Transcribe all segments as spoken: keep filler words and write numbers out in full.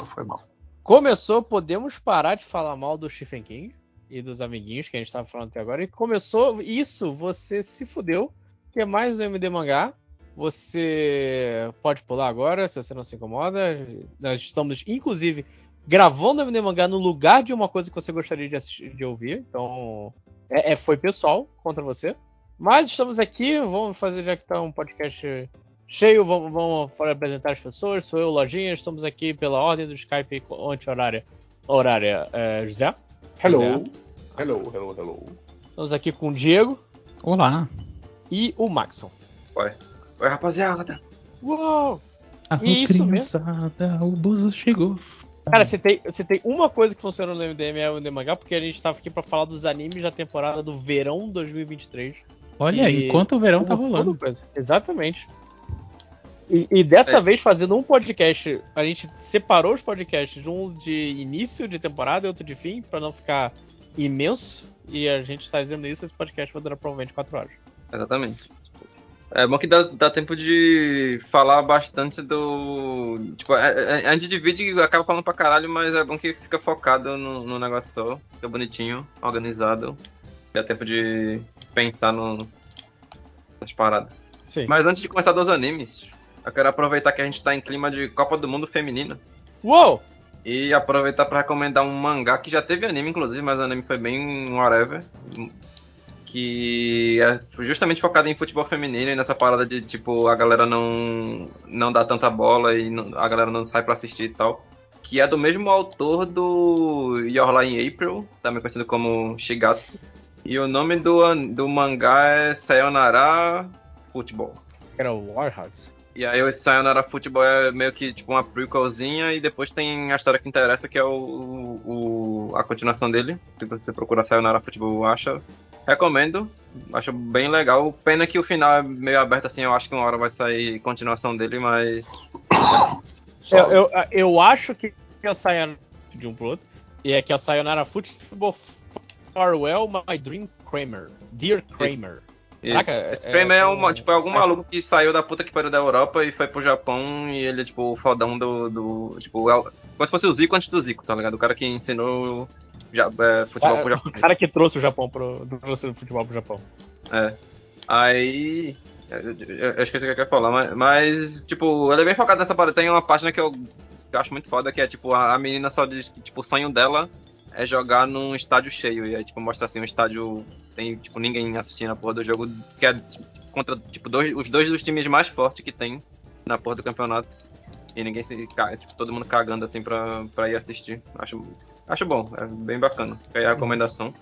Foi mal. Começou, podemos parar de falar mal do Stephen King e dos amiguinhos que a gente estava falando até agora. E começou isso, você se fudeu, que é mais um M D Mangá. Você pode pular agora, se você não se incomoda. Nós estamos, inclusive, gravando o M D Mangá no lugar de uma coisa que você gostaria de, assistir, de ouvir. Então, é, é, foi pessoal contra você. Mas estamos aqui, vamos fazer, já que está um podcast cheio, vamos, vamos apresentar as pessoas. Sou eu, Lojinha, estamos aqui pela ordem do Skype anti-horária. Horária, é, José. Hello. José. Hello, hello, hello. Estamos aqui com o Diego. Olá. E o Maxon. Oi. Oi, rapaziada. Uou! Arro, E isso criançada, o Bozo chegou. Cara, você tem, você tem uma coisa que funciona no M D M é o M D Mangá, porque a gente tava aqui pra falar dos animes da temporada do verão dois mil e vinte e três. Olha, E enquanto o verão tá como rolando. toda coisa. Exatamente. E, e dessa É. vez, fazendo um podcast, a gente separou os podcasts, um de início de temporada e outro de fim, pra não ficar imenso. E a gente tá dizendo isso, esse podcast vai durar provavelmente quatro horas. Exatamente. É bom que dá, dá tempo de falar bastante do... Tipo, a, a, a gente divide e acaba falando pra caralho, mas é bom que fica focado no, no negócio só. Fica bonitinho, organizado. Dá tempo de pensar no, nas paradas. Sim. Mas antes de começar dos animes, eu quero aproveitar que a gente tá em clima de Copa do Mundo feminino. Uou! E aproveitar pra recomendar um mangá que já teve anime, inclusive, mas o anime foi bem whatever. Que é justamente focado em futebol feminino e nessa parada de, tipo, a galera não, não dá tanta bola e não, a galera não sai pra assistir e tal. Que é do mesmo autor do Your Lie in April, também conhecido como Shigatsu. E o nome do, do mangá é Sayonara Football. Era o Warhogs. E aí o Sayonara Football é meio que tipo uma prequelzinha e depois tem a história que interessa, que é o, o a continuação dele. Se você procurar Sayonara Football, acha. Recomendo, acho bem legal. Pena que o final é meio aberto assim, eu acho que uma hora vai sair continuação dele, mas... Eu, eu, eu acho que é o Sayonara de um pro outro. E é que é o Sayonara Football Farewell My Dream Kramer. Dear Kramer. Isso. Caraca, Esse Kramer é, é, uma, um, tipo, é algum um, maluco que saiu da puta que pariu da Europa e foi pro Japão e ele é tipo o fodão do... do tipo, é, como se fosse o Zico antes do Zico, tá ligado? O cara que ensinou já, é, futebol cara, pro Japão. O cara que trouxe o Japão pro, trouxe o futebol pro Japão. É. Aí... Eu, eu, eu esqueci o que eu ia falar, mas, mas, tipo, ele é bem focado nessa parada. Tem uma página que eu, que eu acho muito foda, que é, tipo, a, a menina só diz que, tipo, o sonho dela é jogar num estádio cheio. E aí, tipo, mostra, assim, um estádio... Tem, tipo, ninguém assistindo a porra do jogo, que é contra, tipo, dois, os dois dos times mais fortes que tem na porra do campeonato. E ninguém se... Tipo, todo mundo cagando, assim, pra, pra ir assistir. Acho, acho bom, é bem bacana. Fica aí a recomendação.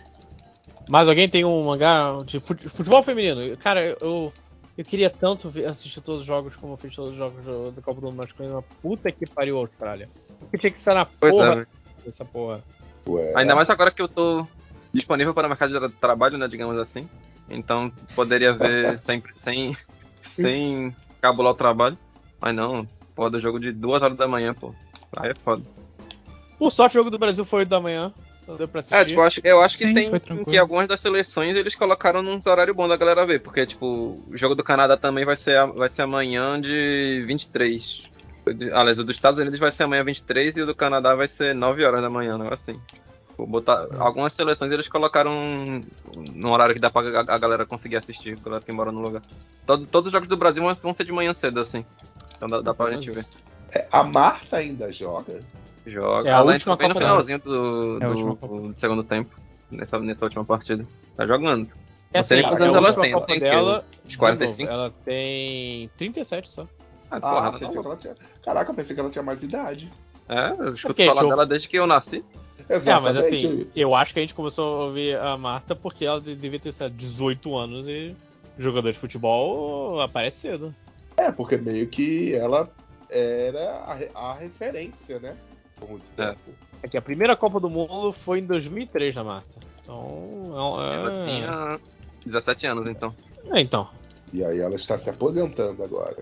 Mas alguém tem um mangá de futebol feminino? Cara, eu... Eu queria tanto ver, assistir todos os jogos como eu fiz todos os jogos do, do Copa do Mundo masculino. Puta que pariu, Austrália. Porque tinha que ser na Pois porra é, né? dessa porra. Ué. Ainda mais agora que eu tô disponível para o mercado de trabalho, né, digamos assim. Então poderia ver sempre, sem, sem cabular o trabalho. Mas não, pô, do jogo de duas horas da manhã, pô. Aí é foda. Por sorte, o jogo do Brasil foi oito da manhã. Não deu pra assistir. É, tipo, eu acho, eu acho que Sim, tem foi tranquilo. que algumas das seleções eles colocaram num horário bom da galera ver. Porque, tipo, o jogo do Canadá também vai ser, vai ser amanhã de vinte e três. Aliás, o dos Estados Unidos vai ser amanhã vinte e três e o do Canadá vai ser nove horas da manhã, um negócio assim. Vou botar, algumas seleções eles colocaram num horário que dá pra a, a galera conseguir assistir, a galera que mora no lugar. Todo, todos os jogos do Brasil vão ser de manhã cedo, assim. Então dá, dá pra gente ver. É, a Marta ainda joga? Joga. É a Ela última entrou bem no Copa finalzinho do, É a do, última Copa. do segundo tempo. Nessa, nessa última partida. Tá jogando. É Não sei nem assim, quantos a anos ela última tem. Ela Copa tem o quê? dela, Uns de quarenta e novo, cinco? ela tem trinta e sete só. Ah, Ah, porra, ela pensei não. que ela tinha. Caraca, eu pensei que ela tinha mais idade. É, eu escuto porque, falar tipo, dela desde que eu nasci. Exatamente. É, mas assim, eu acho que a gente começou a ouvir a Marta porque ela devia ter sei lá, dezoito anos e jogador de futebol aparece cedo. É, porque meio que ela era a, re- a referência, né? Por muito É. tempo. É que a primeira Copa do Mundo foi em dois mil e três na Marta. Então, é... Ela tinha dezessete anos, então. É, então. E aí ela está se aposentando agora.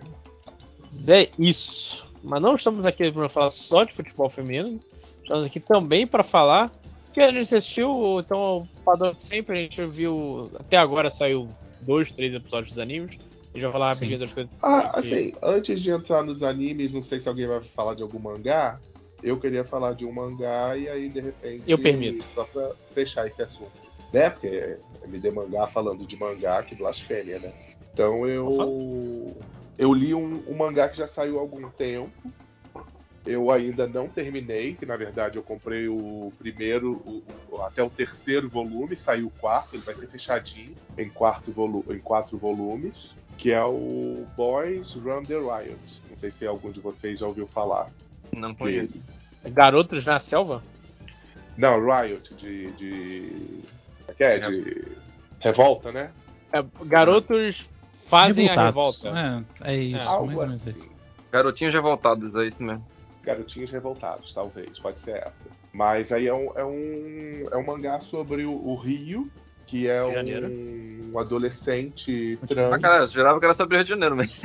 É isso. Mas não estamos aqui para falar só de futebol feminino. Estamos aqui também para falar que a gente assistiu, então, o padrão de sempre. A gente viu, até agora saiu dois, três episódios dos animes. A gente vai falar rapidinho das coisas. Ah, que... assim, antes de entrar nos animes, não sei se alguém vai falar de algum mangá. eu queria falar de um mangá e aí, de repente, Eu permito. só pra fechar esse assunto. Né? Porque M D Mangá falando de mangá, que blasfêmia, né? Então eu. Eu li um, um mangá que já saiu há algum tempo. Eu ainda não terminei, que na verdade eu comprei o primeiro, o, o, até o terceiro volume, saiu o quarto, ele vai ser fechadinho em, quarto volu em quatro volumes, que é o Boys Run the Riot. Não sei se algum de vocês já ouviu falar. Não conheço. Garotos na Selva? Não, Riot, de. de... que é? De. Revolta, né? É, garotos fazem Revoltados. a revolta. É, é isso, Algo mais ou menos assim. isso. Garotinhos revoltados, é isso mesmo. Garotinhos Revoltados, talvez, pode ser essa. Mas aí é um, é um, é um mangá sobre o, o Rio, que é De Janeiro. um, um adolescente Ah, trans. cara, eu jurava que era sobre Rio de Janeiro, mas.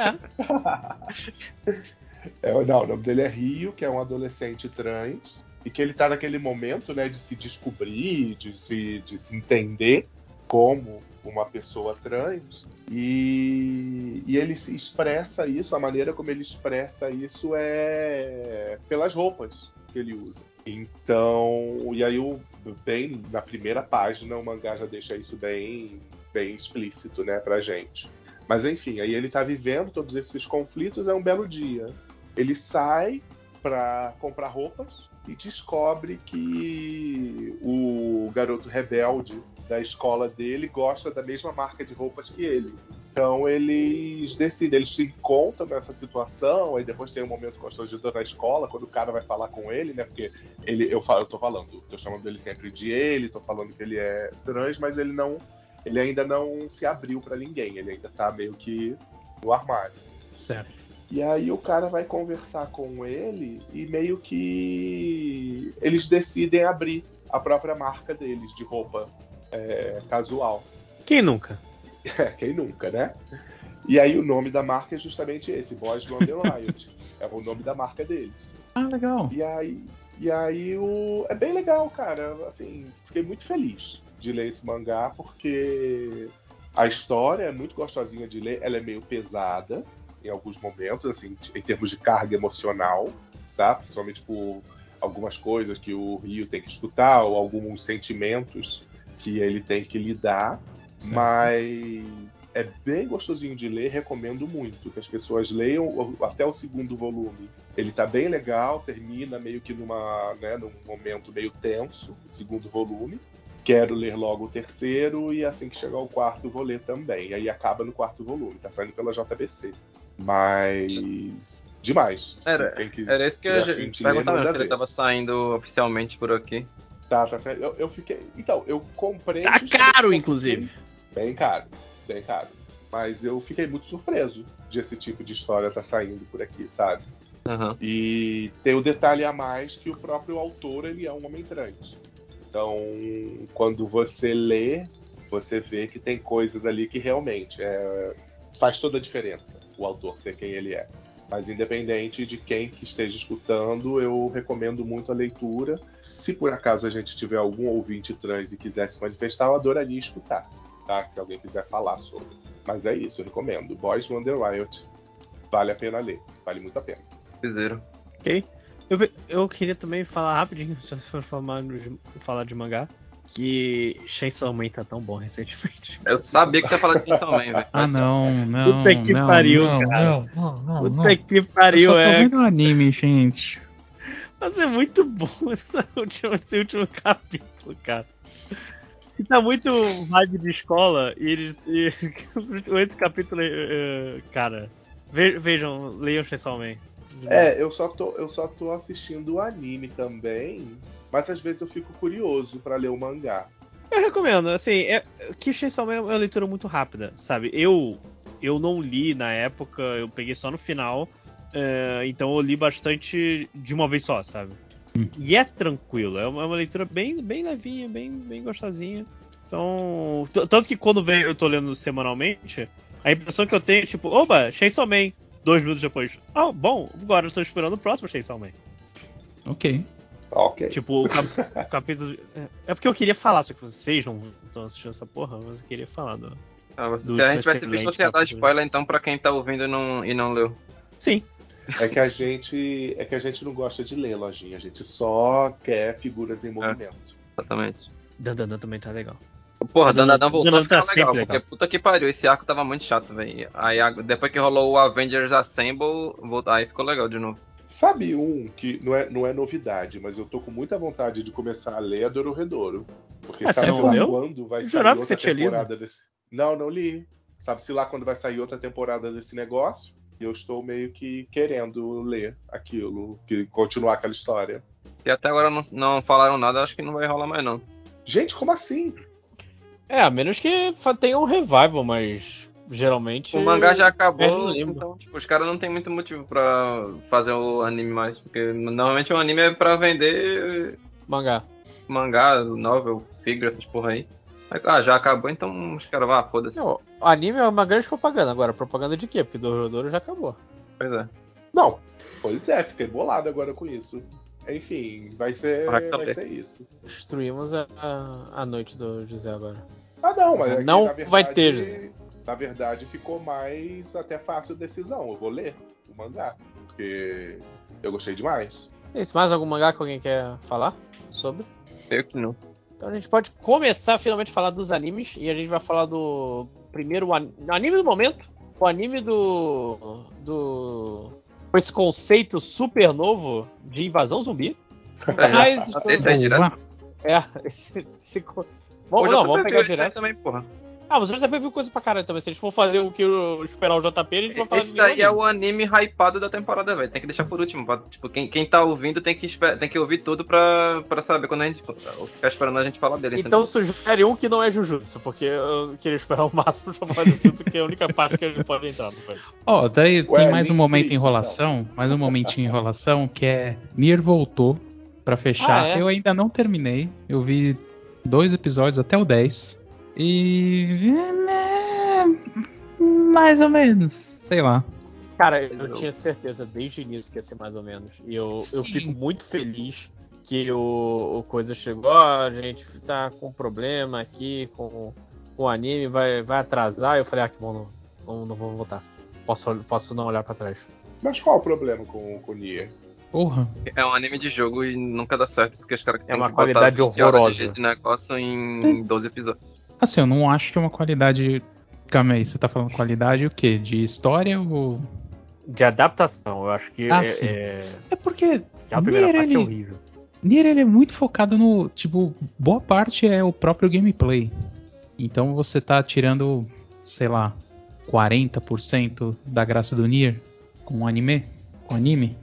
É. É, não, o nome dele é Rio, que é um adolescente trans, e que ele tá naquele momento, né, de se descobrir, de se, de se entender como uma pessoa trans, e, e ele se expressa isso, a maneira como ele expressa isso é pelas roupas que ele usa. Então, e aí o, bem na primeira página o mangá já deixa isso bem, bem explícito, né, pra gente. Mas enfim, aí ele tá vivendo todos esses conflitos, é um belo dia. Ele sai para comprar roupas e descobre que o garoto rebelde da escola dele gosta da mesma marca de roupas que ele. Então eles decidem, eles se encontram nessa situação, aí depois tem um momento constrangedor na escola, quando o cara vai falar com ele, né? Porque ele, eu, falo, eu tô falando, tô chamando dele sempre de ele, tô falando que ele é trans, mas ele não. Ele ainda não se abriu para ninguém, ele ainda tá meio que no armário. Certo. E aí o cara vai conversar com ele e meio que eles decidem abrir a própria marca deles de roupa é, casual. Quem nunca? É, quem nunca, né? E aí o nome da marca é justamente esse, Boys Run the Riot. É o nome da marca deles. Ah, legal. E aí, e aí o... é bem legal, cara. Assim, fiquei muito feliz de ler esse mangá, porque a história é muito gostosinha de ler, ela é meio pesada em alguns momentos, assim, em termos de carga emocional, tá? Principalmente por algumas coisas que o Rio tem que escutar, ou alguns sentimentos que ele tem que lidar, Certo. mas é bem gostosinho de ler, recomendo muito que as pessoas leiam até o segundo volume. Ele tá bem legal, termina meio que numa, né, num momento meio tenso, o segundo volume. Quero ler logo o terceiro e assim que chegar o quarto vou ler também. E aí acaba no quarto volume, tá saindo pela J B C. Mas demais. Era, Se quem quiser, era isso que eu tiver ia afim de ler, perguntar mesmo, manda se ele ver. tava saindo oficialmente por aqui. Tá, tá certo. Eu, eu fiquei. Então, eu comprei. Tá justamente caro, porque- inclusive. Bem caro, bem caro. Mas eu fiquei muito surpreso de esse tipo de história estar saindo por aqui, sabe? Uhum. E tem o detalhe a mais que o próprio autor ele é um homem trans. Então, quando você lê, você vê que tem coisas ali que realmente é, faz toda a diferença o autor ser quem ele é. Mas independente de quem que esteja escutando, eu recomendo muito a leitura. Se por acaso a gente tiver algum ouvinte trans e quiser se manifestar, eu adoraria escutar, tá? Se alguém quiser falar sobre. Mas é isso, eu recomendo. Boys Run the Riot. Vale a pena ler. Vale muito a pena. Fizeram. Ok. Eu, eu queria também falar rapidinho, se for falar de, falar de mangá, que Chainsaw Man tá tão bom recentemente. Eu sabia que tu ia falar de Chainsaw Man, velho. Ah, não, não. Puta que não, pariu, não, cara. Não, não, não, Puta não. que Eu pariu, só tô é. vendo anime, gente. Mas é muito bom esse último, esse último capítulo, cara. E tá muito vibe de escola e eles. E, esse capítulo, uh, cara. Ve, vejam, leiam Chainsaw Man. É, eu só, tô, eu só tô assistindo o anime também, mas às vezes eu fico curioso pra ler o mangá. Eu recomendo, assim, é, que Chainsaw Man é uma leitura muito rápida, sabe? Eu, eu não li na época, eu peguei só no final, é, então eu li bastante de uma vez só, sabe? Hum. E é tranquilo, é uma, é uma leitura bem, bem levinha, bem, bem gostosinha. Então, t- tanto que quando vem, eu tô lendo semanalmente, a impressão que eu tenho é tipo, oba, Chainsaw Man. Dois minutos depois, ah, bom, agora eu estou esperando o próximo Chainsaw Man. Ok. Ok. Tipo, o, cap o capítulo. É porque eu queria falar, só que vocês não estão assistindo essa porra, mas eu queria falar do. Ah, você- do se a último gente tivesse visto, excelente você ia dar capítulo. spoiler então pra quem tá ouvindo e não, e não leu. Sim. É que a gente é que a gente não gosta de ler, lojinha. A gente só quer figuras em movimento. Exatamente. Dandadan também tá legal. Porra, Dan- Dandadan voltou Dan- a ficar tá sempre legal, legal. porque puta que pariu, esse arco tava muito chato, velho. Aí a- depois que rolou o Avengers Assemble, voltou- aí ficou legal de novo. Sabe um que não é, não é novidade, mas eu tô com muita vontade de começar a ler a Dororedoro. Porque Ah, você sabe-se não lá leu? quando vai Eu sair jurava que outra você tinha lido. temporada desse. Não, não li. Sabe-se lá quando vai sair outra temporada desse negócio? E eu estou meio que querendo ler aquilo, que continuar aquela história. E até agora não, não falaram nada, acho que não vai rolar mais não. Gente, como assim? É, a menos que fa- tenha um revival, mas geralmente. O mangá já perde no acabou, limbo. então tipo, os caras não tem muito motivo pra fazer o anime mais, porque normalmente o anime é pra vender Mangá. mangá, novel, figure, essas porra aí. Aí, ah, já acabou, então os caras vão, ah, foda-se. Não, o anime é uma grande propaganda. Agora, propaganda de quê? Porque Dororedoro já acabou. Pois é. Não. Pois é, fiquei bolado agora com isso. Enfim, vai ser, Vai saber. vai ser isso. Destruímos a, a, a noite do José agora. Ah, não, mas Já é que, não na verdade, vai ter, José. na verdade ficou mais até fácil decisão. Eu vou ler o mangá, porque eu gostei demais. Tem mais algum mangá que alguém quer falar sobre? Eu que não. Então a gente pode começar finalmente a falar dos animes. E a gente vai falar do primeiro an- anime do momento. O anime do. do. com esse conceito super novo de invasão zumbi. Mas. Esse aí direto? Boa. É, esse. esse co- O Vamos, não, J P vamos viu pegar esse aí direto. também, porra. Ah, mas o J P viu coisa pra caralho também. Se a gente for fazer o que o, esperar o J P, a gente vai falar Esse de nenhum daí é anime. o anime hypado da temporada, velho. Tem que deixar por último. Pra, tipo, quem, quem tá ouvindo tem que, esper- tem que ouvir tudo pra, pra saber quando a gente ficar esperando a gente falar dele. Então sugere um que não é Jujutsu, porque eu queria esperar o máximo pra falar de Jujutsu, que é a única parte que a gente pode entrar. Não foi? Ó, daí Ué, tem mais um link momento clique, em enrolação, mais um momentinho em enrolação, que é Nier voltou pra fechar. Ah, é? Eu ainda não terminei, eu vi dois episódios até o dez. E. é, mais ou menos, sei lá. Cara, eu tinha certeza desde o início que ia ser mais ou menos. E eu, eu Sim. fico muito feliz que o, o coisa chegou. Ó, a gente tá com problema aqui com, com o anime, vai, vai atrasar. Eu falei, ah, que bom, não, não, não vou voltar. Posso, posso não olhar pra trás. Mas qual o problema com com o Nier? Porra. É um anime de jogo e nunca dá certo, porque os caras têm uma que qualidade botar vinte horas horrorosa. de, de negócio em doze episódios. Assim, eu não acho que é uma qualidade. Calma aí, você tá falando qualidade o quê? De história ou. De adaptação, eu acho que Ah, é, sim. é... É porque. aquela primeira Nier, parte é ele, horrível. Nier ele é muito focado no. Tipo, boa parte é o próprio gameplay. Então você tá tirando, sei lá, quarenta por cento da graça do Nier com o anime. Com anime.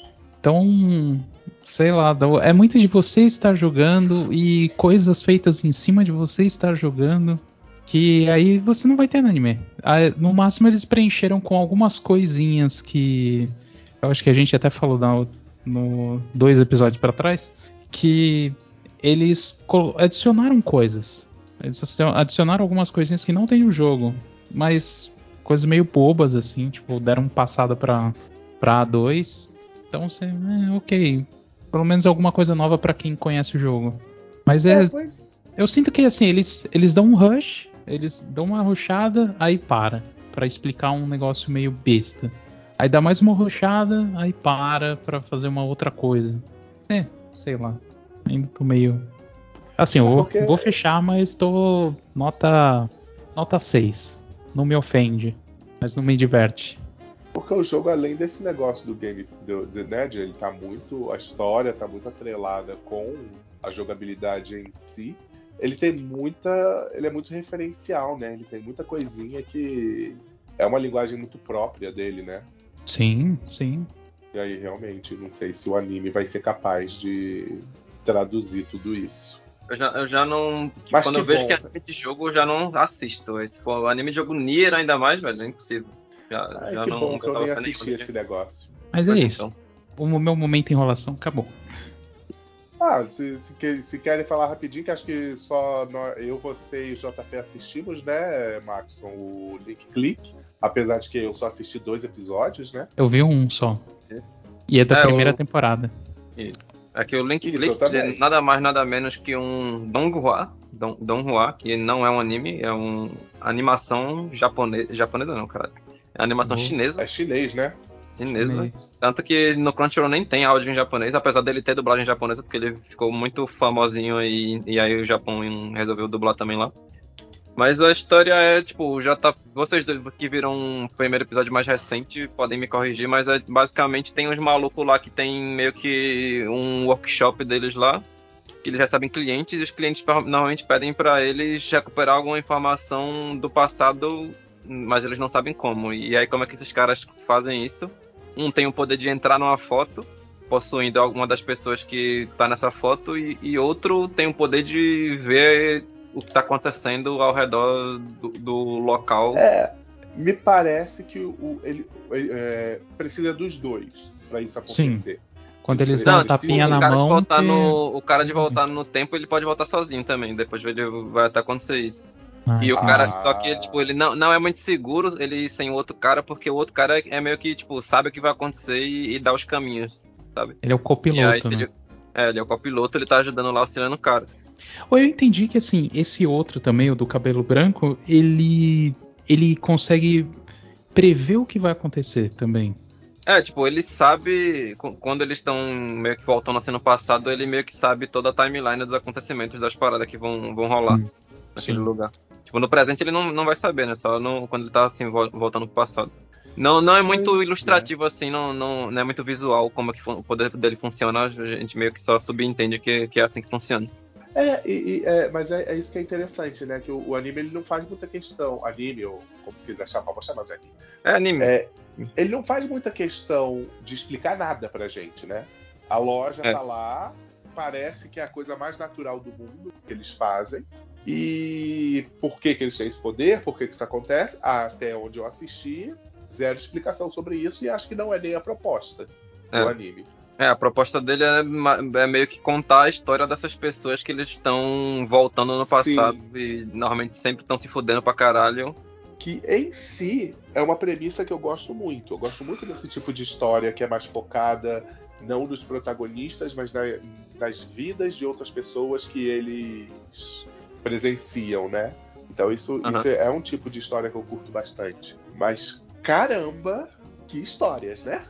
Então, sei lá, dá- é muito de você estar jogando e coisas feitas em cima de você estar jogando. Que aí você não vai ter no anime. Ah, no máximo eles preencheram com algumas coisinhas que. Eu acho que a gente até falou na- no dois episódios pra trás. Que eles colo- adicionaram coisas. Eles adicionaram algumas coisinhas que não tem no jogo. Mas coisas meio bobas assim. Tipo, deram passada pra, pra A dois. Então você. É, ok. Pelo menos alguma coisa nova pra quem conhece o jogo. Mas é. pois. Eu sinto que assim, eles, eles dão um rush, eles dão uma rushada, aí para. Pra explicar um negócio meio besta. Aí dá mais uma rushada, aí para pra fazer uma outra coisa. É, sei lá. Ainda tô meio. Assim, eu É vou, porque- vou fechar, mas tô. Nota. Nota seis. Não me ofende, mas não me diverte. Porque o jogo, além desse negócio do game, do, do, né, de ele tá muito. A história tá muito atrelada com a jogabilidade em si. Ele tem muita. Ele é muito referencial, né? Ele tem muita coisinha que é uma linguagem muito própria dele, né? Sim, sim. E aí, realmente, não sei se o anime vai ser capaz de traduzir tudo isso. Eu já, eu já não. Mas quando que eu vejo bom. que é anime de jogo, eu já não assisto. Se for anime de jogo Nier ainda mais, velho, é impossível. Já, Ai, já que não bom que eu botava nem fé assisti nenhuma. esse negócio. Mas é Pois isso. então. O meu momento enrolação acabou. Ah, se, se, que- se querem falar rapidinho, que acho que só nó- eu, você e o J P assistimos, né, Maxon, o Link Click. Apesar de que eu só assisti dois episódios, né? Eu vi um só. Isso. E é da É, primeira o- temporada. Isso. Aqui o Link Isso, eu Click também. é nada mais nada menos que um Donghua, Don, Donghua, que não é um anime, é uma animação japonesa, japonesa não, cara. É animação Uhum. chinesa. É chinês, né? Chinesa. Chinês. Tanto que no Crunchyroll nem tem áudio em japonês, apesar dele ter dublagem japonesa, porque ele ficou muito famosinho aí, e aí o Japão resolveu dublar também lá. Mas a história é, tipo, já tá. Vocês dois que viram o primeiro episódio mais recente podem me corrigir, mas é, basicamente tem uns malucos lá que tem meio que um workshop deles lá, que eles recebem clientes e os clientes normalmente pedem pra eles recuperar alguma informação do passado, mas eles não sabem como. E aí, como é que esses caras fazem isso? Um tem o poder de entrar numa foto, possuindo alguma das pessoas que tá nessa foto, e, e outro tem o poder de ver o que tá acontecendo ao redor do, do local. É, me parece que o, o- ele, ele, é, precisa dos dois pra isso acontecer. Quando eles Não, dão Não, a tapinha tipo, na o cara de mão. voltar que- no, o cara de voltar no tempo, ele pode voltar sozinho também. Depois vai, vai até acontecer isso. Ah, E o entendi. cara, Ah. só que tipo, ele não, não é muito seguro ele ir sem o outro cara, porque o outro cara é meio que, tipo, sabe o que vai acontecer e, e dá os caminhos, sabe? Ele é o E aí, copiloto, se né? ele, é, ele é o copiloto, ele tá ajudando lá, auxiliando o cara. Ou eu entendi que assim, esse outro também, o do cabelo branco, ele ele consegue prever o que vai acontecer também. É, tipo, ele sabe, qu- quando eles estão meio que voltando assim no passado, ele meio que sabe toda a timeline dos acontecimentos das paradas que vão, vão rolar Hum, naquele sim. lugar. Tipo, no presente ele não, não vai saber, né? Só no, quando ele tá assim, vo- voltando pro passado. Não, não é muito Pois é. ilustrativo assim, não, não, não é muito visual como é que fun- o poder dele funciona, a gente meio que só subentende que, que é assim que funciona. É, e- e- é, mas é, é isso que é interessante, né? Que o, o anime ele não faz muita questão. Anime, ou como quiser chamar, vou chamar de anime. É anime. É, ele não faz muita questão de explicar nada pra gente, né? A loja É. tá lá, parece que é a coisa mais natural do mundo que eles fazem. E por que, que eles têm esse poder? Por que, que isso acontece? Até onde eu assisti, zero explicação sobre isso e acho que não é nem a proposta do É. anime. É, a proposta dele é, ma- é meio que contar a história dessas pessoas que eles estão voltando no passado Sim. e normalmente sempre estão se fudendo pra caralho. Que em si é uma premissa que eu gosto muito. Eu gosto muito desse tipo de história que é mais focada não nos protagonistas, mas na- nas vidas de outras pessoas que eles presenciam, né? Então isso, Aham. isso é um tipo de história que eu curto bastante. Mas caramba, que histórias, né?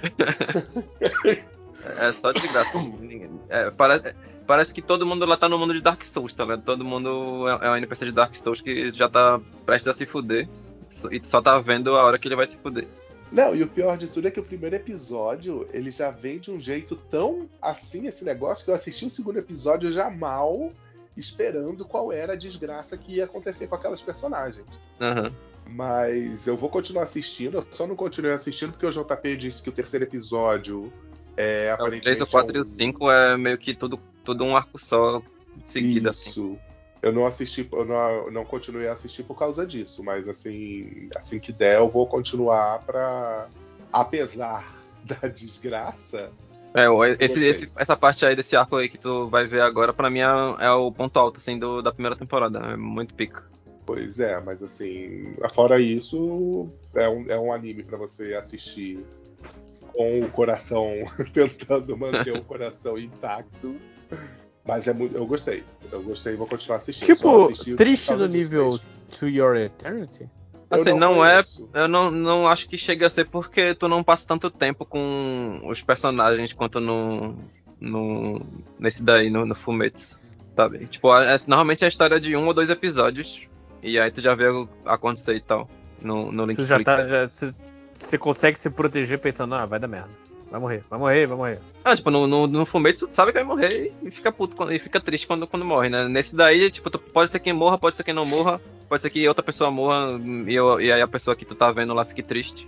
É só de graça. É, parece, parece que todo mundo lá tá no mundo de Dark Souls, tá ligado? Todo mundo é, é um N P C de Dark Souls que já tá prestes a se fuder e só tá vendo a hora que ele vai se fuder. Não, e o pior de tudo é que o primeiro episódio, ele já vem de um jeito tão assim, esse negócio, que eu assisti o segundo episódio já mal, esperando qual era a desgraça que ia acontecer com aquelas personagens. Aham. Mas eu vou continuar assistindo, eu só não continuei assistindo porque o J P disse que o terceiro episódio é O aparentemente. três, o quatro é um... e o cinco é meio que tudo, tudo um arco só seguido, assim. Isso. Eu não assisti, eu não, eu não continuei a assistir por causa disso, mas assim, assim que der, eu vou continuar pra. Apesar da desgraça. É, o- esse, gostei. esse, essa parte aí desse arco aí que tu vai ver agora, pra mim é, é o ponto alto, assim, do, da primeira temporada. É muito pica. Pois é, mas assim, fora isso, é um, é um anime pra você assistir com o coração, tentando manter o coração intacto. Mas é muito, eu gostei. Eu gostei e vou continuar assistindo. Só Tipo, assisti por triste causa no disso nível mesmo. To Your Eternity? Eu Assim, não, é. conheço. Eu não, não acho que chega a ser porque tu não passa tanto tempo com os personagens quanto no. no nesse daí, no, no Fumetsu. Sabe? Tipo, é, normalmente é a história de um ou dois episódios. E aí tu já vê o- acontecer e tal. No, no link Você já click. tá. Já, você, você consegue se proteger pensando, ah, vai dar merda. Vai morrer, vai morrer, vai morrer. Ah, tipo, no, no, no Fumetsu tu sabe que vai morrer e fica puto quando- e fica triste quando, quando morre, né? Nesse daí, tipo, tu, pode ser quem morra, pode ser quem não morra, pode ser que outra pessoa morra e, eu- e aí a pessoa que tu tá vendo lá fique triste.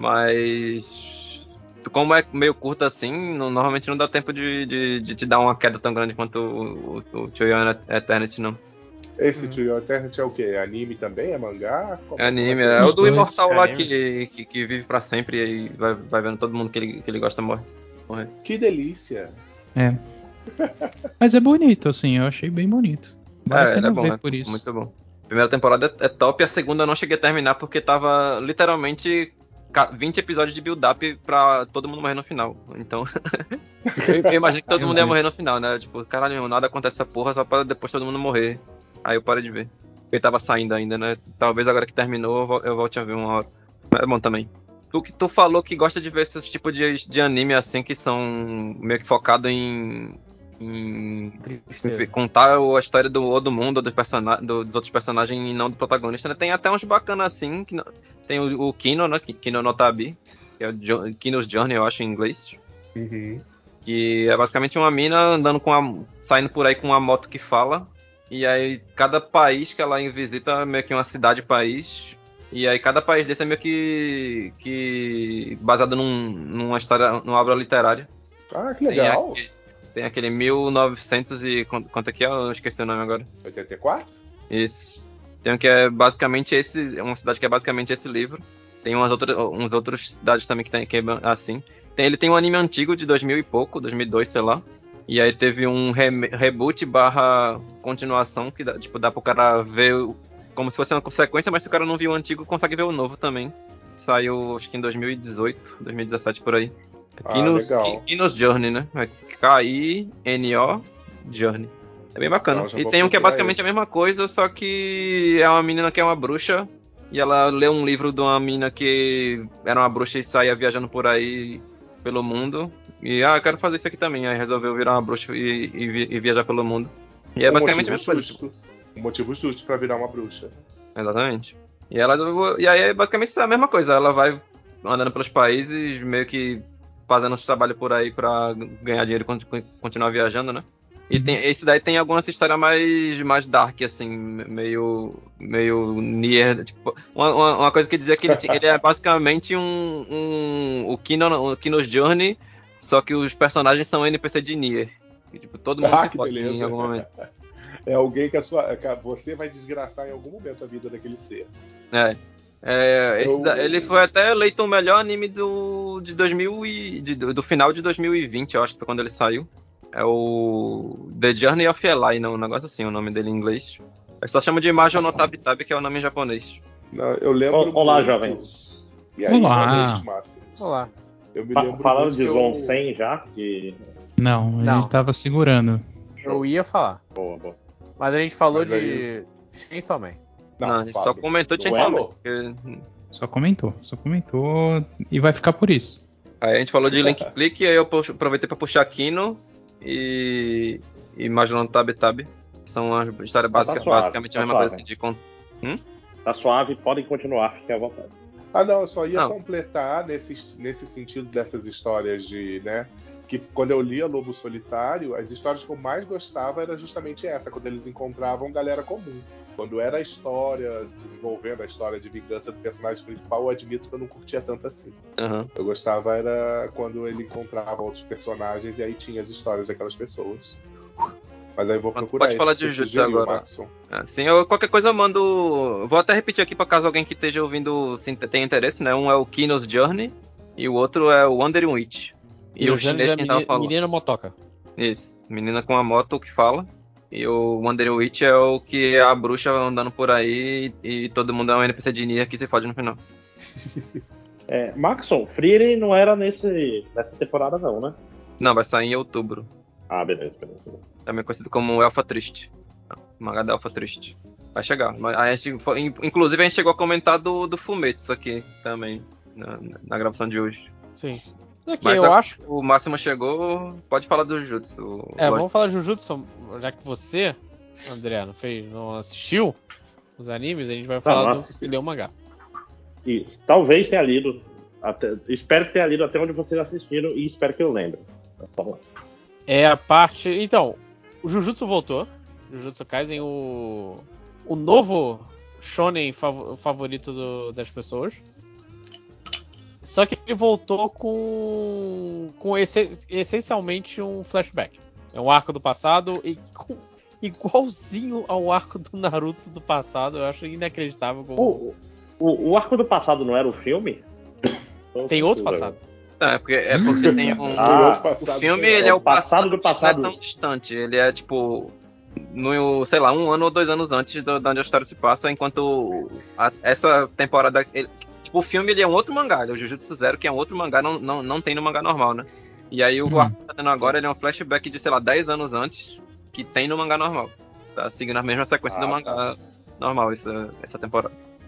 Mas. tu- Como é meio curto assim, não- normalmente não dá tempo de, de, de te dar uma queda tão grande quanto o, o, o Choyone Eternity, não. Esse Uhum. To Your Eternity é o quê? É anime também? É mangá? Como- É anime, como é, que Os o do dois. Imortal É lá anime. que, que, que vive pra sempre e aí vai, vai vendo todo mundo que ele, que ele gosta morre. morrer. Que delícia! É. Mas é bonito, assim, eu achei bem bonito. Vale a É, ele pena é bom, ver é por isso. muito bom. Primeira temporada é é top, a segunda eu não cheguei a terminar porque tava literalmente ca- vinte episódios de build-up pra todo mundo morrer no final. Então, eu, eu imagino que todo Meu mundo ia Deus. morrer no final, né? Tipo, caralho, meu, nada acontece essa porra só pra depois todo mundo morrer. Aí eu parei de ver. Ele tava saindo ainda, né? Talvez agora que terminou eu vo- eu volte a ver uma hora. Mas é bom também. tu que tu falou que gosta de ver esses tipos de, de anime assim que são meio que focado em, em Tristeza. contar a história do, ou do mundo ou dos, persona, do, dos outros personagens e não do protagonista, né? Tem até uns bacanas assim, que, tem o, o Kino, né? Kino no Tabi, que é o jo, Kino's Journey, eu acho, em inglês. Uhum. Que é basicamente uma mina andando com a, saindo por aí com uma moto que fala. E aí cada país que ela visita é meio que uma cidade-país. E aí cada país desse é meio que, que baseado num, numa história, numa obra literária. Ah, que Tem legal. aquele, tem aquele mil e novecentos e... Quanto é que é? Eu esqueci o nome agora. oitenta e quatro? Isso. Tem um que é basicamente esse... Uma cidade que é basicamente esse livro. Tem umas outras, uns outras cidades também que tem que é assim. Tem, ele tem um anime antigo de dois mil e pouco, dois mil e dois, sei lá. E aí teve um re, reboot barra continuação que dá, tipo, dá pro cara ver como se fosse uma consequência, mas se o cara não viu o antigo, consegue ver o novo também. Saiu, acho que em dois mil e dezoito, dois mil e dezessete, por aí. Ah, Kino's, legal. Kino's Journey, né? K I N O Journey. É bem bacana. Então, já E vou tem um que é procurar basicamente esse. a mesma coisa, só que é uma menina que é uma bruxa. E ela lê um livro de uma menina que era uma bruxa e saía viajando por aí pelo mundo. E, ah, eu quero fazer isso aqui também. Aí resolveu virar uma bruxa e, e, e viajar pelo mundo. E é Um basicamente a motivo mesma coisa. justo. Um motivo justo pra virar uma bruxa. Exatamente. E ela e aí é basicamente a mesma coisa. Ela vai andando pelos países, meio que fazendo uns trabalhos por aí pra ganhar dinheiro e continuar viajando, né? E tem, esse daí tem algumas histórias mais, mais dark, assim, meio, meio Nier. Tipo, uma, uma, uma coisa que dizia que ele, ele é basicamente um, um o, Kino, o Kino's Journey, só que os personagens são N P C de Nier. E, tipo, todo mundo Ah, se que pode em beleza. algum momento. É alguém que a sua, que a- você vai desgraçar em algum momento a vida daquele ser. É. É, esse Eu- da- ele foi até eleito o melhor anime do, de dois mil e, de- do, do final de dois mil e vinte, eu acho que foi quando ele saiu. É o The Journey of Eli, não, um negócio assim, o nome dele em inglês. Eu só chamo de Imagem no Tab Tab, que é o nome em japonês. Não, eu lembro Olá, muito- jovens. E aí, Olá. boa noite, Márcio. Olá. Eu me Fa- lembro falando muito de que Zone eu... cem já, que... Não, a Não. gente tava segurando. Eu ia falar. Boa, boa. Mas a gente falou Mas de Chainsaw Man. Não, a gente fala. só comentou de Não Chainsaw Man. falou? porque- Só comentou, só comentou e vai ficar por isso. Aí a gente falou de Link Click, aí eu puxo- aproveitei pra puxar Kino e e Imagem no Tab Tab. Que são uma história Tá básica, suave, basicamente tá a mesma coisa suave. assim de con- Tá suave, podem continuar, fiquem à vontade. Ah, não, eu só ia Não. completar nesse, nesse sentido dessas histórias de, né? Que quando eu lia Lobo Solitário, as histórias que eu mais gostava era justamente essa, quando eles encontravam galera comum. Quando era a história, desenvolvendo a história de vingança do personagem principal, eu admito que eu não curtia tanto assim. Aham. Eu gostava era quando ele encontrava outros personagens e aí tinha as histórias daquelas pessoas. Mas aí eu vou Pode procurar falar esse que de você Jujutsu sugeriu, agora. Maxon. Assim, eu, qualquer coisa eu mando. Vou até repetir aqui pra caso alguém que esteja ouvindo se tenha interesse, né? Um é o Kino's Journey e o outro é o Wandering Witch. E, E o o Janis chinês é que a gente tava menina, falando. menina motoca. Isso, menina com a moto que fala. E o Wandering Witch é o que é a bruxa andando por aí e todo mundo é um N P C de Nier que se fode no final. É, Maxon, Frieren não era nesse, nessa temporada não, né? Não, vai sair em outubro. Ah, beleza, beleza. beleza. Também conhecido como Elfa Triste. O mangá da Elfa Triste. Vai chegar. Mas a gente, foi- inclusive a gente chegou a comentar do, do Fumetsu aqui também, na, na gravação de hoje. Sim. Aqui, Mas eu a- acho. o Máximo chegou, pode falar do Jutsu. É, vamos falar de Jujutsu, já que você, André, não, fez, não assistiu os animes, a gente vai falar do nossa. que leu o mangá. Isso. Talvez tenha lido. Até, espero que tenha lido até onde vocês assistiram e espero que eu lembre. Vamos lá. É a parte. Então, o Jujutsu voltou. Jujutsu Kaisen, o. O novo shonen fav- favorito do- das pessoas. Só que ele voltou com. com esse- essencialmente um flashback. É um arco do passado e com- igualzinho ao arco do Naruto do passado. Eu acho inacreditável. Como... O, o, o arco do passado não era o filme? Tem outro passado. É, porque, é porque tem um. Ah, Tem outro O passado, filme, tem ele outro. é o o passado, passado do passado. Não é tão distante. Ele é tipo. No, sei lá, um ano ou dois anos antes do, da onde a história se passa, enquanto a- essa temporada. Ele, tipo, o filme ele é um outro mangá, ele é o Jujutsu Zero, que é um outro mangá, não, não, não tem no mangá normal, né? E aí o Hum. arco que tá tendo agora ele é um flashback de, sei lá, dez anos antes, que tem no mangá normal. Tá seguindo a mesma sequência Ah, do mangá normal essa, essa temporada.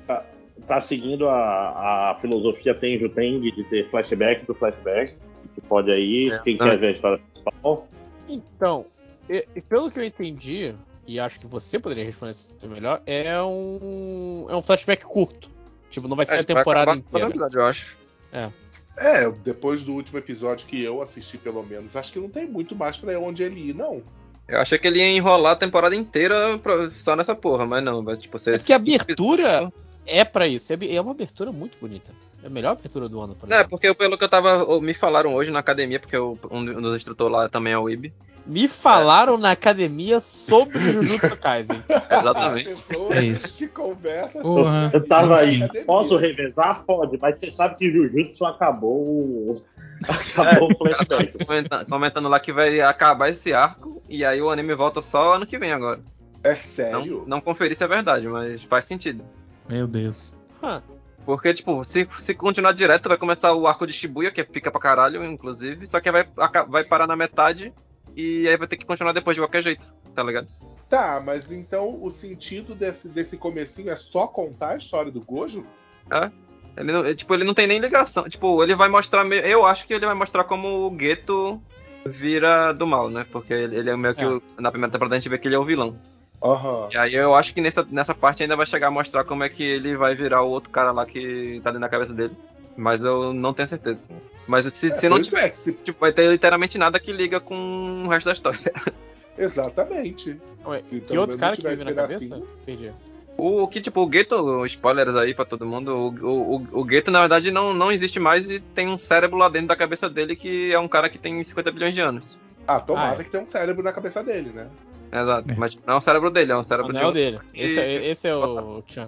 tá seguindo a, a filosofia Tenjo Teng de ter flashback do flashback. Que pode aí, É, quem tá. quer ver a história principal. Então, e- e pelo que eu entendi, e acho que você poderia responder isso melhor, é um, é um flashback curto. Tipo, não vai ser É, a temporada vai acabar inteira. com o episódio, eu acho. É, depois do último episódio que eu assisti, pelo menos, acho que não tem muito mais pra onde ele ir, não. Eu achei que ele ia enrolar a temporada inteira pra- só nessa porra, mas não, vai tipo ser. É porque a cinco abertura episódios. é pra isso. É bi- é uma abertura muito bonita. É a melhor abertura do ano, por É, exemplo. porque pelo que eu tava. Me falaram hoje na academia, porque eu- um dos instrutores lá também é o Ibi. Me falaram na academia sobre Jujutsu Kaisen. Exatamente. As pessoas É isso. que conversam Porra. sobre Eu tava Aí aí, sim. academia. posso revezar? Pode, mas você sabe que Jujutsu acabou o- acabou o flashback. Comenta- comentando lá que vai acabar esse arco e aí o anime volta só ano que vem agora. É Não, sério? não conferi se é verdade, mas faz sentido. Meu Deus. Hã. Porque, tipo, se, se continuar direto, vai começar o arco de Shibuya, que fica pra caralho, inclusive, só que vai, aca- vai parar na metade e aí vai ter que continuar depois de qualquer jeito, tá ligado? Tá, mas então o sentido desse, desse comecinho é só contar a história do Gojo? Ele não, é, tipo, ele não tem nem ligação. Tipo, ele vai mostrar. meio- Eu acho que ele vai mostrar como o Geto vira do mal, né? Porque ele, ele é meio que. É. o- na primeira temporada a gente vê que ele é o vilão. Aham. E aí eu acho que nessa, nessa parte ainda vai chegar a mostrar como é que ele vai virar o outro cara lá que tá dentro da cabeça dele. Mas eu não tenho certeza. Mas se, É, se não pois tiver, é, se- tipo, vai ter literalmente nada que liga com o resto da história. Exatamente. Ué, Se que pelo outro menos cara que tivesse vive na pedacinho. cabeça? Perdi. O que, tipo, o Geto, spoilers aí pra todo mundo, o, o, o- o Geto, na verdade, não, não existe mais e tem um cérebro lá dentro da cabeça dele que é um cara que tem cinquenta bilhões de anos. Ah, tomara Ah, é. que tenha um cérebro na cabeça dele, né? Exato, É. mas não é o cérebro dele, é um O cérebro de anel um... dele. Esse, é- E- esse é o Chan.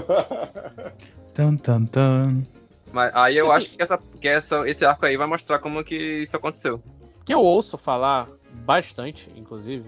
Tan, tan, tan. Mas aí eu Assim- acho que, essa, que essa, esse arco aí vai mostrar como que isso aconteceu. Que eu ouço falar bastante, inclusive,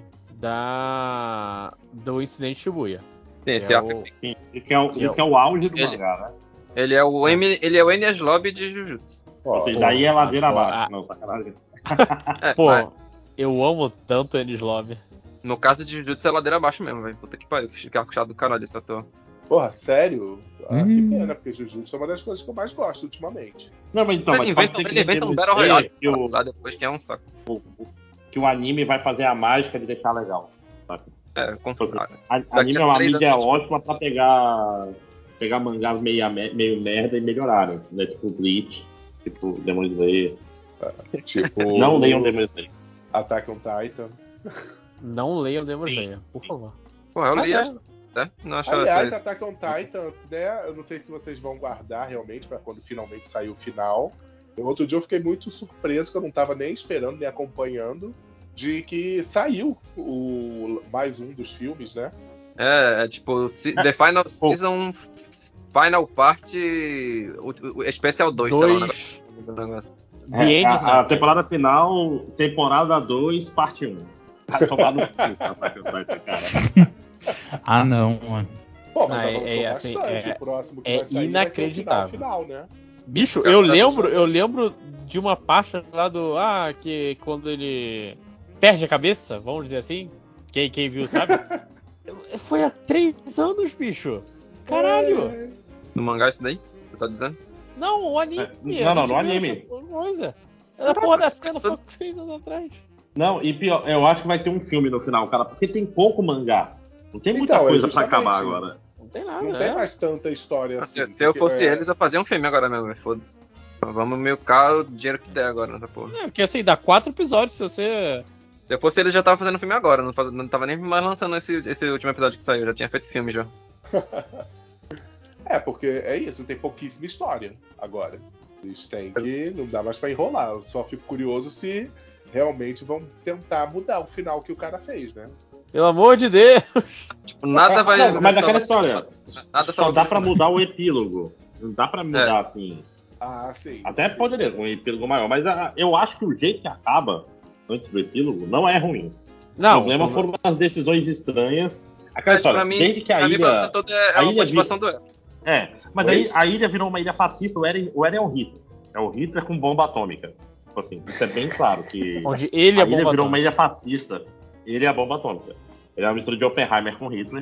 da do incidente de Shibuya. Sim, esse É arco, o- Esse é o, Que é esse é o auge do ele- mangá, né? ele é o M, ele é o Enies Lobby de Jujutsu. Ou Ó, seja, pô, daí é ladeira agora- abaixo. Não, sacanagem. É, Pô, mas eu amo tanto Enes Lobby. no caso de Jujutsu é ladeira abaixo mesmo, velho. Puta que pariu, que arco chato do caralho esse ator. porra, sério? Ah, que Hum. pena, porque Jujutsu é uma das coisas que eu mais gosto ultimamente. Não, mas então, ele mas pode inventa, ser que ele inventa um devemos Battle dizer Royale que o, lá depois, que é um saco. que o anime vai fazer a mágica de deixar legal. É, com... Tipo assim, ah, A- Daqui anime a é uma três mídia anos, ótima pra pegar, pegar mangás meio, meio merda e melhorarem, né? Tipo Bleach, tipo Demon Slayer. Tipo. Não leiam Demon Slayer. Attack on Titan. Não leiam Demon Sim. Slayer, por favor. Porra, eu Mas li, é. acho, né? Não acho Aliás, essa... Attack on Titan, né, eu não sei se vocês vão guardar realmente pra quando finalmente sair o final. Eu, outro dia eu fiquei muito surpreso, que eu não tava nem esperando, nem acompanhando, de que saiu o mais um dos filmes, né? É, é tipo, se- The Final Season, Final Part, o, o Special dois, sei lá, um Dois. negócio do negócio. The É, End is a, a Not. temporada final, temporada dois, parte um. Vai tomar no cu, Attack on Titan, cara. Ah, não, mano. Pô, mas Ah, é- avançou é assim, bastante. é- o próximo que é vai sair inacreditável. vai ser o final, final, né? Bicho, Eu- eu eu lembro, já- eu lembro de uma parte lá do. Ah, que quando ele perde a cabeça, vamos dizer assim. Quem, quem viu sabe? Foi há três anos, bicho. Caralho! É. No mangá isso daí? Você tá dizendo? Não, o anime. É, não, não, a gente no viu anime. essa Coisa. A porra da cena foi três anos atrás. Não, e pior, eu acho que vai ter um filme no final, cara, porque tem pouco mangá. Não tem muita Então, é coisa pra justamente. acabar agora. Não tem nada, Não né? tem mais tanta história assim. se, se eu porque, fosse é, eles, eu fazia um filme agora mesmo, velho. Foda-se. Vamos milcar o dinheiro que der agora nessa porra. É, porque assim, dá quatro episódios se você. Se eu fosse eles, já tava fazendo filme agora. Não, faz, não tava nem mais lançando esse, esse último episódio que saiu. Já tinha feito filme já. É, porque é isso, tem pouquíssima história agora. Eles têm que. Não dá mais pra enrolar. Eu só fico curioso se realmente vão tentar mudar o final que o cara fez, né? Pelo amor de Deus! Tipo, nada vai. Não, mas aquela história, Nada só dá pra filme. mudar o epílogo. Não dá pra mudar, assim. Ah, sim. Até poderia, um epílogo maior. Mas ah, eu acho que o jeito que acaba, antes do epílogo, não é ruim. Não, o problema foram as decisões estranhas. Aquela Mas história, pra mim, desde que a pra mim, o problema ilha... todo é a a ilha motivação do Eren. É, mas Oi? aí a ilha virou uma ilha fascista, o Eren, o Eren é o Hitler. É o Hitler com bomba atômica. Tipo assim, isso é bem claro que onde ele é a ilha bomba virou uma atômica. ilha fascista. Ele é a bomba atômica. Ele é uma mistura de Oppenheimer com Hitler.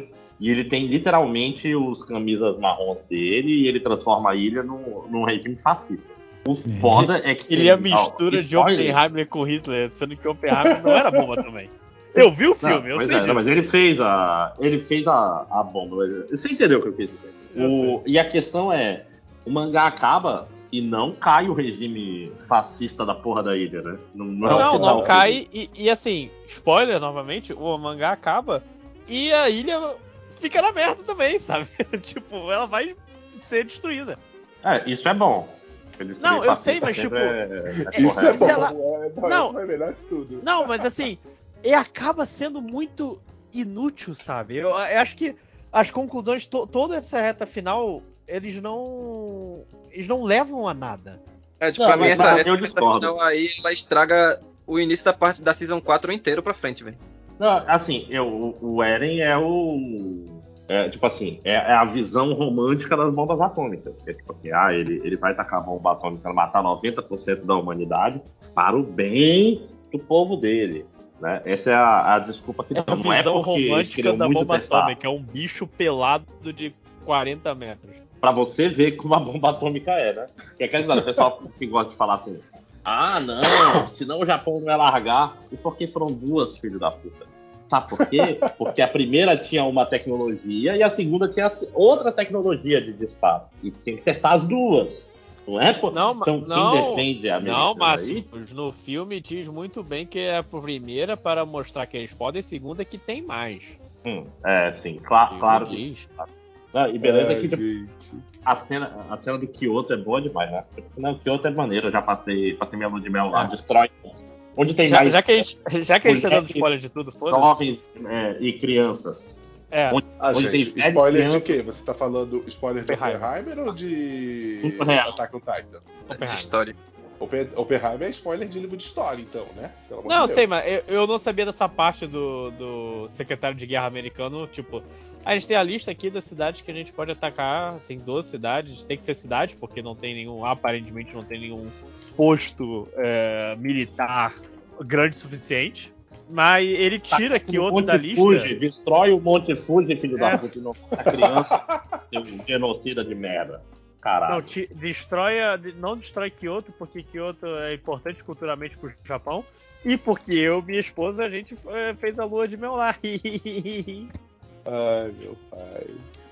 E ele tem literalmente os camisas marrons dele e ele transforma a ilha num, num regime fascista. O foda é que Ele tem, é a mistura ó, de Oppenheimer com Hitler, sendo que Oppenheimer não era bomba também. Eu vi o filme, não, eu pois sei é, disso. não, mas ele fez a. Ele fez a, a bomba. Você entendeu o que eu quis dizer? Eu O, e a questão é, o mangá acaba e não cai o regime fascista da porra da ilha, né? Não, não, é o Não, final não do cai. E, e assim, spoiler novamente, o mangá acaba e a ilha fica na merda também, sabe? Tipo, ela vai ser destruída. É, isso é bom. Ele Não, eu fascista sei, mas sempre tipo, é, é Isso é correto. se bom. ela- É, não, Não. essa foi a melhor de tudo. Não, mas assim, e acaba sendo muito inútil, sabe? Eu, eu acho que as conclusões, to, toda essa reta final, eles não. Eles não levam a nada. É, tipo, Não, pra mim, mas- essa, mas essa eu reta discordo. final aí, ela estraga o início da parte da Season quatro inteiro pra frente, velho. Não, assim, eu, o Eren é o. É, tipo assim, é, é a visão romântica das bombas atômicas. É tipo assim, ah, ele, ele vai tacar a bomba atômica e matar noventa por cento da humanidade para o bem do povo dele. Né? Essa é a, a desculpa que É a dão. Não é visão porque eles romântica queriam da muito bomba testar. atômica, é um bicho pelado de quarenta metros. Pra você ver como a bomba atômica é, né? Que é aquela história, o pessoal que gosta de falar assim, ah, não, senão o Japão não ia largar. E por que foram duas, filho da puta? Sabe por quê? Porque a primeira tinha uma tecnologia e a segunda tinha outra tecnologia de disparo. E tinha que testar as duas. Não é? Por... Não, ma- Então, não, quem defende a americana não, Márcio, aí... no filme diz muito bem que é a primeira para mostrar que eles podem, e segunda que tem mais. Hum, é, sim, cla- O claro. filme Que... diz. Ah, e beleza Ai, que tipo, gente. a cena, a cena do Kyoto é boa demais, né? Não, Kyoto é maneiro, eu já passei, passei minha lua de mel lá, É. destrói. Onde tem Já, mais já que a gente, já que a gente tá dando mulheres, spoiler de tudo, foda-se. jovens é, e crianças. É, Onde, Ah, onde gente, tem velhos e spoiler de crianças, quê? Você tá falando spoiler de Oppenheimer. Oppenheimer ou de Muito real. Attack on Titan? De Oppenheimer. história. Oppen- Oppenheimer é spoiler de livro de história, então, né? Pelo amor Não, eu de sei, Deus. mas eu, eu não sabia dessa parte do, do secretário de guerra americano. Tipo, a gente tem a lista aqui das cidades que a gente pode atacar. Tem doze cidades, tem que ser cidade, porque não tem nenhum, aparentemente não tem nenhum posto é, militar grande o suficiente. Mas ele tira Ataca no Kyoto Monte da lista. Fuji, destrói o Monte Fuji, filho É. da puta, e não mata criança, seu genocida de merda. Caralho. Não, ti- destrói a- não destrói Kyoto, porque Kyoto é importante culturalmente pro Japão. E porque eu e minha esposa, a gente é, fez a lua de mel lá. Ai, meu pai.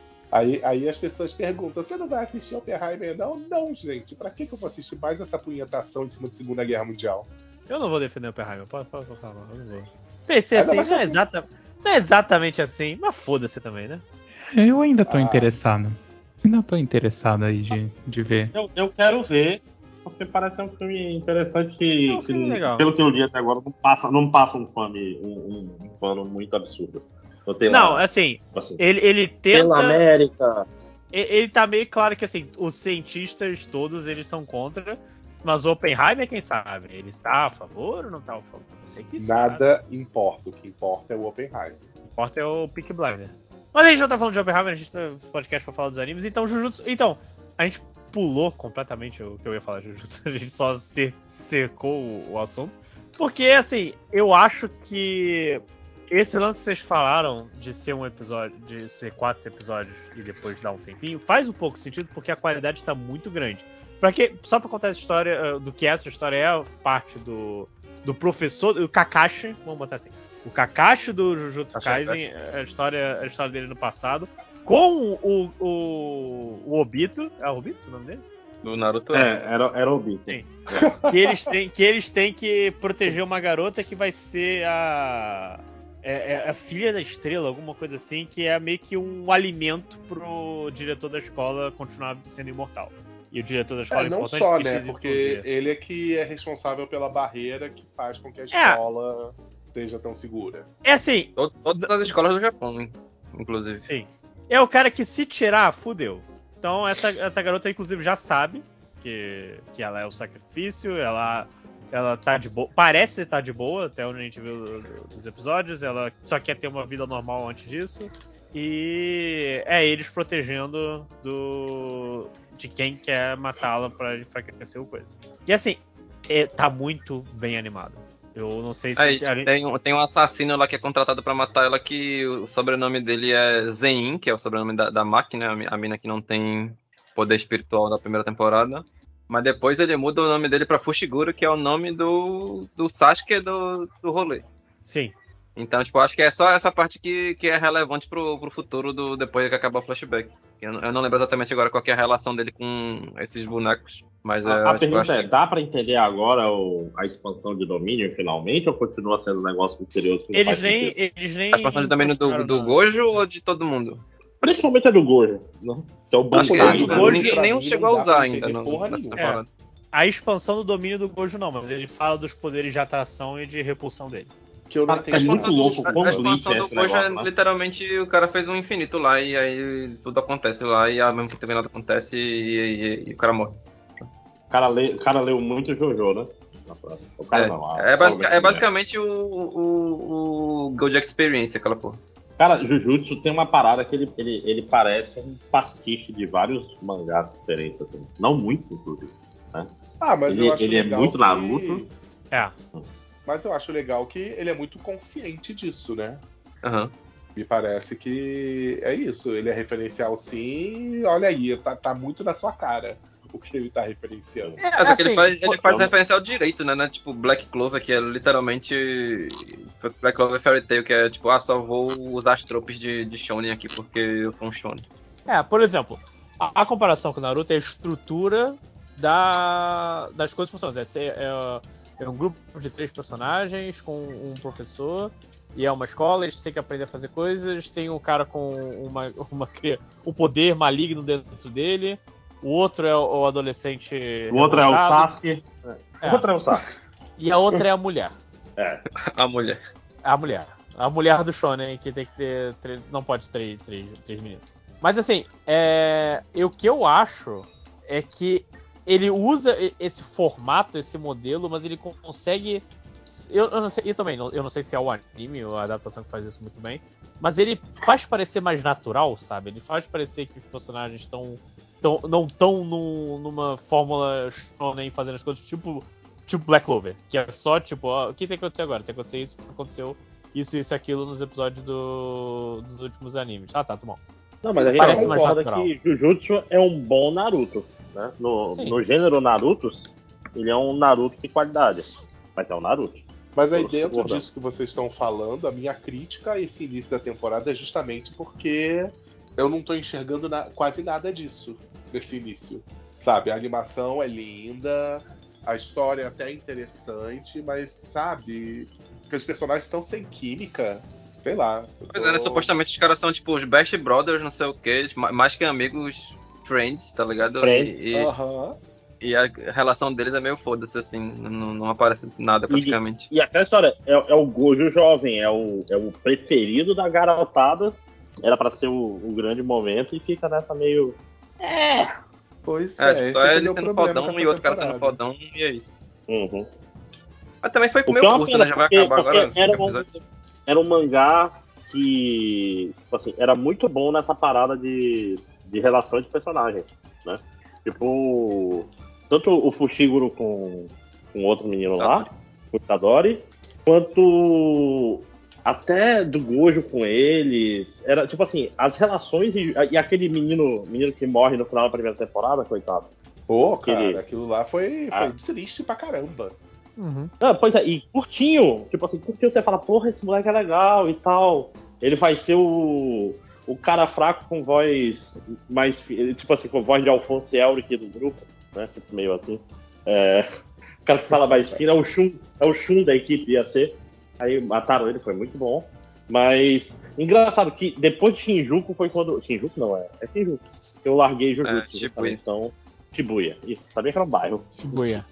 Aí, aí as pessoas perguntam: você não vai assistir Oppenheimer, não? Não, gente. Pra que, que eu vou assistir mais essa punhetação em cima de Segunda Guerra Mundial? Eu não vou defender o Oppenheimer, pode, pode, pode falar, eu não vou. Pensei Ainda assim, mais não é, que- exata, não é exatamente assim, mas foda-se também, né? Eu ainda tô Ah. interessado. Ainda tô interessado aí de, de ver. Eu, eu quero ver, porque parece ser um filme interessante que, É um filme que, legal. pelo que eu li até agora, não passa, não passa um fame, um, um, um pano muito absurdo. Eu tenho Não, lá, assim, tipo assim, ele, ele pela tenta. América. Ele, ele tá meio claro que assim, os cientistas todos eles são contra, mas o Oppenheimer, quem sabe? Ele está a favor ou não está a favor? Você que sabe. Nada importa. O que importa é o Oppenheimer. O que importa é o Peaky Blinder. Mas a gente não tá falando de Oppenheimer, a gente tá no podcast pra falar dos animes, então Jujutsu. Então, a gente pulou completamente o que eu ia falar de Jujutsu, a gente só cer- cercou o, o assunto. Porque, assim, eu acho que esse lance que vocês falaram de ser um episódio, de ser quatro episódios e depois dar um tempinho, faz um pouco sentido porque a qualidade tá muito grande. Pra que, só pra contar essa história, uh, do que essa história é a parte do, do professor, o Kakashi, vamos botar assim. O Kakashi do Jujutsu Kaisen, a história, a história dele no passado, com o, o, o Obito, é o Obito o nome dele? Do Naruto. É, era, era o Beat. Sim. Que eles têm, que eles têm que proteger uma garota que vai ser a é, é a filha da estrela, alguma coisa assim, que é meio que um alimento pro diretor da escola continuar sendo imortal. E o diretor da escola É, é não importante só, porque né? fez Porque Y Z. ele é que é responsável pela barreira que faz com que a escola seja tão segura. É assim, Todo- Todas as escolas do Japão, hein, inclusive. sim. É o cara que se tirar, fudeu. Então essa, essa garota, inclusive, já sabe que, que ela é o sacrifício, ela, ela tá de boa. Parece estar de boa, até onde a gente viu dos episódios. Ela só quer ter uma vida normal antes disso. E é eles protegendo do de quem quer matá-la pra enfraquecer o coisa. E assim, é, tá muito bem animado. Eu não sei se... Aí tem um, tem um assassino lá que é contratado pra matar ela, que o sobrenome dele é Zenin, que é o sobrenome da, da máquina, a mina que não tem poder espiritual da primeira temporada. Mas depois ele muda o nome dele pra Fushiguro, que é o nome do, do Sasuke do, do rolê. Sim. Então, tipo, acho que é só essa parte que, que é relevante pro, pro futuro do, depois que acabar o flashback. Eu, eu não lembro exatamente agora qual que é a relação dele com esses bonecos. Mas é, A, a tipo, pergunta acho é, que dá pra entender agora o- a expansão de domínio finalmente, ou continua sendo um negócio misterioso que não Eles faz nem, sentido? eles a nem expansão de domínio do, mostraram do nada. Gojo ou de todo mundo? Principalmente a do Gojo, né? Que é o Acho que Bankai, do né? Gojo- ninguém pra nenhum mim, chegou não a dá pra usar ainda entender no, porra nessa nenhuma. temporada. A expansão do domínio do Gojo não, mas ele fala dos poderes de atração e de repulsão dele. Que eu não Cara, entendi. é muito expansão do- louco a- quão a expansão Bleach é do esse Gojo é negócio, né? literalmente o cara fez um infinito lá e aí tudo acontece lá e ao mesmo tempo nada acontece e, e- e o cara morre. O cara, lê, o cara leu muito Jojo, né? O cara É, não. a- é, basic- a- é basicamente o, o, o Gojo Experience, aquela porra. Cara, Jujutsu tem uma parada que ele, ele, ele parece um pastiche de vários mangás diferentes, assim. Não muitos, inclusive. Né? Ah, mas Ele- eu acho ele é legal muito que... Naruto. É. Mas eu acho legal que ele é muito consciente disso, né? Aham. Me parece que é isso. Ele é referencial sim. Olha aí, tá, tá muito na sua cara o que ele tá referenciando. É, É, só que ele assim, faz, ele faz eu- referência ao direito, né? né? Tipo, Black Clover, que é literalmente. Black Clover Fairy Tail, que é tipo, ah, só vou usar as tropes de, de Shonen aqui porque eu sou um Shonen. É, por exemplo, a, a comparação com o Naruto é a estrutura da, das coisas funcionando. É, ser- é, é um grupo de três personagens com um professor e é uma escola, eles têm que aprender a fazer coisas. Tem um cara com uma, uma, um poder maligno dentro dele. O outro é o, o adolescente. O outro é o revoltado, Sasuke. É. O outro é o Sasuke. E a outra é a mulher. É. A mulher. A mulher. A mulher do Shonen, que tem que ter. Três, não pode ter três, três, três meninos. Mas assim, é, e o que eu acho é que ele usa esse formato, esse modelo, mas ele consegue. Eu, eu não sei, e também, eu não sei se é o anime ou a adaptação que faz isso muito bem, mas ele faz parecer mais natural, sabe? Ele faz parecer que os personagens estão. Tão, não estão numa fórmula shonen fazendo as coisas tipo, tipo Black Clover, que é só tipo, ó, o que tem que acontecer agora? Tem que acontecer isso, aconteceu isso, isso e aquilo nos episódios do, dos últimos animes. Ah, tá, tá bom. Não, mas a gente Parece mais concorda natural. que Jujutsu é um bom Naruto. Né? No, Sim. no gênero Naruto, ele é um Naruto de qualidade. Mas é um Naruto. Mas aí Todos dentro concordam. disso que vocês estão falando, a minha crítica a esse início da temporada é justamente porque eu não tô enxergando na- quase nada disso nesse início. Sabe, a animação é linda, a história é até interessante, mas sabe, que os personagens estão sem química, sei lá. eu Pois é, né? tô- Supostamente os caras são tipo os best brothers, não sei o quê, tipo, ma- mais que amigos, friends, tá ligado? Friends. E, e, Aham. e a relação deles é meio foda-se, assim, não, não aparece nada praticamente. E aquela história, é, é o Gojo jovem, é o, é o preferido da garotada. Era pra ser o, o grande momento e fica nessa meio. É. Pois É, é, tipo, esse só é que é ele meu sendo problema fodão com essa e outro cara sendo temporada. fodão, e é isso. Uhum. Mas também foi O que meio é uma curto, pena, né? Já vai porque- acabar agora porque os era um- episódios. Era um mangá que, tipo assim, era muito bom nessa parada de, de relações de personagens, né? Tipo, tanto o Fushiguro com, com outro menino lá, com o Itadori, quanto até do Gojo com eles. Era, tipo assim, as relações e, e aquele menino, menino que morre no final da primeira temporada, coitado. Pô, Aquele- cara, aquilo lá foi, Ah. foi triste pra caramba. Uhum. Não, pois é, e curtinho, tipo assim, curtinho você fala, porra, esse moleque é legal e tal. Ele vai ser o, o cara fraco com voz mais, fi- tipo assim, com voz de Alfonso Elric do grupo, né, tipo, meio assim. É, o cara que fala mais fino é o Shun, é o Shun da equipe, ia ser. Aí mataram ele, foi muito bom. Mas, engraçado que depois de Shinjuku foi quando... Shinjuku não, é, é Shinjuku. Eu larguei Jujutsu, É, Shibuya. justamente, então... Shibuya, isso, sabia que era um bairro. Shibuya.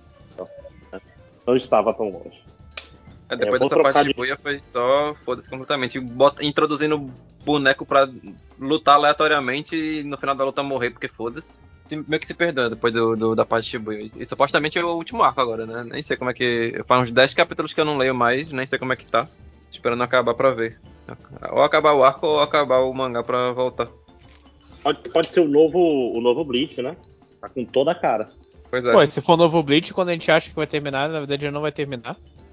Não estava tão longe. É, depois vou dessa trocar parte de- de Shibuya foi só foda-se completamente. Bota, introduzindo boneco pra lutar aleatoriamente e no final da luta morrer porque foda-se. Se- Meio que se perdeu depois do, do- da parte de Shibuya. E supostamente é o último arco agora, né? Nem sei como é que. Faz uns dez capítulos que eu não leio mais, nem sei como é que tá. Esperando acabar pra ver. Ou acabar o arco ou acabar o mangá pra voltar. Pode, pode ser o novo, o novo Bleach, né? Tá com toda a cara. Pois é. Pô, se for novo Bleach, quando a gente acha que vai terminar, na verdade já não vai terminar.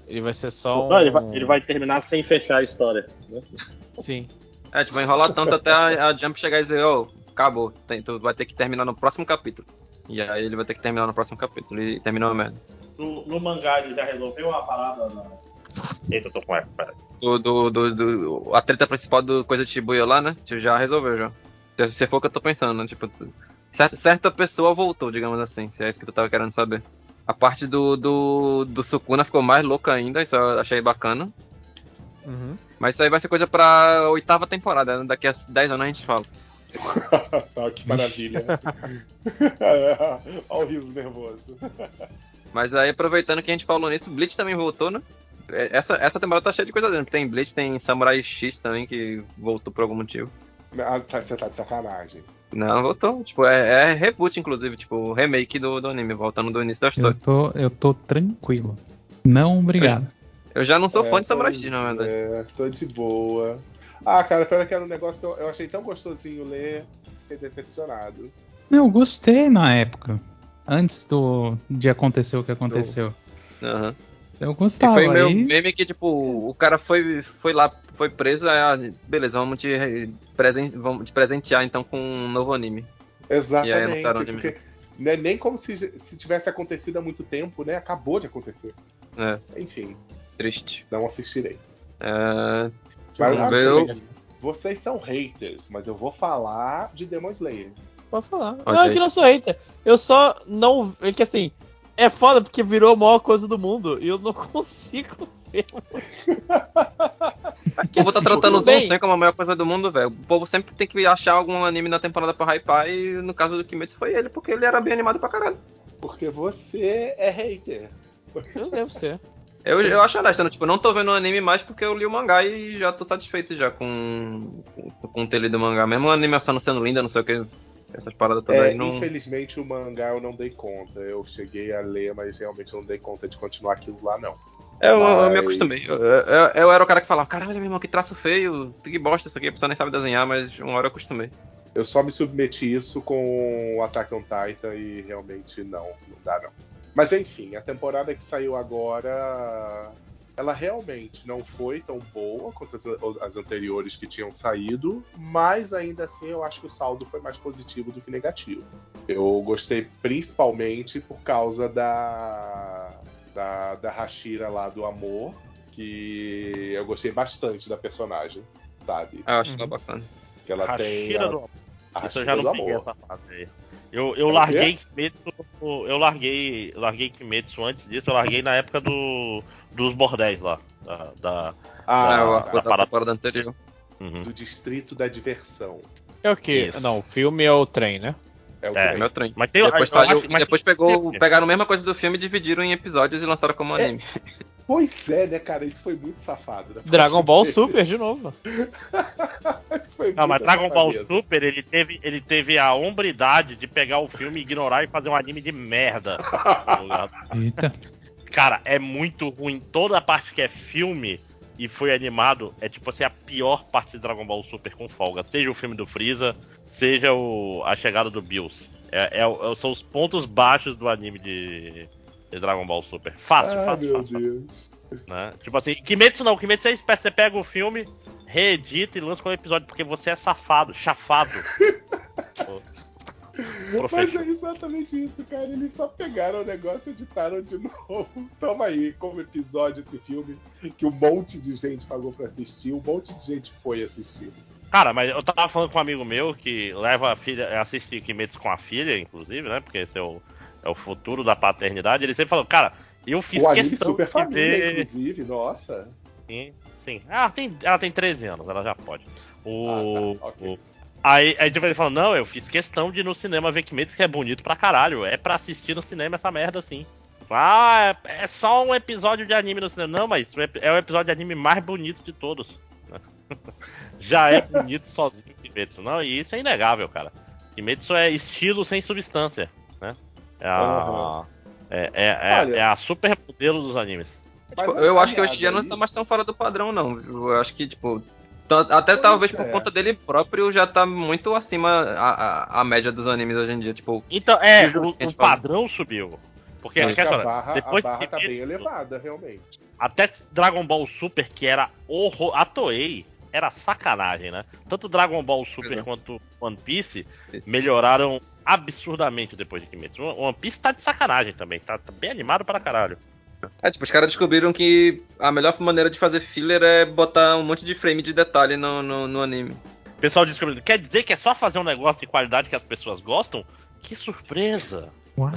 Ele vai ser só um. Não, ele, vai, ele vai terminar sem fechar a história. Né? Sim. É, tipo, vai enrolar tanto até a, a Jump chegar e dizer, ô, acabou, tem, tu vai ter que terminar no próximo capítulo. E aí ele vai ter que terminar no próximo capítulo e terminou a merda. No, no mangá ele já resolveu a parada da... Eita, eu tô com eco, peraí. Do, do, do, do- a treta principal do coisa de Shibuya lá, né? Tipo, já resolveu, já. Se se for o que eu tô pensando, né? Tipo, certa, certa pessoa voltou, digamos assim, se é isso que tu tava querendo saber. A parte do, do, do Sukuna ficou mais louca ainda, isso eu achei bacana. Uhum. Mas isso aí vai ser coisa pra oitava temporada, né? Daqui a dez anos a gente fala. Ah, que maravilha. Olha o riso nervoso. Mas aí, aproveitando que a gente falou nisso, Bleach também voltou, né? É, Essa, essa temporada tá cheia de coisa dentro. Tem Bleach, tem Samurai X também, que voltou por algum motivo. Ah, tá, você tá de sacanagem. Não, voltou. Tipo, é, é reboot, inclusive, tipo, remake do, do anime, voltando do início da Eu história. tô, eu tô tranquilo. Não, obrigado. Eu já não sou É, fã de Samurai pois X, na verdade. É, tô de boa. Ah, cara, pera que era um negócio que eu, eu achei tão gostosinho ler, fiquei decepcionado. Não, eu gostei na época. Antes do, de acontecer o que aconteceu. Aham. Eu E gostava. foi meio aí- meme que, tipo, o cara foi, foi lá, foi preso, aí, ah, beleza, vamos te, re- presen vamos te presentear então com um novo anime. E aí anunciaram o Exatamente, anime. porque não é nem como se, se tivesse acontecido há muito tempo, né? Acabou de acontecer. É, Enfim, triste. não assistirei. É, Mas Vamos ver assim, ver. vocês são haters, mas eu vou falar de Demon Slayer. Pode falar. Olha Não, é aí. que não sou hater. Eu só não. É que assim. É foda porque virou a maior coisa do mundo e eu não consigo ver. O povo tá tratando Tudo os bem. onsen como a maior coisa do mundo, velho. O povo sempre tem que achar algum anime na temporada pra hypar, e no caso do Kimetsu foi ele, porque ele era bem animado pra caralho. Porque você é hater. Eu devo ser. Eu, eu acho honesto, né? Tipo, eu não tô vendo o anime mais porque eu li o mangá e já tô satisfeito já com, com, com o ter lido o mangá. Mesmo a animação não sendo linda, não sei o que, essas paradas todas É, aí não... infelizmente o mangá eu não dei conta. Eu cheguei a ler, mas realmente eu não dei conta de continuar aquilo lá, não. É, Eu, eu, eu me Mas- acostumei. Eu, eu, eu era o cara que falava, caralho, meu irmão, que traço feio, que bosta isso aqui, a pessoa nem sabe desenhar, mas uma hora eu acostumei. Eu só me submeti isso com Attack on Titan e realmente não, não dá não. Mas enfim, a temporada que saiu agora, ela realmente não foi tão boa quanto as, as anteriores que tinham saído, mas ainda assim eu acho que o saldo foi mais positivo do que negativo. Eu gostei principalmente por causa da da, da Hashira lá do amor, que eu gostei bastante da personagem, sabe? Ah, eu acho Uhum. ela bacana. Que ela tem Hashira a, do amor. a Isso eu Hashira já do não peguei amor. essa fase aí. Eu, eu É o larguei quê? Kimetsu. Eu larguei, larguei Kimetsu antes disso, eu larguei na época do, dos bordéis lá. Da, da, Ah, É, o da, tá. da da parada. temporada anterior. Uhum. Do Distrito da Diversão. É o quê? Isso. Não, o filme é o trem, né? É o É, É trem. meu trem. Mas tem, Depois eu saiu, acho- mas depois tem- pegou, tem- pegaram a mesma coisa do filme, dividiram em episódios e lançaram como anime. Pois é, né, cara? Isso foi muito safado. Né? Dragon Ball Super de novo. Isso foi Não, mas muita Dragon Ball safadeza. Super, ele teve, ele teve a hombridade de pegar o filme, ignorar e fazer um anime de merda. no lugar. Eita. Cara, é muito ruim. Toda a parte que é filme e foi animado é tipo assim a pior parte de Dragon Ball Super com folga. Seja o filme do Freeza, seja o, a chegada do Bills. É, é- é- são os pontos baixos do anime de, de Dragon Ball Super. Fácil, Ai, fácil, meu fácil. Deus. Né? Tipo assim, Kimetsu não, Kimetsu é esperto. Você pega o filme, reedita e lança com um episódio, porque você é safado, chafado. Mas Professor. é exatamente isso, cara. Eles só pegaram o negócio e editaram de novo. Toma aí, como episódio esse filme que um monte de gente pagou pra assistir, um monte de gente foi assistir. Cara, mas eu tava falando com um amigo meu que leva a filha, assiste Kimetsu com a filha, inclusive, né? Porque esse é o, é o futuro da paternidade. Ele sempre falou, cara, eu fiz O anime questão Super de Família, ver. inclusive, nossa. Sim, sim. Ah, ela tem, ela tem treze anos, ela já pode. O. Ah, tá, ok. o- Aí, aí tipo, ele falou, não, eu fiz questão de ir no cinema ver Kimetsu, que é bonito pra caralho. É pra assistir no cinema essa merda, assim. Ah, é, é só um episódio de anime no cinema. Não, mas é o episódio de anime mais bonito de todos. Já é bonito sozinho Kimetsu. Não, e isso é inegável, cara. Kimetsu é estilo sem substância, né? É a, é, é, é, Olha- é a super modelo dos animes. Tipo, Mas, eu acho que hoje em aliás, dia não aí- tá mais tão fora do padrão, não. Eu acho que, tipo, tá- até Pois talvez por é. conta dele próprio já tá muito acima a, a, a média dos animes hoje em dia. Tipo, Então, é, Jujutsu o, que a o gente fala. padrão subiu. Porque Acho que essa, a barra, a depois barra de tá bem Kimetsu, elevada, realmente. até Dragon Ball Super, que era horror. A Toei era sacanagem, né? Tanto Dragon Ball Super Uhum. quanto One Piece Isso. melhoraram absurdamente depois de Kimetsu. One Piece tá de sacanagem também, tá, tá bem animado pra caralho. É, tipo, os caras descobriram que a melhor maneira de fazer filler é botar um monte de frame de detalhe no, no, no anime. O pessoal descobrindo, quer dizer que é só fazer um negócio de qualidade que as pessoas gostam? Que surpresa! Uau.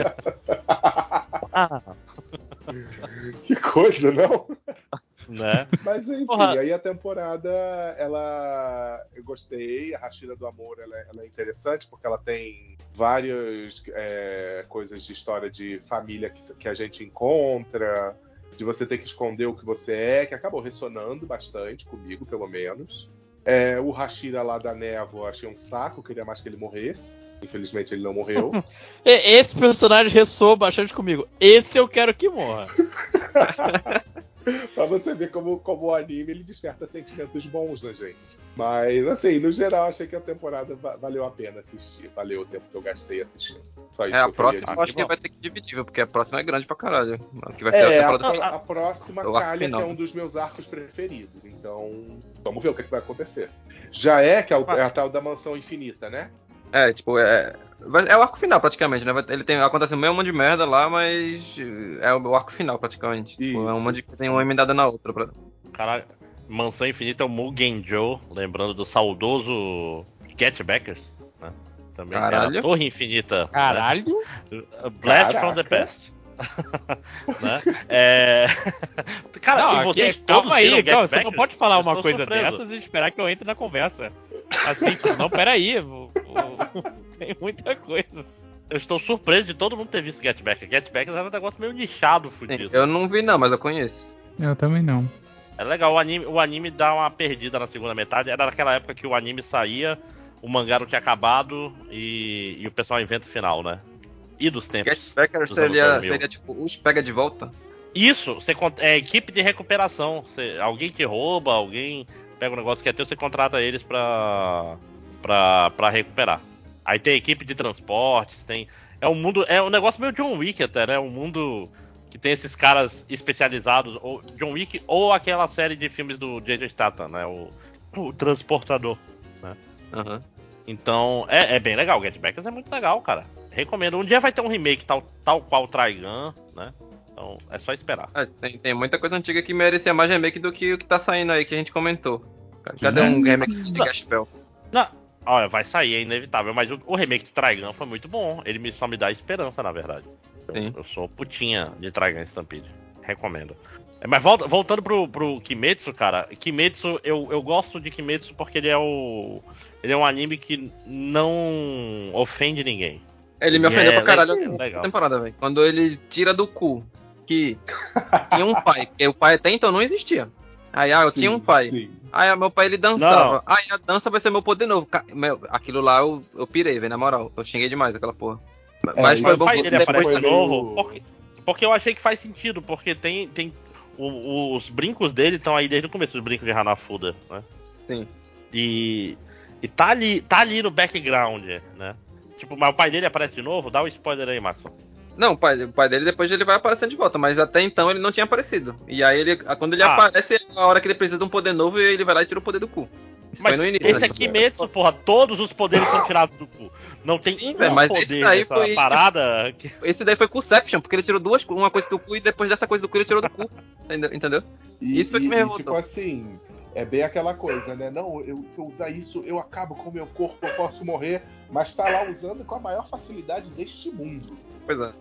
Ah, Que coisa, não? né? Mas enfim, Porra. aí a temporada, ela. Eu gostei, a Hashira do Amor ela, ela é interessante porque ela tem várias é, coisas de história de família que, que a gente encontra, de você ter que esconder o que você é, que acabou ressonando bastante comigo, pelo menos. É, o Hashira lá da névoa, achei um saco, queria mais que ele morresse. Infelizmente ele não morreu. Esse personagem ressoa bastante comigo. Esse eu quero que morra. Pra você ver como, como o anime ele desperta sentimentos bons na gente. Mas, assim, no geral, achei que a temporada va- valeu a pena assistir. Valeu o tempo que eu gastei assistindo. Só isso É, que a eu próxima queria eu dizer. acho que vai ter que dividir, viu? Porque a próxima é grande pra caralho. Que vai ser a É, a, temporada pro- a próxima o arco calha, que final. é um dos meus arcos preferidos. Então, vamos ver o que, é que vai acontecer. Já é que é, o, é a tal da Mansão Infinita, né? É, tipo, é, vai- é o arco final praticamente, né? Vai- Ele tem, acontece meio um monte de merda lá, mas é o, o arco final praticamente. Tipo, é um Isso. monte de coisa uma emendada na outra. Pra... Caralho, Mansão Infinita é o Mugen Joe, lembrando do saudoso Get Backers, né? Também Caralho. era a Torre Infinita. Caralho. Né? Blast from the Caraca. Past. né? É... Cara, Não, e aqui, vocês todos calma aí, viram Get calma, você não Backers? pode falar Eu uma estou coisa surpreso. dessas e esperar que eu entre na conversa. Assim, tipo, não, peraí, vou- vou- tem muita coisa. Eu estou surpreso de todo mundo ter visto Get Back. Get Back era um negócio meio nichado, Sim, fudido. eu não vi não, mas eu conheço. Eu também não. É legal, o anime, o anime dá uma perdida na segunda metade. Era naquela época que o anime saía, o mangá não tinha acabado e, e o pessoal inventa o final, né? E dos tempos. Get Backer dos anos seria, dois mil. seria tipo, os pega de volta. Isso, você, con- é equipe de recuperação. Você- alguém te rouba, alguém pega um negócio que é teu, você contrata eles pra, pra, pra recuperar. Aí tem equipe de transportes, tem. É um mundo. É um negócio meio John Wick até, né? Um mundo que tem esses caras especializados, ou John Wick, ou aquela série de filmes do Jason Statham, né? O, o Transportador. Aham. Então, é, é bem legal. Get Backers é muito legal, cara. Recomendo. Um dia vai ter um remake tal, tal qual o Trigun, né? Então, é só esperar. É, tem, tem muita coisa antiga que merecia mais remake do que o que tá saindo aí que a gente comentou. Cadê um remake de Gaspel? Não, olha, vai sair, é inevitável. Mas o, o remake de Trigun foi muito bom. Ele me, só me dá esperança, na verdade. Eu, Sim. eu sou putinha de Trigun Stampede. Recomendo. É, mas volta, voltando pro, pro Kimetsu, cara. Kimetsu, eu, eu gosto de Kimetsu porque ele é o. Ele é um anime que não ofende ninguém. Ele me Ele ofendeu é pra caralho legal, na legal. temporada, velho. Quando ele tira do cu que tinha um pai, porque o pai até então não existia. Aí, ah, eu tinha um pai. Sim. Aí, ah, meu pai ele dançava. Não. Aí, a dança vai ser meu poder novo. Ca- meu, aquilo lá eu, eu pirei, velho, na moral. Eu xinguei demais aquela porra. É, Mas isso foi Mas bom o pai que dele isso depois aparece foi de meio- novo porque, porque eu achei que faz sentido, porque tem, tem o- os brincos dele estão aí desde o começo, os brincos de Hanafuda, né? Sim. E, e tá ali, tá ali no background, né? Tipo, mas o pai dele aparece de novo? Dá um spoiler aí, Maxon. Não, o pai, o pai dele depois ele vai aparecendo de volta, mas até então ele não tinha aparecido. E aí ele, quando ele Ah. aparece, é a hora que ele precisa de um poder novo e ele vai lá e tira o poder do cu. Isso Mas foi no início. esse né? é Kimetsu, porra, todos os poderes são tirados do cu. Não tem Sim, um velho, mas poder esse daí nessa foi, parada que... Esse daí foi Conception, porque ele tirou duas, uma coisa do cu e depois dessa coisa do cu ele tirou do cu. Entendeu? Entendeu? E, Isso foi que e- me e, revoltou. tipo assim, é bem aquela coisa, né? Não, eu, se eu usar isso, eu acabo com o meu corpo, eu posso morrer. Mas tá lá usando com a maior facilidade deste mundo. Pois é.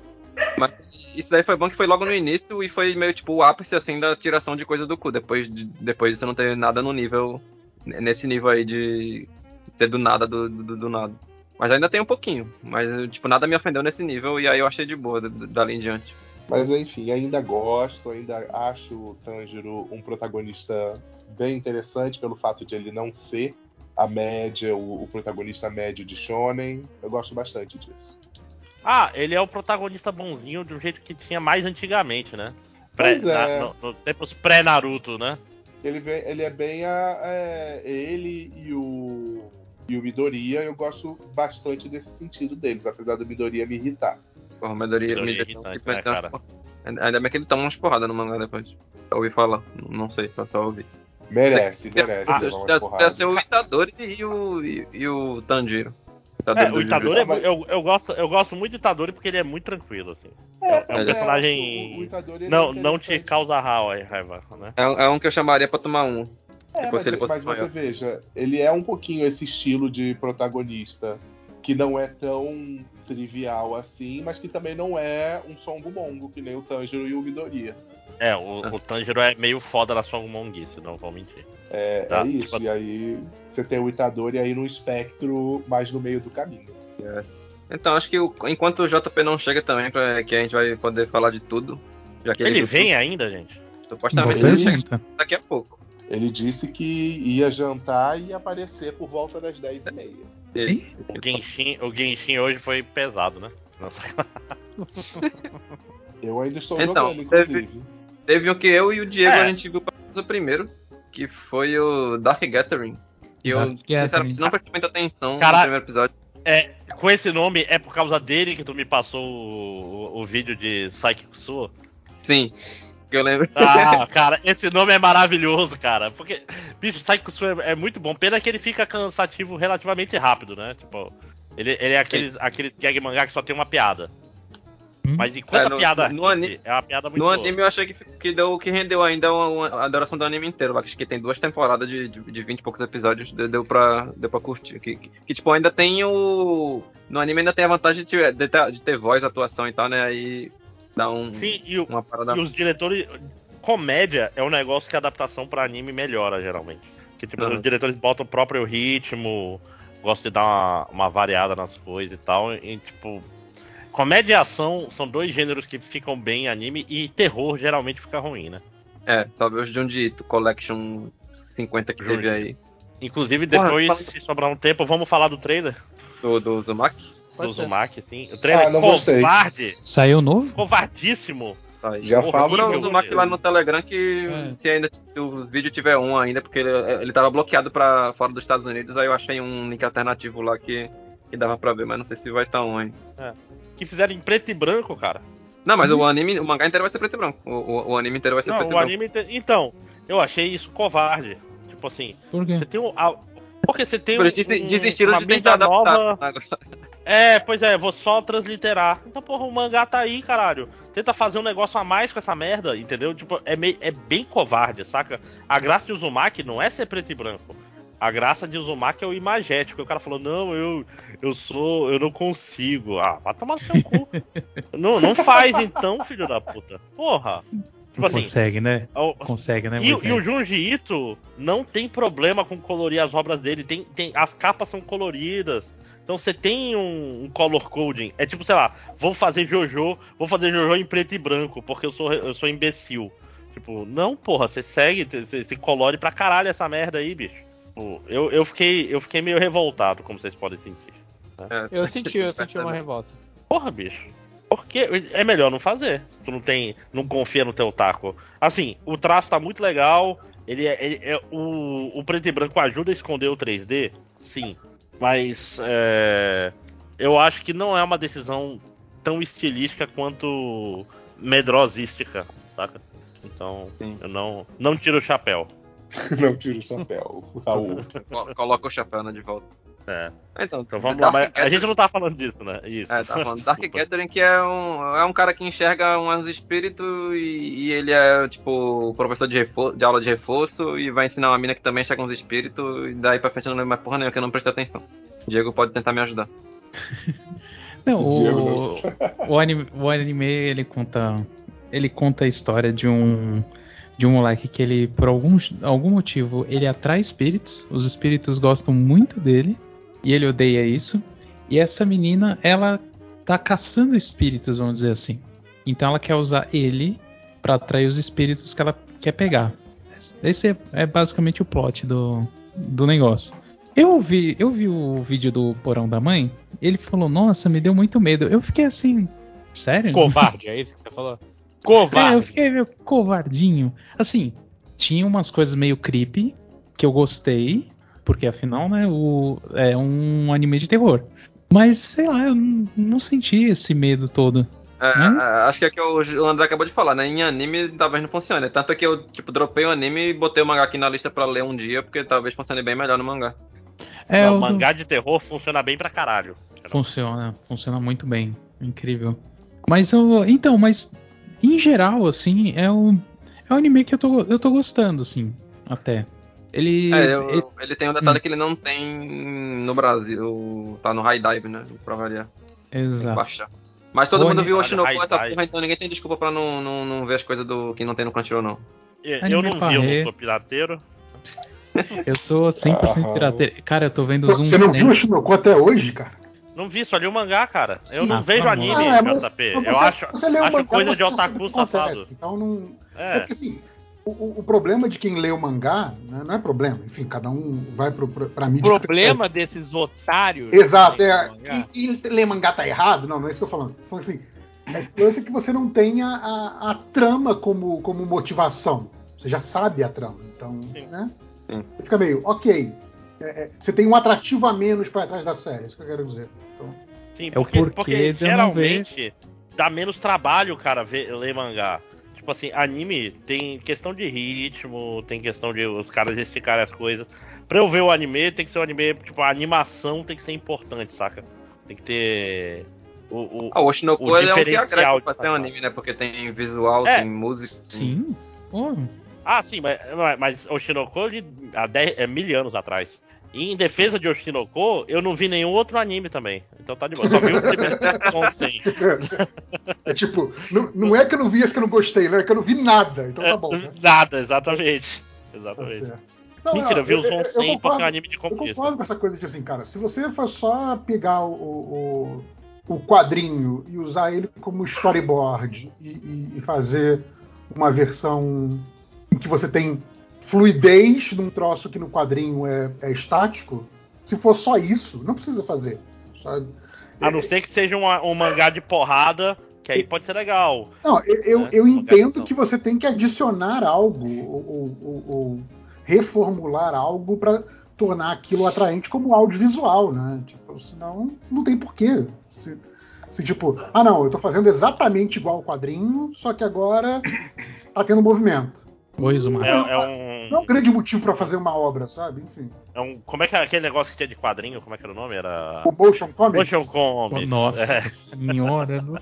Mas isso daí foi bom que foi logo no início e foi meio tipo o ápice assim da tiração de coisa do cu. Depois, de, depois disso não teve nada no nível. Nesse nível aí de ser do nada do, do, do nada. Mas ainda tem um pouquinho. Mas tipo, nada me ofendeu nesse nível e aí eu achei de boa d- d- dali em diante. Mas enfim, ainda gosto, ainda acho o Tanjiro um protagonista bem interessante pelo fato de ele não ser a média, o, o protagonista médio de Shonen. Eu gosto bastante disso. Ah, ele é o protagonista bonzinho de um jeito que tinha mais antigamente, né? Pré, Pois é. na, no, no tempos pré-Naruto, né? Ele, vem, ele é bem a, é, ele e o, e o Midoriya, eu gosto bastante desse sentido deles, apesar do Midoriya me irritar. Porra, o Midoriya Midoriya Midoriya é tem irritante, que ser né, umas cara? porra- Ainda bem que ele toma umas porradas no mangá depois. Eu ouvi falar. Não sei, só, só ouvi. Merece, merece Ah, levar se- umas se- porradas. se- ser o Itadori e o, e, e o Tanjiro. Itadori É, do o Itadori, Jujutsu. é, mu- eu, eu, gosto, eu gosto muito do Itadori porque ele é muito tranquilo, assim. É, É, é pois um é, personagem. eu acho que o- o Itadori, ele não, é não te interessante. causa raiva, raiva, né? É, um- é um que eu chamaria pra tomar um. É, Tipo, mas, se ele fosse mas você maior. veja, ele é um pouquinho esse estilo de protagonista que não é tão trivial assim, mas que também não é um songo-mongo, que nem o Tanjiro e o Midoriya. É, o, o Tanjiro é meio foda na Songomonguice, não vou mentir. É, Tá, é isso, tipo- e aí você tem o Itadori aí no espectro mais no meio do caminho. Yes. Então, acho que o- enquanto o J P não chega também, pra, que a gente vai poder falar de tudo. Já que ele, Ele viu vem ainda, gente? tudo. Supostamente Boa ele chega pergunta. daqui a pouco. Ele disse que ia jantar e ia aparecer por volta das dez e meia. Isso, isso O que ele Genshin, o Genshin hoje foi pesado, né? Nossa. Eu ainda estou Então, jogando, inclusive. falou. Teve o que eu e o Diego É. a gente viu o primeiro, que foi o Dark Gathering. Que eu, Dark Gathering. sinceramente, não prestei muita atenção Cara- no primeiro episódio. É, com esse nome, é por causa dele que tu me passou o, o, o vídeo de Psychic Sua? Sim, que eu lembro. Ah, cara, esse nome é maravilhoso, cara. Porque, bicho, Psychic Sua é, é muito bom. Pena que ele fica cansativo relativamente rápido, né? Tipo, ele, ele é aquele, aquele gag mangá que só tem uma piada. Hum? Mas enquanto É, no- a piada no rende, ani- é uma piada muito No boa. anime eu achei que, que deu o que rendeu ainda uma, uma- a duração do anime inteiro. Acho que tem duas temporadas de, de, de vinte e poucos episódios. Deu, deu, pra, deu pra curtir. Que, que, que, tipo, ainda tem o. No anime ainda tem a vantagem de ter, de ter, de ter voz, atuação e tal, né? Aí dá um, Sim, e, o- uma parada. e os diretores. Comédia é um negócio que a adaptação pra anime melhora, geralmente. Que tipo, Uhum. os diretores botam o próprio ritmo, gostam de dar uma, uma variada nas coisas e tal. E tipo. Comédia e ação são dois gêneros que ficam bem em anime e terror geralmente fica ruim, né? É, salve os Junji Ito Collection cinquenta que Junji. teve aí. Inclusive, Porra, depois, fala- se sobrar um tempo, vamos falar do trailer Do, do Uzumaki. do Pode ser. Uzumaki, assim. O trailer Ah, não gostei. covarde, Saiu novo? covardíssimo. Tá aí. Já Horrível, falo Procura o pra Uzumaki você. lá no Telegram que É. se ainda se o vídeo tiver um ainda, porque ele, ele tava bloqueado pra fora dos Estados Unidos, aí eu achei um link alternativo lá que, que dava pra ver, mas não sei se vai estar um ainda. Que fizeram em preto e branco, cara. Não, mas o anime, o mangá inteiro vai ser preto e branco. O, o, o anime inteiro vai ser Não, preto e o branco. anime. te- Então, eu achei isso covarde. Tipo assim, Por quê? você tem um. a- Porque você tem um, Eles desi- um- desistiram uma de tentar mídia adaptar. nova. É, pois é, vou só transliterar. Então, porra, o mangá tá aí, caralho. Tenta fazer um negócio a mais com essa merda, entendeu? Tipo, é, meio, é bem covarde, saca? A graça de Uzumaki não é ser preto e branco. A graça de Uzumaki é o imagético. O cara falou, não, eu, eu sou. Eu não consigo. Ah, vai tomar no seu cu. não, não faz então, filho da puta. Porra. Tipo Não assim. consegue, né? o- Consegue, né, e, Moisés? e o Junji Ito não tem problema com colorir as obras dele. Tem, tem, as capas são coloridas. Então você tem um, um color coding. É tipo, sei lá, vou fazer Jojo, vou fazer Jojo em preto e branco, porque eu sou, eu sou imbecil. Tipo, não, porra, você segue, você, você colore pra caralho essa merda aí, bicho. Tipo, eu, eu, fiquei, eu fiquei meio revoltado, como vocês podem sentir. É, Eu senti, eu senti uma revolta. Porra, bicho. Porque é melhor não fazer. Se tu não tem. Não confia no teu taco. Assim, o traço tá muito legal. Ele é. ele é- o, o preto e branco ajuda a esconder o três D? Sim. Mas é, eu acho que não é uma decisão tão estilística quanto medrosística, saca? Então, Sim. eu não, não tiro o chapéu. Não tira o chapéu, Raul. co- coloca o chapéu né, de volta. É. Então, Então vamos Dark lá. Mas a Gathering- gente não tá falando disso, né? Isso. É, tá falando. Dark Desculpa. Gathering que é um, é um cara que enxerga uns espíritos e, e ele é, tipo, professor de, refor- de aula de reforço e vai ensinar uma mina que também enxerga uns espíritos e daí pra frente eu não lembro mais porra nenhuma que eu não prestei atenção. Diego pode tentar me ajudar. Não, Diego o, não. o, anime, o anime ele conta ele conta a história de um de um moleque que ele por algum, algum motivo ele atrai espíritos, os espíritos gostam muito dele e ele odeia isso. E essa menina ela tá caçando espíritos, vamos dizer assim. Então ela quer usar ele pra atrair os espíritos que ela quer pegar. Esse é, é basicamente o plot do, do negócio. Eu vi, eu vi o vídeo do Porão da Mãe. Ele falou, nossa, me deu muito medo. Eu fiquei assim, sério? Covarde, é isso que você falou? É, Covarde. eu fiquei meio covardinho. Assim, tinha umas coisas meio creepy que eu gostei, porque afinal, né, o, é um anime de terror. Mas, sei lá, eu não, não senti esse medo todo. É, Mas- é, acho que é o que o o André acabou de falar, né? Em anime talvez não funcione. Tanto é que eu, tipo, dropei o anime e botei o mangá aqui na lista pra ler um dia, porque talvez funcione bem melhor no mangá. É, Não, o do- mangá de terror funciona bem pra caralho. Funciona, funciona muito bem. Incrível. Mas eu. Então, mas em geral, assim, é um. É um anime que eu tô, eu tô gostando, assim, até. Ele. É, eu- ele- ele tem um detalhe Hum. que ele não tem no Brasil. Tá no High Dive, né? Pra variar. Tem que Exato. baixar. Mas todo O mundo ani- viu o Caralho, Oshinoko, essa High Dive. porra, então ninguém tem desculpa pra não, não, não ver as coisas do que não tem no Crunchyroll, não. Eu, eu Anime não vi, eu parré. não sou pirateiro. Eu sou cem por cento Aham. pirateiro. Cara, eu tô vendo os Você não viu o cem. Shinoko até hoje, cara? Não vi, só li o mangá, cara. Eu não Ah, vejo tá bom. anime, Ah, é, mas- J P. mas Eu você- acho, você lê o acho mangá, coisa você de já sabe otaku o que acontece. safado. Então não. É É. porque assim, o, o- o problema de quem lê o mangá, né, não é problema, enfim, cada um vai pro, pro, pra O mídia. que problema desses otários. prefere. Exato, que é. leem mangá, E, e ler mangá tá errado? Não, não é isso que eu tô falando. Então, assim, é lance que você não tem a, a, a trama como, como motivação. Você já sabe a trama. Então, Sim. né? Sim. Você fica meio, ok. É, é, você tem um atrativo a menos pra trás da série, é isso que eu quero dizer. Então, Sim, É o porque, porquê porque de eu não ver. geralmente dá menos trabalho, cara, ver, ler mangá. Tipo assim, anime tem questão de ritmo, tem questão de os caras esticarem as coisas. Pra eu ver o anime, tem que ser um anime, tipo, a animação tem que ser importante, saca? Tem que ter o, o, Ah, o Oshinoko o ele é um que diferencial agrega de pra ser um passar. anime, né? Porque tem visual, É. tem música. tem- Sim. Pô, Ah, sim, mas, mas o Oshinoko de, há dez, é, mil anos atrás. E em defesa de Oshinoko, eu não vi nenhum outro anime também. Então tá de boa. Só vi o primeiro Sonsen. é tipo, não, não é que eu não vi esse que eu não gostei, não é que eu não vi nada. Então tá bom, né? Nada, exatamente. Tá Exatamente. certo. Não, Mentira, não, eu vi o eu- eu- eu Sonsen porque concordo. é um anime de Eu comunista. concordo com essa coisa de assim, cara, se você for só pegar o, o, o quadrinho e usar ele como storyboard e, e- e fazer uma versão em que você tem fluidez num troço que no quadrinho é, é estático, se for só isso, não precisa fazer. Sabe? A não ser que seja uma- um mangá de porrada, que aí pode ser legal. Não, eu, eu, né? eu Uma entendo gastação. que você tem que adicionar algo ou, ou- ou- ou reformular algo para tornar aquilo atraente como audiovisual, né? Tipo, senão não tem porquê. Se, se tipo, ah não, eu tô fazendo exatamente igual ao quadrinho, só que agora tá tendo movimento. pois uma. É, é Não é um um, grande motivo para fazer uma obra, sabe? Enfim. é um. Como é que era aquele negócio que tinha de quadrinho? Como é que era o nome? Era. O motion comics. Motion Comics. Nossa É. senhora. não-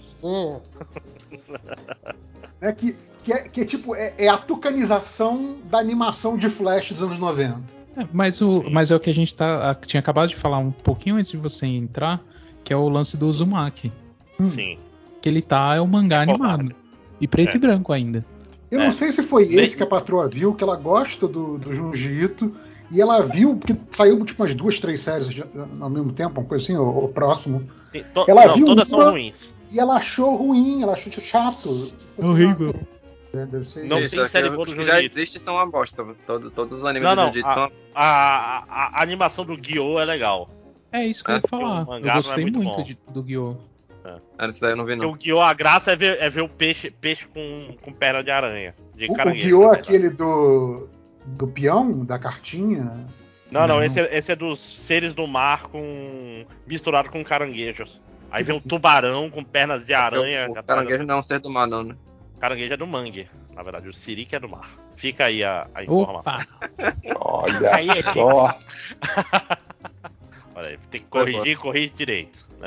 né, que, que, é, que é tipo, é, é a tucanização da animação de Flash dos anos noventa. É, mas, o, Sim. mas é o que a gente tá, a- tinha acabado de falar um pouquinho antes de você entrar, que é o lance do Uzumaki. Sim. Que ele tá, é o mangá É animado. E preto É. e branco ainda. Eu É. não sei se foi Nem- esse que a patroa viu, que ela gosta do, do Junji Ito, e ela viu, porque saiu tipo umas duas, três séries de- ao mesmo tempo, uma coisa assim, ou, ou próximo, Sim, to- Ela não, viu todas uma- são ruins. e ela achou ruim, ela achou chato. Horrível. É, deve ser Não isso. tem é série que boa do os que Junji já Ito. existem são uma bosta. Todo, todos os animes Não, do não. Jiu-Jitsu são. A, a, a, a animação do Gyo é legal. É isso que eu É, ia falar. o mangá Eu não é gostei muito muito bom. de- do Gyo. É, isso daí eu não vi, Porque não. o Gyo, a graça é ver, é ver o peixe, peixe com, com perna de aranha. De O, o caranguejo. Guiô, na verdade. aquele do, do peão, da cartinha. Não, não, Não. esse é, esse é dos seres do mar com misturado com caranguejos. Aí vem um tubarão com pernas de aranha. O, o caranguejo não é um ser do mar, não, né? Caranguejo é do mangue, na verdade. O siri que é do mar. Fica aí a, a informação. Opa! Olha Aí é que- só. Olha aí, tem que Foi corrigir, corrige direito. né?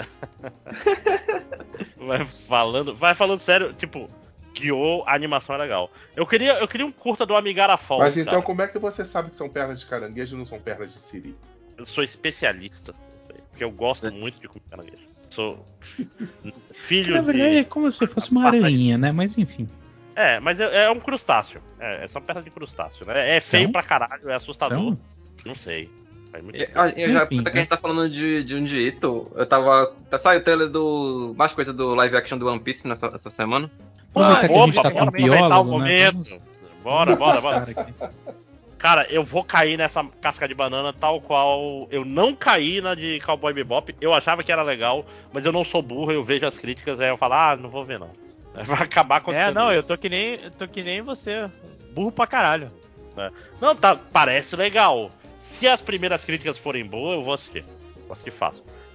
vai falando, vai falando sério, tipo, Gyo, a animação é legal. Eu queria, eu queria um curta do Amigara Falls, Mas então cara. como é que você sabe que são pernas de caranguejo e não são pernas de siri? Eu sou especialista nisso aí, porque eu gosto muito de comer caranguejo. Sou filho Na verdade de... é como se fosse uma aranha, né? Mas enfim. É, mas é, é um crustáceo. É, é só perna de crustáceo, né? É feio São? pra caralho, é assustador. São? Não sei. Faz muito E, tempo. ah, eu já, Enfim, puta que né? a gente tá falando de, de um Ito, eu tava. Tá, saiu o trailer do. Mais coisa do live action do One Piece nessa essa semana. Aproveitar que a gente Opa, tá bora com aproveitar biólogo, o né? momento. Vamos- Bora, bora, vamos bora. buscar aqui. Cara, eu vou cair nessa casca de banana tal qual eu não caí na de Cowboy Bebop. Eu achava que era legal, mas eu não sou burro, eu vejo as críticas, aí eu falo, ah, não vou ver não. Vai acabar acontecendo. É, não, eu isso. tô que nem, eu tô que nem você. Burro pra caralho. Não, tá, parece legal. Se as primeiras críticas forem boas, eu vou assistir. Vou assistir fácil.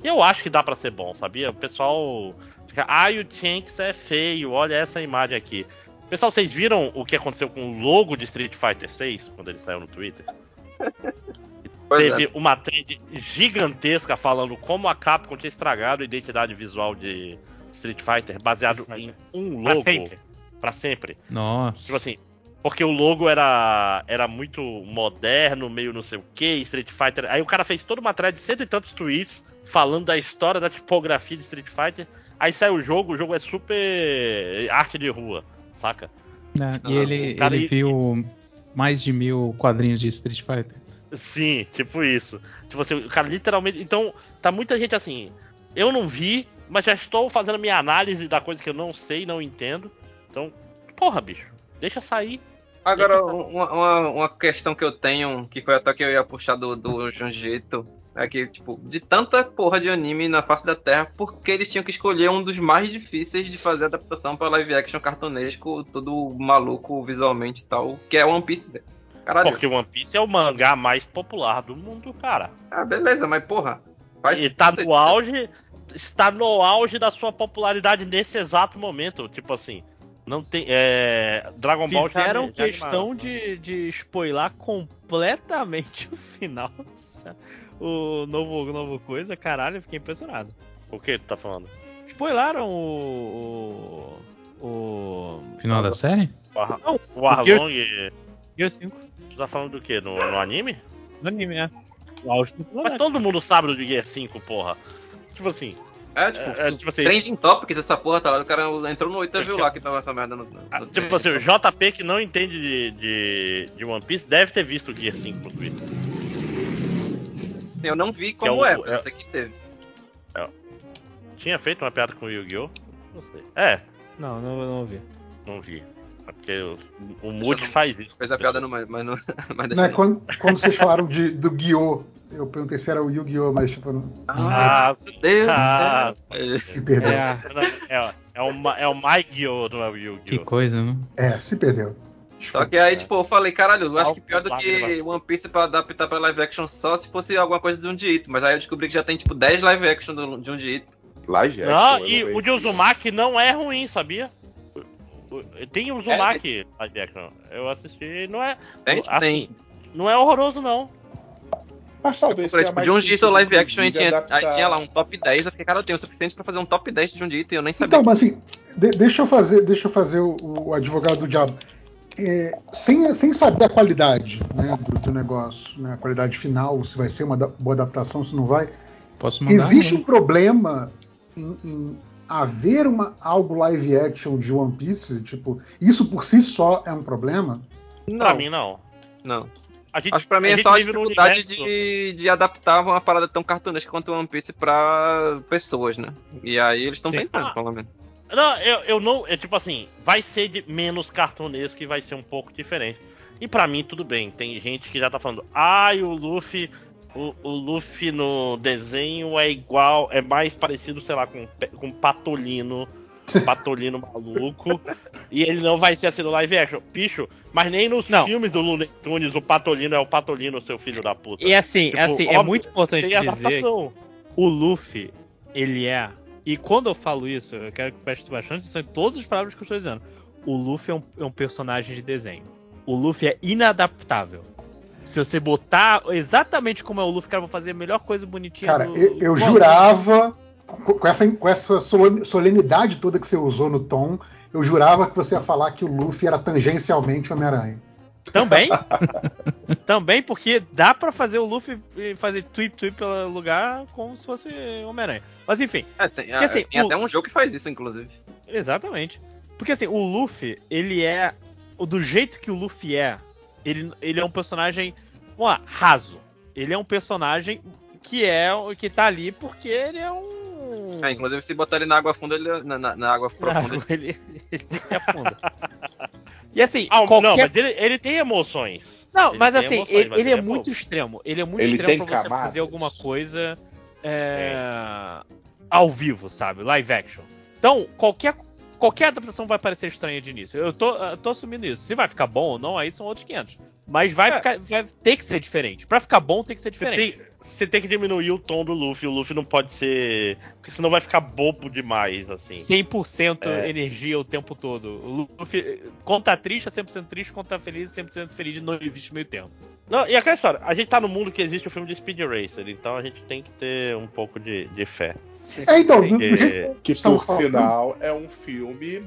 E eu acho que dá pra ser bom, sabia? O pessoal fica, ai, o Shanks é feio, olha essa imagem aqui. Pessoal, vocês viram o que aconteceu com o logo de Street Fighter seis, quando ele saiu no Twitter? Pois Teve é. uma thread gigantesca falando como a Capcom tinha estragado a identidade visual de Street Fighter, baseado Street Fighter. em um Pra logo. sempre. Pra sempre. Nossa. Tipo assim, porque o logo era, era muito moderno, meio não sei o que, Street Fighter. Aí o cara fez toda uma thread de cento e tantos tweets falando da história da tipografia de Street Fighter. Aí sai o jogo, o jogo é super arte de rua, saca? É, Ah, e ele, o cara ele aí- viu mais de mil quadrinhos de Street Fighter. Sim, tipo isso. Tipo assim, o cara literalmente. Então, tá muita gente assim. Eu não vi, mas já estou fazendo a minha análise da coisa que eu não sei, não entendo. Então, porra, bicho, deixa sair. Agora, uma, uma, uma questão que eu tenho, que foi até que eu ia puxar do, do Junjito, é que, tipo, de tanta porra de anime na face da Terra, por que eles tinham que escolher um dos mais difíceis de fazer adaptação pra live action cartunesco, todo maluco visualmente e tal, que é One Piece, velho? Caralho. Porque One Piece é o mangá mais popular do mundo, cara. Ah, beleza, mas porra. Faz E tá sentido. no auge. Está no auge da sua popularidade nesse exato momento. Tipo assim, não tem. É, Dragon Ball já- Fizeram já questão animaram. de, de spoiler completamente o final. O novo, novo coisa, caralho, eu fiquei impressionado. O que tu tá falando? Spoilaram o. O. o Final da série? O, Ar... Não, o Arlong. Gear cinco. Tu tá falando do que? No, no anime? No anime, é. O auge do Mas todo mundo sabe do Gear cinco, porra. Tipo assim. É, tipo, É, é, tipo assim, Trending Topics, essa porra tá lá. O cara entrou no oito e viu lá que tava essa merda no. no ah, trending tipo assim, o topics. J P que não entende de, de, de One Piece deve ter visto o Gear cinco no Twitter. Eu não vi Que é como o- é, mas é- esse aqui teve. Tinha feito uma piada com o Yu-Gi-Oh? Não sei. É, Não, não, não ouvi. não vi. É porque o, o Deixa Moody eu não- faz isso. Fez a piada no mas não, mas deixa Né, não. quando, quando vocês falaram de, do Guiô, eu perguntei se era o Yu-Gi-Oh!, mas tipo, não, Ah, Deus ah, do céu. se perdeu. É, é, é, o, Ma- é o Mai-Gi-Oh! Não é o Que Yu-Gi-Oh! coisa, né? É, se perdeu. Só que aí, tipo, eu falei, caralho, eu acho que pior do Alto, que lágrima. One Piece pra adaptar pra live action só se fosse alguma coisa de um Ito. Mas aí eu descobri que já tem, tipo, dez live action do, de um Ito. Live action. Não, eu e vejo. o de Uzumaki não é ruim, sabia? O- o- Tem o Uzumaki live action. Eu assisti, não é. Tem? assim, Tem. Não é horroroso, não. Mas talvez Procurei, seja tipo, mais de um difícil, Ito live action, aí inclusive, tinha, adaptar- aí tinha lá um top dez. Eu fiquei, cara, eu tenho o suficiente pra fazer um top dez de um Ito e eu nem sabia. Então, mas assim, de- deixa eu fazer, deixa eu fazer o, o advogado do diabo. É, sem, sem saber a qualidade, né, do, do negócio, né, a qualidade final, se vai ser uma da- boa adaptação, se não vai. Posso mandar? Existe né? um problema em, em haver uma, algo live action de One Piece? Tipo, isso por si só é um problema? Pra mim, não. Não. A gente, Acho que pra mim a é gente só a vive num dificuldade universo- de, de adaptar uma parada tão cartunesca quanto One Piece pra pessoas, né? E aí eles estão Sim. tentando, Ah. pelo menos. Não, eu, eu não. É tipo assim, vai ser de menos cartunesco e vai ser um pouco diferente. E pra mim, tudo bem. Tem gente que já tá falando, ai, o Luffy. O, o Luffy no desenho é igual, é mais parecido, sei lá, com, pe- com Patolino. Patolino maluco. E ele não vai ser assim no live action. Bicho, mas nem nos Não. filmes do Looney Tunes o Patolino é o Patolino, seu filho da puta. E assim, Tipo, é assim, é óbvio, muito importante Tem dizer adaptação. o Luffy, ele é. E quando eu falo isso, eu quero que preste bastante atenção em todas as palavras que eu estou dizendo. O Luffy é um, é um personagem de desenho. O Luffy é inadaptável. Se você botar exatamente como é o Luffy, cara, eu vou fazer a melhor coisa bonitinha. Cara, do- eu, eu igualzinho. jurava, com com essa, com essa solene- solenidade toda que você usou no tom, eu jurava que você ia falar que o Luffy era tangencialmente Homem-Aranha. Também. Também, porque dá pra fazer o Luffy fazer tweet tweet pelo lugar como se fosse Homem-Aranha. Mas enfim, É, tem, Porque, assim, tem o- até um jogo que faz isso, inclusive. exatamente. Porque assim, o Luffy, ele é. o- Do jeito que o Luffy é, ele, ele é um personagem. Vamos lá, raso. Ele é um personagem que é o que tá ali porque ele é um. É, inclusive, se botar ele na água funda, ele, na, na- na água profunda, Não, ele, ele afunda. E assim, Ah, qualquer. Não, mas ele, ele tem emoções. Não, Ele mas tem assim, emoções, ele, mas ele ele é é muito bobo. extremo. Ele é muito Ele extremo tem pra você camadas. fazer alguma coisa é, ao vivo, sabe? Live action. Então, qualquer, qualquer adaptação vai parecer estranha de início. Eu tô, eu tô assumindo isso. Se vai ficar bom ou não, aí são outros quinhentos. Mas vai, É. ficar, vai ter que ser diferente. Pra ficar bom, tem que ser Você diferente. tem, você tem que diminuir o tom do Luffy. O Luffy não pode ser. Porque senão vai ficar bobo demais, assim. cem por cento É. energia o tempo todo. O Luffy, quando tá triste, é cem por cento triste. Quando tá feliz, é cem por cento feliz. Não existe meio tempo. Não, e aquela história, a gente tá no mundo que existe o filme de Speed Racer, então a gente tem que ter um pouco de, de fé. É, então, Sim, do, do jeito Que, estamos por falando, sinal, é um filme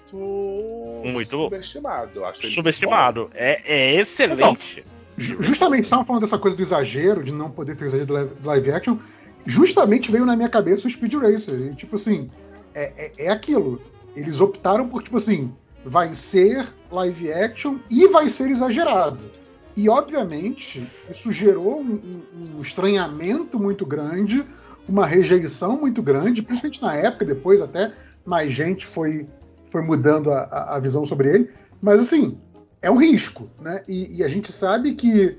muito, Muito subestimado. Eu acho ele Subestimado. É, é excelente. ju- justamente estavam falando dessa coisa do exagero, de não poder ter exagero do live, do live action, justamente veio na minha cabeça o Speed Racer. E, tipo assim, é, é, é aquilo. Eles optaram por, tipo assim, vai ser live action e vai ser exagerado. E, obviamente, isso gerou um, um- um estranhamento muito grande, uma rejeição muito grande, principalmente na época, depois até mais gente foi, foi mudando a, a- a visão sobre ele. Mas, assim, é um risco, né? E, e a gente sabe que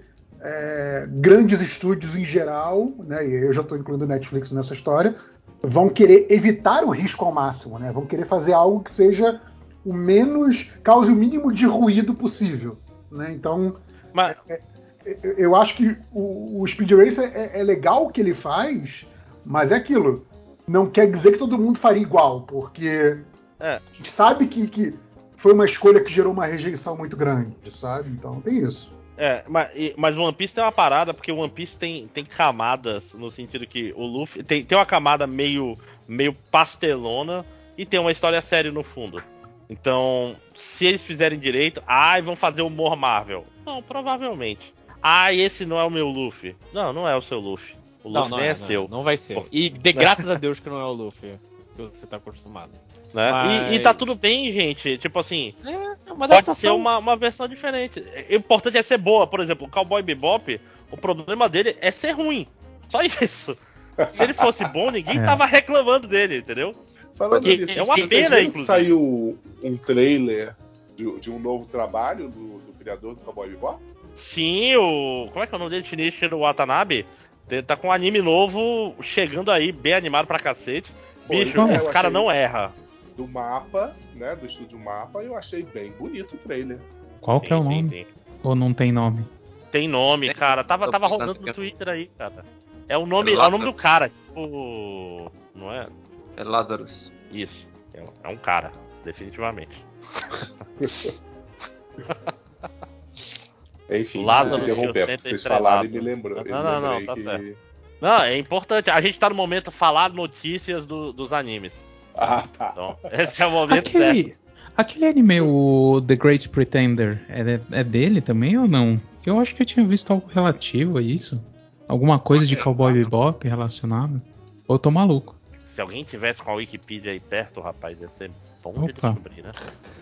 é, grandes estúdios em geral, né, e eu já estou incluindo o Netflix nessa história, vão querer evitar o risco ao máximo, né? Vão querer fazer algo que seja o menos, cause o mínimo de ruído possível, né? Então, Mas, eu, eu acho que o, o Speed Racer é, é legal o que ele faz, mas é aquilo. Não quer dizer que todo mundo faria igual, porque É. a gente sabe que, que foi uma escolha que gerou uma rejeição muito grande, sabe? Então tem isso. é, mas, e- mas o One Piece tem uma parada, porque o One Piece tem, tem camadas, no sentido que o Luffy tem, tem uma camada meio, meio pastelona e tem uma história séria no fundo. Então, se eles fizerem direito, ai, vão fazer humor Marvel. Não, provavelmente. Ai, esse não é o meu Luffy. Não, não é o seu Luffy. O Não, Luffy não nem é, é, não, seu. não vai ser. E de graças a Deus que não é o Luffy que você tá acostumado. Né? Mas- E, e tá tudo bem, gente. Tipo assim, É, é uma pode adaptação. ser uma, uma versão diferente. O importante é ser boa. Por exemplo, o Cowboy Bebop, o problema dele é ser ruim. Só isso. Se ele fosse bom, ninguém É. tava reclamando dele, entendeu? Falando Que nisso, é uma vocês pena, viram que inclusive. saiu um trailer de, de um novo trabalho do, do criador do Cowboy Bebop? Sim, o. Como é que é o nome dele? Shinichiro Watanabe. Ele tá com um anime novo chegando aí, bem animado pra cacete. Bicho, Pois é, esse eu cara achei- não erra. Do mapa, né? Do estúdio Mapa, eu achei bem bonito o trailer. Qual Sim, que é o sim, nome? sim. Ou não tem nome? Tem nome, Tem. cara. Tava, Tô tava pensando rodando no que- Twitter aí, cara. É o nome, É é o nome Lázaro. do cara, tipo. Não é? É Lazarus. Isso. É um, é um cara, definitivamente. Enfim, Lázaro desculpa interromper, que porque ostenta vocês falaram e estrelado. me lembrou. Não, eu não, não, lembrei tá que. certo. Não, é importante. A gente tá no momento falar notícias do- dos animes. Ah, tá. Então, esse é o momento certo. Aquele, aquele anime, o The Great Pretender, é, é dele também ou não? Eu acho que eu tinha visto algo relativo a isso. Alguma coisa de Cowboy Bebop relacionado. Ou eu tô maluco. Se alguém tivesse com a Wikipedia aí perto, rapaz, ia ser bom de Opa. descobrir, né?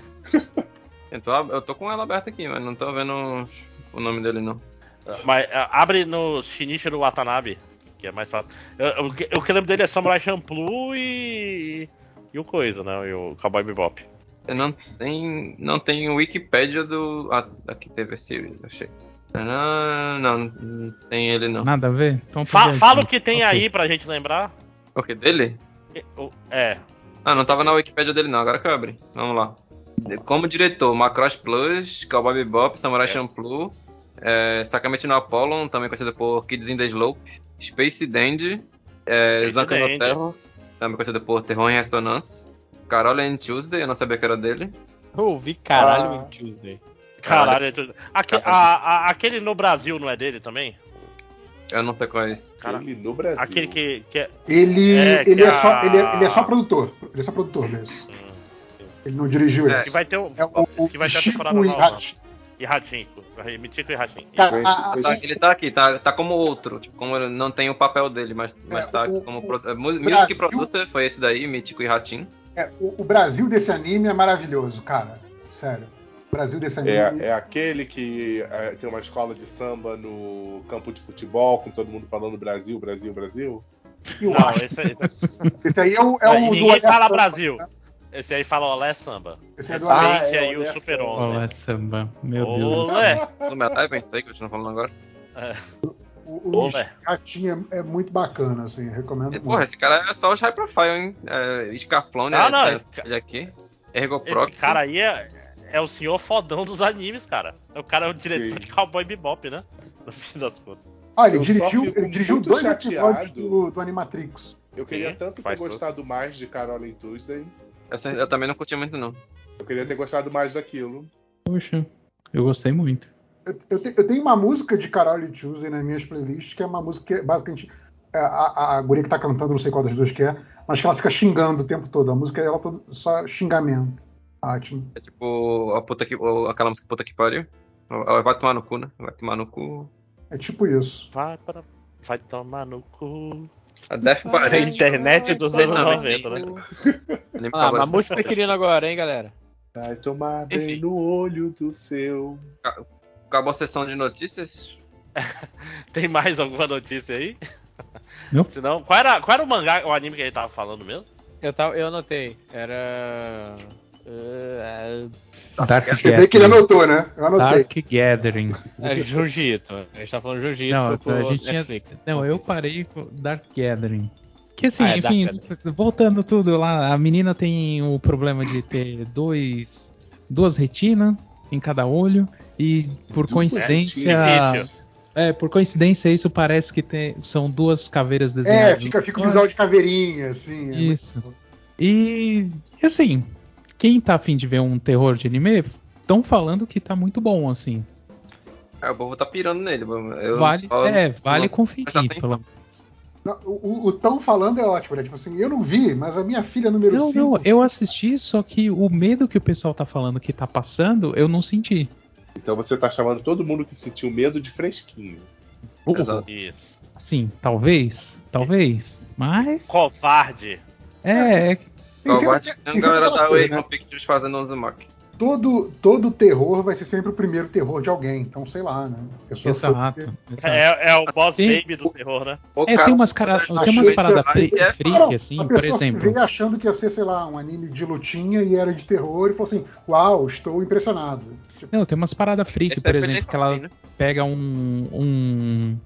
Eu tô, eu tô com ela aberta aqui, mas não tô vendo o nome dele não. Mas ah, abre no Shinichiro Watanabe, que é mais fácil. Eu- eu- O que, o que eu lembro dele é Samurai Champloo e. E o coisa, né? E o Cowboy Bebop. Eu não tem, não tem Wikipédia do. Ah, aqui teve a series, achei. Não, não, não tem ele não. Nada a ver? Então tô Fa- viajando. fala o que tem Ok. aí pra gente lembrar. O que dele? O- É. Ah, não tava na Wikipédia dele não, agora que eu abri. Vamos lá. De- Como diretor, Macross Plus, Cowboy Bebop, Samurai É. Champloo, é, Sakamoto no Apollon, também conhecido por Kids in the Slope, Space Dandy, é, Space Zanka no Dandy. Terror, também conhecido por Terror em Ressonance, Carol and Tuesday, eu não sabia que era dele. Eu ouvi caralho Ah. em Tuesday. Caralho, é tudo- Aque- a- a- aquele no Brasil não é dele também? Eu não sei qual é esse. Cara, Ele no Brasil. aquele que, que é. Ele É, é, que ele, é a- só, ele, é, ele é só produtor. Ele é só produtor desse. hum, Ele não dirigiu É. que esse. vai ter o. É o, o que vai ter a Chico temporada e nova. Hachi. E Ratinho. Mitico e Ratinho. Cara, Gente, a- a- vocês- Tá, ele tá aqui, tá, tá como outro, tipo, como ele não tem o papel dele, mas, mas É, tá o- aqui como o- pro, é, mu- Brasil- Music Producer, foi esse daí, Mítico e Ratinho. é, o, o Brasil desse anime é maravilhoso, cara. Sério. O Brasil desse anime. É, é aquele que é, tem uma escola de samba no campo de futebol, com todo mundo falando Brasil, Brasil, Brasil. eu Não, acho. esse, esse, Esse aí é o, é Não, o e do ninguém Olé fala Samba, Brasil. né? esse aí fala Olé Samba. Esse é do Respeite Ah, é, aí Olé o Super-Homem. Olá, samba. Meu Deus do céu. Olé! No Metal, pensei que eu tinha falando agora. O, o Olé. Ratinho é, é muito bacana, assim, recomendo E, muito. porra, esse cara é só os high profile, hein? É, Scarflone, Ah, é, não, tá- esse ca- ele aqui. Ergo Proxy. Esse cara aí é, é o senhor fodão dos animes, cara. O cara é o diretor Sim. de Cowboy Bebop, né? No fim das contas. Ah, ele Eu só dirigiu, fico ele dirigiu muito dois chateado. episódios do, do Animatrix. Eu queria Sim, tanto ter faz tudo. gostado mais de Carole Tuesday. Eu, se- eu também não curti muito, não. Eu queria ter gostado mais daquilo. Poxa, eu gostei muito. Eu, eu, te- eu tenho uma música de Carole Tuesday nas minhas playlists, que é uma música que é basicamente é, a, a, a guria que tá cantando, não sei qual das duas que é, mas que ela fica xingando o tempo todo. A música é ela todo, só xingamento. Ótimo. É tipo a puta que, ou aquela música puta que pariu. Ou- Vai tomar no cu, né? Vai tomar no cu. É tipo isso. Vai para. Vai tomar no cu. A Death A Parade. internet dos Vai anos tomar noventa, né? Anime Ah, favorito. Mamute preferindo agora, hein, galera? Vai tomar bem Enfim. no olho do seu. Acabou a sessão de notícias. Tem mais alguma notícia aí? Não. Senão, qual era, qual era o mangá, o anime que a gente tava falando mesmo? Eu, tava, eu anotei. Era. Uh, Dark Você vê que ele Gathering. anotou, né? Eu anotei. Dark Gathering. é Jiu-Jitsu. A gente tá falando Jiu-Jitsu Não, pro a gente tinha. Netflix. Não, eu parei com Dark Gathering. Que assim, Ah, é enfim, Dark voltando tudo lá, a menina tem o problema de ter dois, duas retinas em cada olho e por Duas coincidência, retinas. é, por coincidência isso parece que tem, são duas caveiras É, desenhadas. fica, no fica o corpo. visual de caveirinha, assim. é Isso. E, e assim, quem tá afim de ver um terror de anime, estão falando que tá muito bom, assim. É, o povo tá pirando nele. Eu, vale, eu- é, vale não- conferir, prestar atenção. pelo Não, o, o tão falando é ótimo, né? Tipo assim, eu não vi, mas a minha filha número Não, cinco. não, eu assisti, só que o medo que o pessoal tá falando que tá passando, eu não senti. Então você tá chamando todo mundo que sentiu medo de fresquinho. Exato. Isso. Sim, talvez, talvez, mas Covarde. é, é Tem Igual sempre- vai tem ter sempre a galera aquela da coisa, Wave né? Pictures fazendo Uzumaki. todo, todo terror vai ser sempre o primeiro terror de alguém. Então, sei lá, né? A pessoa exato, foi- exato. É, é o boss Tem- baby do terror, né? O É, cara tem umas, que cara, faz tem umas achei paradas que fri- é freak, Não, assim, a por pessoa exemplo. veio achando que ia ser, sei lá, um anime de lutinha e era de terror e falou assim: Uau, estou impressionado. Tipo, Não, tem umas paradas freak, Esse aí por foi exemplo, Jason que ela Lee, né? pega um. um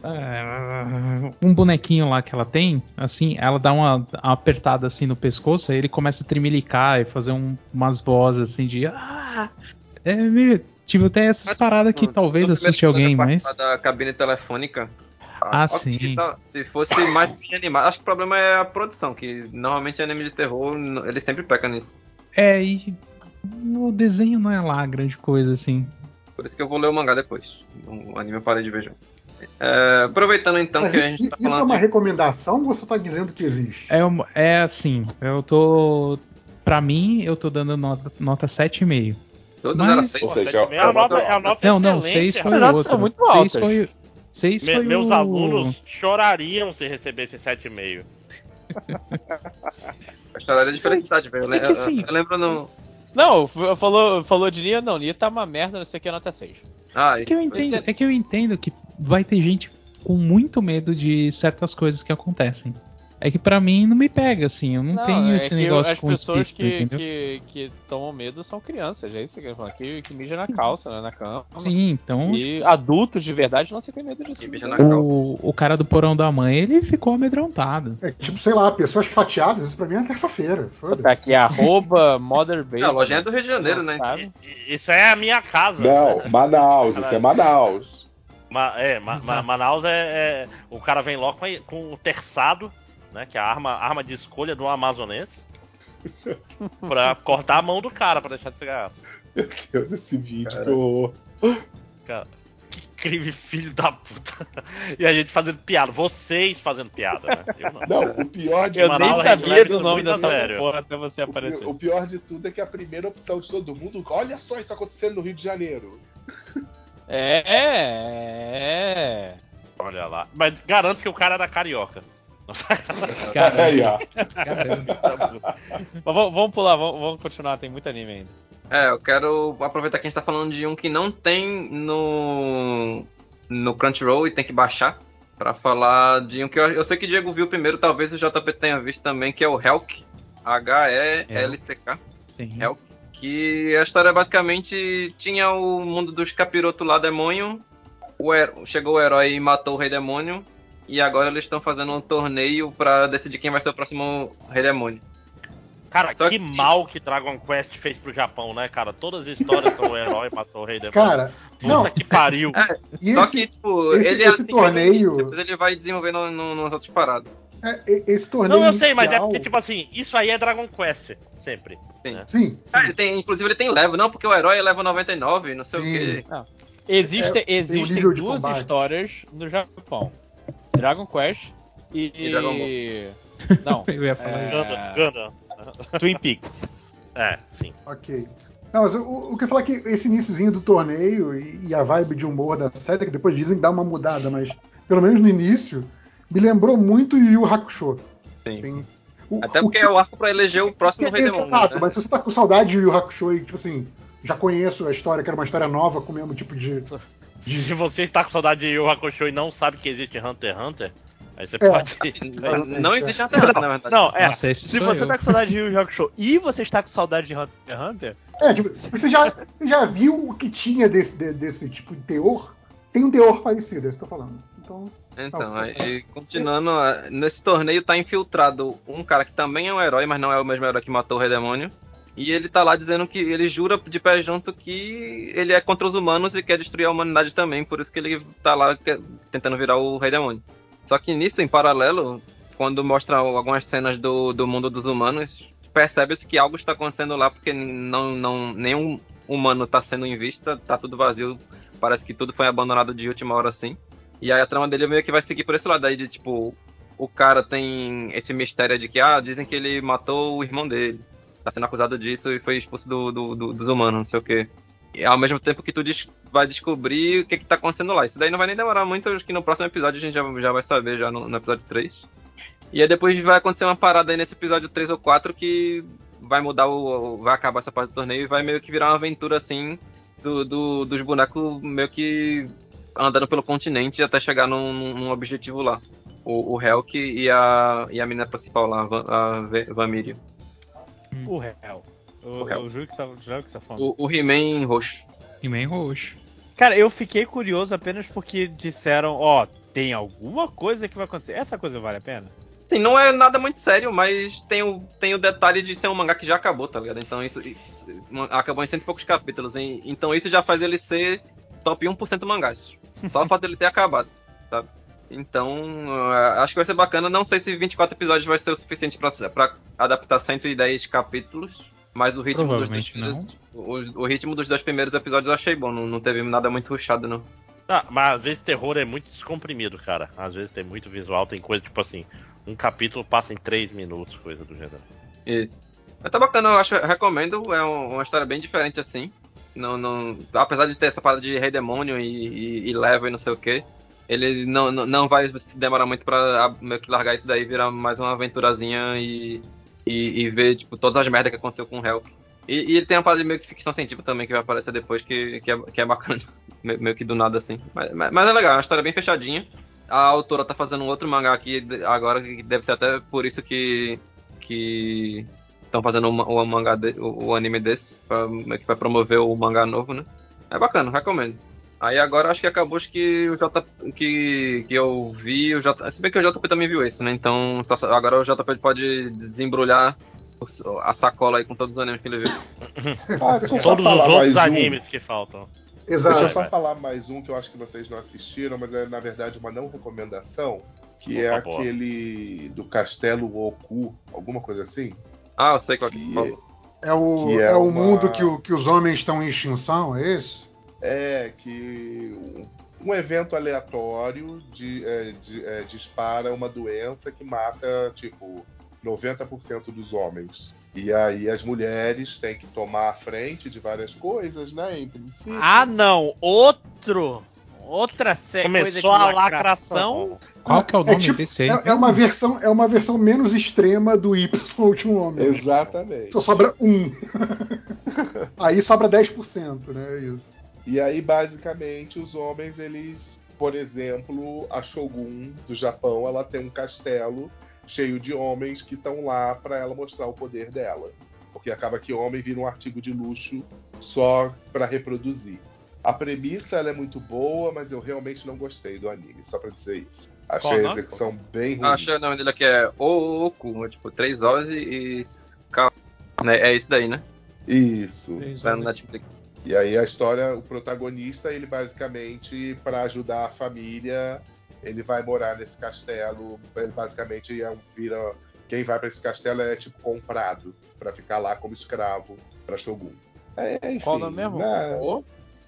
ah, um bonequinho lá que ela tem, assim, ela dá uma, uma apertada assim no pescoço, aí ele começa a tremelicar e fazer um- umas vozes assim de. Ah! É meio. Tipo, tem essas Mas, paradas que no- talvez no assuste primeiro alguém, episódio mas. participar da cabine telefônica. Ah, ok, sim. tá. Se fosse mais bem animado, acho que o problema é a produção, que normalmente anime de terror, n- ele sempre peca nisso. É, e. O desenho não é lá grande coisa, assim. Por isso que eu vou ler o mangá depois. O anime eu parei de ver já. É, aproveitando então mas que a isso, gente tá isso é falando uma de... recomendação ou você está dizendo que existe? É, um- é assim, eu tô. Pra mim, eu tô dando nota, nota sete vírgula cinco. Todo mas- mundo era seis. Ou seja, É a nota, é a nota Não, não, excelente, seis foi As o notas são outro. muito seis altas. foi, seis Me- foi meus o... alunos chorariam se recebesse sete vírgula cinco. A história era de felicidade, velho. Eu, É que eu- assim- eu lembro no... Não, f- falou, falou de Nia, não, Nia tá uma merda, não sei o que, nota seis. Ah, É que, eu isso. entendo, é que eu entendo que vai ter gente com muito medo de certas coisas que acontecem. É que pra mim não me pega, assim, eu não, tenho é esse que negócio as com pessoas espírito, que, entendeu? que, que tomam medo são crianças, é isso que eu ia falar, que, que mijam na calça, né, na cama. Sim, então E adultos de verdade não se tem medo disso. Que beija na calça. o, o cara do porão da mãe, ele ficou amedrontado. É tipo, sei lá, pessoas fatiadas, isso pra mim é terça-feira. Tá Foda-se. aqui, arroba Motherbase. É, a lojinha é do Rio de Janeiro, né? Sabe? I- Isso é a minha casa. Não, Manaus, isso é Manaus. Ma- é, Ma- Ma- Exato. Manaus é, é- O cara vem logo com, a- com o terçado, né? Que é a arma, arma de escolha do amazonês. Pra cortar a mão do cara, pra deixar de pegar. Meu Deus, esse vídeo, Cara. que horror. Cara, que crime, filho da puta. E a gente fazendo piada. Vocês fazendo piada, né? Eu não. Não, o pior de Eu Manaus, nem a gente sabia leva do isso nome muito a dessa sério. porra até você o, aparecer. o pior de tudo é que a primeira opção de todo mundo, olha só isso acontecendo no Rio de Janeiro. É, é. Olha lá. Mas garanto que o cara era carioca. Aí, ó. Caramba. Mas vamos, vamos pular, vamos, vamos continuar, tem muito anime ainda. É, eu quero aproveitar que a gente tá falando de um que não tem no no Crunchyroll e tem que baixar pra falar de um que eu, eu sei que o Diego viu primeiro, talvez o J P tenha visto também, que é o Helk, H E L C K, Sim. Helk, que a história basicamente tinha o mundo dos capirotos lá, demônio, o her- chegou o herói e matou o rei demônio, e agora eles estão fazendo um torneio pra decidir quem vai ser o próximo rei demônio. Cara, Só que que- mal que Dragon Quest fez pro Japão, né, cara? Todas as histórias são o herói matou o rei demônio. Cara, Puta não. que pariu. E Só esse, que, tipo, esse- ele é esse assim no início, torneio- depois ele vai desenvolvendo no, no, nas outras paradas. é, e- esse torneio Não, eu sei, mas é inicial- porque, tipo assim, isso aí é Dragon Quest, sempre. Sim. né? Sim, Ah, ele tem, inclusive ele tem level, não, porque o herói é level noventa e nove, não sei Sim. o quê. Existe, É, tem um existem nível de duas combate. histórias no Japão: Dragon Quest e. E Dragon Ball. Não. Eu ia falar é, Gundam, Gundam. Twin Peaks. É, sim. ok. Não, mas o, o que eu ia falar é que esse iniciozinho do torneio e, e a vibe de humor da série, que depois dizem que dá uma mudada, mas pelo menos no início, me lembrou muito Yu Yu Hakusho. Sim. Tem, o, Até o porque que- é o arco pra eleger o próximo é rei demônio. exato, Né? mas se você tá com saudade de Yu Yu Hakusho e, tipo assim, já conheço a história, que era uma história nova, com o mesmo tipo de... Se você está com saudade de Yu Yu Hakusho e não sabe que existe Hunter x Hunter, aí você É. pode. Não existe Hunter x Hunter, na verdade. Não, é. Nossa, esse Se sou você eu. tá com saudade de Yu Yu Hakusho e você está com saudade de Hunter x Hunter, É, tipo, você já, você já viu o que tinha desse, de- desse tipo de teor? Tem um teor parecido, é isso que eu tô falando. Então, Então, Não, aí, continuando, nesse torneio tá infiltrado um cara que também é um herói, mas não é o mesmo herói que matou o Rei Demônio. E ele tá lá dizendo que ele jura de pé junto que ele é contra os humanos e quer destruir a humanidade também, por isso que ele tá lá que- tentando virar o Rei Demônio. Só que nisso, em paralelo, quando mostra algumas cenas do, do mundo dos humanos, percebe-se que algo está acontecendo lá, porque não, não, nenhum humano tá sendo em vista, tá tudo vazio, parece que tudo foi abandonado de última hora assim. E aí a trama dele meio que vai seguir por esse lado aí de tipo, o cara tem esse mistério de que, ah, dizem que ele matou o irmão dele, tá sendo acusado disso e foi expulso do, do, do, dos humanos, não sei o quê. E ao mesmo tempo que tu des- vai descobrir o que que tá acontecendo lá. Isso daí não vai nem demorar muito, acho que no próximo episódio a gente já, já vai saber, já no, no episódio três. E aí depois vai acontecer uma parada aí nesse episódio três ou quatro que vai mudar o. vai acabar essa parte do torneio e vai meio que virar uma aventura assim do, do- dos bonecos meio que andando pelo continente até chegar num, num objetivo lá. O, o Helk e a, e a menina principal lá, a Van- a Ve- Vamírio. o réu. O, O réu. o Júlio que sa- Júlio que safando. O, o He-Man roxo. He-Man roxo. Cara, eu fiquei curioso apenas porque disseram, ó, tem alguma coisa que vai acontecer. Essa coisa vale a pena? Sim, não é nada muito sério, mas tem o, tem o detalhe de ser um mangá que já acabou, tá ligado? Então isso, isso acabou em cento e poucos capítulos, hein? Então isso já faz ele ser top um por cento mangás. Só o fato dele ter acabado, sabe? Então, uh, acho que vai ser bacana. Não sei se vinte e quatro episódios vai ser o suficiente pra, pra adaptar cento e dez capítulos, mas o ritmo dos dois Provavelmente primeiros, o, o ritmo dos dois primeiros episódios eu achei bom, não, não teve nada muito rushado, não. Ah, mas às vezes terror é muito descomprimido, cara. Às vezes tem muito visual, tem coisa tipo assim, um capítulo passa em três minutos, coisa do gênero. Isso. Mas tá bacana, eu acho, eu recomendo. É um- uma história bem diferente assim. Não, não, apesar de ter essa parada de rei demônio e, e, e leva e não sei o que, ele não, não, não vai se demorar muito pra ah, meio que largar isso daí e virar mais uma aventurazinha e, e, e ver tipo, todas as merdas que aconteceu com o Helk. E, e ele tem uma parada de meio que ficção científica também que vai aparecer depois que, que, é, que é bacana. meio, meio que do nada assim. Mas, mas, mas é legal, é uma história bem fechadinha. A autora tá fazendo um outro mangá aqui agora, que deve ser até por isso que que estão fazendo o, o mangá de, o, o anime desse, pra, meio que vai promover o mangá novo, né? É bacana, recomendo. Aí agora acho que acabou acho que o J que, que eu vi, o J, se bem que o J P também viu esse, né? Então só, agora o J P pode desembrulhar o- a sacola aí com todos os animes que ele viu. Ah, deixa eu só Todos falar os outros mais um. animes que faltam. Deixa eu exato. só vai. falar mais um que eu acho que vocês não assistiram, mas é na verdade uma não recomendação, que é Opa, boa. aquele do Castelo Oku, alguma coisa assim. Ah, eu sei qual que Que falta. É o, Que é é o uma- mundo que, o- que os homens estão em extinção, é esse? é que um evento aleatório de, é, de- é, dispara uma doença que mata, tipo, noventa por cento dos homens. E aí as mulheres têm que tomar a frente de várias coisas, né? Em princípio. Ah, não! Outro! Outra série. Coisa de Começou a lacração. lacração. Qual que é o nome tipo- desse aí? É, é uma versão, é uma versão menos extrema do Y, o último homem. Exatamente. Só sobra um. Aí sobra dez por cento, né? Isso. E aí, basicamente, os homens, eles, por exemplo, a Shogun do Japão, ela tem um castelo cheio de homens que estão lá para ela mostrar o poder dela. Porque acaba que homem vira um artigo de luxo só para reproduzir. A premissa ela é muito boa, mas eu realmente não gostei do anime, só para dizer isso. Achei Qual o a nome? execução bem ruim. Achei o nome dele aqui é Ooku, tipo, três O's e, e K Né, é isso daí, né? Isso. Tá no Netflix. E aí a história, o protagonista, ele basicamente, para ajudar a família, ele vai morar nesse castelo. Ele basicamente é um, vira. Quem vai para esse castelo é tipo comprado para ficar lá como escravo para Shogun. É, enfim, Qual o nome mesmo? né? O?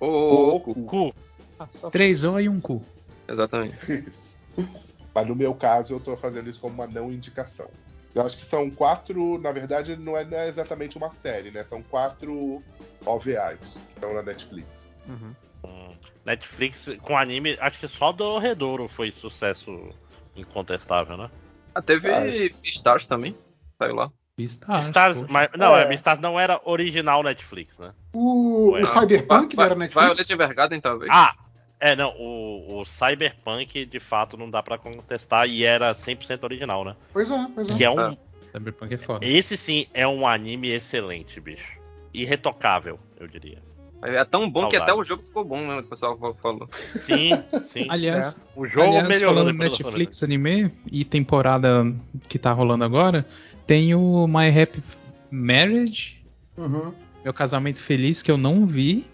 Ô, Oku. Cu. Ah, só- Três O e um cu. exatamente. Isso. Mas no meu caso, eu tô fazendo isso como uma não indicação. Eu acho que são quatro, na verdade, não é, não é exatamente uma série, né? São quatro O V As que estão na Netflix. Uhum. Hum, Netflix com anime, acho que só do Redouro foi sucesso incontestável, né? Ah, teve Ah, Beastars também. Saiu lá. Beastars, Beastars, poxa. mas, não, é. É. Beastars não era original Netflix, né? O, Ué. o Cyberpunk vai, era vai, Netflix? Violet Evergarden, talvez. Ah, é, não, o, o Cyberpunk de fato não dá pra contestar e era cem por cento original, né? Pois é, pois é. Que é um. Cyberpunk é foda. Esse sim é um anime excelente, bicho. Irretocável, eu diria. É tão bom que Saudade. até o jogo ficou bom, né? O pessoal falou. Sim, sim. Aliás, O jogo aliás melhorou falando depois do Netflix anime e temporada que tá rolando agora, tem o My Happy Marriage, Uhum. Meu Casamento Feliz, que eu não vi,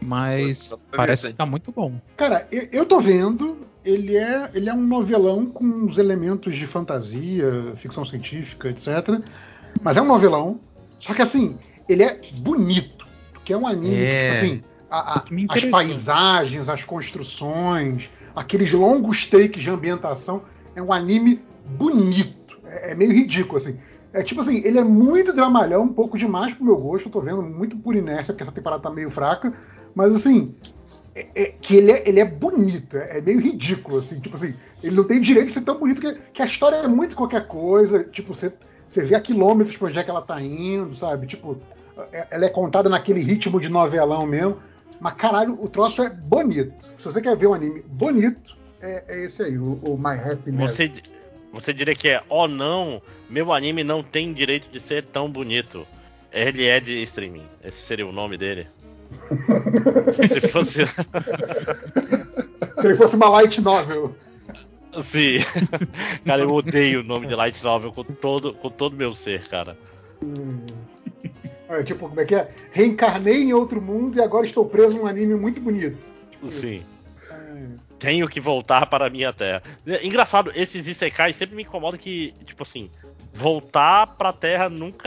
mas Pô, eu parece vi, que tá muito bom. Cara, eu, eu tô vendo, ele é, ele é um novelão com uns elementos de fantasia, ficção científica, etcétera. Mas é um novelão, só que assim, ele é bonito, porque é um anime, É, tipo assim, a- a- que me as interessou. paisagens, as construções, aqueles longos takes de ambientação, é um anime bonito, é, é meio ridículo, assim. É tipo assim, ele é muito dramalhão, um pouco demais pro meu gosto, eu tô vendo muito por inércia, porque essa temporada tá meio fraca, mas assim, é, é que ele é, ele é bonito, é, é meio ridículo, assim, tipo assim, ele não tem direito de ser tão bonito que, que a história é muito qualquer coisa, tipo, você, você vê a quilômetros pra onde é que ela tá indo, sabe? Tipo, é- ela é contada naquele ritmo de novelão mesmo, mas caralho, o troço é bonito. Se você quer ver um anime bonito, é, é esse aí, o, o My Happy Marriage. Você, você diria que é, oh não, meu anime não tem direito de ser tão bonito. Ele é de streaming. Esse seria o nome dele. Se fosse. Se ele fosse uma light novel. Sim. Cara, eu odeio o nome de Light Novel com todo com todo meu ser, cara. É, tipo, como é que é? Reencarnei em outro mundo e agora estou preso num anime muito bonito. Tipo isso. Sim. É. Tenho que voltar para a minha terra. Engraçado, esses Isekais sempre me incomodam que, tipo assim, voltar pra terra nunca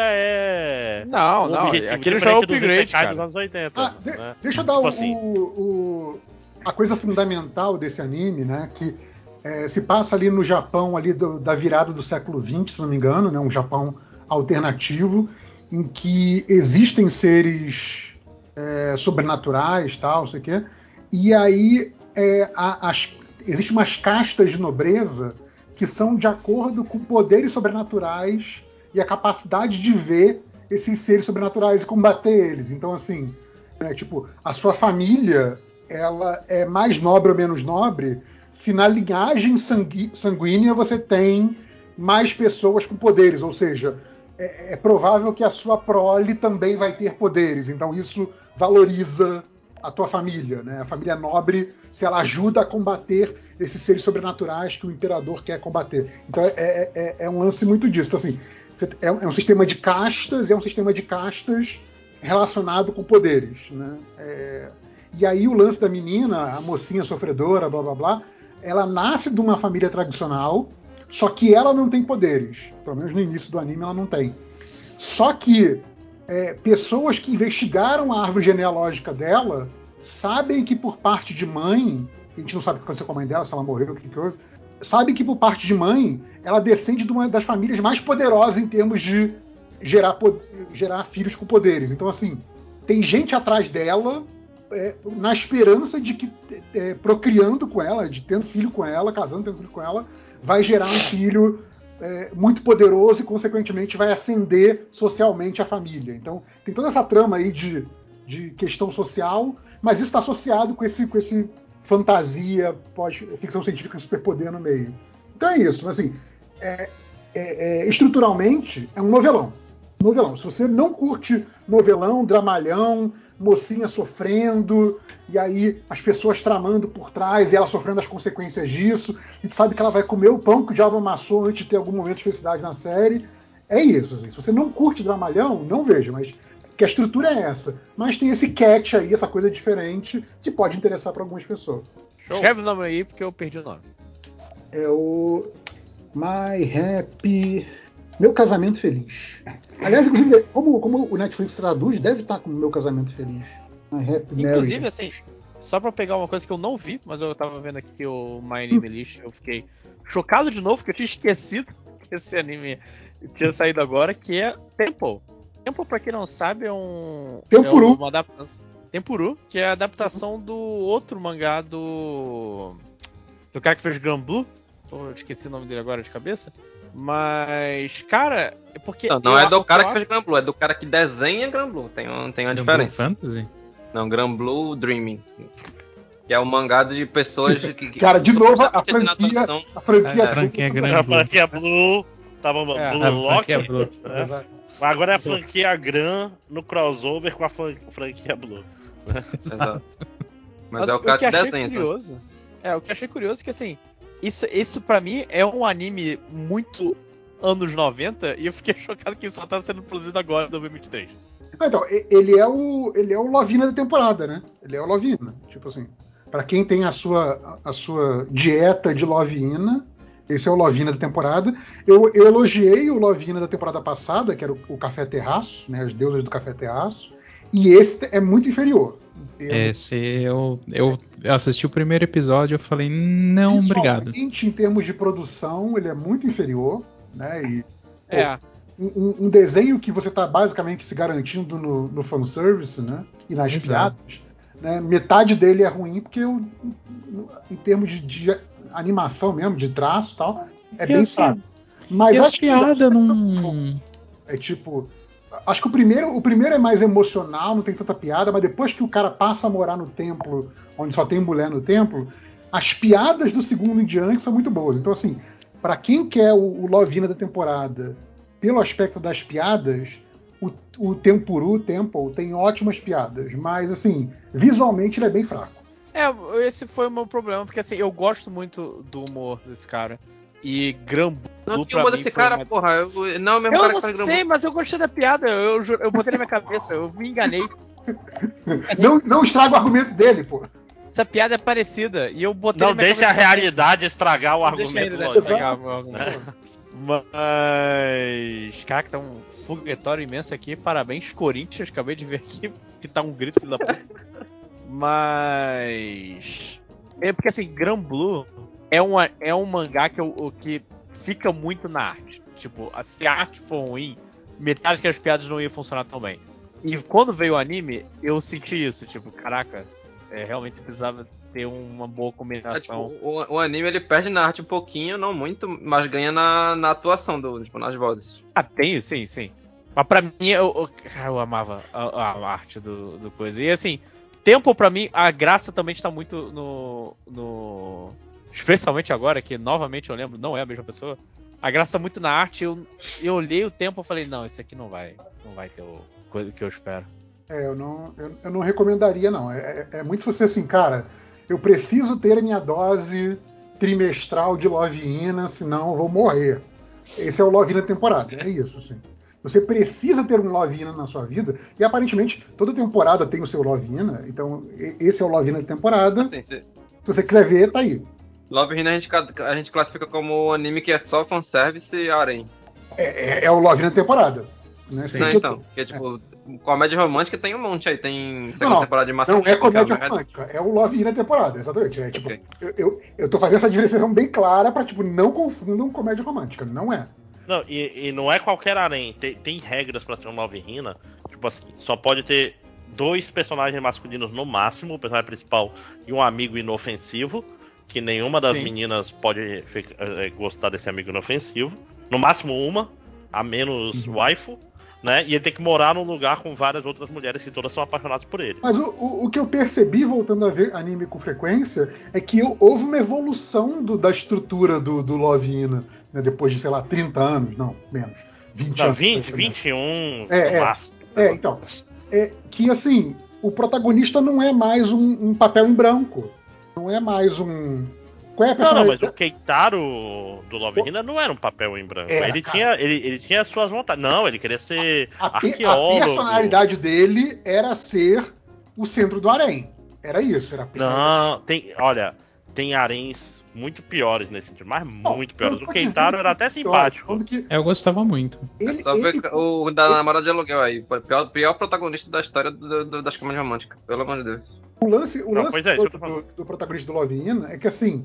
é Não, um não, objetivo aquilo já é diferente dos upgrade, Isekais dos cara. anos oitenta. Ah, de- né? deixa eu dar Tipo o, assim. o- o- a coisa fundamental desse anime, né? Que é, se passa ali no Japão ali do- da virada do século vinte, se não me engano, né? Um Japão alternativo em que existem seres é, sobrenaturais, tal, não sei o quê. E aí é, a- as, existem umas castas de nobreza que são de acordo com poderes sobrenaturais e a capacidade de ver esses seres sobrenaturais e combater eles. Então, assim, é, tipo, a sua família ela é mais nobre ou menos nobre se na linhagem sangui- sanguínea você tem mais pessoas com poderes, ou seja, é, é provável que a sua prole também vai ter poderes. Então isso valoriza a tua família, né? A família nobre, se ela ajuda a combater esses seres sobrenaturais que o imperador quer combater. Então é, é, é- é um lance muito disso. Então, assim, é um, é um sistema de castas, e é um sistema de castas relacionado com poderes, né? É, e aí o lance da menina, a mocinha sofredora, blá blá blá, ela nasce de uma família tradicional, só que ela não tem poderes. Pelo menos no início do anime ela não tem. Só que é, pessoas que investigaram a árvore genealógica dela sabem que por parte de mãe, a gente não sabe o que aconteceu com a mãe dela, se ela morreu, o que, que houve, sabe que por parte de mãe ela descende de uma das famílias mais poderosas em termos de gerar, gerar filhos com poderes. Então, assim, tem gente atrás dela é, na esperança de que, é, procriando com ela, de tendo filho com ela, casando, tendo filho com ela, vai gerar um filho é, muito poderoso e, consequentemente, vai ascender socialmente a família. Então, tem toda essa trama aí de, de questão social, mas isso está associado com esse, com esse fantasia, pós, ficção científica, superpoder no meio. Então é isso. Assim, é, é, é, estruturalmente, é um novelão. Novelão. Se você não curte novelão, dramalhão, mocinha sofrendo, e aí as pessoas tramando por trás, e ela sofrendo as consequências disso, e tu sabe que ela vai comer o pão que o diabo amassou antes de ter algum momento de felicidade na série, é isso. Assim, se você não curte dramalhão, não veja, mas que a estrutura é essa. Mas tem esse catch aí, essa coisa diferente, que pode interessar para algumas pessoas. Show. Escreve o nome aí, porque eu perdi o nome. É o My Happy... Meu Casamento Feliz. Aliás, inclusive, como, como o Netflix traduz, deve estar com Meu Casamento Feliz. My Happy Inclusive, Marriage. assim, só pra pegar uma coisa que eu não vi, mas eu tava vendo aqui o My Name List, eu fiquei chocado de novo, porque eu tinha esquecido que esse anime tinha saído agora, que é Temple. Temple, pra quem não sabe, é um... Tempuru. É uma adaptação... Tempuru, que é a adaptação do outro mangá do... Do cara que fez Grand Blue. Eu esqueci o nome dele agora de cabeça. Mas, cara, é porque... Não, não eu, é do cara eu que fez Grand Blue, é do cara que desenha Grand Blue. Tem, um, tem uma Grand diferença. Blue Fantasy? Não, Grand Blue Dreaming. Que é um mangá de pessoas que... que Cara, de são novo, a principalmente de franquia, natação. a franquia, A franquia é Grand A Blue. franquia Blue tava Blue É, A Lock. franquia Blue. né? Agora é a franquia Gran no crossover com a fran- franquia Blue. Exato. Mas, Mas é o cara que achei desenha. sabe? curioso, é, o que eu achei curioso é que, assim, isso, isso pra mim é um anime muito anos noventa e eu fiquei chocado que isso só tá sendo produzido agora, em dois mil e vinte e três. Então, e- ele é o ele é o Lovina da temporada, né? Ele é o Lovina. Tipo assim, pra quem tem a sua, a sua dieta de Lovina, esse é o Lovina da temporada. Eu, eu elogiei o Lovina da temporada passada, que era o, o Café Terraço, né? As deusas do Café Terraço. E esse é muito inferior. Eu, Esse eu, eu assisti o primeiro episódio e eu falei, não, obrigado. visualmente, em termos de produção, ele é muito inferior, né? E, pô, É, um, um desenho que você está basicamente se garantindo no, no fanservice, né? E nas Exato. piadas, né? Metade dele é ruim porque eu, em termos de, de animação mesmo, de traço e tal, é E bem assim, fraco. Mas e as acho que piadas não... é tipo, acho que o primeiro, o primeiro é mais emocional, não tem tanta piada, mas depois que o cara passa a morar no templo, onde só tem mulher no templo, as piadas do segundo em diante são muito boas. Então, assim, pra quem quer o, o Lovina da temporada, pelo aspecto das piadas, o, o Tempuru, Temple, tem ótimas piadas, mas, assim, visualmente ele é bem fraco. é, esse foi o meu problema, porque assim, eu gosto muito do humor desse cara. E Gran Não, Blue que pra humor mim desse foi cara, uma... porra. Eu, não é o mesmo Eu cara não que faz Grand sei, Blue. mas eu gostei da piada, eu, eu, eu botei na minha cabeça, eu me enganei. Não, não estraga o argumento dele, pô. Essa piada é parecida, e eu botei Não na minha deixa a cabeça... realidade estragar o Não deixa a argumento realidade lógico. estragar o meu argumento. Mas... Caraca, tá um foguetório imenso aqui. Parabéns, Corinthians. Acabei de ver aqui que tá um grito, filho da puta. Mas... É porque, assim, Gran Blue é, uma, é um mangá que, eu, que fica muito na arte. Tipo, se a arte for ruim, metade das piadas não ia funcionar tão bem. E quando veio o anime, eu senti isso. Tipo, caraca, é, realmente você precisava ter uma boa É, tipo, combinação. o, o anime ele perde na arte um pouquinho, não muito, mas ganha na, na atuação, do, tipo, nas vozes. Ah, tem, sim, sim. Mas pra mim, eu, eu, cara, eu amava a, a arte do, do coisa. E assim, Tempo pra mim, a graça também está muito no, no... Especialmente agora, que novamente eu lembro, não é a mesma pessoa. A graça tá muito na arte. Eu, eu olhei o Tempo e falei, não, isso aqui não vai, não vai ter o coisa que eu espero. É, eu não, eu, eu não recomendaria, não. É, é, é muito você assim, cara, eu preciso ter a minha dose trimestral de Loveina, senão eu vou morrer. Esse é o Loveina temporada, é isso, assim. Você precisa ter um Loveina na sua vida, e aparentemente toda temporada tem o seu Loveina, então e- esse é o Loveina de temporada. Assim, se, Se você quiser ver, tá aí. Love Hina a gente, ca- a gente classifica como anime que é só fanservice e harem. É, é, é o Loveina temporada. Né? Sem Não, que- então, que é tipo, comédia romântica tem um monte aí, tem segunda Não, não, temporada de não Massacre. é comédia romântica, é o Love na temporada, exatamente. É, tipo, Ok. eu, eu, eu tô fazendo essa diferenciação bem clara pra, tipo, não confundam comédia romântica, não é. Não, e, e não é qualquer harém. Tem, tem regras pra ser um Love Hina. Tipo assim, só pode ter dois personagens masculinos no máximo, o personagem principal e um amigo inofensivo. Que nenhuma das Sim. meninas pode ficar- eh, gostar desse amigo inofensivo. No máximo uma, a menos waifu, né? E ele tem que morar num lugar com várias outras mulheres que todas são apaixonadas por ele. Mas o, o, o que eu percebi, voltando a ver anime com frequência, é que eu- houve uma evolução do- da estrutura do, do Love Hina, né, depois de, sei lá, trinta anos, não, menos, vinte Não, anos. vinte, vinte e um É, no é. máximo. É, então, é que assim, o protagonista não é mais um, um papel em branco. Não é mais um, Qual é a Não, não, mas personalidade? o Keitaro do Love Hina não era um papel em branco. Era, ele, cara. tinha, ele, ele tinha as suas vontades. Não, ele queria ser A, pe- a arqueólogo. personalidade dele era ser o centro do harém. Era isso, era a personalidade. Não, tem. Olha, tem haréns muito piores nesse sentido, mas Não, muito eu piores. não O tô Keitaro dizendo era que até é pior, simpático. falando que É, eu gostava muito. É Ele, só ver ele- o da namorada de aluguel aí. Pior, pior protagonista da história do- do- das comédias românticas. Pelo amor de Deus. o lance, o Não, lance pois é, do, isso que eu tô do- do protagonista do Love Hina é que, assim,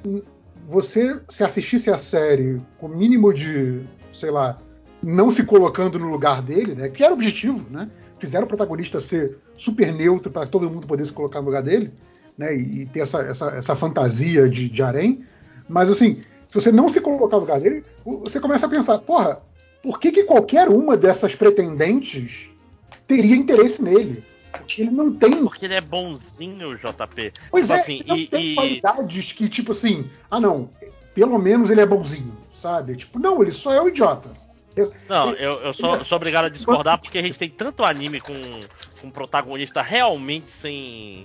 você se assistisse a série com o mínimo de, sei lá, não se colocando no lugar dele, né? Que era o objetivo, né? Fizeram o protagonista ser super neutro para todo mundo poder se colocar no lugar dele, né? E, e ter essa, essa, essa fantasia de, de harém. Mas, assim, se você não se colocar no lugar dele, você começa a pensar, porra, por que, que qualquer uma dessas pretendentes teria interesse nele? Porque ele não tem. Porque ele é bonzinho, J P. Pois tipo é, assim, ele não e. tem e- qualidades que, tipo assim, ah não, pelo menos ele é bonzinho, sabe? Tipo, não, ele só é um idiota. Não, Ele- eu, eu sou, sou obrigado a discordar porque a gente tem tanto anime com, com protagonista realmente sem,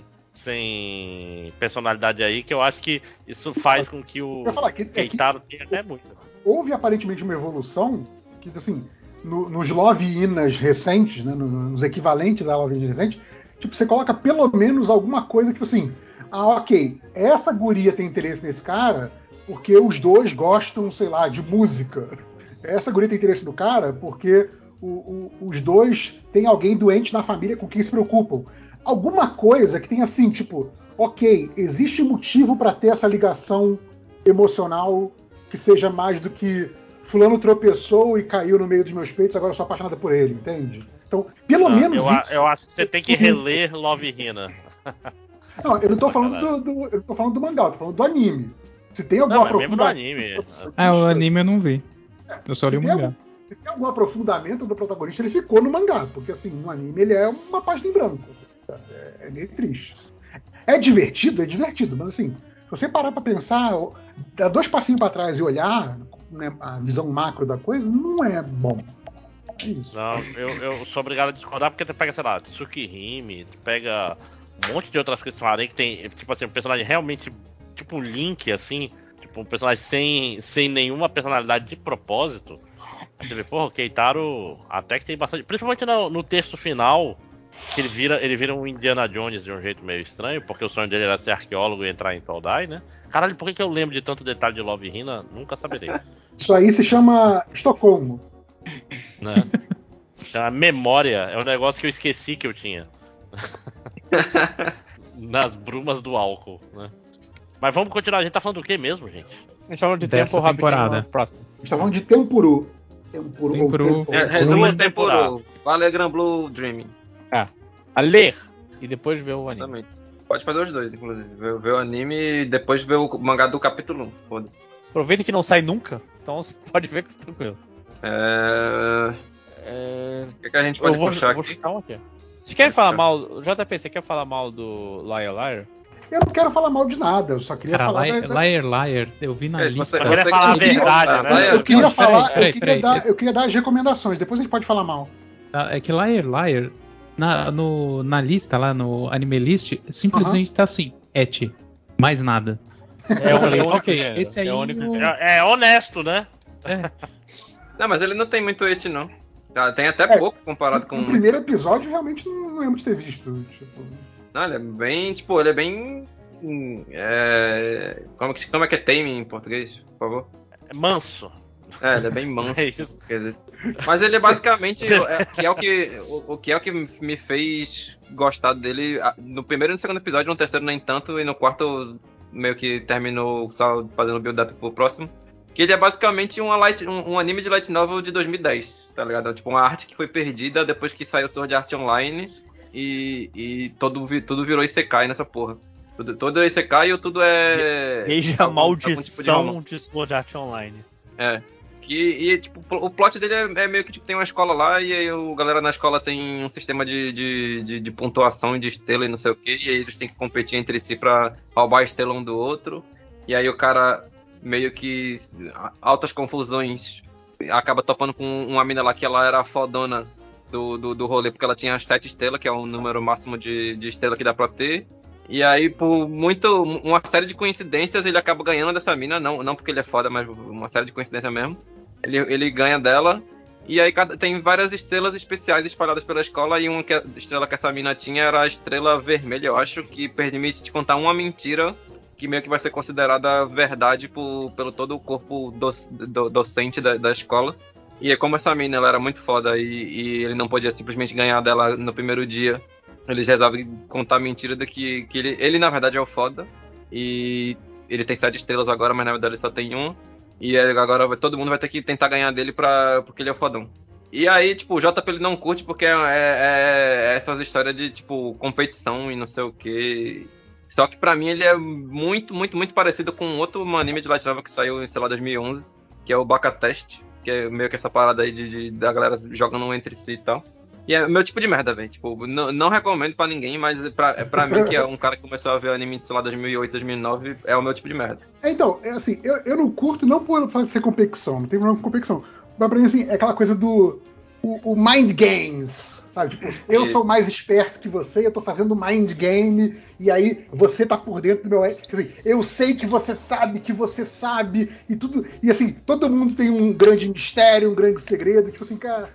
sem personalidade aí que eu acho que isso faz com que o Eu ia falar que- é que- Keitaro tenha até muito. Houve aparentemente uma evolução que, assim, no- nos Love Inas recentes, né, no- nos equivalentes a Love Inas recentes, tipo, você coloca pelo menos alguma coisa que, tipo assim, ah, ok, essa guria tem interesse nesse cara porque os dois gostam, sei lá, de música. Essa guria tem interesse no cara porque o- o- os dois têm alguém doente na família com quem se preocupam. Alguma coisa que tenha assim, tipo, ok, existe motivo para ter essa ligação emocional que seja mais do que fulano tropeçou e caiu no meio dos meus peitos, agora eu sou apaixonada por ele, entende? Então, pelo Não, menos eu, a- isso. eu acho que você tem que reler Love Hina. Não, eu não tô falando Sacanagem. do, do- eu não tô falando do mangá, eu tô falando do anime. Se tem algum Não, mas mesmo no aprofundamento. anime. Ah, o anime eu não vi. Eu só li Se o tem, mangá. algum, se tem algum aprofundamento do protagonista, ele ficou no mangá, porque assim, no anime ele é uma página em branco. É, é meio triste. É divertido, é divertido, mas assim, se você parar pra pensar, dar dois passinhos pra trás e olhar, né, a visão macro da coisa, não é bom. É isso. Não, eu, eu sou obrigado a discordar porque tu pega, sei lá, Tsukihime, tu pega um monte de outras coisas que que tem, tipo assim, um personagem realmente, tipo um Link, assim, tipo um personagem sem, sem nenhuma personalidade de propósito. Aí você vê, porra, o Keitaro até que tem bastante, principalmente no, no texto final, que ele vira, ele vira um Indiana Jones de um jeito meio estranho, porque o sonho dele era ser arqueólogo e entrar em Todai, né? Caralho, por que, que eu lembro de tanto detalhe de Love Hina? Nunca saberei. Isso aí se chama Estocolmo. Né? A memória é um negócio que eu esqueci que eu tinha. Nas brumas do álcool, né? Mas vamos continuar, a gente tá falando do que mesmo, gente? A gente falou de Dessa tempo rapidinho. temporada. no Próximo. A gente tá falando de Tempuru. Tempuru. ou Tempuru. Tempo- É, Resumo Uma o temporada. Tempuru. Vale Gran Blue Dreaming. A ler e depois ver o anime. Exatamente. Pode fazer os dois, inclusive. Ver, ver o anime e depois ver o mangá do capítulo um. Foda-se. Aproveita que não sai nunca, então você pode ver que tá tranquilo. É... É... O que, que a gente pode Eu vou, puxar eu vou aqui? chutar um aqui. Vocês querem Pode falar puxar. mal... J P, você quer falar mal do Liar Liar? Eu não quero falar mal de nada, eu só queria Cara, falar. Liar, da- Liar, Liar, eu vi na É, lista. você- Eu queria você falar a que queria verdade, contar, né? Liar. Eu queria Não, falar, peraí, eu, peraí, queria peraí. dar, eu queria dar as recomendações, depois a gente pode falar mal. Tá, é que Liar, Liar, na, no, na lista lá, no Anime List, simplesmente tá assim, et, mais nada. É Eu o falei, único ok, gênero, esse aí é o único eu- gênero. É, é honesto, né? É, Não, mas ele não tem muito et, não. Ah, tem até É, pouco comparado com... No primeiro episódio, realmente não, não lembro de ter visto. Tipo, Não, ele é bem... Tipo, ele é bem... hum, É... Como, que, como é que é tame em português, por favor? É manso. É, ele é bem manso. É isso. Quer dizer. Mas ele é basicamente é, que é o que o, o que é o que me fez gostar dele ah, no primeiro e no segundo episódio, no terceiro nem tanto e no quarto meio que terminou só fazendo build-up pro próximo. Que ele é basicamente uma light, um, um anime de light novel de dois mil e dez, tá ligado? Tipo uma arte que foi perdida depois que saiu Sword Art Online e, e todo, vi- tudo virou Isekai nessa porra. Tudo, todo é Isekai ou tudo é... Desde a algum- algum tipo de maldição romance. de Sword Art Online. É. Que, e, tipo, o plot dele é, é meio que, tipo, tem uma escola lá e aí o galera na escola tem um sistema de, de, de, de pontuação e de estrela e não sei o que, e aí eles têm que competir entre si pra roubar a estrela um do outro. E aí o cara meio que altas confusões acaba topando com uma mina lá que ela era a fodona do, do, do rolê, porque ela tinha as sete estrelas, que é o número máximo de, de estrela que dá pra ter. E aí, por muito. Uma série de coincidências, ele acaba ganhando dessa mina. Não, não porque ele é foda, mas uma série de coincidências mesmo. Ele, ele ganha dela. E aí cada, tem várias estrelas especiais espalhadas pela escola. E uma que, estrela que essa mina tinha era a estrela vermelha, eu acho, que permite te contar uma mentira que meio que vai ser considerada verdade por, pelo todo o corpo do, do, docente da, da escola. E é como essa mina ela era muito foda e, e ele não podia simplesmente ganhar dela no primeiro dia, eles resolvem contar a mentira de que, que ele, ele na verdade é o foda. E ele tem sete estrelas agora, mas na verdade ele só tem uma. E agora vai, todo mundo vai ter que tentar ganhar dele pra, porque ele é o fodão. E aí, tipo, o J P ele não curte porque é, é, é essas histórias de, tipo, competição e não sei o que. Só que pra mim ele é muito, muito, muito parecido com outro anime de Light Novel que saiu em, sei lá, dois mil e onze, que é o Baka Test, que é meio que essa parada aí de, de da galera jogando entre si e tal. E é o meu tipo de merda, velho. Tipo, não, não recomendo pra ninguém, mas pra, pra mim, que é um cara que começou a ver anime, sei lá, dois mil e oito, dois mil e nove, é o meu tipo de merda. Então, é assim, eu, eu não curto não por falar de ser competição, não tem problema com competição. Mas pra mim, assim, é aquela coisa do o, o mind games, sabe? Tipo, eu sou mais esperto que você, eu tô fazendo mind game, e aí você tá por dentro do meu... Assim, eu sei que você sabe que você sabe, e tudo... E assim, todo mundo tem um grande mistério, um grande segredo, tipo assim, cara...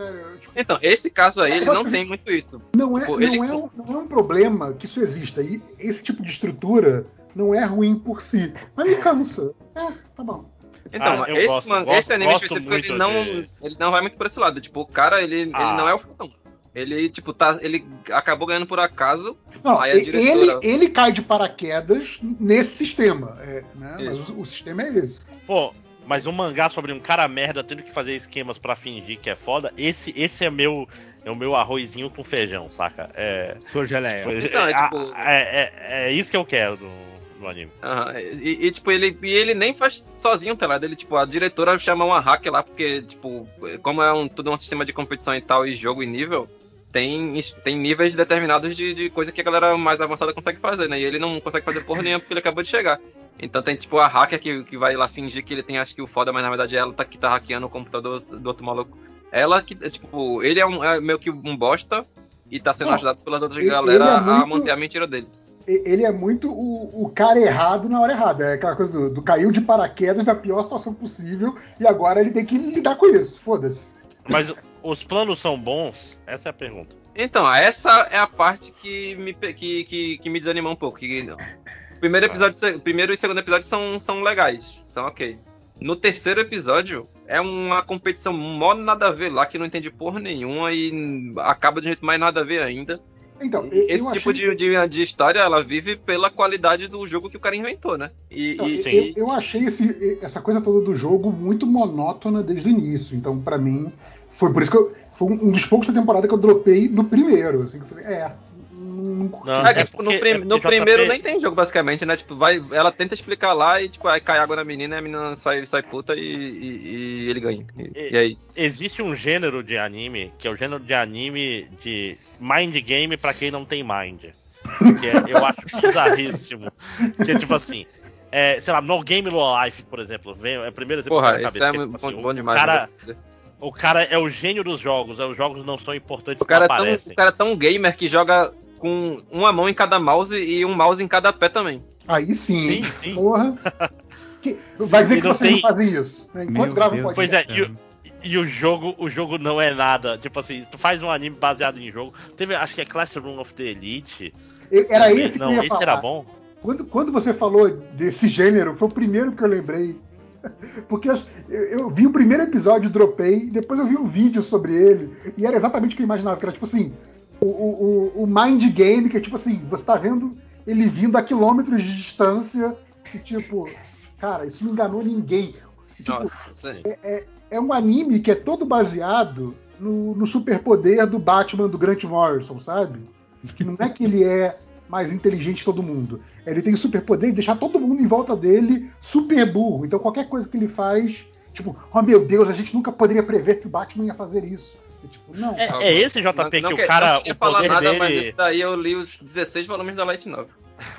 Então, esse caso aí, ele não tem muito isso. Não é, tipo, não, ele... é um, não é um problema que isso exista. E esse tipo de estrutura não é ruim por si. Mas me cansa. É, tá bom. Então, Ah, eu esse, gosto, man, gosto, esse anime gosto específico, muito ele não, de- ele não vai muito por esse lado. Tipo, o cara, ele, Ah. ele não é o fodão. Ele, tipo, tá, ele acabou ganhando por acaso. Não, aí a ele, diretora... ele cai de paraquedas nesse sistema. É, né? Mas o, o sistema é esse. Pô, mas um mangá sobre um cara merda tendo que fazer esquemas pra fingir que é foda, esse, esse é meu é o meu arrozinho com feijão, saca? É, Sua geleia. tipo, Então, é é, tipo- é, é, é isso que eu quero do, do anime. Aham, e, e, tipo, ele, e ele nem faz sozinho, tá ligado? Ele, tipo, a diretora chama uma hacker lá, porque, tipo, como é um, tudo um sistema de competição e tal, e jogo e nível, tem, tem níveis determinados de, de coisa que a galera mais avançada consegue fazer, né? E ele não consegue fazer porra nenhuma porque ele acabou de chegar. Então tem, tipo, a hacker que, que vai lá fingir que ele tem, acho que o foda, mas na verdade ela tá, que tá hackeando o computador do outro maluco. Ela que, tipo, ele é, um, é meio que um bosta e tá sendo Não, ajudado pelas outras ele- galera ele é a muito- manter a mentira dele. E- Ele é muito o, o cara errado na hora errada. É aquela coisa do, do caiu de paraquedas da pior situação possível e agora ele tem que lidar com isso. Foda-se. Mas os planos são bons? Essa é a pergunta. Então, essa é a parte que me, pe- que, que, que me desanimou um pouco. Que, o primeiro episódio, o primeiro e segundo episódio são, são legais, são ok. No terceiro episódio, é uma competição mó nada a ver lá, que não entende porra nenhuma e acaba de um jeito mais nada a ver ainda. Então, E eu, esse eu tipo achei, de, de, de história, ela vive pela qualidade do jogo que o cara inventou, né? E, então, e, eu, e- eu achei esse- essa coisa toda do jogo muito monótona desde o início. Então, pra mim, foi por isso que eu, foi um dos poucos da temporada que eu dropei no primeiro. Assim, que eu falei, é, não curti. Não, É que, é tipo, no, porque- prim- é porque no primeiro J P nem tem jogo, basicamente, né? Tipo, vai, ela tenta explicar lá e, tipo, aí cai água na menina e a menina sai, sai puta e, e- e ele ganha. E, E- e é isso. Existe um gênero de anime, que é o gênero de anime de mind game pra quem não tem mind. Que é, eu acho bizarríssimo. Que é tipo assim, é, sei lá, No Game No Life, por exemplo. Vem, é o primeiro exemplo Porra, na esse cabeça. é que muito tipo assim, bom o, demais. cara, né? o cara é o gênio dos jogos, os jogos não são importantes, O cara, é não tão, aparecem. o cara é tão gamer que joga com uma mão em cada mouse e um mouse em cada pé também. Aí sim, Sim, hein? sim. Porra. Que- vai dizer e que não vocês tem- não fazem isso. Né? Enquanto Meu gravam Deus. Pois podcast. é, e, o- e o jogo, o jogo não é nada. Tipo assim, tu faz um anime baseado em jogo. Teve, acho que é Classroom of the Elite. Era também. esse que Não, eu ia esse falar. era bom. Quando, quando você falou desse gênero, foi o primeiro que eu lembrei. Porque eu, eu vi o primeiro episódio, dropei, e depois eu vi um vídeo sobre ele, e era exatamente o que eu imaginava, que era tipo assim, o, o, o mind game, que é tipo assim, você tá vendo ele vindo a quilômetros de distância, e tipo, cara, isso não enganou ninguém. Tipo, Nossa, isso aí. é um anime que é todo baseado no, no superpoder do Batman do Grant Morrison, sabe? Que não é que ele é mais inteligente que todo mundo. Ele tem o superpoder de deixar todo mundo em volta dele super burro. Então qualquer coisa que ele faz, tipo, oh meu Deus, a gente nunca poderia prever que o Batman ia fazer isso. E, tipo, não. É, cara. é esse J P Não, não que quer- o cara, não queria o falar poder nada, dele. mas esse daí eu li os dezesseis volumes da Light Novel.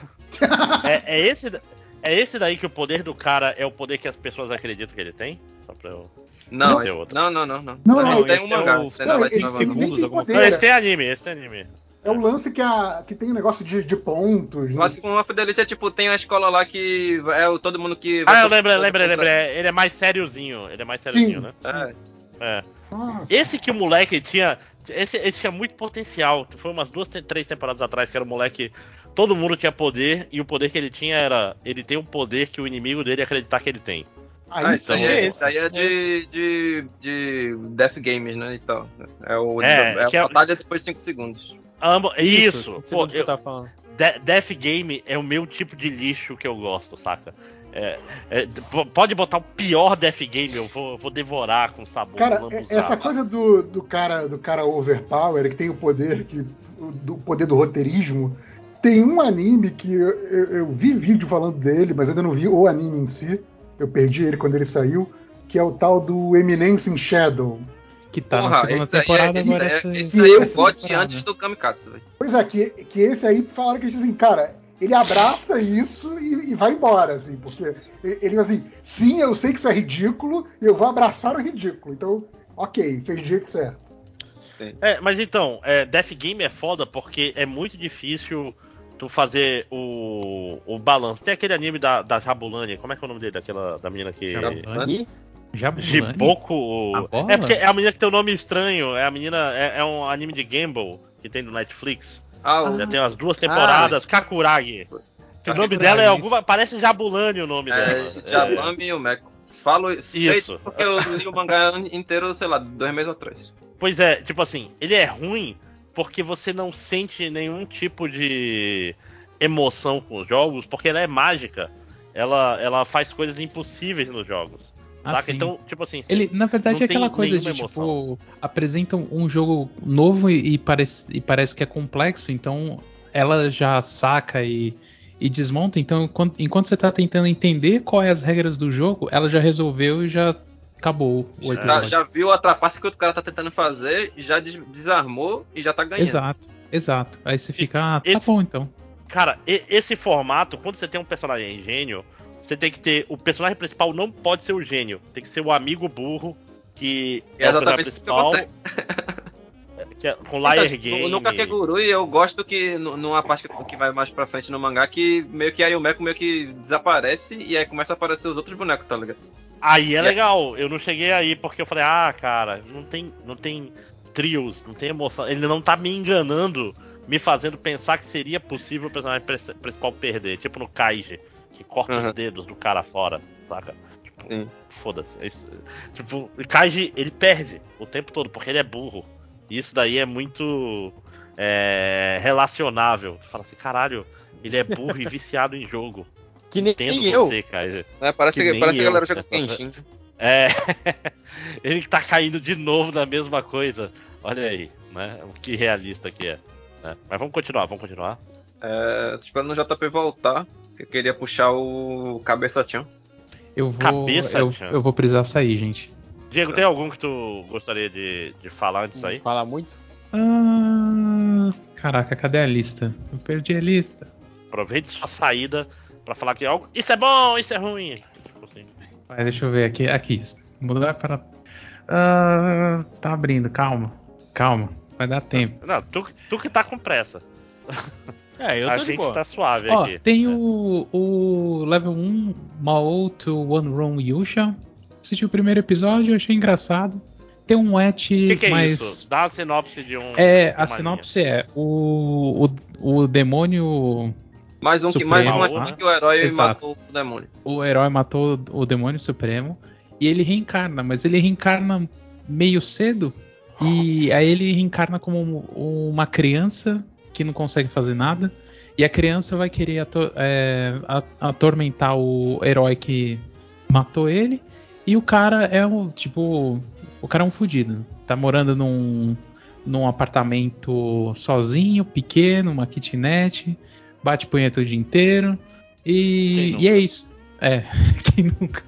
É, é esse, é esse daí que o poder do cara é o poder que as pessoas acreditam que ele tem? Só pra eu. Não, Esse é esse- outro. não, não, não, não. Não, não, esse daí é um esse é mangá. o- Esse daí não é Não, Light ele- Novel, ele não. nem segundos, tem alguma poder. Não, esse tem anime, esse tem anime. É o lance que, a, que tem um negócio de, de pontos. Eu acho que o Off the Elite é tipo, tem a escola lá que é o, todo mundo que. Ah, eu todo- lembrei, todo lembrei, contra- lembrei. Ele é mais sériozinho. Ele é mais sériozinho, Sim. né? É. É. Nossa. Esse que o moleque tinha. Esse, esse tinha muito potencial. Foi umas duas, três temporadas atrás que era o moleque. Todo mundo tinha poder. E o poder que ele tinha era. Ele tem um poder que o inimigo dele acreditar que ele tem. Aí, Ah, isso aí, então, é, esse, isso aí é de, de, de Death Games, né? E tal. É o É, é, que a é- batalha depois de cinco segundos. Amo, isso, Isso, pô, que eu, eu tava falando. De- Death Game é o meu tipo de lixo que eu gosto, saca? É, é, p- pode botar o pior Death Game, eu vou, eu vou devorar com sabor, cara, vou é- lambuzar. essa coisa do, do cara do cara overpower, que tem o poder que o- do poder do roteirismo, tem um anime que eu, eu, eu vi vídeo falando dele, mas ainda não vi o anime em si. Eu perdi ele quando ele saiu, que é o tal do Eminence in Shadow. Que tá na Porra, segunda esse daí, é, temporada esse agora. daí, é- essa- esse daí é o esse bot temporada. antes do Kamikatsu, velho. Pois é, que, que esse aí falaram que assim, cara, ele abraça isso e, e vai embora, assim, porque ele, ele assim, sim, eu sei que isso é ridículo e eu vou abraçar o ridículo. Então, ok, fez do jeito certo. É, mas então, é, Death Game é foda porque é muito difícil tu fazer o, o balanço. Tem aquele anime da, da Jabulani, como é que é o nome dele? Daquela, da menina que... Jabulani? Jabulani? Jiboku. A bola? É porque é a menina que tem um nome estranho. É a menina. É, é um anime de Gamble que tem no Netflix. Ah, o Já tem umas duas temporadas. Kakuragi. Que o nome Kakuragi, dela é isso. alguma. Parece Jabulani o nome dela. é, Jabami e o Meco. Falo sei Isso. porque eu li o mangá inteiro, sei lá, dois meses atrás. Pois é, tipo assim, ele é ruim porque você não sente nenhum tipo de emoção com os jogos, porque ela é mágica. Ela, ela faz coisas impossíveis nos jogos. Ah, Saca? sim. Então, tipo assim. Ele, na verdade, não é aquela tem coisa de, nenhuma tipo, apresentam um jogo novo e, e parece, e parece que é complexo, então ela já saca e, e desmonta. Então, enquanto, enquanto você tá tentando entender quais as regras do jogo, ela já resolveu e já acabou o Já, episódio. já viu a trapaça que o outro cara tá tentando fazer, já des- desarmou e já tá ganhando. Exato, exato. Aí você fica, ah, tá esse- bom então. Cara, e- esse formato, quando você tem um personagem gênio, você tem que ter. O personagem principal não pode ser o gênio. Tem que ser o amigo burro, que É é, o personagem exatamente isso que principal. acontece. Que é, com Liar Então, tipo, Game. no Kakegurui eu gosto que nu- numa parte que, que vai mais pra frente no mangá que meio que aí o Meco meio que desaparece e aí começa a aparecer os outros bonecos, tá ligado? Aí é E- legal. Eu não cheguei aí porque eu falei, ah, cara, não tem, não tem trios, não tem emoção. Ele não tá me enganando, me fazendo pensar que seria possível o personagem pres- principal perder. Tipo no Kaiji, que corta Uhum. os dedos do cara fora, saca? Tipo, Sim. foda-se. É isso. Tipo, o Kaiji, ele perde o tempo todo porque ele é burro. E isso daí é muito é, relacionável. Tu fala assim, caralho, ele é burro e viciado em jogo. Que nem Entendo eu. você, Kaiji. É, parece Que que, nem parece que a eu. galera joga Kenshin. É. Ele tá caindo de novo na mesma coisa. Olha aí, né? O que realista que é. Né? Mas vamos continuar, vamos continuar. É, tô esperando o J P voltar, que eu queria puxar o Cabeça Tchan. Eu vou, Cabeça, eu, Tchan. eu vou precisar sair, gente. Diego, tem algum que tu gostaria de, de falar antes aí? Fala muito. Ah, caraca, cadê a lista? Eu perdi a lista. Aproveite sua saída pra falar que algo. Isso é bom, isso é ruim. Tipo assim. Vai, deixa eu ver aqui. Aqui. Mudar para. Ah, tá abrindo, calma. Calma, vai dar tempo. Não, tu, tu que tá com pressa. É, eu A tô de gente boa. tá suave Ó, aqui. tem É. o, o level um Mao to One Room Yusha. Assisti o primeiro episódio, achei engraçado. Tem um et O que, que é mais. isso? Dá uma sinopse de um. É, de uma a sinopse é o, o, o demônio. Mais um que Supremo, mais uma né? assim que o herói Exato. matou o demônio. O herói matou o demônio supremo e ele reencarna, mas ele reencarna meio cedo e aí ele reencarna como um- uma criança que não consegue fazer nada e a criança vai querer ato- é, a- atormentar o herói que matou ele e o cara é um tipo o cara é um fudido, tá morando num, num apartamento sozinho, pequeno, uma kitnet, bate punheta o dia inteiro e, Quem e é nunca? isso. É, quem nunca.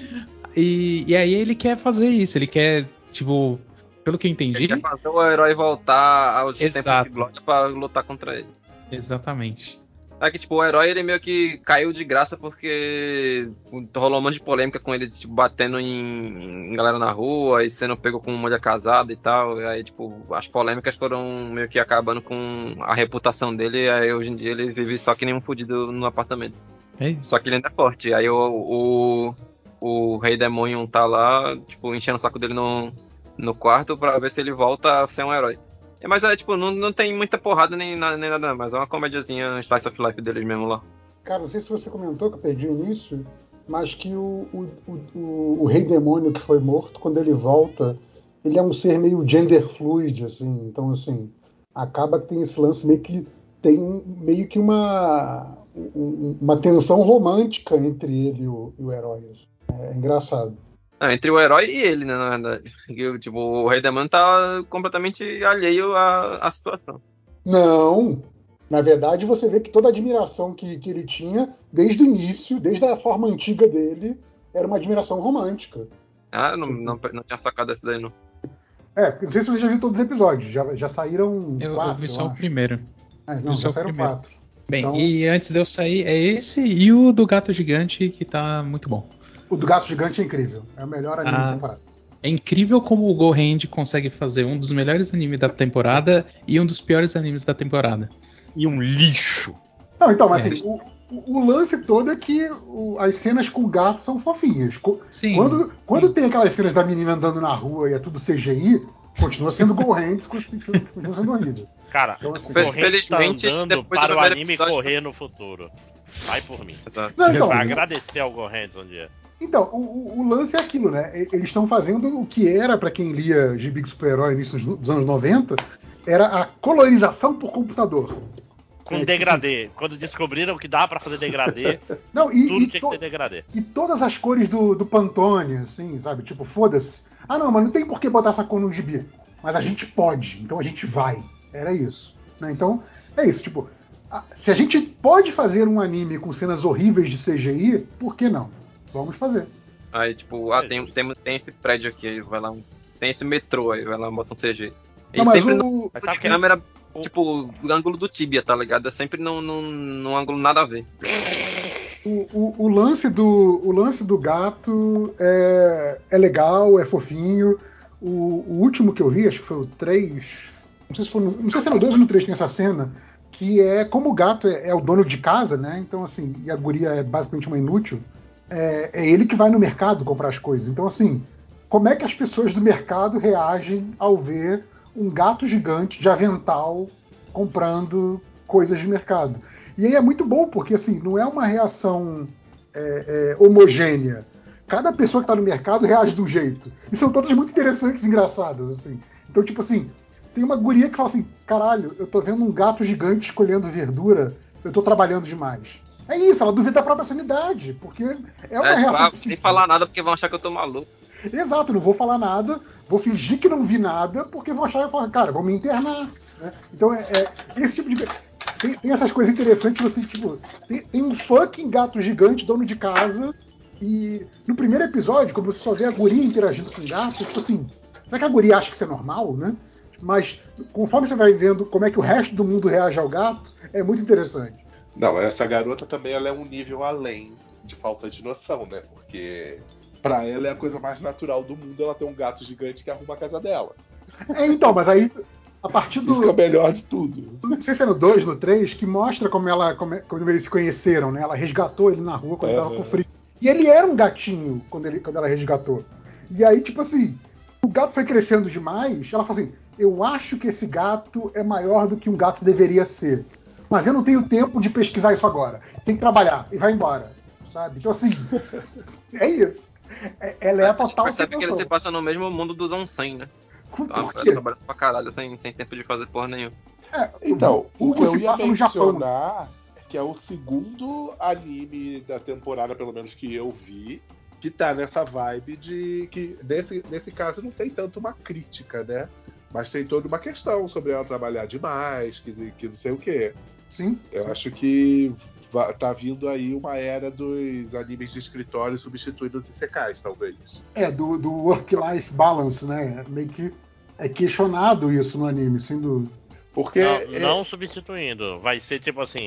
E, e aí ele quer fazer isso, ele quer, tipo, pelo que eu entendi. Ele quer fazer o herói voltar aos Exato. tempos de glória pra lutar contra ele. Exatamente. É que, tipo, o herói, ele meio que caiu de graça porque rolou um monte de polêmica com ele, tipo, batendo em, em galera na rua e sendo pego com uma mulher casada e tal. E aí, tipo, as polêmicas foram meio que acabando com a reputação dele. E aí, hoje em dia, ele vive só que nem um fudido no apartamento. É isso. Só que ele ainda é forte. Aí, o, o, o Rei Demônio tá lá, tipo, enchendo o saco dele no, no quarto pra ver se ele volta a ser um herói. É, mas é tipo, não, não tem muita porrada nem, na- nem nada, mas é uma comédiazinha Slice of Life deles mesmo lá. Cara, não sei se você comentou, que eu perdi o início, mas que o, o, o, o, o Rei Demônio que foi morto, quando ele volta, ele é um ser meio gender fluid, assim. Então, assim, acaba que tem esse lance meio que tem um- meio que uma, um- uma tensão romântica entre ele e o, e o herói. Assim. É engraçado. Ah, entre o herói e ele, né, na verdade. Que, tipo, o Rei Demônio tá completamente alheio à, à situação. Não. Na verdade, você vê que toda a admiração que, que ele tinha, desde o início, desde a forma antiga dele, era uma admiração romântica. Ah, não, não, não tinha sacado essa daí, não. É, não sei se você já viu todos os episódios, já, já saíram Eu, eu quatro, vi eu só o acho. primeiro. É, Vi não, só já o saíram primeiro. quatro. Bem, Então, e antes de eu sair, é esse e o do Gato Gigante, que tá muito bom. o do Gato Gigante é incrível. É o melhor anime Ah. da temporada. É incrível como o Gohand consegue fazer um dos melhores animes da temporada e um dos piores animes da temporada. E um lixo. Não, então, mas É. assim, o, o- o lance todo é que o- as cenas com o gato são fofinhas. Co- Sim, Quando, quando sim. tem aquelas cenas da menina andando na rua e é tudo C G I, continua sendo Gohand, continua sendo horrível. Cara, Então, assim, o corrente tá Felizmente, andando depois do para o primeiro anime episódio- correr no futuro. Vai por mim. Exato. Não, Vai então, agradecer ao Gohend um dia. Então, o, o- o lance é aquilo, né? E- Eles estão fazendo o que era, para quem lia Gibi de Super-Herói início dos dos anos noventa, era a colorização por computador. Com É, tipo degradê. Quando descobriram que dá pra fazer degradê, Não, e, tudo e tinha to- que ter degradê. e todas as cores do, do Pantone, assim, sabe? Tipo, foda-se. Ah, não, mas não tem por que botar essa cor no gibi. Mas a gente pode, então a gente vai. Era isso. Né? Então, é isso. Tipo, a- se a gente pode fazer um anime com cenas horríveis de C G I, por que não? Vamos fazer. Aí, tipo, ah, tem, tem, tem esse prédio aqui, aí vai lá, um- tem esse metrô aí, vai lá, bota um C G. E Não, mas sempre no o, Mas de sabe que- câmera, o- tipo, o ângulo do Tibia, tá ligado? É sempre num, num, num ângulo nada a ver. O, o, o lance do, o lance do gato é, é legal, é fofinho. O, o último que eu vi, acho que foi o três. Não sei se, foi no, não sei se é no dois ou no três tem essa cena. Que é como o gato é, é o dono de casa, né? Então, assim, e a guria é basicamente uma inútil. É, é ele que vai no mercado comprar as coisas. Então, assim, como é que as pessoas do mercado reagem ao ver um gato gigante de avental comprando coisas de mercado? E aí é muito bom, porque assim, não é uma reação é, é, homogênea. Cada pessoa que está no mercado reage de um jeito. E são todas muito interessantes e engraçadas, assim. Então, tipo assim, tem uma guria que fala assim, caralho, eu tô vendo um gato gigante escolhendo verdura, eu tô trabalhando demais. É isso, ela duvida da própria sanidade, porque é uma É, tipo, reação ah, sem psíquica. falar nada porque vão achar que eu tô maluco. Exato, não vou falar nada, vou fingir que não vi nada, porque vão achar que eu falo, cara, vão me internar. Né? Então é, é esse tipo de. Tem, tem essas coisas interessantes, você, tipo, tem, tem um fucking gato gigante, dono de casa, e no primeiro episódio, quando você só vê a guria interagindo com o gato, tipo assim, não é que a guria acha que isso é normal, né? Mas conforme você vai vendo como é que o resto do mundo reage ao gato, é muito interessante. Não, essa garota também ela é um nível além de falta de noção, né? Porque pra ela é a coisa mais natural do mundo ela ter um gato gigante que arruma a casa dela. É, então, mas aí, a partir do. Isso que é o melhor de tudo. Não sei se é no dois, no três, que mostra como ela como, é- como eles se conheceram, né? Ela resgatou ele na rua quando ele tava com frio. E ele era um gatinho quando, ele, quando ela resgatou. E aí, tipo assim, o gato foi crescendo demais, ela falou assim, eu acho que esse gato é maior do que um gato deveria ser. Mas eu não tenho tempo de pesquisar isso agora. Tem que trabalhar. E vai embora. Sabe? Então, assim, é isso. É- Ela é a A gente total percebe que ele sensação. se passa no mesmo mundo dos onsen, né? Por Tá quê? trabalhando pra caralho, sem, sem tempo de fazer porra nenhuma. É, Então, o que Hugo eu se ia passa no Japão. mencionar é que é o segundo anime da temporada, pelo menos que eu vi, que tá nessa vibe de que nesse, nesse caso não tem tanto uma crítica, né? Mas tem toda uma questão sobre ela trabalhar demais, que, que não sei o quê. Sim. Eu acho que va- tá vindo aí uma era dos animes de escritório substituindo os isekais, talvez. É, do, do work-life balance, né? Meio que é questionado isso no anime, sem dúvida. Porque Não, é- não substituindo. Vai ser tipo assim: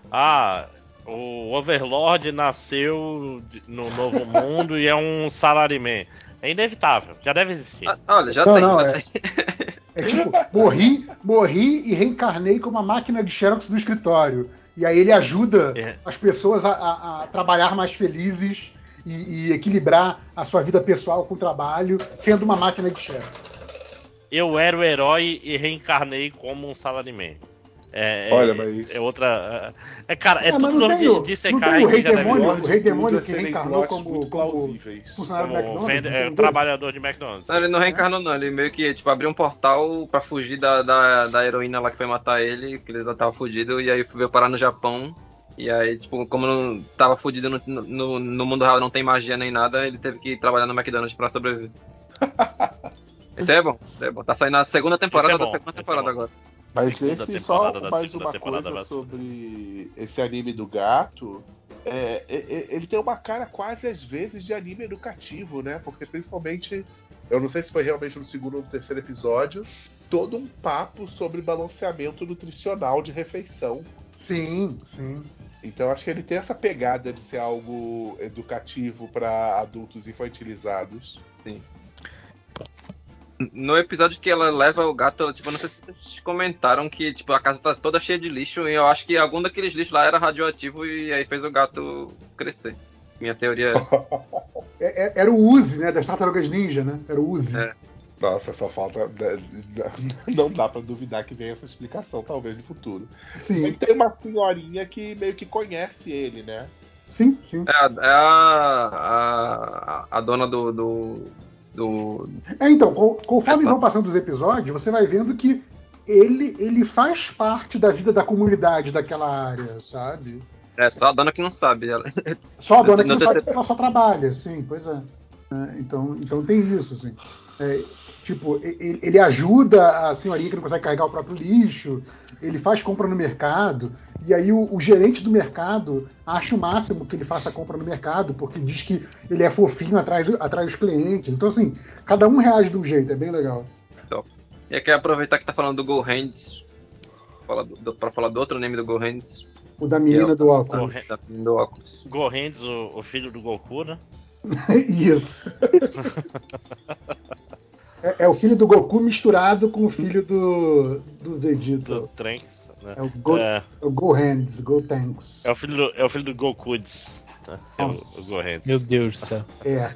Ah, o Overlord nasceu de- no Novo Mundo e é um salaryman. É inevitável, já deve existir. Ah, olha, já Não, tem. não, já é- tem. É tipo, morri, morri e reencarnei como uma máquina de xerox do escritório. E aí ele ajuda É. as pessoas a, a- a trabalhar mais felizes e, e equilibrar a sua vida pessoal com o trabalho, sendo uma máquina de xerox. Eu era o herói e reencarnei como um salaryman. É, Olha, é, mas- é outra. É, cara, é, É, mas tudo não nome tem o- de, de não Sekai tem o que Rei já deve Demônio? Pior o de Rei tudo Demônio é que serem reencarnou plots como- muito como plausíveis. funcionário do como McDonald's. vende, não é, tem o dois? trabalhador de McDonald's. Não, ele não reencarnou, não. Ele meio que, tipo, abriu um portal pra fugir da, da, da heroína lá que foi matar ele, que ele já tava fudido, e aí veio parar no Japão. E aí, tipo, como não tava fudido no, no, no mundo real, não tem magia nem nada, ele teve que trabalhar no McDonald's pra sobreviver. Esse aí é bom, esse aí é bom. Tá saindo a segunda temporada Esse é da bom, segunda esse é temporada bom. agora. Mas Segunda esse, temporada só da mais segunda uma temporada coisa vai se sobre esse anime do gato. É, é, é, ele tem uma cara quase às vezes de anime educativo, né? Porque principalmente, eu não sei se foi realmente no segundo ou no terceiro episódio, todo um papo sobre balanceamento nutricional de refeição. Sim, sim. Então acho que ele tem essa pegada de ser algo educativo para adultos infantilizados. No episódio que ela leva o gato, ela, tipo, eu não sei se vocês comentaram que, tipo, a casa tá toda cheia de lixo e eu acho que algum daqueles lixos lá era radioativo e aí fez o gato crescer. Minha teoria é essa. É- é- era o Uzi, né? Das Tartarugas Ninja, né? Era o Uzi. É. Nossa, só falta. Não dá pra duvidar que venha essa explicação, talvez, no futuro. E Sim, tem uma senhorinha que meio que conhece ele, né? sim, sim. É a, é a, a, a dona do, do, do. É, então, co- conforme É, vão passando os episódios, você vai vendo que ele, ele faz parte da vida da comunidade daquela área, sabe? É só a dona que não sabe. Ela... Só a dona que No não sabe terceiro- porque ela só trabalha, sim, pois é. É, então, então tem isso, assim. É, tipo, ele, ele ajuda a senhorinha que não consegue carregar o próprio lixo, ele faz compra no mercado, e aí o, o gerente do mercado acha o máximo que ele faça compra no mercado, porque diz que ele é fofinho atrás, atrás dos clientes. Então, assim, cada um reage de um jeito, é bem legal. E aqui aproveitar que tá falando do Go Hands, fala do, do, pra falar do outro anime do Go Hands, O da que é menina o do óculos. Corre- da, do óculos. Gohendes, o, o filho do Goku, né? Isso. É, é o filho do Goku misturado com o filho do, do Vegeta. Do Trunks, né? É o Go, É, é o Go Hands, Go Tanks. é o filho do, é o filho do Gokuds. Né? É o, Nossa. o Gohendes. Meu Deus do céu. É.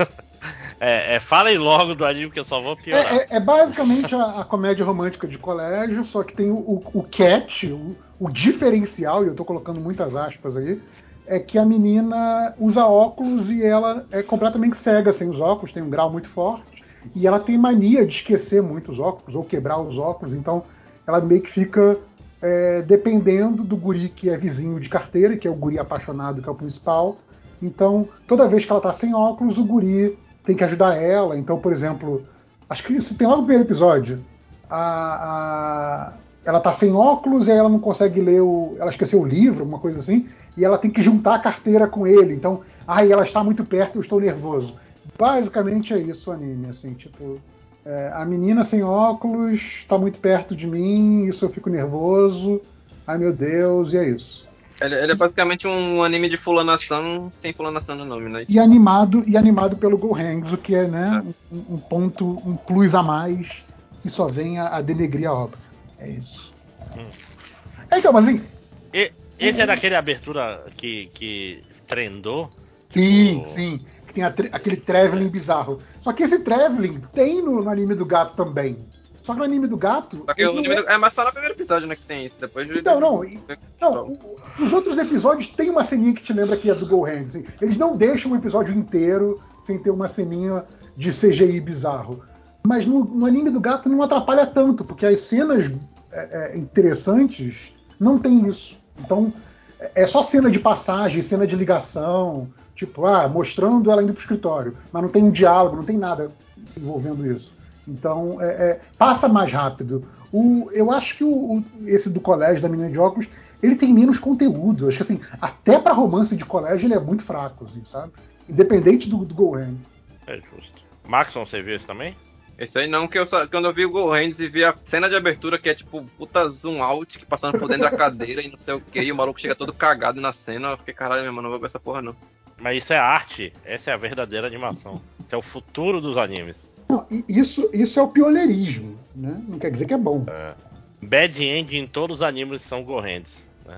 É, é, falem logo do anime que eu só vou piorar. É, é- é basicamente a, a comédia romântica de colégio, só que tem o, o, o catch, o, o diferencial, e eu tô colocando muitas aspas aí, é que a menina usa óculos e ela é completamente cega sem os óculos, tem um grau muito forte, e ela tem mania de esquecer muito os óculos, ou quebrar os óculos, então ela meio que fica é, dependendo do guri que é vizinho de carteira, que é o guri apaixonado, que é o principal. Então, toda vez que ela tá sem óculos, o guri tem que ajudar ela. Então, por exemplo, acho que isso tem logo no primeiro episódio. A, a- ela tá sem óculos e aí ela não consegue ler o. Ela esqueceu o livro, alguma coisa assim, e ela tem que juntar a carteira com ele. Então, ai, ela está muito perto, eu estou nervoso. Basicamente é isso o anime, assim, tipo. é, a menina sem óculos está muito perto de mim, isso eu fico nervoso. Ai meu Deus, e é isso. Ele, ele é basicamente um anime de fulanação sem fulanação no nome, né? E animado, e animado pelo Go Hands, o que é, né, um, um ponto, um plus a mais que só vem a, a denegrir a obra. É isso. Hum. É, então, mas assim, E- esse é daquele abertura que, que trendou. sim, Tipo, sim, que tem a tre- aquele traveling bizarro. Só que esse traveling tem no, no anime do gato também. Só que no anime do gato. Só que ele o não anime é- do- é mais só no primeiro episódio, né, que tem isso. Depois de- Então, não, e- não, o- os outros episódios tem uma ceninha que te lembra que é do Go Hands. Assim. Eles não deixam o episódio inteiro sem ter uma ceninha de C G I bizarro. Mas no, no anime do gato não atrapalha tanto, porque as cenas é, é, interessantes não tem isso. Então, é é só cena de passagem, cena de ligação, tipo, ah, mostrando ela indo pro escritório. Mas não tem um diálogo, não tem nada envolvendo isso. Então, é, é, passa mais rápido. O, eu acho que o, o- esse do colégio, da menina de óculos, ele tem menos conteúdo. Acho que, assim, até para romance de colégio, ele é muito fraco, assim, sabe? Independente do, do Go Hands. é justo. Maxon, você viu esse também? Esse aí não, que eu só, quando eu vi o Gohendes e vi a cena de abertura, que é tipo puta zoom out, que passando por dentro da cadeira e não sei o que, e o maluco chega todo cagado na cena, eu fiquei, caralho, meu mano, não vou ver essa porra não. Mas isso é arte, essa é a verdadeira animação. Isso é o futuro dos animes. Não, e isso, isso é o pioneirismo, né? Não quer dizer que é bom. É. Bad end em todos os animes são Gohendes, né?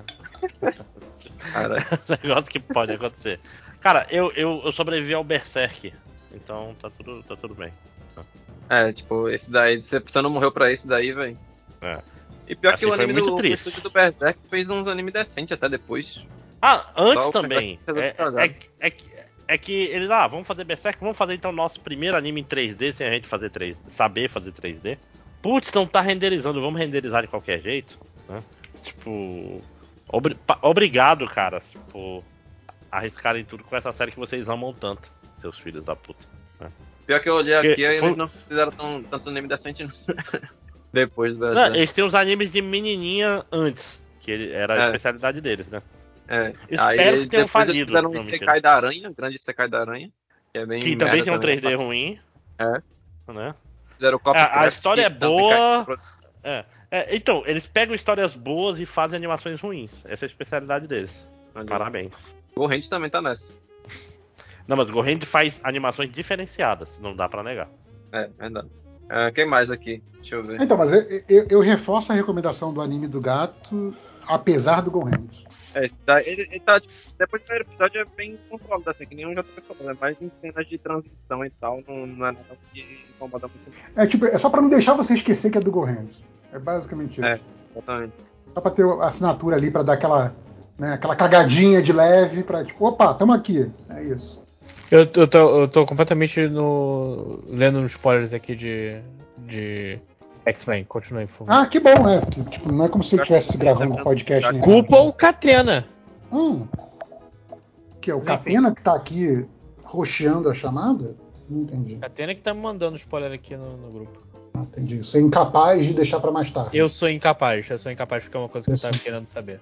Cara, Negócio que pode acontecer. Cara, eu, eu, eu sobrevivi ao Berserk, então tá tudo, tá tudo bem. é, tipo, esse daí, você você não morreu pra esse daí, velho. É. E pior Assim, que o foi anime muito do, o triste. estúdio do Berserk fez uns animes decentes até depois. Ah, antes Só o também. Berserk É, resolveu é, é, que- é que eles, ah, vamos fazer Berserk, vamos fazer então nosso primeiro anime em três D sem a gente fazer três D, saber fazer três D. Putz, não tá renderizando, vamos renderizar de qualquer jeito, né? Tipo, obri- pa- obrigado, cara, por arriscarem tudo com essa série que vocês amam tanto, seus filhos da puta. Pior que eu olhei Porque aqui, aí foi- eles não fizeram tão, tanto anime decente não. Depois do Não, Berserk. eles têm uns animes de menininha antes, que ele- era a É. especialidade deles, né? É. Espero Aí que tenham depois eles falido. fizeram um Não, Isekai da Aranha, um grande Isekai da Aranha. Que é bem que também merda tem um três D ruim. É. Né? Fizeram o É, a Copycraft, história é que também boa. cai- É. É, então, eles pegam histórias boas e fazem animações ruins. Essa é a especialidade deles. Parabéns. O Corrente também tá nessa. Não, mas Gorrend faz animações diferenciadas, não dá pra negar. É, verdade. Uh, quem mais aqui? Deixa eu ver. Então, mas eu, eu, eu reforço a recomendação do anime do gato, apesar do Gohendes. É, esse daí, ele, ele tá, tipo, depois do primeiro episódio é bem controlado, assim, que nenhum já tá falando, é mais em cenas de transição e tal, não, não é nada que incomoda muito. É tipo, é só pra não deixar você esquecer que é do Gohendes. É basicamente isso. É, exatamente. Só pra ter a assinatura ali, pra dar aquela, né, aquela cagadinha de leve, pra tipo, opa, tamo aqui. É isso. Eu, eu, tô, eu tô completamente no, lendo uns spoilers aqui de, de X-Men. Continue, por favor. Ah, que bom, né? Porque, tipo, não é como se você estivesse gravando podcast. Nem Culpa o Catena. Hum. Que é o Enfim. Catena que tá aqui roxeando a chamada? Não entendi. Catena que tá me mandando spoiler aqui no, no grupo. Não entendi. Você é incapaz de deixar pra mais tarde. Eu sou incapaz, eu sou incapaz porque é uma coisa que eu tava querendo saber.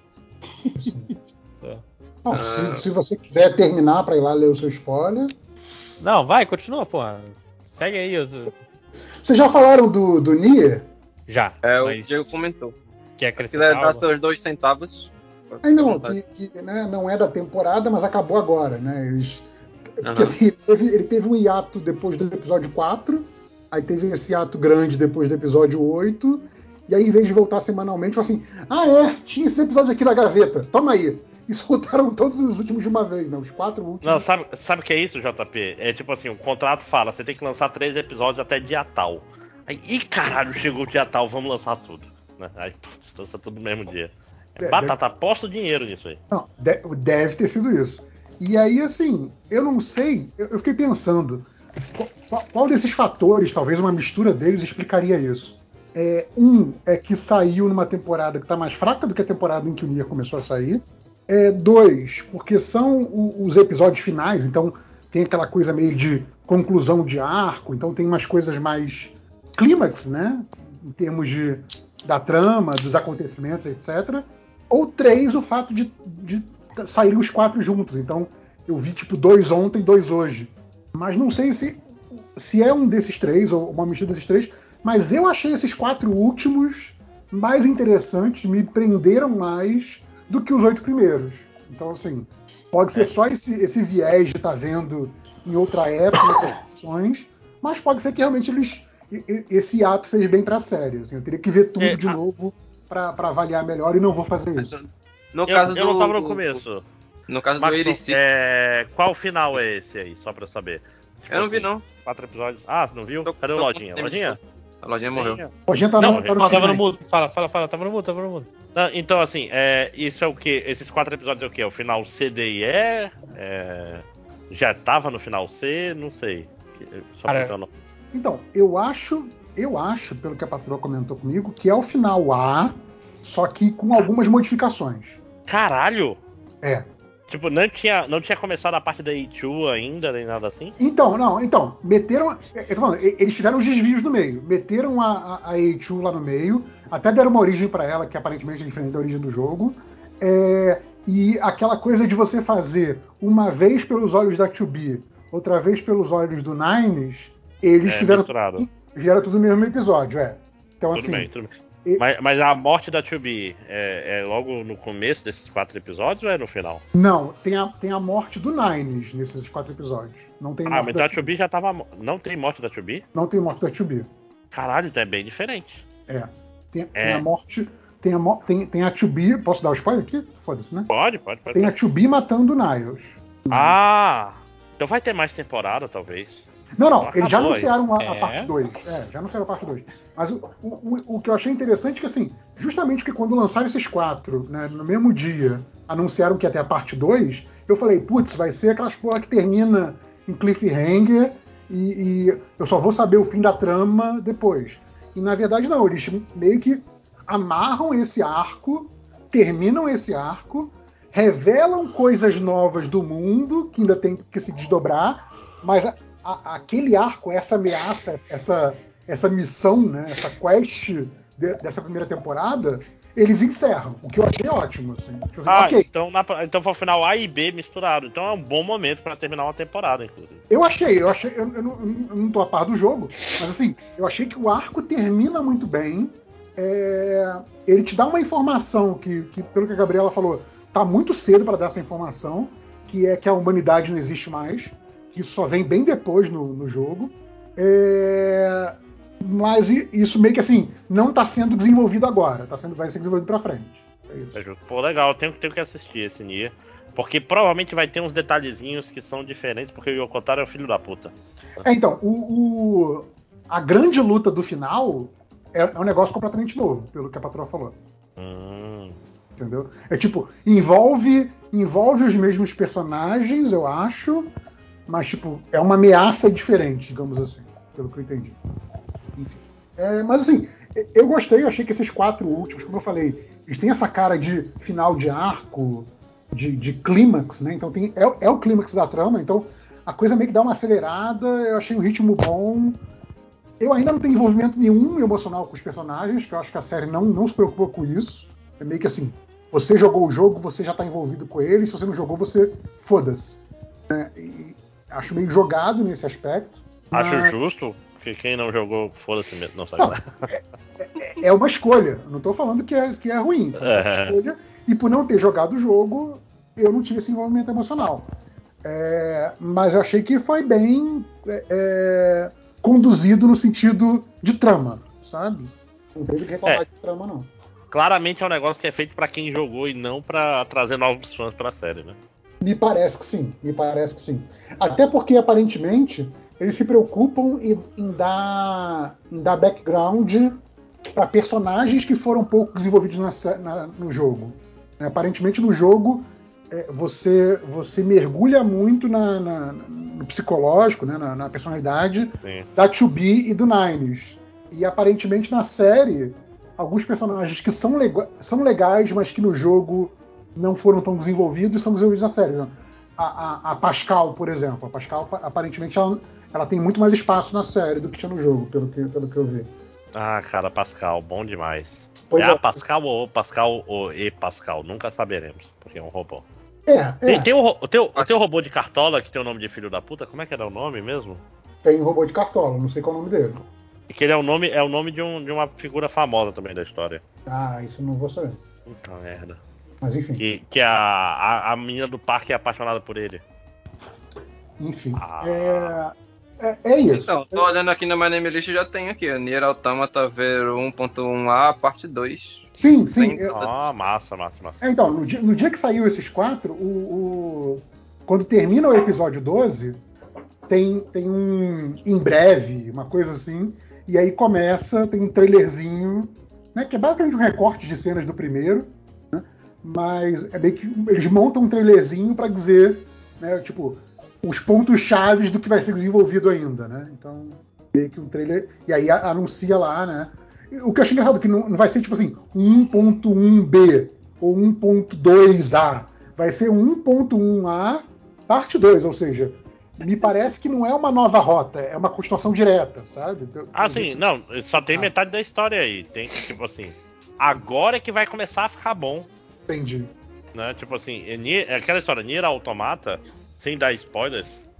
Só. Não, se, se você quiser terminar pra ir lá ler o seu spoiler. Não, vai, continua, porra. Segue aí. Os... Vocês já falaram do, do Nier? Já. É, mas o Diego comentou. quer Se acrescentar quiser dar algo? seus dois centavos. Ah, não, que, que, né, não é da temporada, mas acabou agora, né? Eles, porque Aham. assim, teve- ele teve um hiato depois do episódio quatro, aí teve esse hiato grande depois do episódio oito, e aí em vez de voltar semanalmente, falou assim: ah, é, tinha esse episódio aqui na gaveta, toma aí. E soltaram todos os últimos de uma vez, né? Os quatro últimos. Não, sabe, sabe o que é isso, J P? É tipo assim, o contrato fala, você tem que lançar três episódios até dia tal. Aí, ih, caralho, chegou o dia tal, vamos lançar tudo. Né? Aí, putz, lança tudo no mesmo dia. É É, batata, aposta o dinheiro nisso aí. Não, de- deve ter sido isso. E aí, assim, eu não sei, eu, eu fiquei pensando, qual, qual- qual desses fatores, talvez uma mistura deles, explicaria isso? É, um é que saiu numa temporada que está mais fraca do que a temporada em que o Nier começou a sair. É, dois, porque são o- os episódios finais, então tem aquela coisa meio de conclusão de arco, então tem umas coisas mais clímax, né? Em termos de, da trama, dos acontecimentos, etcétera. Ou três, o fato de, de saírem os quatro juntos. Então, eu vi tipo dois ontem, dois hoje. Mas não sei se, se é um desses três, ou uma mistura desses três, mas eu achei esses quatro últimos mais interessantes, me prenderam mais do que os oito primeiros. Então, assim, pode ser É. só esse, esse viés de estar vendo em outra época, em outras situações, mas pode ser que realmente eles, e- e- esse ato fez bem pra série. Assim, eu teria que ver tudo É, de a- novo pra pra avaliar melhor e não vou fazer isso. No Eu, caso eu não do- tava no do- começo. No caso do Maxon, oitenta e seis. é, qual final é esse aí, só pra eu saber? Tipo Eu não vi, assim, não. Quatro episódios. Ah, não viu? Tô- Cadê o tô Lojinha? com Lojinha? A lojinha morreu. Lojinha? A gente tá Não, no, tá no Não, tava no final. mudo. Fala, fala, fala. Tava no mudo, tava no mudo. Não, então, assim, é, isso é o que? Esses quatro episódios é o que? É o final C, D e E? É, já tava no final C? Não sei. Só Cara, pra eu não- Então, eu acho, eu acho, pelo que a patroa comentou comigo, que é o final A, só que com algumas modificações. Caralho! É. Tipo, não tinha, não tinha começado a parte da E dois ainda, nem nada assim? Então, não, então, meteram. Eu tô falando, e- eles fizeram os desvios no meio. Meteram a, a, a A dois lá no meio, até deram uma origem pra ela, que aparentemente é diferente da origem do jogo. É, e aquela coisa de você fazer uma vez pelos olhos da dois B, outra vez pelos olhos do Nines, eles É, fizeram. misturado. Vieram tudo no mesmo episódio, é. Então, Tudo assim, bem, tudo bem. e- Mas, mas a morte da dois B é, é logo no começo desses quatro episódios ou é no final? não, tem a, tem a morte do Nines nesses quatro episódios. Não tem Ah, morte mas da então a dois B já tava. mo- Não tem morte da dois B? Não tem morte da dois B. Caralho, então é bem diferente. É. Tem, É. tem a morte. Tem a, mo- tem, tem a dois B. Posso dar o spoiler aqui? Foda-se, né? Pode, pode, pode. Tem a pode. dois B matando o Niles. Ah! Então vai ter mais temporada, talvez. Não, não, Não eles já acabou anunciaram a, a É. parte dois. É, já anunciaram a parte dois. Mas o, o, o- o que eu achei interessante é que, assim, justamente porque quando lançaram esses quatro, né, no mesmo dia, anunciaram que ia ter a parte dois, eu falei, putz, vai ser aquelas porra que termina em cliffhanger e, e eu só vou saber o fim da trama depois. E na verdade não, eles meio que amarram esse arco, terminam esse arco, revelam coisas novas do mundo que ainda tem que se desdobrar, mas a- a- aquele arco, essa ameaça, essa, essa missão, né, essa quest de- dessa primeira temporada, eles encerram, o que eu achei ótimo. Assim. Tipo assim, Ah, ok, então, na- então foi o final A e B misturado. Então é um bom momento pra terminar uma temporada, inclusive. eu achei, eu achei, eu, eu não, eu não tô a par do jogo, mas assim, eu achei que o arco termina muito bem. É, ele te dá uma informação que, que, pelo que a Gabriela falou, tá muito cedo para dar essa informação, que é que a humanidade não existe mais, que isso só vem bem depois no, no jogo. É, mas i- isso meio que assim, não está sendo desenvolvido agora, tá sendo, vai ser desenvolvido para frente. É isso. É justo. Pô, legal, eu tenho, tenho que assistir esse Nier. Porque provavelmente vai ter uns detalhezinhos que são diferentes, porque o Yokotaro é o filho da puta. É, então, o, o- a grande luta do final é, é um negócio completamente novo, pelo que a patroa falou. Hum. Entendeu? É tipo, envolve, envolve os mesmos personagens, eu acho, mas tipo, é uma ameaça diferente, digamos assim, pelo que eu entendi. Enfim. É, mas assim, eu gostei, eu achei que esses quatro últimos, como eu falei, eles têm essa cara de final de arco, de, de clímax, né? Então tem, é, é o clímax da trama, então a coisa meio que dá uma acelerada, eu achei um ritmo bom. Eu ainda não tenho envolvimento nenhum emocional com os personagens, que eu acho que a série não, não se preocupa com isso. É meio que assim, você jogou o jogo, você já está envolvido com ele, se você não jogou, você foda-se. É, e acho meio jogado nesse aspecto. Acho mas justo, porque quem não jogou, foda-se mesmo, não sabe. Não, é uma escolha. Não estou falando que é, que é ruim. É uma É. escolha. E por não ter jogado o jogo, eu não tive esse envolvimento emocional. É, mas eu achei que foi bem é, é, conduzido no sentido de trama, sabe? Não vejo o que reclamar É. de trama, não. Claramente é um negócio que é feito pra quem jogou e não pra trazer novos fãs pra série, né? Me parece que sim, me parece que sim. Até porque, aparentemente, eles se preocupam em, em dar, em dar background para personagens que foram pouco desenvolvidos na sé- na- no jogo. É, aparentemente, no jogo, é, você, você mergulha muito na- na- no psicológico, né, na, na personalidade Sim. da dois B e do Nines. E, aparentemente, na série, alguns personagens que são, lega- são legais, mas que no jogo não foram tão desenvolvidos, são desenvolvidos na série. Né? A, a- a Pascal, por exemplo. A Pascal, aparentemente, ela, ela tem muito mais espaço na série do que tinha no jogo, pelo que, pelo que eu vi. Ah, cara, Pascal, bom demais. Pois é é. a Pascal ou Pascal ou E Pascal? Nunca saberemos, porque é um robô. É, Tem, é. tem, o, ro- tem, o, Acho- tem o robô de cartola que tem o nome de filho da puta? Como é que era o nome mesmo? Tem o robô de cartola, não sei qual é o nome dele. E que ele é o nome, é o nome de, um, de uma figura famosa também da história. Ah, isso eu não vou saber. Puta merda. Mas enfim. Que, que a, a, a menina do parque é apaixonada por ele. Enfim. Ah. É, é, é isso. Então, tô olhando aqui na My Name List e já tem aqui, ó, Nier Automata Vero um ponto um A, parte dois. Sim, sim. Tem- eu- Ah, massa, massa, massa. É, então, no dia, no dia que saiu esses quatro, o, o- quando termina o episódio doze, tem, tem um em breve, uma coisa assim, e aí começa, tem um trailerzinho, né, que é basicamente um recorte de cenas do primeiro, né, mas é meio que eles montam um trailerzinho para dizer, né, tipo, os pontos chaves do que vai ser desenvolvido ainda, né? Então, meio que um trailer, e aí a- anuncia lá, né? O que eu achei engraçado, que não, não vai ser tipo assim, um ponto um B ou um ponto dois A. Vai ser um ponto um A, parte dois, ou seja, me parece que não é uma nova rota, é uma continuação direta, sabe? Então, Ah, sim, não, só tem Ah. metade da história aí. Tem que, tipo assim, agora é que vai começar a ficar bom, Entendi. né? Tipo assim, é Nier- é aquela história, Nier Automata, sem dar spoilers,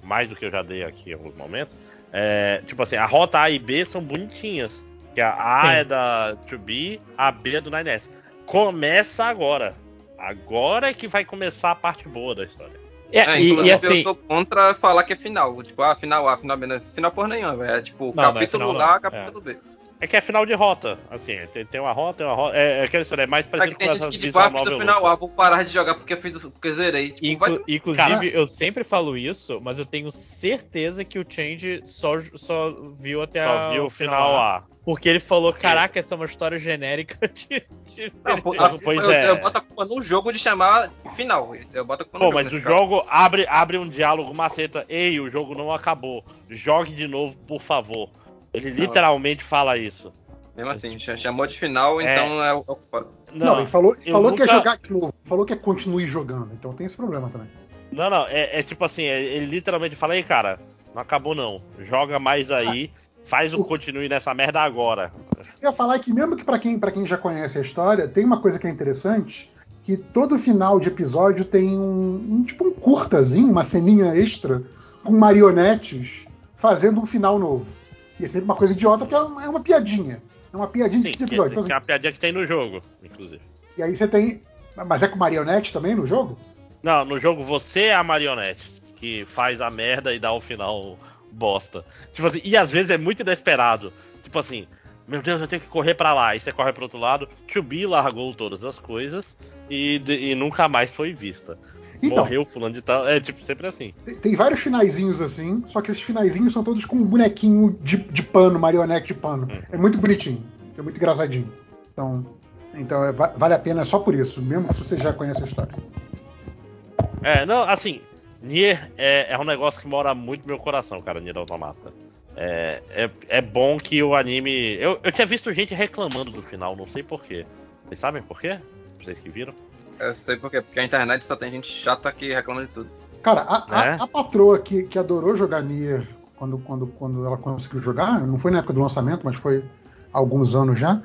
mais do que eu já dei aqui em alguns momentos. É, tipo assim, a rota A e B são bonitinhas. Que a A Sim. é da dois B, a B é do nine S. Começa agora. Agora é que vai começar a parte boa da história. É, É, e, inclusive e eu assim. sou contra falar que é final. Tipo, ah, final A, final B. Não é final por nenhuma, velho. É tipo, Não, não é capítulo final, A, não. capítulo B. É que é final de rota. Assim, tem, tem uma rota, tem uma rota. É, é aquela história, é mais É parecido que tem com gente essas que tipo, ah, visual fiz o novel final louca. A, vou parar de jogar porque eu fiz o- porque eu zerei. Tipo, vai Inclu- ter- inclusive, Cara, eu sempre falo isso, mas eu tenho certeza que o Change só, só viu até Só a- viu o final A. A. Porque ele falou, Porque- caraca, essa é uma história genérica de... de Não, pô, Pois a culpa- eu, é. eu boto a culpa no jogo de chamar final. Eu boto a culpa no Pô, jogo. mas o nesse caso. jogo abre, abre um diálogo maceta. Ei, o jogo não acabou. Jogue de novo, por favor. Ele literalmente fala isso. Mesmo assim, ch- chamou de final, É. então é o o culpado. Não, ele falou, eu falou que nunca- ia jogar de novo. Falou que ia continue jogando. Então tem esse problema também. Não, não, é, é tipo assim, é- ele literalmente fala, ei, cara, não acabou não. Joga mais aí, faz o o- continue nessa merda agora. Eu ia falar que mesmo que pra quem, pra quem já conhece a história, tem uma coisa que é interessante, que todo final de episódio tem um, um tipo um curtazinho, uma ceninha extra, com marionetes fazendo um final novo. E é sempre uma coisa idiota, porque é uma, é uma piadinha. É uma piadinha Sim, de que, episódio. que Então, é uma piadinha que tem no jogo, inclusive. assim, e aí você tem. Mas é com marionete também no jogo? Não, no jogo você é a marionete que faz a merda e dá o final bosta. Tipo assim, e às vezes é muito inesperado. Tipo assim, meu Deus, eu tenho que correr pra lá. E você corre pro outro lado. dois B largou todas as coisas e, de- e nunca mais foi vista. Então. Morreu fulano de tal. É tipo sempre assim. Tem, tem vários finaizinhos assim, só que esses finaizinhos são todos com um bonequinho de, de pano, marionete de pano. Uhum. É muito bonitinho, é muito engraçadinho. Então, então é, va- vale a pena só por isso, mesmo se você já conhece a história. É, não, assim, Nier é, é um negócio que mora muito no meu coração, cara, Nier Automata. É, é, é bom que o anime. Eu, eu tinha visto gente reclamando do final, não sei porquê. Vocês sabem por quê? Vocês que viram? Eu sei por quê, porque a internet só tem gente chata que reclama de tudo. Cara, a, a- É? a patroa que, que adorou jogar Nier quando, quando, quando ela conseguiu jogar, não foi na época do lançamento, mas foi há alguns anos já,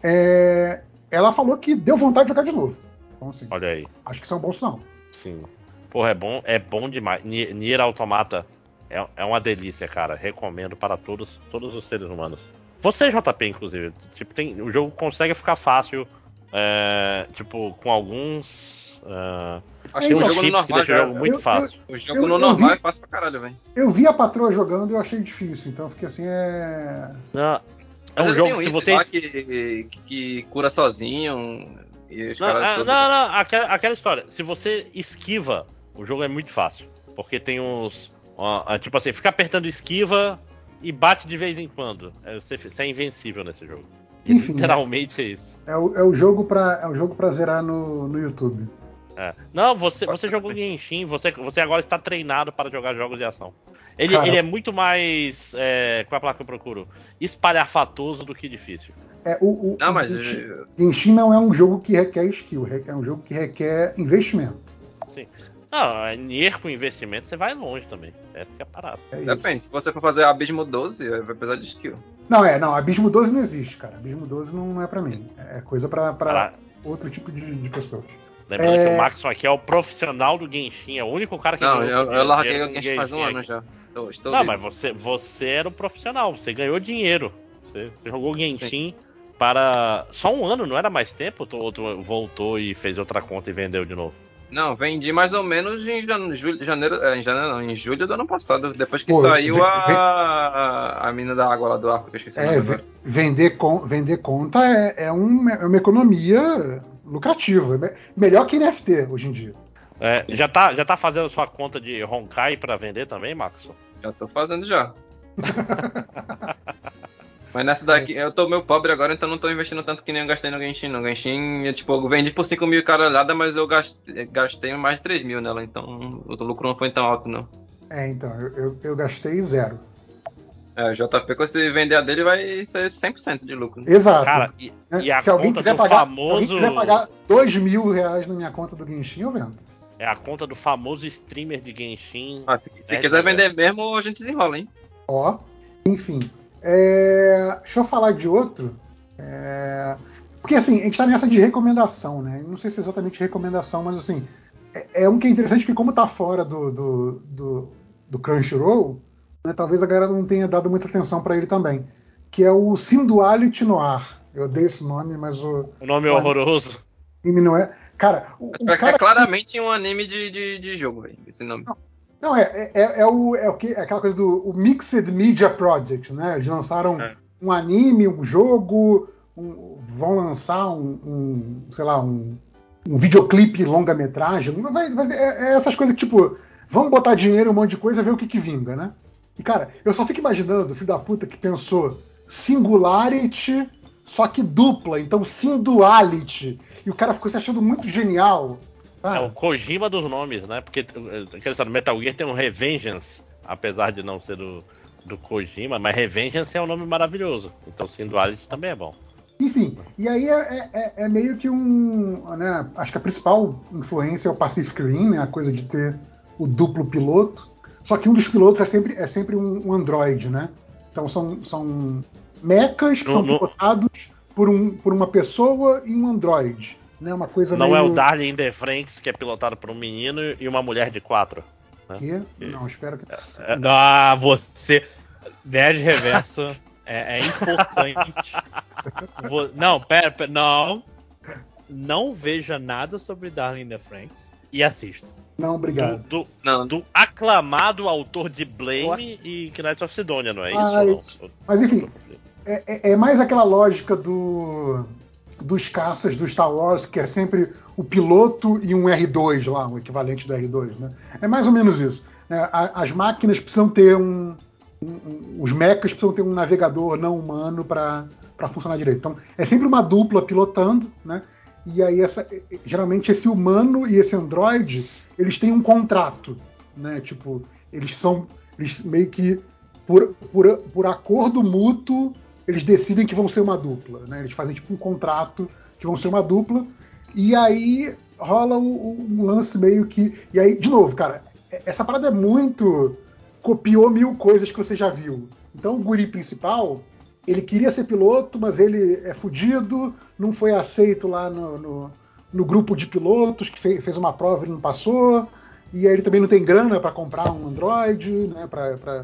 é, ela falou que deu vontade de jogar de novo. Então, assim, Olha aí. acho que isso é um bom sinal. Sim. Porra, é bom, é bom demais. Nier, Nier Automata é, é uma delícia, cara. Recomendo para todos, todos os seres humanos. Você, J P, inclusive. Tipo, tem, o jogo consegue ficar fácil. É, tipo, com alguns. Uh, Acho tem que o uns jogo no cheats que normal deixa o já. jogo muito Eu- fácil. O jogo Eu- no eu normal vi- é fácil pra caralho, velho. Eu vi a patroa jogando e eu achei difícil, então eu fiquei assim, é. Não, é Mas um ele jogo tem um que se item vocês. lá que, que, que cura sozinho. E os Não, caras ah, todos. não, não, aquela, aquela história. Se você esquiva, o jogo é muito fácil. Porque tem uns. ó, ah, tipo assim, fica apertando esquiva e bate de vez em quando. É, você, você é invencível nesse jogo. E Enfim, literalmente é isso. É o, é o jogo pra, é o jogo pra zerar no, no YouTube. É. Não, você, você jogou Genshin, você, você agora está treinado para jogar jogos de ação. Ele, Cara. ele é muito mais. É, qual é a palavra que eu procuro? Espalhafatoso do que difícil. É, o, o, Não, o mas. Genshin, eh, Genshin não é um jogo que requer skill, é um jogo que requer investimento. Sim. Não, é Nier com investimento você vai longe também. Essa que é a parada. É isso. Depende, se você for fazer Abismo doze, vai precisar de skill. Não, é, não, Abismo doze não existe, cara. Abismo doze não, não é pra mim. É coisa pra, pra Para- outro tipo de, de pessoas. Lembrando É. que o Maxon aqui é o profissional do Genshin, é o único cara que Não, ganhou eu, eu dinheiro larguei o com Genshin faz um aqui. ano já. Estou, estou Não, vivo. mas você, você era o profissional, você ganhou dinheiro. Você, você jogou Genshin para. Só um ano, não era mais tempo? Ou tu, ou tu voltou e fez outra conta e vendeu de novo? Não, vendi mais ou menos em jan- julho, janeiro, é, em janeiro não, em julho do ano passado, depois que Pô, saiu vem- a, a mina da água lá do arco, que eu esqueci o É, nome ve- agora. vender, con- vender conta é, é, um- é uma economia lucrativa. É me- melhor que N F T hoje em dia. É, já, tá, já tá fazendo sua conta de Honkai para vender também, Maxon? Já tô fazendo já. Mas nessa daqui, eu tô meio pobre agora, então não tô investindo tanto que nem eu gastei no Genshin. No Genshin, eu, tipo, eu vendi por cinco mil caralhada, mas eu gastei, gastei mais de três mil nela, então o lucro não foi tão alto, não. É, então, eu, eu, eu gastei zero. É, o J P, quando você vender a dele, vai ser cem por cento de lucro. Exato. Cara, e, Né? e a se alguém conta quiser do pagar, famoso. se alguém quiser pagar dois mil reais na minha conta do Genshin, eu vendo. É a conta do famoso streamer de Genshin. Ah, se se É, quiser cara. vender mesmo, a gente desenrola, hein? Ó, enfim. É, deixa eu falar de outro. É, porque assim, a gente tá nessa de recomendação, né? Não sei se é exatamente recomendação, mas assim, é, é um que é interessante porque como tá fora do, do, do, do Crunchyroll, né, talvez a galera não tenha dado muita atenção para ele também, que é o Synduality Noir. Eu odeio esse nome, mas o... O nome é horroroso. O anime não é... Cara, o, o É, cara... é claramente um anime de, de, de jogo, velho, esse nome. Não, não é, é, é, o, é, o que, é aquela coisa do o Mixed Media Project, né? Eles lançaram É. um anime, um jogo, um, vão lançar um, um, sei lá, um, um videoclipe longa-metragem. Vai, vai, é, é essas coisas que, tipo, vamos botar dinheiro em um monte de coisa e ver o que, que vinga, né? E, cara, eu só fico imaginando o filho da puta que pensou Singularity, só que dupla, então Synduality. E o cara ficou se achando muito genial. É o Sabe? Kojima dos nomes, né? Porque aquele sabe, Metal Gear tem um Revengeance, apesar de não ser do, do Kojima, mas Revengeance é um nome maravilhoso. Então Synduality também é bom. Enfim, e aí é, é, é meio que um. Né, acho que a principal influência é o Pacific Rim, né, a coisa de ter o duplo piloto. Só que um dos pilotos é sempre, é sempre um, um androide, né? Então são, são mechas que No- são no- pilotados por, um, por uma pessoa e um androide. Né, uma coisa Não meio... é o Darling in the Franxx, que é pilotado por um menino e uma mulher de quatro. Que? Não, espero que... Ah, você. Nerd Reverso é, é importante. Vo- Não, pera, pera, não. Não veja nada sobre Darling in the Franxx e assista. Não, Do, obrigado. do, Não, do aclamado autor de Blame e Knights of Sidonia, não é isso? Ah, ou não? isso. Mas enfim, é, é- é mais aquela lógica do, dos caças do Star Wars, que é sempre o piloto e um R dois lá, um equivalente do R dois, né? É mais ou menos isso. Né? A- As máquinas precisam ter um, um- um- os mechas precisam ter um navegador não humano para funcionar direito. Então, é sempre uma dupla pilotando, né? E aí, essa, geralmente, esse humano e esse androide, eles têm um contrato, né? Tipo, eles são eles meio que por, por, por acordo mútuo, eles decidem que vão ser uma dupla, né? Eles fazem tipo um contrato que vão ser uma dupla, e aí rola um, um lance meio que... E aí, de novo, cara, essa parada é muito... Copiou mil coisas que você já viu. Então o guri principal, ele queria ser piloto, mas ele é fudido, não foi aceito lá no, no, no grupo de pilotos, que fez, fez uma prova e não passou, e aí ele também não tem grana para comprar um Android, né, para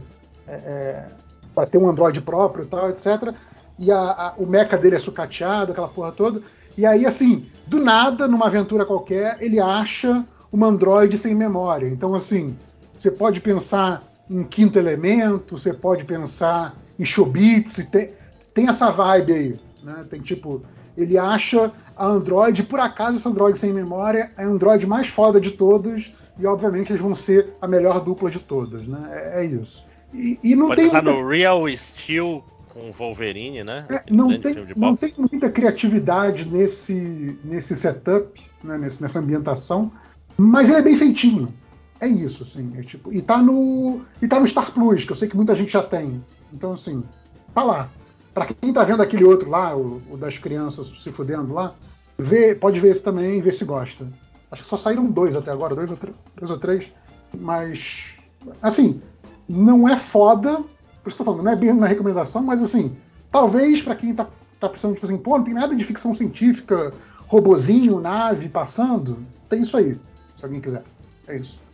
é, é, ter um Android próprio e tal, etcétera. E a, a, o mecha dele é sucateado, aquela porra toda. E aí, assim, do nada, numa aventura qualquer, ele acha uma Android sem memória. Então, assim, você pode pensar em Quinto Elemento, você pode pensar em Chobits, tem, tem essa vibe aí, né? Tem tipo, ele acha a Android, por acaso essa Android sem memória é a Android mais foda de todas, e obviamente eles vão ser a melhor dupla de todas, né? É, é isso. E, e não Pode tem pensar muita, no Real Steel com Wolverine, né? é, Aquele não, grande tem, filme de não boxe. tem muita criatividade nesse, nesse setup, né? Nesse, nessa ambientação, mas ele é bem feitinho. É isso, assim. É tipo, e, tá no, e tá no Star Plus, que eu sei que muita gente já tem. Então, assim, tá lá. Pra quem tá vendo aquele outro lá, o, o das crianças se fudendo lá, vê, pode ver esse também e ver se gosta. Acho que só saíram dois até agora, dois ou, dois ou três. Mas, assim, não é foda, por isso que eu tô falando, não é bem uma recomendação, mas, assim, talvez pra quem tá, tá pensando, tipo assim, pô, não tem nada de ficção científica, robozinho, nave passando, tem isso aí, se alguém quiser. É isso.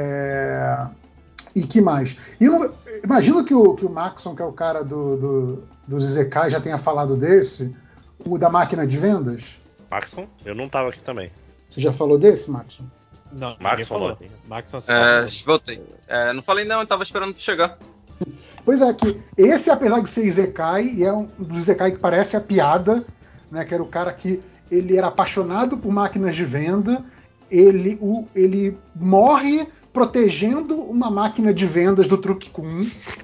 É... E que mais? E eu, imagino que o, que o Maxon, que é o cara do, do, do Zekai, já tenha falado desse, o da máquina de vendas. Maxon? Eu não tava aqui também. Você já falou desse, Maxon? Não, Maxon ninguém falou. não. Maxon você É, falou. voltei. É, não falei não, eu tava esperando tu chegar. Pois é, que esse, apesar de ser Izekai, e é um dos Izekai que parece a piada, né, que era o cara que ele era apaixonado por máquinas de venda, ele, o, ele morre protegendo uma máquina de vendas do Truque Kun.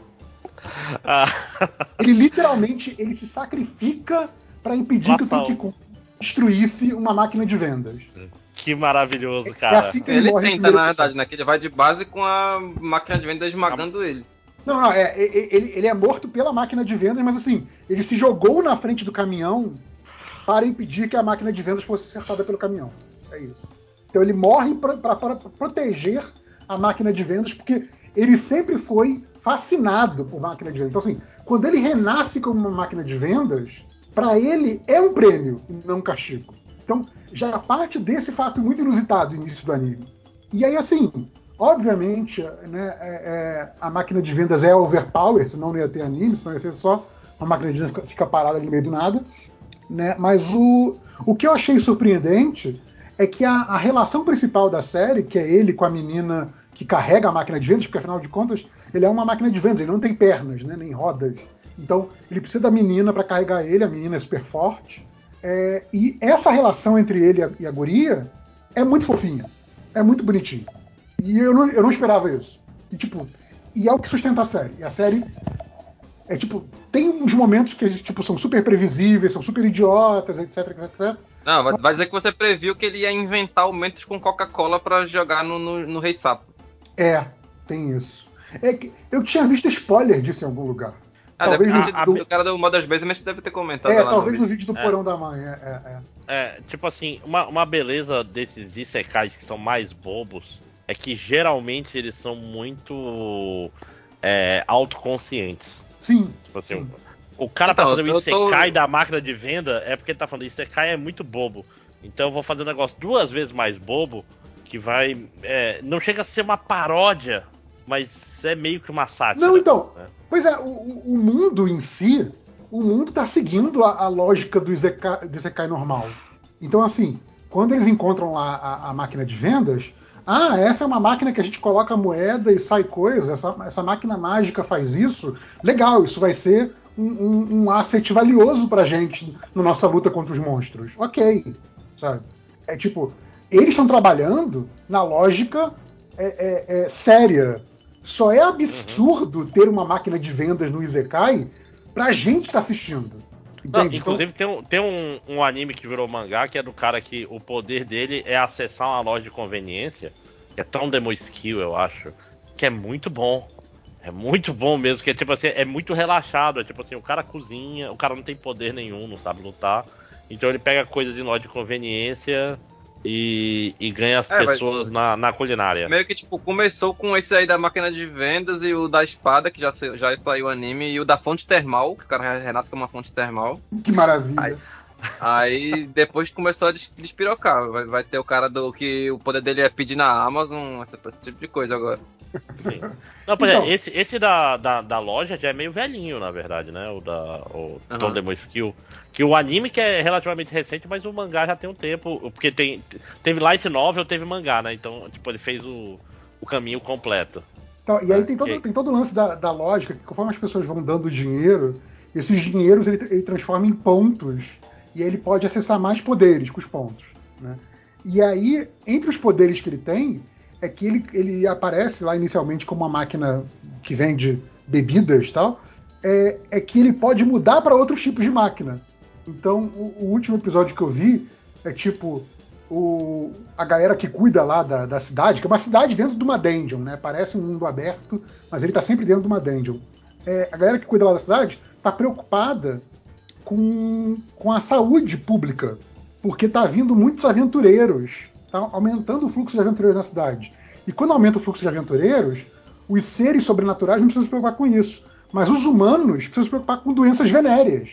Ah, Ele literalmente ele se sacrifica para impedir que o Rafael. Truque Kun destruísse uma máquina de vendas. que maravilhoso, É cara. assim que Ele, ele morre no tenta, primeiro na episódio. verdade, né? Que ele vai de base com a máquina de venda esmagando ele. Não, não, é, é, ele, ele é morto pela máquina de vendas, mas assim, ele se jogou na frente do caminhão para impedir que a máquina de vendas fosse acertada pelo caminhão. É isso. Então ele morre para proteger a máquina de vendas, porque ele sempre foi fascinado por máquina de vendas. Então, assim, quando ele renasce como uma máquina de vendas, para ele é um prêmio e não um castigo. Então, já parte desse fato muito inusitado no início do anime. E aí, assim, Obviamente, né, é, é, a máquina de vendas é overpower, senão não ia ter anime, senão ia ser só uma máquina de vendas que fica parada ali no meio do nada. Né? Mas o, o que eu achei surpreendente é que a, a relação principal da série, que é ele com a menina que carrega a máquina de vendas, porque afinal de contas ele é uma máquina de vendas, ele não tem pernas, né, nem rodas. Então ele precisa da menina para carregar ele, a menina é super forte. É, e essa relação entre ele e a, e a guria é muito fofinha, é muito bonitinha. E eu não, eu não esperava isso. E, tipo, e é o que sustenta a série. E a série é tipo, tem uns momentos que tipo, são super previsíveis, são super idiotas, etc, etc, etcétera. Não, vai, vai dizer que você previu que ele ia inventar o Mentos com Coca-Cola pra jogar no, no, no Rei Sapo. É, tem isso. É que eu tinha visto spoiler disso em algum lugar. Ah, talvez deve no ter vídeo sido do... o cara do Mother's Basement deve ter comentado É, lá talvez no no vídeo. vídeo do É. Porão da Mãe. É, é, é. É, tipo assim, uma, uma beleza desses isekais que são mais bobos é que geralmente eles são muito é, autoconscientes. Sim. Tipo assim, sim. o cara Então, tá fazendo o eu tô- isekai da máquina de venda é porque ele tá falando, isekai é muito bobo. Então eu vou fazer um negócio duas vezes mais bobo, que vai... é, não chega a ser uma paródia, mas é meio que uma sátira. Não, então. Né? Pois é, o, o mundo em si, o mundo tá seguindo a, a lógica do Isekai, do Isekai normal. Então, assim, quando eles encontram lá a, a máquina de vendas, ah, essa é uma máquina que a gente coloca moeda e sai coisa, essa, essa máquina mágica faz isso, legal, isso vai ser um, um, um asset valioso pra gente na nossa luta contra os monstros. Ok, sabe? É tipo, eles estão trabalhando na lógica é, é, é, séria. Só é absurdo ter uma máquina de vendas no Isekai pra gente que tá assistindo. Não, Entende? inclusive tem, um, tem um, um anime que virou mangá, que é do cara que o poder dele é acessar uma loja de conveniência, que é tão demo skill, eu acho, que é muito bom. É muito bom mesmo, que é tipo assim, é muito relaxado. É tipo assim, o cara cozinha, o cara não tem poder nenhum, não sabe lutar. Então ele pega coisas em loja de conveniência e, e ganha as É, vai- pessoas na, na culinária. Meio que, tipo, começou com esse aí da máquina de vendas e o da espada, que já, sa- já saiu o anime, e o da fonte termal, que o cara renasce como uma fonte termal. Que maravilha. Aí depois começou a des- despirocar. Vai, vai ter o cara do que o poder dele é pedir na Amazon, esse, esse tipo de coisa agora. Sim. Não, por Então. exemplo, esse, esse da, da, da loja já é meio velhinho, na verdade, né? O da o Aham. Tom Demo Skill. Que o anime que é relativamente recente, mas o mangá já tem um tempo. Porque tem, teve light novel, teve mangá, né? Então, tipo, ele fez o, o caminho completo. Então, e aí É, tem todo, e- tem todo o lance da, da lógica, que conforme as pessoas vão dando dinheiro, esses dinheiros ele, ele transforma em pontos. E aí ele pode acessar mais poderes com os pontos. Né? E aí, entre os poderes que ele tem, é que ele, ele aparece lá inicialmente como uma máquina que vende bebidas e tal, é, é que ele pode mudar para outros tipos de máquina. Então, o, o último episódio que eu vi é tipo o, a galera que cuida lá da, da cidade, que é uma cidade dentro de uma dungeon, né? Parece um mundo aberto, mas ele tá sempre dentro de uma dungeon. É, a galera que cuida lá da cidade tá preocupada com, com a saúde pública, porque tá vindo muitos aventureiros, tá aumentando o fluxo de aventureiros na cidade. E quando aumenta o fluxo de aventureiros, os seres sobrenaturais não precisam se preocupar com isso, mas os humanos precisam se preocupar com doenças venéreas.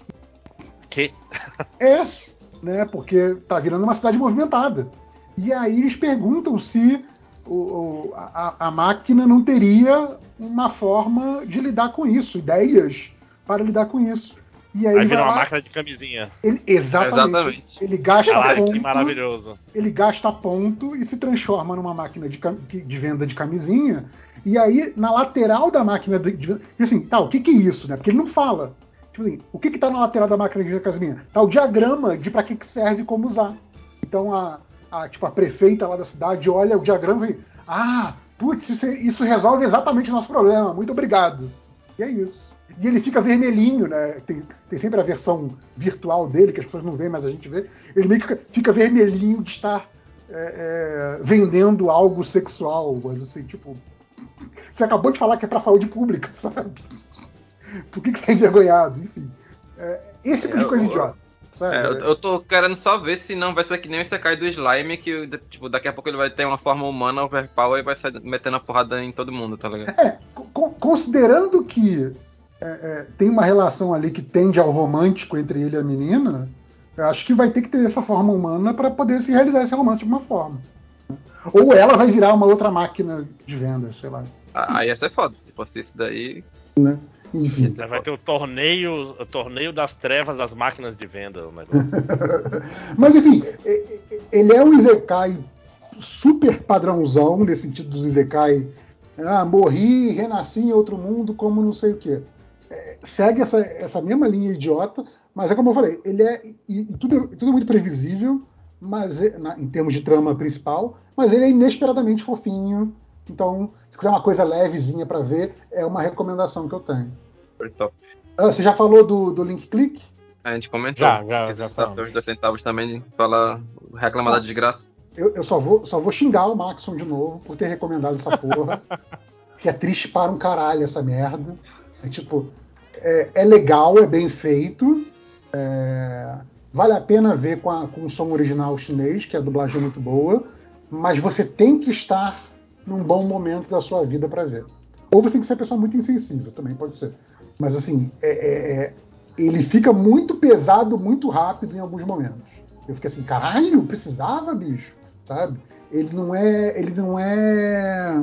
que É, né? Porque tá virando uma cidade movimentada. E aí eles perguntam se o, o- a, a máquina não teria uma forma de lidar com isso, ideias para lidar com isso. E aí Aí ele vai vira uma lá, máquina de camisinha. ele, exatamente, Exatamente. ele gasta Caralho, que ponto, maravilhoso. ele gasta ponto e se transforma numa máquina de, cam- de venda de camisinha. E aí, na lateral da máquina de, de venda. E assim, tá, o que, que é isso, né? Porque ele não fala. Tipo assim, o que, que tá na lateral da máquina de venda de camisinha? Tá o diagrama de para que, que serve e como usar. Então a, a, tipo, a prefeita lá da cidade olha o diagrama e. Ah, putz, isso, isso resolve exatamente o nosso problema. Muito obrigado. E é isso. E ele fica vermelhinho, né? Tem, tem sempre a versão virtual dele, que as pessoas não veem, mas a gente vê. Ele meio que fica, fica vermelhinho de estar é, é, vendendo algo sexual, mas assim, tipo. Você acabou de falar que é pra saúde pública, sabe? Por que, que você tá envergonhado? Enfim. É, esse tipo de É, coisa eu- idiota. Sabe? É, eu, eu tô querendo só ver se não vai ser que nem o Isekai do Slime, que tipo, daqui a pouco ele vai ter uma forma humana overpower e vai sair metendo a porrada em todo mundo, tá ligado? É, co- considerando que é, é, tem uma relação ali que tende ao romântico entre ele e a menina, eu acho que vai ter que ter essa forma humana para poder se realizar esse romance de uma forma. Ou ela vai virar uma outra máquina de venda, sei lá. Ah, aí ia ser foda. Se fosse isso daí. Enfim. Esse- Aí vai ter o torneio, o torneio das trevas das máquinas de venda. O negócio. Mas enfim, e- e- ele é um Isekai super padrãozão, nesse sentido dos Isekai. Ah, morri, renasci em outro mundo, como não sei o quê. É, segue essa, essa mesma linha idiota, mas é como eu falei, ele é. E, e tudo, é- tudo é muito previsível, mas é- na- em termos de trama principal, mas ele é inesperadamente fofinho. Então, se quiser uma coisa levezinha pra ver, é uma recomendação que eu tenho. Foi top. Ah, você já falou do, do Link Click? A gente comentou. Já, Se já, quiser já dar falamos. seus dois centavos também, falar, reclamar Ah. da desgraça. Eu, eu só, vou, só vou xingar o Maxon de novo por ter recomendado essa porra. Que é triste para um caralho essa merda. É tipo, é, é legal, é bem feito. é, vale a pena ver com, a, com o som original chinês, que a dublagem é muito boa. Mas você tem que estar num bom momento da sua vida para ver. Ou você tem que ser uma pessoa muito insensível, também pode ser. Mas assim, é, é, é, ele fica muito pesado, muito rápido em alguns momentos. Eu fiquei assim, caralho, precisava, bicho, sabe? Ele não é, ele não é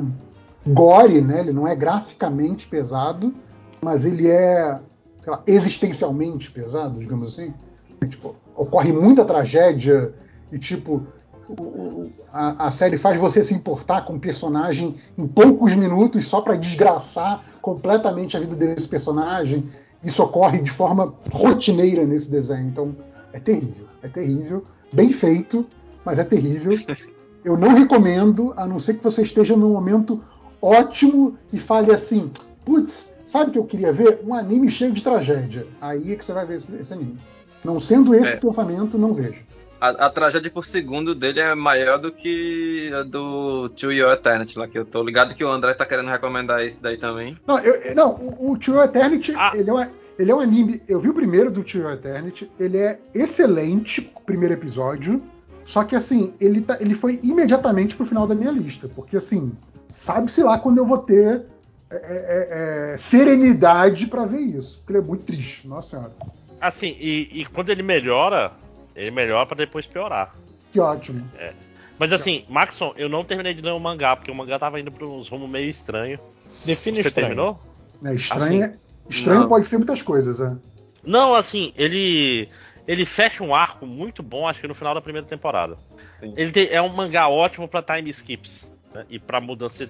gore, né? Ele não é graficamente pesado, mas ele é, sei lá, existencialmente pesado, digamos assim. É, tipo, ocorre muita tragédia e tipo o- o- a, a série faz você se importar com o personagem em poucos minutos só para desgraçar completamente a vida desse personagem. Isso ocorre de forma rotineira nesse desenho. Então é terrível, é terrível, bem feito, mas é terrível. Eu não recomendo, a não ser que você esteja num momento ótimo e fale assim, putz, sabe o que eu queria ver? Um anime cheio de tragédia. Aí é que você vai ver esse, esse anime. Não sendo esse É. pensamento, não vejo. A, a tragédia por segundo dele é maior do que a do To Your Eternity lá, que eu tô ligado que o André tá querendo recomendar esse daí também. Não, eu- eu- não o, o To Your Eternity, Ah. ele, é um, ele é um anime. Eu vi o primeiro do To Your Eternity, ele é excelente, o primeiro episódio. Só que assim, ele, tá, ele foi imediatamente pro final da minha lista. Porque assim, sabe-se lá quando eu vou ter é, é, é, serenidade pra ver isso. Porque ele é muito triste, nossa senhora. Assim, e, e quando ele melhora, ele melhora pra depois piorar. Que ótimo. Mas assim, Maxon, eu não terminei de ler o mangá, porque o mangá tava indo pra uns rumos meio estranho. Define Você estranho. terminou? É, estranho Assim, é- estranho não. pode ser muitas coisas, é. Não, assim, ele ele fecha um arco muito bom, acho que no final da primeira temporada. Sim. Ele tem- é um mangá ótimo pra time skips, né, e pra mudança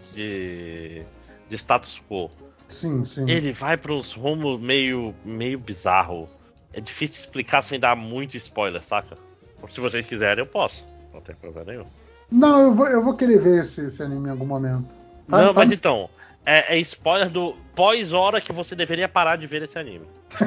de, de status quo. Sim, sim. Ele vai pra uns rumos meio, meio bizarro. É difícil explicar sem dar muito spoiler, saca? Se vocês quiserem, eu posso. Não tem problema nenhum. Não, eu vou, eu vou querer ver esse, esse anime em algum momento. Tá- Não, tá mas no- então, é, é spoiler do pós-hora que você deveria parar de ver esse anime.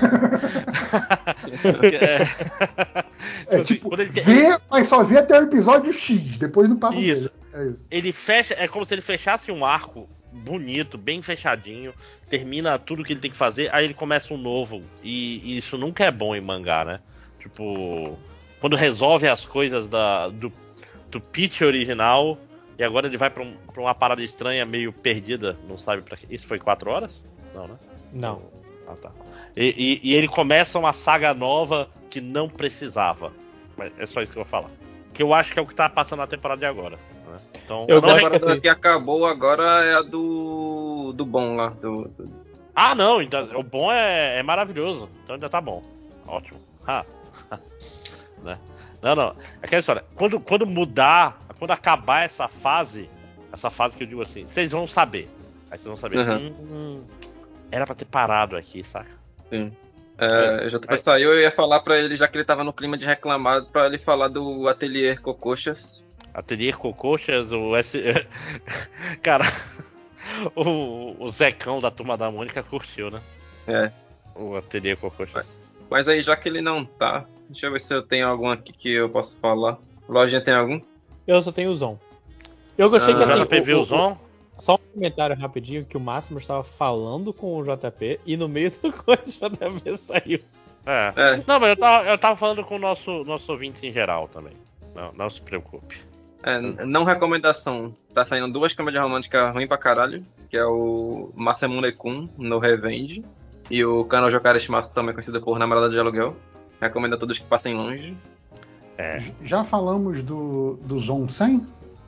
é, É assim, tipo, quando ele, vê, mas só vê até o episódio X, depois não passa Isso. dele. É isso. ele fecha, é como se ele fechasse um arco bonito, bem fechadinho, termina tudo que ele tem que fazer, aí ele começa um novo. E, e isso nunca é bom em mangá, né? Tipo, quando resolve as coisas da, do, do pitch original, e agora ele vai pra, um, pra uma parada estranha, meio perdida, não sabe pra quê. Isso foi quatro horas? Não, né? Não. Ah, tá. E, e- e ele começa uma saga nova que não precisava. Mas é só isso que eu vou falar. Que eu acho que é o que tá passando na temporada de agora. Né? Então, Eu não a gosto rec- temporada assim- que acabou agora é a do. do bom lá. Do, do- Ah, não, então, o bom é, é maravilhoso. Então ainda tá bom. Ótimo. Ha. Né? Não, não. É aquela história. Quando, quando mudar, quando acabar essa fase, essa fase que eu digo assim, vocês vão saber. Aí vocês vão saber. Uhum. Hum, era pra ter parado aqui, saca? Sim. É, o J P Aí- saiu, eu ia falar pra ele, já que ele tava no clima de reclamar, pra ele falar do Atelier Cocochas. Ateliê Cocochas, o S. Cara, o, o Zecão da Turma da Mônica curtiu, né? É. O Ateliê Cocochas. Mas aí, já que ele não tá, deixa eu ver se eu tenho algum aqui que eu posso falar. Lojinha tem algum? Eu só tenho o Zon. Eu gostei Ah, que assim. J P viu o Zon? Só um comentário rapidinho que o Máximo estava falando com o J P e no meio da coisa o J P saiu. É. É. Não, mas eu tava, eu tava falando com o nosso, nosso ouvinte em geral também. Não, não se preocupe. É, não recomendação. Tá saindo duas comédias românticas ruins pra caralho, que é o Masamune-kun no Revenge e o Kanojo Kareshimasu, também conhecido por Namorada de Aluguel. Recomendo a todos que passem longe. É. Já falamos do, do Zon cem?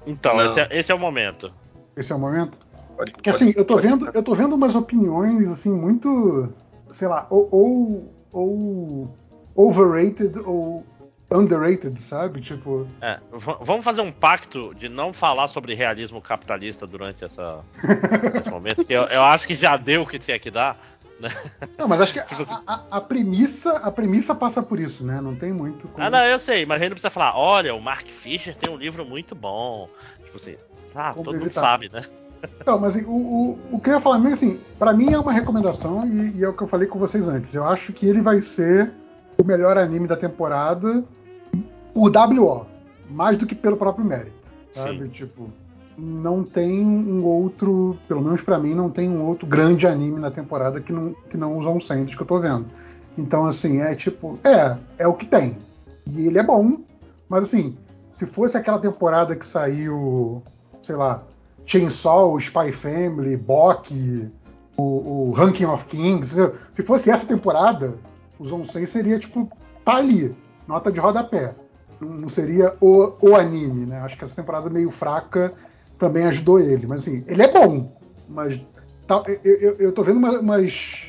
Então, Não. esse é, esse é o momento. Esse é o momento? Pode, Porque assim, eu tô vendo, eu tô vendo umas opiniões assim muito, sei lá, ou, ou, ou overrated ou underrated, sabe? Tipo, É, v- vamos fazer um pacto de não falar sobre realismo capitalista durante essa, esse momento, que eu, eu acho que já deu o que tinha que dar. Né? não, mas acho que Tipo assim, a, a, a premissa, a premissa passa por isso, né? Não tem muito como... ah, não, eu sei, mas a gente não precisa falar, olha, o Mark Fisher tem um livro muito bom. Tipo assim, ah, Como todo mundo evitar. sabe, né? Não, mas o, o, o que eu ia falar mesmo assim, pra mim é uma recomendação e, e é o que eu falei com vocês antes. Eu acho que ele vai ser o melhor anime da temporada por W O, mais do que pelo próprio mérito, sabe? Sim. Tipo, não tem um outro, pelo menos pra mim, não tem um outro grande anime na temporada que não, que não usa um Sanders que eu tô vendo. Então, assim, é tipo, é, é o que tem. E ele é bom, mas assim, se fosse aquela temporada que saiu, sei lá, Chainsaw, Spy Family, Bok, o, o Ranking of Kings, entendeu? Se fosse essa temporada, o Zonsen seria, tipo, tá ali, nota de rodapé. Não, não seria o, o anime, né? Acho que essa temporada meio fraca também ajudou ele. Mas assim, ele é bom, mas tá, eu, eu, eu tô vendo uma, umas,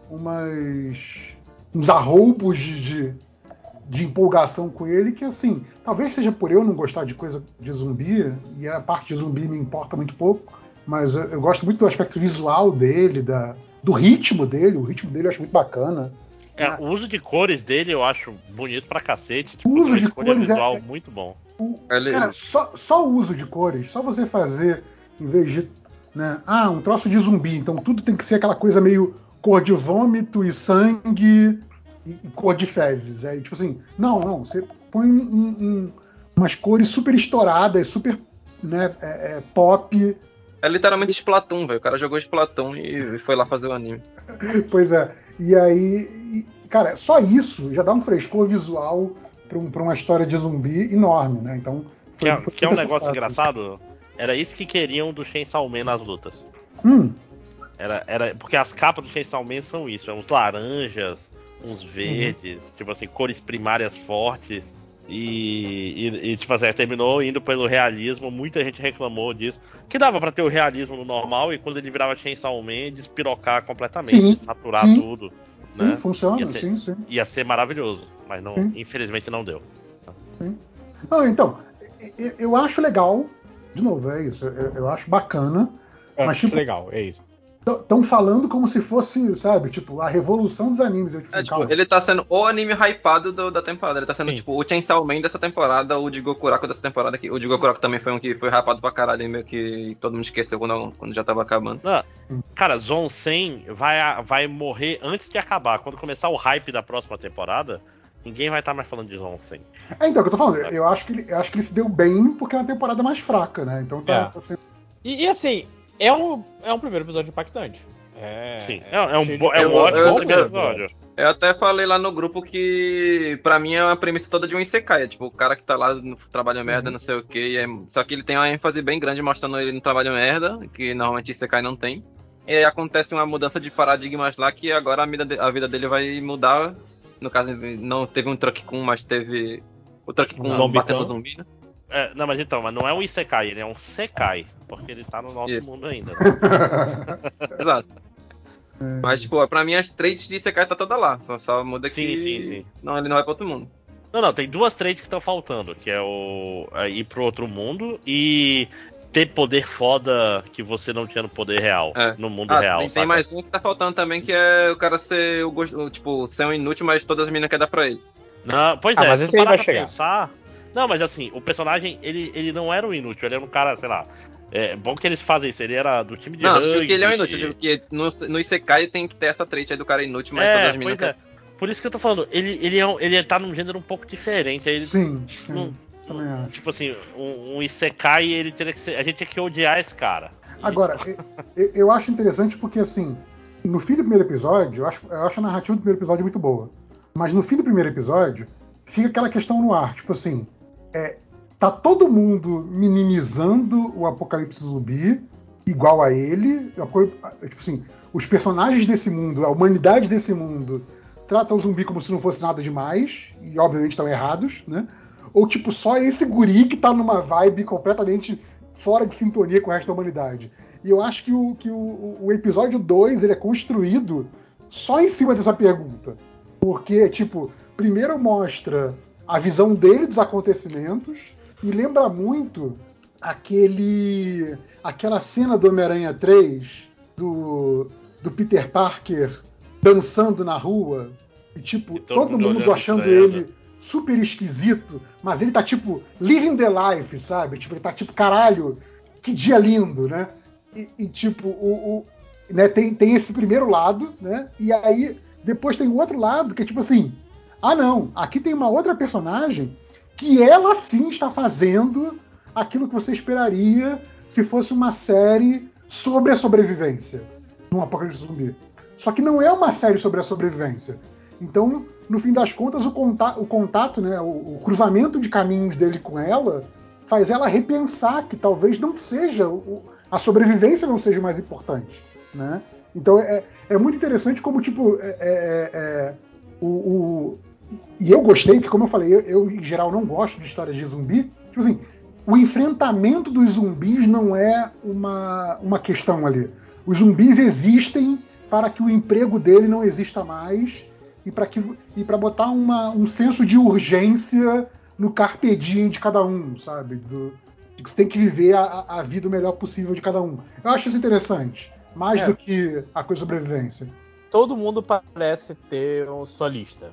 umas uns arroubos de, de, de empolgação com ele que, assim, talvez seja por eu não gostar de coisa de zumbi, e a parte de zumbi me importa muito pouco, mas eu, eu gosto muito do aspecto visual dele, da, do ritmo dele, o ritmo dele eu acho muito bacana. É, o uso de cores dele eu acho bonito pra cacete. Tipo, O uso uma de escolha cores é- visual é- muito bom. O- Ele- cara, só, só o uso de cores, só você fazer, em vez de, né, ah, um troço de zumbi, então tudo tem que ser aquela coisa meio cor de vômito e sangue e, e cor de fezes. Aí, tipo assim, não, não, você põe um- um- um- umas cores super estouradas, super, né, é, é, pop. É literalmente Splatoon, velho. O cara jogou Splatoon e foi lá fazer o anime. Pois é. E aí, e, cara, só isso já dá um frescor visual para um, pra uma história de zumbi enorme, né? Então, Que foi, é, foi que é um muito negócio acertado. engraçado. Era isso que queriam do Chainsaw Man nas lutas. Hum, Era, era, porque as capas do Chainsaw Man são isso, é uns laranjas, uns verdes, tipo assim, cores primárias fortes. E, e, e, tipo assim, terminou indo pelo realismo, muita gente reclamou disso. Que dava pra ter o realismo no normal e quando ele virava Chainsaw Man, despirocar completamente, sim, saturar sim, tudo, sim, né? Ia funciona, ser, sim, sim, ia ser maravilhoso, mas não, Sim. infelizmente não deu. sim. Não, então, eu, eu acho legal, de novo, é isso, eu, eu acho bacana, É, mas tipo, legal, é isso. estão falando como se fosse, sabe, tipo, a revolução dos animes. Eu, tipo, É, assim, tipo, calma. ele tá sendo o anime hypado do- da temporada. Ele tá sendo, Sim. tipo, o Chainsaw Man dessa temporada, o de Gokuraku dessa temporada. Que, o de Gokuraku também foi um que foi hypado pra caralho, e meio que todo mundo esqueceu quando, quando já tava acabando. Não, cara, Zone cem vai, vai morrer antes de acabar. Quando começar o hype da próxima temporada, ninguém vai estar mais falando de Zone cem. É, então, o que eu tô falando, eu acho, que ele, eu acho que ele se deu bem porque é uma temporada mais fraca, né? Então tá, É. tá sendo- E, e, assim, é um, é um primeiro episódio impactante. É, Sim, é, é um, cheio bo- de- é um Eu- ótimo eu- primeiro eu- episódio. Eu até falei lá no grupo que, pra mim, é uma premissa toda de um Isekai. É, tipo, o cara que tá lá no trabalho merda, Uhum. não sei o que. É... Só que ele tem uma ênfase bem grande mostrando ele no trabalho merda, que normalmente Isekai não tem. E aí acontece uma mudança de paradigmas lá que agora a vida, de- a vida dele vai mudar. No caso, não teve um Truck Kun, mas teve o Truck Kun Zombie batendo Kun. zumbi, né? É, não, mas então, mas não é um Isekai, ele é um Sekai, porque ele tá no nosso Isso. mundo ainda. Exato. Mas, tipo, pra mim as traits de Isekai tá toda lá. Só, só muda Sim, que. sim, sim. Não, ele não vai pra outro mundo. Não, não, tem duas traits que estão faltando, que é o é ir pro outro mundo e ter poder foda que você não tinha no poder real, É. no mundo Ah, real, tem, tem saca? mais um que tá faltando também, que é o cara ser o, gosto- o, tipo, ser um inútil, mas todas as meninas querem dar pra ele. Não, pois Ah, é, mas se esse tu aí parar vai pra chegar. pensar... Não, mas assim, o personagem, ele, ele não era um inútil, ele era um cara, sei lá... É bom que eles fazem isso, ele era do time de Não, rugby. digo que ele é um inútil, eu digo que no, no Isekai tem que ter essa trait aí do cara inútil, mas todas É, as meninas pois é. querem. Por isso que eu tô falando, ele, ele, é um, ele tá num gênero um pouco diferente, aí ele... Sim, sim, Não, também acho. tipo assim, um, um Isekai, ele teria que ser... A gente tinha que odiar esse cara. E- Agora, e- e- eu acho interessante porque, assim, no fim do primeiro episódio, eu acho, eu acho a narrativa do primeiro episódio muito boa. Mas no fim do primeiro episódio, fica aquela questão no ar, tipo assim, é, tá todo mundo minimizando o apocalipse zumbi, igual a ele. a co- Tipo assim, os personagens desse mundo, a humanidade desse mundo, tratam o zumbi como se não fosse nada demais, e obviamente estão errados, né? Ou tipo, só esse guri que tá numa vibe completamente fora de sintonia com o resto da humanidade. E eu acho que o, que o, o episódio dois ele é construído só em cima dessa pergunta. Porque, tipo, primeiro mostra a visão dele dos acontecimentos e lembra muito aquele, aquela cena do Homem-Aranha três, do, do Peter Parker dançando na rua, e, tipo, E todo todo, mundo mundo achando olhando ele super esquisito, mas ele tá, tipo, living the life, sabe? Tipo, ele tá, tipo, caralho, que dia lindo, né? E, e, tipo, o, o, né, tem, tem esse primeiro lado, né? E aí, depois tem o outro lado, que é tipo assim, ah, não, aqui tem uma outra personagem que ela sim está fazendo aquilo que você esperaria se fosse uma série sobre a sobrevivência num apocalipse zumbi. Só que não é uma série sobre a sobrevivência. Então, no fim das contas, o contato, o contato, né, o, o cruzamento de caminhos dele com ela faz ela repensar que talvez não seja o, a sobrevivência não seja o mais importante, né? Então é, é muito interessante como tipo é, é, é, o, o e eu gostei que, como eu falei, eu, eu em geral não gosto de histórias de zumbi. Tipo assim, o enfrentamento dos zumbis não é uma, uma questão ali. Os zumbis existem para que o emprego dele não exista mais e para que e para botar uma, um senso de urgência no carpe diem de cada um, sabe? Do, de que você tem que viver a, a vida o melhor possível de cada um. Eu acho isso interessante, mais É. do que a coisa de sobrevivência. Todo mundo parece ter uma sua lista.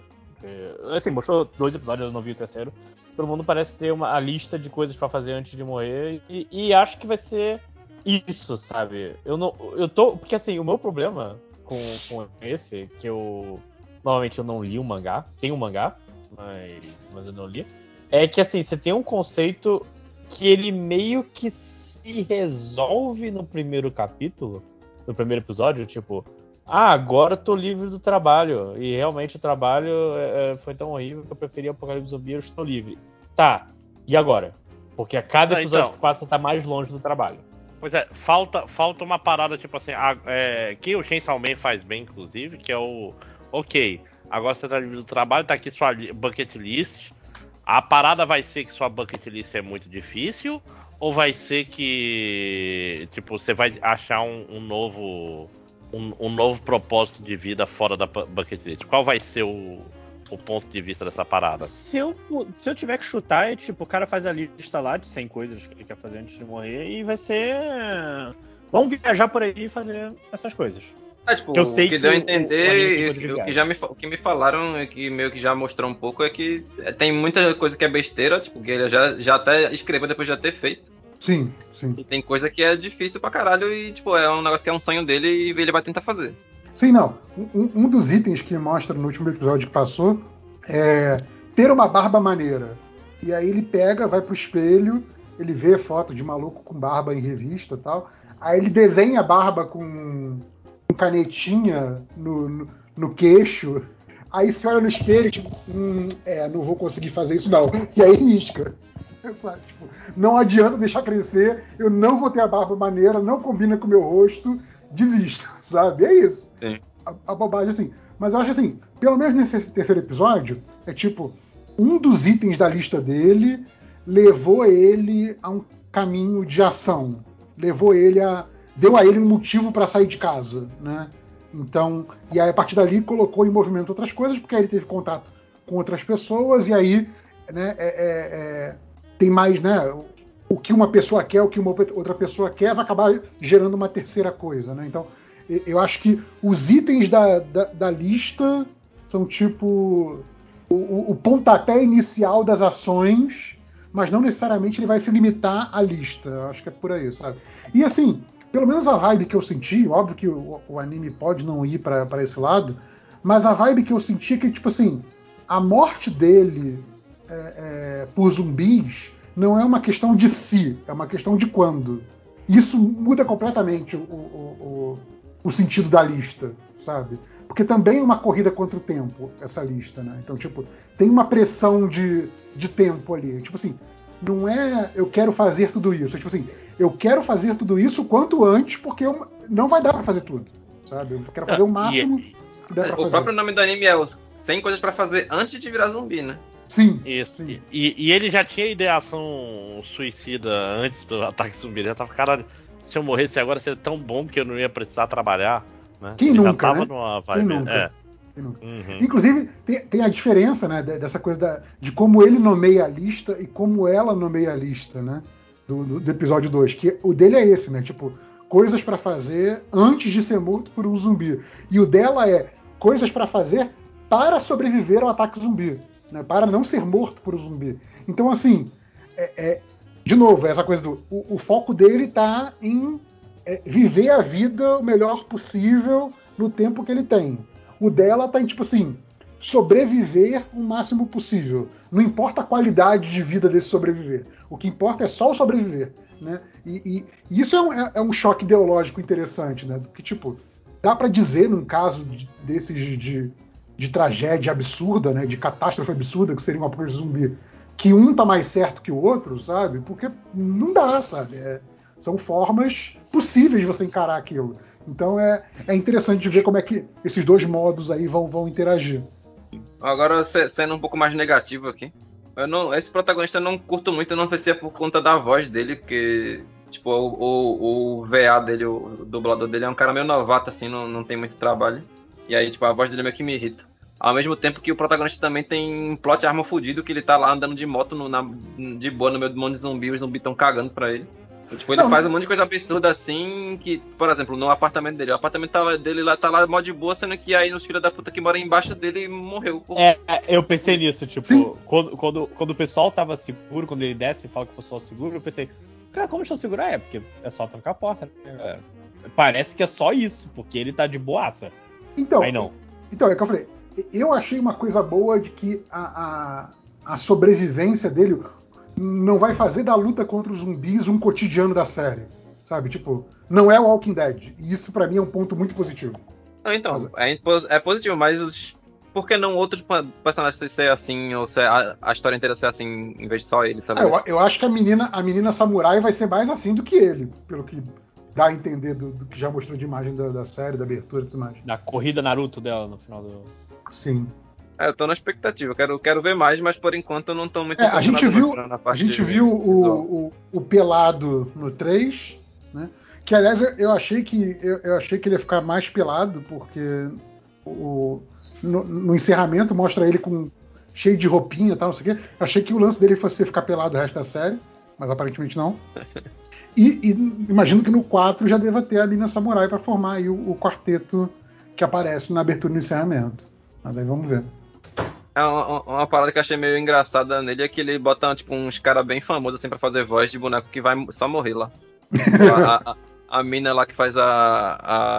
É, assim, mostrou dois episódios, eu não vi o terceiro. Todo mundo parece ter uma, a lista de coisas pra fazer antes de morrer. E, e acho que vai ser isso, sabe? Eu não. Eu tô. Porque assim, o meu problema com, com esse, que eu. Normalmente eu não li o mangá. Tem um mangá, mas, mas eu não li. É que assim, você tem um conceito que ele meio que se resolve no primeiro capítulo, no primeiro episódio, tipo. Ah, agora eu tô livre do trabalho. E realmente o trabalho é, foi tão horrível que eu preferi o Apocalipse Zumbi, eu estou livre. Tá, e agora? Porque a cada Ah, episódio então. que passa tá mais longe do trabalho. Pois é, falta, falta uma parada, tipo assim, a, é, que o Chainsaw Man faz bem, inclusive, que é o... Ok, agora você tá livre do trabalho, tá aqui sua li- bucket list. A parada vai ser que sua bucket list é muito difícil? Ou vai ser que, tipo, você vai achar um, um novo... Um, um novo propósito de vida fora da bu- bucket list? Qual vai ser o, o ponto de vista dessa parada? Se eu, se eu tiver que chutar, é tipo, o cara faz a lista lá de cem coisas que ele quer fazer antes de morrer e vai ser. Vamos viajar por aí e fazer essas coisas. É, tipo, Que eu o sei que que deu a o- o anime tem entender, coisa de e o que viagem. já me, fa- o que me falaram, e que meio que já mostrou um pouco, é que tem muita coisa que é besteira, tipo, que ele já, já até escreveu depois de já ter feito. Sim, sim. E tem coisa que é difícil pra caralho e, tipo, é um negócio que é um sonho dele e ele vai tentar fazer. Sim, não. Um, um dos itens que mostra no último episódio que passou é ter uma barba maneira. E aí ele pega, vai pro espelho, ele vê foto de maluco com barba em revista e tal. Aí ele desenha a barba com, com canetinha no, no, no queixo. Aí você olha no espelho e tipo, hum, é, não vou conseguir fazer isso não. E aí risca. Sabe? Tipo, não adianta deixar crescer, eu não vou ter a barba maneira, não combina com o meu rosto, desisto, sabe? É isso. Sim. A, a bobagem assim. Mas eu acho assim, pelo menos nesse terceiro episódio, é tipo, um dos itens da lista dele levou ele a um caminho de ação. Levou ele a. Deu a ele um motivo para sair de casa, né? Então, e aí a partir dali colocou em movimento outras coisas, porque aí ele teve contato com outras pessoas, e aí, né, é, é, é, tem mais, né? O que uma pessoa quer, o que uma outra pessoa quer, vai acabar gerando uma terceira coisa, né? Então, eu acho que os itens da, da, da lista são tipo o, o pontapé inicial das ações, mas não necessariamente ele vai se limitar à lista. Eu acho que é por aí, sabe? E assim, pelo menos a vibe que eu senti, óbvio que o, o anime pode não ir para esse lado, mas a vibe que eu senti é que, tipo assim, a morte dele é, é, por zumbis não é uma questão de si, é uma questão de quando. Isso muda completamente o, o, o, o sentido da lista, sabe? Porque também é uma corrida contra o tempo, essa lista, né? Então, tipo, tem uma pressão de, de tempo ali. Tipo assim, não é eu quero fazer tudo isso. É tipo assim, eu quero fazer tudo isso quanto antes, porque eu, não vai dar pra fazer tudo, sabe? Eu quero fazer o máximo E- que der pra O fazer. próprio nome do anime é os cem coisas pra fazer antes de virar zumbi, né? Sim. Isso. sim. E, e ele já tinha ideação suicida antes do ataque zumbi. Ele já tava, caralho, se eu morresse agora seria tão bom que eu não ia precisar trabalhar. Né? Quem ele nunca, já tava né? numa Quem vibe. nunca? É. Quem nunca? Uhum. Inclusive, tem, tem a diferença, né, de- dessa coisa da- de como ele nomeia a lista e como ela nomeia a lista, né? Do, do- do episódio dois. Que o dele é esse, né? Tipo, coisas pra fazer antes de ser morto por um zumbi. E o dela é coisas pra fazer para sobreviver ao ataque zumbi, né? Para não ser morto por um zumbi. Então, assim, é, é- de novo, essa coisa do. O, o foco dele tá em é, viver a vida o melhor possível no tempo que ele tem. O dela tá em, tipo assim, sobreviver o máximo possível. Não importa a qualidade de vida desse sobreviver. O que importa é só o sobreviver. Né? E, e isso é um, é, é um choque ideológico interessante, né? Que, tipo, dá para dizer, num caso de, desses de, de, de tragédia absurda, né? De catástrofe absurda, que seria uma apocalipse zumbi, que um tá mais certo que o outro, sabe? Porque não dá, sabe? É, são formas possíveis de você encarar aquilo. Então é, é interessante de ver como é que esses dois modos aí vão, vão interagir. Agora, se- sendo um pouco mais negativo aqui. Eu não, esse protagonista eu não curto muito, eu não sei se é por conta da voz dele, porque, tipo, o, o, o V A dele, o dublador dele é um cara meio novato, assim, não, não tem muito trabalho. E aí, tipo, a voz dele meio que me irrita. Ao mesmo tempo que o protagonista também tem um plot arma fudido, que ele tá lá andando de moto no, na, de boa no meio do monte de zumbi, os zumbis tão cagando pra ele. E, tipo, ele Não, faz um monte de coisa absurda assim, que, por exemplo, no apartamento dele, o apartamento tá lá- dele lá tá lá mó de boa, sendo que aí os filhos da puta que moram embaixo dele morreu. Por... É, é, eu pensei nisso, tipo, Sim. quando, quando, quando o pessoal tava seguro, quando ele desce e fala que o pessoal é seguro, eu pensei, cara, como deixa eu segurar? É, porque é só trancar a porta, né, galera? Parece que é só isso, porque ele tá de boaça. Então, Aí não. então, é que eu falei, eu achei uma coisa boa de que a, a, a sobrevivência dele não vai fazer da luta contra os zumbis um cotidiano da série. Sabe? Tipo, não é o Walking Dead. E isso pra mim é um ponto muito positivo. Não, então, é, impos- é positivo, mas os- por que não outros pa- personagens ser assim, ou ser a, a história inteira ser assim, em vez de só ele, tá Ah, ligado? eu, eu acho que a menina, a menina samurai vai ser mais assim do que ele, pelo que dá a entender do, do que já mostrou de imagem da, da série, da abertura e tudo mais. Na corrida Naruto dela no final do. Sim. É, eu tô na expectativa, quero, quero ver mais, mas por enquanto eu não tô muito É, a gente impressionado não, viu, tirando a a parte gente viu visual. o, o, o pelado no três, né? Que aliás eu, eu achei que eu, eu achei que ele ia ficar mais pelado, porque o, no, no encerramento mostra ele com cheio de roupinha e tal, não sei o quê. Eu achei que o lance dele fosse ficar pelado o resto da série, mas aparentemente não. E, e imagino que no quatro já deva ter a Lina Samurai para formar aí o, o quarteto que aparece na abertura e no encerramento. Mas aí vamos ver. É uma, uma parada que eu achei meio engraçada nele é que ele bota tipo, uns caras bem famosos assim pra fazer voz de boneco que vai só morrer lá. Tipo, a, a, a mina lá que faz a.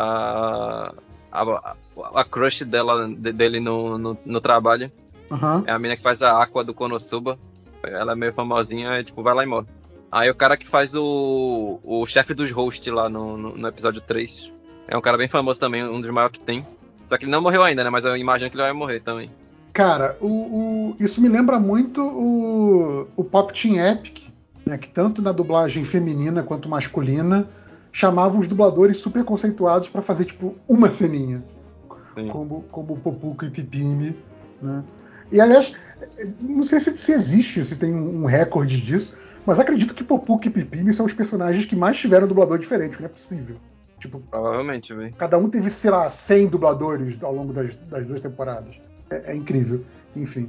a. a, a crush dela, de- dele no, no, no trabalho. Uhum. É a mina que faz a Aqua do Konosuba. Ela é meio famosinha e tipo, vai lá e morre. Aí o cara que faz o. o chefe dos hosts lá no, no, no episódio três. É um cara bem famoso também, um dos maiores que tem. Só que ele não morreu ainda, né? Mas eu imagino que ele vai morrer também. Cara, o, o- isso me lembra muito o, o Pop Team Epic, né, que tanto na dublagem feminina quanto masculina chamavam os dubladores super conceituados para fazer tipo uma ceninha, Sim. como, como Popuco e Pipime, né? E aliás, não sei se, se existe, se tem um, um recorde disso, mas acredito que Popuco e Pipime são os personagens que mais tiveram dublador diferente, não é possível. Tipo, Provavelmente, velho. cada um teve, sei lá, cem dubladores ao longo das, das duas temporadas. É, é incrível. Enfim.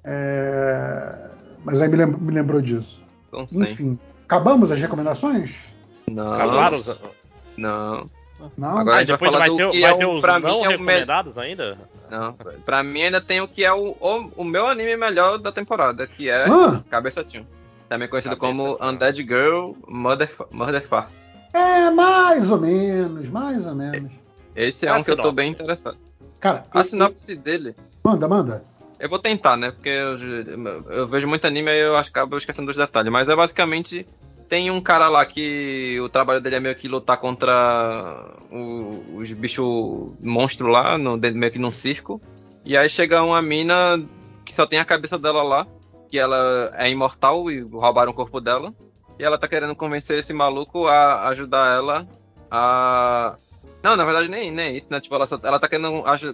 É... Mas aí me, lem- me lembrou disso. Não sei. Enfim. Acabamos as recomendações? Não. Acabaram? Não. Não? Agora Ah, a gente vai depois falar vai do ter, que vai é ter o, os pra não mim é o melhor. recomendados ainda? Não, pra mim ainda tem o que é o, o, o meu anime melhor da temporada, que é Ah, Cabeça Tune. Também conhecido Cabeça como Tune. Undead Girl Murder, Murder Farce. é mais ou menos, mais ou menos. Esse é Qual um a que eu tô sinopse? bem interessado. Cara, A e- sinopse dele, e- manda, manda. eu vou tentar, né? Porque eu, eu vejo muito anime e eu acabo esquecendo dos detalhes. Mas é basicamente. Tem um cara lá que o trabalho dele é meio que lutar contra o- os bichos monstros lá, no, dentro- meio que num circo. E aí chega uma mina que só tem a cabeça dela lá, que ela é imortal e roubaram o corpo dela. E ela tá querendo convencer esse maluco a ajudar ela a. Não, na verdade nem, nem isso, né? Tipo, ela, só- ela tá querendo aju-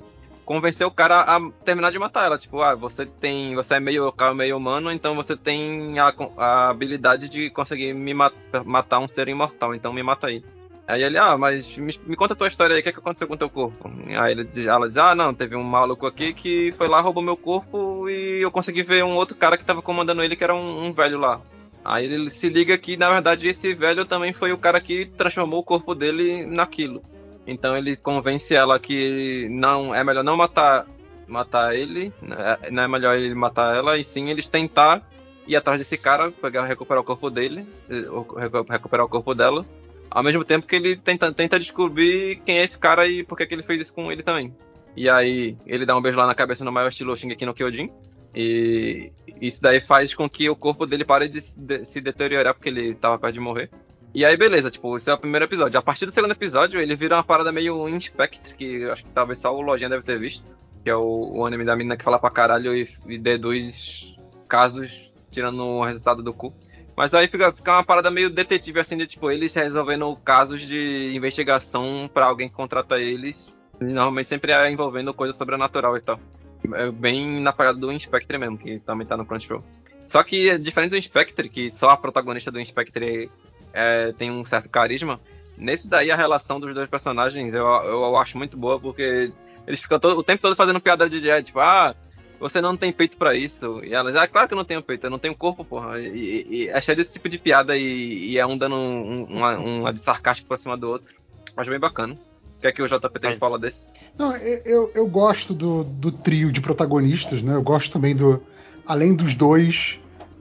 convencer o cara a terminar de matar ela. Tipo, ah, você tem. Você é meio, meio humano, então você tem a, a habilidade de conseguir me mat, matar um ser imortal, então me mata aí. Aí ele, ah, mas me, me conta a tua história aí, o que, é que aconteceu com o teu corpo? Aí ele, ela diz, ah, não, teve um maluco aqui que foi lá, roubou meu corpo e eu consegui ver um outro cara que tava comandando ele, que era um, um velho lá. Aí ele se liga que, na verdade, esse velho também foi o cara que transformou o corpo dele naquilo. Então ele convence ela que não é melhor não matar, matar ele, não é melhor ele matar ela, e sim eles tentar ir atrás desse cara, pegar, recuperar o corpo dele, recuperar o corpo dela, ao mesmo tempo que ele tenta, tenta descobrir quem é esse cara e por que, que ele fez isso com ele também. E aí ele dá um beijo lá na cabeça no maior estilo Shingeki no Kyojin, e isso daí faz com que o corpo dele pare de, de se deteriorar porque ele tava perto de morrer. E aí, beleza, tipo, esse é o primeiro episódio. A partir do segundo episódio, ele vira uma parada meio Inspector, que eu acho que talvez só o Lojinha deve ter visto. Que é o, o anime da menina que fala pra caralho e, e deduz casos, tirando o resultado do cu. Mas aí fica, fica uma parada meio detetive, assim, de tipo, eles resolvendo casos de investigação pra alguém que contrata eles. E normalmente sempre é envolvendo coisa sobrenatural e tal. É bem na parada do Inspector mesmo, que também tá no Crunchyroll. Só que, diferente do Inspector, que só a protagonista do Inspector é, tem um certo carisma, nesse daí a relação dos dois personagens eu, eu acho muito boa, porque eles ficam todo, o tempo todo fazendo piada de Jed, tipo, ah, você não tem peito pra isso. E elas, ah, claro que eu não tenho peito, eu não tenho corpo, porra. E, e, e é cheio desse tipo de piada e, e é um dando um, um, uma, uma de sarcástico pra cima do outro. Acho bem bacana. O que é que o J P tem que falar desse? Não, eu, eu gosto do, do trio de protagonistas, né? Eu gosto também do. Além dos dois,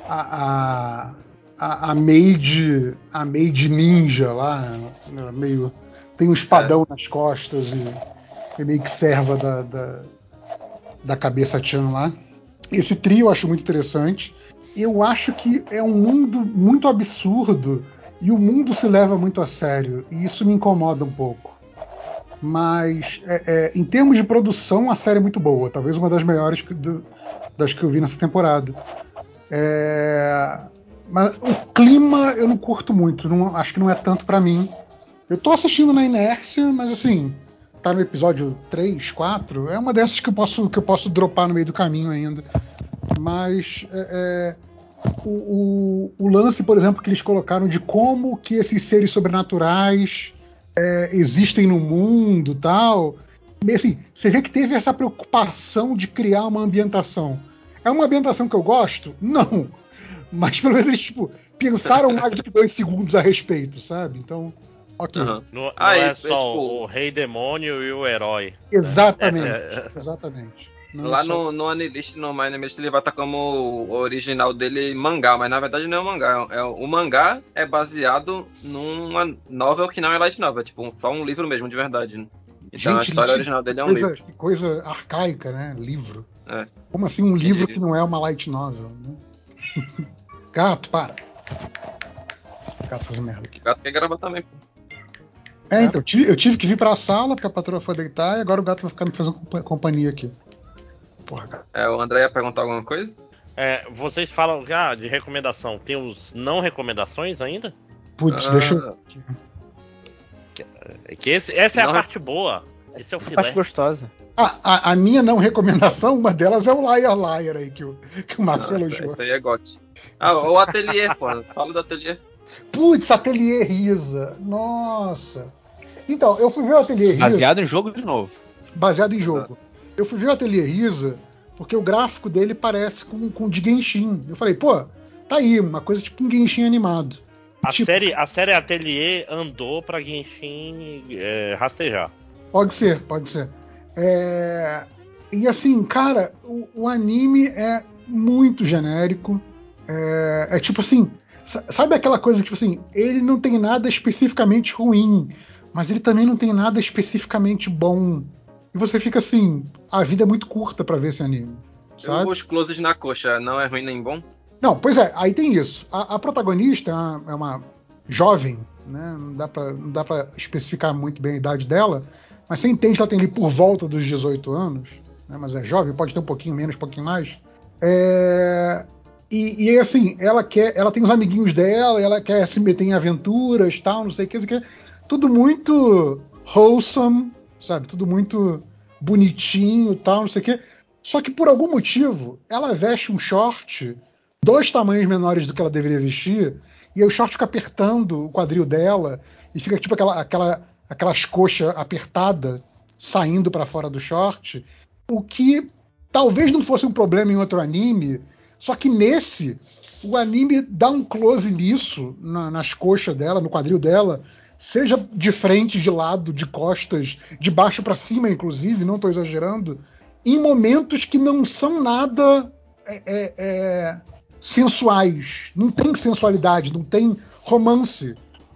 a, a, a Maid. A Maid ninja lá, né, meio. Tem um espadão é. nas costas e é meio que serva da, da, da cabeça Chan lá. Esse trio eu acho muito interessante. Eu acho que é um mundo muito absurdo e o mundo se leva muito a sério. E isso me incomoda um pouco. Mas, é, é, em termos de produção, a série é muito boa. Talvez uma das melhores que, do, das que eu vi nessa temporada. É, mas o clima eu não curto muito. Não, acho que não é tanto pra mim. Eu tô assistindo na inércia, mas assim, tá no episódio três, quatro. É uma dessas que eu posso, que eu posso dropar no meio do caminho ainda. Mas é, é, o, o, o lance, por exemplo, que eles colocaram de como que esses seres sobrenaturais É, existem no mundo, tal. E, assim, você vê que teve essa preocupação de criar uma ambientação. É uma ambientação que eu gosto? Não. Mas pelo menos eles tipo, pensaram mais do que dois segundos a respeito, sabe? Então, ok. Uhum. Não, não ah, é é, só tipo... o rei demônio e o herói. Exatamente. Né? Exatamente. Não Lá só... no, no Anilist, no My Anime List, ele vai estar como o original dele mangá, mas na verdade não é um mangá. É, o mangá é baseado numa novel que não é light novel, é tipo um, só um livro mesmo, de verdade. Né? Então Gente, a história livro, original dele é um coisa, livro. Que coisa arcaica, né? Livro. É. Como assim um livro Ele... que não é uma light novel? Né? Gato, para. Gato faz merda aqui. O gato quer gravar também, pô. É, então, eu tive que vir pra sala porque a patroa foi deitar e agora o gato vai ficar me fazendo companhia aqui. Porra, gato. É, o André ia perguntar alguma coisa? É, vocês falam já de recomendação. Tem os não recomendações ainda? Putz, Ah. deixa eu. É que esse, essa é Não a re- parte boa. Esse é o Essa parte filé. gostosa. Ah, a, a minha não recomendação, uma delas é o Liar Liar aí que o, que o Max Não, essa, elogiou. essa aí é gote. Ah, o Ateliê, pô. Fala do Ateliê. Putz, Ateliê Risa. Nossa. Então, eu fui ver o Ateliê Risa. Baseado em jogo de novo. Baseado em jogo. Eu fui ver o Ateliê Risa porque o gráfico dele parece com, com o de Genshin. Eu falei, pô, tá aí, uma coisa tipo um Genshin animado. A, Tipo, série, a série Ateliê andou pra Genshin é, rastejar. Pode ser, pode ser. É... E assim, cara, o, o anime é muito genérico. É, é tipo assim, sa- sabe aquela coisa tipo assim, ele não tem nada especificamente ruim, mas ele também não tem nada especificamente bom. E você fica assim, a vida é muito curta pra ver esse anime. Sabe? Os closes na coxa não é ruim nem bom? Não, pois é, aí tem isso. A, a protagonista é uma, é uma jovem, né? Não dá pra, não dá pra especificar muito bem a idade dela, mas você entende que ela tem ali por volta dos dezoito anos, né? Mas é jovem, pode ter um pouquinho menos, um pouquinho mais. É... E, e assim, ela quer, ela tem os amiguinhos dela, ela quer se meter em aventuras, tal, não sei o que, não sei o que. Tudo muito wholesome, sabe? Tudo muito bonitinho e tal, não sei o quê. Só que por algum motivo, ela veste um short dois tamanhos menores do que ela deveria vestir, e aí o short fica apertando o quadril dela, e fica tipo aquela, aquela, aquelas coxas apertadas saindo para fora do short, o que talvez não fosse um problema em outro anime, só que nesse, o anime dá um close nisso, na, nas coxas dela, no quadril dela, seja de frente, de lado, de costas, de baixo para cima, inclusive, não estou exagerando, em momentos que não são nada é, é, é, sensuais. Não tem sensualidade, não tem romance.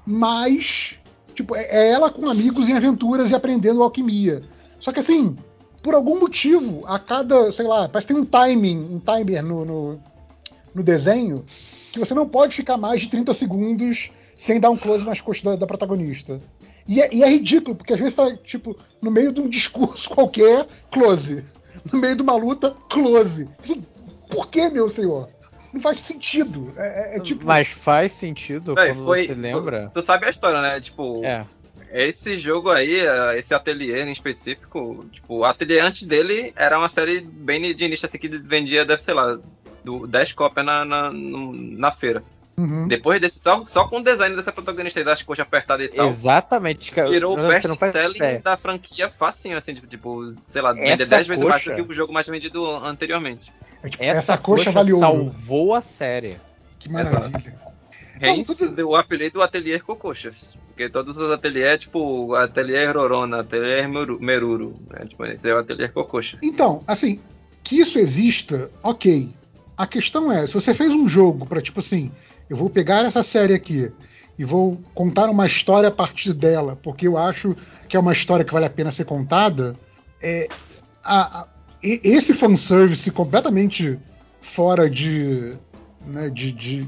Mas, tipo, é, é ela com amigos em aventuras e aprendendo alquimia. Só que assim, por algum motivo, a cada, sei lá, parece que tem um timing, um timer no, no, no desenho, que você não pode ficar mais de trinta segundos sem dar um close nas costas da, da protagonista. E é, e é ridículo, porque às vezes tá, tipo, no meio de um discurso qualquer, close. No meio de uma luta, close. Assim, por que, meu senhor? Não faz sentido. É, é, é tipo... Mas faz sentido Véi, quando foi- você lembra. Tu, tu sabe a história, né? Tipo, É. esse jogo aí, eh, esse ateliê em específico, tipo, o ateliê antes dele era uma série bem de início, assim, que vendia, deve, sei lá, do, dez cópias na, na, no- na feira. Uhum. Depois desse, só, só com o design dessa protagonista aí, das coxas apertadas e tal, Exatamente. cara. virou o Você não faz best-selling ideia. da franquia facinho, assim, tipo, tipo, sei lá, vender Essa dez vezes mais do coxa- que o jogo mais vendido anteriormente. É tipo, Essa, coxa, vale ouro. salvou a série. Que maravilha. Hence, o apelido do ateliê Cocochas. Porque todos os ateliês, tipo, ateliê Rorona, ateliê Meru- Meruro, né? Tipo, esse é o ateliê Cocochas. Então, assim, que isso exista, ok. A questão é, se você fez um jogo pra, tipo assim, eu vou pegar essa série aqui e vou contar uma história a partir dela, porque eu acho que é uma história que vale a pena ser contada, é, a, a, e- esse fanservice completamente fora de, né, de, de,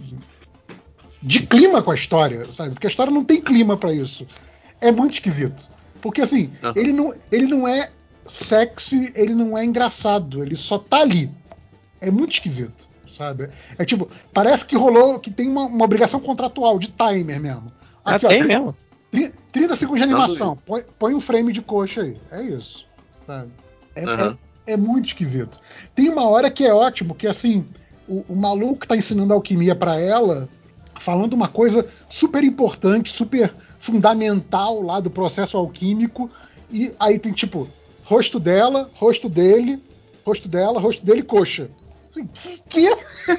de clima com a história, sabe? Porque a história não tem clima pra isso. É muito esquisito. Porque assim, Aham. ele, não, ele não é sexy, ele não é engraçado, ele só tá ali. É muito esquisito, sabe? É tipo, parece que rolou, que tem uma, uma obrigação contratual de timer mesmo. Ah, Aqui, ó, tem tri- mesmo. tri- trinta segundos de Não animação. Põe, põe um frame de coxa aí. É isso. Sabe? É, Aham. é, é muito esquisito. Tem uma hora que é ótimo, que assim, o, o maluco tá ensinando alquimia pra ela, falando uma coisa super importante, super fundamental lá do processo alquímico, e aí tem tipo, rosto dela, rosto dele, rosto dela, rosto dele, coxa. Que? que?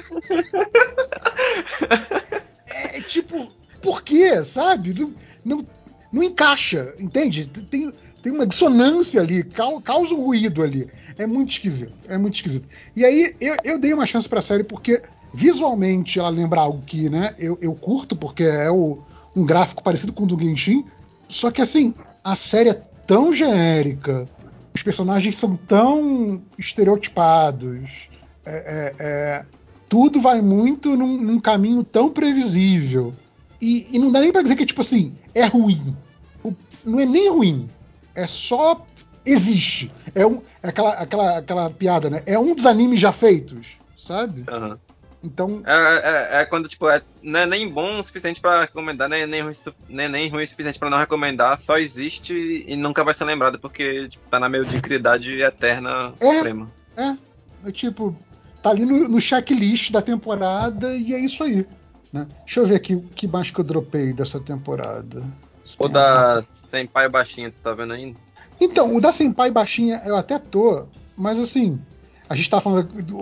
É tipo, por quê, sabe? Não, não, não encaixa, entende? Tem, tem uma dissonância ali, cau- causa um ruído ali. É muito esquisito, é muito esquisito. E aí eu, eu dei uma chance pra série porque visualmente ela lembra algo que, né, eu, eu curto, porque é o, um gráfico parecido com o do Genshin, só que assim, a série é tão genérica, os personagens são tão estereotipados, é, é, é, tudo vai muito num, num caminho tão previsível. E, e não dá nem pra dizer que, tipo assim, é ruim. O- não é nem ruim. É só existe. É, um, é aquela, aquela, aquela piada, né? É um dos animes já feitos, sabe? Aham. Então, É, é, é quando, tipo, é, não é nem bom o suficiente pra recomendar, nem, nem, ruim, su- nem, nem ruim o suficiente pra não recomendar, só existe e nunca vai ser lembrado, porque tipo, tá na mediocridade eterna É. suprema. é, é tipo, tá ali no, no checklist da temporada e é isso aí. Né? Deixa eu ver aqui o que mais que eu dropei dessa temporada. Se Ou tem alguma da Senpai Baixinha, tu tá vendo ainda? Então, o da Senpai Baixinha eu até tô, mas assim, a gente tá falando, o,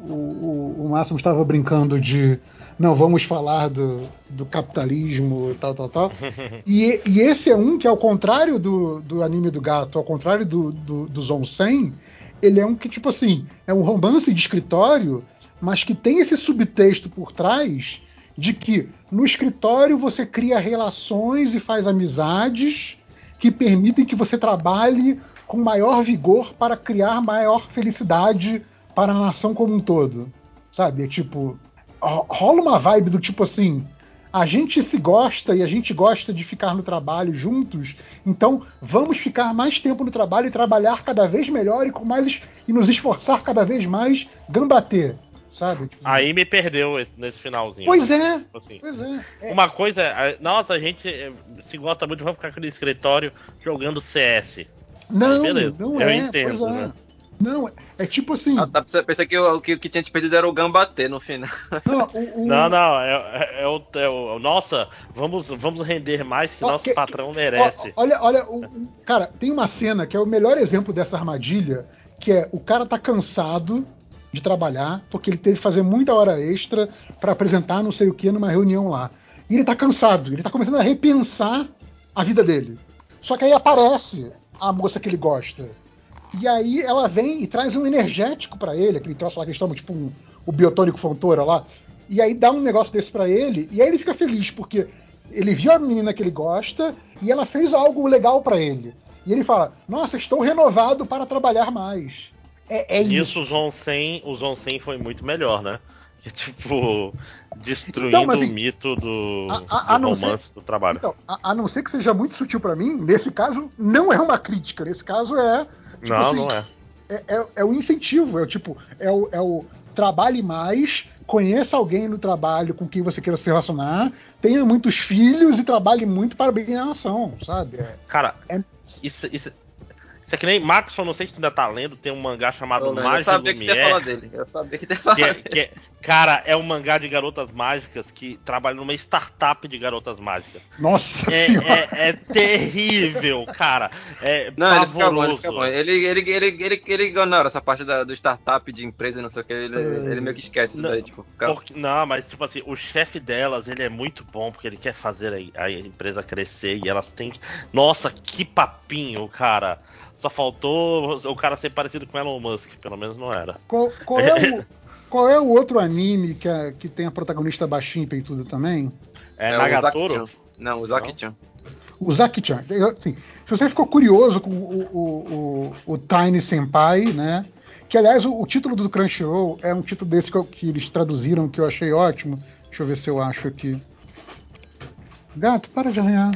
o, o, o Máximo estava brincando de não, vamos falar do, do capitalismo e tal, tal, tal. E, e esse é um que, ao contrário do, do anime do gato, ao contrário do, do, do Zonsen, ele é um que, tipo assim, é um romance de escritório, mas que tem esse subtexto por trás de que no escritório você cria relações e faz amizades que permitem que você trabalhe com maior vigor para criar maior felicidade para a nação como um todo. Sabe? É tipo, ro- rola uma vibe do tipo assim, a gente se gosta e a gente gosta de ficar no trabalho juntos, então vamos ficar mais tempo no trabalho e trabalhar cada vez melhor e com mais es- e nos esforçar cada vez mais, gambater, sabe? Tipo, Aí me perdeu esse- nesse finalzinho. pois né? é, Tipo assim, pois é. É, uma coisa, é, nossa, a gente eh, se gosta muito, vamos ficar aqui no escritório jogando C S. Não, beleza, não eu é. entendo, pois é. né? Não, é tipo assim. Ah, tá, pensei que o que, que tinha te perdido era o Gambatê no final. Não, o, o- Não, não, é, é- é o, é o- Nossa, vamos, vamos render mais que Ó, nosso que- patrão ó, merece. olha, olha, o, o- cara, tem uma cena que é o melhor exemplo dessa armadilha, que é o cara tá cansado de trabalhar, porque ele teve que fazer muita hora extra pra apresentar não sei o que numa reunião lá. E ele tá cansado, ele tá começando a repensar a vida dele. Só que aí aparece a moça que ele gosta. E aí ela vem e traz um energético pra ele, aquele troço lá que eles tomam, tipo um, o biotônico fontora lá. E aí dá um negócio desse pra ele, e aí ele fica feliz, porque ele viu a menina que ele gosta e ela fez algo legal pra ele. E ele fala, nossa, estou renovado para trabalhar mais. É, é Nisso isso. o Zonsen, o Zonsen foi muito melhor, né? Que, tipo, destruindo Então, mas, assim, o mito do, a- a- a do não romance ser- do trabalho. Então, a, a não ser que seja muito sutil pra mim, nesse caso não é uma crítica, nesse caso é tipo não, assim, não é. É, é, é o incentivo, é o tipo, é o, é o trabalhe mais, conheça alguém no trabalho com quem você queira se relacionar, tenha muitos filhos e trabalhe muito para bem da nação, sabe? É, Cara, é- isso, isso, isso é que nem Maxon, não sei se tu ainda tá lendo, tem um mangá chamado Eu, lembro, eu Magi sabia que ia falar Lumière. dele. Eu sabia que ia falar Que é, dele. que é- cara, é um mangá de garotas mágicas que trabalha numa startup de garotas mágicas. Nossa É, senhora! é, é terrível, cara. É Não, ele fica bom, pavoroso. ele fica bom. Ele, ele, ele, ele, ele ignora essa parte da, do startup, de empresa e não sei o que, ele, ele meio que esquece isso Não, daí, tipo. fica- porque- não, mas tipo assim, o chefe delas, ele é muito bom porque ele quer fazer a, a empresa crescer e elas têm que... Nossa, que papinho, cara. Só faltou o cara ser parecido com Elon Musk, pelo menos não era. Qual, qual é o, qual é o outro anime que, é- que tem a protagonista baixinha e peituda também? É, É o Nagatoro? Zaki-chan. Não, o Zaki-chan. O Zaki-chan. Eu, assim, se você ficou curioso com o, o, o, o Tiny Senpai, né? Que, aliás, o, o título do Crunchyroll é um título desse que, eu- que eles traduziram, que eu achei ótimo. Deixa eu ver se eu acho aqui. Gato, para de arranhar.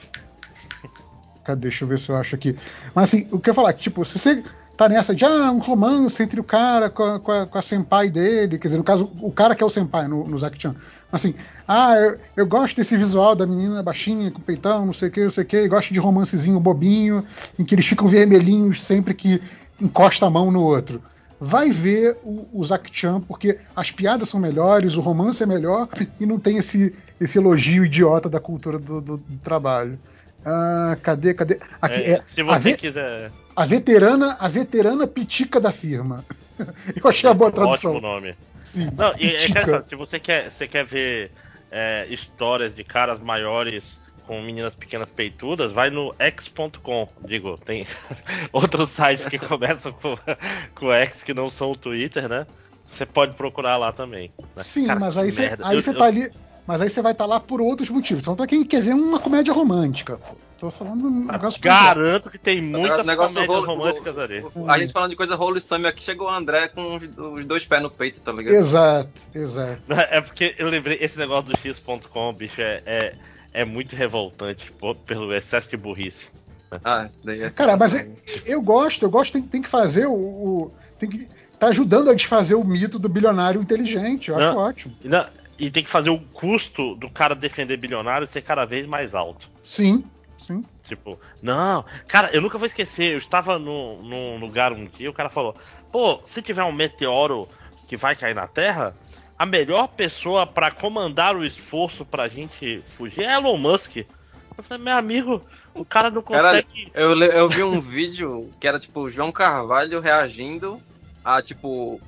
Cadê? Deixa eu ver se eu acho aqui. Mas assim, o que eu ia falar, tipo, se você tá nessa de ah, um romance entre o cara com a, com a, com a senpai dele, quer dizer, no caso, o cara que é o senpai no, no Zaki-chan. Assim, ah, eu, eu gosto desse visual da menina baixinha, com peitão, não sei o que, não sei o que, gosto de romancezinho bobinho, em que eles ficam vermelhinhos sempre que encosta a mão no outro. Vai ver o, o Zaki-chan, porque as piadas são melhores, o romance é melhor e não tem esse, esse elogio idiota da cultura do, do, do trabalho. Ah, cadê, cadê? Aqui É, é se a, você ve- quiser. a veterana, a veterana pitica da firma. Eu achei a boa tradução. Ótimo nome. Sim, Não, e é pitica. engraçado, se você quer, você quer ver é, histórias de caras maiores com meninas pequenas peitudas, vai no X ponto com. Digo, tem outros sites que começam com, com X que não são o Twitter, né? Você pode procurar lá também. Né? Sim, Cara, mas que aí você merda. aí Eu- você eu- tá ali. Mas aí você vai estar lá por outros motivos. Só pra quem quer ver uma comédia romântica. Pô. Tô falando um negócio Garanto que tem O muitas negócio comédias rolo- românticas o- ali. o- A gente falando de coisa rolo-same aqui, chegou o André com os, os dois pés no peito, tá ligado? Exato, exato. É porque eu lembrei, esse negócio do X ponto com, bicho, é, é, é muito revoltante pô, pelo excesso de burrice. Ah, isso daí é Cara, mas sensacional. eu, eu gosto, eu gosto, tem, tem que fazer o. o- tem que tá ajudando a desfazer o mito do bilionário inteligente. Eu acho Não. ótimo. E, não- e tem que fazer o custo do cara defender bilionário ser cada vez mais alto. Sim, sim. Tipo, não, cara, eu nunca vou esquecer. Eu estava no, num lugar um dia, o cara falou: pô, se tiver um meteoro que vai cair na Terra, a melhor pessoa pra comandar o esforço pra gente fugir é Elon Musk. Eu falei, meu amigo, o cara não Caralho, consegue. eu, le- eu vi um vídeo que era tipo o João Carvalho reagindo a tipo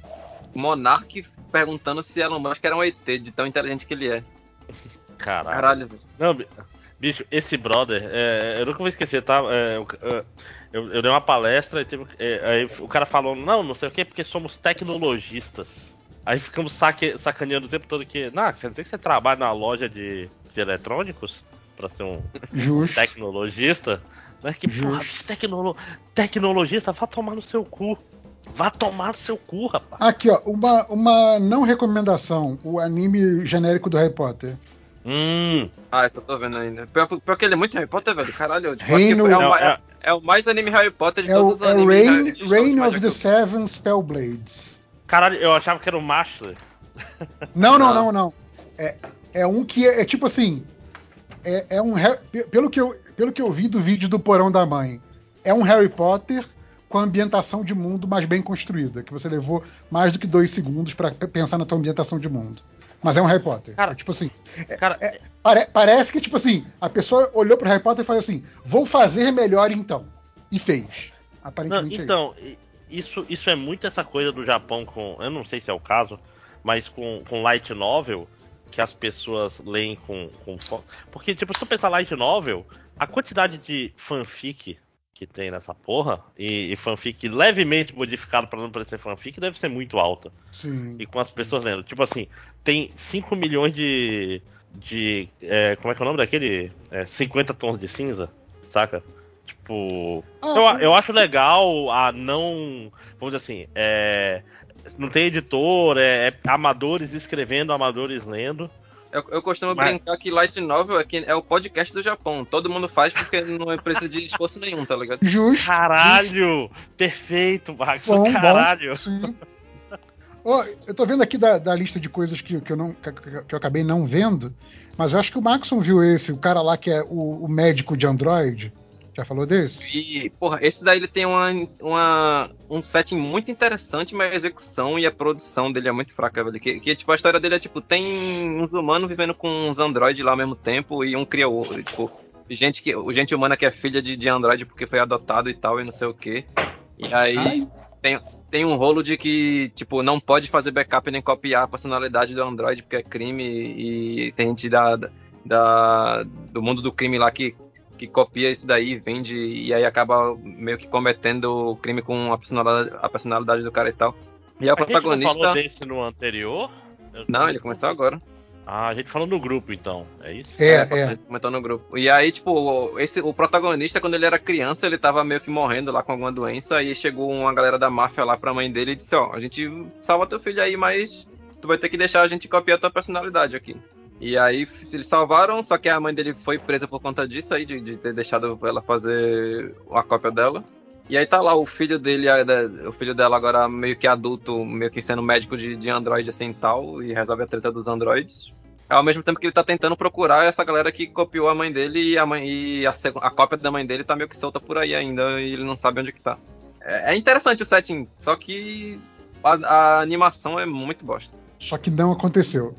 Monark perguntando se Elon Musk era um E T, de tão inteligente que ele é. Caralho. Caralho, velho. Não, bi- bicho, esse brother, é, eu nunca vou esquecer, tá? É, eu, eu- eu dei uma palestra e teve, é, aí o cara falou, não, não sei o que, porque somos tecnologistas. Aí ficamos saque, sacaneando o tempo todo que, não, quer dizer que você trabalha numa loja de, de eletrônicos pra ser um Justo. tecnologista? Mas que porra, Justo. tecnolo, tecnologista, vá tomar no seu cu. Vá tomar no seu cu, rapaz. Aqui, ó, uma, uma não recomendação: o anime genérico do Harry Potter. Hum, Ah, isso eu tô vendo ainda. Pior, pior que ele é muito Harry Potter, velho. Caralho, eu, tipo, Reino- acho que é o, Não, ma- é- é- é o mais anime Harry Potter de É o, todos os é o animes. Reign, de- de- Reign de- of the de- Seven Spellblades. caralho, eu achava que era o Master. Não, não, Não. não, não. É, é um que é, é tipo assim. É, é um. re- pe- Pelo que, eu, pelo que eu vi do vídeo do Porão da Mãe, é um Harry Potter com a ambientação de mundo mais bem construída, que você levou mais do que dois segundos pra pensar na tua ambientação de mundo. Mas é um Harry Potter. Cara, é, tipo assim, é- cara, é- pare- parece que tipo assim, a pessoa olhou pro Harry Potter e falou assim: vou fazer melhor então. E fez. Não, Aparentemente é então, i- isso, isso é muito essa coisa do Japão com. Eu não sei se é o caso, mas com, com light novel, que as pessoas leem com, com fo- Porque, tipo, se tu pensar light novel, a quantidade de fanfic que tem nessa porra, e, e fanfic levemente modificado pra não parecer fanfic, deve ser muito alta. isso. Sim. E com as pessoas lendo. Tipo assim, tem cinco milhões de. de é, como é que é o nome daquele? É, cinquenta tons de cinza, saca? Tipo. Ah, Eu, o- eu acho legal a não. Vamos dizer assim, é. Não tem editor, é, é amadores escrevendo, amadores lendo. Eu, eu costumo Mas- brincar que Light Novel é, que é o podcast do Japão. Todo mundo faz porque não precisa de esforço nenhum, tá ligado? Justo. Caralho! Perfeito, Max! Bom, bom, Caralho! sim. Ó, eu tô vendo aqui da, da lista de coisas que, que, eu não, que, que eu acabei não vendo, mas eu acho que o Maxon viu esse, o cara lá que é o, o médico de Android. Já falou desse? E, porra, esse daí ele tem uma, uma, um setting muito interessante, mas a execução e a produção dele é muito fraca, velho. Que, que, tipo, a história dele é, tipo, tem uns humanos vivendo com uns androides lá ao mesmo tempo e um cria o outro. Tipo, gente, que, gente humana que é filha de, de android porque foi adotado e tal e não sei o quê. E aí Ai. tem, tem um rolo de que, tipo, não pode fazer backup nem copiar a personalidade do android porque é crime e tem gente da, da, do mundo do crime lá que que copia isso daí, vende e aí acaba meio que cometendo o crime com a personalidade, a personalidade do cara e tal. E a A gente não protagonista. falou desse no anterior? Eu- Não, ele começou agora. Ah, a gente falou no grupo então, é isso? É, A é. gente comentou no grupo. E aí, tipo, esse, o protagonista, quando ele era criança, ele tava meio que morrendo lá com alguma doença. E chegou uma galera da máfia lá pra mãe dele e disse: Ó, a gente salva teu filho aí, mas tu vai ter que deixar a gente copiar tua personalidade aqui. E aí eles salvaram, só que a mãe dele foi presa por conta disso aí, de, de ter deixado ela fazer a cópia dela. E aí tá lá o filho dele, a- da- o filho dela agora meio que adulto, meio que sendo médico de, de android assim e tal, e resolve a treta dos androids. Ao mesmo tempo que ele tá tentando procurar essa galera que copiou a mãe dele e a, mãe, e a, seg- a cópia da mãe dele tá meio que solta por aí ainda e ele não sabe onde que tá. É, é interessante o setting, só que a, a animação é muito bosta. Só que não aconteceu.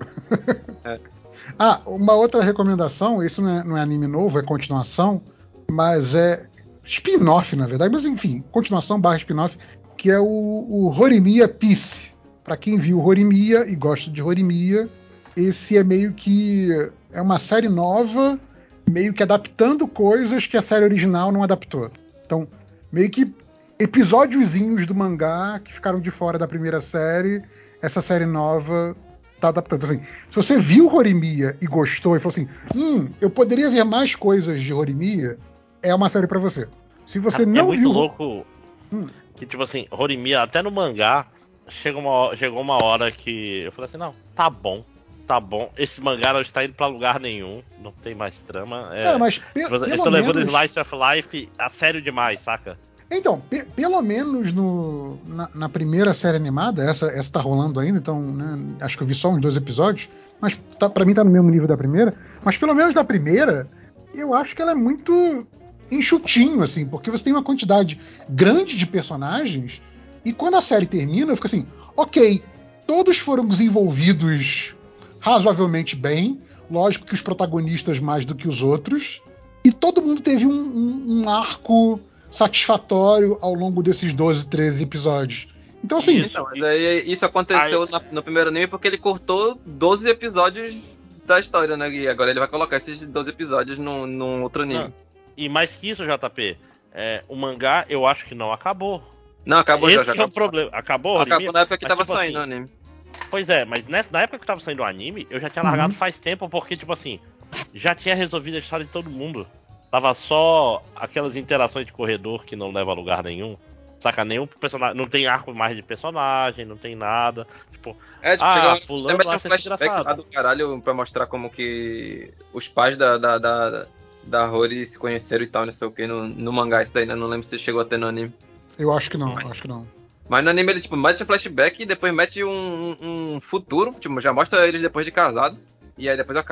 É. Ah, uma outra recomendação, isso não é, não é anime novo, é continuação, mas é spin-off, na verdade, mas enfim, continuação barra spin-off, que é o, o Horimiya Peace. Pra quem viu Horimiya e gosta de Horimiya, esse é meio que é uma série nova, meio que adaptando coisas que a série original não adaptou. Então, meio que episódiozinhos do mangá que ficaram de fora da primeira série, essa série nova tá adaptando. Assim, se você viu Horimiya e gostou e falou assim, hum, eu poderia ver mais coisas de Horimiya, é uma série pra você. Se você Cara, não é muito viu, louco Hum. que, tipo assim, Horimiya, até no mangá, chega uma, ho- chegou uma hora que eu falei assim, não, tá bom, tá bom, esse mangá não está indo pra lugar nenhum, não tem mais trama. É, cara, mas pe- tipo, eles pelo estão levando menos, Slice of Life a sério demais, saca? então, pe- pelo menos no, na, na primeira série animada, essa, essa tá rolando ainda, então, né, acho que eu vi só uns dois episódios, mas tá, pra mim tá no mesmo nível da primeira, mas pelo menos da primeira, eu acho que ela é muito enxutinho, assim, porque você tem uma quantidade grande de personagens, e quando a série termina, eu fico assim, ok, todos foram desenvolvidos razoavelmente bem, lógico que os protagonistas mais do que os outros, e todo mundo teve um, um, um arco satisfatório ao longo desses doze, treze episódios. Então, assim, Isso. Então, mas aí isso aconteceu na- no primeiro anime porque ele cortou doze episódios da história, né? E agora ele vai colocar esses doze episódios num, num outro anime. Não. E mais que isso, J P, é, o mangá eu acho que não acabou. Não, acabou Esse já, já que é o acabou. problema. Acabou, Acabou Horimiya? na época que Mas, tava tipo saindo o assim, anime. Pois é, mas nessa, na época que tava saindo o anime, eu já tinha Uhum. largado faz tempo, porque, tipo assim, já tinha resolvido a história de todo mundo. Tava só aquelas interações de corredor que não leva a lugar nenhum. Saca? Nenhum personagem. Não tem arco mais de personagem, não tem nada. Tipo, É, tipo, ah, chegou uma fulano você mete um acha isso flashback engraçado. lá do caralho pra mostrar como que os pais da, da, da, da Rory se conheceram e tal, não sei o que, no, no mangá isso daí, né? Não lembro se chegou a ter no anime. eu acho que não, acho que não. Mas no anime ele, tipo, mete um flashback e depois mete um, um futuro, tipo, já mostra eles depois de casado, e aí depois acaba.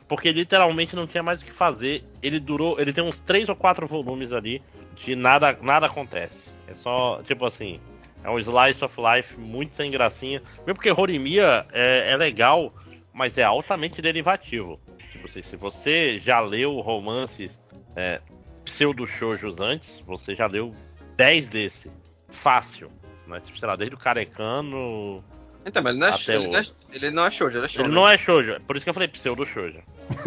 porque literalmente não tinha mais o que fazer. Ele durou, ele tem uns três ou quatro volumes ali de nada, nada acontece. É só, tipo assim, é um slice of life muito sem gracinha. Mesmo porque Horimiya é, é legal, mas é altamente derivativo. Tipo assim, se você já leu romances é, pseudo-shoujos antes, você já leu dez desse. Fácil. Né? Tipo, sei lá, desde o Karekano... Então, mas ele não é, Até ele o- não é, ele não é shoujo, ele é shonen. Ele não é shoujo, por isso que eu falei pseudo-shoujo.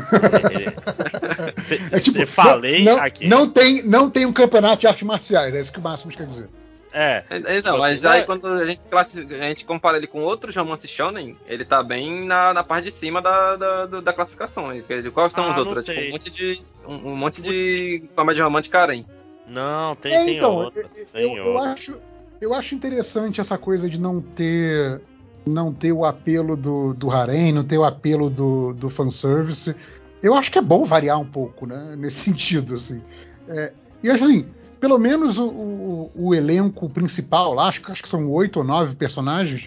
É tipo, falei não, aqui. não, tem, não tem um campeonato de artes marciais, é isso que o Máximo quer dizer. É. Então, Tipo mas assim, aí não é- quando a gente, classifica, a gente compara ele com outros romances shonen, ele tá bem na, na parte de cima da, da, do- da classificação. Ele- Quais são Ah, os não outros? É tipo sei. um monte de, um, um monte de comédia romântica harém. Não, tem, É, tem então, outra. eu, Tem eu, eu outra. acho, eu acho interessante essa coisa de não ter não ter o apelo do, do harém, não ter o apelo do, do fanservice. Eu acho que é bom variar um pouco, né? Nesse sentido, assim. É, e acho assim, pelo menos o, o, o elenco principal lá, acho, que- acho que são oito ou nove personagens,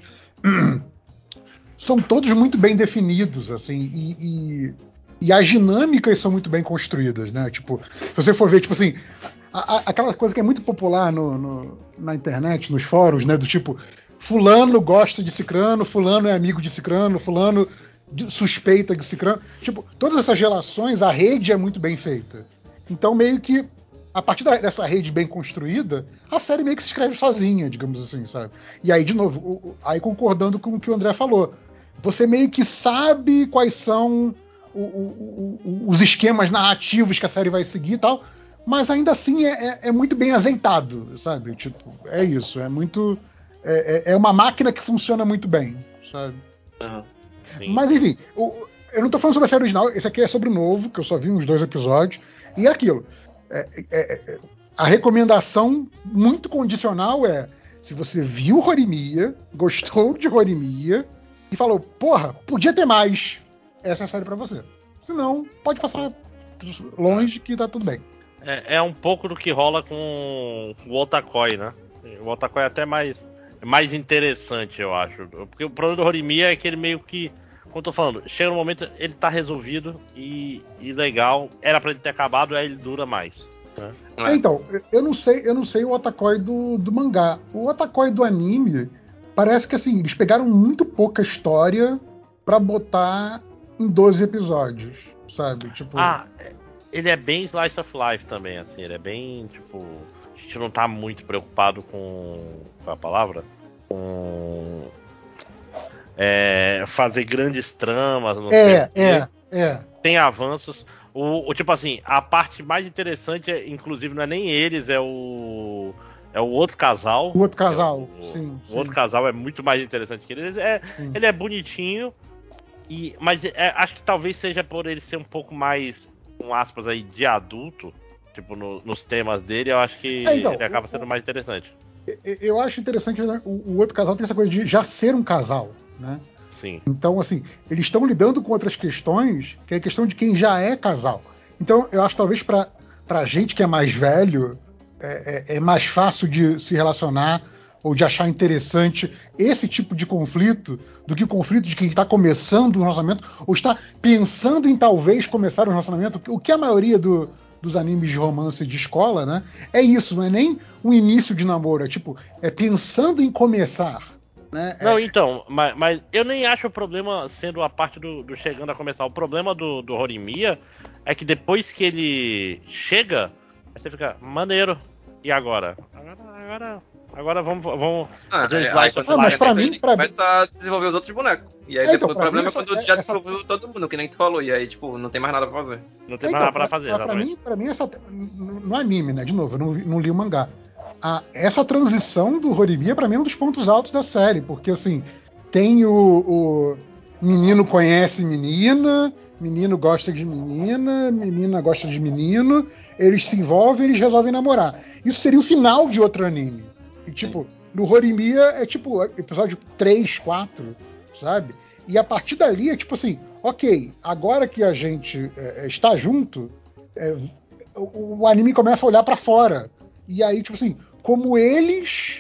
são todos muito bem definidos, assim, e, e, e as dinâmicas são muito bem construídas, né? Tipo, se você for ver, tipo assim, a- a- aquela coisa que é muito popular no, no- na internet, nos fóruns, né? Do tipo, fulano gosta de cicrano, fulano é amigo de cicrano, fulano de- suspeita de cicrano. Tipo, todas essas relações, a rede é muito bem feita. Então, meio que, a partir da- dessa rede bem construída, a série meio que se escreve sozinha, digamos assim, sabe? E aí, de novo, o- o- aí concordando com o que o André falou, você meio que sabe quais são o- o- o- os esquemas narrativos que a série vai seguir e tal, mas ainda assim é, é- é muito bem azeitado, sabe? Tipo, é isso, é muito. É, é- é uma máquina que funciona muito bem, sabe? Sim, Mas sim. enfim, o- eu não tô falando sobre a série original, esse aqui é sobre o novo, que eu só vi uns dois episódios, e é aquilo. É- é- é- a recomendação muito condicional é: se você viu Horimiya, gostou de Horimiya, e falou, porra, podia ter mais, essa é a série pra você. Se não, pode passar longe que tá tudo bem. É, é um pouco do que rola com o Otakoi, né? O Otakoi é até mais, mais interessante, eu acho. Porque o problema do Horimiya é que ele meio que, como eu tô falando, chega no momento, ele tá resolvido e, e legal. Era pra ele ter acabado, aí ele dura mais. É, então, eu não sei, eu não sei o Otakoi do, do mangá. O Otakoi do anime parece que assim, eles pegaram muito pouca história pra botar em doze episódios, sabe? Tipo, Ah, ele é bem slice of life também, assim. Ele é bem, tipo... A gente não tá muito preocupado com... Qual é a palavra? Com... É, fazer grandes tramas, não sei é, o quê. é, é. Tem avanços. O, o tipo assim, a parte mais interessante, é, inclusive, não é nem eles, é o. É o outro casal. O outro casal, É o, sim, o sim. outro casal é muito mais interessante que eles. É, Sim. ele é bonitinho. E, mas é, acho que talvez seja por ele ser um pouco mais, com aspas aí, de adulto. Tipo, no- nos temas dele, eu acho que É, então, ele acaba o- sendo o- mais interessante. E- Eu acho interessante, né, o, o outro casal tem essa coisa de já ser um casal, né? Sim. Então, assim, eles estão lidando com outras questões, que é a questão de quem já é casal. Então, eu acho que talvez pra, pra gente que é mais velho, é, é- é mais fácil de se relacionar ou de achar interessante esse tipo de conflito do que o conflito de quem está começando um relacionamento ou está pensando em talvez começar um relacionamento, o que a maioria do- dos animes de romance de escola, né? É isso, não é nem um início de namoro, é tipo, é pensando em começar. Né? Não, É- então, mas, mas eu nem acho o problema sendo a parte do, do chegando a começar. O problema do, do Horimiya é que depois que ele chega, aí você fica, maneiro. E agora? Agora, agora, agora vamos, vamos Ah, fazer o é, slice aí of quando Ah, mas life. pra começa, mim- ele pra começa a desenvolver os outros bonecos. E aí É, depois, então, o pra problema mim, é quando essa- já essa- desenvolveu todo mundo, que nem tu falou. E aí, tipo, não tem mais nada pra fazer. Não tem É, mais então, nada pra pra, fazer, pra- pra exatamente. mim, pra mim essa, no, no anime, né? De novo, eu não, vi- não li o mangá. A- essa transição do Horimiya, pra mim, é um dos pontos altos da série, porque assim, tem o, o menino conhece menina, menino gosta de menina, menina gosta de menino, eles se envolvem, eles resolvem namorar. Isso seria o final de outro anime. E, tipo, no Horimiya é tipo episódio três, quatro, sabe? E a partir dali é tipo assim, ok, agora que a gente é, está junto, é, o, o anime começa a olhar pra fora. E aí, tipo assim, como eles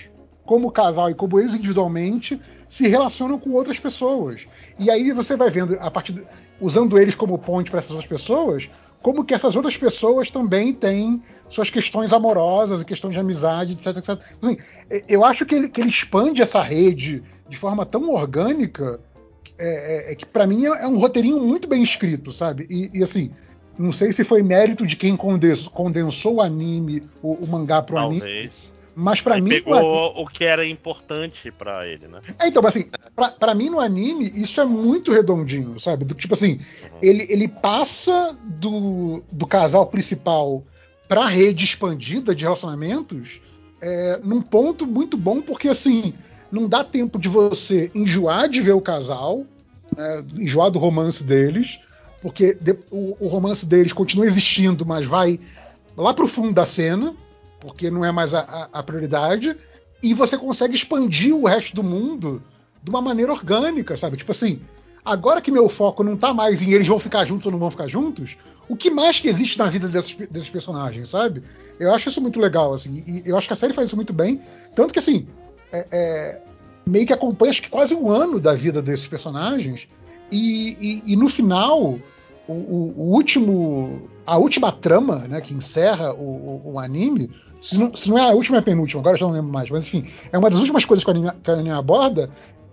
como casal e como eles individualmente se relacionam com outras pessoas. E aí você vai vendo, a partir do, usando eles como ponte para essas outras pessoas, como que essas outras pessoas também têm suas questões amorosas e questões de amizade, etc, etc. Assim, eu acho que ele, que ele expande essa rede de forma tão orgânica é, é, é que para mim é um roteirinho muito bem escrito, sabe? E, e assim, não sei se foi mérito de quem condensou, condensou o anime, o, o mangá pro Talvez. anime, mas para Aí mim pegou o anime... o que era importante pra ele, né? É, então, assim, pra, pra mim no anime isso é muito redondinho, sabe? Do, tipo assim, Uhum. ele, ele passa do, do casal principal pra rede expandida de relacionamentos é, num ponto muito bom, porque assim, não dá tempo de você enjoar de ver o casal, né, enjoar do romance deles, porque de, o, o romance deles continua existindo, mas vai lá pro fundo da cena, porque não é mais a, a, a prioridade, e você consegue expandir o resto do mundo de uma maneira orgânica, sabe? Tipo assim, agora que meu foco não tá mais em eles vão ficar juntos ou não vão ficar juntos, o que mais que existe na vida desses, desses personagens, sabe? Eu acho isso muito legal, assim, e eu acho que a série faz isso muito bem, tanto que, assim, é, é, meio que acompanha acho que quase um ano da vida desses personagens, e, e, e no final, o, o, o último, a última trama, né, que encerra o, o, o anime, se não, se não é a última, é a penúltima, agora eu já não lembro mais, mas enfim, é uma das últimas coisas que o anime, que o anime aborda,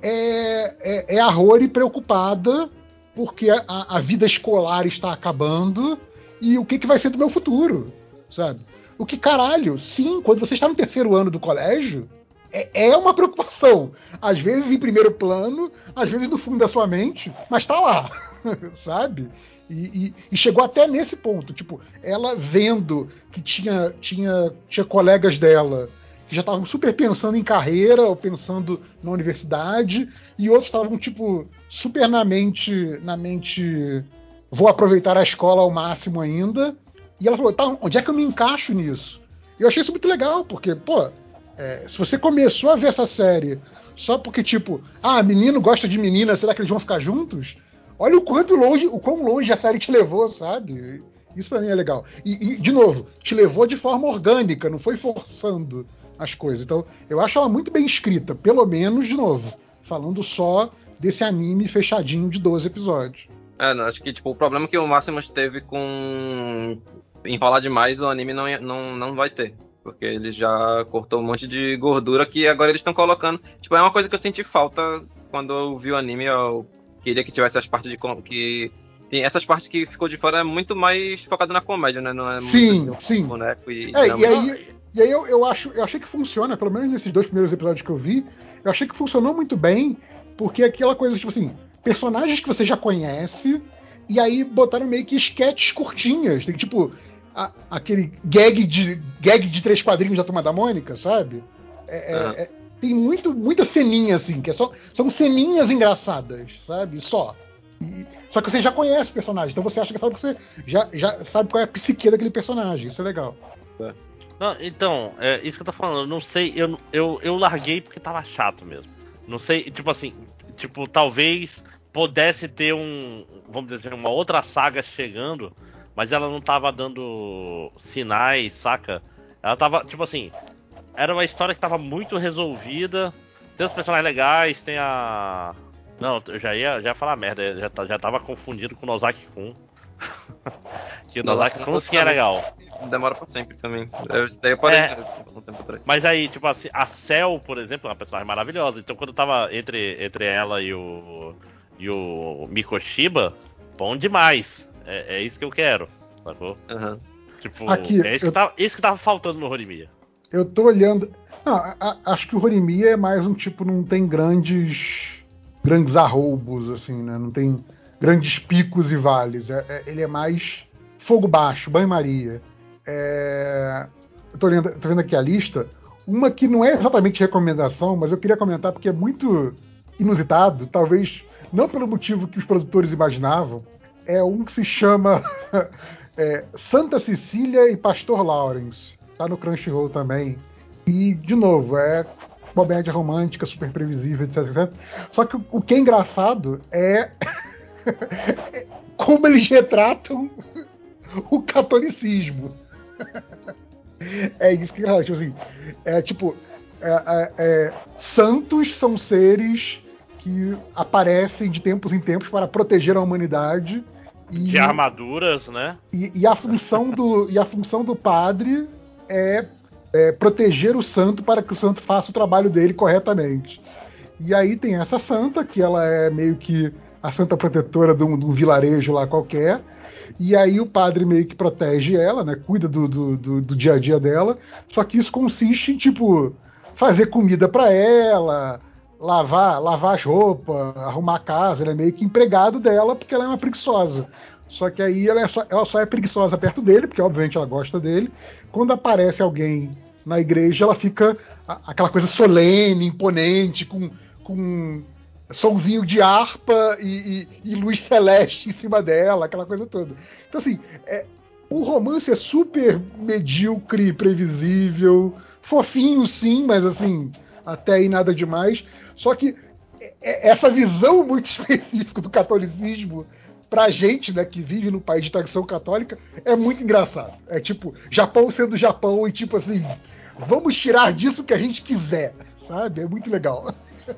é, é, é a Rory preocupada porque a, a vida escolar está acabando e o que, que vai ser do meu futuro, sabe? O que, caralho, sim, quando você está no terceiro ano do colégio, é, é uma preocupação. Às vezes em primeiro plano, às vezes no fundo da sua mente, mas tá lá, sabe? E, e, e chegou até nesse ponto, tipo, ela vendo que tinha, tinha, tinha colegas dela que já estavam super pensando em carreira ou pensando na universidade, e outros estavam, tipo, super na mente, na mente, vou aproveitar a escola ao máximo ainda. E ela falou, tá, onde é que eu me encaixo nisso? E eu achei isso muito legal, porque, pô, é, se você começou a ver essa série só porque, tipo, ah, menino gosta de menina, será que eles vão ficar juntos? Olha o quanto longe, o quão longe a série te levou, sabe? Isso pra mim é legal. E, e, de novo, te levou de forma orgânica, não foi forçando as coisas. Então, eu acho ela muito bem escrita, pelo menos, de novo, falando só desse anime fechadinho de doze episódios. É, não, acho que tipo, o problema que o Máximos teve com enrolar demais, o anime não, ia- não, não vai ter. Porque ele já cortou um monte de gordura que agora eles estão colocando. Tipo, é uma coisa que eu senti falta quando eu vi o anime. Eu queria que tivesse as partes de com- que tem essas partes que ficou de fora é muito mais focado na comédia, né? Não é Sim, muito de sim. boneco e É, drama. e aí, e aí eu, eu, acho, eu achei que funciona, pelo menos nesses dois primeiros episódios que eu vi, eu achei que funcionou muito bem, porque é aquela coisa, tipo assim, personagens que você já conhece, e aí botaram meio que sketches curtinhas. Tem tipo a, aquele gag de, gag de três quadrinhos da Turma da Mônica, sabe? É, é, Aham. é, tem muito, muita ceninha, assim, que é só, são ceninhas engraçadas, sabe? Só. E- só que você já conhece o personagem, então você acha que sabe que você já, já sabe qual é a psique daquele personagem. Isso é legal. Não, então, é isso que eu tô falando. Eu não sei, eu, eu, eu larguei porque tava chato mesmo. Não sei, tipo assim, tipo, talvez pudesse ter um, vamos dizer, uma outra saga chegando, mas ela não tava dando sinais, saca? Ela tava, tipo assim, era uma história que tava muito resolvida. Tem os personagens legais, tem a. Não, eu já ia, já ia falar merda, eu já, ta- já tava confundido com o Nozaki Kun. Que o Nozaki Kun sim é legal. Demora pra sempre também. Eu, isso daí eu parei É. um tempo atrás. Mas aí, tipo assim, a Cell, por exemplo, é uma personagem maravilhosa. Então quando eu tava entre, entre ela e o. E o Mikoshiba, bom demais. É, é isso que eu quero, sacou? Aham. Tipo, Aqui, é isso, eu- que tava, isso que tava faltando no Horimiya. Eu tô olhando. Não, a- a- acho que o Horimiya é mais um tipo, não tem grandes grandes arroubos, assim, né? Não tem grandes picos e vales. É- é- ele é mais fogo baixo, banho-maria. É, eu tô, lendo, tô vendo aqui a lista. Uma que não é exatamente recomendação, mas eu queria comentar porque é muito inusitado, talvez não pelo motivo que os produtores imaginavam. É um que se chama é, Santa Cecília e Pastor Lawrence. Tá no Crunchyroll também. E, de novo, é comédia romântica, super previsível, etc, etcétera. Só que o, o que é engraçado é como eles retratam o catolicismo. É isso que é, tipo assim, é tipo, é, é, é, santos são seres que aparecem de tempos em tempos para proteger a humanidade. E, De armaduras, né? E, e, a função do, e a função do padre é, é proteger o santo para que o santo faça o trabalho dele corretamente. E aí tem essa santa, que ela é meio que a santa protetora de um, de um vilarejo lá qualquer. E aí o padre meio que protege ela, né? Cuida do, do, do, do dia a dia dela. Só que isso consiste em, tipo, fazer comida para ela, lavar, lavar as roupas, arrumar a casa. Ela é meio que empregado dela porque ela é uma preguiçosa. Só que aí ela, é só, ela só é preguiçosa perto dele, porque obviamente ela gosta dele. Quando aparece alguém na igreja, ela fica a, aquela coisa solene, imponente, com, com somzinho de harpa e, e, e luz celeste em cima dela, aquela coisa toda. Então, assim, é, o romance é super medíocre, previsível, fofinho sim, mas assim, até aí nada demais. Só que essa visão muito específica do catolicismo pra gente, né, que vive no país de tradição católica, é muito engraçado. É tipo, Japão sendo Japão e tipo assim, vamos tirar disso o que a gente quiser, sabe? É muito legal.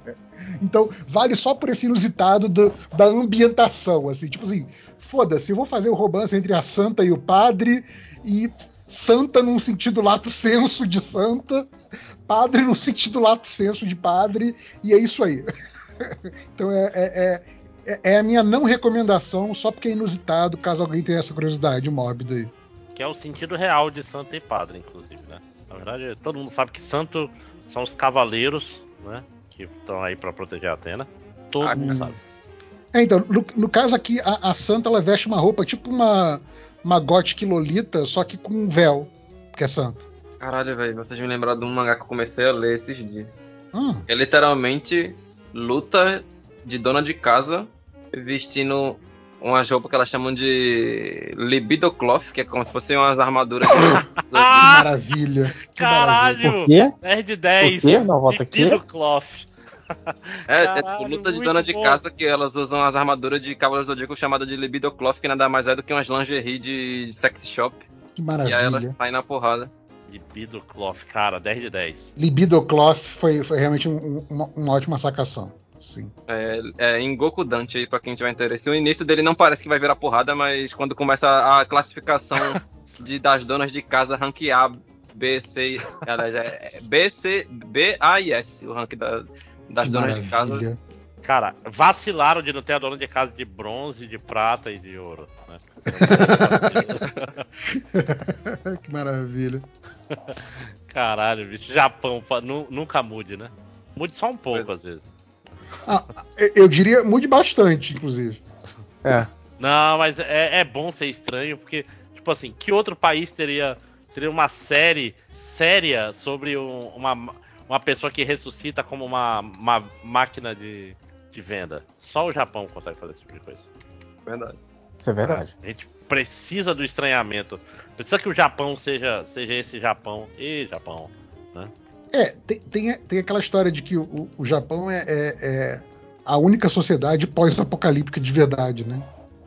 Então, vale só por esse inusitado do, da ambientação, assim, tipo assim, foda-se, eu vou fazer o romance entre a santa e o padre, e santa num sentido lato senso de santa, padre num sentido lato senso de padre, e é isso aí. Então é, é, é, é a minha não recomendação, só porque é inusitado, caso alguém tenha essa curiosidade mórbida aí. Que é o sentido real de santo e padre, inclusive, né? Na verdade, todo mundo sabe que santo são os cavaleiros, né? Que estão aí pra proteger a Atena. Todo Ah, mundo hum. sabe. É, então, no, no caso aqui, a, a santa ela veste uma roupa tipo uma, uma gótica lolita, só que com um véu, que é santa. Caralho, velho, vocês me lembraram de um mangá que eu comecei a ler esses dias. Hum. É literalmente luta de dona de casa vestindo umas roupas que elas chamam de libido cloth, que é como se fossem umas armaduras de... Que maravilha. Que maravilha. Caralho! Por quê? dez de dez. Por quê? Não, volta aqui. Libido cloth. É, é Caralho, tipo luta de muito dona de bom. casa que elas usam as armaduras de Cavaleiros do Zodíaco chamada de libido cloth, que nada mais é do que umas lingerie de sex shop. Que E aí elas maravilha. saem na porrada. Libido cloth, cara, dez de dez. Libido Cloth foi, foi realmente um, uma, uma ótima sacação. Sim. É, é em Goku Dante aí, pra quem tiver interesse. O início dele não parece que vai virar porrada, mas quando começa a classificação de, das donas de casa, rank A, B, C, aliás, é B, C, B, A e S, o rank da, das Que donas de casa. maravilha. Cara, vacilaram de não ter a dona de casa de bronze, de prata e de ouro, né? Que maravilha. Caralho, bicho. Japão, fa- nu- nunca mude, né? Mude só um pouco, às vezes. Ah, eu diria, mude bastante, inclusive. É. Não, mas é, é bom ser estranho, porque, tipo assim, que outro país teria, teria uma série séria sobre um- uma, uma pessoa que ressuscita como uma, uma máquina de, de venda? Só o Japão consegue fazer esse tipo de coisa. Verdade. Isso é verdade. A gente precisa do estranhamento. Precisa que o Japão seja, seja esse Japão. E Japão, né? É, tem, tem, tem aquela história de que o, o Japão é, é- é a única sociedade pós-apocalíptica de verdade, né?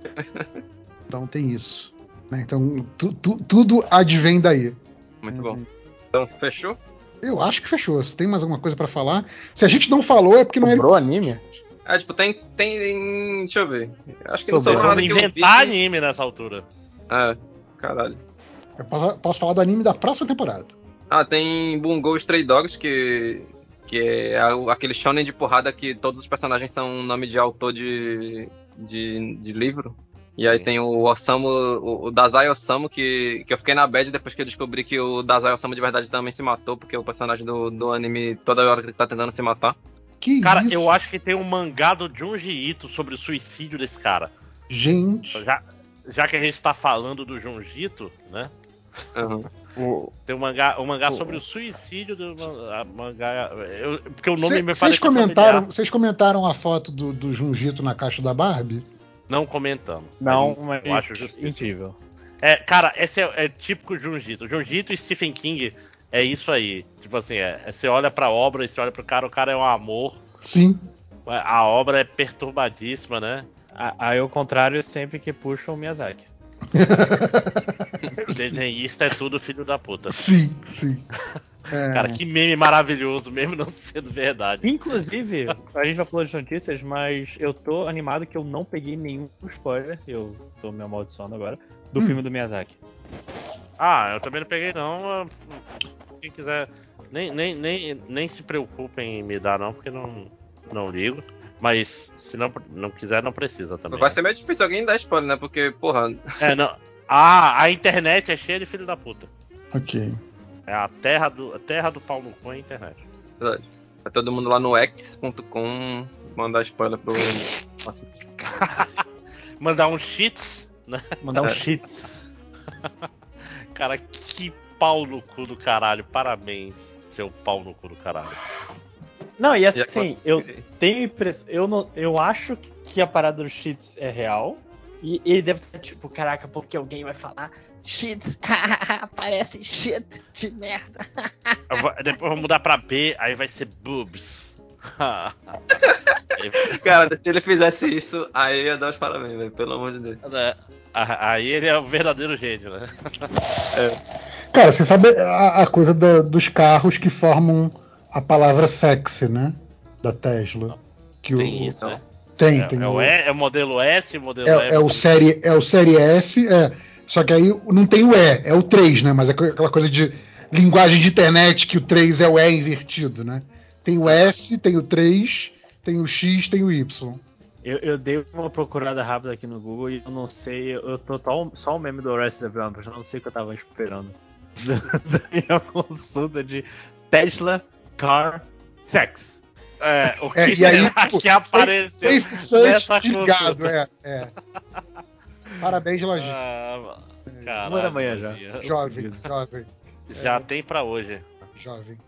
Então tem isso. Né? Então tu- tu- tudo advém daí. Muito bom. Então, fechou? Eu acho que fechou. Se tem mais alguma coisa pra falar. Se a gente não falou, é porque não é. Sobrou anime? É, tipo, tem. tem deixa eu ver. Acho que Sobrou. não sobrou nada Vamos que eu vi. inventar anime nessa altura. É, caralho. Eu posso, posso falar do anime da próxima temporada. Ah, tem Bungo Stray Dogs, que, que é a- aquele shonen de porrada que todos os personagens são nome de autor de, de, de livro. E aí Sim. tem o Osamu, o, o Dazai Osamu, que, que eu fiquei na bad depois que eu descobri que o Dazai Osamu de verdade também se matou, porque o personagem do, do anime toda hora que ele tá tentando se matar. Que Cara, isso? eu acho que tem um mangá do Junji Ito sobre o suicídio desse cara. Gente. Já, já que a gente tá falando do Junji Ito, né? Uhum. O- Tem um mangá, um mangá Oh. sobre o suicídio do man- a mangá. Eu, porque o nome Cê- me Vocês parece comentaram, familiar. vocês comentaram a foto do, do Junjito na caixa da Barbie? Não comentamos. Não, mas mas eu acho justíssimo. incrível. É, cara, esse é, é típico Junji Ito. Junji Ito e Stephen King é isso aí. Tipo assim, é, é, você olha pra obra e você olha pro cara, o cara é um amor. Sim. A obra é perturbadíssima, né? A- Aí o contrário é sempre que puxa o Miyazaki. O desenhista é tudo filho da puta. Sim, sim. É, Cara, que meme maravilhoso, mesmo não sendo verdade. Inclusive, a gente já falou de notícias, mas eu tô animado que eu não peguei nenhum spoiler, eu tô me amaldiçoando agora, do Hum. filme do Miyazaki. Ah, eu também não peguei não. Quem quiser, nem, nem, nem, nem se preocupem em me dar não, porque não, não ligo. Mas se não, não quiser, não precisa também. Vai ser meio difícil alguém dar spoiler, né? Porque, porra. É, não. Ah, a internet é cheia de filho da puta. ok. É a terra do, a terra do pau no cu é a internet. Verdade. Vai todo mundo lá no x ponto com mandar spoiler pro. Nossa. Mandar um cheats, né? Mandar um É. cheats. Cara, que pau no cu do caralho. Parabéns, seu pau no cu do caralho. Não, e E assim, agora- eu tenho impressão. Eu, não, eu acho que a parada dos cheats é real. E ele deve ser tipo, caraca, porque alguém vai falar cheats, parece shit de merda. Eu vou- depois eu vou mudar pra B, aí vai ser boobs. Cara, se ele fizesse isso, aí eu ia dar os parabéns, velho. Pelo amor de Deus. É, aí ele é o verdadeiro gênio, né? Cara, você sabe a, a coisa da- dos carros que formam a palavra sexy, né? Da Tesla. Que Tem o, isso, né? Tem, É, tem é o, o, E, é o modelo S, o modelo é, E. é o modelo- série, é o série S, é. Só que aí não tem o E, é o três, né? Mas é aquela coisa de linguagem de internet que o três é o E invertido, né? Tem o S, tem o três, tem o X, tem o Y. Eu, eu dei uma procurada rápida aqui no Google e eu não sei, eu tô tão- só o meme do Arrested Development, eu não sei o que eu tava esperando. Da minha consulta de Tesla Car Sex. É, o que É, e aí, será tipo, que apareceu Safe search nessa desligado, consulta? é, é. Parabéns, Lojinha. Ah, caralho, Uma da manhã já. Lojinha. Jovem, jovem, Já tem pra hoje. jovem.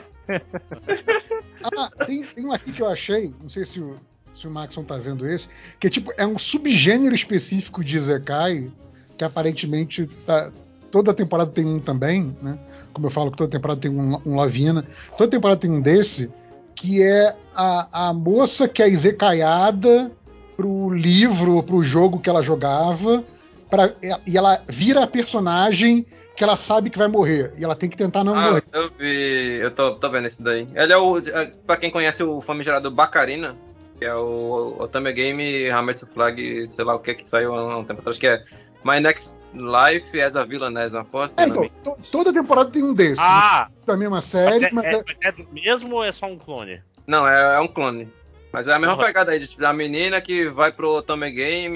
Ah, tem, tem um aqui que eu achei, não sei se o, se o Maxon tá vendo esse, que é tipo, é um subgênero específico de Isekai, que aparentemente tá, toda temporada tem um também, né? Como eu falo que toda temporada tem um, um Lavina, toda temporada tem um desse, que é a, a moça que é Isekaiada pro livro, pro jogo que ela jogava, pra, e ela vira a personagem que ela sabe que vai morrer, e ela tem que tentar não Ah, morrer. eu vi. Eu tô, tô vendo esse daí. Ele é o. é, Pra quem conhece o famigerado Bacarina, que é o Otame Game Hametsu Flag, sei lá o que que saiu há um tempo atrás, que é My Next Life as a Villainess, uma porra assim, É, o então, nome. to- toda temporada tem um desses, né? Ah! Da mesma Mas série, é, mas é- é- mas é do mesmo ou é só um clone? Não, é, é um clone. Mas é a mesma Porra. pegada aí, de, tipo, da menina que vai pro Otame Game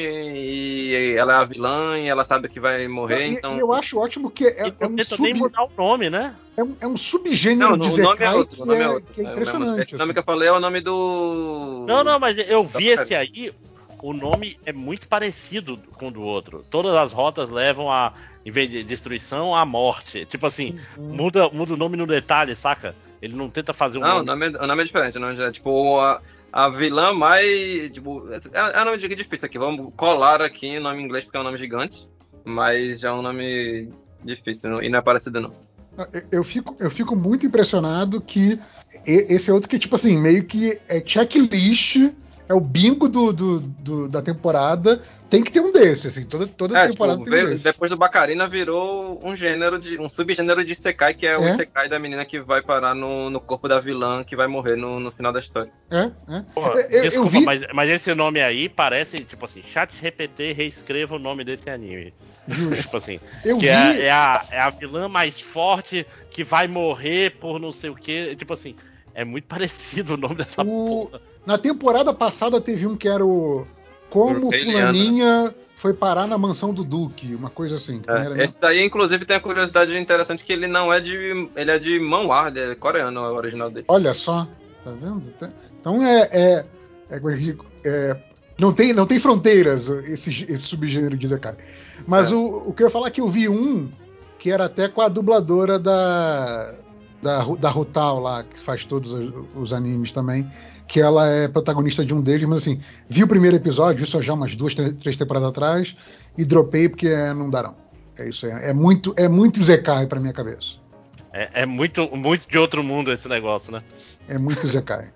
e ela é a vilã e ela sabe que vai morrer, e- então. e eu acho ótimo que é, E é não um, tenta nem sub, mudar o nome, né? é, um, é um subgênero Não, de o nome é Zekai outro, o que nome é é, outro. que é É o impressionante. mesmo- esse nome assim. que eu falei é o nome do. Não, não, mas eu vi Da esse aí, o nome é muito parecido com o do outro. Todas as rotas levam a, em vez de destruição, a morte. Tipo assim, Uhum. muda, muda o nome no detalhe, saca? Ele não tenta fazer um Não, o nome. nome, é, o nome é diferente. O nome é tipo a, a vilã mais. Tipo, é, é um nome de- difícil aqui. Vamos colar aqui o nome em inglês porque é um nome gigante. Mas é um nome difícil não- e não é parecido, não. Eu fico, eu fico muito impressionado que e- esse é outro que, tipo assim, meio que é checklist, é o bingo do, do- do- da temporada. Tem que ter um desse, assim, toda, toda É, temporada tipo, tem um veio- desse. depois do Bacarina virou um gênero de. um subgênero de Isekai, que é, o É. Isekai da menina que vai parar no, no corpo da vilã que vai morrer no, no final da história. É, é. Pô, Eu- eu desculpa, vi- mas, mas esse nome aí parece, tipo assim, chat G P T reescreva o nome desse anime. Justo. Tipo assim, Eu que vi. é, é a, é a vilã mais forte que vai morrer por não sei o que. Tipo assim, é muito parecido o nome dessa O- porra. Na temporada passada teve um que era o Como Rei Fulaninha foi parar na mansão do Duque, uma coisa assim. Que não era É, nem- esse daí, inclusive, tem a curiosidade interessante que ele não é de. Ele é de manhwa, ele é coreano, é o original dele. Olha só, tá vendo? Então é. é, é, como é que diz? É, não, tem, não tem fronteiras esse, esse subgênero de Zekai. Mas É. o, o que eu ia falar é que eu vi um que era até com a dubladora da. Da, Ru- da Rutal lá, que faz todos os, os animes também, que ela é protagonista de um deles, mas assim, vi o primeiro episódio, isso já umas duas, três, três temporadas atrás, e dropei porque é, não dá não. É isso aí. É muito, é muito Zekai pra minha cabeça. É, é muito, muito de outro mundo esse negócio, né? É muito Zekai.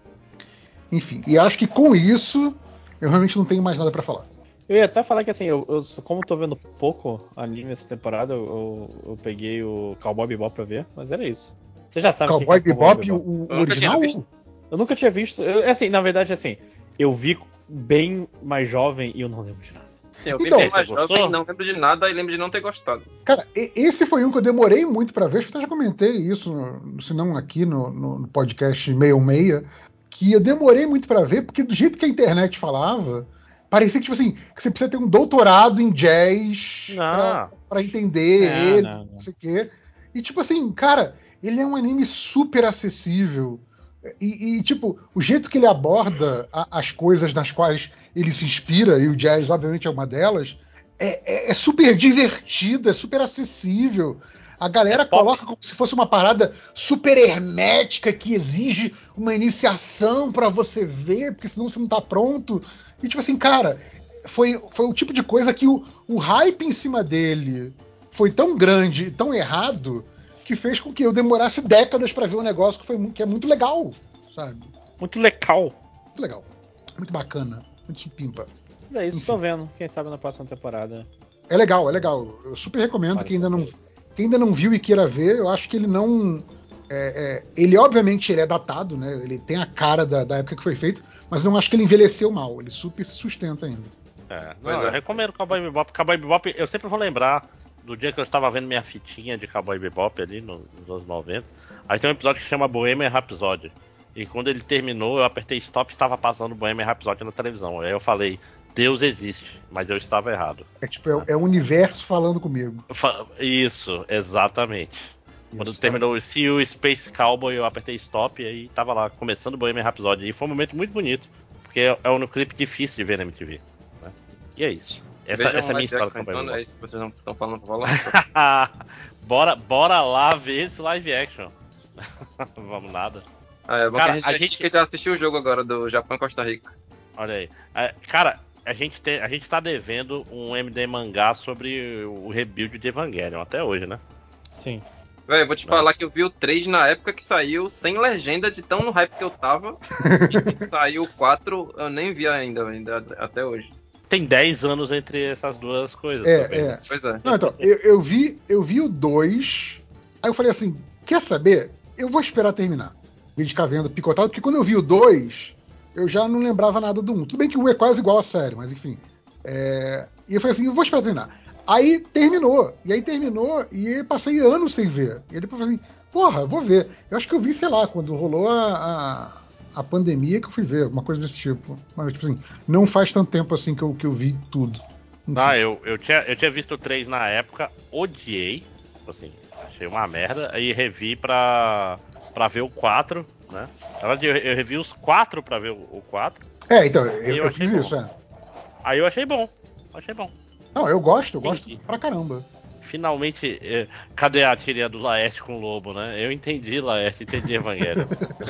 Enfim, e acho que com isso eu realmente não tenho mais nada pra falar. Eu ia até falar que assim, eu, eu como tô vendo pouco anime essa temporada, eu, eu, eu peguei o Cowboy Bebop pra ver, mas era isso. Você já sabe o que Cowboy que é Cowboy Bebop, o, Bebop. o Eu nunca tinha original? visto. Eu nunca tinha visto. eu- assim, na verdade, assim, eu vi bem mais jovem e eu não lembro de nada. Sim, eu vi Então, bem mais você gostou? jovem, não lembro de nada e lembro de não ter gostado. Cara, e- esse foi um que eu demorei muito pra ver. Acho que eu até já comentei isso, no- se não aqui no, no, no podcast seiscentos e sessenta, que eu demorei muito pra ver, porque do jeito que a internet falava, parecia que, tipo assim, que você precisa ter um doutorado em jazz pra, Não. pra entender Não, ele, não, não, não. sei o quê. E, tipo assim, cara, ele é um anime super acessível. E, e, tipo, o jeito que ele aborda a- as coisas nas quais ele se inspira, e o jazz, obviamente, é uma delas, é, é- é super divertido, é super acessível. A galera É pop. coloca como se fosse uma parada super hermética que exige uma iniciação pra você ver, porque senão você não tá pronto. E tipo assim, cara, foi, foi o tipo de coisa que o, o hype em cima dele foi tão grande e tão errado que fez com que eu demorasse décadas pra ver um negócio que, foi, mu- que é muito legal, sabe? Muito legal. Muito legal. Muito bacana. Muito supimpa. Mas é isso, Enfim. tô vendo. Quem sabe na próxima temporada. É legal, é legal. Eu super recomendo. Parece Quem ainda, não, ser. quem ainda não viu e queira ver, eu acho que ele não. é, é, ele, obviamente, ele é datado, né? Ele tem a cara da, da época que foi feito, mas não acho que ele envelheceu mal. Ele super se sustenta ainda. É, Pois não, eu é. recomendo Cowboy Bebop. Cowboy Bebop, eu sempre vou lembrar do dia que eu estava vendo minha fitinha de Cowboy Bebop ali no- nos anos noventa. Aí tem um episódio que chama Bohemian Rhapsody. E quando ele terminou, eu apertei stop e estava passando Bohemian Rhapsody na televisão. Aí eu falei, Deus existe, mas eu estava errado. É tipo, é, é o universo falando comigo. Fa- Isso, exatamente. Quando Isso, terminou o See You Space Cowboy, eu apertei stop e aí tava lá, começando o Bohemian Rhapsody. E foi um momento muito bonito, porque é é um clipe difícil de ver na M T V. Né? E é isso. Essa, Vejam essa é a minha live história action, com Cowboy então, é Bebop. isso que vocês não estão falando pra falar. bora, bora lá ver esse live action. Vamos nada. Ah, é bom Cara, que a gente, a a gente gente- já assistiu o jogo agora do Japão e Costa Rica. Olha aí. É, cara, a gente, tem, a gente tá devendo um M D mangá sobre o rebuild de Evangelion até hoje, né? Sim. Véi, eu vou te Não. falar que eu vi o três na época que saiu, sem legenda, de tão no hype que eu tava. E quando saiu o quatro, eu nem vi ainda, ainda até hoje. Tem dez anos entre essas duas coisas. É, também, né? é. Pois é. Não, então, eu, eu vi, eu vi o dois. Aí eu falei assim: quer saber? Eu vou esperar terminar. Em vez de ficar vendo picotado, porque quando eu vi o dois, eu já não lembrava nada do um. Tudo bem que o um é quase igual à série, mas enfim. É, e eu falei assim: eu vou esperar terminar. Aí terminou. E aí terminou e eu passei anos sem ver. E aí depois eu falei assim: porra, eu vou ver. Eu acho que eu vi, sei lá, quando rolou a, a, a pandemia que eu fui ver, alguma coisa desse tipo. Mas, tipo assim, não faz tanto tempo assim que eu, que eu vi tudo. Enfim. Ah, eu, eu, tinha, eu tinha visto o três na época, odiei. Tipo assim, achei uma merda. Aí revi pra, pra ver o quatro, né? Na verdade, eu, eu revi os quatro pra ver o, o quatro. É, então, E eu, eu eu achei fiz bom. isso, é. Aí eu achei bom. Achei bom. Não, eu gosto, eu gosto Entendi. pra caramba. Finalmente, eh, cadê a tirinha do Laerte com o Lobo, né? Eu entendi Laerte, entendi Evangelho.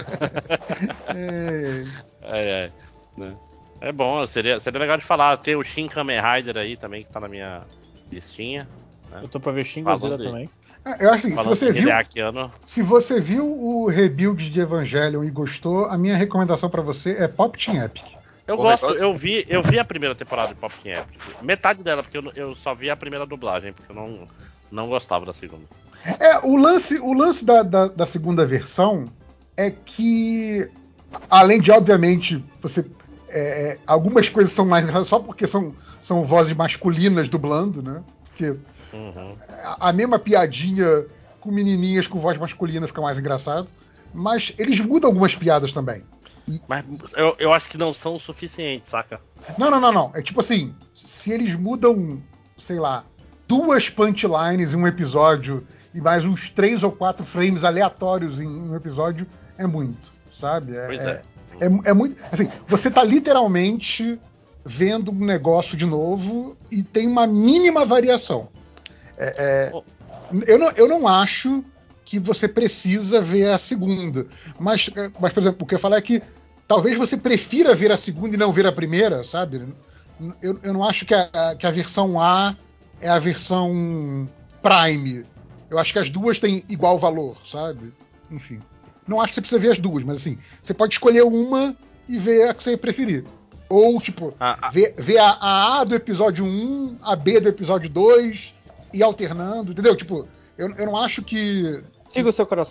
É, É, é, né? É bom, seria, seria legal de falar. Tem o Shin Kamen Rider aí também, que tá na minha listinha. Né? Eu tô pra ver Shin Godzilla Falando de- também. é, eu acho assim, se Falando você de viu, Hideakiano. se você viu o rebuild de Evangelion e gostou, a minha recomendação pra você é Pop Team Epic. Eu Porra, gosto, gosto. eu vi, eu vi a primeira temporada de Pop Team Epic. Metade dela, porque eu, eu só vi a primeira dublagem, porque eu não, não gostava da segunda. É, o lance, o lance da, da, da segunda versão é que, além de, obviamente, você. é, algumas coisas são mais engraçadas só porque são, são vozes masculinas dublando, né? Porque Uhum. a, a mesma piadinha com menininhas com voz masculina fica mais engraçado. Mas eles mudam algumas piadas também. Mas eu, eu acho que não são o suficiente, saca? Não, não, não, não. É tipo assim, se eles mudam, sei lá, duas punchlines em um episódio e mais uns três ou quatro frames aleatórios em um episódio, é muito, sabe? É, Pois é. é. É, é muito. Assim, você tá literalmente vendo um negócio de novo e tem uma mínima variação. É, é, Oh. eu, não, eu não acho que você precisa ver a segunda. Mas, mas, por exemplo, o que eu falo é que talvez você prefira ver a segunda e não ver a primeira, sabe? Eu, eu não acho que a, que a versão A é a versão Prime. Eu acho que as duas têm igual valor, sabe? Enfim. Não acho que você precisa ver as duas, mas assim, você pode escolher uma e ver a que você preferir. Ou, tipo, Ah, ah. ver, ver a, a A do episódio um, a B do episódio dois e alternando, entendeu? Tipo, eu, eu não acho que. Siga o seu coração.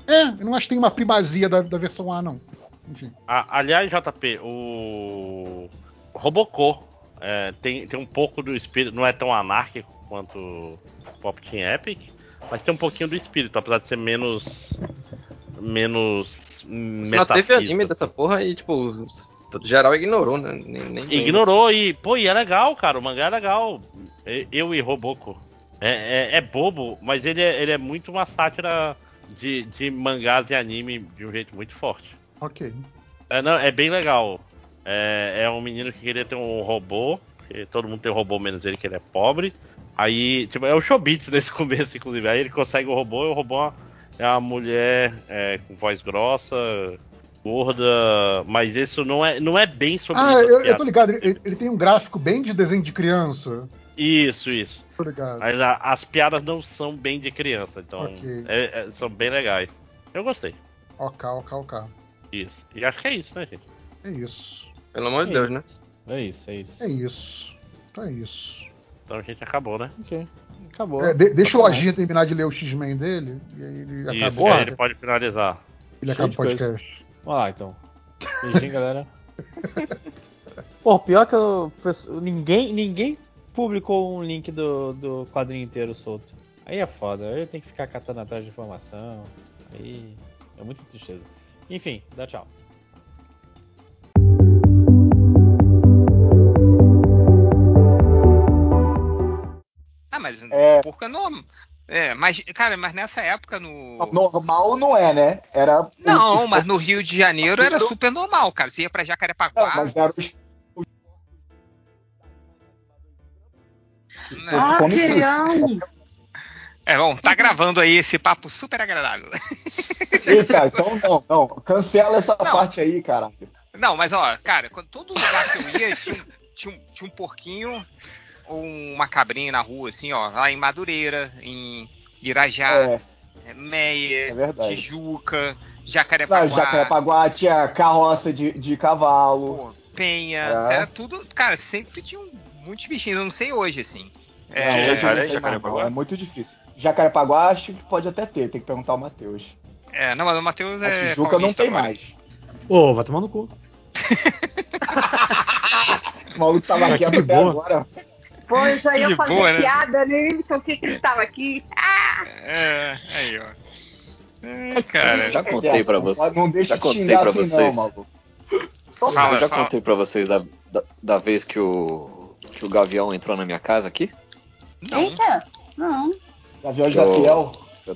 É, eu não acho que tem uma primazia da, da versão A, não. Enfim. A- aliás, J P, o Robocop é, tem, tem um pouco do espírito, não é tão anárquico quanto o Pop Team Epic, mas tem um pouquinho do espírito, apesar de ser menos. menos. Você não teve anime dessa porra e, tipo, geral ignorou, né? Nem, nem Ignorou e, pô, e é legal, cara, o mangá é legal. Eu e Robocop. É, é, é bobo, mas ele é, ele é muito uma sátira de, de mangás e anime de um jeito muito forte. Ok. É, não, é bem legal. É, é um menino que queria ter um robô. Todo mundo tem um robô menos ele, que ele é pobre. Aí, tipo, é o Chobits nesse começo, inclusive. Aí ele consegue o robô e o robô é uma mulher é, com voz grossa, gorda. Mas isso não é, não é bem sobre Ah, isso. eu, eu tô ligado. Ele, ele tem um gráfico bem de desenho de criança. Isso, isso. Tô ligado. Mas a, as piadas não são bem de criança, então Ok. é- é- são bem legais. Eu gostei. Ok, ok, ok. Isso. E acho que é isso, né, gente? É isso. Pelo amor de É Deus, isso. né? É isso, é isso. É isso. Então é isso. Então a gente acabou, né? Ok. Acabou. É, de- deixa o Tá Lojinha terminar de ler o X-Men dele. E aí ele Isso, acabou. e aí ele pode finalizar. Ele Cheio acaba o de coisa. podcast. Vamos lá, então. Beijinho, galera. Pô, pior que eu, pesso- ninguém, ninguém publicou um link do, do quadrinho inteiro solto. Aí é foda, aí eu tenho que ficar catando atrás de informação. Aí é muita tristeza. Enfim, dá tchau. Ah, mas É. porco é normal. É, mas, cara, mas nessa época no. Normal não é, né? Era. Não, os- mas no Rio de Janeiro era super normal, cara. Você ia pra Jacarepaguá. Não, mas era os. Não. Ah, Material! É, bom, tá gravando aí esse papo super agradável. Eita, então não, não. Cancela essa Não. parte aí, cara. Não, mas ó, cara, quando todo lugar que eu ia tinha, um- tinha, um, tinha um porquinho ou uma cabrinha na rua, assim, ó. Lá em Madureira, em Irajá, É, Meia, é verdade. Tijuca, Não, Jacarepaguá, Jacarepaguá tinha carroça de, de cavalo. pô, Penha, É. era tudo. Cara, sempre tinha um, muitos bichinhos, eu não sei hoje, assim. Não, É, hoje não jacaré em tem mais, Jacarepaguá? não, é muito difícil. Jacarepaguá acho que pode até ter, tem que perguntar ao Matheus. é, não, mas o Matheus A é. Tijuca não paulista tem agora. mais. Ô, vai tomar no cu. O maluco tava Aqui quieto de até boa. agora. Pô, eu já ia De fazer boa, né? piada, né? Então o que que ele tava aqui? Ah! É, aí, ó. É, cara. Já contei pra Não você. pode- Não deixa Já de contei xingar pra assim não, vocês. maluco. Fala, eu já fala. contei pra vocês da, da, da vez que o, que o Gavião entrou na minha casa aqui? Não. Eita! Não. Gaviões Eu- da Fiel.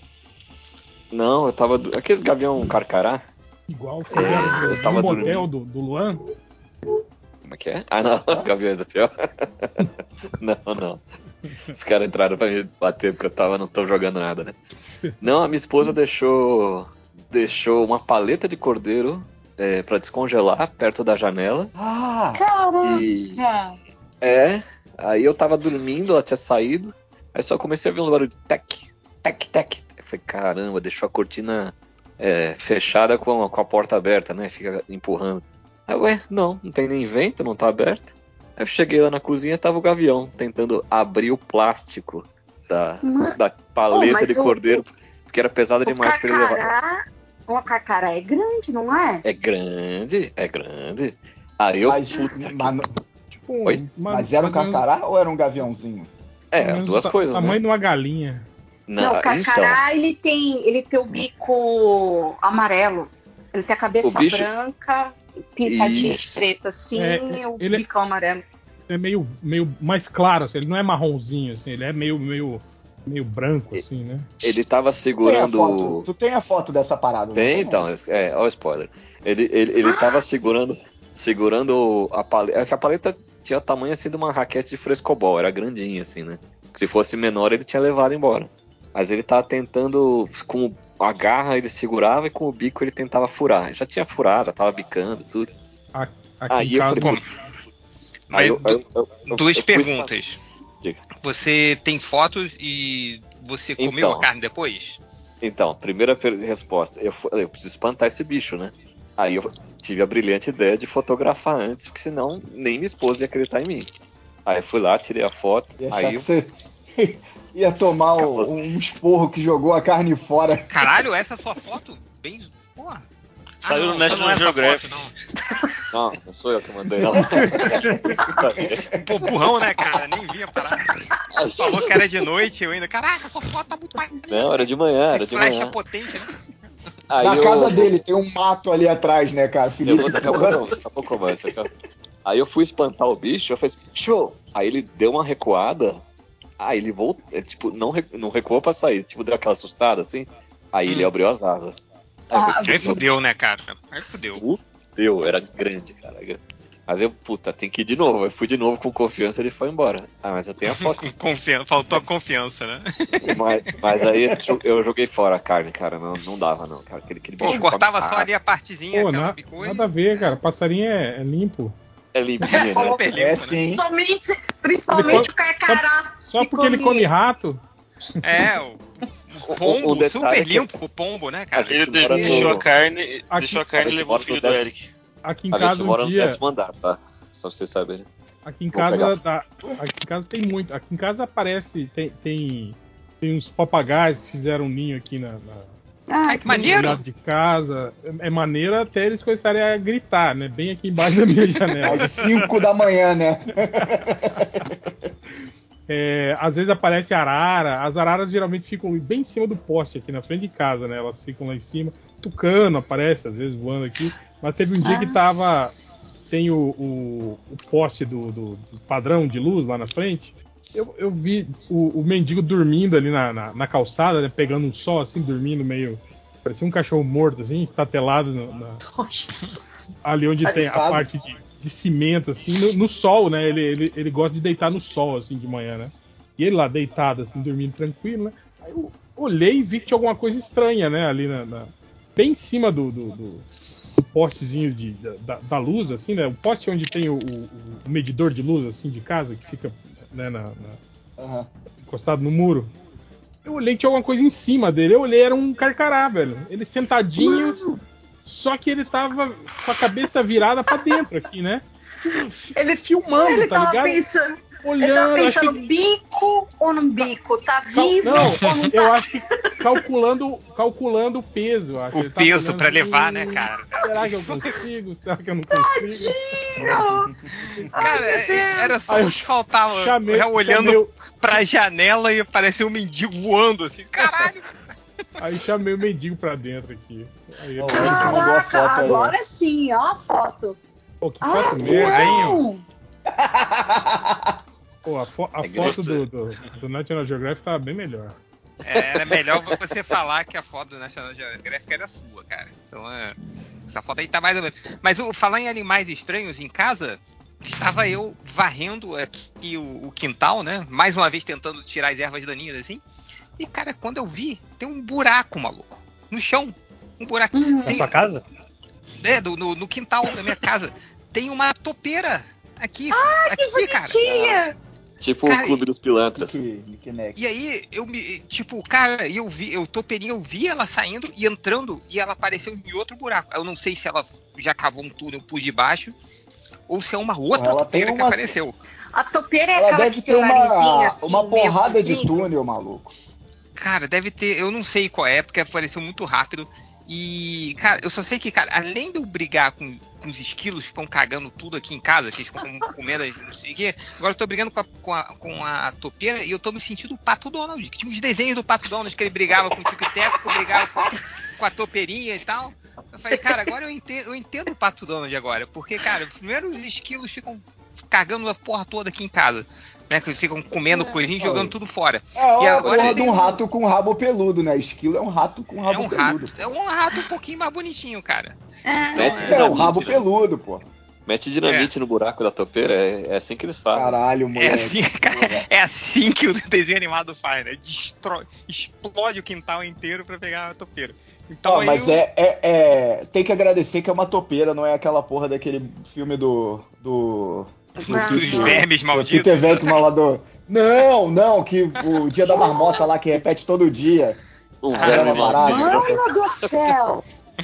Não, eu tava. do- Aqueles Gavião Carcará? Igual É, fizeram eu tava no motel dormindo. do, do Luan. Como é que é? Ah, não, Gaviões da Fiel. Não, não. Os caras entraram pra me bater porque eu tava, não tô jogando nada, né? Não, a minha esposa deixou. Deixou uma paleta de cordeiro é, pra descongelar perto da janela. Ah! E. Caraca! É, aí eu tava dormindo, ela tinha saído, aí só comecei a ver uns barulhos de tec, tec, tec. Eu falei, caramba, deixou a cortina é, fechada com a, com a porta aberta, né? Fica empurrando. Aí, ué, não, não tem nem vento, não tá aberto. Aí eu cheguei lá na cozinha, tava o Gavião tentando abrir o plástico da, Mas- da paleta Oh, mas de o- cordeiro, porque era pesada O demais pra ele levar. carcará, o carcará é grande, não é? É grande, é grande. Aí eu, Mas, puta que- mas, Tipo, um- Oi? uma- mas era um mais ou menos- carcará ou era um gaviãozinho? é, mais ou as menos duas o ta- coisas, tamanho né? de uma galinha. Não, Na- o carcará ele tem, ele tem o bico amarelo. Ele tem a cabeça O bicho- branca, pintadinha de Isso. preto assim, É, e o ele- bicão amarelo. É meio, meio mais claro, assim, ele não é marronzinho, assim, ele é meio, meio, meio branco, assim, né? Ele tava Tu tem a segurando. foto, tu tem a foto dessa parada? não Tem, então, é, ó o spoiler. Ele, ele, ele tava segurando segurando a paleta. É que a paleta tinha o tamanho assim de uma raquete de frescobol, era grandinha assim, né? Se fosse menor, ele tinha levado embora. Mas ele tava tentando, com a garra ele segurava e com o bico ele tentava furar. Já tinha furado, já tava bicando, tudo. A- Aqui Aí em eu casa, falei, Mas Aí eu- du- eu- eu- eu- duas eu fui- perguntas. Diga. Você tem fotos e você comeu Então. a carne depois? Então, primeira per- resposta. Eu, fu- eu preciso espantar esse bicho, né? Aí eu tive a brilhante ideia de fotografar antes, porque senão nem minha esposa ia acreditar em mim. Aí eu fui lá, tirei a foto. Ia achar Aí que eu, você, ia tomar um, um esporro que jogou a carne fora. Caralho, essa é a sua foto? Bem. Porra. Saiu ah, no não, National não é Geographic. Foto, Não, não sou eu que mandei ela. não. Pô, burrão, né, cara? Nem vi a parada. Falou que era de noite, eu ainda. Caraca, essa foto tá muito mais. Não, era de manhã, Esse era de flash manhã. é potente, né? Aí Na eu- casa dele tem um mato ali atrás, né, cara? Eu Felipe, vou daqui a pouco, não, daqui a pouco eu vou, isso aqui, ó. Aí eu fui espantar o bicho, eu falei assim, show! Aí ele deu uma recuada, aí ele voltou, ele, tipo, não, re- não recuou pra sair, tipo, deu aquela assustada assim, aí Hum. ele abriu as asas. Aí, Ah, eu falei, Aí fudeu, né, cara? Aí fudeu. fudeu, era grande, cara. Mas eu, puta, tem que ir de novo. Eu fui de novo com confiança, ele foi embora. Ah, mas eu tenho a foto. Com confiança, faltou a confiança, né? mas, mas aí eu joguei fora a carne, cara, não, não dava não, cara. Aquele, aquele Pô, bicho cortava come só ali a partezinha, Pô, aquela na- bicou e- nada a ver, cara. Passarinho é, é limpo. É limpinho, É né? super limpo, É né? sim. Principalmente, principalmente o carcará. Só que porque ele come comia. rato. É, o, o pombo, Um detalhe super é que- limpo o pombo, né, cara? Ele gente mora no- deixou a carne, Aqui- deixou a carne a e gente levou o mora filho no do décimo- Eric. Aqui em A gente casa um mora no dia. décimo andar, tá? Só pra vocês saberem. Aqui em Vou casa pegar. dá- aqui em casa tem muito. Aqui em casa aparece. Tem, tem, tem uns papagaios que fizeram um ninho aqui na, na, Ai, que no maneiro! lado de casa. É, é maneiro até eles começarem a gritar, né? Bem aqui embaixo da minha janela. Às cinco da manhã, né? É, às vezes aparece arara. As araras geralmente ficam bem em cima do poste aqui na frente de casa, né? Elas ficam lá em cima. Tucano aparece, às vezes voando aqui. Mas teve um dia Ah. que tava. Tem o, o, o poste do, do- do padrão de luz lá na frente. Eu, eu vi o, o mendigo dormindo ali na, na, na calçada, né? Pegando um sol, assim, dormindo meio. Parecia um cachorro morto, assim, estatelado no- na- ali onde tem a Coitado. parte de, de cimento, assim, no, no sol, né? Ele, ele, ele gosta de deitar no sol, assim, de manhã, né? E ele lá deitado, assim, dormindo tranquilo, né? Aí eu olhei e vi que tinha alguma coisa estranha, né? Ali na, na- bem em cima do, do, do- do postezinho de, da, da luz, assim, né? O poste onde tem o, o- o medidor de luz, assim, de casa, que fica, né, na- na, Aham. encostado no muro. Eu olhei que tinha alguma coisa em cima dele. Eu olhei, era um carcará, velho. Ele sentadinho, só que ele tava com a cabeça virada pra dentro aqui, né? Ele, filmando, ele tá tava ligado? pensando. Olhando, ele tava acho pensando que- bico ou não bico? Tá Cal- vivo Não, ou não eu tá? acho que calculando, calculando o peso, eu acho. O Ele tava peso olhando pra assim, levar, né, cara? Será que eu consigo? Será que eu não consigo? Cara, é- era só Aí eu o que faltava. chamei- eu olhando chamei o- pra janela e apareceu um mendigo voando assim. Caralho! Aí chamei o mendigo pra dentro aqui. Aí, Ó, o ele- Eric mandou a Caraca, foto aí. ó. agora sim, ó a foto. Pô, que Ah, foto merda, hein? ó. não! Pô, a, fo- a É que foto você- do, do, do National Geographic tava bem melhor. É, era melhor você falar que a foto do National Geographic era sua, cara. Então, é, essa foto aí tá mais ou menos. Mas o falar em animais estranhos em casa, estava eu varrendo aqui o, o quintal, né? Mais uma vez tentando tirar as ervas daninhas assim. E, cara, quando eu vi, tem um buraco, maluco. No chão. Um buraco. Uhum. Na Tem- sua casa? É, do- no, no quintal da minha casa. Tem uma topeira aqui. aqui, cara. Bonitinha! Tipo Cara, o Clube dos Pilantras. Que, que neck. E aí, eu me. Tipo, cara, eu vi, eu toperinha, eu vi ela saindo e entrando e ela apareceu em outro buraco. Eu não sei se ela já cavou um túnel por debaixo ou se é uma outra Ela tem topeira que uma- apareceu. A topeira é Ela aquela deve que tem ter o narizinho uma, assim, uma meio porrada de comprido. túnel, maluco. Cara, deve ter. Eu não sei qual é, porque apareceu muito rápido. E, cara, eu só sei que, cara, além de eu brigar com, com os esquilos que ficam cagando tudo aqui em casa, que eles ficam comendo, não sei o quê, agora eu tô brigando com a, com, a, com a topeira e eu tô me sentindo o Pato Donald. Que tinha uns desenhos do Pato Donald que ele brigava com o Tico e Teco, que eu brigava com, com a topeirinha e tal. Eu falei, cara, agora eu entendo, eu entendo o Pato Donald agora. Porque, cara, primeiro os esquilos ficam cagando a porra toda aqui em casa. Né, que ficam comendo coisinha e jogando tudo fora. É uma E agora porra de tem um um- rato com rabo peludo, né? Esquilo é um rato com rabo É um peludo. rato, é um rato um pouquinho mais bonitinho, cara. É. Mete É, o dinamite, rabo né? peludo, pô. Mete dinamite no buraco da topeira, é, é assim que eles falam. Caralho, É moleque. assim, cara, é assim que o desenho animado faz, né? Destrói, explode o quintal inteiro pra pegar a topeira. Então Ó, aí mas o- é, é, é- tem que agradecer que é uma topeira, não é aquela porra daquele filme do. do. do Ah, dos Peter- vermes do malditos. Peter Venkman lá do. Não, não, que o dia da marmota lá que repete todo dia. Um Ah, verme sim. maldito. Mano do céu!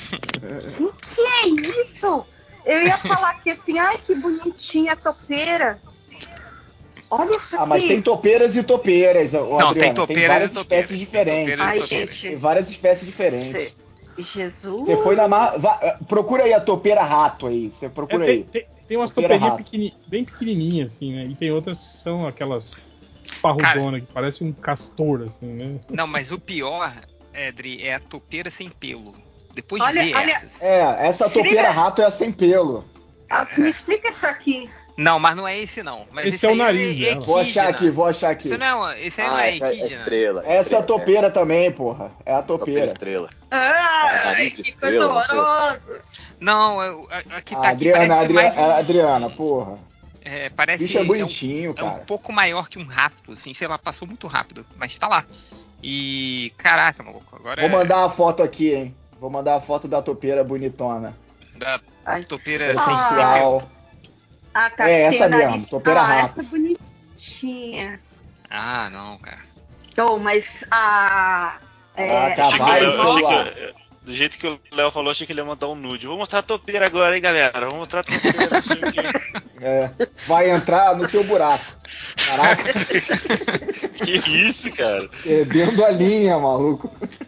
Que é isso? Eu ia falar que assim, ai que bonitinha a topeira. Olha isso aqui. Ah, mas tem topeiras e topeiras, ô, Não, Adriana. tem topeira várias e topeira. espécies diferentes. Tem Ai, topeira. gente. Tem várias espécies diferentes. Cê- Jesus. Você foi na mar... Va- Procura aí a topeira rato aí. Você É, procura tem, aí. tem, tem umas Topeira topeirinhas rato. pequeni- bem pequenininhas, assim, né? E tem outras que são aquelas parrudonas, que parece um castor, assim, né? Não, mas o pior, Edri, é a topeira sem pelo. Depois Olha, vê olha. essas. É, essa topeira Liga. rato é a sem pelo. Ah, me explica isso aqui. Não, mas não é esse não. Mas Esse esse, é o aí nariz é, é dela. Vou achar aqui, vou achar aqui. Isso não é, esse aí não Ah, é essa é equidna. estrela. Essa é a estrela, topeira também, porra. É a Topeira topeira. estrela. Ah, nariz de que estrela, coisa não horrorosa. Não, é- a- aqui A tá aqui Adriana, parece Adriana, mais um, Adriana, porra. é, parece Bicho é é um- bonitinho, é um cara. pouco maior que um rato, assim, sei lá, passou muito rápido, mas tá lá. E caraca, maluco, agora Vou é mandar uma foto aqui, hein. Vou mandar a foto da topeira bonitona. da Ai. topeira Topeira sem sensual. Ah, tá. É, tem essa o nariz- mesmo, topeira ah, rato. essa bonitinha. Ah, não, cara. Oh, mas a. É, Caraca, a Achei que o vai, Léo- Galimon- achei celular. que- do jeito que o Léo falou, achei que ele ia mandar um nude. Vou mostrar a topeira agora, hein, galera. Vou mostrar a topeira, não sei o quê. É, vai entrar no teu buraco. Caraca, Que isso, cara? perdendo a linha, maluco.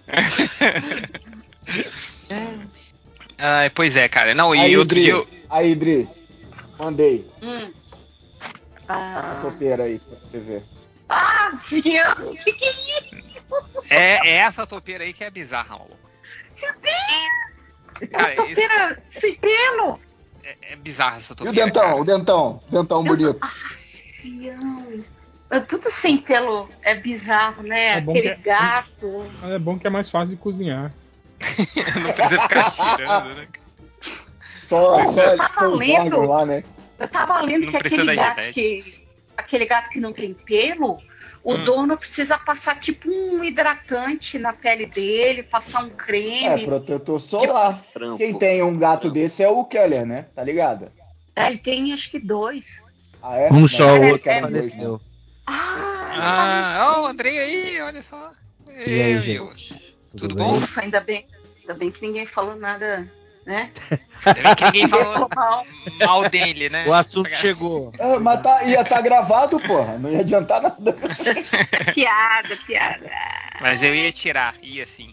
Ah, pois é, cara. Não, e Aí, outro Dri, dia eu, aí, Dri. Mandei Hum. a Ah, topeira aí pra você ver. ah, filho, o que, que é isso? é, é essa topeira aí que é bizarra, maluco. Meu Deus! Cara, Uma topeira sem pelo! É, é bizarra essa E o topeira. dentão, cara. o dentão, dentão Eu sou- bonito. Ah, fião. É tudo sem pelo é bizarro, né? É bom Aquele que é- gato. Mas é bom que é mais fácil de cozinhar. Não precisa ficar tirando, né? Só, Eu só tava os lendo. órgãos lá, né? Eu tava lendo Não que precisa aquele da gato Genete. que. Aquele gato que não tem pelo, o Hum. dono precisa passar tipo um hidratante na pele dele, passar um É, creme. protetor solar. Trampo. Quem tem um gato desse é o Keller, né? Tá ligado? É, ele tem acho que dois. Ah, é? Um Não, só, o é- outro é- faleceu. Ah, Ah, ó, o Andrei aí, olha só. E aí, Eu, gente? eu. Tudo, Tudo bem? bom? ufa, ainda bem, ainda bem que ninguém falou nada, né? Ainda bem que ninguém falou Falou mal. mal dele, né? O assunto chegou. É, mas tá, ia estar tá gravado, porra. Não ia adiantar nada. Piada, piada. Mas eu ia tirar, ia sim.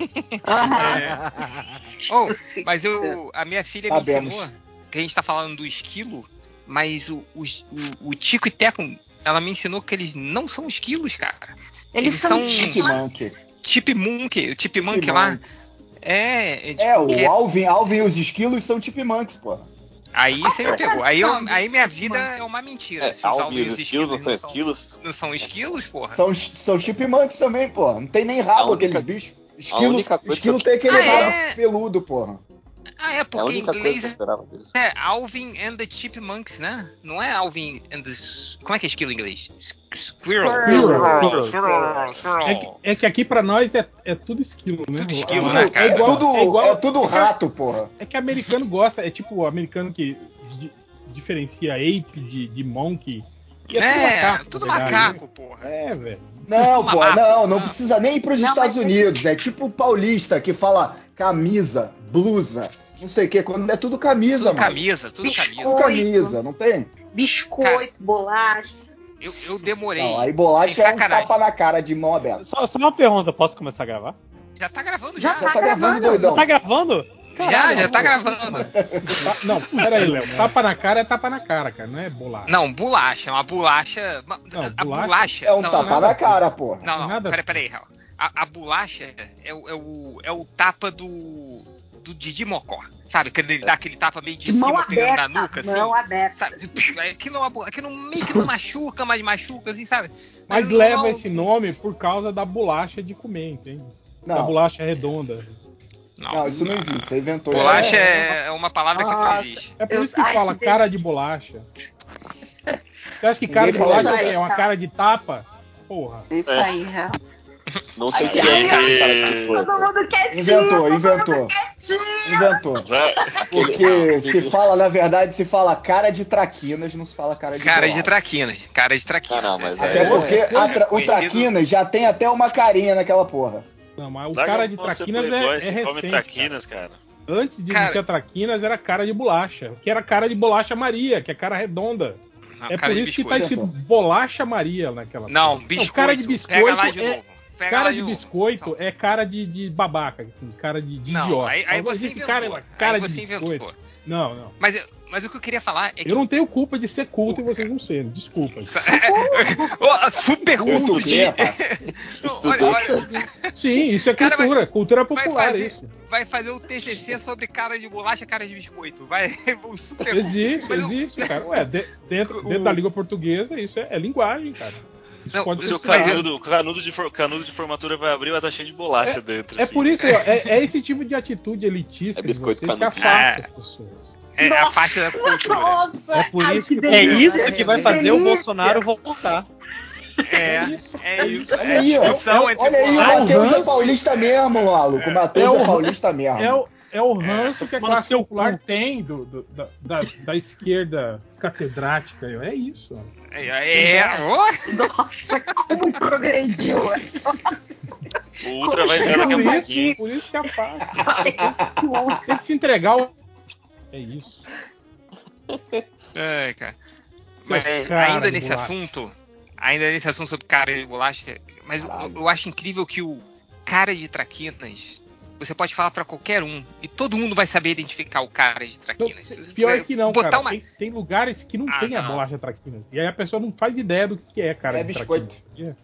Ah, Oh, mas eu, a minha filha me Sabemos. ensinou que a gente tá falando do esquilo, mas o, o, o, o Tico e Teco, ela me ensinou que eles não são esquilos, cara. eles, Eles são, são- Chipmunk. Chipmunk, o Chipmunk lá. Chipmunks. É, é, É, tipo, que- o Alvin, Alvin e os esquilos são chipmunks, porra. aí você me pegou. Aí, eu, tradição aí minha do vida Chipmunk. é uma mentira. É, Se os Alvin alvos e os esquilos não são não são, esquilos. não são esquilos, porra. São, são chipmunks também, porra. Não tem nem rabo A única- aqueles bichos. Esquilo, única coisa esquilo que eu- tem aquele Ah, rabo é? peludo, porra. Ah, é, É a porque em única coisa que eu inglês esperava deles. é Alvin and the Chipmunks, né? Não é Alvin and the... Como é que é esquilo em inglês? Squirrel. Squirrel. Squirrel. Squirrel. Squirrel. É que, é que aqui pra nós é, é tudo esquilo, né? Tudo É esquilo, tudo, né, cara? é igual- tudo, é igual- é tudo rato, porra. É que americano gosta, é tipo o americano que di- diferencia ape de, de monkey. E É, na tudo verdade, macaco, porra. né? É, velho. Não, Tudo pô, macaco. não, não Não. precisa nem ir pros Não, Estados mas- Unidos. É tipo o paulista que fala camisa, blusa, não sei o que, quando é tudo camisa, Tudo mano. camisa, tudo Biscoito. camisa. Tudo camisa, não tem? Biscoito, bolacha. Eu, eu demorei. Não, aí bolacha sem é um sacanagem. tapa na cara de mão aberta. Só, só uma pergunta, posso começar a gravar? Já tá gravando Já já. Já tá gravando, Já doidão. tá gravando? Já, já tá gravando. Tá- não, pera aí, Léo. Tapa na cara é tapa na cara, cara, não é bolacha. Não, bolacha, uma bolacha. ma- Não, a bolacha bolacha. É um não, tapa nada na a ver. cara, porra. Não, não, Nada a peraí, ver. peraí, Raul. A, a bolacha é, o- é, o, é o tapa do. do Didi Mocó. Sabe? Quando ele dá aquele tapa meio de, De mão cima, pegando aberta. na nuca, assim. Mão aberta. Sabe? Aquilo, é uma bo- aquilo meio que não machuca, mas machuca, assim, sabe? Mas não- leva não- esse nome por causa da bolacha de comer, entende? Da Não, bolacha redonda. não, isso não existe. Você inventou. Bolacha É, é, é uma palavra que não Nossa. existe. É por Eu- isso que ai, fala que cara de bolacha. Você acha que cara de Ninguém fala bolacha isso. é uma cara de tapa? Porra. Isso É. aí, real. Não tem Ai, que ai, ser cara de biscoito. Todo mundo quietinho. Inventou, todo inventou. mundo quietinho. Inventou. Porque se fala, na verdade, se fala cara de traquinas, não se fala cara de Cara de bolacha. traquinas. Cara de traquinas. Ah, não, mas essa aí- Até porque a tra- o Conhecido- traquinas já tem até uma carinha naquela porra. Não, mas o Larga cara a de mão, seu traquinas é, playboy, é você come recente. traquinas, cara. cara. Antes de Cara- existir a traquinas era cara de bolacha. Que era cara de bolacha Maria, que é cara redonda. Não, É cara por de isso que tá biscoito. escrito bolacha Maria naquela. Não, Não, biscoito. cara de biscoito Pega lá de é- novo. Pega cara lá de novo. biscoito é cara de, de babaca, assim, cara de, de Não, idiota. aí, aí Alguém você disse, inventou. cara, cara aí de você biscoito. inventou. Não, não. Mas, eu- mas o que eu queria falar é que. Eu não tenho culpa de ser culto e vocês não serem. Desculpa. Ô, super Eu culto de. estudei, rapaz. Não, olha, olha, Sim, isso é Cara, vai- cultura. Cultura vai popular, fazer, isso. vai fazer o T C C sobre cara de bolacha, cara de biscoito. Vai, o super Existe, Mas não- existe, cara. Ué, de- dentro, dentro da língua portuguesa, isso é, é linguagem, cara. Isso Não, pode O ser seu estudado. canudo, canudo, de for- canudo de formatura vai abrir e vai estar cheio de bolacha dentro. É assim. por isso, ó, é, é esse tipo de atitude elitista É de biscoito vocês que canudinho. afasta É. as pessoas. É a faixa da cultura. Nossa, É por ai, isso que que- É delícia, isso que vai fazer o Bolsonaro voltar. É, é isso. Olha É a aí, ó. discussão entre Olha aí, o Bolsonaro- Matheus é Ranço. paulista mesmo, maluco. O Matheus É é, o- paulista mesmo. É o, é o ranço que a Toma no classe seu popular cu. tem do, do- da, da, da esquerda catedrática. É isso. ó. É, é, ó. Nossa, como progrediu. O Ultra vai entrar daqui a Por pouquinho. isso, por isso que afasta. Tem que se entregar ao... É isso. É, cara. Mas cara ainda de nesse bolacha. assunto, ainda nesse assunto sobre cara de bolacha, mas eu, Caralho. eu acho incrível que o cara de traquinas, você pode falar pra qualquer um e todo mundo vai saber identificar o cara de Não, traquinas. Se você pior que não, botar cara. uma- Tem, tem lugares que não Ah, tem a não. bolacha traquinas. E aí a pessoa não faz ideia do que é, cara. É de biscoito. traquinas.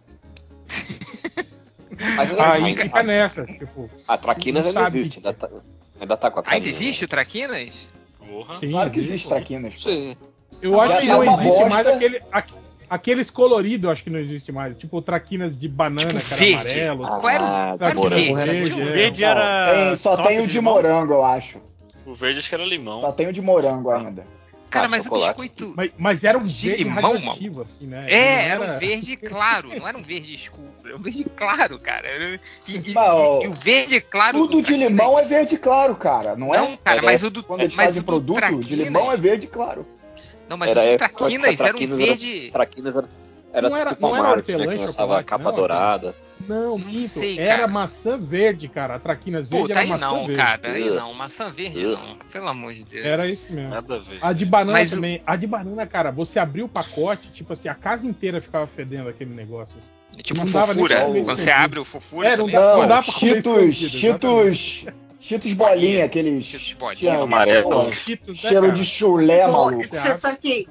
Mas Aí ainda- fica nessa, tipo. a Traquinas não ainda sabe. existe. Ainda tá, ainda tá com a Ainda carinha. existe o traquinas? Porra. Sim, Claro que existe, existe pô. traquinas. pô. Sim. Eu acho Já que tá não uma existe bosta. mais aquele, aqu- aqueles coloridos, acho que não existe mais. Tipo traquinas de banana, Tipo cara verde. amarelo. Ah, Qual era o- tá qual era o morango. verde? O é. verde Não, era. tem- só top tem o de limão. morango, eu acho. O verde acho que era limão. Só tem o de morango ainda. Cara, Ah, mas chocolate. o biscoito. Mas, mas era um De verde limão, radioativo, assim, né? É, Não era um verde claro, não era um verde escuro, era um verde claro, cara. Era- E, e- Mas, ó, e o verde claro. Tudo do de traquinas- limão é verde claro, cara, não, Não, é? cara, Era- mas o do. Quando eles mas fazem o do produto traquinas- de limão é verde claro. Não, mas Era o do época que a traquinas era um Traquinas verde. Traquinas era, era Não era- tipo não a era Marvel, né? hortelã Que e lançava chocolate, capa não, dourada. Não, Não minto. sei, Era cara. maçã verde, cara. A traquinas verde Puta, era aí maçã não, verde. cara. Aí Ugh. não, maçã verde Ugh. não. Pelo amor de Deus. Era isso mesmo. Nada a ver. A de banana Mas o- também. A de banana, cara, você abriu o pacote, tipo assim, a casa inteira ficava fedendo aquele negócio. É tipo não dava nem fofura. pra comer Quando você escondido. abre o fofura É, não também. dá- Não, dá pra comer Cheetos, escondido, Cheetos, Cheetos bolinha, aqueles... Cheetos bolinha. tinha- Amarelo. pô, Cheetos, né, cheiro cara? de chulé, Pô, maluco. você sabe que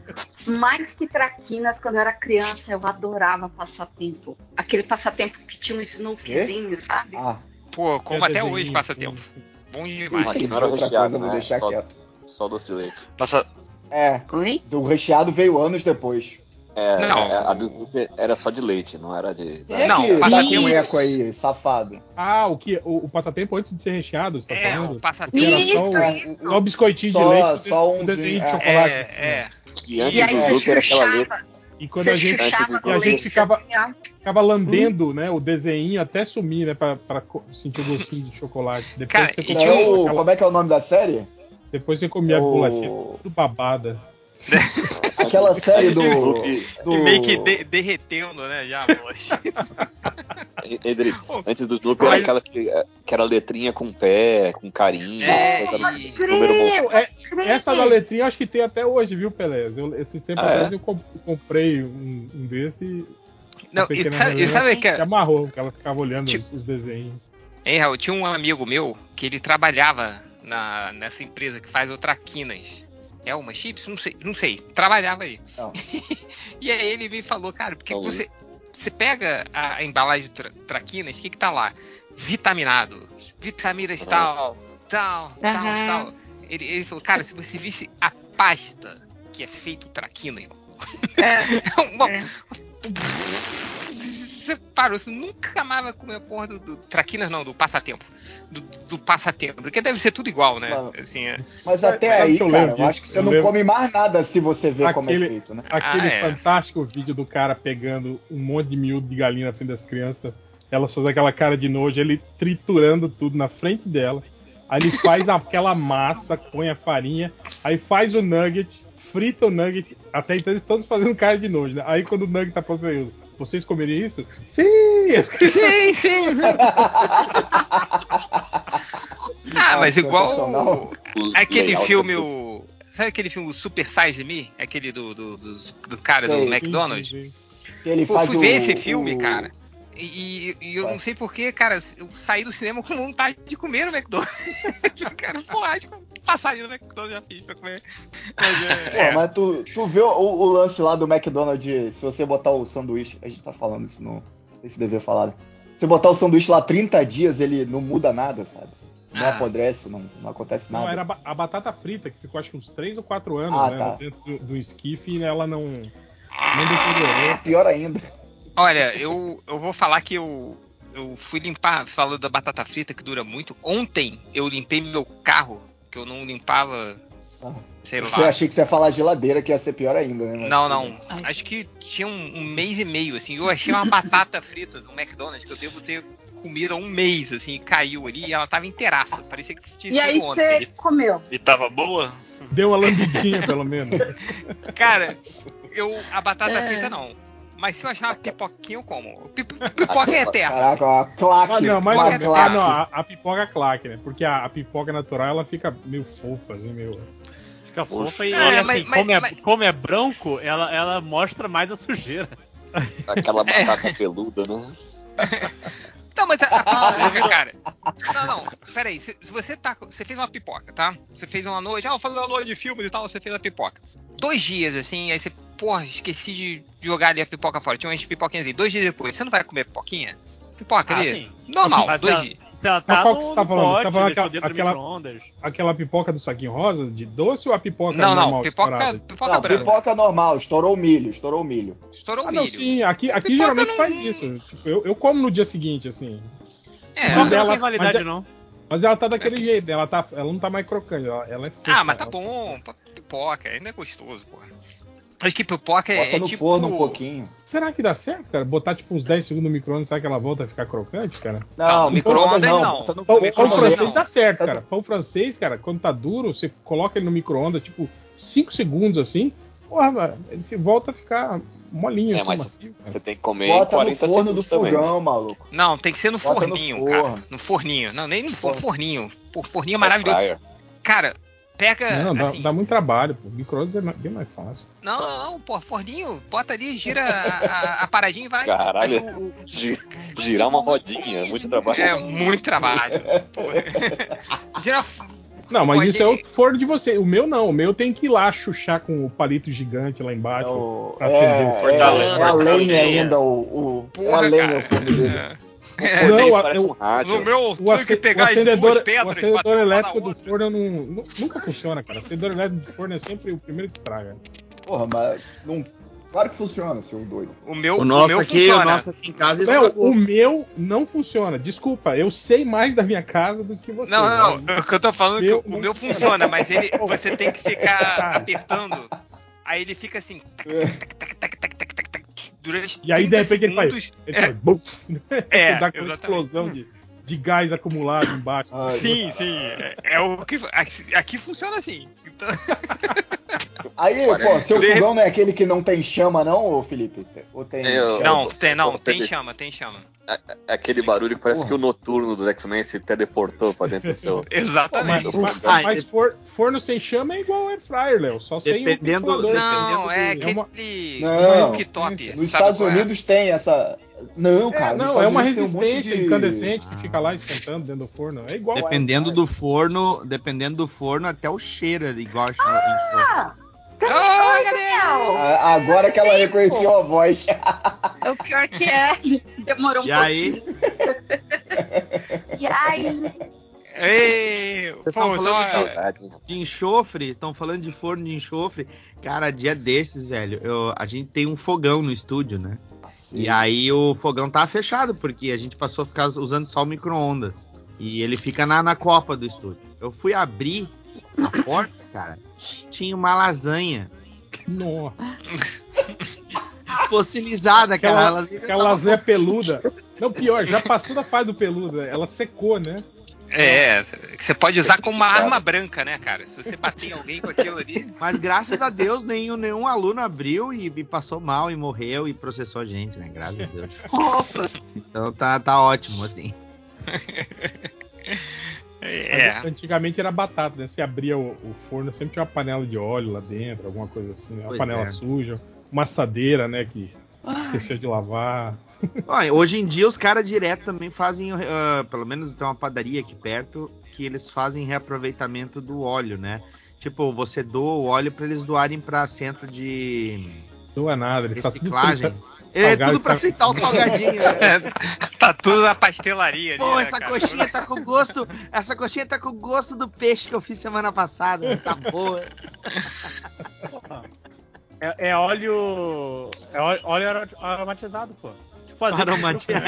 mais que traquinas, quando eu era criança, eu adorava passatempo. Aquele passatempo que tinha um Snoopyzinho, sabe? Ah, Pô, como É até desenho, hoje passa sim. tempo. Bom Mas demais. que entendi não era outra recheado, coisa, vou né? deixar Só, quieto. só doce de leite. Passa... É, Oi? do recheado veio anos depois. É, Não. é, a do Snoopy era só de leite, não era de. Quem é Não, que tá passatempo- com um eco aí, safado? Ah, o que? O, o passatempo antes de ser recheado, você tá É, falando? o passatempo. Porque era só, Isso, o, isso. só o biscoitinho Só- de leite só com um desenho de é. chocolate. É, assim, né? é. E antes E aí do você Snoopy era aquela letra. chuchava, E quando você a gente antes chuchava do- com e a gente leite, ficava- assim, ó. ficava lambendo, né, o desenho até sumir, né, pra, pra co- sentir o gostinho de chocolate. Depois Cara, você e comia Não é o, aquela- como é que é o nome da série? depois você comia a O- bolachinha tudo babada. Aquela série do... Snoopy, do... E meio que de- derretendo, né? Já, bolacha. Edri, antes do Snoopy era Mas- aquela que, que era letrinha com pé, com carinho. É, coisa- e- número bom. É, essa da letrinha eu acho que tem até hoje, viu, Pelé? Eu, esses tempos Ah, é? atrás eu comp- comprei um, um desse e Não, a pequena e sabe, e Helena sabe que. se amarrou, que ela ficava olhando Tipo- os, os desenhos. Hein, Raul, tinha um amigo meu que ele trabalhava na, nessa empresa que faz o Traquinas. É uma chips? Não sei, não sei. Trabalhava aí. Não. E aí ele me falou, cara, porque Talvez. você, você pega a, a embalagem de tra, Traquinas, o que que tá lá? Vitaminado. Vitaminas tal, tal, tal, Aham. tal. Ele, ele falou, cara, se você visse a pasta que é feito Traquina, irmão. É, uma, é. Você parou, você nunca mais vai comer a porra do, do Traquinas, não, do passatempo. Do, do passatempo. Porque deve ser tudo igual, né? Mano, Assim, é. Mas até Sabe aí, que eu cara, lembro eu disso? acho que você Eu não lembro- come mais nada se você vê como é Aquele- feito, né? Aquele Ah, é. fantástico vídeo do cara pegando um monte de miúdo de galinha na frente das crianças, elas fazem aquela cara de nojo, ele triturando tudo na frente dela. Aí ele faz aquela massa, põe a farinha, aí faz o nugget, frita o nugget, até então eles todos fazendo cara de nojo, né? Aí quando o nugget tá pronto, eu, vocês comeriam isso? Sim! As crianças- Sim, sim! Ah, mas igual sensacional. aquele Layout filme, do- o sabe aquele filme Super Size Me? Aquele do, do, do, do cara Sei. do McDonald's? Que ele Pô, faz fui o, ver esse filme, o- cara. E, e eu não sei porquê, cara, eu saí do cinema com vontade de comer no McDonald's. Cara, pô, acho que eu passaria no McDonald's já fiz pra comer. Mas é. Pô, é. mas tu, tu vê o, o lance lá do McDonald's, se você botar o sanduíche. A gente tá falando isso, não, não sei se devia falar. Se você botar o sanduíche lá trinta dias, ele não muda nada, sabe? Não Ah. apodrece, não, não acontece nada. Não, era a ba- a batata frita, que ficou acho que uns três ou quatro anos, Ah, né? tá. Dentro do, do esquife e ela não. Não deteriorou. Pior ainda. Olha, eu, eu vou falar que eu, eu fui limpar, falando da batata frita que dura muito. Ontem eu limpei meu carro, que eu não limpava, sei Eu lá. achei que você ia falar geladeira, que ia ser pior ainda, né? Mas Não, tudo não. bem. Acho que tinha um, um mês e meio, assim. Eu achei uma batata frita do McDonald's que eu devo ter comido há um mês, assim, e caiu ali e ela tava inteiraça. Parecia que tinha E aí sido você ontem. comeu. E tava boa? Deu uma lambidinha, pelo menos. Cara, eu. A batata É. frita não. Mas se eu achar uma pipoquinha, eu como. Pip- Pipoca é eterna. Caraca, a claque. Ah, não, mas uma ah, claque. não, a, a pipoca é claque, né? Porque a, a pipoca natural ela fica meio fofa, assim, meio. Fica fofa e, É, e, assim, mas- mas- como, é, mas- como é branco, ela, ela mostra mais a sujeira. Aquela batata peluda, né? Não, mas a, a pipoca, cara. Não, não, peraí. Se, se você tá. Você fez uma pipoca, tá? Você fez uma noite. Ah, eu falei uma noite de filmes e tal, você fez a pipoca. Dois dias, assim, aí você, porra, esqueci de jogar ali a pipoca fora. Tinha umas pipoquinhas ali. Dois dias depois, você não vai comer pipoquinha? Pipoca Ah, ali? sim. Normal, Mas dois ela- dias. Se ela Mas tá qual no, que você no tá falando? Você pote, tá falando deixou aquela- dentro aquela- do micro-ondas. Aquela pipoca do saquinho rosa de doce ou a pipoca Não, não, normal? pipoca, estourada? pipoca Não, branca. pipoca normal, estourou o milho, estourou o milho. Estourou o Ah, não, milho. sim, aqui, aqui Pipoca geralmente não- faz isso. Tipo, eu, eu como no dia seguinte, assim. É, Pipoca não ela- tem validade, mas é- não. Mas ela tá daquele jeito, ela, tá, ela não tá mais crocante, ela, ela é fofa. Ah, mas tá ela- bom. Pipoca, ainda é gostoso, porra. Acho que pipoca é, Bota é no tipo. forno um pouquinho. Será que dá certo, cara? Botar tipo uns dez segundos no micro-ondas, será que ela volta a ficar crocante, cara? Não, Não, micro-ondas não. Bota no Pão, forno. pão micro-ondas francês não. dá certo, cara. Pão francês, cara, quando tá duro, você coloca ele no micro-ondas, tipo, cinco segundos assim, porra, mano, ele volta a ficar molinho, É, assim, mas macio, cara. você tem que comer em Bota no quarenta forno do segundos também. fogão, maluco. Não, tem que ser no Bota no forninho, forno. cara. No forninho. Não, nem no for- Forno. forninho. Pô, forninho é Air maravilhoso. fryer. Cara, pega. Não, dá, assim, dá muito trabalho, pô. Micro-ondas é ma- bem mais fácil. Não, não, não, pô, forninho, bota ali, gira a, a- a paradinha e vai. Caralho. Aí o- o- Gi- Girar uma rodinha, muito trabalho. É muito trabalho. Pô. Gira. Não, mas Pode- isso é o forno de você. O meu não, o meu tem que ir lá chuchar com o palito gigante lá É, embaixo. o- pra acender o é, forno. é, Fortaleza, é a lenha lenha. ainda, o, o, é a Porra, lenha cara. o forno dele. É. Pô, Não, ele a- parece eu- um rádio. No meu, O, tem ace- que pegar o as acendedor, duas pedras o e acendedor bater uma na elétrico do outra. forno não, nu- nunca funciona, cara. O acendedor elétrico do forno é sempre o primeiro que estraga. Porra, mas não, claro que funciona, seu doido. O meu, O o nosso meu aqui, funciona. o nosso aqui em casa Não, estragou. o meu não funciona. Desculpa, eu sei mais da minha casa do que você. Não, não, não. O que eu tô falando é Meu- que o meu funciona, mas ele, você tem que ficar apertando. Aí ele fica assim. tac, tac, tac, tac, tac, tac, tac, tac, durante E aí, de trinta repente, ele faz. segundos. Ele É, faz bum. É, Dá aquela exatamente. explosão de, de gás acumulado embaixo. Ai, sim, sim. É, é o que. Aqui, aqui funciona assim. Então, Aí, Parece- pô, seu De- fogão não é aquele que não tem chama, não, ô Felipe? Ou tem Eu- chama? não, tem, não, Você tem vê- chama, tem chama. É aquele barulho que parece Porra. que o noturno do X-Men se teleportou pra dentro do seu. Pô, mas Exatamente. mas- Ah, mas for- forno sem chama é igual air fryer, Léo. Só sem Dependendo- o ventilador. Não, é dependendo do- aquele. Não. cooktop. Nos sabe Estados qual é? Unidos tem essa. Não, É, cara. nos não, Estados é uma Unidos tem um monte resistência de- incandescente que fica lá esquentando dentro do forno. É igual Dependendo air do forno, dependendo do forno, até o cheiro é igual a enxofre. Ah, tem Ah, coisa, galera! Mel. A- Agora que ela reconheceu a voz. O pior que é, demorou um E aí, pouquinho. E aí? Ei, Vocês pô, estão só- falando Saudade. de enxofre, estão falando de forno de enxofre. Cara, dia desses, velho, eu- a gente tem um fogão no estúdio, né? E aí o fogão tava fechado, porque a gente passou a ficar usando só o micro-ondas. E ele fica na, na copa do estúdio. Eu fui abrir a porta, cara, tinha uma lasanha Nossa, fossilizada, cara. aquela, A lasanha aquela tava lasanha fossil- peluda. Não, pior, já passou da fase do peludo. Ela secou, né? É, que você pode usar como uma arma branca, né, cara? Se você bater em alguém com aquilo ali. Mas graças a Deus nenhum, nenhum aluno abriu e, e passou mal e morreu e processou a gente, né? Graças a Deus. Opa. Então tá, tá ótimo, assim. É. Mas antigamente era batata, né? Você abria o, o forno, sempre tinha uma panela de óleo lá dentro, alguma coisa assim, né? Uma Pois panela é. suja, uma assadeira, né? Que esqueceu de lavar. Olha, hoje em dia os caras direto também fazem, ah, pelo menos tem uma padaria aqui perto, que eles fazem reaproveitamento do óleo, né? Tipo, você doa o óleo pra eles doarem pra centro de Não é nada, ele tá tudo reciclagem. frita- É salgado, tudo pra tá- fritar o salgadinho. né? Tá tudo na pastelaria ali, Pô, né, essa cara? coxinha tá com gosto. Essa coxinha tá com gosto do peixe que eu fiz semana passada. Tá boa. É, é óleo. É óleo, óleo aro- aromatizado, pô. Tipo azeite. Aromatizado.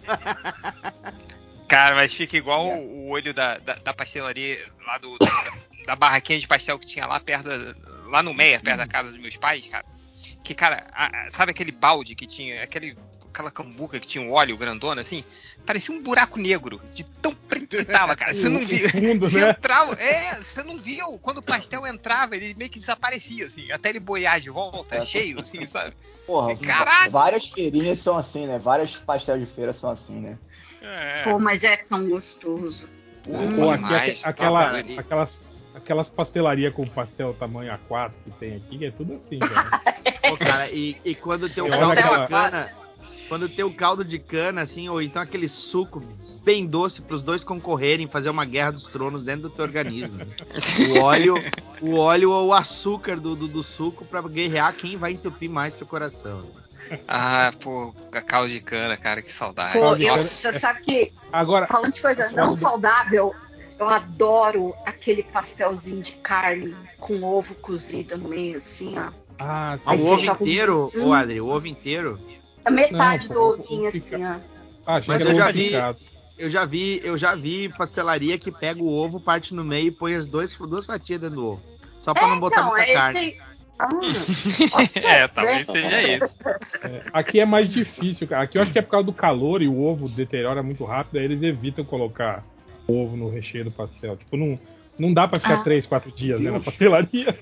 Cara, mas fica igual o, o olho da, da, da pastelaria lá do. Da, da barraquinha de pastel que tinha lá perto. da- Lá no Meia, perto da casa dos meus pais, cara. Que, cara, a- a- sabe aquele balde que tinha. Aquele, aquela cambuca que tinha um óleo grandona, assim? Parecia um buraco negro, de tão preto que tava, cara. Você não O via. fundo, Você né? entrava. É, você não via. Quando o pastel entrava, ele meio que desaparecia, assim. Até ele boiar de volta, É. cheio, assim, sabe? Porra, Caraca! várias feirinhas são assim, né? Vários pastéis de feira são assim, né? É. Pô, mas é tão gostoso. Hum. Ou aqui, demais. aque- aquela, Cara, e- aquelas, aquelas pastelarias com pastel tamanho A quatro que tem aqui, é tudo assim, cara. Pô, cara, e, e quando tem o Olha caldo aquela- de cana, quando tem o caldo de cana, assim, ou então aquele suco bem doce pros dois concorrerem, fazer uma guerra dos tronos dentro do teu organismo. O óleo, o óleo ou o açúcar do, do, do suco pra guerrear quem vai entupir mais teu coração. Ah, pô, cacau de cana, cara, que saudade. Pô, eu, Nossa. você sabe que, Agora, falando de coisa não saudável, eu adoro aquele pastelzinho de carne com ovo cozido no meio, assim, ó. ah, Ah, Aí o você ovo joga um- inteiro, Hum. ô Adri, o ovo inteiro. A metade Não, do pô, ovinho, fica- assim, ó. ah, achei Mas que eu era já ovo vi- picado. Eu já vi, eu já vi pastelaria que pega o ovo, parte no meio e põe as dois, duas fatias dentro do ovo. Só pra não botar Então, muita é carne. esse aí. Ah, É, talvez seja isso. É, aqui é mais difícil, cara. Aqui eu acho que é por causa do calor e o ovo deteriora muito rápido, aí eles evitam colocar ovo no recheio do pastel. Tipo, não, não dá pra ficar Ah. três, quatro dias né, na pastelaria.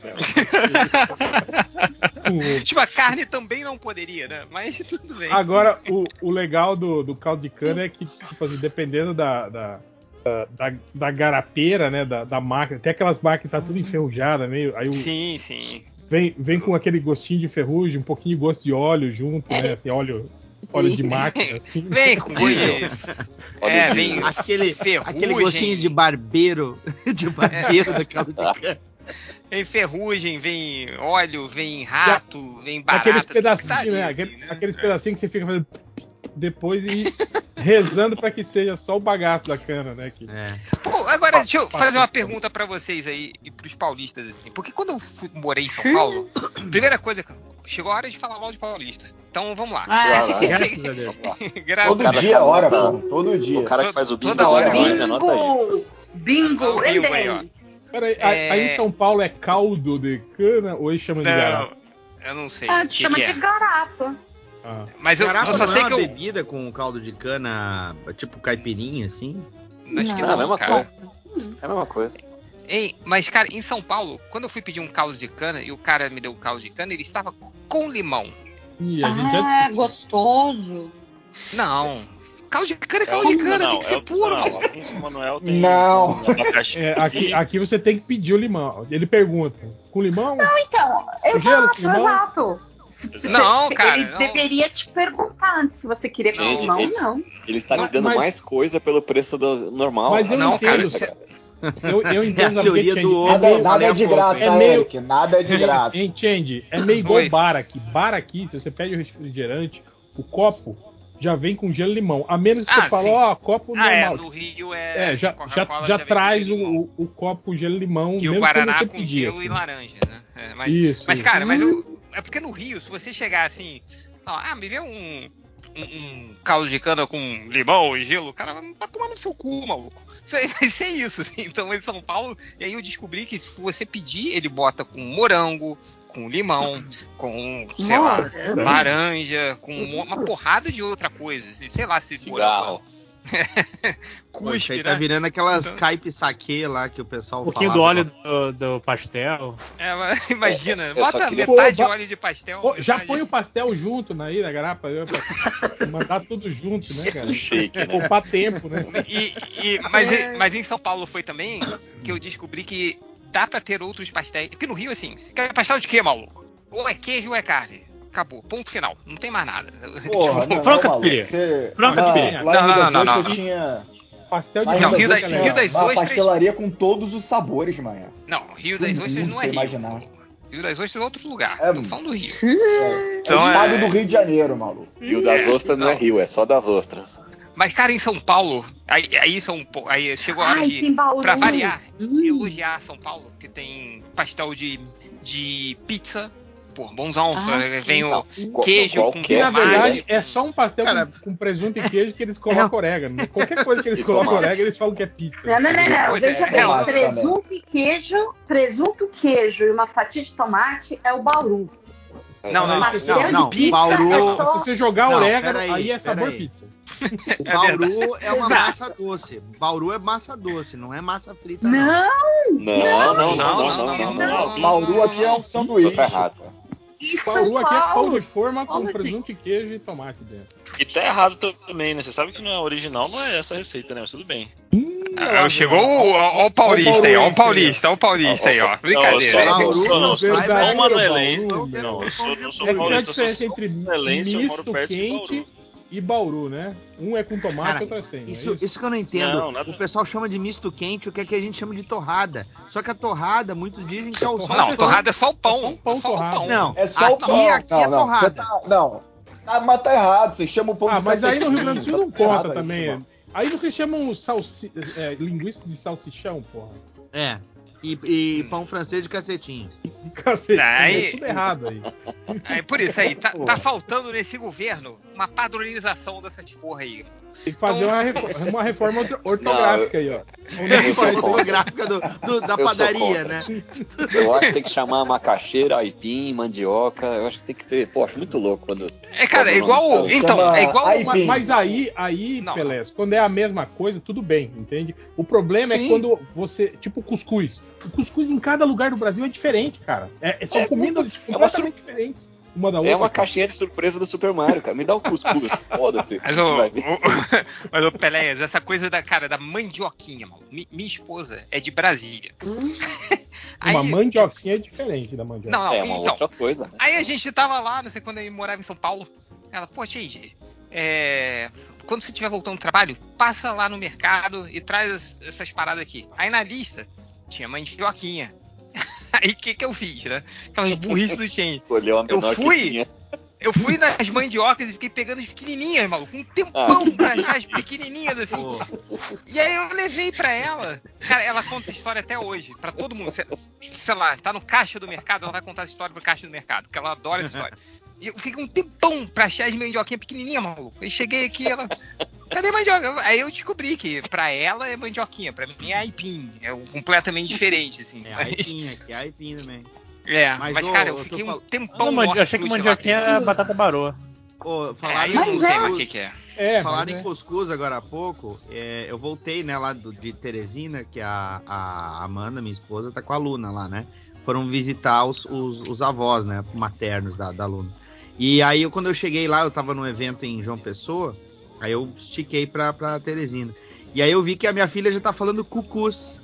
Com ovo. Tipo, a carne também não poderia, né? Mas tudo bem. Agora, o, o legal do, do caldo de cana é que, tipo assim, dependendo da, da, da, da, da garapeira, né, da, da máquina, tem aquelas máquinas que tá tudo enferrujada, meio, aí o, Sim, sim. vem, vem com aquele gostinho de ferrugem, um pouquinho de gosto de óleo junto, né, assim, óleo, óleo de máquina, assim. Vem com gosto de... É, vem Aquele, ferrugem. aquele gostinho de barbeiro, de barbeiro da caldo de cana. Vem ferrugem, vem óleo, vem rato, vem barata. Aqueles pedacinhos, tudo né, assim, aquele- né? aqueles pedacinhos que você fica fazendo depois e rezando pra que seja só o bagaço da cana, né, que... É. Pô, agora, deixa eu fazer uma pergunta pra vocês aí e pros paulistas, assim. Porque quando eu fui, morei em São Paulo, primeira coisa, chegou a hora de falar mal de paulista. Então, vamos lá. Ah, Esse- graças a Deus. Graças Todo a Deus. dia é hora, anota- pô. Todo dia. O cara que faz o bingo Toda hora, agora, hein? anota aí. Bingo! Bingo! Olha o bingo aí, ó. Endem! Peraí, aí- É. aí em São Paulo é caldo de cana ou eles chamam de garapa? Não, eu não sei. Ah, o te que chama que é. de garapa. Ah. Mas eu, Garapa eu só não sei é que uma eu. bebida com caldo de cana, tipo caipirinha, assim? Acho que Não, é a não, mesma cara. coisa. É a mesma coisa. Ei, mas, cara, em São Paulo, quando eu fui pedir um caldo de cana e o cara me deu um caldo de cana, ele estava com limão. Ih, a gente já Ah, gostoso. Não. Caldo de cana é É caldo de o- cana, não, tem que é ser o- puro, não, mano. aqui em São Manuel tem, Não. tem abacaxi. É, aqui, aqui você tem que pedir o limão. Ele pergunta: com limão? Não, então, Com gelo, exato, com limão? exato. Se- Não, ele cara, não. deveria te perguntar antes se você queria com Gente, limão ou ele- não. Ele tá Mas- te dando mas- mais coisa pelo preço do normal. Mas eu Não, entendo. cara, Eu, eu É entendo a a teoria Change. do ovo. É Nada, meio, nada é falei de há pouco, graça, é meio- Eric. Nada é de graça. Hein, Change, é meio igual Oi. bar aqui. Bar aqui, se você pede o refrigerante, o copo já vem com gelo e limão. A menos que Ah, você fale, sim. ó, copo Ah, é, normal. no Rio é. É, assim, já, Coca-Cola já, já vem com traz gelo e limão. o, o copo gelo e limão, E mesmo o sem Guaraná você com pedir, gelo e assim. laranja, né? É, mas, Isso, mas, isso. cara, mas eu. É porque no Rio, se você chegar assim. ó, ah, me vê um, um, um caldo de cana com limão e gelo, cara, vai tomar no seu cu, maluco. Isso aí vai ser isso, assim. Então, em São Paulo, e aí eu descobri que se você pedir, ele bota com morango, com limão, com, sei lá, Morango? laranja, com uma porrada de outra coisa. assim, Sei lá se Cigarro. Pô, isso aí Cuspe, tá né? virando aquelas Então- caipe saque lá que o pessoal Um pouquinho falava. do óleo do, do pastel. É, mas imagina, É, eu só bota queria- metade de Pô, óleo de pastel. Pô, já metade- põe o pastel junto na aí, na garapa, né, pra mandar tudo junto, né, cara? Um shake, né? Poupar tempo, né? E, e- mas, mas em São Paulo foi também que eu descobri que dá pra ter outros pastéis. Porque no Rio, assim, você quer pastel de quê, maluco? Ou é queijo ou é carne. Acabou, ponto final. Não tem mais nada. Porra, Tipo, não, franca maluco, pilha. você- Franca na- pilha. Lá em Não, Rio não, das não, não, Ostras não. tinha... Pastel de Lá em Não, Rio Rio das das- Ostras Rio tinha das uma Ostras- pastelaria com todos os sabores, manhã. Não, Rio das Ostras Tudo não é você Rio. imaginar. Rio das Ostras é outro lugar. É, Tô falando do Rio. É, Então, é o estado é- do Rio de Janeiro, maluco. Rio das Ostras não é Não. Rio, é só das ostras. Mas, cara, em São Paulo, aí, aí são um po- aí chegou a hora Ai, de, tem Bauru. pra variar, Hum. elogiar São Paulo, que tem pastel de, de pizza, pô, bonzão, Ah, vem sim, o sim. queijo Qual- com Que na Qualquer verdade tomate. é só um pastel Cara, com, com presunto e queijo que eles colocam orégano. Né? Qualquer coisa que eles E colocam tomate. orégano, eles falam que é pizza. Não, não, não, não. Pô, Veja é, bem, tomate presunto e queijo, presunto, queijo e uma fatia de tomate é o Bauru. Não, não, não. Pastel Não, não, de pizza Bauru- é Se só... você jogar Não, orégano, peraí, aí é sabor peraí. pizza. O Bauru é uma Exato. massa doce. Bauru é massa doce, não é massa frita, não. Não, Não, não, não, não, não, não, não, não, não. Bauru aqui é um Só sanduíche. tá errado. em São Bauru aqui é pão Paulo. de forma com Olha, presunto e queijo e tomate dentro. E tá errado também, né? Você sabe que não é original, não é essa receita, né? Mas tudo bem. Ah, chegou o, ó, o paulista aí, ó, o paulista, ó, o paulista aí, ó. Brincadeira. Não, eu Bauru, sou, não, não, sou, vai, sou vai, manuelense. Bauru, Não, eu sou, não sou É que tem a paulista, eu sou diferença entre manuelense, eu moro misto perto de quente Bauru. e Bauru, né? Um é com tomate, Cara, outro é sem. não é Isso, isso que eu não entendo. Não, nada- O pessoal chama de misto quente, o que é que a gente chama de torrada. Só que a torrada, muitos dizem que é o só Torrada Não, o torrada é só o É pão. só um pão é só o torrado. pão. Não, É só aqui, o pão. aqui não, é não, torrada. você tá, não. Ah, mas tá errado. Você chama o pão Ah, de mas aí no cacetinho, Rio Grande do Sul tá não conta errado aí, também. irmão. Aí vocês chamam salsi... é, linguiça de salsichão, porra. É. E, e pão francês de cacetinho. Cacete, Aí- é tudo errado aí. Aí, por isso aí, tá, Porra. tá faltando nesse governo uma padronização dessas porra aí. Tem que fazer Então- uma reforma, uma reforma orto- ortográfica aí, ó. Onde A a gente forma faz- ortográfica do, do- da Eu sou padaria, contra. né? Eu acho que tem que chamar macaxeira, aipim, mandioca. Eu acho que tem que ter. Pô, acho muito louco quando. É, cara, é quando igual. não- Então, Chama é igual. aipim. Ma- Mas aí, aí, Não. Pelé, quando é a mesma coisa, tudo bem, entende? O problema é Sim. quando você. Tipo cuscuz. O cuscuz em cada lugar do Brasil é diferente, cara. É, é- são É comidas muito- é uma completamente diferentes. Uma da outra. É uma cara. caixinha de surpresa do Super Mario, cara. Me dá o cuscuz. Foda-se. Mas o, Vai ver. o- mas o Peléas, essa coisa da cara da mandioquinha, mano. Mi- minha esposa é de Brasília. Uma Aí- mandioquinha é diferente da mandioca. Não, não, É uma então. outra coisa. Aí a gente tava lá, não sei quando eu morava em São Paulo. Ela, pô, gente, é, quando você estiver voltando do trabalho, passa lá no mercado e traz as- essas paradas aqui. Aí na lista tinha mandioquinha. Aí o que que eu fiz, né? Aquelas burrices do Chen. Escolheu a Eu menor fui- que tinha. Eu fui nas mandiocas e fiquei pegando as pequenininhas, maluco. Um tempão pra achar as pequenininhas, assim. E aí eu levei pra ela. Cara, ela conta essa história até hoje, pra todo mundo. Sei, sei lá, tá no caixa do mercado, ela vai contar essa história pro caixa do mercado, porque ela adora essa história. E eu fiquei um tempão pra achar as mandioquinhas pequenininhas, maluco. Aí cheguei aqui, ela... Cadê a mandioca? Aí eu descobri que pra ela é mandioquinha, pra mim é aipim. É um completamente diferente, assim. É Mas- aipim, aqui é aipim também. É, Mas, mas, ô, cara, eu eu tô fiquei um fal- tempão Não, mandi- no eu achei que hortifruti lá. mandioquinha era batata baroa. Ô, É, falaram aí eu não em sei é. mais o cuscuz- que que é. É, Falaram mas em é. cuscuz agora há pouco, é, eu voltei, né, lá do- de Teresina, que a, a Amanda, minha esposa, tá com a Luna lá, né? Foram visitar os, os, os avós, né, maternos da, da Luna. E aí, eu, quando eu cheguei lá, eu tava num evento em João Pessoa, aí eu estiquei pra, pra Teresina. E aí eu vi que a minha filha já tá falando cucuz.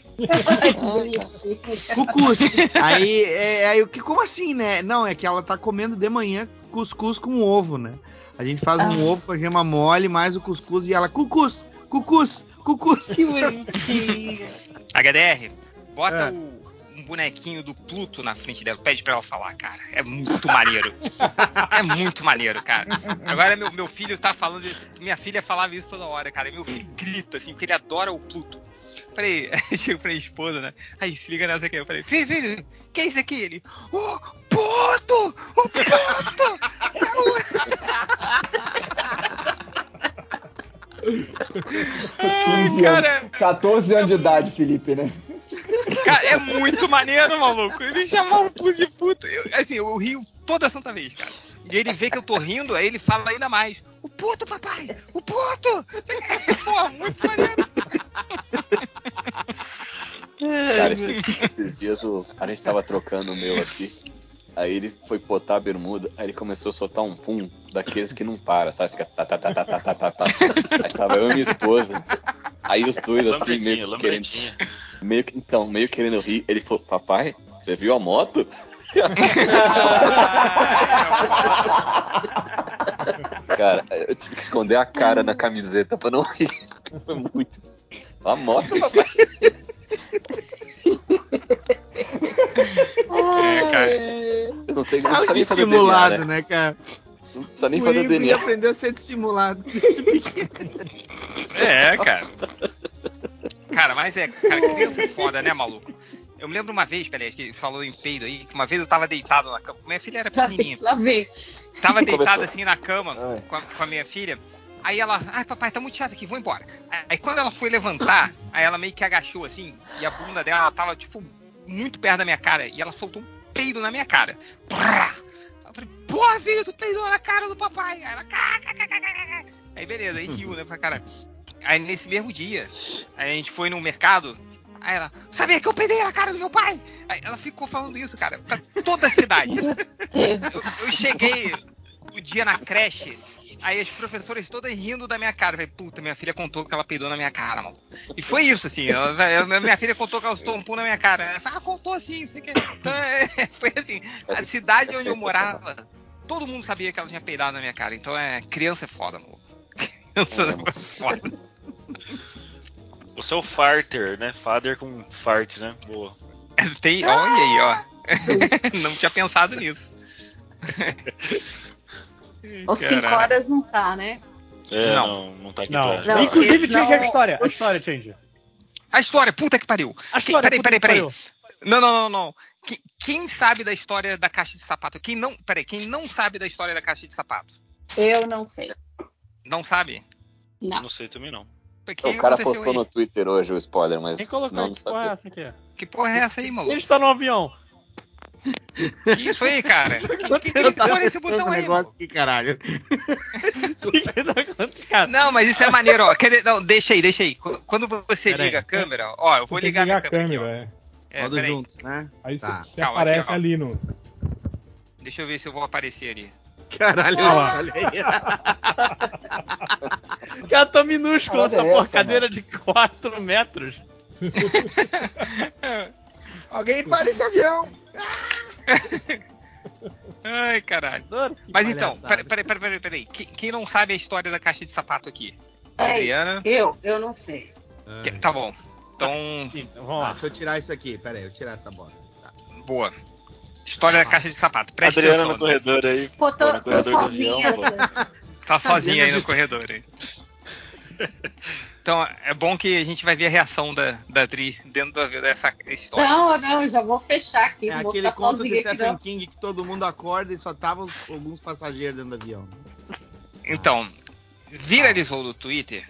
Cucuz. Aí, é, aí eu, que, como assim, né? Não, é que ela tá comendo de manhã cuscuz com ovo, né? A gente faz um Ah. ovo com a gema mole, mais o cuscuz e ela, cucuz, cucuz, cucuz. Que bonitinho. H D R, bota É. o- um bonequinho do Pluto na frente dela, pede pra ela falar, cara. É muito maneiro. É muito maneiro, cara. Agora meu, meu filho tá falando isso, minha filha falava isso toda hora, cara. Meu filho grita, assim, porque ele adora o Pluto. Falei, chego pra minha esposa, né? Aí, se liga nessa aqui. Eu falei, filho, filho, que é isso aqui? Ele, o Pluto! O Pluto! quinze cara. anos, catorze anos de idade, Felipe, né? Cara, é muito maneiro, maluco. Ele chamava o Pluto de puto. Eu, assim, eu rio toda santa vez, cara. E ele vê que eu tô rindo, aí ele fala ainda mais. o puto, papai! O puto! Pô, muito maneiro. Cara, esses, esses dias o, a gente tava trocando o meu aqui. Aí ele foi botar a bermuda, aí ele começou a soltar um pum daqueles que não para, sabe? Fica tá, tá, tá, tá, tá, tá, tá, tá. Aí tava eu e minha esposa. Aí os dois assim, meio que querendo. Meio que, então, meio querendo rir. Ele falou, papai, você viu a moto? Cara, eu tive que esconder a cara na camiseta pra não rir. Foi muito. A moto, papai. É, cara. Eu não sei, não Algo precisa nem fazer dissimulado, D N A, né? né, cara? Não precisa nem O fazer Guri D N A. aprendeu a ser dissimulado. É, cara. Cara, mas é, cara, criança é foda, né, maluco? Eu me lembro uma vez, peraí, que você falou em peido aí, que uma vez eu tava deitado na cama, minha filha era pequenininha. Lá vem. Tava Começou. deitado assim na cama com a, com a minha filha. Aí ela, ai papai, tá muito chato aqui, vou embora. Aí quando ela foi levantar, aí ela meio que agachou assim, e a bunda dela ela tava, tipo, muito perto da minha cara, e ela soltou um peido na minha cara. Eu falei, porra, filho, tu peidou na cara do papai. Aí ela, aí beleza, aí riu, né, pra caralho. Aí nesse mesmo dia, a gente foi no mercado, aí ela, sabia que eu peidei na cara do meu pai? Aí ela ficou falando isso, cara, pra toda a cidade. Eu, eu cheguei o dia na creche, aí as professoras todas rindo da minha cara. Eu falei, puta, minha filha contou que ela peidou na minha cara, mano. E foi isso, assim, ela, minha filha contou que ela soltou um pum na minha cara. Ela falou, ah, contou assim, não sei o que. Então, é, foi assim, a cidade onde eu morava, todo mundo sabia que ela tinha peidado na minha cara. Então, é, criança é foda, mano. Criança é foda. O seu farter, né? Father com fart, né? Boa. Tem, olha aí, ó. Não tinha pensado nisso. Ou cinco horas não tá, né? É, Não. não, não tá aqui Não. pra... Não, inclusive, não- Change a história. A história, Change. A história, puta que pariu. A história, Peraí, puta peraí, que peraí. pariu. Não, não, não, não. Que- Quem sabe da história da caixa de sapato? Quem não, peraí, quem não sabe da história da caixa de sapato? Eu não sei. Não sabe? Não. Não sei também não. O que O cara aconteceu postou aí? no Twitter hoje o spoiler, mas Quem colocou senão aí? não Que porra é sabia. essa aqui? Que porra é essa aí, maluco? Ele está no avião. Que isso aí, cara? Que, que, que Eu tava porra é esse testando botão um aí, negócio aqui, caralho. mano? Não, mas isso é maneiro, ó. Quer dizer, não, deixa aí, deixa aí. Qu- Quando você Pera aí. liga a câmera, ó, eu vou Tem que ligar a minha ligar a câmera. câmera, aqui, é. ó. É, Todos peraí. juntos, né? Aí Tá. você Calma, aparece aqui, ó. ali no. Deixa eu ver se eu vou aparecer ali. Caralho, Olha lá. olha aí. Cara, tá minúsculo Parada essa é porra, essa, cadeira mano? de quatro metros. Alguém para esse avião. Ai, caralho. Adoro. Mas então, palhaçada. peraí, peraí, peraí, peraí. Quem, quem não sabe a história da caixa de sapato aqui? Ei, Adriana. eu, eu não sei. Que- tá bom. Então, Então, vamos Ah, lá. deixa eu tirar isso aqui. Pera aí, eu tirar essa bola. Tá. boa. História da caixa de sapato. Presta Adriana atenção. no corredor aí. Pô, tô, no tô corredor do sozinha. avião, pô. Tá sozinha aí no corredor. Aí. Então, é bom que a gente vai ver a reação da, da Dri dentro da, dessa história. Não, não, já vou fechar aqui. É não vou aquele ficar conto do sozinha aqui, Stephen não. King que todo mundo acorda e só tava os- alguns passageiros dentro do avião. Então, viralizou no Twitter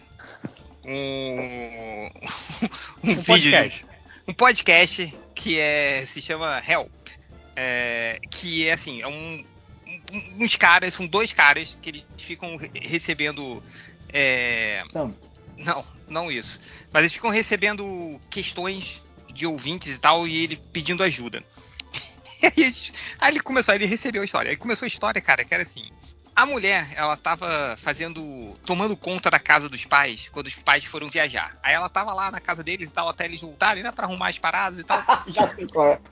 um, um, Um vídeo, podcast. um podcast que é, se chama Help. É, que é assim, é um, um- uns caras, são dois caras que eles ficam re- recebendo. É, Sam, não, não isso. Mas eles ficam recebendo questões de ouvintes e tal, e ele pedindo ajuda. E aí, eles- aí ele começou, ele recebeu a história. Aí começou a história, cara, que era assim. A mulher, ela tava fazendo, tomando conta da casa dos pais, quando os pais foram viajar. Aí ela tava lá na casa deles e tal, até eles voltarem, né, pra arrumar as paradas e tal. já sei qual é.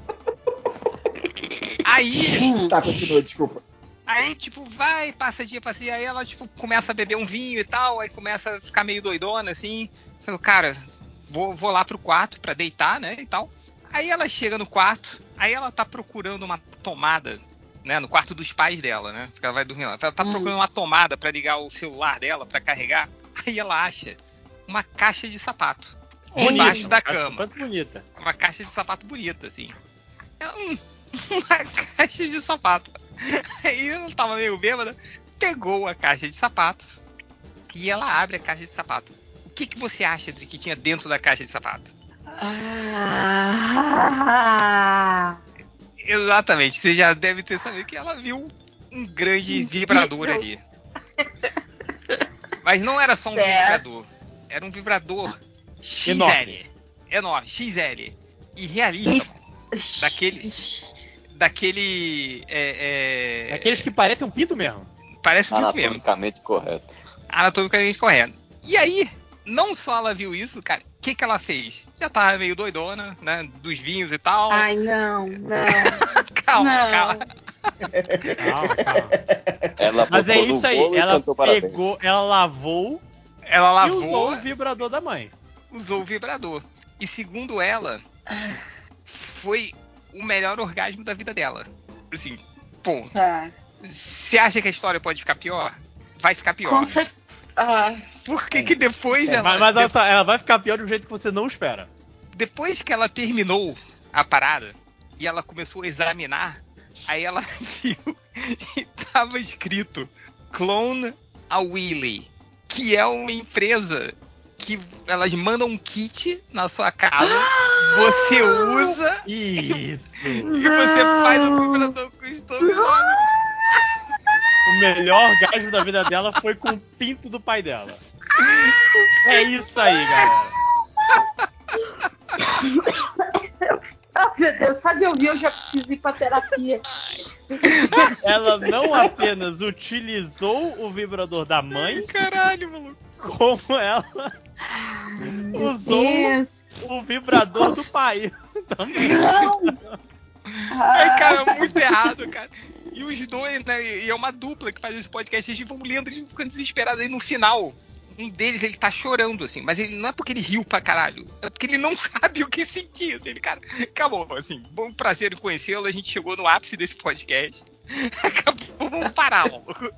Aí, Tá, continua, desculpa. aí, tipo, vai, passa dia, passa dia, aí ela, tipo, começa a beber um vinho e tal, aí começa a ficar meio doidona, assim. Falei, cara, vou, vou lá pro quarto pra deitar, né, e tal. Aí ela chega no quarto, aí ela tá procurando uma tomada, né, no quarto dos pais dela, né, porque ela vai dormir lá. Ela tá Hum. procurando uma tomada pra ligar o celular dela, pra carregar. Aí ela acha uma caixa de sapato debaixo da cama. Quanto bonita. Uma caixa de sapato bonita, assim. É um- uma caixa de sapato. Aí ela tava meio bêbada, pegou a caixa de sapato e ela abre a caixa de sapato. O que, que você acha de que tinha dentro da caixa de sapato? Ah, Exatamente, você já deve ter sabido que ela viu um grande vibrador ali. Mas não era só um Certo. vibrador. Era um vibrador X L. Enorme. Enorme, X L. E realista, mano. Daquele. Daquele. É, é... Aqueles que parecem um pinto mesmo. Parece um pinto mesmo. Anatomicamente correto. Anatomicamente correto. E aí, não só ela viu isso, cara, o que, que ela fez? Já tava meio doidona, né? Dos vinhos e tal. Ai, não, não. calma, não. calma. Calma, calma. Ela Mas é botou no isso aí, bolo e ela cantou parabéns. pegou, ela lavou Ela e lavou, usou o vibrador da mãe. usou o vibrador. E segundo ela, foi o melhor orgasmo da vida dela. Assim, ponto. Tá. Você acha que a história pode ficar pior? Vai ficar pior. Com cer- ah, Por que que depois ela... Mas, mas olha só, ela vai ficar pior de um jeito que você não espera. Depois que ela terminou a parada e ela começou a examinar, aí ela viu e tava escrito Clone a Willy, que é uma empresa que elas mandam um kit na sua casa, você usa Isso. e você faz o vibrador customizado. O melhor orgasmo da vida dela foi com o pinto do pai dela. É isso aí, galera. Ah, meu Deus, só de ouvir eu já preciso ir pra terapia. Ela não apenas utilizou o vibrador da mãe, caralho, maluco, como ela usou Deus. o vibrador do pai também. Ai, cara, muito errado, cara. E os dois, né? E é uma dupla que faz esse podcast. Eles vão lendo, eles ficando desesperados. Aí no final, um deles, ele tá chorando, assim. Mas ele não é porque ele riu pra caralho. É porque ele não sabe o que sentir, assim. Ele, cara, acabou, assim. Bom prazer em conhecê-lo. A gente chegou no ápice desse podcast. Acabou, vamos parar, maluco.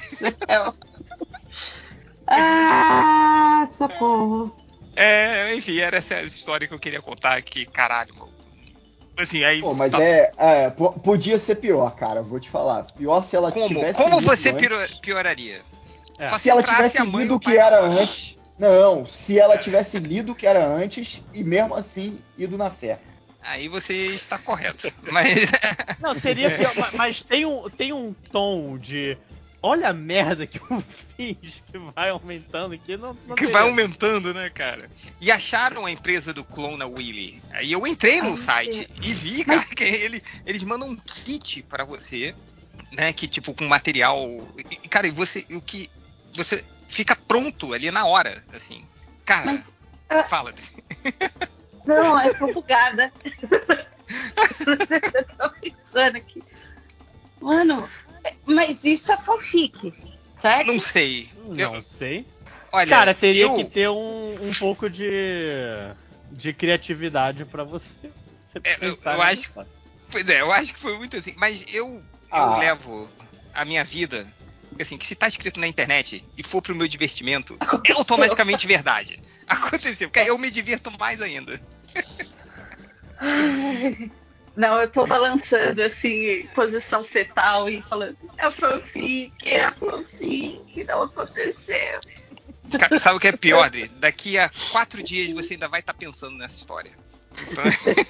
Ah, socorro. É, enfim, era essa história que eu queria contar aqui, caralho, maluco. Assim, aí. Pô, mas tá... é, é, p- podia ser pior, cara, vou te falar. Pior se ela Como? tivesse Como lido você antes. pior- pioraria? É. Se ela Concentrasse tivesse a mãe lido no o que pai era agora. antes. Não, se ela tivesse lido o que era antes e mesmo assim ido na fé. Aí você está correto. Mas. Não, seria pior, ma- mas tem um, tem um tom de. Olha a merda que eu fiz, que vai aumentando aqui. Não, não Que teria. vai aumentando, né, cara? E acharam a empresa do Clone a Willy. Aí eu entrei no Ai, site e vi, cara, que ele, eles mandam um kit pra você, né? Que tipo, com material. E, cara, e você. O que. Você fica pronto ali na hora, assim. Cara, Mas, ah, fala. não, eu tô bugada. Eu tô pensando aqui. Mano, mas isso é fanfic, certo? Não sei. Não Eu- sei. Olha, Cara, teria eu- que ter um, um pouco de, de criatividade pra você, você É, eu, pensar. eu nessa acho, história. pois é, eu acho que foi muito assim. Mas eu, eu Ah. levo a minha vida, assim, que se tá escrito na internet e for pro meu divertimento, é automaticamente verdade. Aconteceu, porque eu me divirto mais ainda. Ai, não, eu tô balançando assim, em posição fetal e falando, é fanfic, é fanfic, não aconteceu. Cara, sabe o que é pior, Adri? Daqui a quatro dias você ainda vai estar pensando nessa história. Então,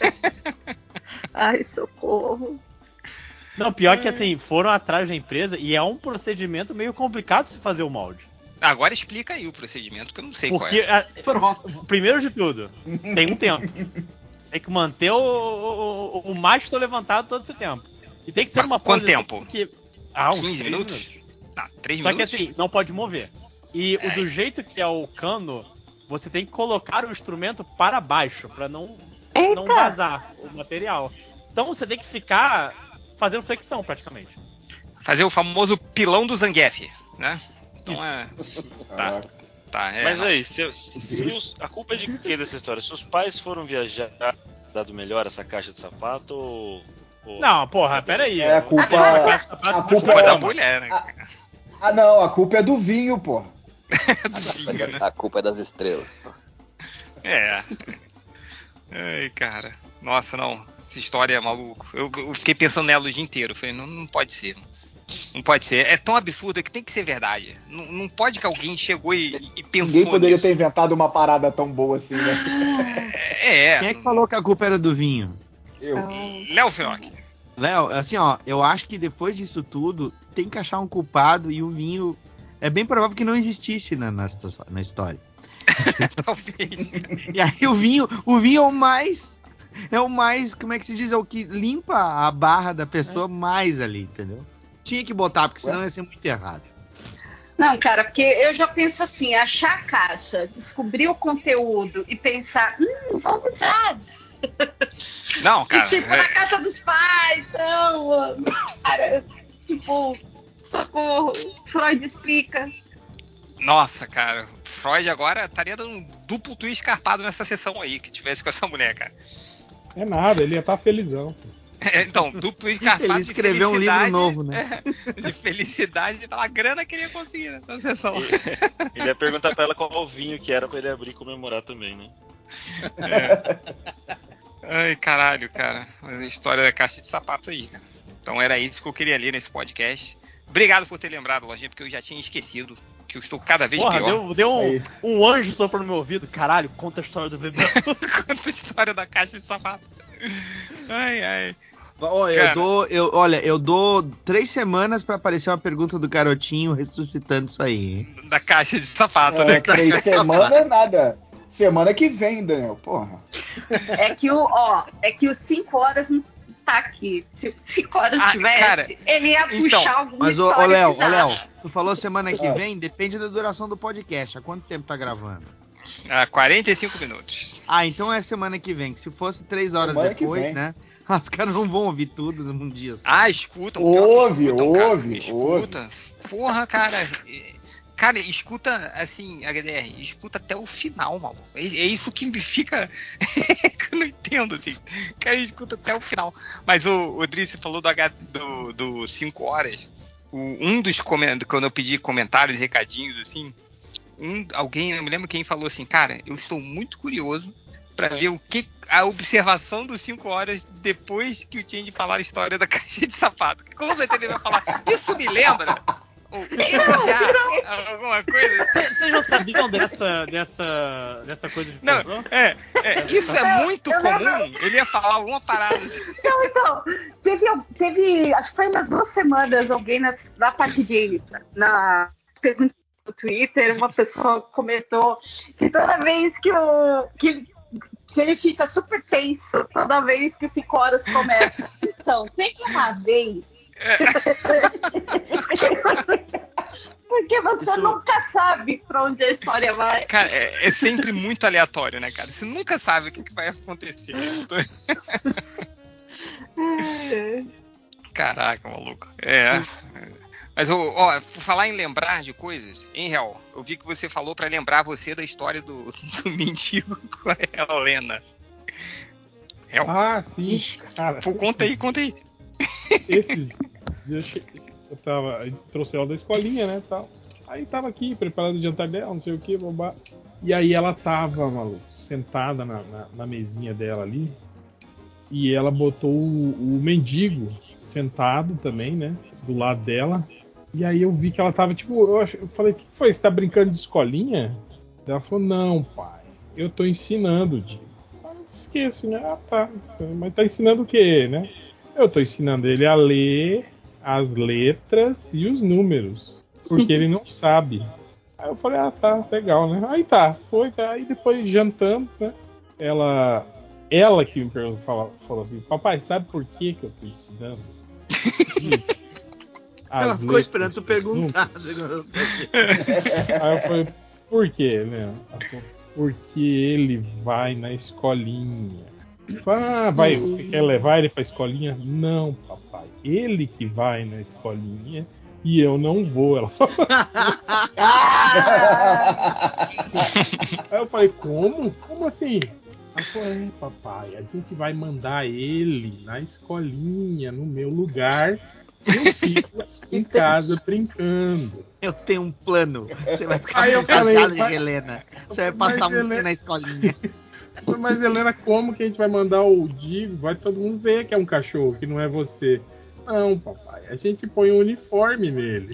Ai, socorro. Não, pior que assim, foram atrás da empresa e é um procedimento meio complicado de se fazer o molde. agora explica aí o procedimento, que eu não sei Porque, qual é. a- primeiro de tudo, tem um tempo. Tem que manter o, o, o, o mastro levantado todo esse tempo. E tem que ser Mas uma quanto posição tempo? que... Ah, uns quinze três minutos? Tá, três Só minutos? que assim, não pode mover. E o É. do jeito que é o cano, você tem que colocar o instrumento para baixo, para não, não Eita. vazar o material. Então você tem que ficar fazendo flexão praticamente. Fazer o famoso pilão do Zangief, né? Então é. Tá. Tá, é. Mas não. aí, se, se os- a culpa é de quem dessa história? Se os pais foram viajar, dado melhor essa caixa de sapato ou. ou- Não, porra, peraí. É, a culpa- A, a culpa Culpa é- da mulher, né? Ah, não, a culpa é do vinho, pô. A culpa é das estrelas. É. Ai, cara. Nossa, não. Essa história é maluco. Eu, eu fiquei pensando nela o dia inteiro. Eu falei, não, não pode ser. Não pode ser. É tão absurda que tem que ser verdade. Não, não pode que alguém chegou e, e pensou Ninguém poderia nisso. ter inventado uma parada tão boa assim, né? É. Quem é que falou que a culpa era do vinho? Eu. Léo Finock. Léo, assim, ó, eu acho que depois disso tudo, tem que achar um culpado e o vinho é bem provável que não existisse na, na, na história. Talvez. E aí o vinho, o vinho é o mais, é o mais, como é que se diz, é o que limpa a barra da pessoa mais ali, entendeu? Tinha que botar, porque senão ia ser muito errado. Não, cara, porque eu já penso assim, achar a caixa, descobrir o conteúdo e pensar, hum, vamos usar. Não, cara. E, tipo, é... na casa dos pais, não, mano. Cara, tipo, socorro, Freud explica. Nossa, cara, Freud agora estaria dando um duplo twist escarpado nessa sessão aí, que tivesse com essa mulher, cara. É nada, ele ia estar felizão. É, então, duplo escarpado ele escreveu de um livro novo, né? De felicidade, pela grana que ele ia conseguir né, na sessão. Ele, ele ia perguntar pra ela qual vinho que era pra ele abrir e comemorar também, né? É. Ai, caralho, cara. A história da caixa de sapato aí, cara. Então era isso que eu queria ler nesse podcast. Obrigado por ter lembrado, Lojinha, porque eu já tinha esquecido. Que eu estou cada vez Porra, pior. Deu, deu um, um anjo soprando no meu ouvido. Caralho, conta a história do bebê. Conta a história da caixa de sapato. Ai, ai. Oh, eu dou, eu, olha, eu dou três semanas pra aparecer uma pergunta do garotinho ressuscitando isso aí. Hein? Da caixa de sapato, É, né? três semanas é nada. Semana que vem, Daniel, porra. É que o, ó, é que os cinco horas não tá aqui. Se cinco horas Ah, tivesse, cara, ele ia então, puxar alguma Mas, ô, história ô Léo, ô bizarra. Léo, tu falou semana que Ah. vem, depende da duração do podcast. Há quanto tempo tá gravando? Ah, quarenta e cinco minutos. Ah, então é semana que vem. Que se fosse três horas Semana que depois, vem. né? Os caras não vão ouvir tudo num dia só. Ah, escutam. Ouve, escutam, cara. ouve, Escuta. Porra, cara. Cara, escuta, assim, H D R, escuta até o final, maluco. É, é isso que me fica... que eu não entendo, assim. Cara, escuta até o final. Mas o, o Drice falou do H do, do cinco horas. O, um dos comentários, quando eu pedi comentários, recadinhos, assim, um, alguém, eu não me lembro quem falou assim, cara, eu estou muito curioso pra ver o que a observação dos cinco horas depois que o Change falar a história da caixa de sapato. Com certeza ele vai falar, isso me lembra... Ou já, alguma coisa. Vocês não sabiam dessa, dessa, dessa coisa de Não, pornô? é, é, isso é muito eu comum. lembro. Ele ia falar alguma parada assim. Então, então, teve, teve, acho que foi umas duas semanas, alguém na, na parte de, na pergunta no Twitter, uma pessoa comentou que toda vez que o, que, que ele fica super tenso, toda vez que o cinco horas começa. Então, teve uma vez... Porque você Isso- nunca sabe pra onde a história vai. Cara, é, é sempre muito aleatório, né, cara? Você nunca sabe o que, que vai acontecer. Caraca, maluco. É. Mas, ó, ó, por falar em lembrar de coisas, hein, Real? Eu vi que você falou pra lembrar você da história do, do mendigo com a Helena. Real? Ah, sim. Cara, Pô, conta aí, conta aí. Esses dias eu, che... eu tava. A gente trouxe ela da escolinha, né? Tal. Aí tava aqui preparando o jantar dela, não sei o que, babá. E aí ela tava, maluco, sentada na, na, na mesinha dela ali. E ela botou o, o mendigo sentado também, né? Do lado dela. E aí eu vi que ela tava, tipo, eu, ach... eu falei, o que foi? Você tá brincando de escolinha? Ela falou, não, pai, eu tô ensinando, Diego. Aí eu fiquei assim, né? Ah, tá. Mas tá ensinando o quê, né? Eu tô ensinando ele a ler as letras e os números, porque ele não sabe. Aí eu falei, ah, tá, legal, né? Aí tá, foi, tá. Aí depois jantando, né? Ela, ela que me perguntou, falou, falou assim, papai, sabe por que que eu tô ensinando? Ela ficou esperando tu perguntar. Aí eu falei, por quê, né? Ela falou, porque ele vai na escolinha. Ah, vai, você quer levar ele pra escolinha? Não, papai. Ele que vai na escolinha e eu não vou. Ela falou. Aí eu falei, como? Como assim? Ela falou, é, papai, a gente vai mandar ele na escolinha, no meu lugar. Eu fico em casa brincando. Eu tenho um plano. Você vai ficar Aí eu casado falei, de mas- Helena. Você vai passar mas muito tempo Helena- na escolinha. Mas Helena, como que a gente vai mandar o Digo? Vai todo mundo ver que é um cachorro, que não é você. Não, papai, a gente põe um uniforme nele.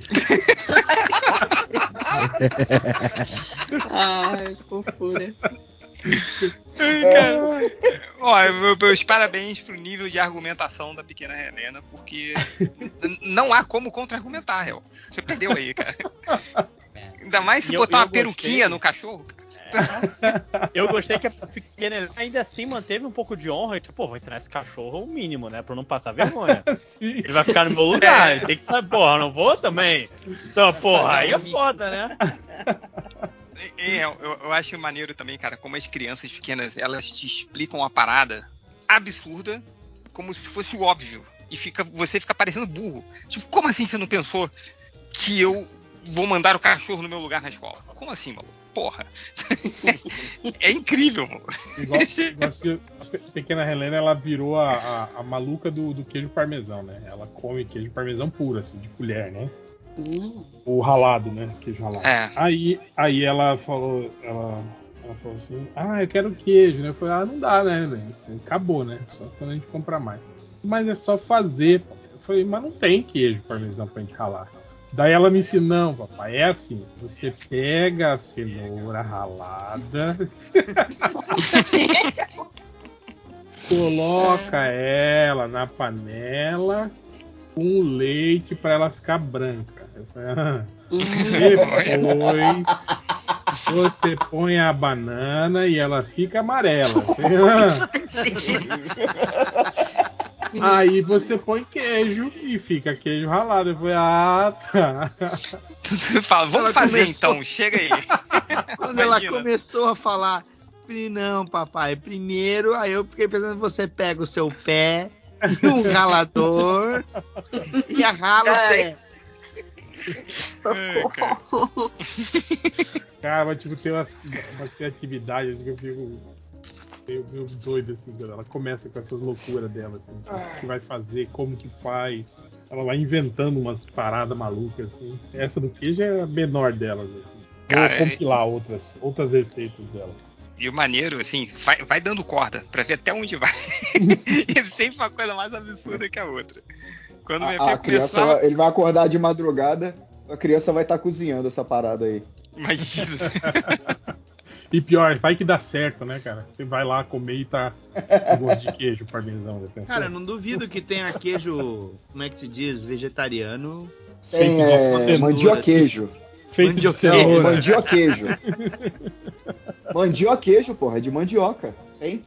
Ai, fofura. Cara, ó, meu- meus parabéns pro nível de argumentação da pequena Helena, porque n- não há como contra-argumentar, réu. Você perdeu aí, cara. Ainda mais se E eu- botar eu uma peruquinha gostei. no cachorro, cara. Eu gostei que a pequena Helena ainda assim manteve um pouco de honra. E, tipo, pô, vou ensinar esse cachorro o mínimo, né? Pra não passar vergonha. Ele vai ficar no meu lugar. Ele tem que saber, porra, eu não vou também. Então, porra, aí é foda, né? É, eu, eu acho maneiro também, cara, como as crianças pequenas, elas te explicam uma parada absurda, como se fosse o óbvio. E fica, você fica parecendo burro. Tipo, como assim você não pensou que eu vou mandar o cachorro no meu lugar na escola? Como assim, mano? Porra. É incrível, mano. Igual, igual se a pe- pequena Helena, ela virou a, a, a maluca do, do queijo parmesão, né? Ela come queijo parmesão puro, assim, de colher, né? O ralado, né? Queijo ralado. É. Aí, aí ela falou, ela, ela falou assim, ah, eu quero queijo, né? Eu falei, ah, não dá, né? Acabou, né? Só quando a gente comprar mais. Mas é só fazer. Eu falei, mas não tem queijo parmesão pra gente ralar. Daí ela me ensinou, não, papai, é assim, você pega a cenoura ralada, coloca ela na panela com leite para ela ficar branca. Eu falei, ah. Depois você põe a banana e ela fica amarela. Eu falei, ah. Aí você põe queijo e fica queijo ralado. Eu falei, ah, tá. Você fala, vamos Ela fazer começou- então, chega aí. Quando ela Imagina. começou a falar, falei, não, papai, primeiro, aí eu fiquei pensando, você pega o seu pé e um ralador e a rala o pé. Cara, mas tipo, tem umas, umas criatividades assim, que eu fico meio, meio doido, assim, quando ela começa com essas loucuras dela, assim, o que vai fazer, como que faz. Ela vai inventando umas paradas malucas, assim. Essa do queijo é a menor delas, assim. Cara, Vou compilar outras, outras receitas dela. E o maneiro, assim, vai, vai dando corda pra ver até onde vai. E sempre uma coisa mais absurda que a outra. Quando minha A, a filha criança, começava. ele vai acordar de madrugada, a criança vai estar cozinhando essa parada aí. Imagina. E pior, vai que dá certo, né, cara? Você vai lá comer e tá com gosto de queijo parmesão, já pensou? Cara, eu não duvido que tenha queijo, como é que se diz, vegetariano. Tem Feito de é, cenoura, mandioqueijo. Feito de Mandioquejo. Não, cenoura. mandioquejo. Mandioquejo, porra, é de mandioca. Tem?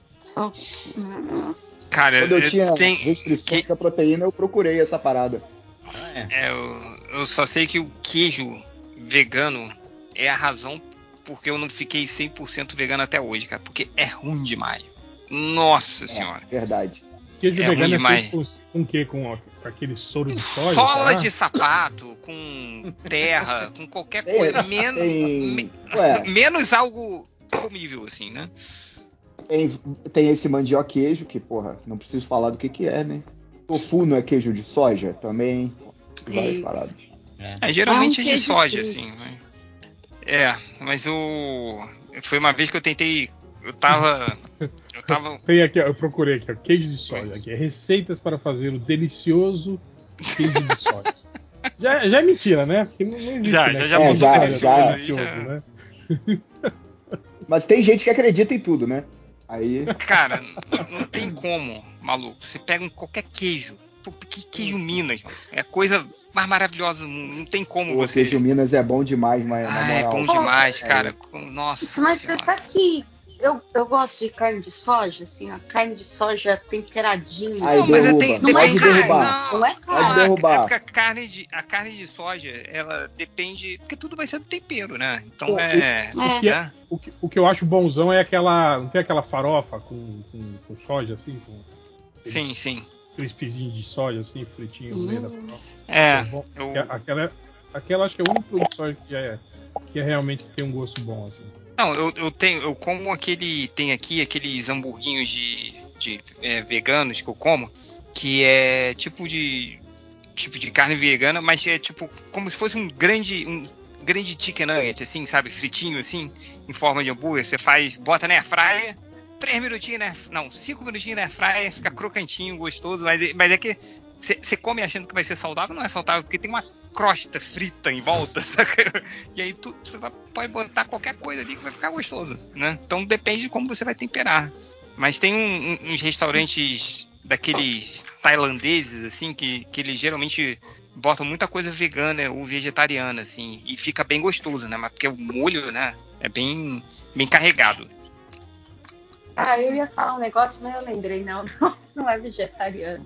Cara, Quando eu eu tinha tenho- restrições da proteína, eu procurei essa parada. É, eu, eu só sei que o queijo vegano é a razão porque eu não fiquei cem por cento vegano até hoje, cara. Porque é ruim demais. Nossa senhora. Verdade. Queijo É ruim vegano é demais. feito com, com o quê? Com, com aquele soro de soja? Sola será? de sapato, com terra, com qualquer Tem- coisa. Men tem- me- Ué. menos algo comível, assim, né? Tem, tem esse mandioquejo, que, porra, não preciso falar do que que é, né? Tofu não é queijo de soja também. Várias Isso. paradas. É, geralmente Ah, um é de queijo soja, triste. assim. Né? É, mas o. Foi uma vez que eu tentei. Eu tava. Eu tava. Tem aqui, ó, eu procurei aqui, ó, queijo de soja. Aqui, é receitas para fazer o delicioso queijo de soja. Já, já é mentira, né? Porque não, não existe, Já, né? já, já É, mudou já, delicioso, já. aí delicioso, já- né? Mas tem gente que acredita em tudo, né? Aí. Cara, não tem como, maluco. Você pega um, qualquer queijo. Pô, que queijo Minas, mano. É a coisa mais maravilhosa do mundo. Não tem como O você. queijo Minas é bom demais, mas na Ah, é moral. bom demais, É. cara. Com- Nossa. Mas você Senhora. sabe que eu, eu gosto de carne de soja, assim, a carne de soja temperadinha. Aí Não, mas derruba. tem- não Pode é carne, derrubar. não é Pode carne. derrubar. É porque a carne, de, a carne de soja, ela depende. Porque tudo vai ser do tempero, né? Então Pô, é. O que, é- o, que, o que eu acho bonzão é aquela. Não tem aquela farofa com, com, com soja, assim? Com Sim, sim. crispezinho de soja, assim, fritinho no meio da Hum. farofa. É. bom. Eu, Aquela, aquela acho que é o único produto de soja que é, que é realmente tem um gosto bom, assim. não, eu, eu tenho. Eu como aquele. Tem aqui aqueles hamburguinhos de, de é, veganos que eu como. Que é tipo de. Tipo de carne vegana, mas é tipo como se fosse um grande. Um grande chicken nugget, assim, sabe? Fritinho, assim, em forma de hambúrguer. Você faz. Bota na airfryer. Três minutinhos, né? Não, cinco minutinhos na airfryer, fica crocantinho, gostoso, mas, mas é que você come achando que vai ser saudável, não é saudável, porque tem uma crosta frita em volta, saca? E aí tu, tu vai- pode botar qualquer coisa ali que vai ficar gostoso, né? Então depende de como você vai temperar. Mas tem um- um- uns restaurantes daqueles tailandeses, assim, que, que eles geralmente botam muita coisa vegana ou vegetariana, assim, e fica bem gostoso, né? Mas porque o molho, né, é bem, bem carregado. Ah, eu ia falar um negócio, mas eu lembrei, não, não, não é vegetariano.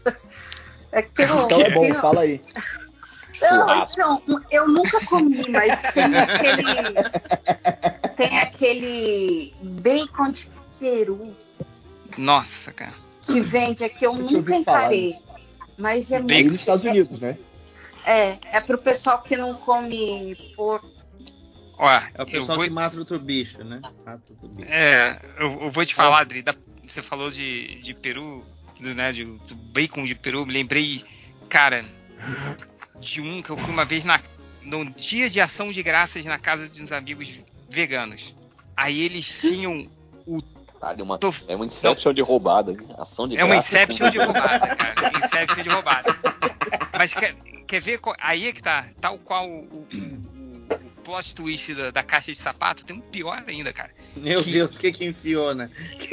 É que eu, Então é bom, tem- fala aí. Não, então, eu nunca comi, mas tem aquele. Tem aquele bacon de peru Nossa, cara. que vende aqui, eu Eu tinha nunca ouvido falar encarei. disso. Mas é Aí muito. nos Estados Unidos, né? É, é pro pessoal que não come porco. Ó, É o eu pessoal vou, que mata outro bicho, né? Mata outro bicho. é, eu, eu vou te falar, Adri, da- você falou de, de peru, do, né, de, do bacon de peru, me lembrei, cara, de um que eu fui uma vez na, no dia de ação de graças na casa de uns amigos veganos. Aí eles tinham o Caralho, uma, Tô- é uma Inception de roubada. hein? Ação de É uma graça Inception com- de roubada, cara. Inception de roubada. Mas quer, quer ver? qual- Aí é que tá. Tal qual o, o, o- o plot twist da, da caixa de sapato, tem um pior ainda, cara. Meu Que- Deus, o que que enfiou, né?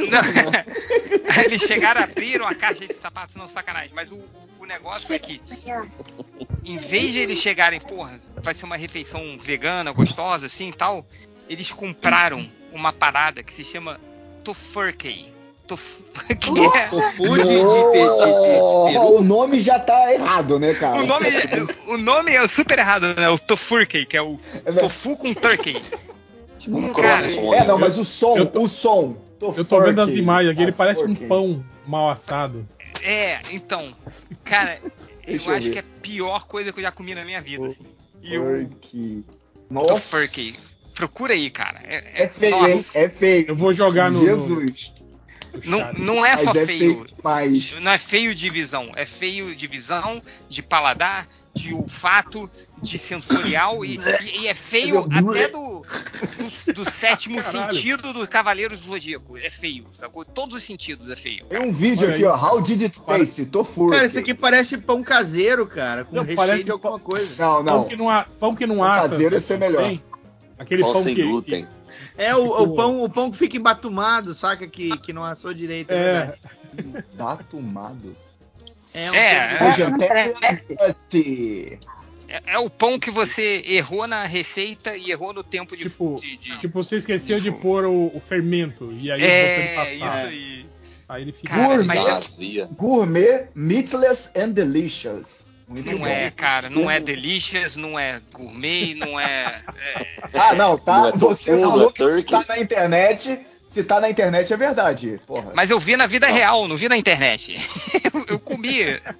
Não. Aí eles chegaram, abriram a caixa de sapato, não, sacanagem. Mas o, o- o negócio é que, em vez de eles chegarem, porra, vai ser uma refeição vegana, gostosa, assim e tal, eles compraram uma parada que se chama Tofurkey. Tof... que é... Tofu de, de, de, de Oh, peru? o nome já tá errado, né, cara? O nome, o nome é super errado, né? O Tofurkey, que é o tofu com turkey. Tipo um Cara, croissant. É, não, mas o som, Eu tô- o som. Eu tô vendo as Tofurkey. imagens aqui, ele Ah, parece um Tofurkey. pão mal assado. É, então, cara, eu Deixa eu acho ver. que é a pior coisa que eu já comi na minha vida, assim. E o Tofurkey. Nossa. Tofurkey. Procura aí, cara. É, É feio, hein? nossa, É feio. Eu vou jogar no. no- Jesus. no não, chat. não é Mas só é feio. feio demais. Não é feio de visão, é feio de visão, de paladar, de olfato, de sensorial e, e- e é feio até do, do, do sétimo Caralho. sentido do Cavaleiros do Zodíaco. É feio, sacou? Todos os sentidos é feio. Tem um vídeo Olha aqui, aí. ó. How did it taste? Tofurkey. Cara, isso aqui parece pão caseiro, cara, com Não, recheio parece de alguma coisa. Não, Pão não. que não, a- pão que não Pão assa. caseiro ia ser melhor. tem? Aquele Pão pão sem que, glúten. É o, Tipo- o pão, o pão que fica embatumado, saca? Que, que não assou direito, que- é, é, verdade. Batumado. É, um É, termo- é. Vegetarian parece. crusty. É, é o pão que você errou na receita e errou no tempo de. Tipo, de- de- tipo, você esqueceu de Tipo- pôr o, o fermento. E aí botou é, ele isso passar. aí. Aí ele fica. Cara, Gourmet. mas é- Vazia. Gourmet, meatless and delicious. Muito não bom. é, cara, não é delicious, não é gourmet, não é. é- Ah, não, tá? Não é Você tofu, falou não é que se turkey. tá na internet, se tá na internet é verdade. Porra. Mas eu vi na vida real, não vi na internet. eu, eu comi.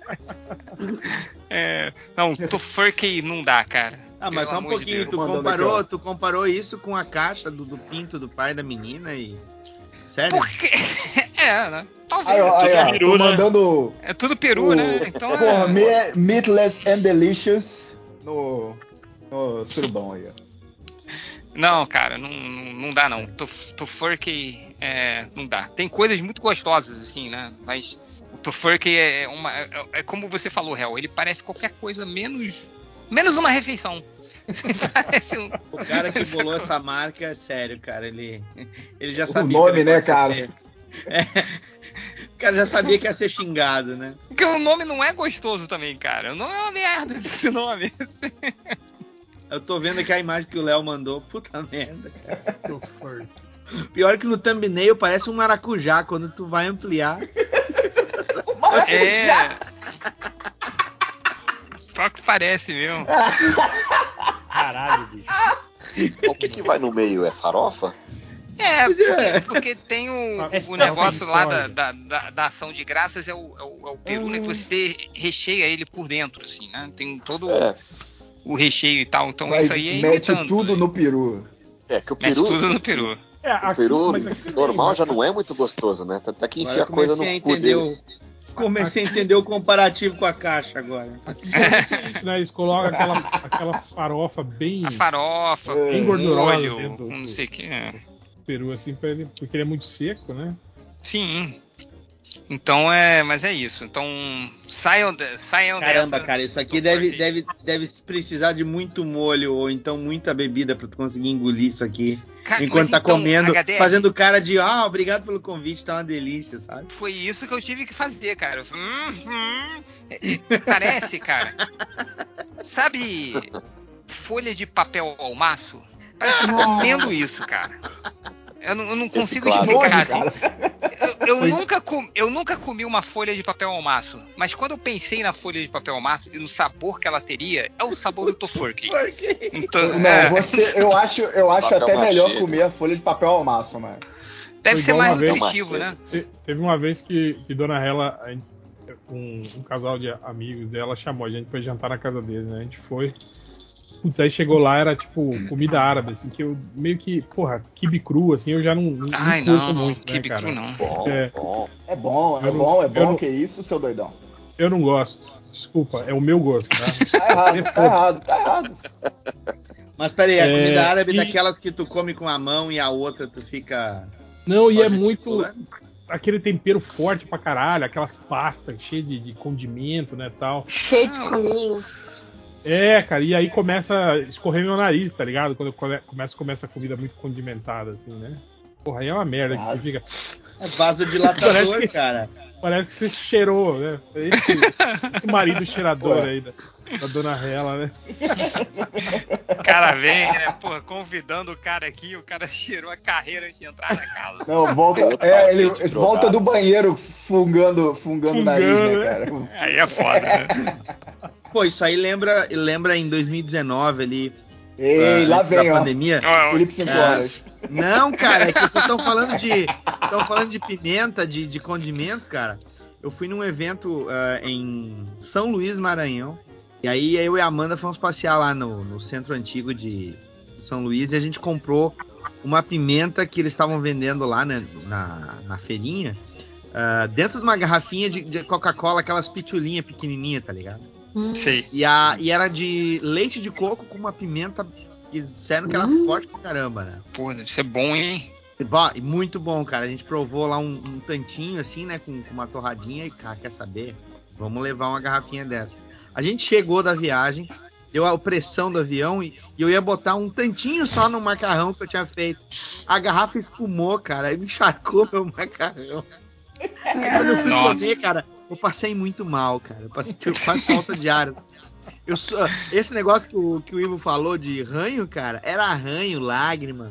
É, não, Tofurkey não dá, cara. Ah, mas Pelo só um amor de pouquinho, Deus. tu Mandando comparou, aqui, tu comparou isso com a caixa do, do pinto do pai da menina e. Sério? Por quê? É, né? Talvez. Aí, ó, aí, tudo ó, peru, tô né? mandando É tudo peru, o né? Então é. Gourmet, meatless and delicious no, no surubão aí, ó. Não, cara, não, não, não dá não. Tof- Tofurkey é, não dá. Tem coisas muito gostosas, assim, né? Mas o Tofurkey é uma. É, é como você falou, Hel, ele parece qualquer coisa menos. Menos uma refeição. Você parece um. O cara que bolou essa marca, é sério, cara, ele. Ele já O sabia. nome, que o né, negócio ia cara? ser- É. O cara já sabia que ia ser xingado, né? Porque o nome não é gostoso também, cara. O nome é uma merda esse nome. Eu tô vendo aqui a imagem que o Léo mandou. Puta merda, cara. Tofurkey. Pior que no thumbnail parece um maracujá. Quando tu vai ampliar. É. Só que parece mesmo. Caralho, bicho. O que, que vai no meio? É farofa? É, Pois é. porque, porque tem o, Ah, o esse negócio não, lá soja. da, da, da, da ação de graças é o, é o, é o peru, né? Que você recheia ele por dentro, assim, né? Tem todo É, o recheio e tal. Então Vai, isso aí é mete imitando. tudo né? no peru. é que o Mete peru, tudo no peru. É, o aqui, peru mas aqui também, normal mas- já não é muito gostoso, né? Tanto é que Agora enfia eu coisa comecei a no cu entender dele. o. Comecei a entender o comparativo com a caixa agora. Aqui geralmente é isso, né? Eles colocam aquela, aquela farofa bem A farofa, Bem com gordurosa molho, dentro com não do- sei o que. peru, assim, pra ele- porque ele é muito seco, né? Sim. Então é, mas é isso. Então saiam, de, saiam Caramba, dessa. cara, isso aqui deve, deve, deve precisar de muito molho ou então muita bebida pra tu conseguir engolir isso aqui. Cara, enquanto tá então, comendo, H D R, fazendo cara de, ah, obrigado pelo convite, tá uma delícia, sabe? Foi isso que eu tive que fazer, cara. Eu falei, hum, hum. Parece, cara. Sabe folha de papel ao maço? Parece que tá comendo isso, cara. Eu não, eu não consigo explicar assim. Eu, eu, nunca com, eu nunca comi uma folha de papel ao maço, mas quando eu pensei na folha de papel ao maço e no sabor que ela teria, é o sabor do tofurkey. Então, Não, é. você, eu acho, eu acho Papel até machê. melhor comer a folha de papel ao maço, mano. Deve Foi ser igual mais uma vez- nutritivo, né? Te- Teve uma vez que, que Dona Hela, a gente- um, um casal de amigos dela chamou a gente pra jantar na casa deles, né? A gente foi. Putz, aí chegou lá, era tipo comida árabe, assim, que eu meio que, porra, quibe cru, assim, eu já não, não Ai, curto não, muito, né, quibe cara? cru não. Bom, É. bom. É bom, é Eu não- bom, é eu bom, não- que isso, seu doidão. Eu não gosto. Desculpa, é o meu gosto, tá? Tá errado, tá errado, tá errado. Mas peraí, a É, comida árabe e- daquelas que tu come com a mão e a outra tu fica... Não, e só é muito gesticulando? aquele tempero forte pra caralho, aquelas pastas cheias de, de condimento, né, tal. Cheio de cominho. É, cara, e aí começa a escorrer meu nariz, tá ligado? Quando eu come- começo a comer essa comida muito condimentada, assim, né? Porra, aí é uma merda que você fica... É vasodilatador, Parece que- cara. Parece que você cheirou, né? Esse, esse marido cheirador aí da, da Dona Hela, né? O cara vem, né, porra, convidando o cara aqui, o cara cheirou a carreira antes de entrar na casa. Não, volta, é, ele volta do banheiro fungando, fungando o nariz, né, cara? Aí é foda, né? Pô, isso aí lembra, lembra em dois mil e dezenove ali. Ei, ah, lá antes vem, da ó. pandemia. Felipe cinco Ah, horas. Não, cara, é que vocês estão falando de. Estão falando de pimenta, de, de condimento, cara. Eu fui num evento ah, em São Luís, Maranhão. E aí eu e a Amanda fomos passear lá no, no centro antigo de São Luís e a gente comprou uma pimenta que eles estavam vendendo lá, né, na, na feirinha, ah, dentro de uma garrafinha de, de Coca-Cola, aquelas pitulinhas pequenininhas, tá ligado? Sei. E, a, e era de leite de coco com uma pimenta que disseram que era forte pra caramba, né? Pô, deve ser bom, hein? E, bom, e muito bom, cara. A gente provou lá um, um tantinho assim, né? Com, com uma torradinha e, cara, quer saber? Vamos levar uma garrafinha dessa. A gente chegou da viagem, deu a pressão do avião e, e eu ia botar um tantinho só no macarrão que eu tinha feito. A garrafa espumou, cara, e me encharcou meu macarrão. Aí quando eu fui Nossa. comer, cara, eu passei muito mal, cara. Eu passei tive quase falta de ar. Eu sou, esse negócio que o, que o Ivo falou de ranho, cara, era ranho, lágrima,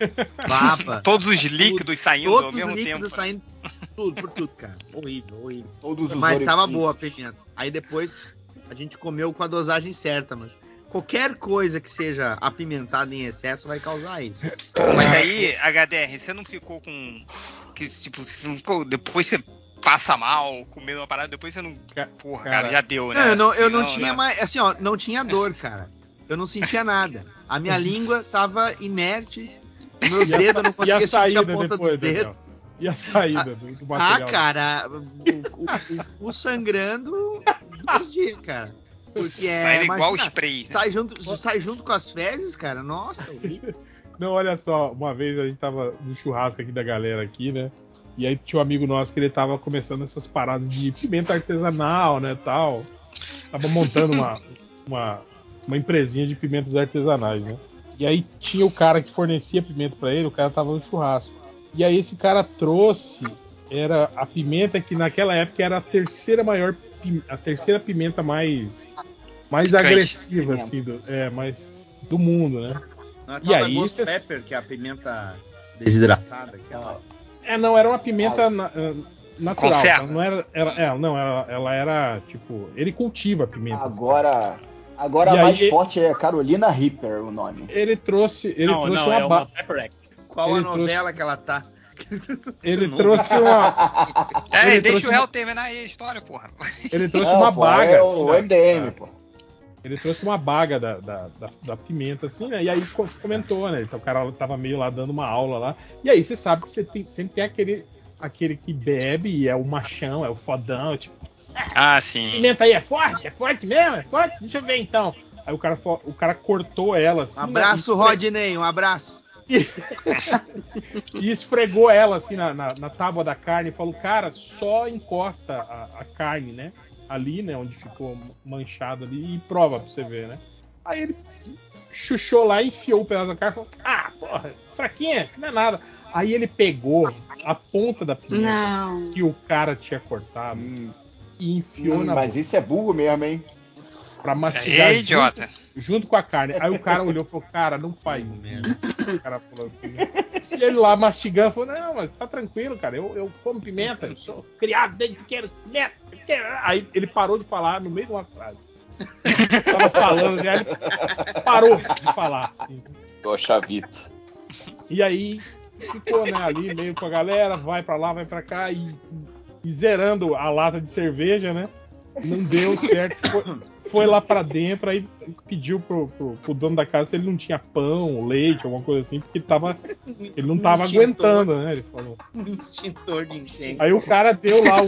papa. Todos os líquidos saindo todos ao mesmo os líquidos tempo. saindo, tudo, por tudo, cara. Horrível, horrível. Todos os Mas tava orifícios. boa a pimenta. Aí depois a gente comeu com a dosagem certa, mas qualquer coisa que seja apimentada em excesso vai causar isso. Mas aí, H D R, você não ficou com. Que, tipo, você não ficou. Depois você passa mal, comendo uma parada, depois você não. Porra, cara, cara, já deu, né? Não, eu não, eu Assim, não tinha né? mais, assim, ó, não tinha dor, cara. Eu não sentia nada. A minha língua tava inerte. O meu E a dedo eu não sa- e a conseguia sentir a saída ponta depois, dos dedos. Daniel? E a saída do, do Ah, material? cara, o, o, o, o sangrando dois dias, cara. Porque é, Sai igual imagina, spray. Né? Sai junto, sai junto com as fezes, cara. Nossa, horrível. Não, olha só, uma vez a gente tava no churrasco aqui da galera aqui, né? E aí tinha um amigo nosso que ele tava começando essas paradas de pimenta artesanal, né, tal. Tava montando uma, uma, uma empresinha de pimentas artesanais, né? E aí tinha o cara que fornecia pimenta pra ele, o cara tava no churrasco. E aí esse cara trouxe, era a pimenta que naquela época era a terceira maior, pim- a terceira pimenta mais, mais Picante. agressiva, assim, do, é, mais do mundo, né? Não é E tal da aí, Ghost cês- Pepper, que é a pimenta desidratada. Aquela... É, não, era uma pimenta na- eh, natural. Conserva. Não era, era, é, não, ela, ela era, tipo, ele cultiva a pimenta. assim. Agora, agora E a mais aí- forte é Carolina Reaper, o nome. Ele trouxe, ele não, trouxe não, uma, é ba- uma Pepper Egg. Qual Ele a trouxe- novela que ela tá? ele Não. trouxe uma, É, Ele deixa trouxe o réu uma- terminar aí a história, porra. ele trouxe Não, uma pô, baga, é assim, o da- M D M, da- pô. ele trouxe uma baga da, da, da, da pimenta, assim, né? E aí co- comentou, né? Então o cara tava meio lá dando uma aula lá. E aí você sabe que você tem, sempre tem aquele, aquele que bebe e é o machão, é o fodão, tipo, Ah, sim. pimenta aí é forte? É forte mesmo? É forte? Deixa eu ver então. Aí o cara, fo- o cara cortou ela assim. Um abraço, né, e- Rodney, um abraço. E, e esfregou ela assim na, na, na tábua da carne e falou, cara, só encosta a, a carne, né? Ali, né? Onde ficou manchado ali e prova pra você ver, né? Aí ele chuchou lá, enfiou o pedaço da carne e falou, ah, porra, fraquinha, não é nada. Aí ele pegou a ponta da pimenta Não. que o cara tinha cortado Hum. e enfiou Hum, na mas boca isso é burro mesmo, hein? pra mastigar É, idiota. Junto, junto com a carne. Aí o cara olhou e falou, cara, não faz isso. O cara falou assim. E ele lá mastigando, falou, não, mas tá tranquilo, cara, eu, eu como pimenta, eu sou criado desde pequeno, pimenta, pimenta. Aí ele parou de falar no meio de uma frase. Tava falando, e aí ele parou de falar, assim. Ô, Chavito. E aí ficou, né, ali meio com a galera, vai pra lá, vai pra cá, e, e zerando a lata de cerveja, né? Não deu certo, foi, foi lá pra dentro, aí pediu pro, pro, pro dono da casa se ele não tinha pão, leite, alguma coisa assim, porque ele, tava, ele não tava Extintor. aguentando, né? Ele falou. Um extintor de incêndio. Aí o cara deu lá o,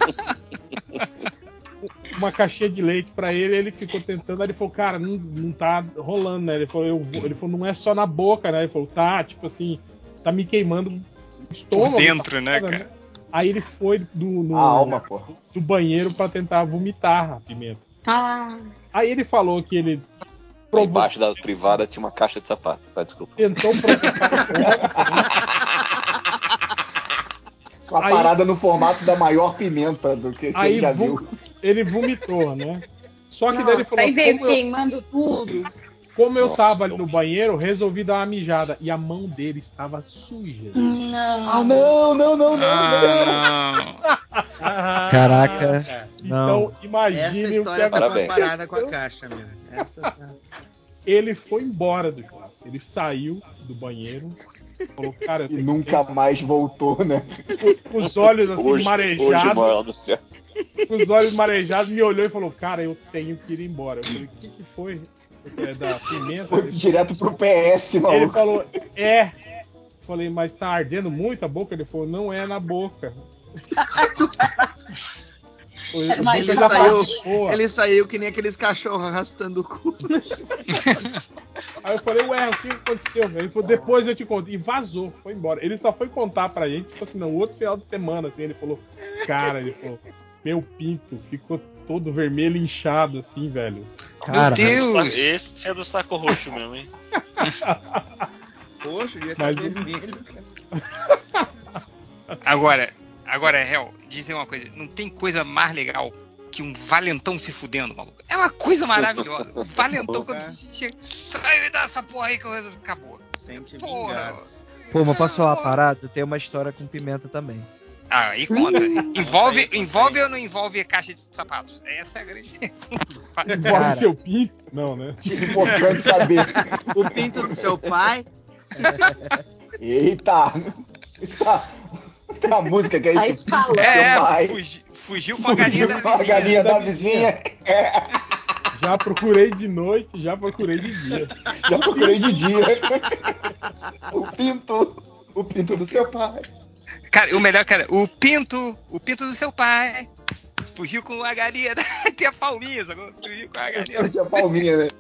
uma caixinha de leite pra ele, ele ficou tentando, aí ele falou, cara, não, não tá rolando, né? Ele falou, eu vou, ele falou, não é só na boca, né? Ele falou, tá, tipo assim, tá me queimando o estômago. Por dentro, tá né, foda, cara? Aí ele foi do, no, A alma, pô. do banheiro pra tentar vomitar a pimenta. Ah. Aí ele falou que ele Aí provou, embaixo da privada tinha uma caixa de sapato. Tá, desculpa. tentou provocar Com a Aí- parada no formato da maior pimenta do que, que Aí ele já vo- viu. ele vomitou, né? Só que daí ele Nossa, falou, aí veio como eu, queimando tudo. como eu Nossa. tava ali no banheiro, resolvi dar uma mijada. E a mão dele estava suja. Não. Ah, não, não, não, não, não. Ah, Ah, Caraca. cara. Não. Então, imagine Essa o que história tá Parabéns. comparada com a caixa, meu. Essa tá... Ele foi embora do churrasco. Ele saiu do banheiro, falou, cara, eu E tenho nunca mais voltou, né? que- com os olhos assim Hoje, hoje marejados, mano do céu. com os olhos marejados, me olhou e falou, cara, eu tenho que ir embora. Eu falei, o que, que foi? É da pimenta? Foi Ele, direto pro P S, ele maluco. falou, é. Falei, mas tá ardendo muito a boca? Ele falou, não é na boca. Foi- Mas Ele já saiu, passou. ele saiu que nem aqueles cachorros arrastando o cu. Aí eu falei, ué, o que aconteceu? Ele falou, depois eu te conto. E vazou, foi embora. Ele só foi contar pra gente, tipo assim, no outro final de semana, assim, ele falou, cara, ele falou, meu pinto ficou todo vermelho, inchado, assim, velho. Cara, Deus! Esse é do saco roxo mesmo, hein? Poxa, devia Mas- estar vermelho. Agora, agora, Hel, dizer uma coisa. Não tem coisa mais legal que um valentão se fudendo, maluco. É uma coisa maravilhosa. Um valentão quando se chega... Sai, me dá essa porra aí que eu resolvo. Acabou. Sente Porra. vingado. pô, mas posso falar uma parada? Tem uma história com pimenta também. Ah, aí conta. Envolve, Conta aí, envolve conta aí. ou não envolve caixa de sapatos? Essa é a grande pergunta. Envolve Cara. seu pinto? Não, né? Importante saber. O pinto do seu pai. Eita! Isso tá... Tem uma música que é Tá isso. escalando. É, pai. fugi- fugiu com a galinha da Com a vizinha. galinha da vizinha. É, Já procurei de noite, já procurei de dia. já procurei de dia. O pinto. O pinto do seu pai. Cara, o melhor, cara, o pinto, o pinto do seu pai. Fugiu com a galinha da... Tem a palminha, agora fugiu com a galinha da... Tinha palminha, né?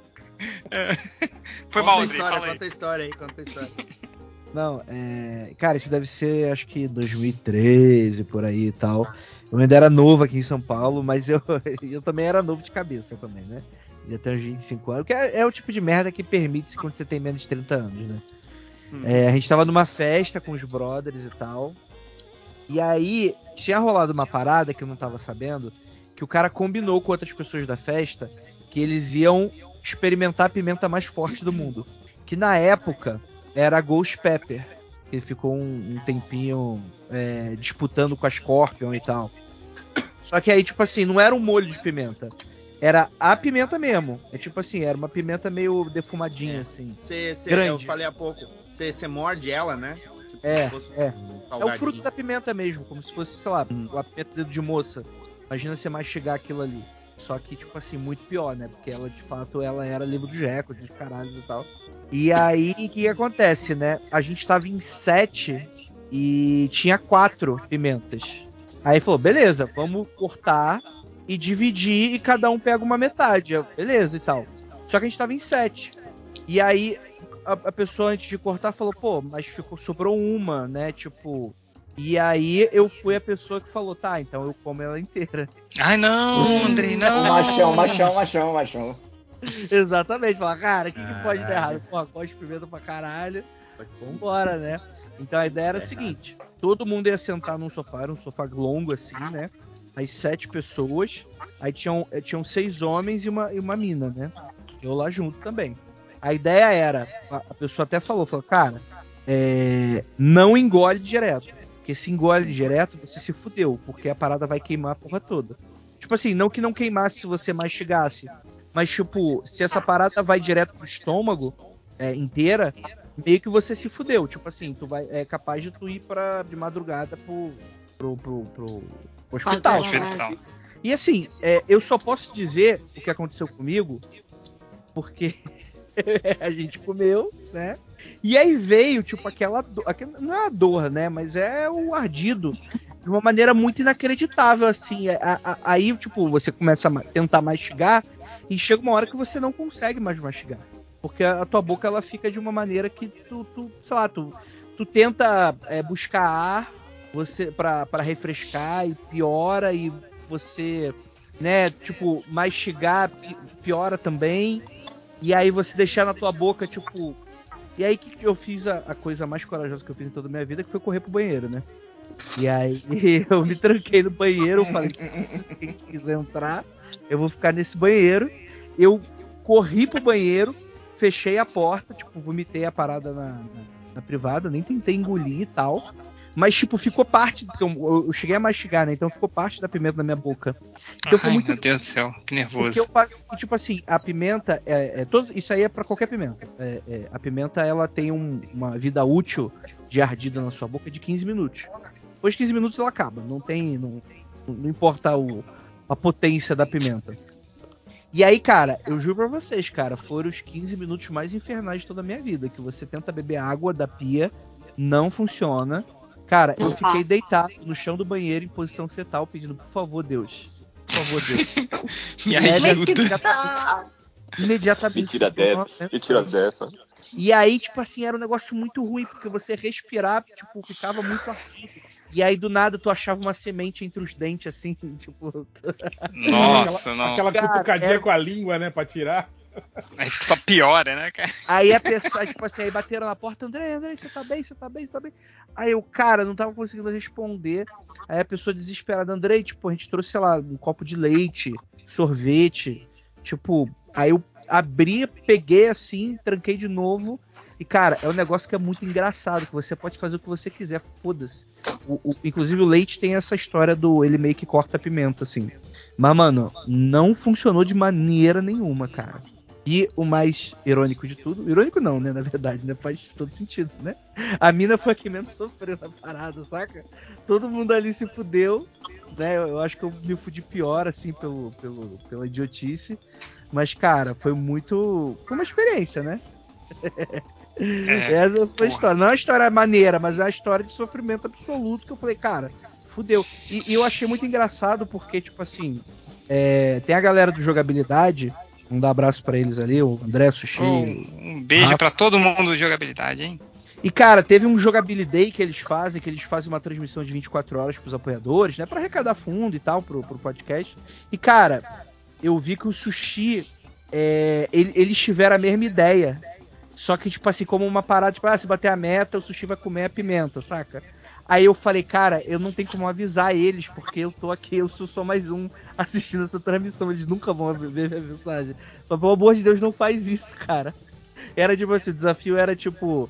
Foi Conta mal, a Andrei, história, fala aí. conta a história aí, conta a história. Não, é. Cara, isso deve ser, acho que dois mil e treze, por aí e tal. Eu ainda era novo aqui em São Paulo, mas eu, eu também era novo de cabeça também, né? Já tenho uns vinte e cinco anos, que é, é o tipo de merda que permite-se quando você tem menos de trinta anos, né? É, a gente tava numa festa com os brothers e tal. E aí, tinha rolado uma parada que eu não tava sabendo, que o cara combinou com outras pessoas da festa que eles iam experimentar a pimenta mais forte do mundo. Que na época era a Ghost Pepper. Ele ficou um, um tempinho é, disputando com a Scorpion e tal. Só que aí, tipo assim, não era um molho de pimenta. Era a pimenta mesmo. É tipo assim, era uma pimenta meio defumadinha, assim. Cê, cê, Grande. Eu falei há pouco. Você morde ela, né? Tipo, É, se fosse é. um É o salgadinho. fruto da pimenta mesmo, como se fosse, sei lá, uma pimenta dedo de moça. Imagina você mastigar aquilo ali. Só que, tipo assim, muito pior, né? Porque ela, de fato, ela era livro dos recordes, de caralhos e tal. E aí, o que, que acontece, né? A gente tava em sete e tinha quatro pimentas. Aí falou, beleza, vamos cortar e dividir e cada um pega uma metade. Eu, beleza e tal. Só que a gente tava em sete. E aí, a, a pessoa antes de cortar falou, pô, mas ficou, sobrou uma, né? Tipo. E aí eu fui a pessoa que falou, tá, então eu como ela inteira. Ai não, Andrei, não. Machão, machão, machão, machão. Exatamente, falar, cara, o que, que pode dar errado? Pô, gosto de pimenta pra caralho. Vambora, né? Então a ideia era a seguinte: todo mundo ia sentar num sofá, era um sofá longo assim, né? As sete pessoas. Aí tinham, tinham seis homens e uma, e uma mina, né? Eu lá junto também. A ideia era, a, a pessoa até falou, falou, cara, é, não engole direto. Porque se engole direto, você se fudeu, porque a parada vai queimar a porra toda. Tipo assim, não que não queimasse se você mastigasse, mas tipo, se essa parada vai direto pro estômago, é, inteira, meio que você se fudeu. Tipo assim, tu vai, é capaz de tu ir pra, de madrugada pro, pro, pro, pro, pro hospital. Hospital. E assim, é, eu só posso dizer o que aconteceu comigo, porque a gente comeu, né? E aí veio, tipo, aquela dor, aquela, não é a dor, né? Mas é o ardido de uma maneira muito inacreditável, assim. A, a, aí, tipo, você começa a tentar mastigar e chega uma hora que você não consegue mais mastigar. Porque a, a tua boca, ela fica de uma maneira que tu, tu sei lá, tu, tu tenta é, buscar ar você, pra, pra refrescar e piora, e você, né, tipo, mastigar pi, piora também. E aí você deixar na tua boca, tipo... E aí que eu fiz a, a coisa mais corajosa que eu fiz em toda a minha vida, que foi correr pro banheiro, né? E aí eu me tranquei no banheiro, eu falei, se quem quiser entrar, eu vou ficar nesse banheiro. Eu corri pro banheiro, fechei a porta, tipo, vomitei a parada na, na, na privada, nem tentei engolir e tal. Mas, tipo, ficou parte. Eu, eu cheguei a mastigar, né? Então ficou parte da pimenta na minha boca. Então, Ai, muito... meu Deus do céu, que nervoso. Porque eu, tipo assim, a pimenta, é, é, todo, isso aí é pra qualquer pimenta. É, é, a pimenta, ela tem um, uma vida útil de ardida na sua boca de quinze minutos. Depois de quinze minutos ela acaba. Não tem. Não, não importa o, a potência da pimenta. E aí, cara, eu juro pra vocês, cara, foram os quinze minutos mais infernais de toda a minha vida. Que você tenta beber água da pia, não funciona. Cara, eu fiquei deitado no chão do banheiro em posição fetal, pedindo, por favor, Deus. Por favor, Deus. Me ajuda. Imediatamente. Me tira dessa, me tira dessa. E aí, tipo assim, era um negócio muito ruim, porque você respirar, tipo, ficava muito ardido. E aí, do nada, tu achava uma semente entre os dentes, assim, tipo... Nossa, aquela, não. Aquela Cara, cutucadinha é... com a língua, né, pra tirar. Aí só piora, né, cara? Aí a pessoa, tipo assim, aí bateram na porta, André, André, você tá bem, você tá bem, você tá bem? Aí eu, cara, não tava conseguindo responder. Aí a pessoa desesperada, André, tipo, a gente trouxe, sei lá, um copo de leite, sorvete, tipo, aí eu abri, peguei assim, tranquei de novo. E, cara, é um negócio que é muito engraçado, que você pode fazer o que você quiser, foda-se. O, o, inclusive o leite tem essa história do ele meio que corta a pimenta, assim. Mas, mano, não funcionou de maneira nenhuma, cara. E o mais irônico de tudo, irônico não, né, na verdade, né, faz todo sentido, né? A mina foi a que menos sofreu na parada, saca? Todo mundo ali se fudeu, né? Eu, eu acho que eu me fudi pior, assim, pelo, pelo, pela idiotice. Mas, cara, foi muito... Foi uma experiência, né? É, Essa foi porra. a história. Não é uma história maneira, mas é uma história de sofrimento absoluto que eu falei, cara, fudeu. E, e eu achei muito engraçado porque, tipo assim, é, tem a galera do jogabilidade... Um dá abraço pra eles ali, o André, o Sushi. Oh, um beijo Rafa. pra todo mundo do jogabilidade, hein? E, cara, teve um Jogabilidade que eles fazem, que eles fazem uma transmissão de vinte e quatro horas pros apoiadores, né? Pra arrecadar fundo e tal, pro, pro podcast. E, cara, eu vi que o Sushi, é, ele, eles tiveram a mesma ideia. Só que, tipo assim, como uma parada, tipo, ah, se bater a meta, o Sushi vai comer a pimenta, saca? Aí eu falei, cara, eu não tenho como avisar eles, porque eu tô aqui, eu sou só mais um assistindo essa transmissão, eles nunca vão ver minha mensagem. Mas, pelo amor de Deus, não faz isso, cara. Era tipo assim, o desafio era tipo,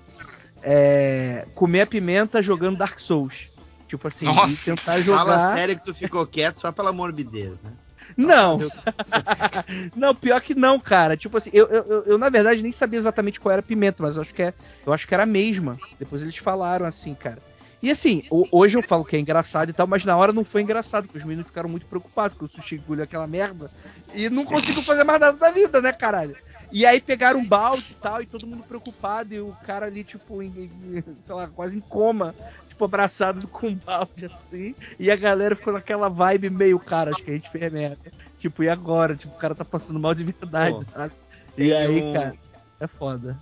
é, comer a pimenta jogando Dark Souls. Tipo assim, Nossa, e tentar jogar... Fala sério que tu ficou quieto só pela morbidez, né? Não, não, pior que não, cara. Tipo assim, eu, eu, eu, eu, na verdade nem sabia exatamente qual era a pimenta, mas eu acho que, é, eu acho que era a mesma. Depois eles falaram assim, cara. E assim, hoje eu falo que é engraçado e tal, mas na hora não foi engraçado, porque os meninos ficaram muito preocupados, porque o Sushi engoliu aquela merda e não conseguiu fazer mais nada da vida, né, caralho? E aí pegaram um balde e tal, e todo mundo preocupado, e o cara ali, tipo, em, em, sei lá, quase em coma, tipo, abraçado com um balde, assim, e a galera ficou naquela vibe meio, cara, acho que a gente fez merda. Tipo, e agora? Tipo, o cara tá passando mal de verdade, Pô, sabe? E aí, um... cara, é foda.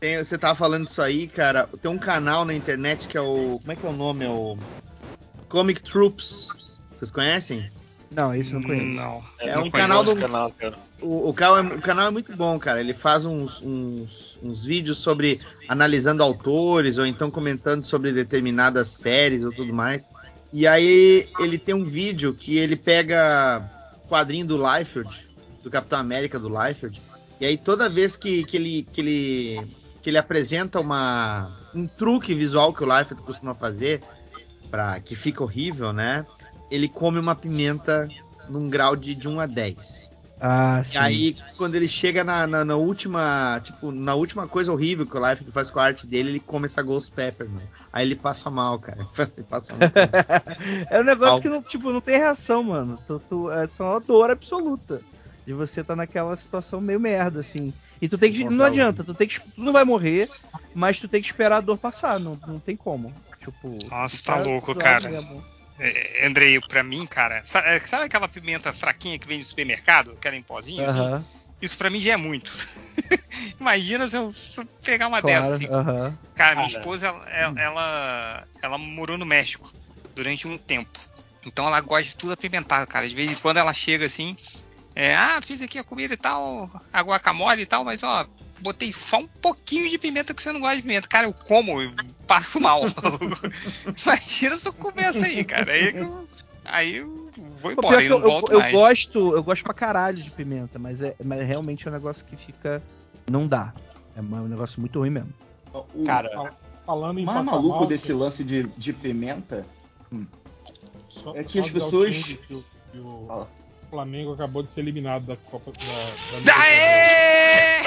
Tem, você tava falando isso aí, cara. Tem um canal na internet que é o. Como é que é o nome? É o. Comic Troops. Vocês conhecem? Não, isso eu não conheço. Não. É Não um canal do. canal, cara. O, o, canal é, o canal é muito bom, cara. Ele faz uns, uns, uns vídeos sobre analisando autores ou então comentando sobre determinadas séries ou tudo mais. E aí ele tem um vídeo que ele pega o quadrinho do Liefeld, do Capitão América do Liefeld, e aí toda vez que, que, ele, que, ele, que ele apresenta uma, um truque visual que o Liefeld costuma fazer, pra, que fica horrível, né? Ele come uma pimenta num grau de, de um a dez. Ah, sim. E aí, quando ele chega na, na, na última, tipo, na última coisa horrível que o Life faz com a arte dele, ele come essa Ghost Pepper, mano. Aí ele passa mal, cara. Ele passa mal. É um negócio Al- que não, tipo, não tem reação, mano. Tu, tu, é só uma dor absoluta. De você tá naquela situação meio merda, assim. E tu tem que. Não adianta, tu tem que. Tu não vai morrer, mas tu tem que esperar a dor passar. Não, não tem como. Tipo. Nossa, tá ficar louco, zoado cara. mesmo. É, Andrei, pra mim, cara, sabe, sabe aquela pimenta fraquinha que vem no supermercado? Aquela em pozinho? Aham. Assim? Isso pra mim já é muito. Imagina se eu, se eu pegar uma Claro, dessas, assim. aham. Cara, minha Cara. esposa, ela, ela, ela, ela morou no México durante um tempo. Então ela gosta de tudo apimentado, cara. De vez em quando ela chega assim, é, ah, fiz aqui a comida e tal, a guacamole e tal, mas ó, botei só um pouquinho de pimenta que você não gosta de pimenta. Cara, eu como, eu passo mal. Imagina se eu comer essa aí, cara. Aí eu, aí eu vou Pô, embora pior e que não eu, volto eu, mais. eu gosto, eu gosto pra caralho de pimenta, mas é, mas realmente é um negócio que fica. Não dá. É um negócio muito ruim mesmo. O Cara, falando em mais passar maluco mal, desse que- lance de, de pimenta hum, Só- é que só as avisar o pessoas. Change que o- que o Flamengo acabou de ser eliminado da Copa da, da Aê!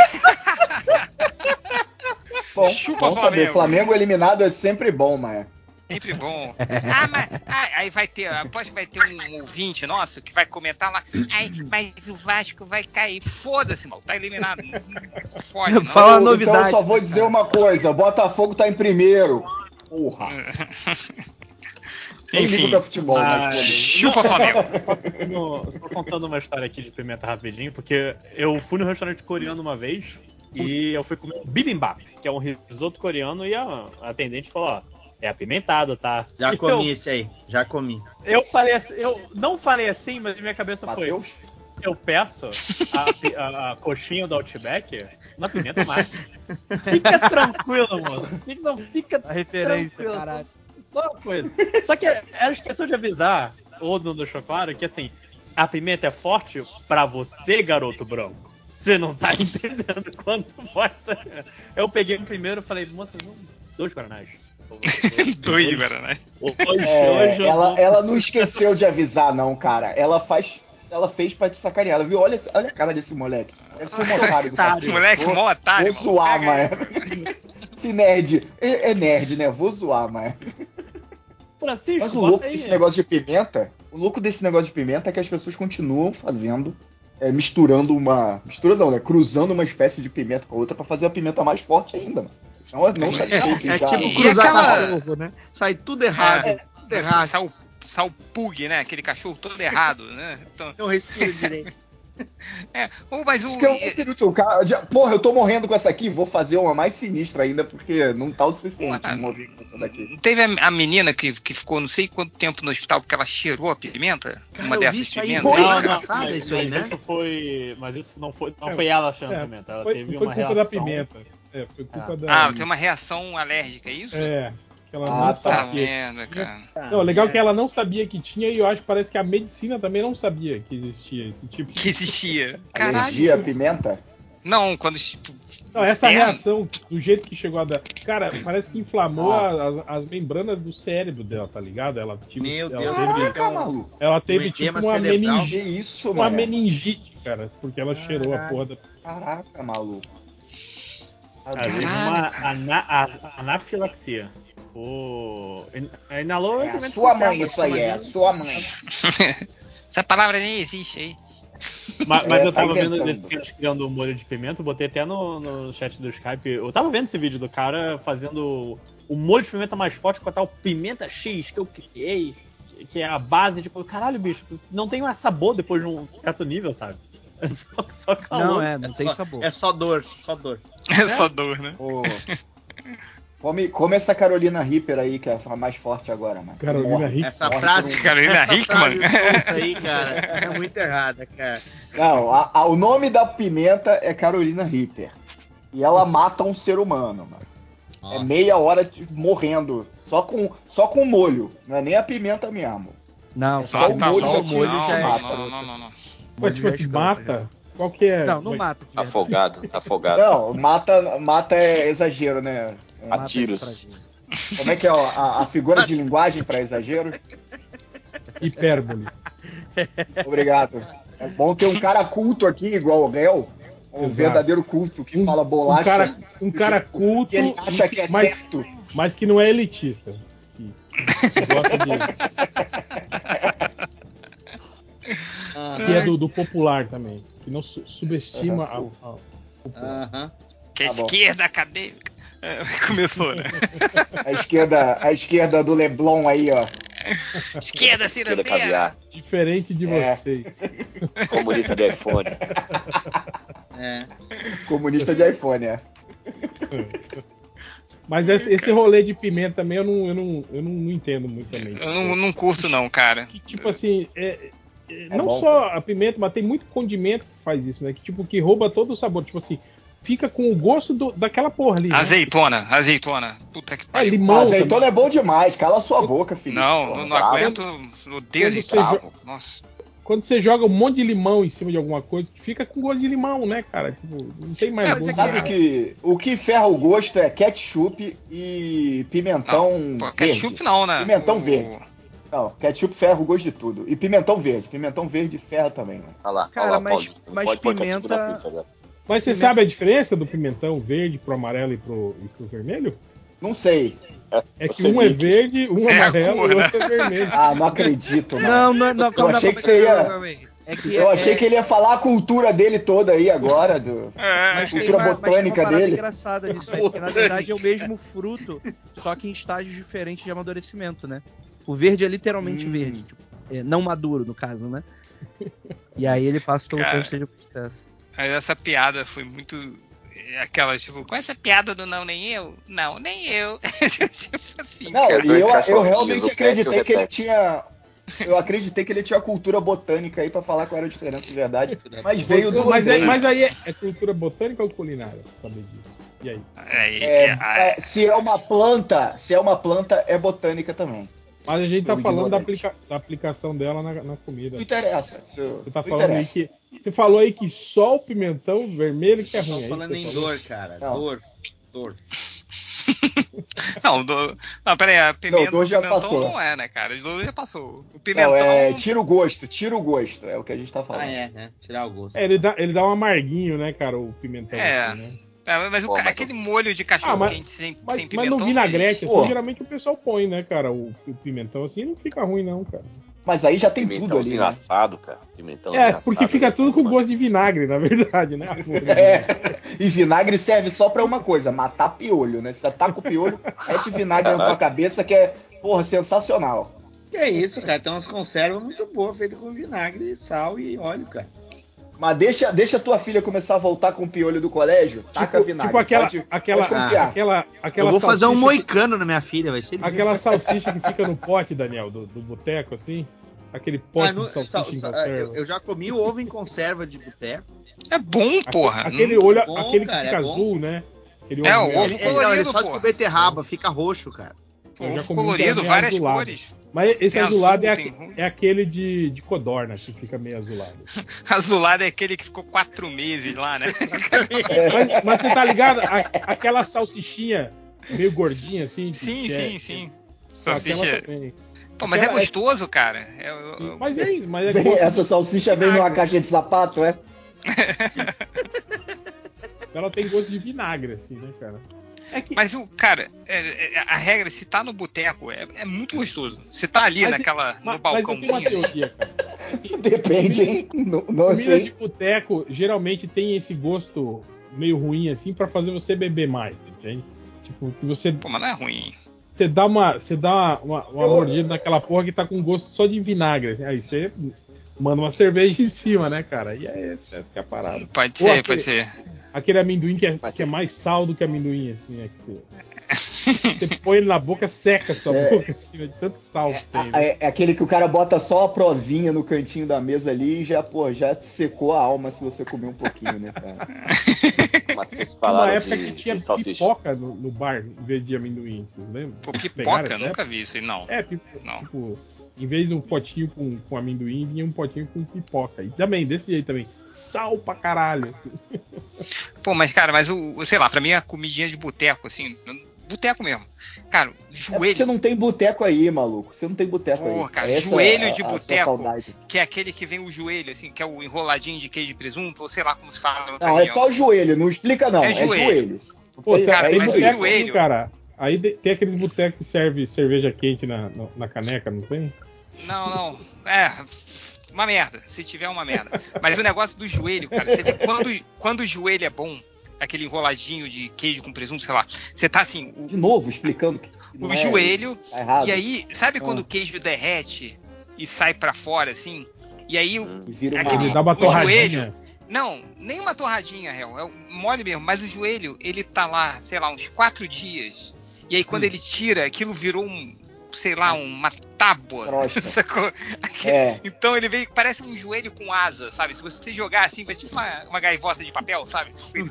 Bom, Chupa, bom saber. Flamengo. Flamengo eliminado é sempre bom, Maia. Sempre bom. Ah, mas ah, aí vai ter, aposto que vai ter um ouvinte nosso que vai comentar lá. Ai, mas o Vasco vai cair. Foda-se, mal, tá eliminado. Não fode, não. Fala a Então novidade. eu só vou dizer uma coisa: Botafogo tá em primeiro. Porra. Nem ligo Enfim, pra futebol, mas mas- foda-se. chupa, Flamengo. Só, contando- só contando uma história aqui de pimenta rapidinho, porque eu fui no restaurante coreano uma vez e eu fui comer bibimbap, que é um risoto coreano, e a atendente falou, ó, é apimentado, tá? Já E comi eu, esse aí, já comi. eu falei assim, eu não falei assim, mas minha cabeça Mateus? foi, eu peço a, pi- a- a coxinha do Outback na pimenta máxima. Fica tranquilo, moço. Fica, não fica A referência, tranquilo, só- caralho. Só uma coisa. Só que ela esqueceu de avisar, ou não deixou claro, que assim, a pimenta é forte pra você, garoto branco. Você não tá entendendo quanto pode ser. Eu peguei o primeiro e falei, moça, não, dois guaranás. Dois de Guaraná. Hoje, É, hoje eu ela, vou- ela não esqueceu de avisar, não, cara. Ela faz. Ela fez pra te sacanear. Ela viu? Olha, olha a cara desse moleque. Deve ser um otário do cacete. Moleque, Vou- mó otário. Vou mano. zoar, Pega aí. Maia. Esse nerd. É, é nerd, né? Vou zoar, Maia. Francisco, Mas o bota louco aí. desse negócio de pimenta, o louco desse negócio de pimenta é que as pessoas continuam fazendo, é, misturando uma, misturando não, né, cruzando uma espécie de pimenta com a outra pra fazer a pimenta mais forte ainda, mano. Não, não satisfeito É já. tipo E cruzar aquela- cachorro, né? Sai tudo errado. É, tudo errado. Sal, sal pug, né? Aquele cachorro todo errado, né? Então, Não respira direito. é, ou mas o Isso que é um inútil, cara. Já- Porra, eu tô morrendo com essa aqui, vou fazer uma mais sinistra ainda, porque não tá o suficiente Porra, de morrer com essa daqui. teve a, a menina que, que ficou não sei quanto tempo no hospital porque ela cheirou a pimenta, Cara, uma eu vi dessas isso aí, pimentas. foi? Não, Semana não, passada mas, isso aí, mas né? isso foi. Mas isso não foi. Não É, foi ela achando é, pimenta. Ela Foi, teve foi uma culpa reação. da pimenta. É, foi culpa da. Ah, tem uma reação alérgica, é isso? É, que ela Ah, não tá. Tá sabia. merda, cara. Não, legal que ela não sabia que tinha e eu acho que parece que a medicina também não sabia que existia esse tipo de... Que existia. Caralho. Alergia à pimenta? Não, quando tipo, Não, essa interno. reação, do jeito que chegou a dar. Cara, parece que inflamou Ah. as, as membranas do cérebro dela, tá ligado? Ela, tipo, Meu ela Deus, teve, Caraca, maluco. ela teve Um tipo edema uma cerebral. Que meningite, isso, uma mano? meningite, cara, porque ela cheirou a Caralho. porra da. Caraca, maluco. Ela teve Caralho, uma cara. ana- a- anafilaxia. O... Inalou. É a realmente sua tá mãe certo, isso aí, é a mas- sua mãe. Essa palavra nem existe aí. Mas, mas É, eu tá tava vendo inventando. desse cara criando molho de pimenta, eu botei até no, no chat do Skype. Eu tava vendo esse vídeo do cara fazendo o molho de pimenta mais forte com a tal pimenta X que eu criei, que- que é a base, tipo, caralho, bicho, não tem mais sabor depois de um certo nível, sabe? É só, só calor. Não, é, não tem só, sabor. É só dor, só dor. É só dor, né? Ô, come, come essa Carolina Reaper aí, que é a mais forte agora, mano. Carolina Morre. Reaper. Essa Morre frase, por um- Carolina essa Hickman. frase solta aí, cara, é muito errada, cara. Não, a- a- o nome da pimenta é Carolina Reaper. E ela mata um ser humano, mano. É meia hora de- morrendo. Só com, só com molho. Não é nem a pimenta mesmo. Não, É só o tá molho, louco, já, molho não, já é não, mata. não, não, não, não. Mas, tipo assim, mata? Qual que é? Não, não Mas- mata. de verdade. Afogado, afogado. Não, mata, mata é exagero, né? É, A Mata tiros. de prazer. como é que é ó, a, a figura de linguagem para exagero? Hipérbole. Obrigado. É bom ter um cara culto aqui, igual o Réu. Um Exato. verdadeiro culto que Um- fala bolacha. Um cara, um cara do jeito culto, que ele acha que é mas, certo. mas que não é elitista. Que, que gosta de, que é do, do popular também. Que não su- subestima a, a- Aham. Que é Tá bom. esquerda acadêmica. É, começou, né? A esquerda, a esquerda do Leblon aí, ó. Esquerda Esquerda cirandeira. caviar. diferente de É. vocês. Comunista de iPhone. É. Comunista de iPhone, é. Mas esse, esse rolê de pimenta também eu não, eu não, eu não, não entendo muito também. Eu não, não curto, não, cara. Que, tipo assim, é, é, É não bom, só a pimenta, mas tem muito condimento que faz isso, né? Que tipo, que rouba todo o sabor. Tipo assim, fica com o gosto do- daquela porra ali. né? Azeitona, azeitona. Puta que É, pariu. limão. Ah, azeitona é bom demais. Cala sua boca, filho. Não, Porra, não, não bravo. aguento. Odeio Quando azeitona. você Bravo. Nossa. Quando você joga um monte de limão em cima de alguma coisa, fica com gosto de limão, né, cara? Tipo, não tem mais É, gosto de Sabe nada. que o que ferra o gosto é ketchup e pimentão Pô, verde. ketchup não, né? Pimentão O- verde. Não, ketchup ferra o gosto de tudo. E pimentão verde. Pimentão verde ferra também, né? Olha lá, Cara, olha lá, mas- Paulinho. Não mas pode pôr ketchup pimenta- na pizza agora. Mas você Pimenta- sabe a diferença do pimentão verde pro amarelo e pro, e pro vermelho? Não sei. É que Você um é Nick. verde, um É a amarelo cor, e o né? outro é vermelho. Ah, não acredito, mano. Não, não, não, calma, achei calma, que você ia- calma, calma aí. É que Eu é- achei é- que ele ia falar a cultura dele toda aí agora. Do... É, Mas tem, cultura uma, mas tem uma botânica parada dele. engraçada nisso aí, porque na verdade é o mesmo fruto, só que em estágios diferentes de amadurecimento, né? O verde é literalmente Hum. verde, tipo, é, não maduro, no caso, né? E aí ele passa pelo Cara. teste de processo. Aí essa piada foi muito. Aquela, tipo, com essa piada do não, nem eu? Não, nem eu. tipo assim, Não, cara. e dois eu, eu cachorrinhos, realmente o acreditei pet e o que ele repete. tinha. Eu acreditei que ele tinha cultura botânica aí pra falar qual era a diferença de verdade. Mas veio do Mas, é, Andrei. mas aí é, é cultura botânica ou culinária? pra Saber disso. E aí? É, É, é, ah, é, se é uma planta, se é uma planta, é botânica também. Mas a gente tá Eu falando da, ignorante. aplica- da aplicação dela na, na comida. Não interessa. Isso, Você tá não falando aí interessa. que. Você falou aí que só o pimentão vermelho que é ruim. Tô é isso falando que você em falou? dor, cara. Não. Dor. Dor. Não, do... não, peraí, a pimenta, dor já pimentão passou. não é, né, cara? O dor já passou. O pimentão. Não, é, tira o gosto, tira o gosto, é o que a gente tá falando. Ah, é, né? Tirar o gosto. É, ele dá, ele dá um amarguinho, né, cara, o pimentão. É. assim, né? É, mas o, Pô, ca- mas aquele molho de cachorro Ah, mas- quente sem, Mas, sem mas pimentão. no vinagrete, assim, Pô. geralmente o pessoal põe, né, cara? O, o pimentão assim não fica ruim, não, cara. Mas aí já tem tudo ali. Pimentãozinho Né? assado, cara. Pimentãozinho É, assado. porque fica né? tudo com gosto de vinagre, na verdade, né? É, e vinagre serve só pra uma coisa, matar piolho, né? Se você tá com piolho, mete vinagre na tua Caraca. cabeça que é, porra, sensacional. Que é isso, cara? Tem umas conservas muito boas, feitas com vinagre, sal e óleo, cara. Mas deixa, deixa tua filha começar a voltar com o piolho do colégio, taca Tipo, vinagre. tipo aquela, pode, aquela, pode confiar. aquela, aquela Eu vou fazer um salsicha moicano na minha filha, vai ser que- Aquela salsicha que fica no pote, Daniel, do, do boteco, assim. Aquele pote Ah, no- de salsicha sal- em sal- conserva. eu, eu já comi o ovo em conserva de boteco. É bom, porra. Aquele, Hum. olho, bom, aquele cara, que fica é bom. azul, né? Aquele É, ovo o meio- ovo Ele, ele, não, colorido, ele faz porra. com beterraba, fica roxo, cara. Eu já Ovo comi um que colorido, era meio várias azulado. cores. Mas esse Tem azulado azul, é, tem aque- rum. é aquele de, de codorna, que fica meio azulado. Azulado é aquele que ficou quatro meses lá, né? Mas, mas você tá ligado? A- aquela salsichinha meio gordinha, assim. que- Sim, que é- sim, sim. aquela Salsicha. também. Pô, mas é Aquela- gostoso, cara. É, eu- eu- Mas é isso, mas é Vem- gosto essa salsicha vem numa caixa de sapato, é? Ela tem gosto de vinagre, assim, né, cara? É que, Mas o cara, é- é- a regra, se tá no boteco, é, é muito gostoso. Se tá ali Mas- naquela, mas, no mas eu tenho uma balcãozinho. teoria, cara. Depende, hein? Não, não Comida de sei. boteco geralmente tem esse gosto meio ruim, assim, pra fazer você beber mais, entende? Tipo, que você, Pô, mas não é ruim. você dá uma, você dá uma, uma Eu- mordida naquela porra que tá com gosto só de vinagre. Assim. Aí você manda uma cerveja em cima, né, cara? E é essa que é a parada. Pode Ou ser, aquele, pode ser. Aquele amendoim que é, que é mais sal do que amendoim, assim, né? Que você, você põe ele na boca, seca a sua É. boca, assim, de tanto sal que tem. Né? É, é aquele que o cara bota só a provinha no cantinho da mesa ali e já, pô, já te secou a alma se você comer um pouquinho, né, cara? Mas vocês Tinha uma falaram época de, que tinha de salsicha. pipoca no, no bar em vez de amendoim, vocês lembram? Pô, Pegaram pipoca? essa Nunca época? vi isso aí, não. É, tipo, Não. tipo, em vez de um potinho com, com amendoim, vinha um potinho com pipoca. E também, desse jeito também. Sal pra caralho, assim. Pô, mas, cara, mas o, sei lá, pra mim a comidinha de boteco, assim, boteco mesmo. Cara, É porque joelho. você não tem boteco aí, maluco. Você não tem boteco aí. Porra, cara, Essa joelho é a- de a sua boteco, saudade. que é aquele que vem o joelho, assim, que é o enroladinho de queijo e presunto, ou sei lá como se fala. na outra Não, é região. só o joelho, não explica não. É É joelho. joelho. Pô, tem, Cara, tem mas o boteco, joelho- cara. Aí de- tem aqueles botecos que servem cerveja quente na, na, na caneca, não tem? Não, não. É, uma merda. Se tiver, uma merda. Mas o negócio do joelho, cara, você vê quando, quando o joelho é bom, aquele enroladinho de queijo com presunto, sei lá, você tá assim, o, De novo, explicando que não o é- joelho, tá errado. e aí, sabe quando Ah. o queijo derrete e sai pra fora, assim? E aí o, E vira uma- aquele, Ele dá uma o torradinha. joelho. Não, nem uma torradinha, real. É um mole mesmo, mas o joelho, ele tá lá, sei lá, uns quatro dias. E aí quando Hum. ele tira, aquilo virou um, sei lá, uma tábua. Crosta. Sacou? Aquele- É. Então ele veio, parece um joelho com asa, sabe? Se você jogar assim, vai tipo uma, uma gaivota de papel, sabe?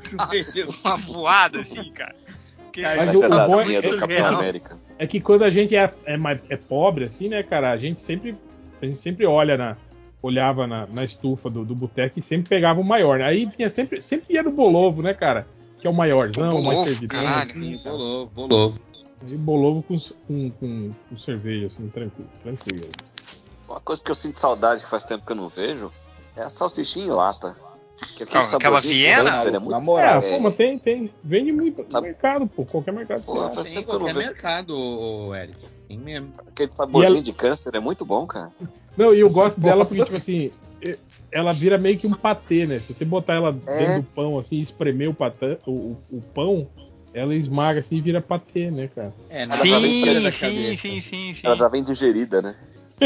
Uma voada assim, cara. Que- Mas Essa o- o bom asinha é- do é- Capitão é- América. É que quando a gente é, é, mais- é pobre, assim, né, cara, a gente sempre, a gente sempre olha na, olhava na, na estufa do, do boteco e sempre pegava o maior, né? Aí tinha sempre, sempre ia no Bolovo, né, cara? Que é o maiorzão, o mais Bolovo, servidão. caralho. Assim, né, cara? Bolovo, bolovo. E Bolovo com, com, com, com cerveja, assim, tranquilo. tranquilo. Uma coisa que eu sinto saudade que faz tempo que eu não vejo é a salsichinha em lata. Que Qual, aquela Viena? câncer, é Na muito... moral. É, pô, mas tem, tem. Vende muito no mercado, pô. Qualquer mercado. Pô, você acha. faz Tem em tempo que eu não qualquer vejo. mercado, ô, Eric. Tem mesmo. Aquele saborzinho E ela- de câncer é muito bom, cara. Não, e eu gosto dela Nossa. porque, tipo assim, e- ela vira meio que um patê, né? Se você botar ela É. dentro do pão, assim, e espremer o, patê, o, o, o pão, ela esmaga assim e vira patê, né, cara? É, na Ela já vem Sim, presa da sim, cabeça. sim, sim, sim. Ela já vem digerida, né?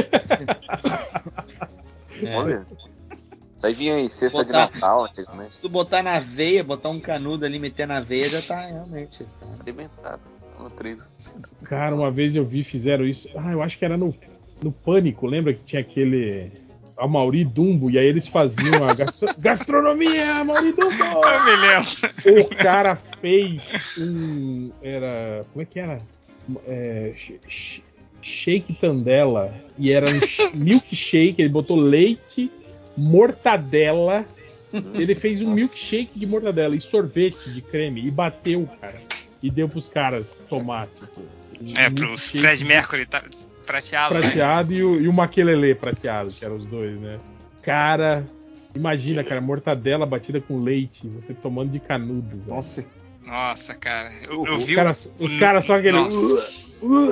É. Olha. Isso aí vinha em cesta de Botar- Natal, antigamente. Se tu botar na veia, botar um canudo ali, meter na veia, já tá realmente. Tá. Alimentado, tá nutrido. Cara, uma vez eu vi, fizeram isso. Ah, eu acho que era no, no Pânico, lembra que tinha aquele. A Mauri Dumbo, e aí eles faziam a gastro- gastronomia, Mauri Dumbo! Eu me lembro. O cara fez um. Era. Como é que era? É, sh- sh- shake Tandela. E era um sh- milkshake. Ele botou leite, mortadela. Ele fez um milkshake de mortadela e sorvete de creme. E bateu, cara. E deu pros caras tomar. Tipo, um É, pro milkshake Fred Mercury tá prateado. né? prateado e o, e o maquelele prateado, que eram os dois, né? Cara. Imagina, cara, mortadela batida com leite, você tomando de canudo. velho. Nossa, Nossa, cara. Eu, eu Os vi caras um- os caras só aquele. Nossa. Uh, uh.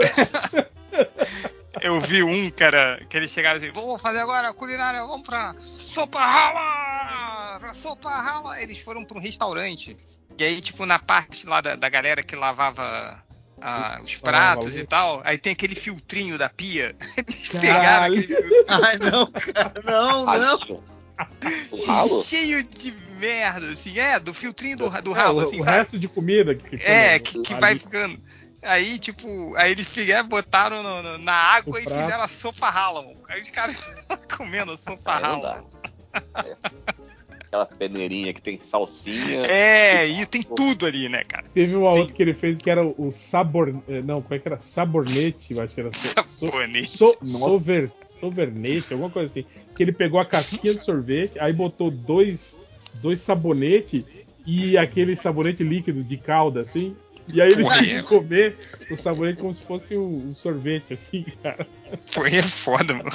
Eu vi um, cara, que eles chegaram assim, vamos fazer agora a culinária, vamos pra sopa rala! Pra sopa rala! Eles foram pra um restaurante. E aí, tipo, na parte lá da, da galera que lavava ah, os pratos louco. e tal, aí tem aquele filtrinho da pia. Eles Caralho. pegaram aquele filtrinho Ai, não, cara, não, não. O ralo? cheio de merda, assim, é, do filtrinho do, do É, ralo, o, assim, o sabe? resto de comida que ficou É, no- que, que ali. vai ficando. Aí, tipo, aí eles pegaram, botaram no- no- na água O e prato. fizeram a sopa rala, mano. Aí os caras comendo a sopa Aí não rala. dá. É. Aquela peneirinha que tem salsinha. É, e tem tudo ali, né, cara? Teve uma Tem- outra que ele fez que era o sabor. eh, Não, como é que era? Sabornete, eu acho que era. So, so, Sabonete. so, Nossa. sover, sovernete, alguma coisa assim. Que ele pegou a casquinha de sorvete, aí botou dois, dois sabonetes e aquele sabonete líquido de calda, assim. E aí ele Porra, tinha é. que comer o sabonete como se fosse um, um sorvete, assim, cara. Foi é foda, mano.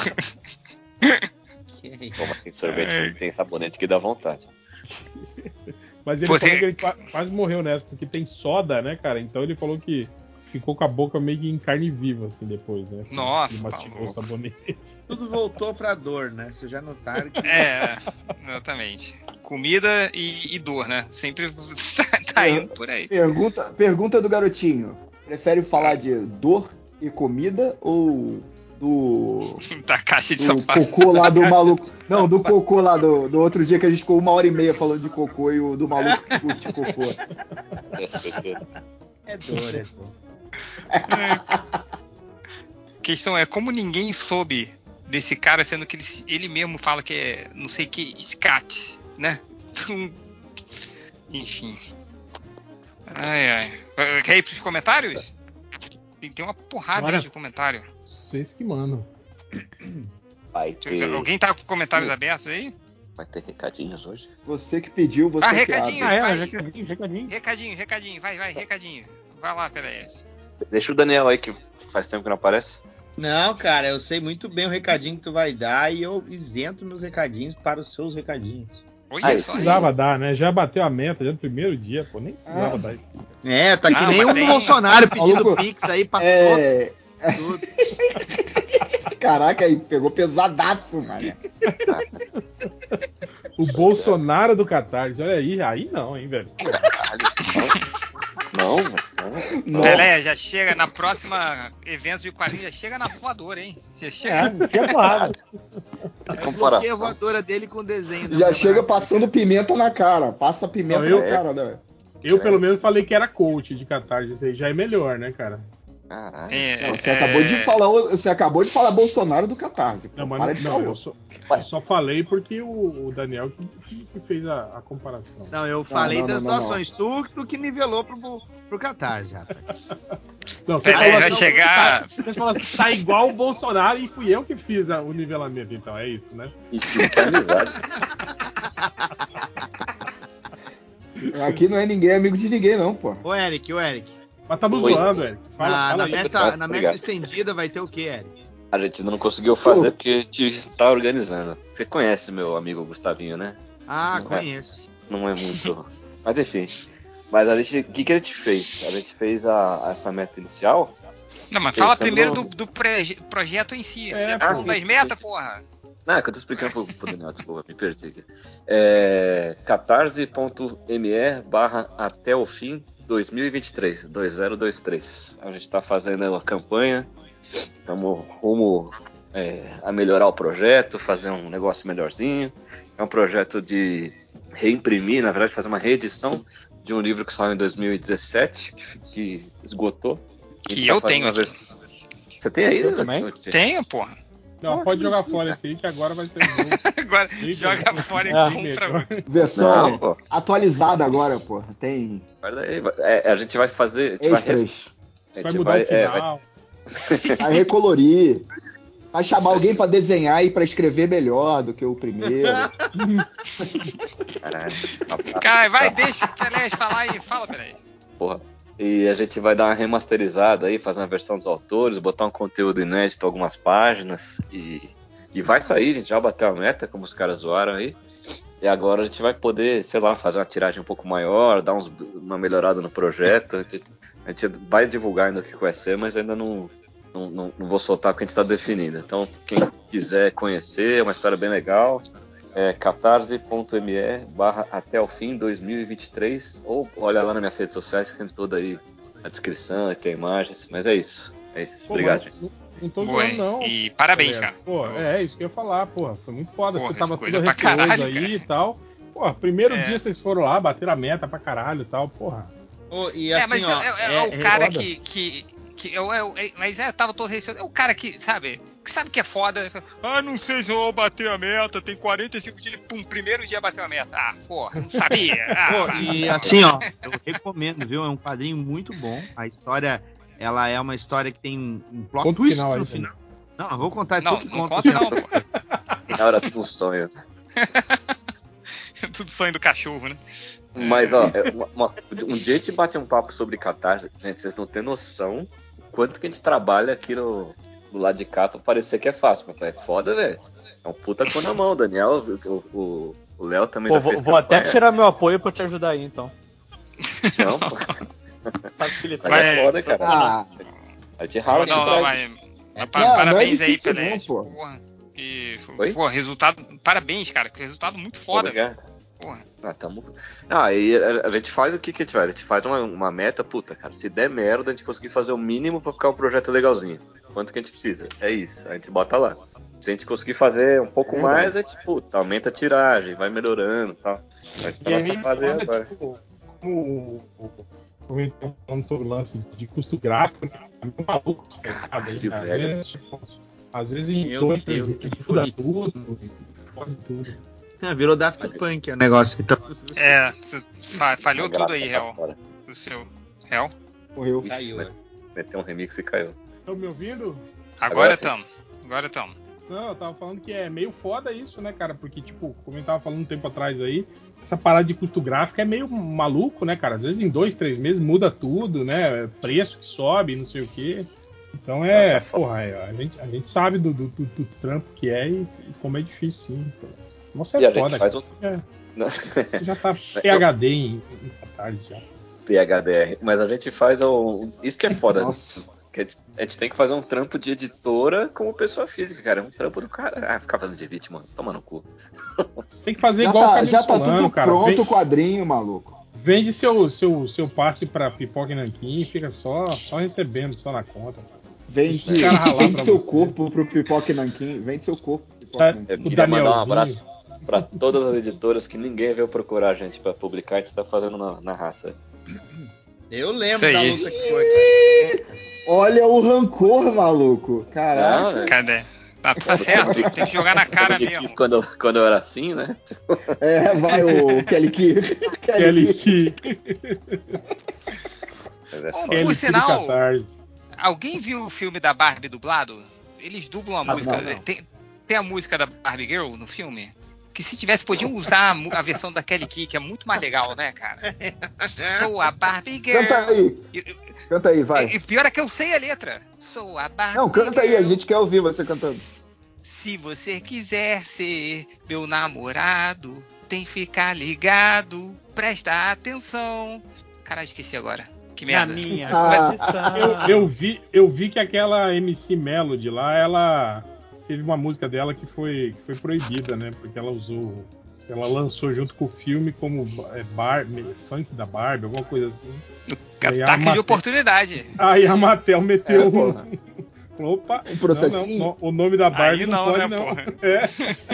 Pô, mas tem sorvete, É. que tem sabonete que dá vontade. Mas ele Pô, falou tem- que ele qua- quase morreu nessa, porque tem soda, né, cara? Então ele falou que ficou com a boca meio que em carne viva, assim, depois, né? Nossa, Ele tá mastigou o louco. sabonete. Tudo voltou pra dor, né? Vocês já notaram que. É, exatamente. Comida e, e dor, né? Sempre tá, tá indo por aí. pergunta, pergunta do garotinho. Prefere falar de dor e comida ou do. Da caixa de do sapato. cocô lá do maluco. Não, do cocô lá do, do outro dia que a gente ficou uma hora e meia falando de cocô e o do maluco que curte cocô. É dor, é dor. A questão é como ninguém soube desse cara, sendo que ele, ele mesmo fala que é não sei que scat, né? Enfim. Ai, ai. Quer ir pros comentários? Tem, tem uma porrada Bora. aí de comentário. Vocês que mandam. Vai ter, Alguém tá com comentários abertos aí? vai ter recadinhos hoje? Você que pediu, você Ah, que recadinho, abre. vai. recadinho, recadinho. Recadinho, recadinho, vai, vai, recadinho. Vai lá, peraí. Deixa o Daniel aí, que faz tempo que não aparece. Não, cara, eu sei muito bem o recadinho que tu vai dar e eu isento meus recadinhos para os seus recadinhos. Olha Nem só, precisava hein? dar, né? Já bateu a meta, já no primeiro dia, pô. Nem precisava Ah. dar isso. É, tá que Ah, nem mas o tem- Bolsonaro pedindo Maluco, Pix aí, passou É. tudo. Caraca, aí pegou pesadaço, mano. O Bolsonaro do Catarse, olha aí, aí não, hein, velho. Não, não, não. Pelé, já chega na próxima evento de quadrinhos, já chega na voadora, hein? Já chega. É, tinha porrada. Que Bloqueia a comparação. voadora dele com o desenho. né, Já meu chega camarada? passando pimenta na cara. Passa pimenta Não, eu- na cara, né? Eu, pelo menos, falei que era coach de Catarse. Isso aí já é melhor, né, cara? Caralho. É, Não, você, é, acabou de falar, você acabou de falar Bolsonaro do Catarse. Pô. Não, mas Para não, de não, falar. eu, só, eu só falei porque o, o Daniel que, que- que fez a, a comparação. Não, eu falei não, das não, não, situações. Tu, tu que nivelou pro, pro Catarse, rapaz. Não, você Pelé falou vai assim, chegar. Tá, você falou assim, tá igual o Bolsonaro e fui eu que fiz a- o nivelamento, então, é isso, né? Isso, que amizade. Aqui não é ninguém amigo de ninguém, não, pô. Ô, Eric, ô, Eric. Mas tamo Oi. zoando, velho. Fala, na, fala na, aí. meta, na meta Obrigado. estendida vai ter o quê, Eric? A gente ainda não conseguiu fazer porque a gente tá organizando. Você conhece meu amigo Gustavinho, né? Ah, Não é. conheço. Não é muito. Mas enfim. Mas a gente. O que, que a gente fez? A gente fez a, essa meta inicial. Não, mas fala Pensando primeiro no- do, do pre- projeto em si. É, Você pô. tá falando das metas, porra? Não, é que eu tô explicando pro, pro Daniel, desculpa, me perdi aqui. É catarse.me barra até o fim dois mil e vinte e três, dois mil e vinte e três. A gente tá fazendo a campanha, estamos rumo é, a melhorar o projeto, fazer um negócio melhorzinho. É um projeto de reimprimir, na verdade, fazer uma reedição de um livro que saiu em dois mil e dezessete, que, que esgotou. A gente Que tá eu fazendo tenho uma aqui. versão- Você tem aí? Eu também. Tenho, porra. Não, pode jogar fora esse aí, que agora vai ser novo. Agora Bem joga melhor. fora e Bem compra melhor. outro. Versão Não, pô. atualizada agora, pô. Tem Guarda aí, vai- é, a gente vai fazer. A gente vai, re- extras. a gente Vai mudar vai- o é, vai- final. Vai recolorir. Vai chamar alguém pra desenhar e pra escrever melhor do que o primeiro. Caralho. Cara, vai, deixa o Pelé falar aí. Fala, Pelé. Porra. E a gente vai dar uma remasterizada aí, fazer uma versão dos autores, botar um conteúdo inédito em algumas páginas. E, e vai sair, a gente já bateu a meta, como os caras zoaram aí. E agora a gente vai poder, sei lá, fazer uma tiragem um pouco maior, dar uns, uma melhorada no projeto. A gente, a gente vai divulgar ainda o que vai ser, mas ainda não, não, não, não vou soltar porque a gente está definindo. Então, quem quiser conhecer, é uma história bem legal. É catarse.me barra até o fim dois mil e vinte e três, ou olha lá nas minhas redes sociais que tem toda aí a descrição e tem imagens, mas é isso, é isso, Pô, obrigado. mas Não, não tô Boa, zoando, não. e parabéns, galera. cara. Pô, é, é isso que eu ia falar, porra. Foi muito foda. Porra, Você tava coisa tudo pra receoso caralho, aí cara. e tal. Porra, primeiro É. dia vocês foram lá, bateram a meta pra caralho e tal, porra. Ô, e É, assim, mas ó, é, é- é é- o é cara foda. que. que, que eu, eu, eu- mas é, tava todo receoso. É o cara que, sabe, que sabe que é foda. Ah, não sei se eu vou bater a meta, tem quarenta e cinco dias. Pum, primeiro dia bateu a meta. Ah, porra, não sabia. Ah, Pô, vai. e assim, ó, eu recomendo, viu? É um quadrinho muito bom. A história, ela é uma história que tem um um plot Conta o twist final aí, no Felipe. final. Não, eu vou contar Não, tudo que não conta. conta não, pô. Na hora tudo um sonho. Tudo sonho do cachorro, né? Mas ó, é uma- uma- um dia a gente bate um papo sobre Catarse, gente, vocês não têm noção o quanto que a gente trabalha aqui no, do lado de cá pra parecer que é fácil, mas é foda, velho. É um puta com na mão, o Daniel, o- o o Léo também Pô, já vou, fez vou até campanha. tirar meu apoio pra te ajudar aí, então. Não, pô, Facilitar. mas é Vai. foda, cara. Ah, A gente rala Não, não, pra- mas, mas pa- Não, não é parabéns aí, difícil Pelé. não, pô. Porra. E, Oi? pô, resultado. Parabéns, cara. Que resultado muito foda, velho. Obrigado. Porra. Ah, tamo... ah, aí a, a gente faz o que que a gente faz? A gente faz uma, uma meta, puta, cara, se der merda, a gente conseguir fazer o mínimo pra ficar um projeto legalzinho. Quanto que a gente precisa? É isso, a gente bota lá. Se a gente conseguir fazer um pouco É mais, a gente, puta, aumenta a tiragem, vai melhorando e tal. A gente tá E nessa aí, fase aí quando, agora. tipo, o, o, falando sobre o lance de custo gráfico, né? É muito maluco. Caralho, né? Às velho. vezes, tipo, às vezes em Meu dois, três Deus, meses que muda foi. tudo, pode tudo. Ah, virou Daft Punk o negócio. Então... É, fa- falhou Uma tudo aí, grata Real. fora. Do seu. Real? Morreu. Ixi, Caiu, met- né? meteu um remix e caiu. Estão me ouvindo? Agora Agora sim. tamo. Agora tamo. Não, eu tava falando que é meio foda isso, né, cara? Porque, tipo, como eu tava falando um tempo atrás aí, essa parada de custo gráfico é meio maluco, né, cara? Às vezes em dois, três meses muda tudo, né? Preço que sobe, não sei o quê. Então é, Ah, tá foda. porra, é, a gente, a gente sabe do, do, do- do trampo que é e, e como é difícil, sim. Então. Nossa, E a é gente foda, faz cara. um- É, Não. você já tá P H D em, em catarse já. P H D R. Mas a gente faz o. Isso que é foda. Nossa. Que a, gente, a gente tem que fazer um trampo de editora como pessoa física, cara. É um trampo do cara. Ah, ficar fazendo de vítima, mano. Toma no cu. Tem que fazer Já igual o tá, Camilo já tá Solano, tudo cara. pronto Vem- o quadrinho, maluco. Vende seu, seu, seu passe pra Pipoca e Nanquim e fica só, só recebendo, só na conta. Cara. Vende, Deixa o cara ralar vende pra seu você. corpo pro Pipoca e Nanquim. Vende seu corpo pro Pipoca É, e Nanquim. Eu o queria mandar um Danielzinho. abraço pra todas as editoras que ninguém veio procurar a gente pra publicar. A gente tá fazendo na, na raça. Eu lembro Isso da aí. luta que foi, cara. Olha o rancor, maluco. Caraca. Não, velho. Cadê? Ah, tá certo, tem que jogar na cara Você me mesmo. quis quando, eu- quando eu era assim, né? Tipo, É, vai o Kelly Key. Kelly Key. mas é Ô, foda. Kelly Por Key sinal, do Catarse. Alguém viu o filme da Barbie dublado? Eles dublam a Não, música. não, não. Tem, tem a música da Barbie Girl no filme? Que se tivesse, podiam usar a, mu- a versão da Kelly Key, que é muito mais legal, né, cara? Sou a Barbie Girl. Canta aí. E, Canta aí, vai. e pior é que eu sei a letra. Sou a Barbie Não, canta aí, Girl. a gente quer ouvir você cantando. Se você quiser ser meu namorado, tem que ficar ligado, presta atenção. Caralho, esqueci agora. Que Na merda. minha Ah. condição. Eu, eu, vi, eu vi que aquela M C Melody lá, ela teve uma música dela que foi, que foi proibida, né? Porque ela usou. Ela lançou junto com o filme como é, bar, funk da Barbie, alguma coisa assim. Aí a Ataque de Mattel- oportunidade. Aí a Mattel meteu É, um. porra. Opa, Um processinho? não, não, o nome da Barbie Aí não, não, pode, né, não. porra? É.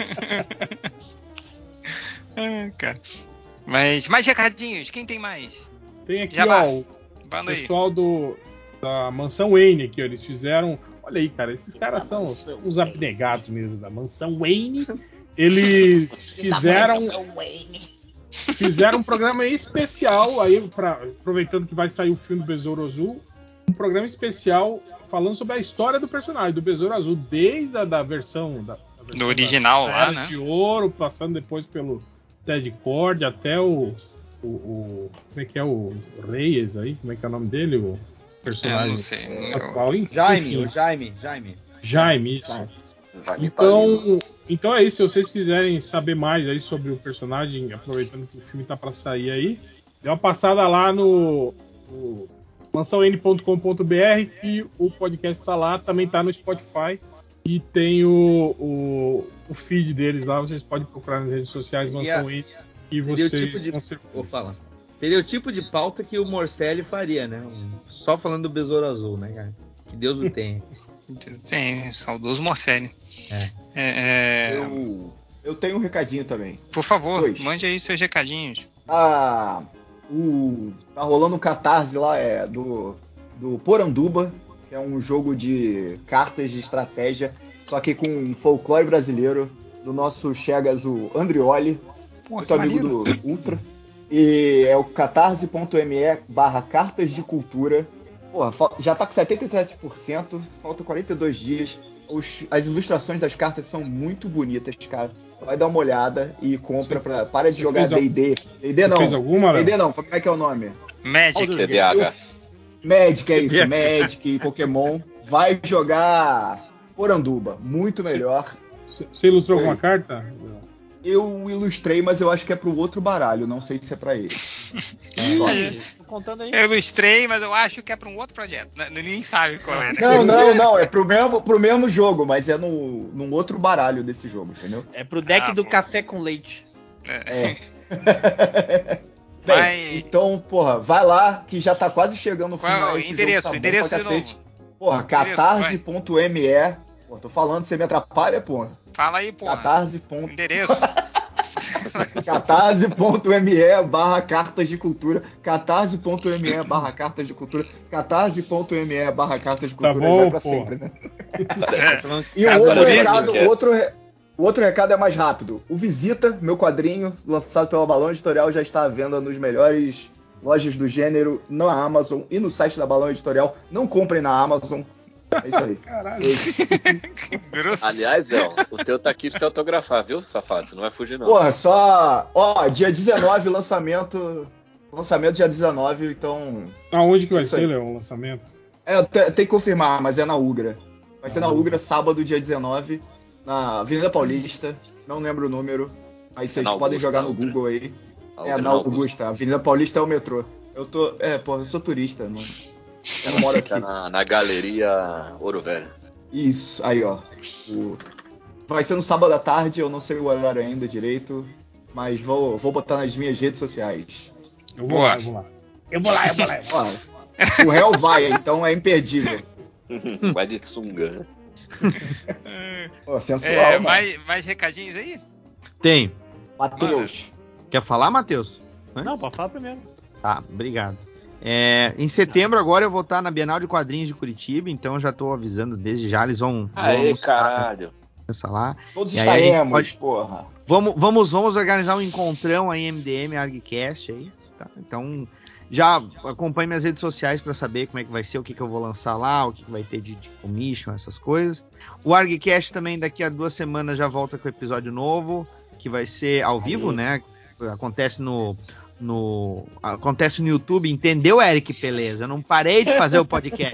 Ah, cara. Mas mais recadinhos, quem tem mais? Tem aqui, Jabá. ó, o Banda aí. pessoal do, da Mansão Wayne aqui, ó, eles fizeram. Olha aí, cara, esses caras são uns abnegados mesmo da Mansão Wayne. Eles fizeram fizeram um programa especial aí, pra, aproveitando que vai sair o filme do Besouro Azul, um programa especial falando sobre a história do personagem do Besouro Azul, desde a da versão da, da versão Do original da, da lá, Era né? de Ouro, passando depois pelo Ted Cord até o, o, o como é que é o Reyes aí, como é que é o nome dele, o Eu personagem não sei. atual, enfim, Jaime, o Jaime, Jaime. Jaime, isso. Vai me parir. Então, então é isso. Se vocês quiserem saber mais aí sobre o personagem, aproveitando que o filme tá pra sair aí, dê uma passada lá no, no mansão n ponto com ponto b r, que o podcast tá lá, também tá no Spotify e tem o, o, o feed deles lá. Vocês podem procurar nas redes sociais Mansão N e Seria o vocês tipo de. vão ser- Vou falar. Seria o tipo de pauta que o Morcelli faria, né? Um- Só falando do Besouro Azul, né, cara? Que Deus o tenha. Tem, saudoso Morcelli. É. É, é, Eu, eu tenho um recadinho também. Por favor, Dois. mande aí seus recadinhos. Ah, o, tá rolando um catarse lá, é do, do Poranduba, que é um jogo de cartas de estratégia, só que com um folclore brasileiro, do nosso Chegas, o Andrioli, Pô, muito que amigo maneiro. do Ultra. E é o catarse.me barra cartas de cultura. Porra, fal- já tá com setenta e sete por cento, faltam quarenta e dois dias. Os- as ilustrações das cartas são muito bonitas, cara. Vai dar uma olhada e compra pra. Para de você jogar fez al- D e D. D e D Você não. fez alguma, Léo? D e D não, como é que é o nome? Magic. T D A H. Magic, é isso, Magic e Pokémon. Vai jogar Poranduba, muito melhor. Você ilustrou Oi. alguma carta? Eu ilustrei, mas eu acho que é pro outro baralho, não sei se é pra ele. Ih, Tô contando aí. Eu ilustrei, mas eu acho que é pra um outro projeto. N- Ninguém sabe qual é. né? Não, não, não, é pro mesmo, pro mesmo jogo, mas é no, num outro baralho desse jogo, entendeu? É pro deck Ah, do bom. café com leite. É. Bem, Vai- então, porra, vai lá que já tá quase chegando no Qual final. é o esse endereço? jogo tá bom Endereço pra de cacete. novo. Porra, Endereço, catarse ponto me. Pô, tô falando, você me atrapalha, porra. Fala aí, porra. Catarse. Endereço. catarse.me barra cartas de cultura. catarse.me barra cartas de cultura. catarse.me barra cartas de Tá cultura. bom, Vai pra pô. sempre, né? É. E o Caso outro desse, recado, esquece. outro, re- o outro recado é mais rápido. O Visita, meu quadrinho, lançado pela Balão Editorial, já está à venda nos melhores lojas do gênero, na Amazon e no site da Balão Editorial. Não comprem na Amazon. É isso aí. Caralho. É isso. Aliás, Léo, o teu tá aqui pra você autografar, viu, safado? Você não vai fugir, não. Porra, só. Ó, dia dezenove, lançamento. Lançamento dia dezenove, então. Aonde que vai Isso ser, aí. Léo, o lançamento? É, te- tem que confirmar, mas é na Ugra. Vai ser Na na Ugra. Ugra, sábado, dia dezenove, na Avenida Paulista. Não lembro o número, mas vocês na podem Augusta, jogar na no Ugra. Google aí. A É, Ugra na na Augusta. Augusta. Avenida Paulista é o metrô. Eu tô. É, pô, eu sou turista, não. Eu não moro aqui. Tá na, na galeria Ouro Velho. Isso, aí ó. O- Vai ser no sábado à tarde, eu não sei o horário ainda direito, mas vou, vou botar nas minhas redes sociais. Eu vou Boa. lá, eu vou lá. Eu vou lá, eu vou lá. Ó, o réu vai, então é imperdível. Vai de sunga, né? Pô, sensual, É, mano. mais, mais recadinhos aí? Tem. Matheus. Quer falar, Matheus? Não, pode falar primeiro. Tá, obrigado. É, em setembro agora eu vou estar na Bienal de Quadrinhos de Curitiba, então já tô avisando desde já, eles vão, vão Aê, anunciar, caralho. anunciar lá. Todos E aí a gente estaremos, pode- porra. Vamos, vamos, vamos organizar um encontrão aí, M D M, ArgCast aí, tá? Então, já acompanhe minhas redes sociais para saber como é que vai ser, o que, que eu vou lançar lá, o que, que vai ter de, de commission, essas coisas. O ArgCast também daqui a duas semanas já volta com episódio novo, que vai ser ao vivo, né? Acontece no, no acontece no YouTube, entendeu, Eric Peleza? Eu não parei de fazer o podcast.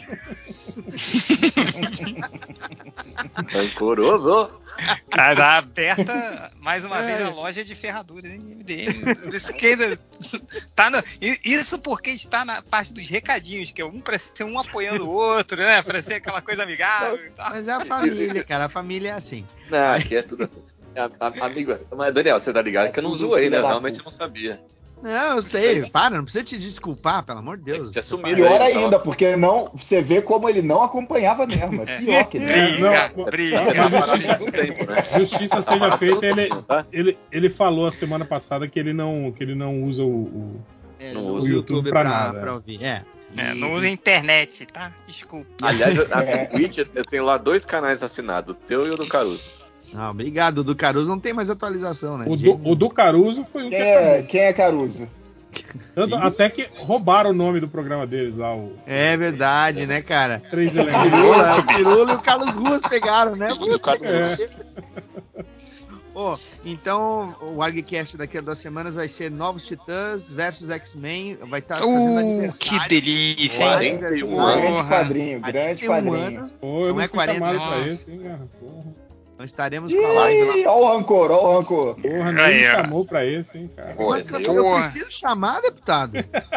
Rancoroso. Tá aberta mais uma vez a loja de ferraduras, hein, M D M. Isso, que ainda tá no- isso porque está na parte dos recadinhos, que é um para ser um apoiando o outro, né? Para ser aquela coisa amigável e tal. Mas é a família, cara, a família é assim. Não, aqui é tudo assim. A- a- Amigo, mas Daniel, você tá ligado que eu não tudo zoei, né? filha Eu da realmente puta. não sabia. Não, eu sei, para, não precisa te desculpar, pelo amor de Deus. Tinha sumido Pior aí, ainda, porque não, você vê como ele não acompanhava mesmo. É pior que ele. Briga, não, briga. Você tá parado há muito tempo, né? Justiça seja feita, ele, Tá? ele, ele falou a semana passada que ele não, que ele não usa o, o- É, Não no usa o YouTube pra pra, nada. pra ouvir. É. É, E- não usa internet, tá? Desculpa. Aliás, a a Twitch, eu tenho lá dois canais assinados, o teu e o do Caruso. Ah, obrigado. O do Caruso não tem mais atualização, né? o, De do, jeito o do Caruso foi o que Quem é, acabou. quem é Caruso? Tanto- até que roubaram o nome do programa deles lá, o É verdade, né, cara? Três Pirula, Elementos. o Pirula e o Carlos Ruas pegaram, né? Do Caruso. É. Ô, então, o ArgCast daqui a duas semanas vai ser Novos Titãs versus X-Men. Vai estar fazendo Uh, aniversário. que delícia, hein? quarenta e um Porra. anos. Grande quadrinho, grande quarenta e um quadrinho. anos. Pô, eu Não não é fui quarenta. chamado pra Nossa. esse, hein, cara? Porra, Então estaremos com a live lá. Ih, ó o rancor, ó o rancor. porra nem Aí, me ó. chamou pra esse, hein, cara. Pô, Mas esse aí eu, eu... eu preciso chamar, deputado.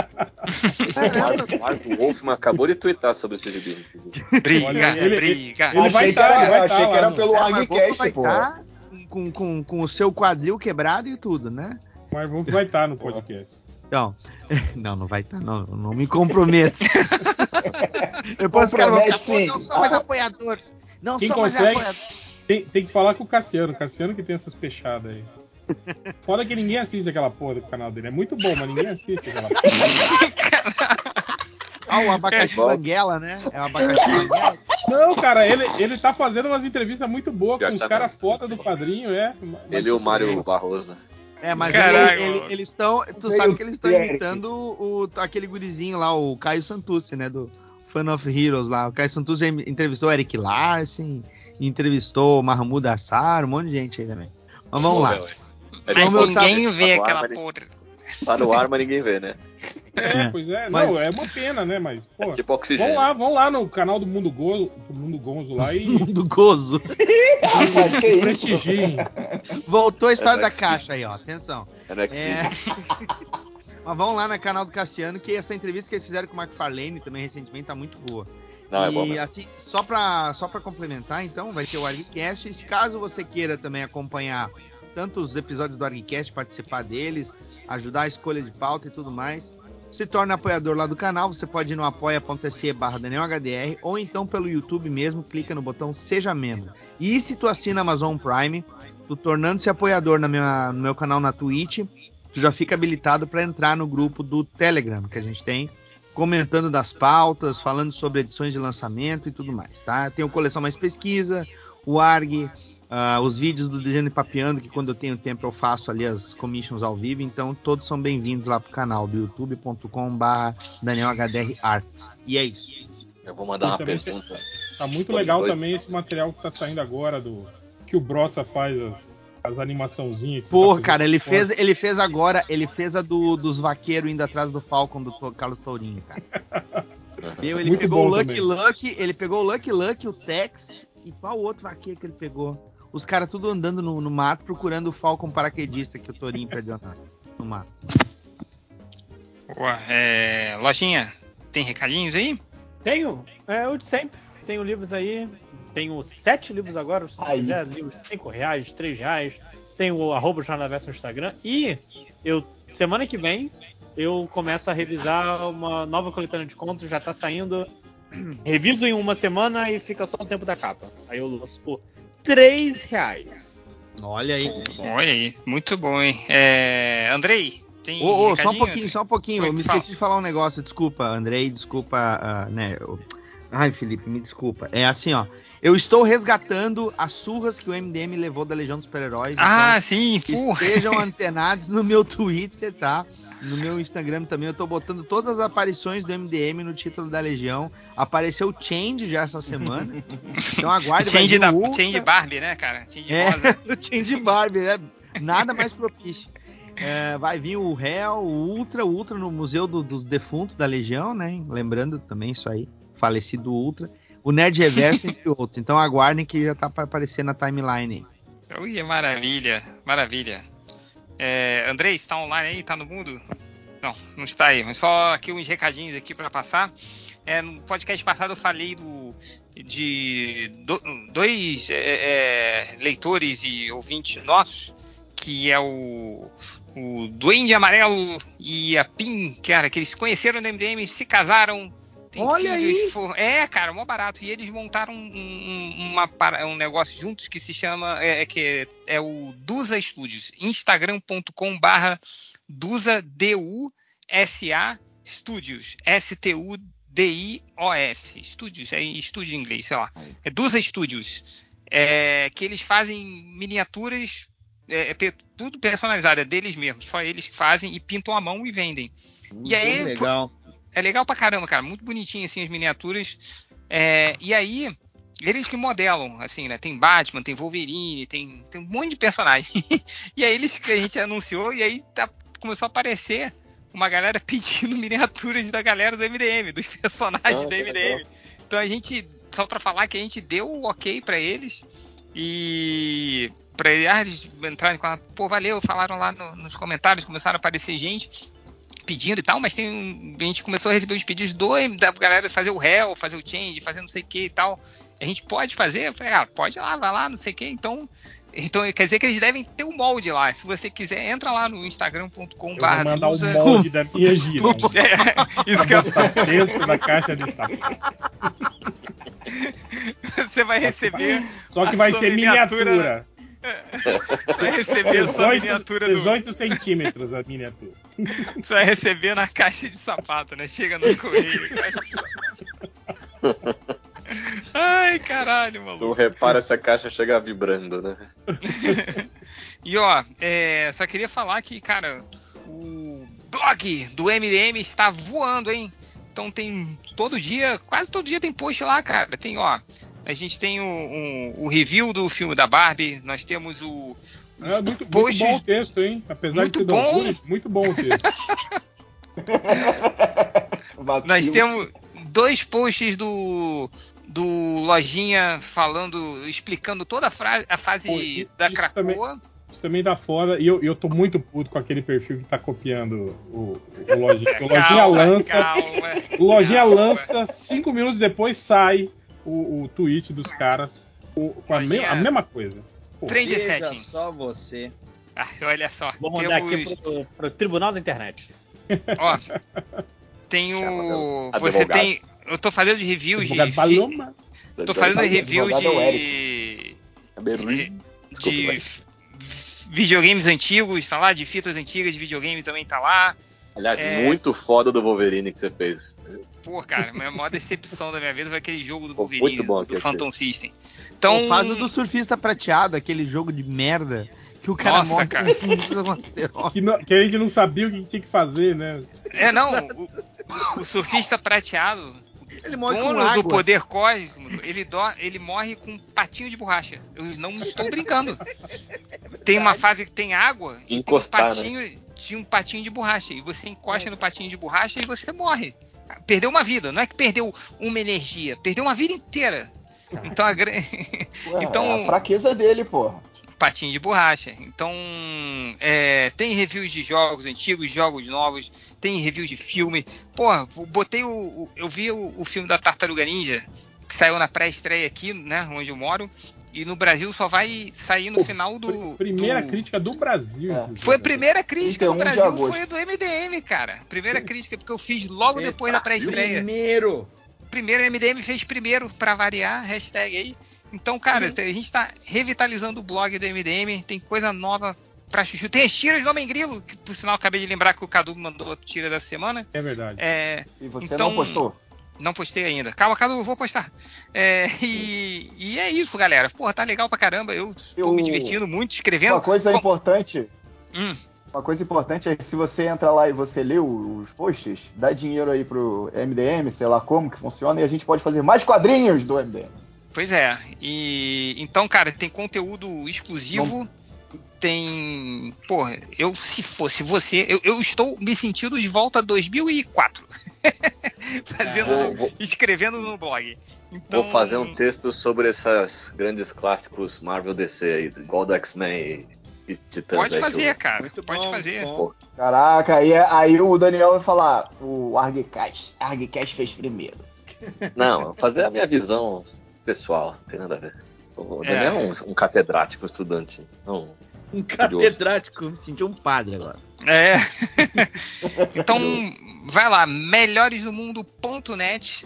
O Marco Wolfman acabou de twittar sobre esse gibi. Briga, Olha, ele- briga. ele vai achei que tá, era, ele vai achei tá que era lá, pelo É, mas Wolf ArgCast, vai pô. estar com, com, com o seu quadril quebrado e tudo, né? Mas vamos- vai estar no podcast. Então, não, não vai estar, não, não me comprometo. Depois os caras vão ficar, Compromete, pô, sim. não sou mais apoiador. Não Quem sou mais consegue- apoiador. Tem, tem que falar com o Cassiano. Cassiano que tem essas fechadas aí. Foda que ninguém assiste aquela porra do canal dele. É muito bom, mas ninguém assiste aquela porra. Ah, o abacaxi banguela, né? É o abacaxi banguela. Não, cara, ele, ele tá fazendo umas entrevistas muito boas Pior com que os tá caras mesmo. foda do quadrinho, é. Ele e o Mário Barroso. É, mas Caraca, ele- ele- mano. eles estão. Tu Veio sabe que eles estão Eric. imitando o, aquele gurizinho lá, o Caio Santucci, né? Do Fan of Heroes lá. O Caio Santucci já entrevistou o Eric Larsen, entrevistou o Mahmoud Assar, um monte de gente aí também. Mas vamos lá. É Mas Como eu ninguém tava- vê tá no aquela ar, mas- porra. Tá no ar, mas ninguém vê, né? É, pois é. Mas- Não, é uma pena, né? Mas, pô. É tipo oxigênio. Vão lá, vão lá no canal do Mundo Gozo, do Mundo Gonzo lá e Do gozo. Rapaz, que isso? prestigiem. Voltou a história É no da X-Men. caixa aí, ó. Atenção. É no X-Men. É... Mas vamos lá no canal do Cassiano, que essa entrevista que eles fizeram com o McFarlane também recentemente tá muito boa. Não, é e bom mesmo. assim, só pra, só pra complementar, então, vai ter o ArgCast. E caso você queira também acompanhar tanto os episódios do ArgCast, participar deles, ajudar a escolha de pauta e tudo mais, se torne apoiador lá do canal. Você pode ir no apoia.se barra Daniel H D R ou então pelo YouTube mesmo, clica no botão Seja Membro. E se tu assina Amazon Prime, tu tornando-se apoiador na minha, no meu canal na Twitch, tu já fica habilitado para entrar no grupo do Telegram que a gente tem, comentando das pautas, falando sobre edições de lançamento e tudo mais, tá? Tem o Coleção Mais Pesquisa, o ARG, uh, os vídeos do Desenho e Papeando, que quando eu tenho tempo eu faço ali as commissions ao vivo, então todos são bem-vindos lá pro canal do youtube ponto com barra Daniel H D R Art. E é isso. Eu vou mandar E uma também pergunta. Tá muito legal também esse material que tá saindo agora, do que o Brossa faz as, as animaçãozinhas. Pô, tá cara, ele fora. fez, ele fez agora, ele fez a do, dos vaqueiros indo atrás do Falcon do to- Carlos Tourinho, cara. Meu, ele Muito pegou bom o Lucky também. Lucky, ele pegou o Lucky Lucky, o Tex e qual outro vaqueiro que ele pegou? Os caras tudo andando no, no mato procurando o Falcon paraquedista que o Tourinho perdeu na, no mato. Boa, é, Lojinha, tem recadinhos aí? Tenho, é o de sempre. Tenho livros aí. Tenho sete livros agora, se você Aí. quiser. Livros de cinco reais, três reais. Tenho o arroba Jornalverso no Instagram. E eu, semana que vem, eu começo a revisar uma nova coletânea de contos. Já tá saindo. Reviso em uma semana e fica só o tempo da capa. Aí eu lanço por três reais. Olha aí. Olha aí, muito bom, hein? É, Andrei, tem Ô, ô, só um recadinho, pouquinho, Andrei? só um pouquinho. Oi, Eu me fala. esqueci de falar um negócio. Desculpa, Andrei, desculpa, ah, né? eu- Ai, Felipe, me desculpa. É assim, ó. Eu estou resgatando as surras que o M D M levou da Legião dos Super-Heróis. Ah, então, sim, porra. estejam antenados no meu Twitter, tá? No meu Instagram também. Eu tô botando todas as aparições do M D M no título da Legião. Apareceu o Change já essa semana. Então aguarde. vai Change, vir da, o Ultra. Change Barbie, né, cara? Change É, rosa. o Change Barbie, né? Nada mais propício. É, vai vir o Hell, o Ultra, o Ultra no Museu do- dos Defuntos da Legião, né? Lembrando também isso aí, falecido Ultra. O Nerd Reverso, entre outros. Então aguardem que já tá para aparecer na timeline aí. Ui, maravilha, maravilha. É, Andrei, está online aí? Tá no mundo? Não, não está aí. Mas só aqui uns recadinhos aqui para passar. É, no podcast passado eu falei do, de do, dois é, é, leitores e ouvintes nossos, que é o, o Duende Amarelo e a Pin, cara, que eles se conheceram no M D M, se casaram. Tem Olha filhos, aí! for- É, cara, mó barato. E eles montaram um, um- uma para- um negócio juntos que se chama. É, é que é o Dusa Studios. instagram ponto com barra Dusa D U S A Studios. S T U D I O S. Studios, é estúdio em inglês, sei lá. É Dusa Studios. É, que eles fazem miniaturas. É, é pe- tudo personalizado, é deles mesmos. Só eles que fazem e pintam à mão e vendem. E aí, Muito legal. é legal pra caramba, cara. Muito bonitinho, assim, as miniaturas. É, e aí, eles que modelam, assim, né? Tem Batman, tem Wolverine, tem, tem um monte de personagem. E aí, eles que a gente anunciou, e aí tá- começou a aparecer uma galera pedindo miniaturas da galera do M D M, dos personagens Ah, do que M D M. legal. Então a gente, só pra falar que a gente deu o ok pra eles. E pra eles, ah, eles entrarem com a, pô, valeu, falaram lá no- nos comentários, começaram a aparecer gente pedindo e tal, mas tem um, a gente começou a receber os pedidos do, da galera fazer o Hell, fazer o Change, fazer não sei o que e tal. A gente pode fazer? Eu falei, ah, pode ir lá, vai lá, não sei o que. Então, então quer dizer que eles devem ter um molde lá. Se você quiser, entra lá no instagram ponto com Eu vou barra mandar o molde da minha gira. É, isso que eu... dentro da caixa de sapato. Você vai receber. Só que a vai sua ser miniatura. Vai receber a sua miniatura do. dezoito centímetros a miniatura. Você vai receber na caixa de sapato, né? Chega no correio. Caixa de sapato. Ai, caralho, maluco. Não repara se a caixa chega vibrando, né? E ó, é, só queria falar que, cara, o blog do M D M está voando, hein? Então tem todo dia, quase todo dia tem post lá, cara. Tem, ó, a gente tem o, o, o review do filme da Barbie, nós temos o. É muito, muito posts- bom o texto, hein? Apesar Muito de ser do bom. Antunes, muito bom o texto. Nós temos dois posts do, do Lojinha falando, explicando toda a, fra- a fase Pô, isso- da isso Krakoa. também- Isso também dá foda. E eu, eu tô muito puto com aquele perfil que tá copiando o, o Lojinha. O Lojinha Calma, lança. calma, o Lojinha calma. lança, cinco minutos depois sai o, o tweet dos caras com, com a, me- Lojinha- a mesma coisa. Trend Veja setting. só você. Ah, olha só. Vou mandar temos... aqui pro, pro Tribunal da Internet. Ó, tem o... Chama Você advogado. tem... Eu tô fazendo de reviews de... Advogado Paloma. Tô fazendo review Advogado é o de... É Berlim. Desculpa, de vai. f- videogames antigos, tá lá, de fitas antigas de videogame também tá lá. Aliás, É. muito foda do Wolverine que você fez. Pô, cara, a maior decepção da minha vida foi aquele jogo do Pô, Wolverine, muito bom do aquele Phantom filme. System. Então, Pô, faz o do surfista prateado, aquele jogo de merda que o cara Nossa, morre cara. com um asteroide. Que, não, que a gente não sabia o que tinha que fazer, né? é não, o, o surfista prateado, Ele morre com dono água. do poder cósmico, ele, do, ele morre com um patinho de borracha. Eu não estou brincando. Tem uma fase que tem água e Encostar, tem um patinho, tinha um patinho de borracha. E você encosta no patinho de borracha e você morre. Perdeu uma vida. Não é que perdeu uma energia, perdeu uma vida inteira. Então a gra- Ué, então é a fraqueza dele, porra. patinho de borracha. Então, é, tem reviews de jogos antigos, jogos novos, tem reviews de filme. Pô, botei o, o- eu vi o, o filme da Tartaruga Ninja, que saiu na pré-estreia aqui, né, onde eu moro, e no Brasil só vai sair no final do... Primeira do- crítica do Brasil. É. inclusive. Foi a primeira crítica do trinta e um de Brasil, agosto. foi do M D M, cara. Primeira crítica, porque eu fiz logo depois da pré-estreia. Primeiro. Primeiro, M D M fez primeiro, pra variar, hashtag aí. Então, cara, Uhum. a gente tá revitalizando o blog do M D M, tem coisa nova pra chuchu. Tem as tiras do Homem Grilo, que por sinal acabei de lembrar que o Cadu mandou a tira da semana. É verdade. É, E você então, não postou? Não postei ainda. Calma, Cadu, eu vou postar. É, e, e é isso, galera. Porra, tá legal pra caramba. Eu tô Eu- me divertindo muito escrevendo. Uma coisa Com- importante. Hum. Uma coisa importante é que se você entra lá e você lê o- os posts, dá dinheiro aí pro M D M, sei lá como que funciona, e a gente pode fazer mais quadrinhos do M D M. Pois é. E então, cara, tem conteúdo exclusivo. Tem. Porra, eu se fosse você, eu, eu estou me sentindo de volta a dois mil e quatro. Fazendo, Vou- vou- escrevendo no blog. Então, Vou fazer um texto sobre esses grandes clássicos Marvel D C aí, igual do X-Men e, e Titãs. Pode aí, fazer, que eu- cara. Muito Pode bom, fazer. muito bom. Caraca, aí, aí o Daniel vai falar, o Argcast, Argcast fez primeiro. Não, fazer a minha visão pessoal, não tem nada a ver. O É. Daniel é um, um catedrático estudante. Não, Um catedrático, me senti um padre agora. É. Então, vai lá, melhores do mundo ponto net.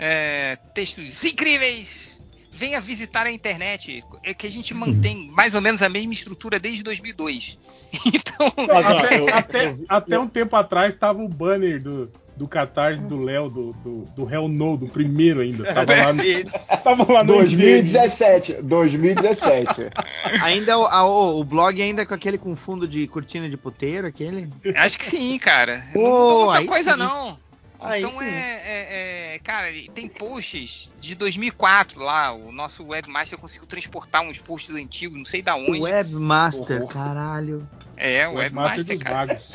É, textos incríveis. Venha visitar a internet. É que a gente mantém mais ou menos a mesma estrutura desde dois mil e dois. Então, Mas, ó, Até, eu- até- eu- até um tempo atrás tava o banner do, do Catarse do Léo, do, do, do Hell No, do primeiro ainda. Tava lá no, tava lá no dois mil e dezessete, dois mil e dezessete. Ainda o, a- o, o blog ainda com aquele com fundo de cortina de puteiro, aquele. acho que sim, cara. Pô, Não mudou muita aí coisa, sim. não. Aí Então sim. é, é- é- cara, tem posts de dois mil e quatro lá. O nosso webmaster conseguiu transportar uns posts antigos, não sei da onde. Webmaster, caralho. É, o Webmaster webmaster, dos cara. magos.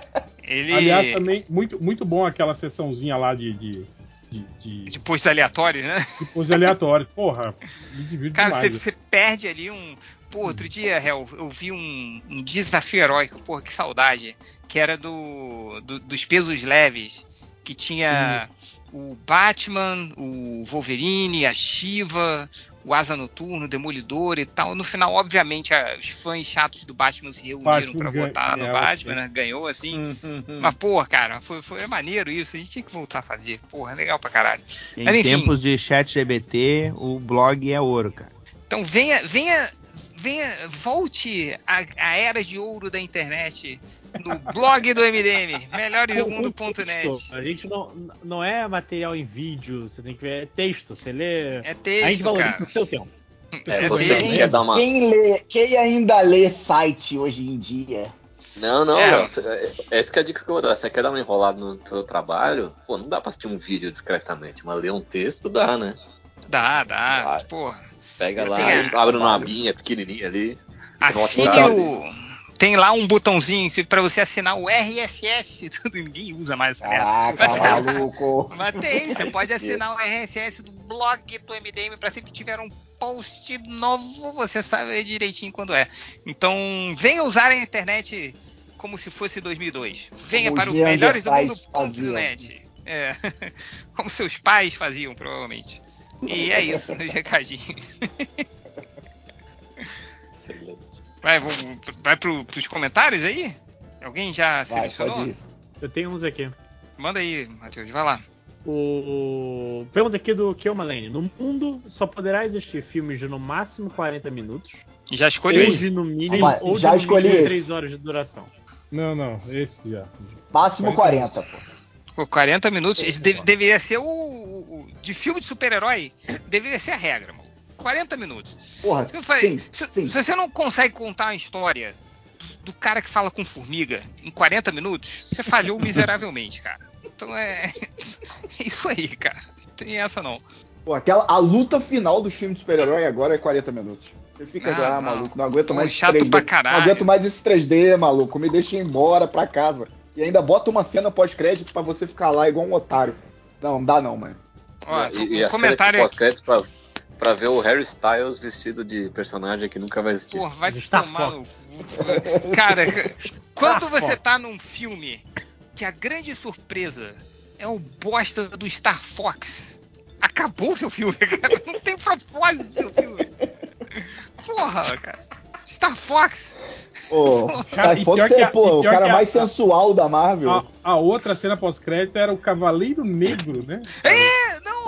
Ele Aliás, também, muito, muito bom aquela sessãozinha lá de, de, de, de, de posts aleatórios, né? de pose aleatórios. Porra, me divirto Cara, você, demais. você perde ali um. Pô, outro dia, Hel, eu vi um, um desafio heróico, porra, que saudade. Que era do, do- dos pesos leves. Que tinha o Batman, o Wolverine, a Shiva, o Asa Noturno, o Demolidor e tal. No final, obviamente, a- os fãs chatos do Batman se reuniram Batman pra ganha- votar no é, Batman, ok. né? Ganhou assim. Hum. Mas, porra, cara, foi, foi maneiro isso. A gente tinha que voltar a fazer. Porra, legal pra caralho. Em Mas, enfim. tempos de chat G B T, o blog é ouro, cara. Então venha, venha, venha, volte à, à era de ouro da internet no blog do M D M, melhores do mundo ponto net. A gente não, não é material em vídeo, você tem que ver, é texto, você lê. É texto, a gente valoriza cara. o seu tempo. É, É você bem- quer dar uma. Quem, lê, quem ainda lê site hoje em dia? Não, não, É. Léo, cê- é essa que é a dica que eu vou dar. Você quer dar uma enrolada no seu trabalho? Pô, não dá pra assistir um vídeo discretamente, mas ler um texto dá, né? Dá, dá, Ah, porra. Pega lá, Tem a- e abre numa abinha pequenininha ali. Assine WhatsApp. o... Tem lá um botãozinho que- pra você assinar o R S S. Tudo, ninguém usa mais essa merda. Caraca, maluco. Mas tem, você pode assinar o R S S do blog do M D M para sempre que tiver um post novo, você sabe direitinho quando é. Então, venha usar a internet como se fosse dois mil e dois. Venha Como para o os melhores do mundo neandertais faziam. net. É, como seus pais faziam, provavelmente. E é isso, meus recadinhos. Vai, vou, vai pro, pros comentários aí? Alguém já Vai, selecionou? pode ir. Eu tenho uns aqui. Manda aí, Matheus, vai lá. O... Pergunta aqui do Kilmalane. No mundo só poderá existir filmes de no máximo quarenta minutos. Já escolhi ou esse. de no mínimo, Vai, ou já de no escolhi mínimo esse. três horas de duração. Não, não, esse já. Máximo quarenta, pô. Pô, quarenta minutos. Esse de- deveria ser o, o- De filme de super-herói, deveria ser a regra, mano. quarenta minutos. Porra, Se, eu falei, se, se você não consegue contar a história do, do cara que fala com formiga em quarenta minutos, você falhou miseravelmente, cara. Então é. É isso aí, cara. Não tem essa não. Pô, aquela, a luta final dos filmes de super-herói agora é quarenta minutos. Você fica Não, já, ah, não. maluco, não aguento Pô, mais esse chato três D. pra caralho. Não aguento mais esse três D, maluco. Me deixa ir embora pra casa. E ainda bota uma cena pós-crédito pra você ficar lá igual um otário. Não, não dá não, mano. Ó, E, um e a comentário cena de pós-crédito pra, pra ver o Harry Styles vestido de personagem que nunca vai existir. Porra, vai Star tomar Fox. no cu. Cara, quando você tá num filme que a grande surpresa é o bosta do Star Fox, acabou o seu filme, cara. Não tem propósito o seu filme. Porra, cara. Star Fox. Pô, Cara, Star e Fox pior que é, a- pô, e o pior cara que a- mais sensual da Marvel. A, a outra cena pós-crédito era o Cavaleiro Negro, né? É, não.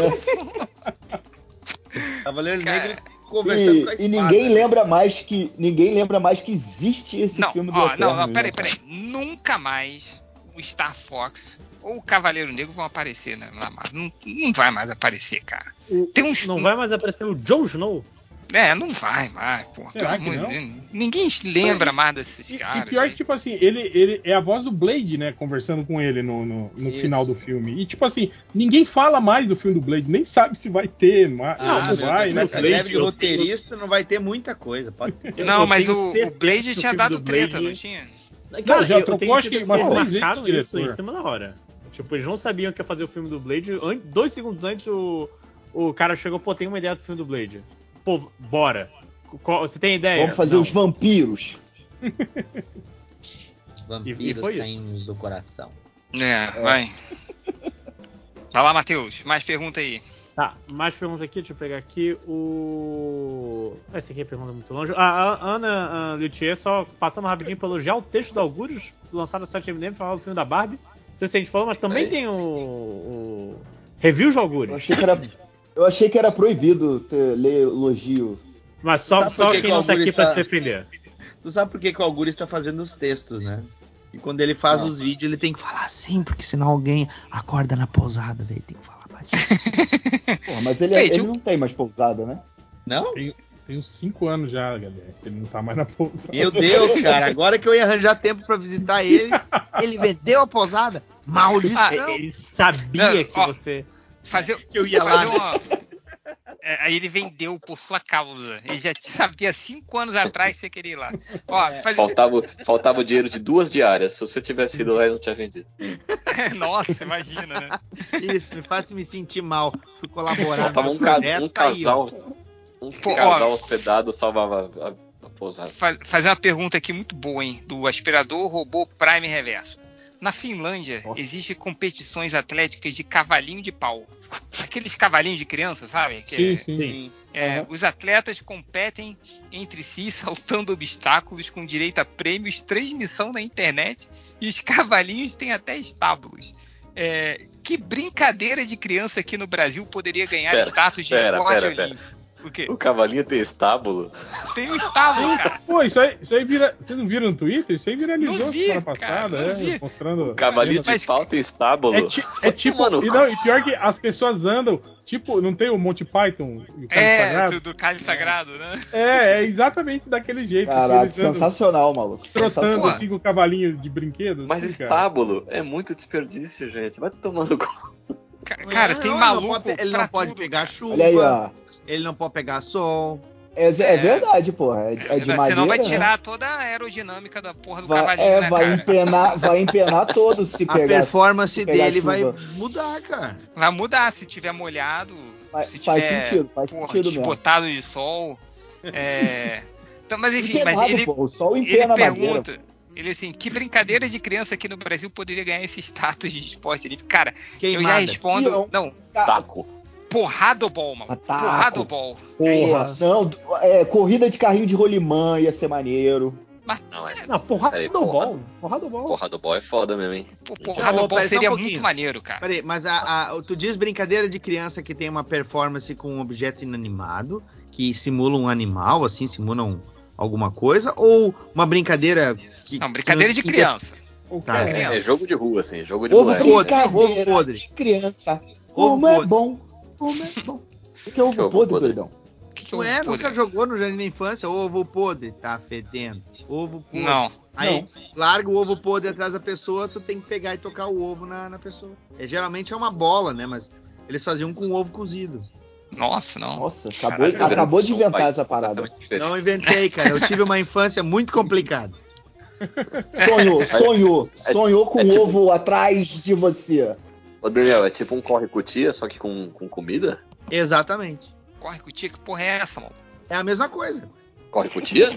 Cavaleiro Cara, Negro conversando com a E, espada. e ninguém né? lembra mais que ninguém lembra mais que existe esse Não, filme do ó, não, Eterno, não, peraí, né, cara? peraí. Nunca mais o Star Fox ou o Cavaleiro Negro vão aparecer na, na Marvel. Não, não vai mais aparecer, cara. Tem uns, Não vai mais aparecer o Jon Snow? É, não vai mais, porra. Será Pelo que amor de não? Deus. Ninguém se lembra mais desses E, caras. e pior velho. que, tipo assim, ele, ele é a voz do Blade, né? Conversando com ele no, no, no Isso. final do filme. E, tipo assim, ninguém fala mais do filme do Blade, nem sabe se vai ter, ma- Ah, como meu vai, Deus, né? essa Blade, greve de eu roteirista não vai ter muita coisa. Pode ter. Não, eu mas tenho o, o certeza Blade que o tinha filme dado do treta, Blade- não tinha? Cara, já eu trocou, tenho acho que certeza umas eles três vezes marcaram de isso em diretor. cima da hora. Tipo, eles não sabiam que ia fazer o filme do Blade. An- Dois segundos antes, o, o cara chegou, pô, tem uma ideia do filme do Blade. Pô, bora. Qual- Você tem ideia? Vamos fazer Não. os vampiros. Vampiros E- e foi isso. caindo do coração. É, vai. Vai lá, Matheus. Mais pergunta aí. Tá, mais perguntas aqui, deixa eu pegar aqui o. Essa aqui é pergunta muito longe. A a Ana Luthier, só passando rapidinho pra elogiar o texto do Augúrios, lançado no site M D M, falando do filme da Barbie. Não sei se a gente falou, mas também Aí. tem o, o review de Eu Augúrios. achei que era, eu achei que era proibido ter, ler elogio. Mas só, Sabe por só que quem que o não tá aqui Augúrios pra tá- se defender. Tu sabe por que, que o Augusto está fazendo os textos, né? E quando ele faz Não. os vídeos, ele tem que falar assim, porque senão alguém acorda na pousada, daí tem que falar baixinho. Porra, mas ele, Gente, ele eu- não tem mais pousada, né? Não? Tem, tem uns cinco anos já, galera. que Ele não tá mais na porra. Meu Deus, cara, agora que eu ia arranjar tempo pra visitar ele, ele vendeu a pousada? Maldição! Ah, Ele sabia Não, que ó, você. Fazer, Que eu ia fazer lá. uma. É, aí ele vendeu por sua causa. Ele já sabia cinco anos atrás que você queria ir lá. Ó, fazer... Faltava, faltava o dinheiro de duas diárias. Se você tivesse ido lá, eu não tinha vendido. Nossa, imagina, né? Isso, me faz me sentir mal. Fui colaborar Faltava no um, ca- projeto, um tá aí, ó. casal. Um Pô, casal ó. hospedado salvava a, a pousada. Fa- Fazer uma pergunta aqui muito boa, hein? Do aspirador robô Prime Reverso. Na Finlândia, Nossa. existem competições atléticas de cavalinho de pau. Aqueles cavalinhos de criança, sabe? Que Sim, é- sim. Sim. é, Os atletas competem entre si, saltando obstáculos, com direito a prêmios, transmissão na internet, e os cavalinhos têm até estábulos. É, que brincadeira de criança aqui no Brasil poderia ganhar Pera, status de pera, esporte pera, pera. olímpico? O quê? O cavalinho tem estábulo? Tem um estábulo, cara. Pô, isso aí, isso aí vira. Vocês não viram no Twitter? Isso aí viralizou Não vi, semana cara, passada, não é, vi. mostrando. O cavalinho de Mas- pau tem estábulo? É, ti- é tipo. Mano, E, não, e pior que as pessoas andam. Tipo, não tem o Monty Python e o Cálice É, Sagrado? do, do cálice sagrado, né? É, é exatamente daquele jeito. Caraca, eles andam sensacional, maluco. trotando Sensacional. assim com o cavalinho de brinquedo. Mas assim, cara. estábulo é muito desperdício, gente. Vai tomando cu. Ca- Cara, Não, tem ele maluco não pode, ele pra não pode tudo, pegar cara. chuva, Olha aí, ó. ele não pode pegar sol. É, é É. verdade, porra. É, é de madeira. Senão vai né? tirar toda a aerodinâmica da porra do Vai, cavalinho, é, né, vai cara? empenar, vai empenar todo se A pegar. performance se pegar dele vai chuva. mudar, cara. Vai mudar se tiver molhado, Faz, se faz tiver sentido, faz porra, sentido mesmo. despotado de sol. É... Então, mas enfim, mas Empenado, ele, pô, o sol ele empena a madeira. pergunta, ele assim, que brincadeira de criança aqui no Brasil poderia ganhar esse status de esporte olímpico? Cara, eu já Queimada. respondo, Peão. não, Ca- Taco. Porradobol, mano. Ataco. Porradobol. Porra. Não, é, corrida de carrinho de rolimã ia ser maneiro. Mas, Não, é. Não, porrada Peraí, do bol. Porrada do bol. Porra do bol é foda mesmo, hein? Pô, Não, Porradobol pera, só um seria pouquinho. muito maneiro, cara. Peraí, mas a, a- tu diz brincadeira de criança que tem uma performance com um objeto inanimado, que simula um animal, assim, simula um- alguma coisa, ou uma brincadeira que... Não, brincadeira de que- criança. Tá. É, é jogo de rua, assim, jogo de Ovo moleque. podre, ovo podre. De criança. Ovo Como é podre. bom. Como é bom. O que é ovo Que ovo podre, podre? doidão? O que, que é Não é, ovo nunca podre? jogou no Jardim da Infância? Ovo podre, tá fedendo. Ovo podre. Não. Aí larga o ovo podre atrás da pessoa, tu tem que pegar e tocar o ovo na, na pessoa. É, geralmente é uma bola, né? Mas eles faziam com ovo cozido. Nossa, não. Nossa, acabou, Caralho, acabou de são inventar países essa parada. completamente diferentes. Não inventei, cara. Eu tive uma infância muito complicada. Sonhou, sonhou. É- Sonhou com é um tipo- ovo atrás de você. Ô, Daniel, é tipo um corre-cutia, só que com, com comida? Exatamente. Corre com tia, que porra é essa, mano? É a mesma coisa. Corre-cutia?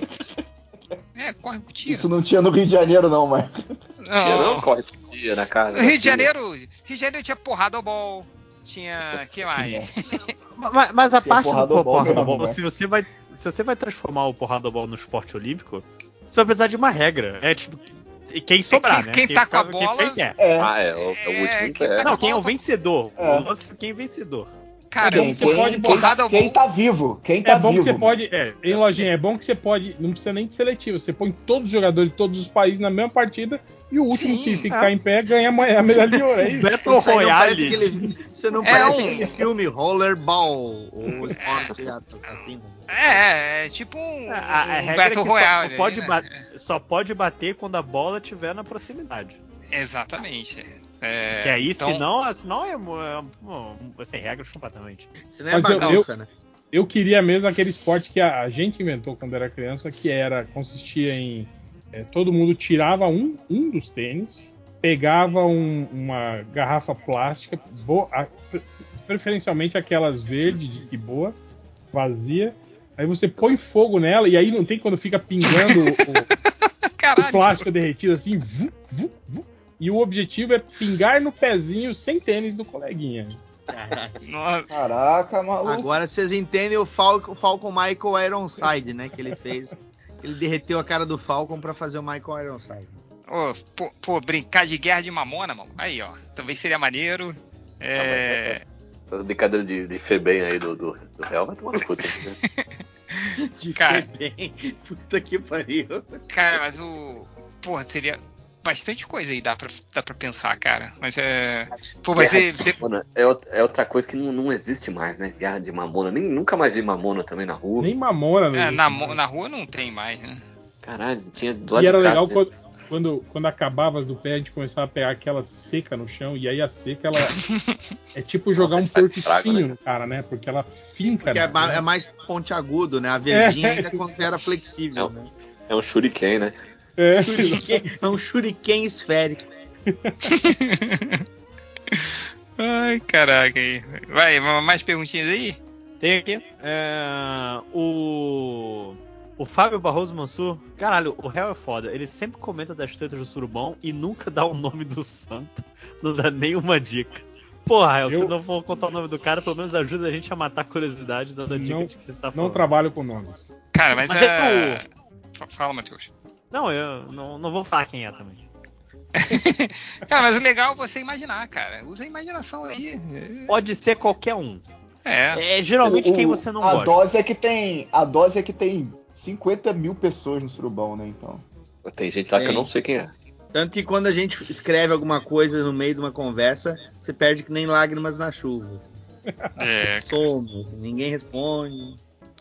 É, corre com tia. Isso não tinha no Rio de Janeiro, não, mas. Tinha não? Corre-cutia na casa. No Rio da de tia. Janeiro, Rio de Janeiro tinha porradobol. Tinha. que mais? Mas, mas a Que é parte do porrada do bol porrada do mesmo, bol, né? se você vai, se você vai transformar o porrada do bol no esporte olímpico, você vai precisar de uma regra. É tipo, quem sobrar, quem- né? quem tá com a fica- bola- Quem quer. É. Ah, é, o, é o último É, em quem pé. tá- Não, quem é o vencedor. É. O lance é quem é vencedor. Cara, Quem, você quem, pode quem, porrada quem bom. tá vivo? Quem tá É bom vivo? que você mano. pode. É, em lojinha, é bom que você pode. Não precisa nem de seletivo. Você põe todos os jogadores de todos os países na mesma partida e o último Sim, que ficar em pé ganha a a medalha de ouro. É isso. Battle Isso aí não Royale. parece aquele, isso não É parece um- aquele filme Rollerball ou Esporte Assassino. É, é tipo um, A, a um regra é Battle que Royale. só, pode né? ba- só pode bater quando a bola estiver na proximidade. Exatamente. É, que aí, então, senão, senão é, é, é sem regras completamente. Isso não é Mas eu- bagunça, né? Eu queria mesmo aquele esporte que a, a gente inventou quando era criança, que era consistia em é, todo mundo tirava um, um dos tênis, pegava um- uma garrafa plástica, boa, a- pre- preferencialmente aquelas verdes de que boa, vazia. Aí você põe fogo nela e aí não tem quando fica pingando o, o- o caralho. plástico derretido assim, vu, vu, vu. E o objetivo é pingar no pezinho sem tênis do coleguinha. Nossa, Caraca, maluco. Agora vocês entendem o Falcon, Falcon Michael Ironside, né? Que ele fez. Ele derreteu a cara do Falcon pra fazer o Michael Ironside. Ô, pô, pô, brincar de guerra de mamona, mano. Aí, ó. Talvez seria maneiro. É. Essas brincadeiras de, de Febem aí do, do, do Real vai tomar no cu. Né? De Cara. bem. Puta que pariu. Cara, mas o. Porra, seria bastante coisa aí, dá pra, dá pra pensar, cara. Mas é. Pô, vai Guerra ser. de mamona é, out- é outra coisa que não, não existe mais, né? Guerra de mamona. Nem, nunca mais vi mamona também na rua. Nem mamona, É, né? na, mo- na rua não tem mais, né? Caralho, tinha do lado E era de casa, legal né? quando, quando, quando acabava as do pé, a gente começava a pegar aquela seca no chão, e aí a seca, ela é tipo jogar Nossa, um faz porco estrago, espinho né? no cara, né? Porque ela finca. Porque é, né? ma- é mais pontiagudo, né? A verdinha É. ainda quando era flexível, né? É um shuriken, né? É. Shuriken- é um shuriken esférico. Ai, caraca aí. Vai, mais perguntinhas aí? Tem aqui. é, o. O Fábio Barroso Mansur. Caralho, o réu é foda. Ele sempre comenta das tretas do surubão e nunca dá o nome do santo. Não dá nenhuma dica. Porra, réu, Eu- se não for contar o nome do cara, pelo menos ajuda a gente a matar a curiosidade dando a dica Não, de que você tá não falando. trabalho com nomes. Cara, mas, Mas é. é Fa- Fala, Matheus. Não, eu não, não vou falar quem é também. Cara, mas o legal é você imaginar, cara. Usa a imaginação aí. Pode ser qualquer um. É. É geralmente O- quem o- você não a gosta. dose é que tem. A dose é que tem cinquenta mil pessoas no surubão, né? Então. Tem gente lá que eu Tem. não sei quem é. Tanto que quando a gente escreve alguma coisa no meio de uma conversa, você perde que nem lágrimas na chuva. É. Some, assim, ninguém responde.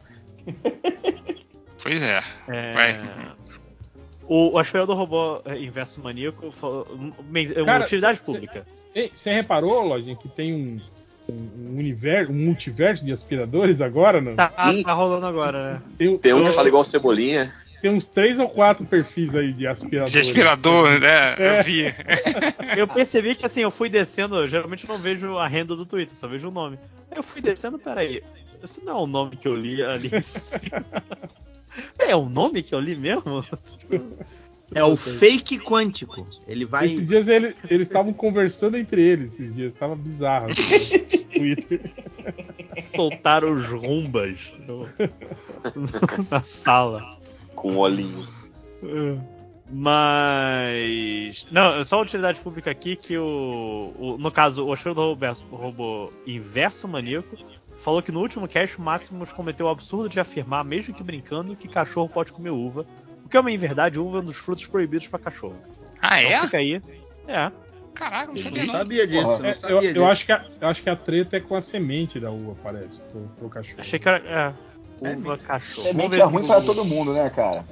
Pois é. É, Vai. O, o Aspirão do Robô é, Inverso Maníaco falou. men- é uma Cara, utilidade cê- pública. Ei, você reparou, Lojinha, que tem um, um, um universo, um multiverso de aspiradores agora? Não? Tá, tá rolando agora, né? Tem, Tem um que fala igual Cebolinha. tem uns três ou quatro perfis aí de aspiradores. De aspirador, né? É. Eu vi. Eu percebi que assim, eu fui descendo, eu geralmente não vejo a renda do Twitter, só vejo o nome. Aí eu fui descendo, peraí, esse não é o nome que eu li ali em cima. É o nome que eu li mesmo? É o fake quântico. Ele vai. Esses dias ele- eles estavam conversando entre eles, esses dias, tava bizarro. assim. Twitter. Soltaram os rumbas no- na sala. Com olhinhos. Mas. Não, só utilidade pública aqui que o. o- no caso, o Oshiro do robô, robô Inverso Maníaco falou que no último cast o Máximos cometeu o absurdo de afirmar, mesmo que brincando, que cachorro pode comer uva. O que é uma inverdade, uva é um dos frutos proibidos pra cachorro. Ah, Então é? fica aí. É. Caraca, não sabia Eu não. sabia disso, É, não eu, sabia eu disso. acho que a, eu acho que a treta é com a semente da uva, parece, pro, pro cachorro. Achei que era. É, uva, cachorro. Vamos Semente ver é aqui ruim o- pra todo mundo, né, cara?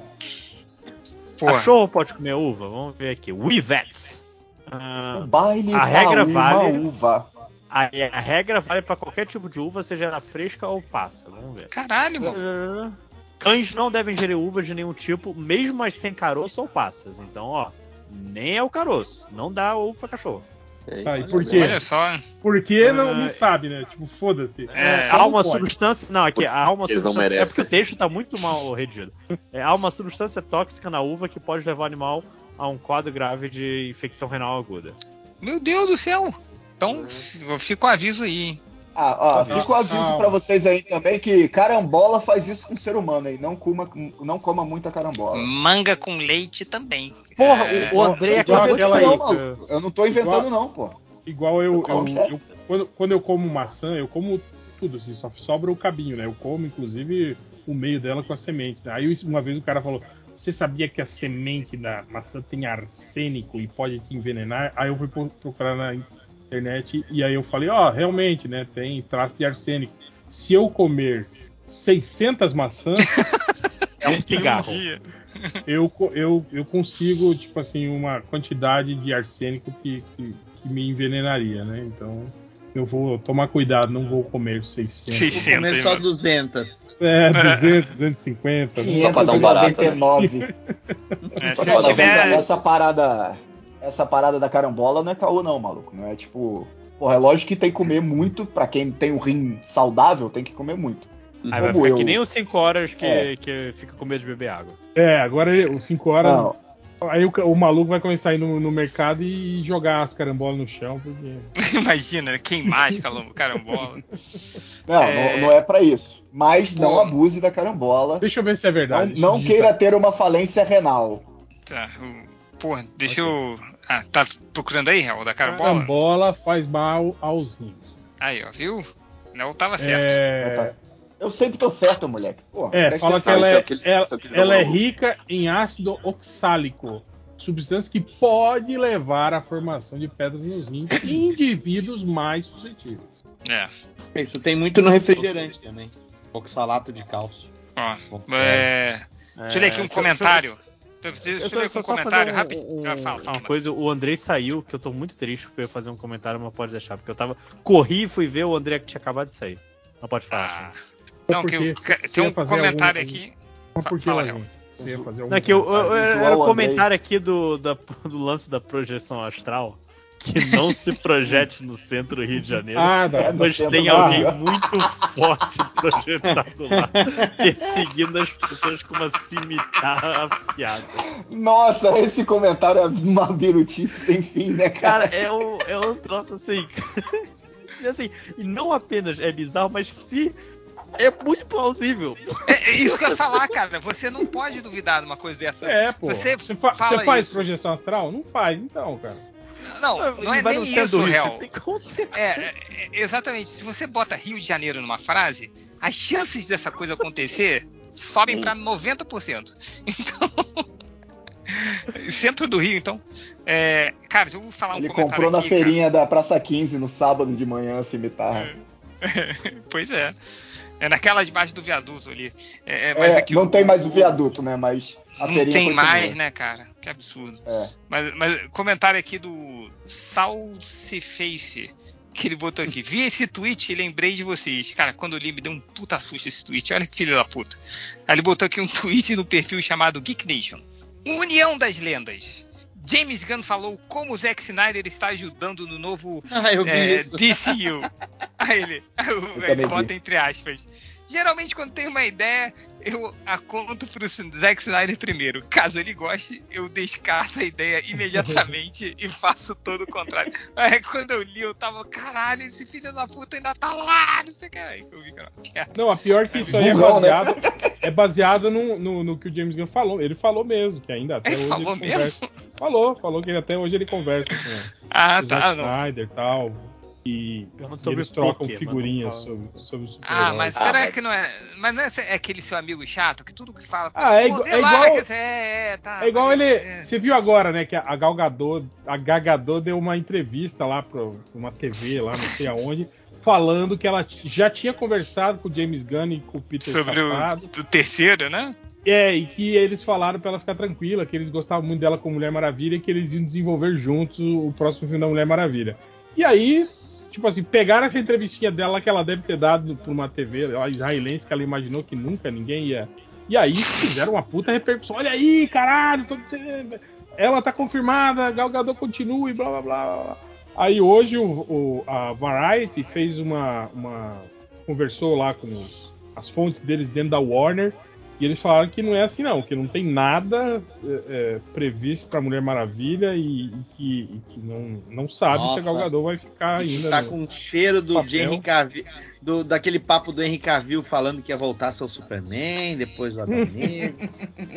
Cachorro pode comer uva? Vamos ver aqui. Wivets. Ah, O baile a tá regra uma vale. uva. A, a regra vale pra qualquer tipo de uva, seja ela fresca ou passa. Vamos ver. Caralho, mano. Cães não devem ingerir uvas de nenhum tipo, mesmo as sem caroço ou passas. Então, ó, nem é o caroço. Não dá uva pra cachorro. Tá, e por quê? Olha só. Porque não, Ah, não sabe, né? Tipo, foda-se. É, Só há não uma pode. substância. Não, aqui, há uma Eles não substância. É merecem. porque o texto tá muito mal redigido. É, há uma substância tóxica na uva que pode levar o animal a um quadro grave de infecção renal aguda. Meu Deus do céu. Então, fica o aviso aí, hein? Ah, ó, Ah, fica o aviso calma. pra vocês aí também que carambola faz isso com o ser humano aí. Não coma, não coma muita carambola. Manga com leite também. Porra, É, o, o André Eu não tô acabou de inventando sair. não, maluco. Eu não tô inventando Igual- não, pô. Igual eu, Eu eu, como, sério. eu- quando, quando eu como maçã, eu como tudo, assim, só sobra o cabinho, né? Eu como, inclusive, o meio dela com as sementes. Né? Aí uma vez o cara falou: você sabia que a semente da maçã tem arsênico e pode te envenenar? Aí eu fui pro- procurar na internet e aí eu falei: ó, realmente, né? Tem traço de arsênico. Se eu comer seiscentas maçãs, É um em um cigarro. dia. eu, co- eu, eu consigo, tipo assim, uma quantidade de arsênico que, que, que me envenenaria, né? Então eu vou tomar cuidado, não vou comer seiscentos. seiscentos. Comer hein, só mano? duzentas. É, duzentos, duzentos e cinquenta. né? Só pra dar um barato, né? quinhentos e noventa e nove. É, se Não, eu mas essa, tiver. essa parada. Essa parada da carambola não é caô, não, maluco. Não é tipo. Porra, é lógico que tem que comer muito. Pra quem tem um rim saudável, tem que comer muito. Aí vai Como ficar eu. que nem os cinco horas que, É. que fica com medo de beber água. É, agora ele- os cinco horas. Não, Aí o, ca- o maluco vai começar a ir no, no mercado e jogar as carambolas no chão, porque. Imagina, queimar as calam- carambola. não, É. não, não é pra isso. Mas não Pô. abuse da carambola. Deixa eu ver se é Não, verdade. deixa eu não digitar. queira ter uma falência renal. Tá, o- porra, deixa eu. Ah, tá procurando aí, Real, da carambola? Carambola faz mal aos rins. Aí, ó, viu? Não tava certo. É, Eu sempre tô certo, moleque. Porra, é presta fala que atenção. ela é, isso aqui- ela, isso aqui ela é jogou no- rica em ácido oxálico, substância que pode levar à formação de pedras nos rins em indivíduos mais suscetíveis. É. Isso tem muito no refrigerante também. Oxalato de cálcio. Ó, é... Deixa eu ler aqui um comentário. Deixa eu Eu ler só, aqui só, um só comentário fazer rápido. um, um, Ah, fala, fala, uma coisa, o Andrei saiu, que eu tô muito triste pra eu fazer um comentário, mas pode deixar, porque eu tava. Corri e fui ver o André que tinha acabado de sair. Não pode falar. Ah, não, que eu, Porque tem você um ia fazer comentário algum- aqui. Mas por que, Fala, Lavinho? Você ia fazer algum Não, é que eu, eu- comentário? eu- Zoar era o o Andrei. comentário aqui do, da- do lance da projeção astral, que não se projete no centro do Rio de Janeiro. Ah, não. É, no Mas centro tem do alguém Rio. muito forte projetado lá, perseguindo as pessoas com uma cimitarra afiada. Nossa, esse comentário é uma birutice sem fim, né, Cara, cara? é um, é um troço assim. E assim, e não apenas é bizarro, mas se. É muito plausível. É, é isso que eu ia falar, cara. Você não pode duvidar de uma coisa dessa. É, pô. Você Você, fa- fala você faz isso. projeção astral? Não faz, então, cara. Não, não é Vai nem no centro isso, do Rio, Real. você tem que consertar. É, é, é, exatamente. Se você bota Rio de Janeiro numa frase, as chances dessa coisa acontecer sobem pra noventa por cento. Então. Centro do Rio, então. É, cara, eu vou falar um Ele comentário comprou na aqui, cara. feirinha da Praça quinze no sábado de manhã a cimitarra. Pois é. É naquela debaixo do viaduto ali. É, é, mas É, aqui não o- tem mais o viaduto, né? Mas a Não feirinha tem continua. mais, né, cara? Que absurdo. É. Mas, mas comentário aqui do Salsiface, que ele botou aqui. Vi esse tweet e lembrei de vocês. Cara, quando eu li, me deu um puta susto esse tweet. Olha que filho da puta. Aí ele botou aqui um tweet no perfil chamado Geek Nation. União das Lendas. James Gunn falou como o Zack Snyder está ajudando no novo Ah, eu vi é, isso. D C U. Aí ele, aí também ele bota vi. entre aspas. Geralmente quando tem uma ideia, eu a conto pro Zack Snyder primeiro. Caso ele goste, eu descarto a ideia imediatamente e faço todo o contrário. Aí quando eu li, eu tava, caralho, esse filho da puta ainda tá lá, não sei o que. Aí eu vi, cara. Não, a pior que isso aí é Burrão, né? baseado, é baseado no, no, no que o James Gunn falou. Ele falou mesmo, que ainda até Ele hoje falou ele mesmo? conversa. Falou, falou que ele, até hoje ele conversa com Ah, o tá, Zack não. Snyder e tal. E, Pergunta e sobre eles trocam poker, figurinhas mas não sobre, sobre os Ah, super-heróis. mas será que não é. Mas não é é aquele seu amigo chato que tudo que fala. Ah, é, pô, igual, vê é lá, igual. que você- é, é, tá, É igual mas- ele. é. Você viu agora, né? Que a Gal Gadot, a Gal Gadot deu uma entrevista lá pra uma T V, lá não sei aonde, falando que ela já tinha conversado com o James Gunn e com o Peter Sobre o, Safado. o terceiro, né? É, e que eles falaram pra ela ficar tranquila, que eles gostavam muito dela como Mulher Maravilha e que eles iam desenvolver juntos o próximo filme da Mulher Maravilha. E aí, tipo assim, pegaram essa entrevistinha dela que ela deve ter dado pra uma T V israelense que ela imaginou que nunca ninguém ia. E aí fizeram uma puta repercussão. Olha aí, caralho, tô... ela tá confirmada, Gal Gadot continua e blá blá blá. Aí hoje o, o- a Variety fez uma, uma. conversou lá com os- as fontes deles dentro da Warner. E eles falaram que não é assim não, que não tem nada é, é, previsto pra Mulher Maravilha e, e que, e que não, não sabe se a Nossa, Gal Gadot vai ficar Isso ainda. tá no- com um cheiro do papel. de Henry Cavill, do, daquele papo do Henry Cavill falando que ia voltar a ser o Superman, depois o Adão Negro.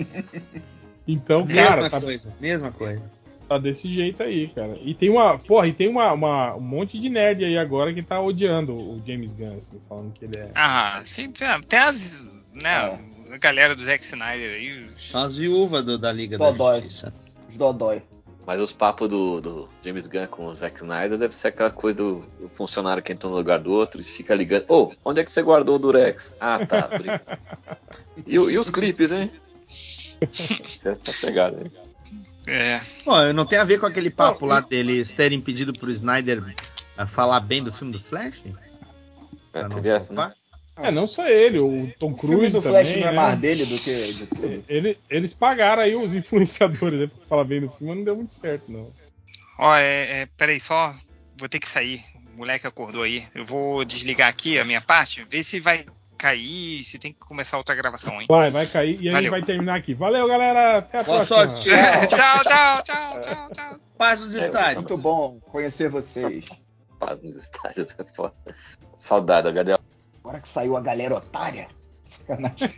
Então, Mesma cara, tá, coisa, mesma coisa. tá desse jeito aí, cara. E tem uma, porra, e tem uma, uma- um monte de nerd aí agora que tá odiando o James Gunn, assim, falando que ele é... Ah, sempre. Tem as. Né, a galera do Zack Snyder aí. São as viúvas do- da Liga Dodói. da Justiça. Os Dodói. Mas os papos do, do James Gunn com o Zack Snyder deve ser aquela coisa do, do funcionário que entra no lugar do outro e fica ligando. Ô, onde é que você guardou o Durex? Ah, tá. obrigado. E, o- e os clipes, hein? Isso é essa pegada aí. É. Pô, não tem a ver com aquele papo lá deles terem pedido pro Snyder a falar bem do filme do Flash? É, Pra não teve essa, né? flopar? É, não só ele, o Tom O filme Cruise do também, Flash não é né? mais dele do que de tudo. Ele- eles pagaram aí os influenciadores, né, pra falar bem do filme, mas não deu muito certo, não. Ó, é, é, peraí, só. Vou ter que sair. O moleque acordou aí. Eu vou desligar aqui a minha parte, ver se vai cair, se tem que começar outra gravação, hein? Vai, vai cair e aí Valeu. vai terminar aqui. Valeu, galera! Até a Boa próxima! sorte. tchau, tchau, tchau, tchau, tchau. Paz dos É estádios. muito bom conhecer vocês. Paz nos estádios, é foda. Saudade, H D L. Agora que saiu a galera otária. Sacanagem.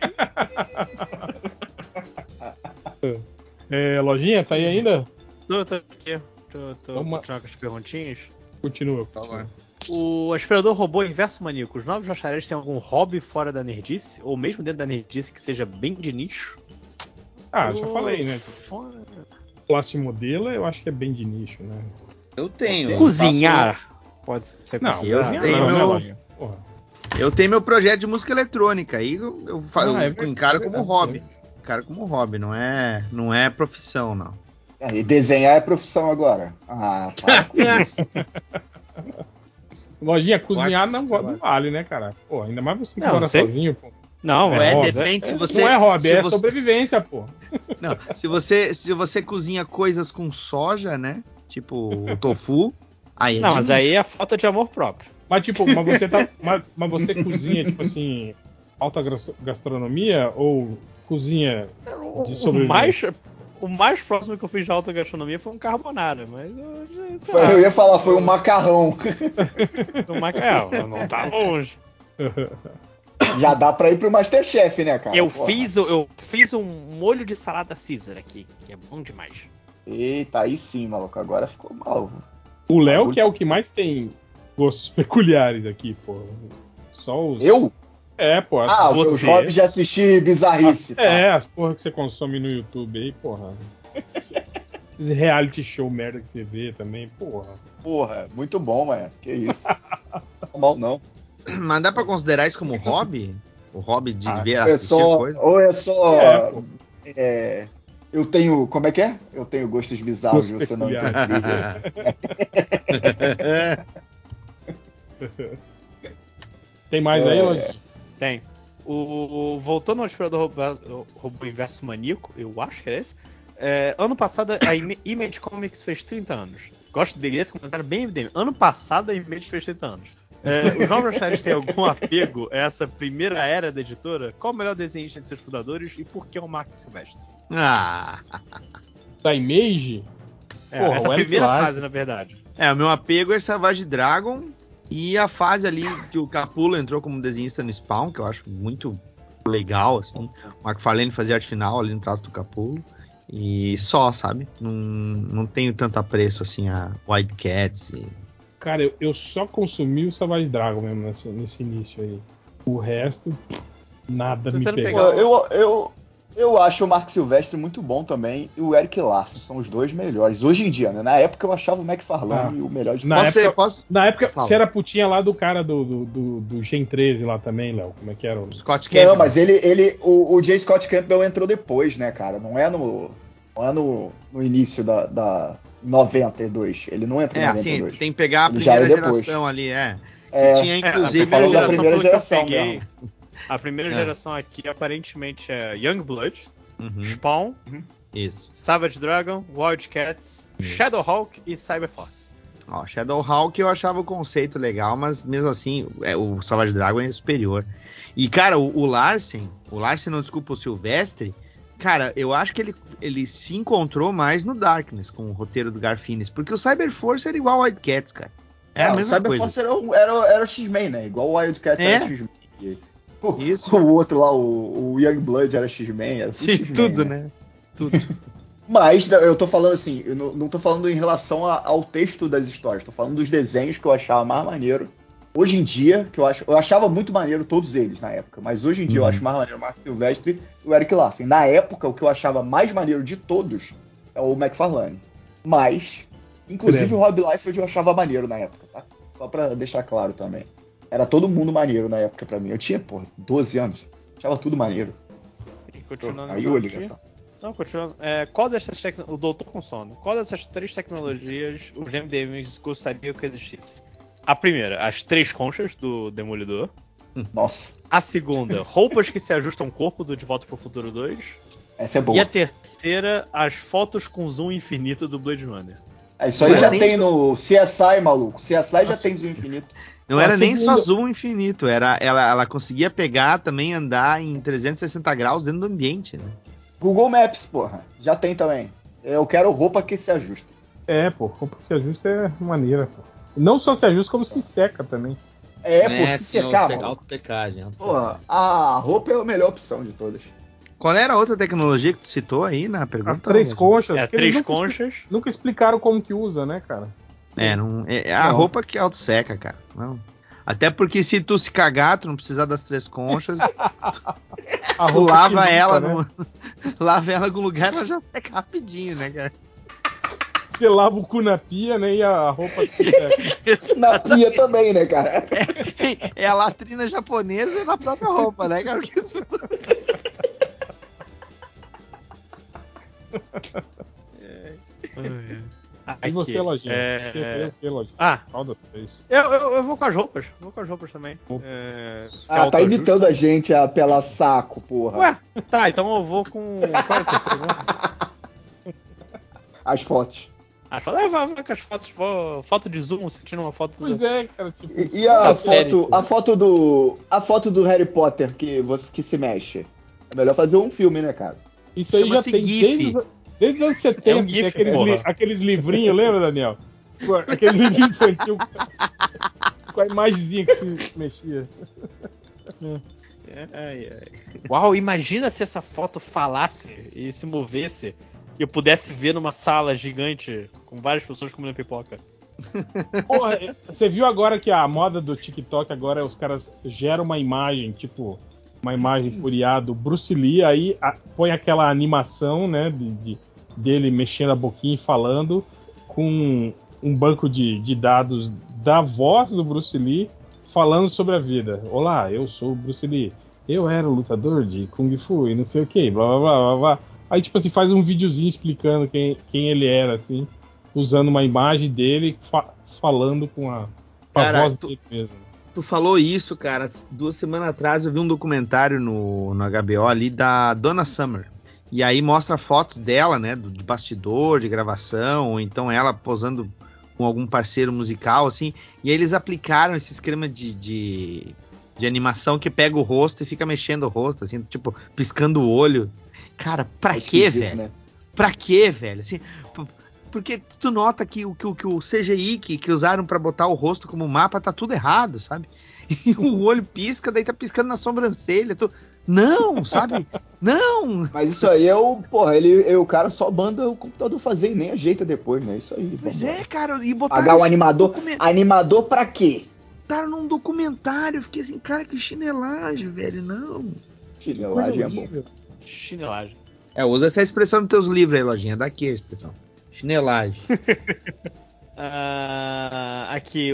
É, Lojinha, tá aí ainda? Tô, tô aqui. Tô, tô Vamos- continuando com as perguntinhas. Continua. continua. O aspirador robô inverso maníaco. Os novos bacharéis têm algum hobby fora da nerdice? Ou mesmo dentro da nerdice que seja bem de nicho? Ah, já falei, né? Fora- Classe modelo, eu acho que é bem de nicho, né? Eu tenho. eu Cozinhar. Pode ser Não, cozinhar. cozinhar tenho não, né, meu- Lojinha? Porra. faço- Eu tenho meu projeto de música eletrônica. Aí eu, eu, fa- Ah, eu é verdade, encaro é como verdade, hobby. Encaro como hobby, não é, não é profissão, não. É, e desenhar é profissão agora. Ah, para com isso. Lojinha, cozinhar não, Claro. não vale, né, cara? Pô, ainda mais você que Não, mora sei. sozinho, pô. Não, Não Ué, é hobby. depende se É, você. não é hobby, se é você- sobrevivência, pô. Não, se você, se você cozinha coisas com soja, né? Tipo o tofu, aí é Não, de mas nicho. aí é falta de amor próprio. Mas tipo, mas você tá. mas, mas você cozinha, tipo assim, alta gras- gastronomia ou cozinha de O sobrevivência? mais, o mais próximo que eu fiz de alta gastronomia foi um carbonara, mas eu, já- sei Foi- lá, eu ia falar, foi um macarrão. um macarrão, não tá longe. Já dá pra ir pro Masterchef, né, cara? Eu Porra. fiz, o- eu fiz um molho de salada Caesar aqui, que é bom demais. Eita, aí sim, maluco. Agora ficou mal. O Léo, que é o que mais tem gostos peculiares aqui, pô. Só os. Eu? É, pô. as- Ah, os Você. hobbies de assistir bizarrice. tá? É, as porra que você consome no YouTube aí, porra. Esse reality show merda que você vê também, porra. Porra, muito bom, mano. Que isso. Não mal, não. Mas dá pra considerar isso como hobby? O hobby de Ah, ver, Ou é assistir só. coisa? Ou é só. É, pô. é, eu tenho. Como é que é? Eu tenho gostos bizarros, Gostos você não peculiares. entenderia. Tem mais aí, É. Lojinha? Tem. O, voltando ao aspirador robô, robô inverso maníaco, eu acho que é esse. É, ano passado a Ima- Image Comics fez trinta anos. Gosto desse comentário bem M D M. Ano passado a Image fez trinta anos. É, os novos séries têm algum apego a essa primeira era da editora? Qual o melhor desenhista de seus fundadores e por que o Mark Silvestre? Ah. Da Image? É, Porra, essa o Eric primeira Larson. fase, na verdade. É, o meu apego é Savage Dragon e a fase ali que o Capullo entrou como desenhista no Spawn, que eu acho muito legal, assim. O McFarlane fazia arte final ali no traço do Capullo. E só, sabe? Não, não tenho tanto apreço, assim, a Wildcats e... Cara, eu, eu só consumi o Savage Dragon mesmo nesse, nesse início aí. O resto, nada me Pô, pegou. eu, eu, eu acho o Mark Silvestre muito bom também e o Eric Larson são os dois melhores. Hoje em dia, né? Na época eu achava o McFarlane Ah. o melhor de Na todos. época, posso- na época Fala. você era putinha lá do cara do, do, do, do Gen treze lá também, Léo. Como é que era? O Scott Não, Campbell. mas ele, ele o, o J. Scott Campbell entrou depois, né, cara? Não é no, não é no, no início da, da noventa e dois. Ele não entrou É, em noventa e assim, dois. tu tem que pegar a Ele já é primeira depois. geração ali, é. É, que tinha, é, inclusive, eu tô falando da primeira pelo que eu geração peguei, mesmo. A primeira É. geração aqui aparentemente é Youngblood, Uhum. Spawn, Isso. Savage Dragon, Wildcats, Shadowhawk e Cyberforce. Ó, Shadowhawk eu achava o conceito legal, mas mesmo assim, é, o Savage Dragon é superior. E, cara, o, o Larsen, o Larsen, não, desculpa, o Silvestre, cara, eu acho que ele, ele se encontrou mais no Darkness, com o roteiro do Garfinis, porque o Cyberforce era igual ao Wildcats, cara. É É, a o mesma coisa. Cyberforce era, o- era, o- era o X-Men, né? Igual o Wildcat É? era X-Men. E O, Isso. o outro lá, o, o Youngblood era X-Men. Era tudo Sim, X-Men, tudo, né? né? Tudo. Mas eu tô falando assim, eu não, não tô falando em relação a- ao texto das histórias, tô falando dos desenhos que eu achava mais maneiro. Hoje em dia, que eu acho, eu achava muito maneiro todos eles na época, mas hoje em dia eu Uhum. acho mais maneiro o Mark Silvestre e o Eric Larsen. Na época, o que eu achava mais maneiro de todos é o McFarlane. Mas, inclusive Credo. o Rob Liefeld eu achava maneiro na época, tá? Só pra deixar claro também. Era todo mundo maneiro na época pra mim. Eu tinha, pô, doze anos. Achava tudo maneiro. E continuando Aí eu aqui. ligação. Não, continuando. É, qual dessas tecno... O doutor com sono. Qual dessas três tecnologias os M D Ms gostariam que existisse? A primeira, as três conchas do Demolidor. Nossa, A segunda, roupas que se ajustam ao corpo do De Volta pro Futuro dois. essa é E boa. a terceira, as fotos com zoom infinito do Blade Runner. É, isso aí Não já era tem nem- no C S I, maluco. C S I já Nossa. tem zoom infinito. Não A era nem só segunda- zoom infinito, era, ela, ela conseguia pegar também andar em trezentos e sessenta graus dentro do ambiente, né? Google Maps, porra. Já tem também. Eu quero roupa que se ajusta. É, pô, roupa que se ajusta é maneira, pô. Não só se ajusta, como se seca também. É, Né, pô, se tem o secar, secar, mano. autossecagem, autossecagem. Porra, a roupa é a melhor opção de todas. Qual era a outra tecnologia que tu citou aí na pergunta? As três Roger? conchas. É, que eles três nunca expli- conchas. Nunca explicaram como que usa, né, cara? É, não, é, é a Não. roupa que autosseca, cara. Não. Até porque se tu se cagar, tu não precisar das três conchas, A tu roupa lava que limpa, ela né? no, lava ela em algum lugar, ela já seca rapidinho, né, cara? Você lava o cu na pia, né? E a roupa que seca. Na pia também, né, cara? É a latrina japonesa na própria roupa, né, cara? Porque isso- E você, Lojinha? é- Você faria o que, Lojinha? Ah, Qual das três? eu, eu, eu vou com as roupas. Vou com as roupas também. Roupa. É, se Ah, tá autoajusta. imitando a gente a pela saco, porra. Ué, tá, então eu vou com. Qual é o terceiro mesmo? As fotos. Ah, fala, ah, vai, vai com as fotos. Vou, foto de zoom, você tira uma foto Pois do. é, cara. Tipo, E, e a Satélite. foto, a foto do, a foto do Harry Potter que você que se mexe. É melhor fazer um filme, né, cara? isso aí já Chama-se tem GIF. desde, os- desde os anos setenta. É um tem GIF, aqueles, porra. li- aqueles livrinhos, lembra, Daniel? Pô, aquele livrinho infantil com- com a imagenzinha que se mexia. Ai, ai. Uau, imagina se essa foto falasse e se movesse e eu pudesse ver numa sala gigante com várias pessoas comendo pipoca. Porra, você viu agora que a moda do TikTok agora é os caras geram uma imagem, tipo, uma imagem por I A do Bruce Lee, aí a- põe aquela animação, né, de, de- dele mexendo a boquinha e falando, com um banco de, de dados da voz do Bruce Lee falando sobre a vida. Olá, eu sou o Bruce Lee. Eu era o lutador de Kung Fu e não sei o que, blá blá blá blá blá. Aí, tipo assim, faz um videozinho explicando quem, quem ele era, assim, usando uma imagem dele fa- falando com a, com a Cara, voz tu- dele mesmo. Tu falou isso, cara. Duas semanas atrás eu vi um documentário no, no H B O ali da Donna Summer. E aí mostra fotos dela, né? do- De bastidor, de gravação, ou então ela posando com algum parceiro musical, assim, e aí eles aplicaram esse esquema de, de, de animação que pega o rosto e fica mexendo o rosto, assim, tipo, piscando o olho. Cara, pra É quê, esquisito, velho? né? Pra quê, velho? Assim, p- porque tu nota que, o- que, o- que o C G I que, que usaram pra botar o rosto como mapa tá tudo errado, sabe? E o olho pisca, daí tá piscando na sobrancelha. Tu... Não, sabe? Não! Mas isso aí é o. Porra, ele, ele- o cara só manda o computador fazer e nem ajeita depois, né? Isso aí. Pois vambora. é, cara, e botaram Pagar um isso animador. num document- Animador pra quê? botaram num documentário. Eu fiquei assim, cara, que chinelagem, velho, não. Chinelagem é bom. horrível. Chinelagem. É, usa essa expressão nos teus livros aí, Lojinha. Daqui a expressão. Chinelagem. Ah, aqui,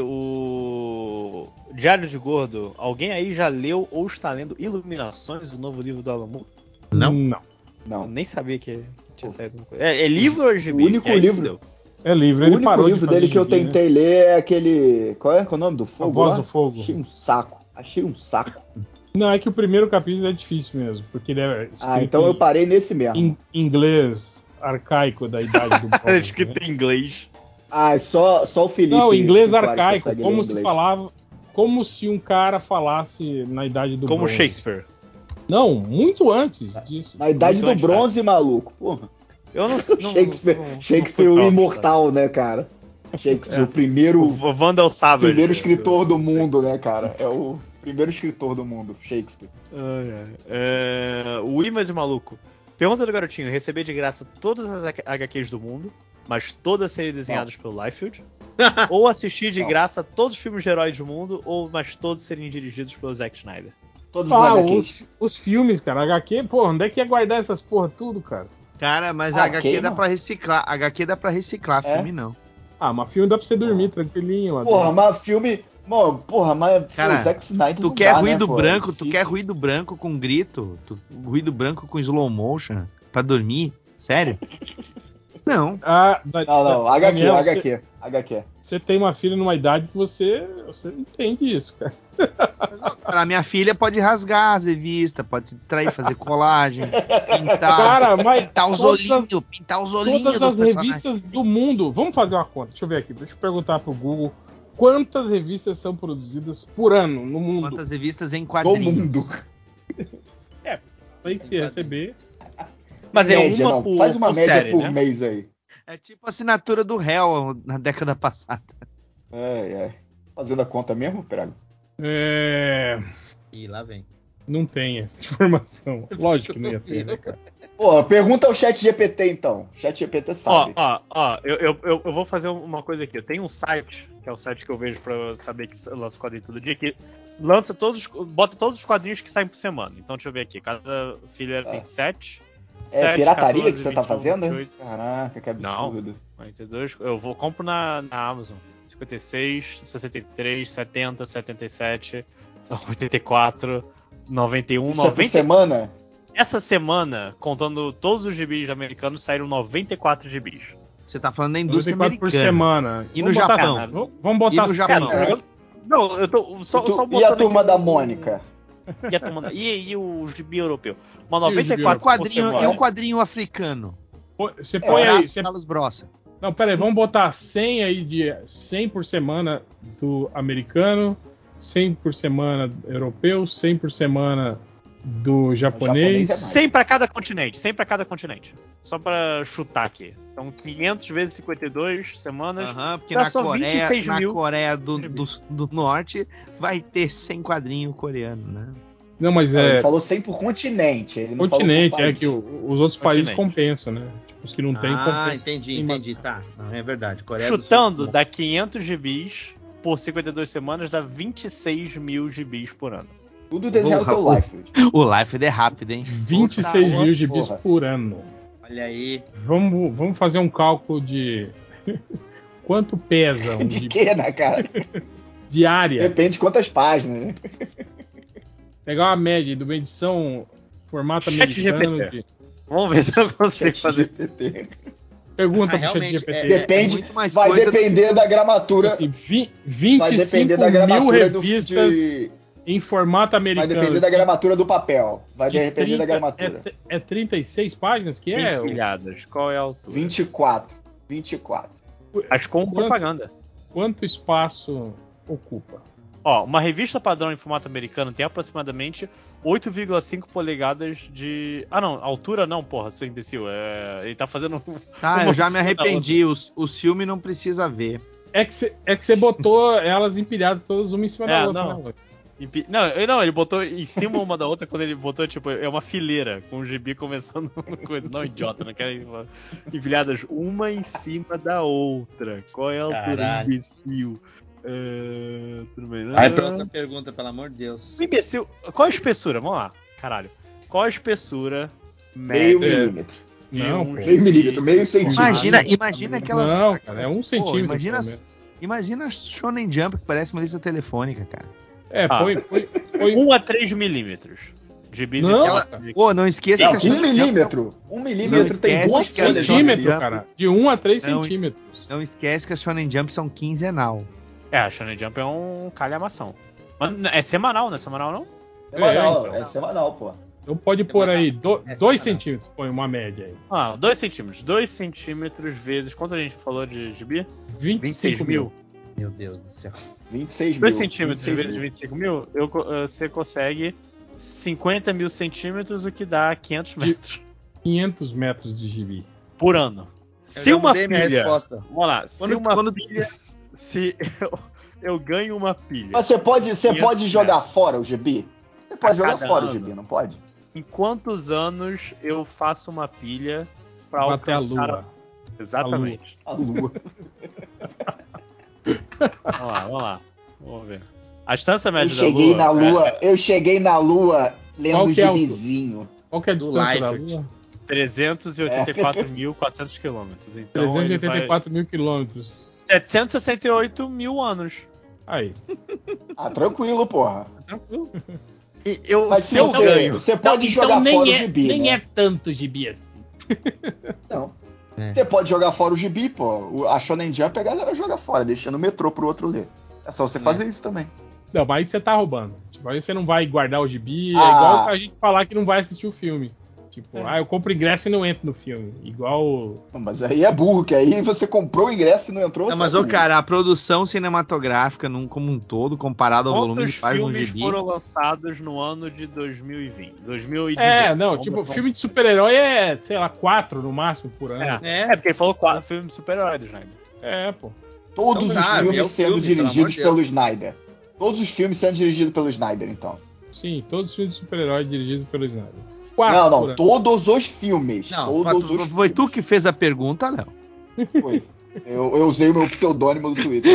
o Diário de Gordo. Alguém aí já leu ou está lendo Iluminações, o novo livro do Alan Moore? Não? Não. Não. Eu nem sabia que, que tinha saído uma coisa. É, é livro ou gibi? O único Que aí livro- fudeu. É livro, O ele único parou de livro fazer dele que eu gibi, né? tentei ler é aquele. Qual é, qual é o nome do fogo? Voz lá? do Fogo. Achei um saco. Achei um saco. Não, é que o primeiro capítulo é difícil mesmo, porque ele é escrito Ah, então eu parei nesse mesmo. em inglês arcaico da idade do bronze. Escrito né? em inglês. Ah, só, só o Felipe. Não, inglês Soares arcaico, consegue como ler se inglês. falava, como se um cara falasse na idade do Como bronze. Shakespeare. Não, muito antes disso. Na idade Muito do antes, bronze, maluco. Porra. Eu não sei. não- Shakespeare, não- não Shakespeare fui o pra- imortal, né, cara? Shakespeare, É. o primeiro, O Vandal Savage. primeiro escritor do mundo, né, cara? É o primeiro escritor do mundo, Shakespeare. Ai, ai. É, o Image Maluco. Pergunta do garotinho: receber de graça todas as H Qs do mundo, mas todas serem desenhadas pelo Liefeld? Ou assistir de Não. graça todos os filmes de heróis do mundo, ou mas todos serem dirigidos pelo Zack Snyder? Todos os Ah, H Qs. os, os filmes, cara, H Q, pô, onde é que ia guardar essas porra tudo, cara? Cara, mas Ah, a H Q queima. dá pra reciclar. H Q dá pra reciclar, É? filme não. Ah, mas filme dá pra você dormir tranquilinho lá Porra, dentro. mas filme. Mano, porra, mas Cara, o Zack Snyder Tu não quer dá, ruído né, pô? branco, É tu difícil. quer ruído branco com grito, tu- ruído branco com slow motion pra dormir? Sério? Não. Ah, da- Não, não, da- H Q, Daniel, H Você, Q, H Q. você tem uma filha numa idade que você, você entende isso, cara. A minha filha pode rasgar as revistas, pode se distrair, fazer colagem, pintar, Cara, mas pintar os todas as- olhinhos, pintar os olhinhos Todas dos as personagens. revistas do mundo. Vamos fazer uma conta. Deixa eu ver aqui. Deixa eu perguntar pro Google quantas revistas são produzidas por ano no mundo. Quantas revistas em Do quadrinhos? mundo. Aí que se receber. Mas é Média, uma não. por, Faz uma por média série, por né? mês aí. É tipo a assinatura do réu na década passada. É, é. Fazendo a conta mesmo, Prego? É... E lá vem. Não tem essa informação. Lógico que não ia ter, né, cara? Pô, pergunta ao chat G P T então. Chat G P T Ó, sabe. ó, ó, eu, eu, eu eu vou fazer uma coisa aqui. Eu tenho um site, que é o site que eu vejo pra saber que lança quadrinho todo dia, que lança todos, bota todos os quadrinhos que saem por semana. Então deixa eu ver aqui. Cada fileira tem sete. É pirataria que você tá vinte e um, fazendo? vinte e oito. Caraca, que absurdo. quarenta e dois, eu vou compro na, na Amazon. cinquenta e seis, sessenta e três, setenta, setenta e sete, oitenta e quatro, noventa e um, Isso é por noventa. semana? Essa semana, contando todos os gibis americanos, saíram noventa e quatro gibis. Você tá falando da indústria noventa e quatro americana. por semana. E Vamos no botar- Japão? Vamos- Vamos botar E no cem, Japão? cara. Eu- não, eu tô só, e, tu- só e botando a turma aqui da o- Mônica? E, a turma, e, e o gibi europeu? Uma E o noventa e gibi É um quatro por quadrinho, semana. é um quadrinho africano. Pô, Você É, põe aí. Abraço, Você... Carlos Brossa. Não, pera aí, vamos botar cem aí de cem por semana do americano, cem por semana europeu, cem por semana do japonês. japonês é mais. cem pra cada continente, cem pra cada continente. Só pra chutar aqui. Então quinhentos vezes cinquenta e dois semanas. Aham, porque Dá na só Coreia, vinte e seis na mil. Coreia do, do, do Norte vai ter cem quadrinhos coreanos, né? Não, mas Não, é Ele falou cem por continente. Ele não continente, falou por é país. que o- os outros países Continente. compensam, né? Tipo, os que não tem Ah, compensam. entendi, Tem entendi. Tá, não, é verdade. Coreia do Chutando, Sul. dá quinhentos gibis por cinquenta e duas semanas, dá vinte e seis mil gibis por ano. Tudo desenhado Porra, pelo o- Liefeld. O Life é rápido, hein? vinte e seis Porra, mil gibis porra. por ano. Olha aí. Vamos, vamos fazer um cálculo de quanto pesa um De gibi quê, né, cara? diária. Depende de quantas páginas, né? Pegar uma média de uma edição formato Chat americano. G P T. De... Vamos ver se eu consigo Chat fazer. G P T. Pergunta Ah, pro chat realmente, G P T. é- Depende, muito mais vai coisa do depender da gramatura. Assim, vi- Vai depender vinte e cinco da mil gramatura do, revistas de, em formato Vai americano. depender da gramatura do papel. Vai De depender da trinta gramatura. É, é trinta e seis páginas que é? o- Empilhadas. Qual é a altura? vinte e quatro. vinte e quatro. Mas com Quanto- propaganda. Quanto espaço ocupa? Ó, uma revista padrão em formato americano tem aproximadamente oito vírgula cinco polegadas de... Ah, não, altura não, porra, seu imbecil. É... Ele tá fazendo... Tá, uma eu já em me cima da arrependi. O, o filme não precisa ver. É que você é que você botou elas empilhadas todas uma em cima É, da outra, não. né, Luiz? Empi- Não, ele- não, ele botou em cima uma da outra quando ele botou, tipo, é uma fileira com o gibi começando uma coisa. Não, idiota, não quero ir- empilhadas uma em cima da outra. Qual é a altura, Caralho. imbecil? É, tudo bem, né? Vai pra outra pergunta, pelo amor de Deus. O imbecil, qual a espessura? Vamos lá, caralho. Qual a espessura Meio média milímetro. de Não, um pô. Meio gibi? milímetro, meio centímetro. Imagina, imagina aquelas. Não, aquelas- cara, é um pô, centímetro, Imagina, pelo menos. imagina a Shonen Jump que parece uma lista telefônica, cara. É, Ah. põe, põe, põe... um a três milímetros. Gibis Não, em Ela- formato de- Pô, não esqueça Não, que a um Shonen Jump- milímetro. Um milímetro tem esquece duas que a folhas. Shonen centímetro, Jump- cara. De um a três Não, centímetros. Não esquece que as Shonen Jump são quinzenal. É, a Shonen Jump é um calhamação. Mas é semanal, não é semanal não? Semanal, É, então. é semanal, pô. Então pode pôr aí do, É, dois semanal. centímetros, põe uma média aí. Ah, dois centímetros. dois centímetros vezes... Quanto a gente falou de gibi? vinte e cinco mil. Meu Deus do céu. vinte e seis mil. dois centímetros vinte e seis vezes mil. vinte e cinco mil, eu, co- eh, você consegue cinquenta mil centímetros, o que dá quinhentos metros quinhentos metros de gibi. por ano. Se já uma mudei minha pilha... resposta. Vamos lá. Se Quando- uma quando- pilha... Se eu, eu ganho uma pilha... Mas você pode, você quinhentos pode jogar metros. fora o gibi? Você pode A jogar cada fora o ano. gibi, não pode? Em quantos anos eu faço uma pilha pra Bater a alcançar lua. Exatamente. A lua. Vamos lá, vamos lá. Vamos ver. A distância Eu média cheguei da Lua na lua, é eu cheguei na lua lendo Qual o que é o- gibizinho. Qual que é a Do distância da Liefeld. Lua? trezentos e oitenta e quatro mil e quatrocentos quilômetros. Então trezentos e ele oitenta e vai... quatro mil quilômetros. setecentos e sessenta e oito mil anos. Aí. Ah, tranquilo, porra. E eu, Mas se se eu você, ganho... você pode Então jogar nem fora é, o gibi, nem né? é tanto gibi assim. Não. É. Você pode jogar fora o gibi, pô. O- A Shonen Jump a galera joga fora, deixando o metrô pro outro ler. É só você fazer isso também. Não, mas aí você tá roubando. Tipo, aí você não vai guardar o gibi. É Ah. igual a gente falar que não vai assistir o filme. Tipo, É. ah, eu compro ingresso e não entro no filme. Igual. Não, mas aí é burro, que aí você comprou o ingresso e não entrou. Não, você mas, é ô, burro. cara, a produção cinematográfica num, como um todo, comparado ao volume Quantos de páginas no filmes gibi. foram lançados no ano de dois mil e vinte? dois mil e dezoito. É, não, Vamos tipo, botar um- filme de super-herói é, sei lá, quatro no máximo por ano. É, É. é porque ele falou quatro filmes de super-herói do Snyder. É, pô. Todos Então, os sabe, filmes é o sendo filme, pelo amor dirigidos de Deus. pelo Snyder. Todos os filmes sendo dirigidos pelo Snyder, então. Sim, todos os filmes de super-herói dirigidos pelo Snyder. Quatro Não, por não, ano. todos os filmes. Não, todos foi, os foi tu filmes. que fez a pergunta, Léo. Foi. Eu, eu usei o meu pseudônimo do Twitter.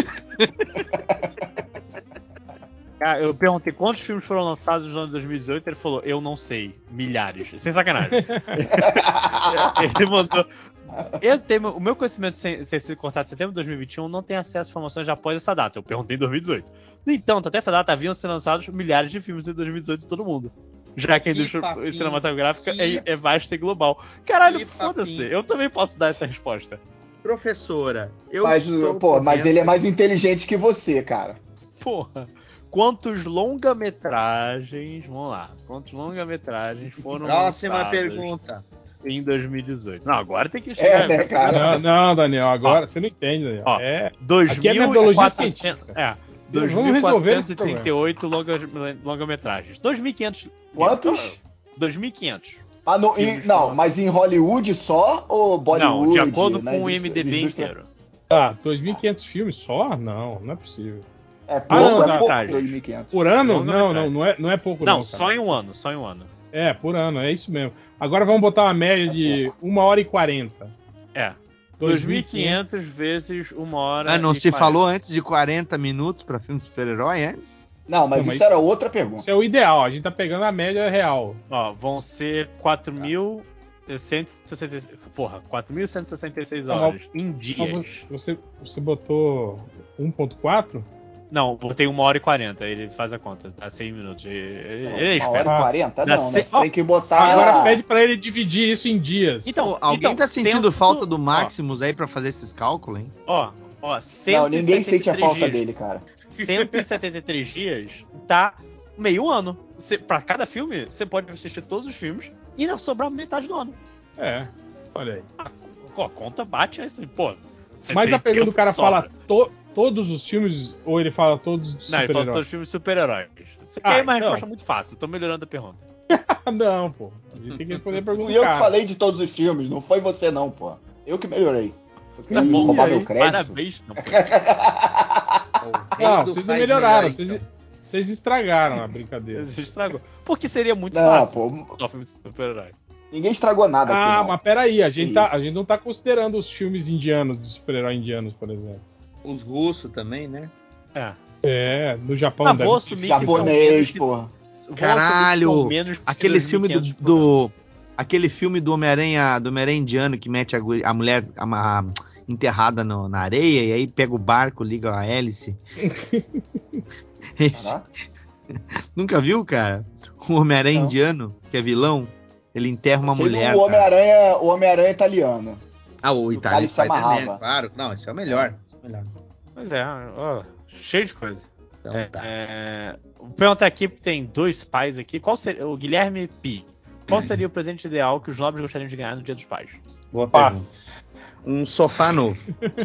Cara, eu perguntei quantos filmes foram lançados no ano de dois mil e dezoito, ele falou, eu não sei, milhares. Sem sacanagem. Ele mandou... Eu tenho, o meu conhecimento sem ter sido cortado em setembro de dois mil e vinte e um não tem acesso a informações de após essa data. Eu perguntei em dois mil e dezoito. No entanto, até essa data haviam sido lançados milhares de filmes em dois mil e dezoito de todo mundo. Já que a Que indústria papinho. cinematográfica Que- é, é vasta e global. Caralho, Que foda-se. papinho. Eu também posso dar essa resposta. Professora, eu mas, estou pô, mas podendo- ele é mais inteligente que você, cara. Porra. Quantos longa-metragens... Vamos lá. Quantos longa-metragens foram Próxima lançados pergunta. em dois mil e dezoito? Não, agora tem que chegar... É, né, cara? Não, não, Daniel, agora você não entende, Daniel. Ó, é. dois Aqui é mil e metodologia quatrocentos científica. É. Vamos resolver esse dois mil quatrocentos e trinta e oito longa- longa-metragens. dois mil e quinhentos. Quantos? dois mil e quinhentos. Ah, no, em- Filmes não, foram mas em Hollywood só ou Bollywood? Não, de acordo na com o indústria- IMDb indústria- inteiro. Tá, dois mil e quinhentos filmes só? Não, não é possível. É Ah, pouco, não, é tá, pouco, tá, dois mil e quinhentos. Por ano? Não, Longa-metragem. não, não é, não é pouco não, Não, cara. só em um ano, só em um ano. É, por ano, é isso mesmo. Agora vamos botar uma média de uma hora e quarenta. É. dois mil e quinhentos vezes uma hora. Ah, não e se quarenta. falou antes de quarenta minutos pra filme de super-herói antes? Não, mas Não, mas isso era outra pergunta. Isso é o ideal, a gente tá pegando a média real. Ó, vão ser quatro mil cento e sessenta e seis. Porra, quatro mil cento e sessenta e seis Tá bom. horas em dias. Você, você botou um ponto quatro? Não, botei uma hora e quarenta, ele faz a conta, tá cem minutos. Ele, ele, ele Uma hora espera. e quarenta? Dá Não, né? se- Você tem que botar. Agora pede pra ele dividir isso em dias. Então, Pô, alguém então, tá sentindo cento- falta do Maximus aí pra fazer esses cálculos, hein? Ó, ó, Não, cento e ninguém setenta e sente a três falta dias. dele, cara. cento e setenta e três dias tá meio ano. Cê, pra cada filme, você pode assistir todos os filmes e ainda sobrar metade do ano. É, olha aí. A, a conta bate assim, pô. Você Mas tem a pergunta do tempo cara que sobra. fala to- todos os filmes ou ele fala todos os Não, ele falou todos super-heróis? os filmes de super-heróis. Você Ah, quer uma então. resposta muito fácil, eu tô melhorando a pergunta. Não, pô. A gente tem que responder a pergunta Fui do eu cara. que falei de todos os filmes, não foi você não, pô. Eu que melhorei. Você Tá quer bom, roubar e aí? meu crédito? Parabéns. Não, Não, do vocês não faz melhoraram, melhor, vocês, então. vocês estragaram a brincadeira. Você estragou. Porque seria muito Não, fácil. pô. Só filme de super-herói. Ninguém estragou nada aqui, Ah, não. mas peraí, a gente, Que tá, isso? a gente não tá considerando os filmes indianos, de super-herói indianos, por exemplo. Os russos também, né? É. É, no Japão Ah, deve vou ter- assumir que são menos Japonês, que... porra. vou assumir que Caralho, são menos que aquele filme do, dois mil e quinhentos do aquele filme do Homem-Aranha, do Homem-Aranha indiano que mete a, guri- a mulher a, a- enterrada no- na areia e aí pega o barco, liga a hélice. Esse- Caraca. Nunca viu, cara? O Homem-Aranha Não. indiano, que é vilão, ele enterra uma Sei mulher. do cara. Homem-Aranha, o Homem-Aranha italiano. Ah, o O Italian cálice amarrava. Spider-Man, claro. Não, esse é o melhor. esse é o melhor. Pois é, ó, cheio de coisa. Então É, tá. é, Vou perguntar aqui, tem dois pais aqui. Qual seria, o Guilherme Pi. Qual seria o presente ideal que os nobres gostariam de ganhar no Dia dos Pais? Boa pergunta. Paz. Um sofá novo.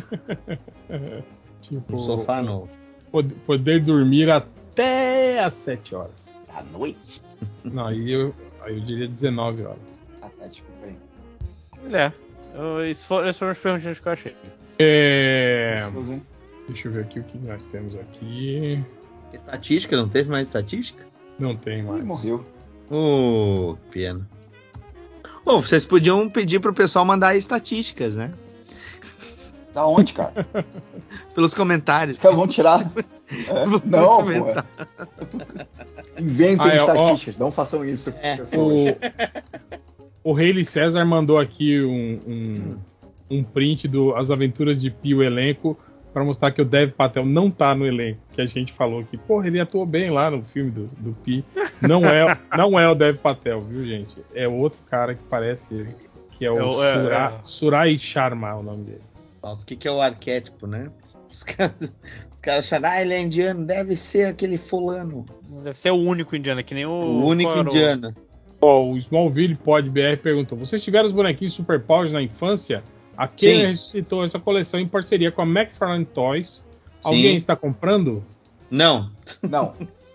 Tipo, Um sofá novo. pod- poder dormir até às sete horas. À noite? Não, aí eu, aí eu diria dezenove horas. Ah, tá, desculpa aí. Pois é. Eu, isso for, essas foram as perguntinhas que eu achei. É, Gostoso, hein? deixa eu ver aqui o que nós temos aqui. Estatística? Não teve mais estatística? Não tem mais. Ih, morreu. Ô, pena. Ô, vocês podiam pedir pro pessoal mandar estatísticas, né? Da onde, cara? Pelos comentários. Os caras vão tirar. É, Vão não, pô. comentar. Inventem Ah, é, ó. estatísticas, não façam isso, É. pessoas. O, o Hayley César mandou aqui um, um, um print do As Aventuras de Pi, o elenco, pra mostrar que o Dev Patel não tá no elenco. Que a gente falou que, porra, ele atuou bem lá no filme do, do Pi. Não é, não é o Dev Patel, viu, gente? É outro cara que parece ele. Que é o É o- é- Sura, é. Surai Sharma, o nome dele. Nossa, o que, que é o arquétipo, né? Os caras, os caras acharam, ah, ele é indiano, deve ser aquele fulano. Deve ser o único indiano, que nem o. O único qual era o- indiano. Ó, o Smallville Pod B R perguntou: vocês tiveram os bonequinhos Super Powers na infância? A Kenner Sim. ressuscitou essa coleção em parceria com a McFarlane Toys. Sim. Alguém está comprando? Não. Não,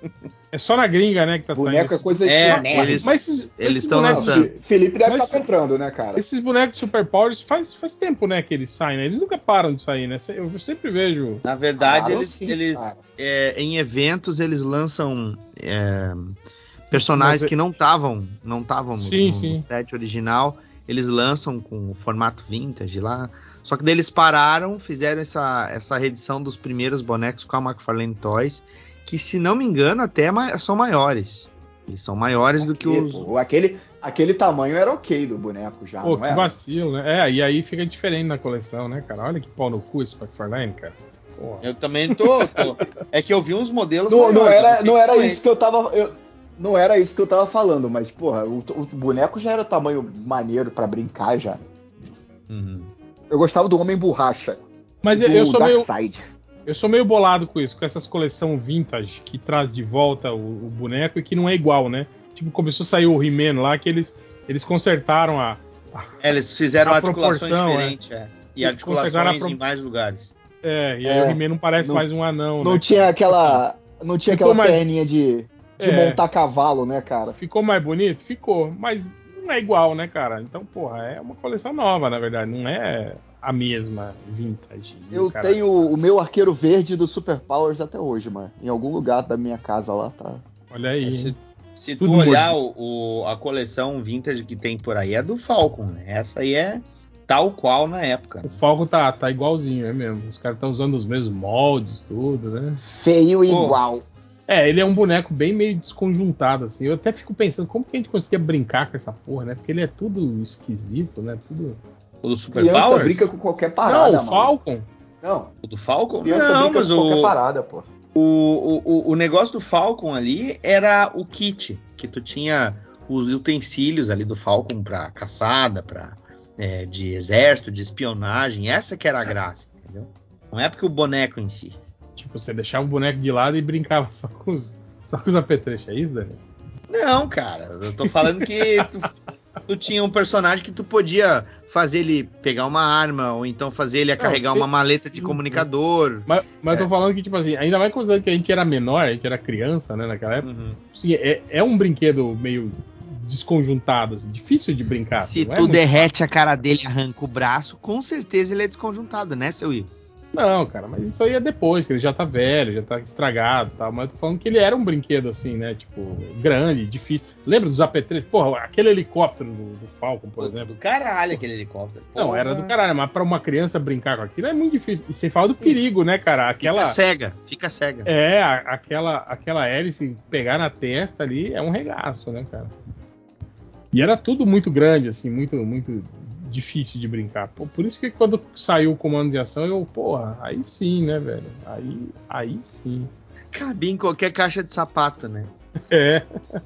É só na gringa, né, que tá boneco é saindo. coisa de É, nerd. eles Mas esses- eles esses estão bonecos- lançando. Felipe deve Mas- estar comprando, né, cara? Esses bonecos de Super Powers faz, faz tempo, né, que eles saem, né? Eles nunca param de sair, né? Eu sempre vejo. Na verdade, Claro, eles, sim, eles cara. é, em eventos eles lançam é, personagens Mas- que não estavam não estavam no, Sim, no- sim. no set original. Eles lançam com o formato vintage lá. Só que daí eles pararam, fizeram essa, essa reedição dos primeiros bonecos com a McFarlane Toys, que se não me engano até ma- são maiores. Eles são maiores do que Aquele, os. pô, aquele, aquele tamanho era ok do boneco já, Pô, não que é? vacilo, né? É, e aí fica diferente na coleção, né, cara? Olha que pau no cu esse McFarlane, cara. Porra. Eu também tô, tô- É que eu vi uns modelos. Não, não maiores, era, sei não se era são isso que eu tava. eu- não era isso que eu tava falando, mas, porra, o, o boneco já era tamanho maneiro pra brincar já. Uhum. Eu gostava do Homem Borracha. Mas eu, do eu sou meio. Darkseid. Eu sou meio bolado com isso, com essas coleções vintage que traz de volta o, o boneco e que não é igual, né? Tipo, começou a sair o He-Man lá, que eles, eles consertaram a. É, eles fizeram A articulações proporção, diferentes, é. E Eles consertaram a articulações pro- em mais lugares. É, e aí É, o He-Man não parece não- mais um anão, Não né? tinha aquela. Não tinha Ficou aquela mais- perninha de, de É. montar cavalo, né, cara? Ficou mais bonito? Ficou, mas não é igual, né, cara? Então, porra, é uma coleção nova, na verdade, não é a mesma vintage. Eu cara. tenho o meu arqueiro verde do Super Powers até hoje, mano. Em algum lugar da minha casa lá, tá? Olha aí. Se, hein? se tu Tudo olhar o, o- a coleção vintage que tem por aí, é do Falcon, né? Essa aí é tal qual na época. O Falco tá, tá igualzinho, é mesmo. Os caras estão usando os mesmos moldes, tudo, né? Feio igual. É, ele é um boneco bem meio desconjuntado, assim. Eu até fico pensando como que a gente conseguia brincar com essa porra, né? Porque ele é tudo esquisito, né? Tudo. O do Super Criança Powers? brinca com qualquer parada, Não, o mano. Falcon. Não, O do Falcon? criança Não, brinca mas com qualquer o, parada, pô. o, o, o- o negócio do Falcon ali era o kit, que tu tinha os utensílios ali do Falcon pra caçada, pra, é, de exército, de espionagem. Essa que era a graça, entendeu? Não é porque o boneco em si. Tipo, você deixava o boneco de lado e brincava só com os, só com os apetrechos, é isso, Daniel? Não, cara, eu tô falando que tu, tu tinha um personagem que tu podia fazer ele pegar uma arma, ou então fazer ele carregar sim, uma maleta sim, de comunicador. Mas, mas é. eu tô falando que, tipo assim, ainda mais considerando que a gente era menor, a gente era criança, né, naquela época. Uhum. Assim, é, é um brinquedo meio desconjuntado, assim, difícil de brincar. Se não é tu muito derrete fácil. a cara dele e arranca o braço, com certeza ele é desconjuntado, né, seu Igor? Não, cara, mas isso aí é depois, que ele já tá velho, já tá estragado e tal. Mas eu tô falando que ele era um brinquedo, assim, né? Tipo, grande, difícil. Lembra dos apetrechos? Porra, aquele helicóptero do, do Falcon, por Pô, exemplo. do caralho aquele helicóptero. Não, Porra. era do caralho, mas pra uma criança brincar com aquilo é muito difícil. E sem falar do perigo, né, cara? Aquela. Fica cega, fica cega. É, a- aquela, aquela hélice pegar na testa ali é um regaço, né, cara? E era tudo muito grande, assim, muito, muito difícil de brincar. Pô, por isso que quando saiu o comando de ação, eu, porra, aí sim, né, velho? Aí, aí sim. Cabia em qualquer caixa de sapato, né? É.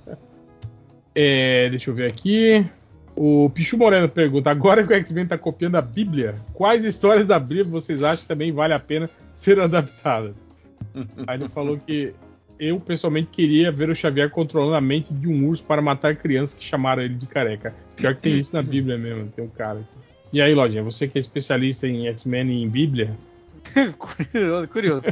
É, deixa eu ver aqui. O Pichu Moreno pergunta: agora que o X-Men tá copiando a Bíblia, quais histórias da Bíblia vocês acham que também vale a pena ser adaptadas? Aí ele falou que eu pessoalmente queria ver o Xavier controlando a mente de um urso para matar crianças que chamaram ele de careca. Pior que tem isso na Bíblia mesmo, tem um cara aqui. E aí, Lojinha, você que é especialista em X-Men e em Bíblia? curioso, curioso.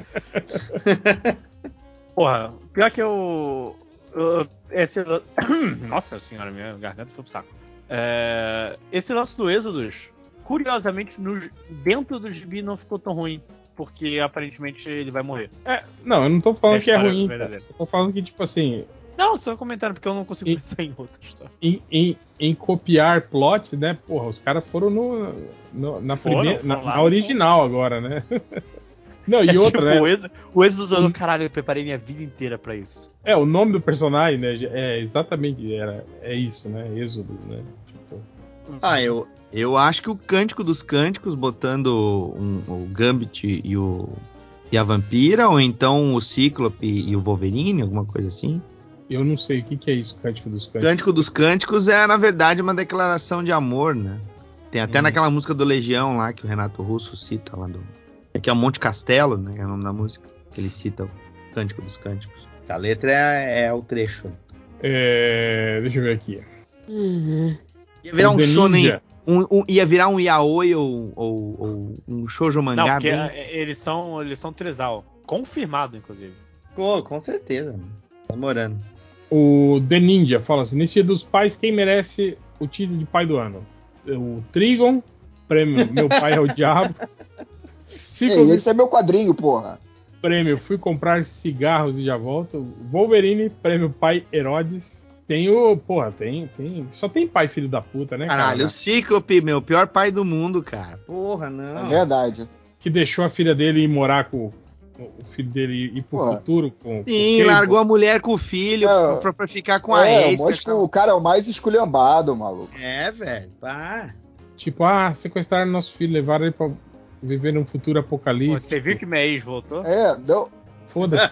Porra, pior que eu. eu esse, nossa senhora, minha garganta foi pro saco. É, esse lance do Êxodos, curiosamente, no, dentro do gibi não ficou tão ruim. Porque aparentemente ele vai morrer. É, não, eu não tô falando Essa que é história ruim. verdadeira. Eu tô falando que, tipo assim. Não, só comentando, porque eu não consigo E- pensar em outra história. Em, em- em copiar plots, né? Porra, os caras foram no, no- na Foram, primeira, foram na, lá na no original agora, né? Não, e É outra, tipo, né? o Êxodo, o Êxodo usando, caralho, eu preparei minha vida inteira pra isso. É, o nome do personagem, né? É exatamente, era, é isso, né? Êxodo, né? Tipo, Ah, eu, eu acho que o Cântico dos Cânticos, botando um- o Gambit e, o, e a Vampira, ou então o Cíclope e o Wolverine, alguma coisa assim. eu não sei o que, que é isso, Cântico dos Cânticos. Cântico dos Cânticos é, na verdade, uma declaração de amor, né? Tem até Hum. naquela música do Legião lá, que o Renato Russo cita lá do... Que é o Monte Castelo, né? É o nome da música. Que ele cita o Cântico dos Cânticos. A letra é, é o trecho. É, deixa eu ver aqui. Ia virar O um The shonen... Ninja. Um, um- ia virar um yaoi ou, ou, ou um shoujo mangá. Não, porque bem... é, eles são, eles são trisal. Confirmado, inclusive. Pô, com certeza. Mano. Demorando. O The Ninja fala assim: nesse dia dos pais, quem merece o título de pai do ano? O Trigon, prêmio Meu Pai é o Diabo. Ciclo Ei, esse é meu quadrinho, porra. Prêmio Fui Comprar Cigarros e Já Volto. Wolverine, prêmio Pai Herodes. Tem o. Porra, tem. tem só tem pai filho da puta, né, Caralho, cara? o Cíclope, meu, pior pai do mundo, cara. Porra, não. É verdade. Que deixou a filha dele ir morar com. O filho dele ir pro Porra. futuro com. Sim, com largou a mulher com o filho É, pra, pra- pra ficar com a é, ex. mostra que que o cara é o mais esculhambado, maluco. É, velho. Pá. Tipo, ah, sequestraram nosso filho, levaram ele pra viver num futuro Pô, apocalíptico. você viu que minha ex voltou? É, não. Foda-se.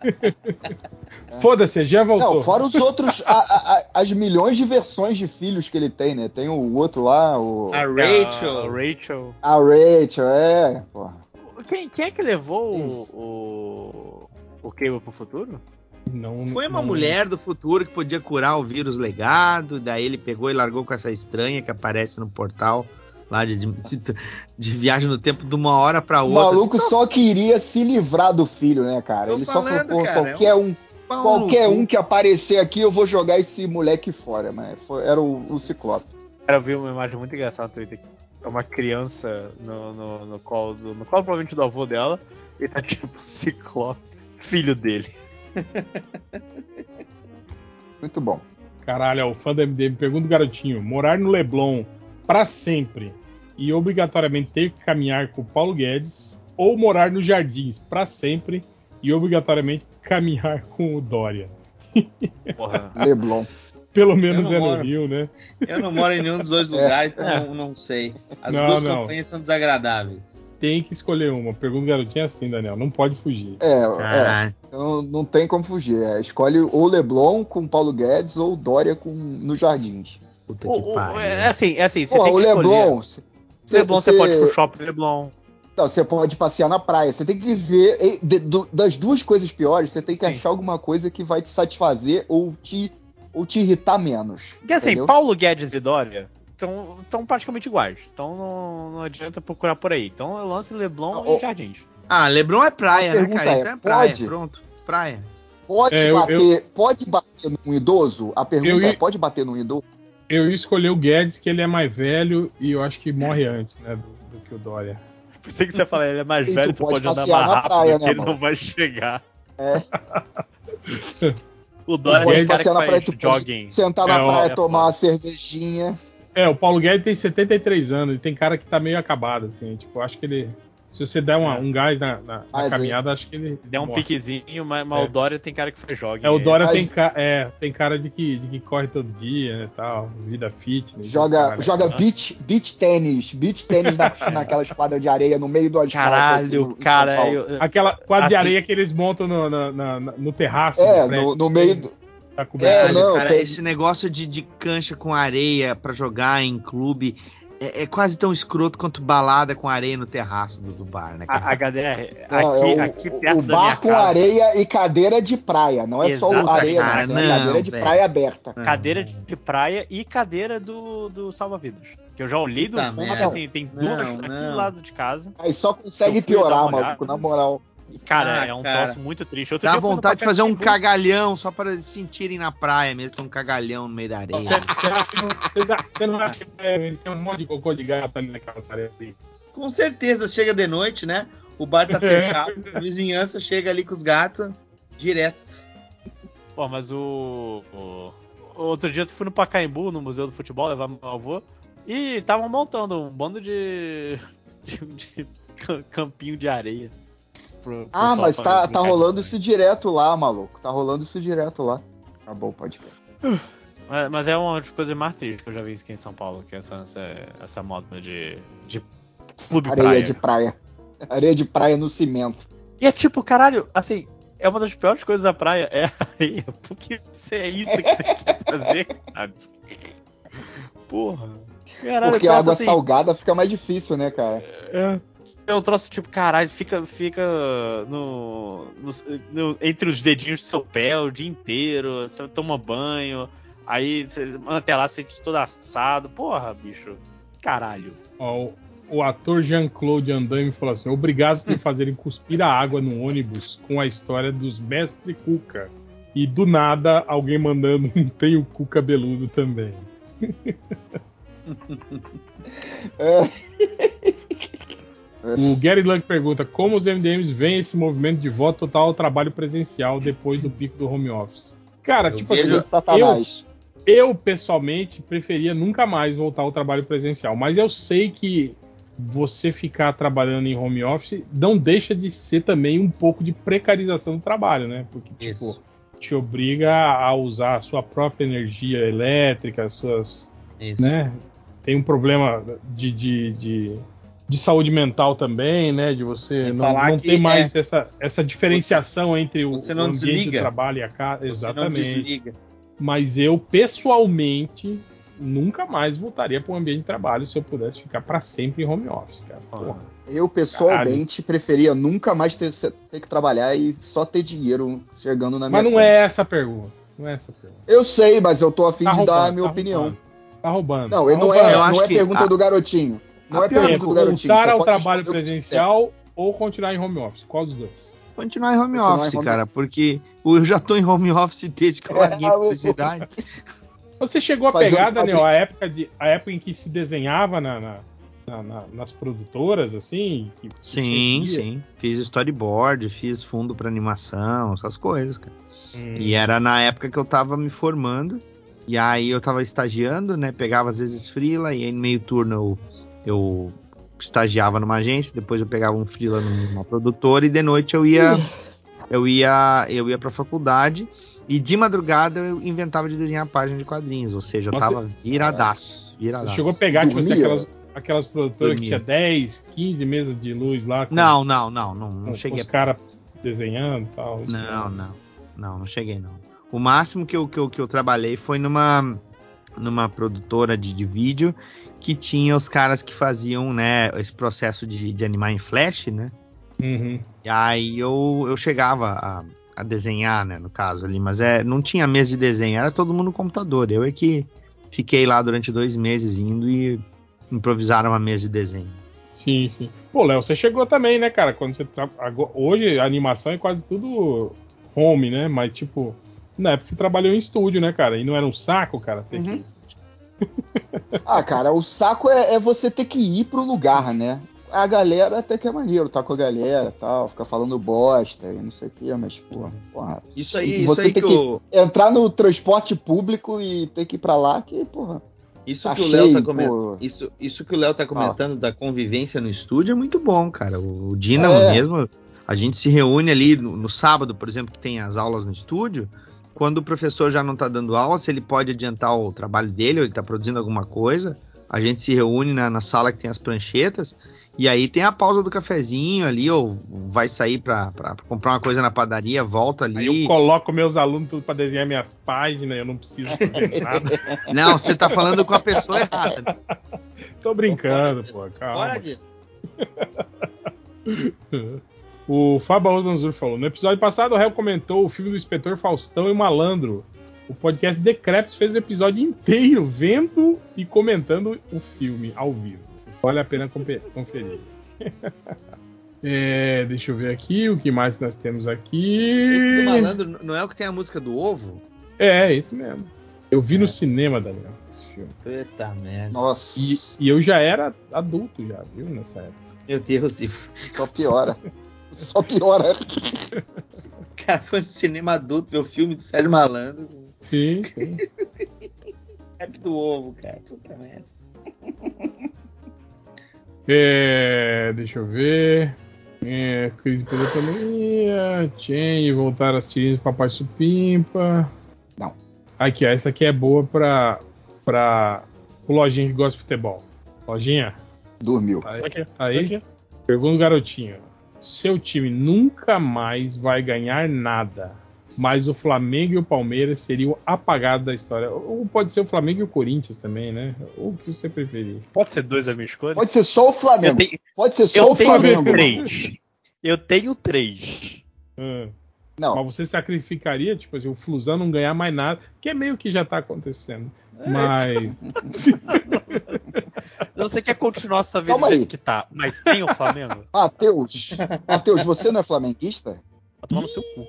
Foda-se, já voltou. Não, fora os outros, a- a- a- as milhões de versões de filhos que ele tem, né? Tem o outro lá, o. A Rachel. A Rachel. A Rachel, é, porra. Quem, quem é que levou o, o, o Cable pro futuro? Não, Foi uma não- mulher do futuro que podia curar o vírus legado, daí ele pegou e largou com essa estranha que aparece no portal lá de, de, de viagem no tempo de uma hora pra O outra. maluco assim, só queria se livrar do filho, né, cara? Tô Ele só falou, falando, pô, cara, qualquer é um, pau qualquer no cu. um que aparecer aqui, eu vou jogar esse moleque fora, mas foi- era o, o Ciclope. Cara, eu vi uma imagem muito engraçada no Twitter. É uma criança no, no, no colo do, no colo provavelmente do avô dela e tá tipo o Ciclope, filho dele. Muito bom. Caralho, ó, o fã do M D M pergunta o garotinho: morar no Leblon pra sempre e obrigatoriamente ter que caminhar com o Paulo Guedes, ou morar nos Jardins pra sempre e obrigatoriamente caminhar com o Dória? Porra. Leblon. Pelo menos não é no moro. Rio, né? Eu não moro em nenhum dos dois lugares, então É. não, não sei. As Não, duas não. campanhas são desagradáveis. Tem que escolher uma. Pergunta o garotinho assim, Daniel. Não pode fugir. É, Ah. é. Então não tem como fugir. É, escolhe ou Leblon com Paulo Guedes ou Dória com, nos Jardins. Puta O- que o- pariu. é assim, é assim, você Pô, tem o que escolher. Leblon. cê- Leblon você cê- pode ir pro shopping Leblon. Não, você pode passear na praia. Você tem que ver. e, de- do- das duas coisas piores, você tem que Sim. achar alguma coisa que vai te satisfazer ou te, ou te irritar menos. Porque assim, entendeu? Paulo Guedes e Dória estão praticamente iguais. Então não, não adianta procurar por aí. Então eu lanço Leblon Oh, e Jardins. Ah, Leblon é praia, A né, pergunta cara? é, Então é praia, pode? pronto. Praia. Pode É, eu- bater, eu- pode bater num idoso? A pergunta Eu é, ia- pode bater num idoso? Eu ia escolher o Guedes, que ele é mais velho e eu acho que morre antes, né, do, do que o Dória. Pensei que você ia falar, ele é mais E tu velho, tu pode pode andar passear mais na rápido, praia, que né, ele mano? não vai chegar. É. O Dória Pode é o cara passear que na praia, faz tu pode jogging. sentar na É, ó, praia, é tomar foda. uma cervejinha. É, o Paulo Guedes tem setenta e três anos e tem cara que tá meio acabado, assim. Tipo, acho que ele. Se você der uma- É. um gás na, na- na Mas, caminhada, acho que ele. Der um morre. piquezinho, mas, mas É. o Dória tem cara que faz jogging. É, o Dória Mas- tem, ca- é, tem cara de que, de que corre todo dia, né, tal, vida fitness. Joga, caralho. joga Ah. beach, beach tênis. Beach tênis na, naquela esquadra de areia no meio do asfalto. aqui Caralho, no- em São cara. Paulo. Eu, Aquela quadra de Assim- areia que eles montam no, no, na- na- no terraço. É, do prédio. no, no meio do... Tá coberto. É, Caralho, não, cara, tem- esse negócio de, de cancha com areia pra jogar em clube é, é quase tão escroto quanto balada com areia no terraço do, do bar, né, a, cara? a galera, Não, aqui, é o, aqui o- perto o da minha bar com casa, areia e cadeira de praia. Não é só Exatamente, areia, não. cara, Tem não, cadeira de velho. praia aberta. cadeira de praia e cadeira do, do salva-vidas. Que eu já olhei do Puta fundo, merda. assim, tem duas Não, aqui não. do lado de casa. Aí só consegue Eu fui dar piorar, uma maluco, olhada. na moral. E, cara, Ah, é um cara. troço muito triste. Outro Dá dia eu fui no vontade de fazer um Pacaembu. cagalhão só para eles sentirem na praia mesmo, tem um cagalhão no meio da areia. Você, você acha que não, você, dá- você não acha que é, tem um monte de cocô de gato ali naquela tarefa ali? Com certeza, chega de noite, né? O bar tá fechado, a vizinhança chega ali com os gatos direto. Pô, mas o, o- Outro dia eu fui no Pacaembu, no Museu do Futebol, levar meu avô, e estavam montando um bando de. de, de cam- campinho de areia. pro- pro Ah, pessoal mas tá, fazer tá brincar rolando de isso direto lá, maluco. Tá rolando isso direto lá. Acabou o podcast. banho. É, mas é uma das coisas mais tristes que eu já vi aqui em São Paulo, que é essa, essa, essa moda de, de clube Areia praia. de praia. Areia de praia no cimento. E é tipo, caralho, assim, é uma das piores coisas da praia, é a areia. Porque se é isso que você quer fazer, cara. Porra. Caralho, Porque eu a penso água assim, salgada fica mais difícil, né, cara? É. É um troço tipo, caralho, fica, fica no, no- no- entre os dedinhos do seu pé o dia inteiro, você toma banho, aí você até lá sente todo assado. Porra, bicho. Caralho. Ó, o, o ator Jean-Claude Van Damme falou assim: obrigado por fazerem cuspir a água no ônibus com a história dos mestre Cuca. E do nada, alguém mandando um tem o cu cabeludo também. É. O Gary Lang pergunta: como os M D Ms veem esse movimento de voto total ao trabalho presencial depois do pico do home office? Cara, Eu tipo vejo assim, de Satanás. eu, eu pessoalmente preferia nunca mais voltar ao trabalho presencial, mas eu sei que você ficar trabalhando em home office não deixa de ser também um pouco de precarização do trabalho, né? Porque, tipo, Isso. te obriga a usar a sua própria energia elétrica, as suas, Isso. né? Tem um problema de, de, de, de saúde mental também, né? De você E não, falar não que ter mais é- essa, essa diferenciação entre o, você o não ambiente desliga. do trabalho e a casa. Você não Exatamente. desliga. Mas eu, pessoalmente, nunca mais voltaria para um ambiente de trabalho se eu pudesse ficar para sempre em home office, cara. Porra. Eu, pessoalmente, preferia nunca mais ter, ter que trabalhar e só ter dinheiro chegando na minha Mas não conta. é essa a pergunta. Não é essa a pergunta. Eu sei, mas eu tô afim Tá de roubando, dar a minha tá opinião. roubando. Tá roubando. Não, tá não roubando. é, Eu não acho é que pergunta a- do garotinho. Não a é pergunta Tempo, do garotinho. voltar você ao pode trabalho responder o que você presencial ou continuar em home office? Qual dos dois? Continuar em home Continuar em office, home cara, porque eu já tô em home office desde que eu É, larguei a o- publicidade. Você chegou a Fazer pegar, um Daniel, quadrinho. a época, de, a época em que se desenhava na, na- na- na- nas produtoras, assim? Que que Sim, tinha- sim. Fiz storyboard, fiz fundo pra animação, essas coisas, cara. Hum. E era na época que eu tava me formando. E aí eu tava estagiando, né? Pegava às vezes freela, e aí no meio turno eu, eu estagiava numa agência, depois eu pegava um freela numa produtora, e de noite eu ia eu ia eu ia pra faculdade, e de madrugada eu inventava de desenhar página de quadrinhos, ou seja, eu Nossa, tava viradaço, viradaço. Você chegou a pegar, tipo assim, Dormia? aquelas, aquelas produtoras que Dormia. tinha dez, quinze mesas de luz lá com, Não, não, não, não, não com cheguei os a caras desenhando e tal. isso Não, não, não, não cheguei não. O máximo que eu, que eu, que eu trabalhei foi numa, numa produtora de, de vídeo que tinha os caras que faziam, né, esse processo de, de animar em flash, né? Uhum. E aí eu, eu chegava a, a desenhar, né, no caso ali, mas é, não tinha mesa de desenho, era todo mundo no computador. Eu é que fiquei lá durante dois meses indo e improvisaram uma mesa de desenho. Sim, sim. Pô, Léo, você chegou também, né, cara? Quando você tra... Hoje a animação é quase tudo home, né? Mas, tipo, na época você trabalhou em estúdio, né, cara? E não era um saco, cara, ter Uhum. que... Ah, cara, o saco é, é você ter que ir pro lugar, né? A galera até que é maneiro, tá com a galera e tal, ficar falando bosta e não sei o que, mas, porra, porra. Isso aí, isso você aí tem que que o- entrar no transporte público e ter que ir pra lá, que, porra. Isso tá que o Léo tá cheio, comentando, pô. isso, isso que o Léo tá comentando da convivência no estúdio é muito bom, cara. O Dina É. mesmo, a gente se reúne ali no, no sábado, por exemplo, que tem as aulas no estúdio. Quando o professor já não tá dando aula, se ele pode adiantar o trabalho dele, ou ele tá produzindo alguma coisa, a gente se reúne na, na sala que tem as pranchetas. E aí tem a pausa do cafezinho ali, ou vai sair pra, pra comprar uma coisa na padaria, volta ali. Aí eu coloco meus alunos tudo pra desenhar minhas páginas, eu não preciso fazer nada. Não, você tá falando com a pessoa errada. Né? Tô brincando, pô, calma. Fora disso. O Fábio Manzur falou: no episódio passado o réu comentou o filme do Inspetor Faustão e o Malandro. O podcast Decrepes fez o episódio inteiro vendo e comentando o filme ao vivo. Vale a pena conferir. É, deixa eu ver aqui o que mais nós temos aqui. Esse do Malandro não é o que tem a música do ovo? É, é esse mesmo. Eu vi É. no cinema, Daniel, esse filme. Eita merda. Nossa. E, e eu já era adulto, já, viu, nessa época. Meu Deus, Ivo. Só piora. Só piora. O cara foi no cinema adulto ver o filme do Sérgio Malandro. Sim, sim. Rap do ovo, cara. Puta merda. É, deixa eu ver. É, crise de pandemia. Chain, voltar as tirinhas do Papai Supimpa. Não. Aqui, ó, essa aqui é boa pra, pra o Lojinha que gosta de futebol. Lojinha? Dormiu. Aí, Aqui, aí aqui. pergunta o garotinho. Seu time nunca mais vai ganhar nada, mas o Flamengo e o Palmeiras seriam apagados da história. Ou pode ser o Flamengo e o Corinthians também, né? Ou o que você preferir. Pode ser dois a minha escolha? Pode ser só o Flamengo. Eu tenho- Pode ser só Eu o tenho Flamengo. três. Eu tenho três. Hum. Não. Mas você sacrificaria, tipo assim, o Flusão não ganhar mais nada, que é meio que já tá acontecendo. É, Mas. Você quer continuar sua vida Calma do aí. jeito que tá, mas tem o Flamengo? Matheus, Matheus, você não é flamenguista? Vai tomar no seu cu.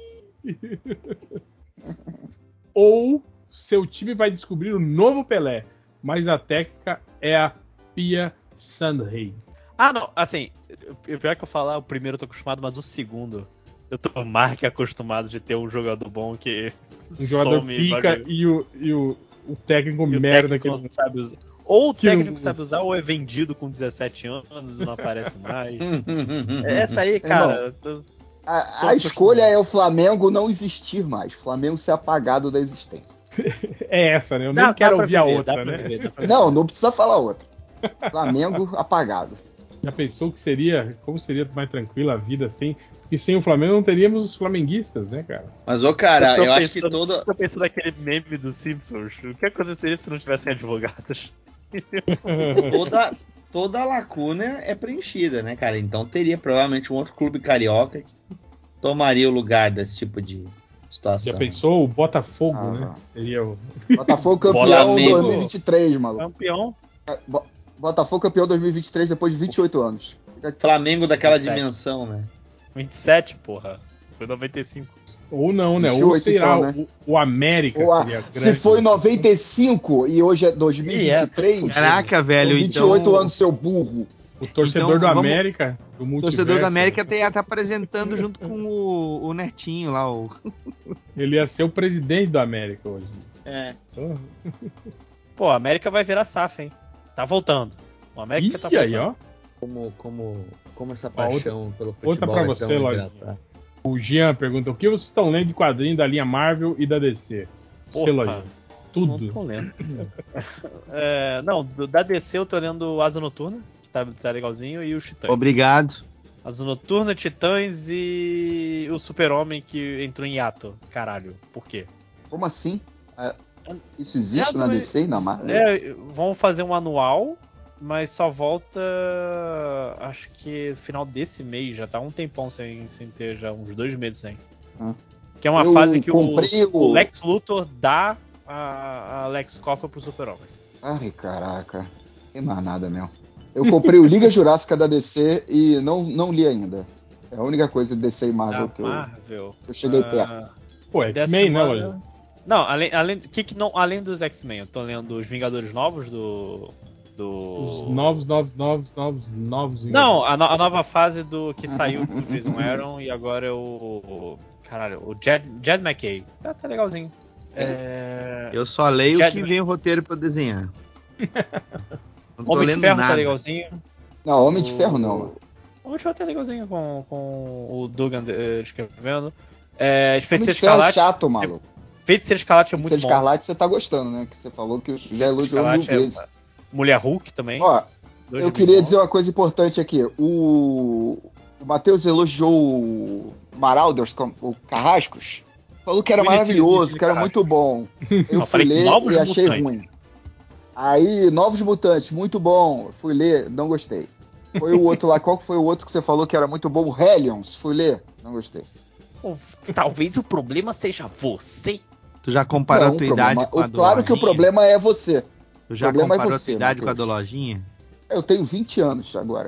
Ou seu time vai descobrir o novo Pelé, mas a técnica é a Pia Sandrey. Ah, não, assim, o pior que eu falar, o primeiro eu tô acostumado, mas o segundo, eu tô mais que acostumado de ter um jogador bom que Um jogador some, pica vai- e o, e o, o técnico e o merda técnico que não sabe usar. Ou o que não- técnico sabe usar, ou é vendido com dezessete anos e não aparece mais. Essa aí, cara. Irmão, eu tô- A, Tô a escolha é o Flamengo não existir mais. O Flamengo ser apagado da existência. É essa, né? Eu Dá- nem quero dá pra ouvir a viver, outra, dá pra né? viver, dá pra Não, não precisa falar outra. Flamengo apagado. Já pensou que seria, como seria mais tranquila a vida assim? Porque sem o Flamengo não teríamos os flamenguistas, né, cara? Mas, ô, cara, tô eu acho que pensando- todo. Tô pensando naquele meme dos Simpsons. O que aconteceria se não tivessem advogados? toda, toda a lacuna é preenchida, né, cara? Então teria provavelmente um outro clube carioca que tomaria o lugar desse tipo de situação. Já pensou o Botafogo, Ah, né? Seria o. Botafogo campeão Flamengo. dois mil e vinte e três, maluco. Campeão. Bo- Botafogo campeão dois mil e vinte e três depois de vinte e oito anos. Flamengo daquela vinte e sete. dimensão, né? vinte e sete, porra. Foi noventa e cinco. Ou não, né? vinte e Ou oito, sei lá, então, né? o, o América Ou a- seria se grande. foi em noventa e cinco e hoje é dois mil e vinte e três, E é, Caraca, velho, são vinte e oito então. anos, seu burro. O torcedor Então, do vamos- América, do O multiverso, torcedor da América tá, tá apresentando junto com o, o Netinho lá. O... ele ia ser o presidente do América hoje. É. Só... Pô, a América vai virar S A F, hein? Tá voltando. O América Ih, tá aí, voltando. ó. Como, como, como essa Ó, outra- paixão pelo futebol outra pra é você, tão Lojinha. engraçada. O Jean pergunta: o que vocês estão lendo de quadrinho da linha Marvel e da D C? Você, Porra. Lojinha. Não Tudo. tô lendo. É, não, do- da D C eu tô lendo Asa Noturna, que tá, tá legalzinho, e os Titãs. Obrigado. Asa Noturna, Titãs e o Super-Homem que entrou em hiato. Caralho, por quê? Como assim? É, isso existe É, na também- D C e na Marvel? É, vão fazer um anual, mas só volta. Acho que final desse mês, já tá um tempão sem, sem ter, já uns dois meses sem. Ah. Que é uma Eu fase que o, comprei o- o Lex Luthor dá a, a Lex Coffer pro Super-Homem. Ai, caraca. Tem mais nada mesmo. Eu comprei o Liga Jurássica da D C e não, não li ainda. É a única coisa de D C e Marvel, Da que, eu, Marvel. que eu cheguei Ah, perto. Pô, dessa X-Men, né, semana- Lojinha? Não, além, além, que que não, além dos X-Men, eu tô lendo os Vingadores Novos do. do... Os novos, novos, novos, novos, novos. Não, a, no- a nova fase do que saiu do Jason Aaron e agora é o. o- Caralho, o Jed, Jed McKay. Tá, tá legalzinho. É... Eu só leio o Jed- que vem o roteiro pra eu desenhar. Não tô Homem de lendo Ferro nada. tá legalzinho. Não, Homem de O- Ferro não. Homem de Ferro tá legalzinho com, com o Dugan eh, escrevendo. É, Homem de Feiticeiro Ferro é Escarlate. chato, maluco. Feiticeiro Escarlate é muito Feiticeiro bom. Escarlate você tá gostando, né? Que você falou que já elogiou mil Escarlate é- vezes. Mulher Hulk também. Ó, Dois eu de queria bom. dizer uma coisa importante aqui. O, o Matheus elogiou o Marauders, com- o Carrascos. Falou que era Eu iniciei- maravilhoso, iniciei que era Carrascos. muito bom. Eu Não, fui falei ler Novos e achei Mutantes. ruim. Aí, Novos Mutantes, muito bom. Fui ler, não gostei. Foi o outro lá, qual que foi o outro que você falou que era muito bom? O Hellions, fui ler, não gostei. Ou talvez o problema seja você. Tu já comparou Não, a tua o problema- idade com a o- do Claro que o Lojinha? problema é você. Tu já o problema é comparou a você, tua idade com a Matheus. do Lojinha? Eu tenho vinte anos agora.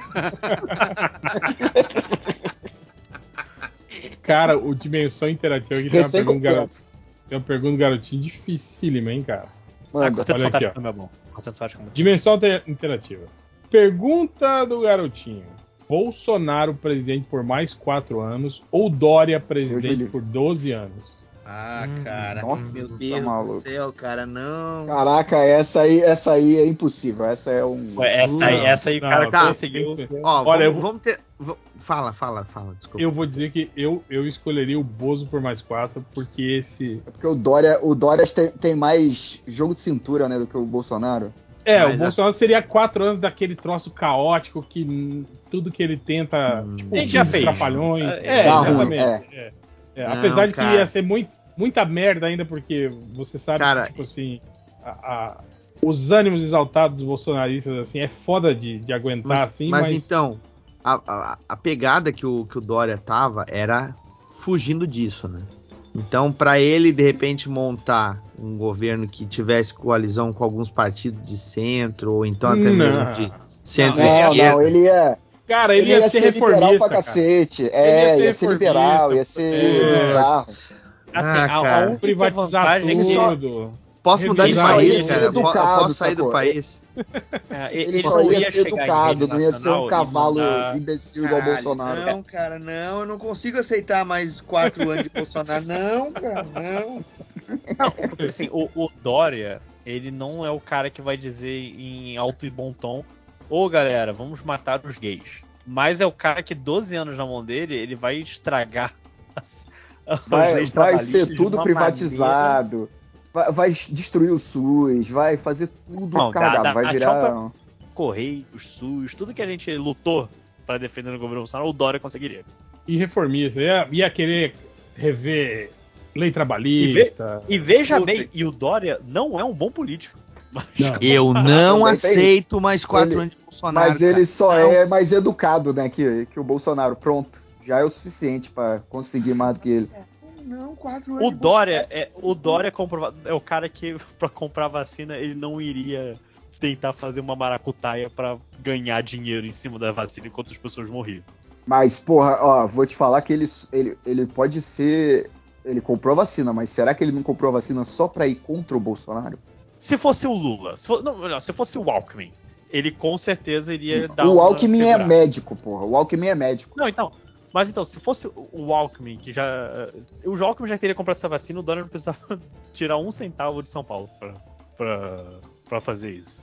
Cara, o Dimensão Interativa aqui tem uma Recém pergunta, garo... completos. tem uma pergunta garotinho dificílima, hein, cara? Ah, Manda. Quarteto Olha aqui, Fantástico ó. também é bom. Quarteto Fantástico é muito bom. Dimensão Inter- Interativa. Pergunta do garotinho. Bolsonaro presidente por mais quatro anos ou Dória Deus me presidente livre. por doze anos? Ah, cara. nossa, meu tá Deus maluco. do céu, cara, não. Caraca, essa aí, essa aí é impossível. Essa é um. Ué, essa aí, Não, essa aí o não, cara tá. conseguiu. Tem que ser. Ó, Olha, vamos, eu vou- vamos ter. v- Fala, fala, fala, desculpa. Eu vou dizer que eu, eu escolheria o Bozo por mais quatro, porque esse. É porque o Dória, o Dória tem, tem mais jogo de cintura, né, do que o Bolsonaro. É, Mas o Bolsonaro seria quatro anos daquele troço caótico que hum, tudo que ele tenta. Tipo, A gente já os fez. trapalhões. É, É, dá ruim, exatamente. é. É. É, Não, apesar de que cara. ia ser muito, muita merda ainda, porque você sabe Cara, que, tipo assim, a- a- os ânimos exaltados dos bolsonaristas, assim, é foda de, de aguentar, Mas, assim, mas mas. então, a, a, a pegada que o, que o Dória tava era fugindo disso, né? Então, pra ele, de repente, montar um governo que tivesse coalizão com alguns partidos de centro, ou então até Não. mesmo de Não, centro-esquerda. não, ele ia. Cara, ele, ia, ser liberal reformista, pra cara. cacete. Ele É, ia ser ia ser liberal, ia reformista, ser é. bizarro. Assim, Ah, a, a cara. única Privatizar vantagem é que só- tudo. Posso mudar de Revisar país, isso. cara? Eu po- eu Educado, posso sair do sacou? país. é, Ele, ele só não ia ia ser chegar em educado, rede não ia ser nacional um e cavalo mandar- imbecil igual o Bolsonaro. Não, cara, não. Eu não consigo aceitar mais quatro anos de Bolsonaro. Não, cara, não. Porque, assim, o, o Dória, ele não é o cara que vai dizer em alto e bom tom: ô galera, vamos matar os gays. Mas é o cara que doze anos na mão dele, ele vai estragar as, as Vai, leis vai trabalhistas ser de tudo uma privatizado, vai, vai destruir o SUS, vai fazer tudo Não, cagado, dá- dá- vai dá virar. tchau Correios, SUS, tudo que a gente lutou para defender no governo Bolsonaro, o Dória conseguiria. E reformista. Ia, ia querer rever lei E, ve- trabalhista. e veja Puta bem, e o Dória não é um bom político. Mas- Não. Eu não Também tem aceito mais quatro Ele- anos de Bolsonaro. Mas ele cara. só Não. é mais educado, né, que, que o Bolsonaro. Pronto. Já é o suficiente pra conseguir mais do que ele. Não, quatro anos O de Dória é o Dória é, comprovado, é o cara que pra comprar vacina ele não iria tentar fazer uma maracutaia pra ganhar dinheiro em cima da vacina enquanto as pessoas morriam. Mas, porra, ó, vou te falar que ele, ele, ele pode ser. Ele comprou a vacina, mas será que ele não comprou a vacina só pra ir contra o Bolsonaro? Se fosse o Lula, se, for, não, melhor, se fosse o Alckmin, ele com certeza iria dar O uma Alckmin é segurada. médico, porra. O Alckmin é médico. Não, então. Mas então, se fosse o Alckmin, que já. O Alckmin já teria comprado essa vacina, o Dória não precisava tirar um centavo de São Paulo pra, pra, pra fazer isso.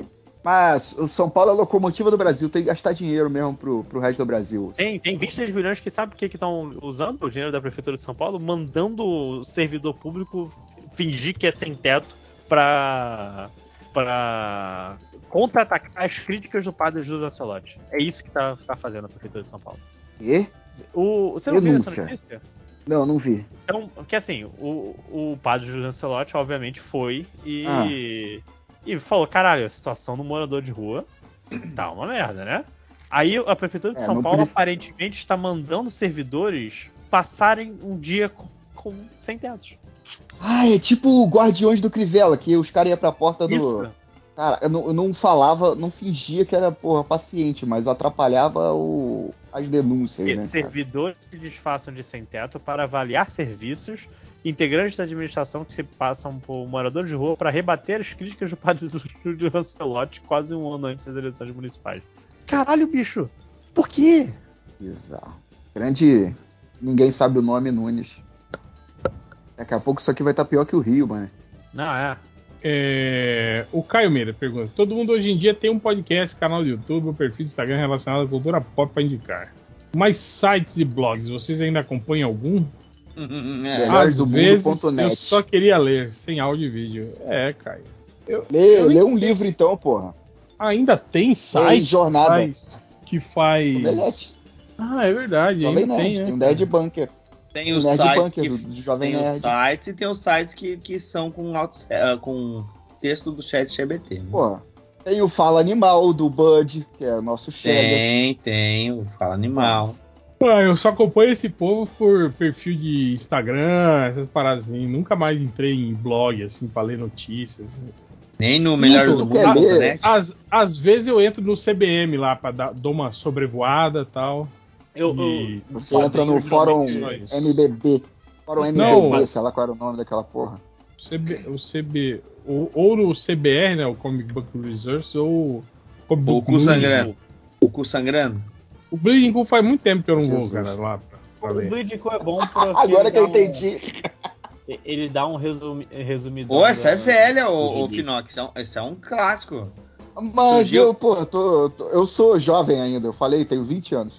Mas o São Paulo é a locomotiva do Brasil, tem que gastar dinheiro mesmo pro, pro resto do Brasil. Tem, tem vinte e seis bilhões que sabe o que estão usando o dinheiro da Prefeitura de São Paulo? Mandando o servidor público fingir que é sem teto pra. pra contra-atacar as críticas do padre Júlio Lancelotti. É isso que tá, tá fazendo a Prefeitura de São Paulo. E? O, você não viu essa Denúncia. notícia? Não, não vi. Então, que assim, o, o padre Júlio Lancelotti, obviamente, foi e, Ah. e falou: caralho, a situação do morador de rua tá uma merda, né? Aí a Prefeitura de É, São não Paulo preci- aparentemente está mandando servidores passarem um dia com, com sem tetos. Ah, é tipo Guardiões do Crivella, que os caras iam pra porta do. Isso. Cara, eu não, eu não falava, não fingia que era, porra, paciente, mas atrapalhava o, as denúncias, né? Cara? Servidores se disfarçam de sem-teto para avaliar serviços. Integrantes da administração que se passam por moradores de rua para rebater as críticas do padre do Júlio Lancelotti quase um ano antes das eleições municipais. Caralho, bicho! Por quê? Bizarro. Grande. Ninguém sabe o nome Nunes. Daqui a pouco isso aqui vai estar pior que o Rio, mano. Não, é. É, o Caio Meira pergunta: todo mundo hoje em dia tem um podcast, canal do YouTube, um perfil do Instagram relacionado à cultura pop para indicar. Mas sites e blogs, vocês ainda acompanham algum? Melhores do mundo.net. Eu só queria ler, sem áudio e vídeo. É, Caio. Eu, lê eu lê um sei. livro então, porra. Ainda tem site tem jornada. que faz... Que faz... Omelete. Ah, é verdade. Jovem ainda Nerd, tem, né, tem um Nerd Bunker. Tem o os Nerd sites Bunker que, do, do Jovem tem Nerd. os sites e tem os sites que, que são com, auto, uh, com texto do chat G B T. Né? Pô, tem o Fala Animal do Bud, que é o nosso chefe. Tem, tem o Fala Animal. Ah, eu só acompanho esse povo por perfil de Instagram, essas paradas assim. Nunca mais entrei em blog, assim, pra ler notícias. Nem no Melhor do Mundo, né? Às, às vezes eu entro no C B M lá pra dar dou uma sobrevoada e tal. Eu, e... eu, Você entra no fórum M B B. Fórum M B B, não, sei lá qual era o nome daquela porra. C B, o C B, ou, ou no C B R, né, o Comic Book Resource, ou Comic Book o cu sangrando. O cu sangrando. O Bleeding Cool faz muito tempo que eu não Jesus. vou, cara, lá pra, pra O ler. Bleeding Cool é bom porque agora que eu um, entendi. Ele dá um resumi, resumidão. Ô, essa é velha, ô, ô Finox. Esse é um clássico. Mas Surgiu... eu, pô, tô, tô, eu sou jovem ainda, eu falei, tenho vinte anos.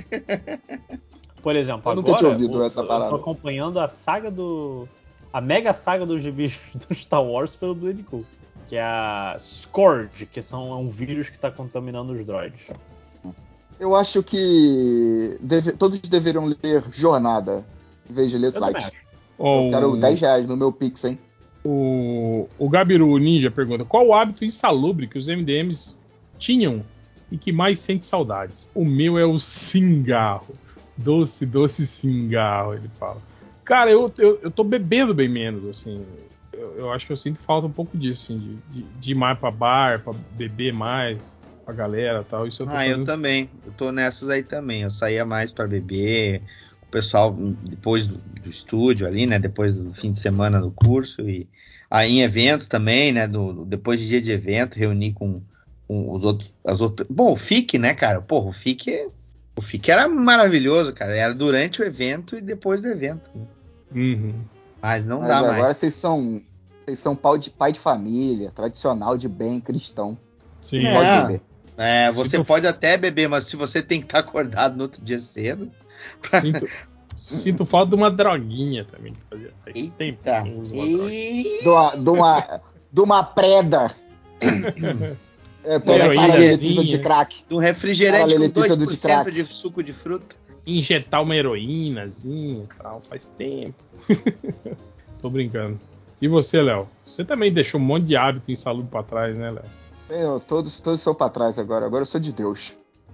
Por exemplo, eu agora nunca tinha ouvido eu, essa parada. Eu tô acompanhando a saga do... A mega saga dos gibis do Star Wars pelo Bleeding Cool. Que é a Scourge, que são, é um vírus que tá contaminando os droids. Eu acho que deve, todos deveriam ler Jornada, em vez de ler eu site. Oh, eu quero dez reais no meu Pix, hein? O, o Gabiru Ninja pergunta: qual o hábito insalubre que os M D Ms tinham e que mais sente saudades? O meu é o cigarro. Doce, doce cigarro, ele fala. Cara, eu, eu, eu tô bebendo bem menos, assim. Eu, eu acho que eu sinto falta um pouco disso, assim, de, de, de ir mais pra bar, pra beber mais. A galera e tal. Isso eu tô ah, fazendo... eu também. Eu tô nessas aí também. Eu saía mais pra beber. O pessoal, depois do, do estúdio ali, né? Depois do fim de semana no curso. E aí em evento também, né? Do, depois de dia de evento, reunir com, com os outros. As outras... Bom, o F I C, né, cara? Porra, o F I C, o F I C era maravilhoso, cara. Era durante o evento e depois do evento. Né? Uhum. Mas não Mas dá agora mais. Agora vocês são. Vocês são pai de, pai de família, tradicional de bem cristão. Sim. É. Pode beber. É, você sinto... pode até beber, mas se você tem que estar acordado no outro dia cedo. Pra... Sinto, sinto falta de uma droguinha também. Fazia Eita. Tempo que eu uso uma droguinha. De uma, de uma, de uma preda. é, paralelepípedo de crack. De um refrigerante com dois por cento de, de suco de fruta. Injetar uma heroínazinha e tal, faz tempo. Tô brincando. E você, Léo? Você também deixou um monte de hábito insalubre pra trás, né, Léo? Eu, todos, todos são pra trás agora. Agora eu sou de Deus.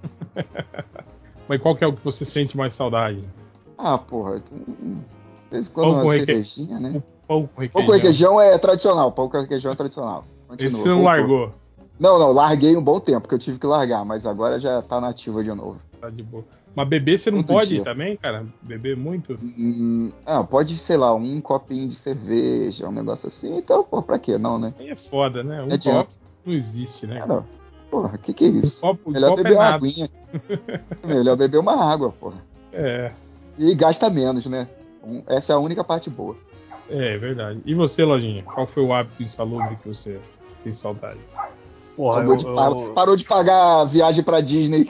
Mas qual que é o que você sente mais saudade? Ah, porra. De vez em quando uma cervejinha, né? O pão com requeijão. Pão com requeijão é tradicional. Pão com requeijão é tradicional. Continua. Esse você não largou? Não, não. Larguei um bom tempo, que eu tive que largar. Mas agora já tá nativa de novo. Tá de boa. Mas beber você não Todo pode dia. também, cara? Beber muito? Hum, ah, pode, sei lá, um copinho de cerveja, um negócio assim. Então, pô, pra quê? Não, né? Aí é foda, né? Um Adianta. copo não existe, né? É, não. Porra, o que que é isso? Um copo, Melhor copo beber é uma nada. aguinha. Melhor beber uma água, porra. É. E gasta menos, né? Essa é a única parte boa. É, é verdade. E você, Lojinha? Qual foi o hábito insalubre que você tem saudade? Porra, eu, de, eu... Parou, parou de pagar a viagem pra Disney.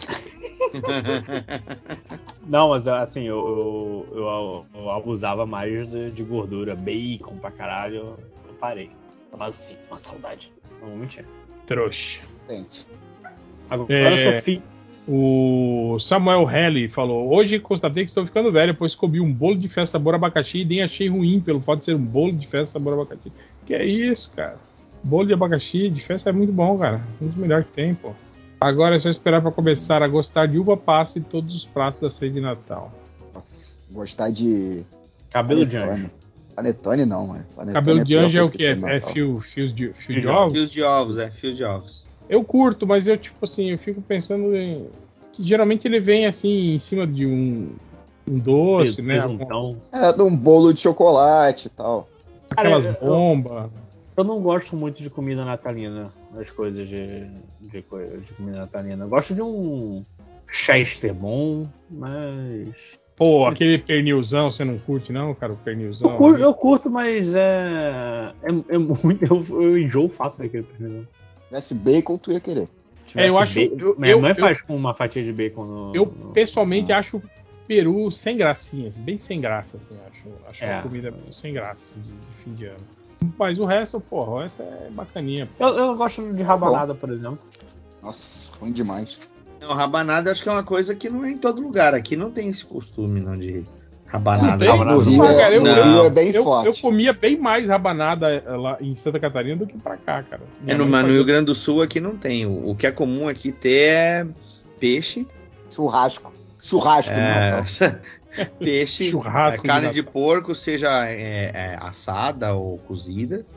Não, mas assim, eu, eu, eu, eu abusava mais de, de gordura, bacon pra caralho, eu parei. Mas sim, uma saudade. Não vou mentir. Trouxa. Gente. Agora é... eu sou filho. O Samuel Helly falou: hoje constatei que estou ficando velho, pois comi um bolo de festa sabor abacaxi e nem achei ruim pelo fato de ser um bolo de festa sabor abacaxi. Que é isso, cara? Bolo de abacaxi de festa é muito bom, cara. Um dos melhores que tem, pô. Agora é só esperar para começar a gostar de uva passa e todos os pratos da ceia de Natal. Nossa, gostar de... Cabelo de anjo. Panetone não, mano. Panetone Cabelo de a pior anjo é o coisa que? É, tem no é Natal. fio, fios de, fio de Fios ovos? Fios de ovos, é, fios de ovos. Eu curto, mas eu, tipo assim, eu fico pensando em... que geralmente ele vem, assim, em cima de um, um doce, né? Presuntão. É, de um bolo de chocolate e tal. Aquelas Cara, eu- bombas. Eu não gosto muito de comida natalina, as coisas de, de, co- de comida natalina. Eu gosto de um Chester bom, mas. Pô, aquele pernilzão, você não curte não, cara? O pernilzão. Eu curto, ali? eu curto, mas é. É, é muito. Eu, eu enjoo fácil daquele pernilzão. Se tivesse bacon, tu ia querer. É, eu Tivesse acho- bacon- eu- Minha eu- mãe eu- faz com uma fatia de bacon no. Eu, no- pessoalmente, no- acho o peru sem gracinhas. Bem sem graça, assim. Acho, acho É. uma comida sem graça, assim, de, de fim de ano. Mas o resto, porra, o resto é bacaninha. Eu, eu gosto de rabanada, por exemplo. Nossa, ruim demais. Não, rabanada acho que é uma coisa que não é em todo lugar. Aqui não tem esse costume, não, de rabanada. Não tem? Rabanada No Rio não. é- Cara, eu, no eu- Rio é bem eu- forte. eu comia bem mais rabanada eh, lá em Santa Catarina do que pra cá, cara. É, Minha no, mãe mas no fazia- Rio Grande do Sul aqui não tem. O, o que é comum aqui ter é peixe. Churrasco. Churrasco no É, Natal. peixe, Churrasco é, de carne de, Natal. porco, seja é, é, assada ou cozida,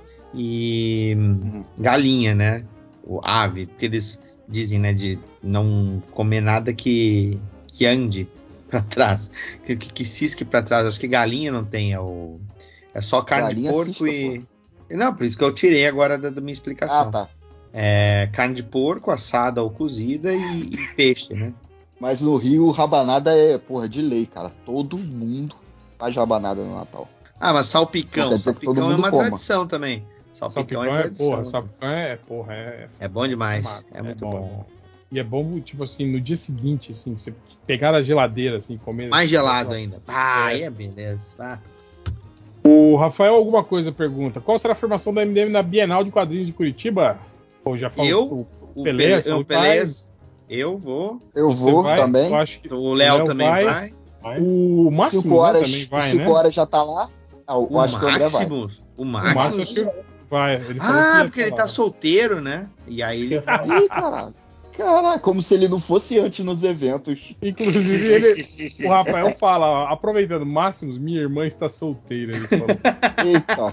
e hum, galinha, né? O ave, porque eles dizem, né, de não comer nada que, que ande pra trás, que, que, que cisque pra trás. Acho que galinha não tem, é, o, é só carne Galinha de porco cisca, e... Não, por isso que eu tirei agora da, da minha explicação. Ah, tá. É, carne de porco, assada ou cozida e, e peixe, né? Mas no Rio, rabanada é, porra, de lei, cara. Todo mundo faz rabanada no Natal. Ah, mas Não salpicão. quer dizer que todo Salpicão é mundo uma coma. tradição também. Salpicão, Salpicão é é, tradição. porra, salpicão é, porra, é... É bom demais. massa, É muito bom. E é bom, tipo assim, no dia seguinte, assim, você pegar da geladeira, assim, comer... Mais gelado ainda. Ah, É. aí é beleza. Ah. O Rafael Alguma Coisa pergunta, qual será a formação da M D M na Bienal de Quadrinhos de Curitiba? Pô, já falou Eu, o, o Pelé, Pelé, falou o que vai. Pelé, eu vou. Eu Você vou vai? também. Eu acho que O Léo também vai. Vai. O Máximo, Cinco horas, né, também vai, cinco né? horas já tá lá. Ah, eu O acho que o André vai. Máximo. O O Máximo Máximo. acho que vai. Ele falou que Ah, ia porque ele falar. tá solteiro, né? E aí ele vai. Ih, caralho. Caraca, como se ele não fosse antes nos eventos. Inclusive, ele, o Rafael fala, ó, aproveitando, Máximos, minha irmã está solteira. Ele falou. Eita.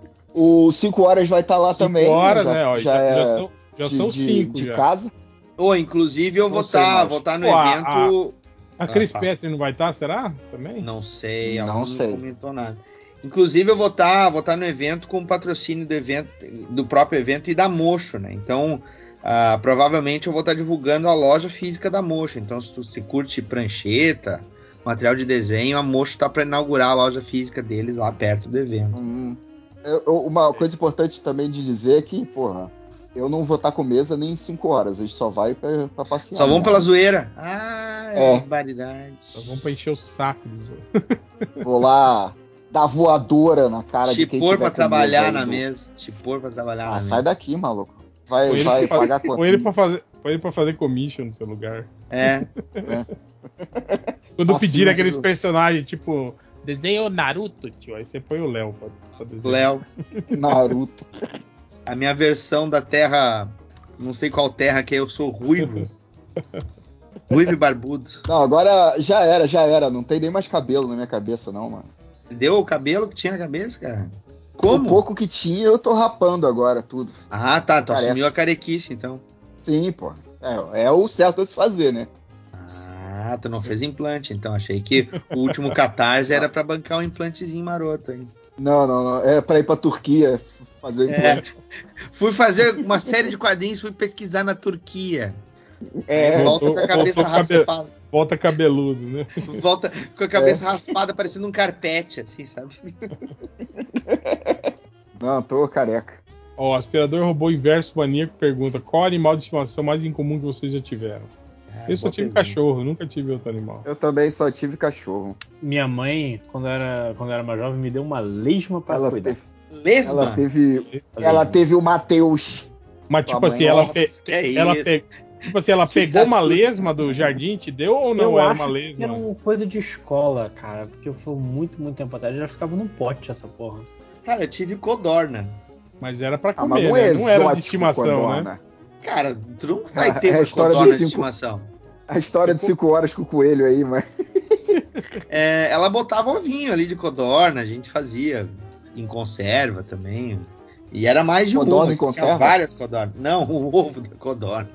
O cinco horas vai estar lá Cinco também. horas, já, né? Ó, já, já, é já são, já de, são de- cinco de já. casa. Ou, inclusive, eu vou Não sei estar mais. vou tá no Pô, a- evento. A Cris Ah, tá. Petri não vai estar, será? Também? Não sei, ela Não não, sei. comentou nada. Inclusive, eu vou estar vou tá no evento com o patrocínio do evento, do próprio evento e da Mocho, né? Então, ah, provavelmente eu vou estar divulgando a loja física da Mocho. Então, se tu se curte prancheta, material de desenho, a Mocho está para inaugurar a loja física deles lá perto do evento. Hum. Eu- eu- uma coisa importante também de dizer é que, porra, eu não vou estar com mesa nem cinco horas. A gente só vai pra, pra passear. Só vão né? pela zoeira. Ah, é É. barbaridade. Nós vamos pra encher o saco dos outros. Vou lá dar voadora na cara Te de quem pôr tiver pra com trabalhar mesa na aí do- mesa. Te pôr pra trabalhar Ah, na sai mesa. daqui, maluco. Vai, Põe ele vai pra- pagar Põe quanto? ele pra fazer, põe ele pra fazer commission no seu lugar. É. Quando Assim, pedir aqueles eu- personagens, tipo, desenho Naruto, tio, aí você põe o Léo pra, pra desenhar. Léo. Naruto. A minha versão da terra. Não sei qual terra que é, eu sou ruivo. Ruivo e barbudo. Não, agora já era, já era. Não tem nem mais cabelo na minha cabeça, não, mano. Deu o cabelo que tinha na cabeça, cara? O Como? pouco que tinha, eu tô rapando agora tudo. Ah, tá. Tu Careca. assumiu a carequice, então. Sim, pô. É, é o certo a se fazer, né? Ah, tu não fez implante, então. Achei que o último catarse era pra bancar um implantezinho maroto aí. Não, não, não. É pra ir pra Turquia fazer o É. implante. Fui fazer uma série de quadrinhos, fui pesquisar na Turquia. É, Aí volta com a cabeça voltou cabe- raspada. Volta cabeludo, né? Volta com a cabeça É. raspada, parecendo um carpete, assim, sabe? Não, tô careca. Ó, o aspirador robô inverso maníaco pergunta: qual animal de estimação mais incomum que vocês já tiveram? Ah, eu só boa tive pergunta. cachorro, nunca tive outro animal. Eu também só tive cachorro. Minha mãe, quando era, quando era mais jovem, me deu uma lesma pra Ela cuidar. teve, Lesma? ela teve, Lesma. ela teve o Matheus. Mas Tua tipo mãe, assim, ela, nossa, pe- que é ela isso? pe- tipo assim, ela Que pegou uma gratuito. lesma do jardim, te deu ou não eu era acho uma que lesma? era uma coisa de escola, cara, porque foi muito, muito tempo atrás. Já ficava num pote essa porra. Cara, eu tive codorna. Mas era pra Ah, mas comer, não né? é Não era de exótico, estimação, né? Codorna. Cara, tu não vai É ter a uma história codorna dos de cinco- estimação. A história de cinco horas com o coelho aí, mas. É, ela botava ovinho ali de codorna, a gente fazia. em conserva também. E era mais de Codorna uma, em tinha conserva? várias codornas. Não, o ovo da codorna.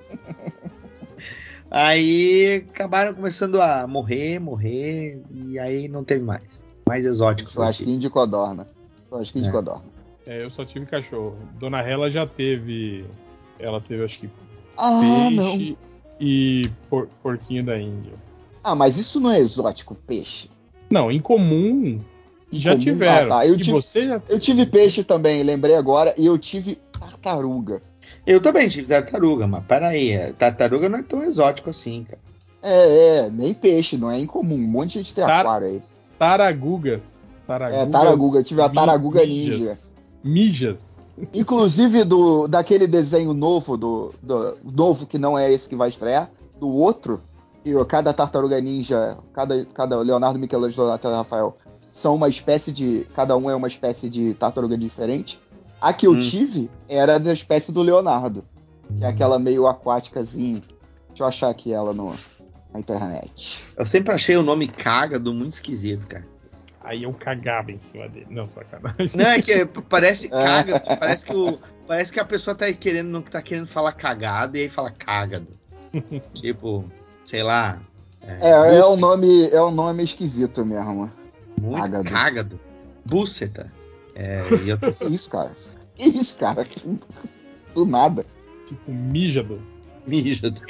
Aí acabaram começando a morrer, morrer, e aí não teve mais. Mais exótico. Churrasquinho de codorna. Churrasquinho É. de codorna. É, eu só tive cachorro. Dona Hela já teve. Ela teve, acho que, Ah, peixe não. e por- porquinho da Índia. Ah, mas isso não é exótico, peixe. Não, em comum já Comum? tiveram. Ah, tá. Eu, E tive, você já eu tive peixe também, lembrei agora, e eu tive tartaruga. Eu também tive tartaruga, mas peraí, tartaruga não é tão exótico assim, cara. É, é, nem peixe, não é incomum. Um monte de gente tem Tar- aquário aí. Taragugas. Taragugas. É, taraguga, eu tive a mi- taraguga mijas. ninja. Mijas. Inclusive do, daquele desenho novo, do, do novo que não é esse que vai estrear, do outro, e o- cada tartaruga ninja, cada, cada Leonardo, Michelangelo, Donatello e Rafael, são uma espécie de. Cada um é uma espécie de tartaruga diferente. A que eu Hum. tive era da espécie do Leonardo, que é aquela meio aquáticazinha. Deixa eu achar aqui ela no, na internet. Eu sempre achei o nome cágado muito esquisito, cara. Aí eu cagava em cima dele. Não, sacanagem. Não, é que parece cágado, parece que, o, parece que a pessoa tá querendo, não tá querendo falar cagado e aí fala cágado. Tipo, sei lá. É, é, um nome, é um nome esquisito mesmo. Muito Cágado. cágado. Búceta. É, e eu tô... Que isso, cara? Que isso, cara? Do nada. Tipo, míjado. Míjado.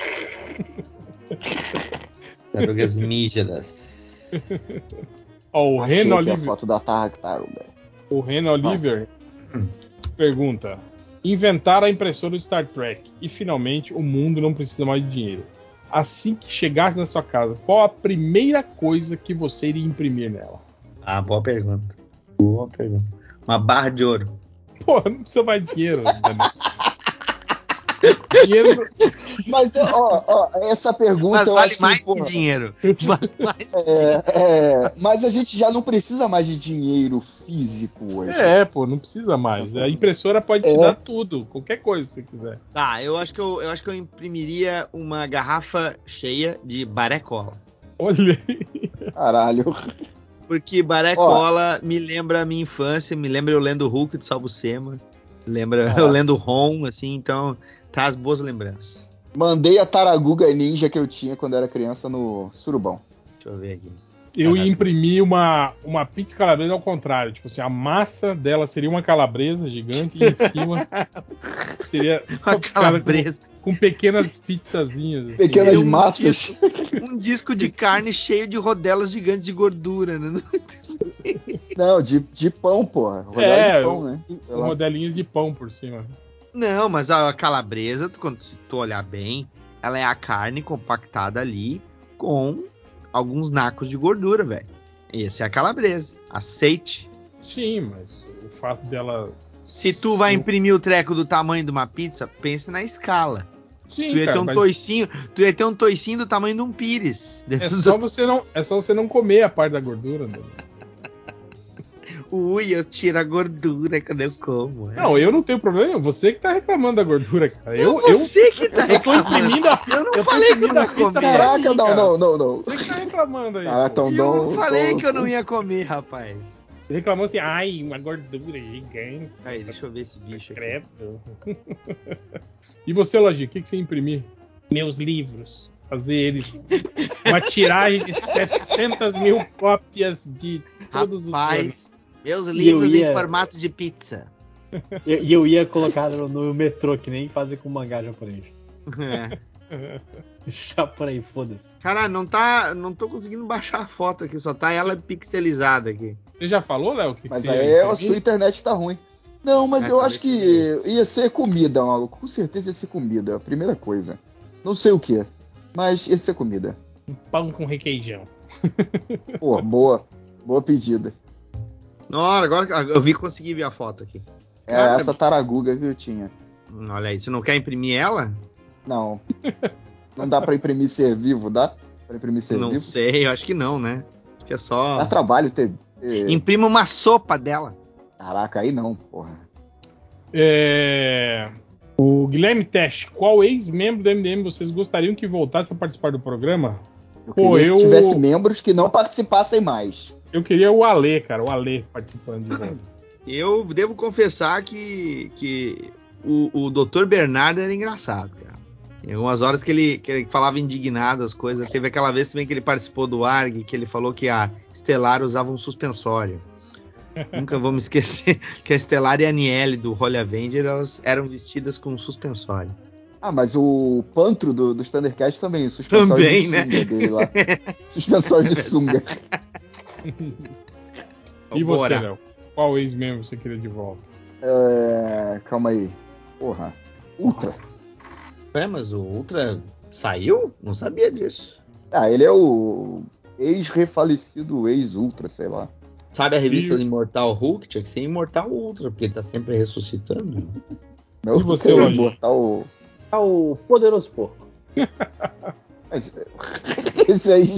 Tartarugas míjadas. Ó, o Achei Ren aqui a Oliver, foto da tartaruga. o Ren Oliver pergunta: inventaram a impressora do Star Trek e finalmente o mundo não precisa mais de dinheiro. Assim que chegasse na sua casa, qual a primeira coisa que você iria imprimir nela? Ah, boa pergunta. Boa pergunta. Uma barra de ouro. Pô, não precisa mais de dinheiro, Dani. Dinheiro. Mas, ó, ó, essa pergunta. Mas eu vale acho que, mais porra, que dinheiro. Vale mais que É, dinheiro. é, mas a gente já não precisa mais de dinheiro físico hoje. É, pô, não precisa mais. A impressora pode te É. dar tudo, qualquer coisa que você quiser. Tá, eu acho que eu, eu acho que eu imprimiria uma garrafa cheia de baré cola. Olha aí. Caralho. Porque baré Ó. cola me lembra a minha infância, me lembra eu lendo Hulk de Salbucema, lembra Ah. eu lendo Ron, assim, então traz boas lembranças. Mandei a taraguga ninja que eu tinha quando era criança no surubão. Deixa eu ver aqui. Eu ia imprimir uma, uma pizza calabresa ao contrário. Tipo assim, a massa dela seria uma calabresa gigante e em cima seria Uma calabresa. Com, com pequenas pizzazinhas. assim. Pequenas um massas. Disco, um disco de carne cheio de rodelas gigantes de gordura, né? Não, de, de pão, porra. Rodela É, de pão, né? Sei com lá. rodelinhas de pão por cima. Não, mas a calabresa, quando se tu olhar bem, ela é a carne compactada ali com alguns nacos de gordura, velho. Essa é a calabresa. Aceite. Sim, mas o fato dela. Se tu vai imprimir o treco do tamanho de uma pizza, pense na escala. Sim, tu ia cara, ter um mas- toicinho, tu ia ter um toicinho do tamanho de um pires. É só você não, é só você não comer a parte da gordura, né? Ui, eu tiro a gordura quando eu como. é. Não, eu não tenho problema. Você que tá reclamando da gordura, cara. Eu, Não, você que tá eu tô reclamando. imprimindo a Eu não eu tô falei que eu imprimindo não a ia pizza comer. pra Caraca, mim, não, cara. não, não, não. Você que tá reclamando aí. Cara, pô. tão E eu não dom- falei tô- que eu não ia comer, rapaz. Você reclamou assim, ai, uma gordura gigante. Aí, deixa eu ver esse bicho aqui. Credo. E você, Lojinha, o que, que você imprimir? Meus livros. Fazer eles uma tiragem de setecentas mil cópias de todos Rapaz, meus E livros eu ia- em formato de pizza. E e eu ia colocar no, no metrô, que nem fazer com mangá japonês. É. Já por aí, foda-se. Cara, não tá, não tô conseguindo baixar a foto aqui, só tá ela pixelizada aqui. Você já falou, Léo? Que que Mas você aí ia é a imprimir? sua internet que tá ruim. Não, mas É, eu talvez acho que ia ser comida, maluco. Com certeza ia ser comida, a primeira coisa. Não sei o que, mas ia ser comida. Um pão com requeijão. Pô, boa. Boa pedida. Não, agora eu vi consegui ver a foto aqui. É Cara, essa taraguga que eu tinha. Hum, Olha aí, você não quer imprimir ela? Não. Não dá pra imprimir ser vivo, dá? Pra imprimir ser Não vivo? sei, eu acho que não, né? Acho que é só. Dá trabalho ter. ter- Imprima uma sopa dela. Caraca, aí não, porra. É... O Guilherme Tesh, qual ex-membro do M D M vocês gostariam que voltasse a participar do programa? Eu Pô, queria eu- que tivesse membros que não participassem mais. Eu queria o Ale, cara, o Ale participando de volta. Eu devo confessar que, que o, o doutor Bernardo era engraçado, cara. Em algumas horas que ele, que ele falava indignado as coisas. Teve aquela vez também que ele participou do A R G, que ele falou que a Estelar usava um suspensório. Nunca vou me esquecer que a Estelar e a Aniele do Holy Avenger, elas eram vestidas com um suspensório. Ah, mas o Pantro do, do Thundercats também, o suspensório Também, de né? sunga dele lá. Suspensório de sunga. E você, Bora. Léo? Qual ex-membro você queria de volta? É, calma aí. Porra. Ultra. É, mas o Ultra saiu? Não sabia disso. Ah, ele é o ex-refalecido ex-Ultra, sei lá. Sabe a revista E- do Imortal Hulk? Tinha que ser Imortal Ultra, porque ele tá sempre ressuscitando. Não, E você, porque o Lojinha? Imortal... Ah, o Poderoso Porco. Mas, esse aí...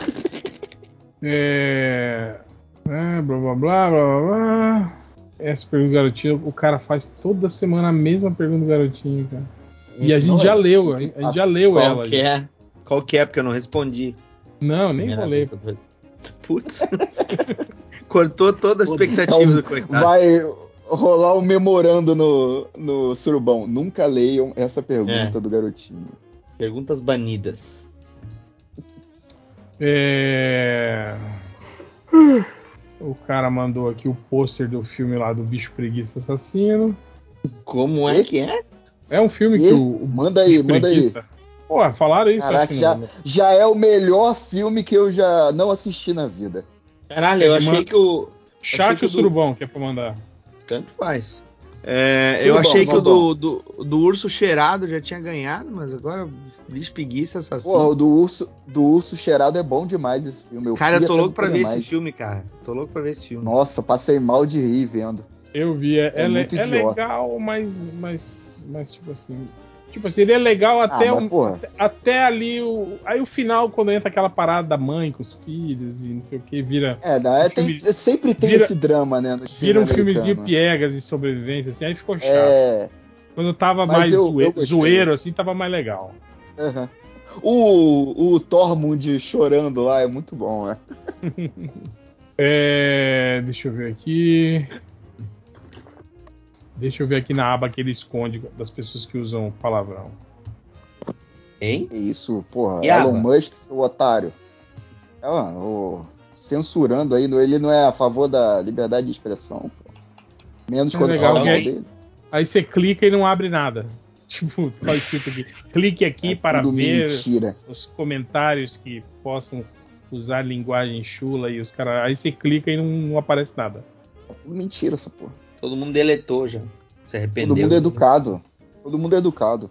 É... é, blá blá blá blá blá blá. Essa pergunta do garotinho, o cara faz toda semana a mesma pergunta do garotinho, cara. E a gente não já é. leu, a gente já leu Qual ela. que é? Qual que é? Porque eu não respondi. Não, nem Primeira vou ler. vez que eu tô res- Putz. Cortou toda a expectativa Então, do coitado. vai rolar um memorando no, no surubão. Nunca leiam essa pergunta É. do garotinho. Perguntas banidas. É... O cara mandou aqui o pôster do filme lá do Bicho Preguiça Assassino. Como é que é? É um filme E? que o, o Manda aí, Bicho manda aí. Preguiça... Pô, falaram isso Caraca, aqui no... já, já é o melhor filme que eu já não assisti na vida. Caralho, eu Ele achei manda- que o. achei Chat que ou o do- surubão que é pra mandar? Tanto faz. É, Surubão, eu achei que o surubão. do, do, do urso cheirado já tinha ganhado, mas agora bicho preguiça assassino. Porra, o do urso, do urso cheirado é bom demais esse filme. Eu Cara, eu queria tô até louco pra poder ver mais. esse filme, cara. Tô louco pra ver esse filme. Nossa, passei mal de rir vendo. Eu vi, é, É é, le- muito é idiota. legal, mas, mas, mas tipo assim, tipo assim, ele é legal até, mas, um- porra. até, até ali o, aí o final quando entra aquela parada da mãe com os filhos e não sei o que vira, É, não, é, tem- filme- sempre tem vira- esse drama, né? No vira um filme filmezinho americano. piegas de sobrevivência assim, aí ficou chato. É. Quando tava Mas mais eu- zoe- eu gostei. zoeiro assim, tava mais legal. Aham. O, o Tormund chorando lá é muito bom, né? É, deixa eu ver aqui. Deixa eu ver aqui na aba que ele esconde das pessoas que usam palavrão. Hein? É isso, porra. E Elon aba? Musk, seu otário. É, mano, o- censurando aí, ele não é a favor da liberdade de expressão. Pô. Menos É quando legal, fala mal porque- dele. Aí você clica e não abre nada. Tipo, tá escrito aqui. Clique aqui É para tudo ver mentira. os comentários que possam usar linguagem chula e os caras. Aí você clica e não, não aparece nada. É tudo mentira essa porra. Todo mundo deletou já. Se arrependeu. Todo mundo é educado. Todo mundo é educado.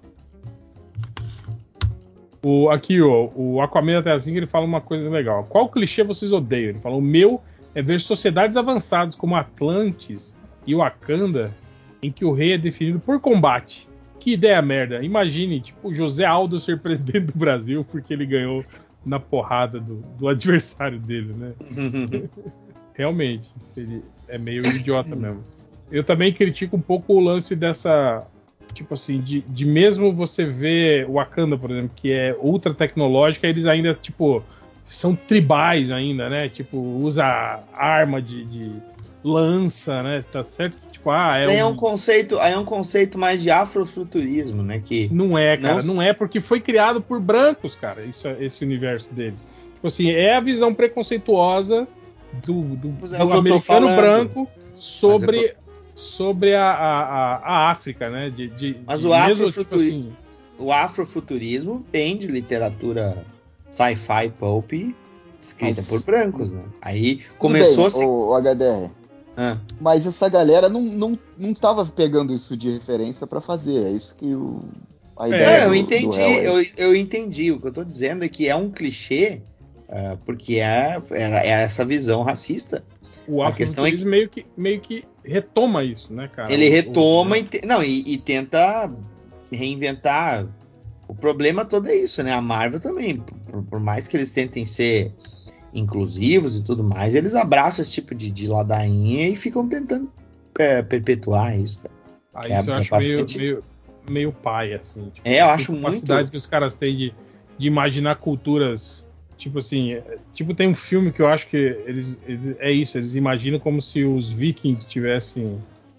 O, aqui, ó, o Aquaman da Terra cinco, ele fala uma coisa legal. Qual clichê vocês odeiam? Ele fala: o meu é ver sociedades avançadas como Atlantis e Wakanda, em que o rei é definido por combate. Que ideia merda. Imagine, tipo, José Aldo ser presidente do Brasil porque ele ganhou na porrada do, do adversário dele, né? Realmente, seria, é meio idiota mesmo. Eu também critico um pouco o lance dessa... Tipo assim, de, de mesmo você ver o Wakanda, por exemplo, que é ultra tecnológica, eles ainda, tipo, são tribais ainda, né? Tipo, usa arma de, de lança, né? Tá certo? Tipo, ah, é Aí é um... um conceito, aí é um conceito mais de afrofuturismo, né? Que Não é, cara, Não- não é porque foi criado por brancos, cara, isso, esse universo deles. Tipo assim, é a visão preconceituosa do, do, Mas é do o que eu tô americano falando. branco sobre, Mas é sobre a, a, a, a África, né? De, de, Mas de o mesmo, afrofuturi- tipo assim, o afrofuturismo vem de literatura sci-fi pulp escrita Mas- por brancos, né? Aí Tudo começou bem, a se... o, o H D R. Ah, Mas essa galera não, não, não tava pegando isso de referência pra fazer. É isso que o, a ideia é, do, eu do entendi, réu é. eu, eu entendi. O que eu tô dizendo é que é um clichê, ah, porque é, é, é essa visão racista. o a questão é afrofuturismo meio, que, meio que retoma isso, né, cara? Ele O- retoma o- e, te- não, e, e tenta reinventar. O problema todo é isso, né? A Marvel também, por, por mais que eles tentem ser inclusivos e tudo mais, eles abraçam esse tipo de, de ladainha e ficam tentando é, perpetuar isso. Cara. Ah, Que é- isso eu é acho meio, bastante- meio, meio pai, assim. Tipo, É, eu a acho capacidade muito- que os caras têm de, de imaginar culturas Tipo assim, é, tipo tem um filme que eu acho que eles, eles é isso, eles imaginam como se os vikings tivessem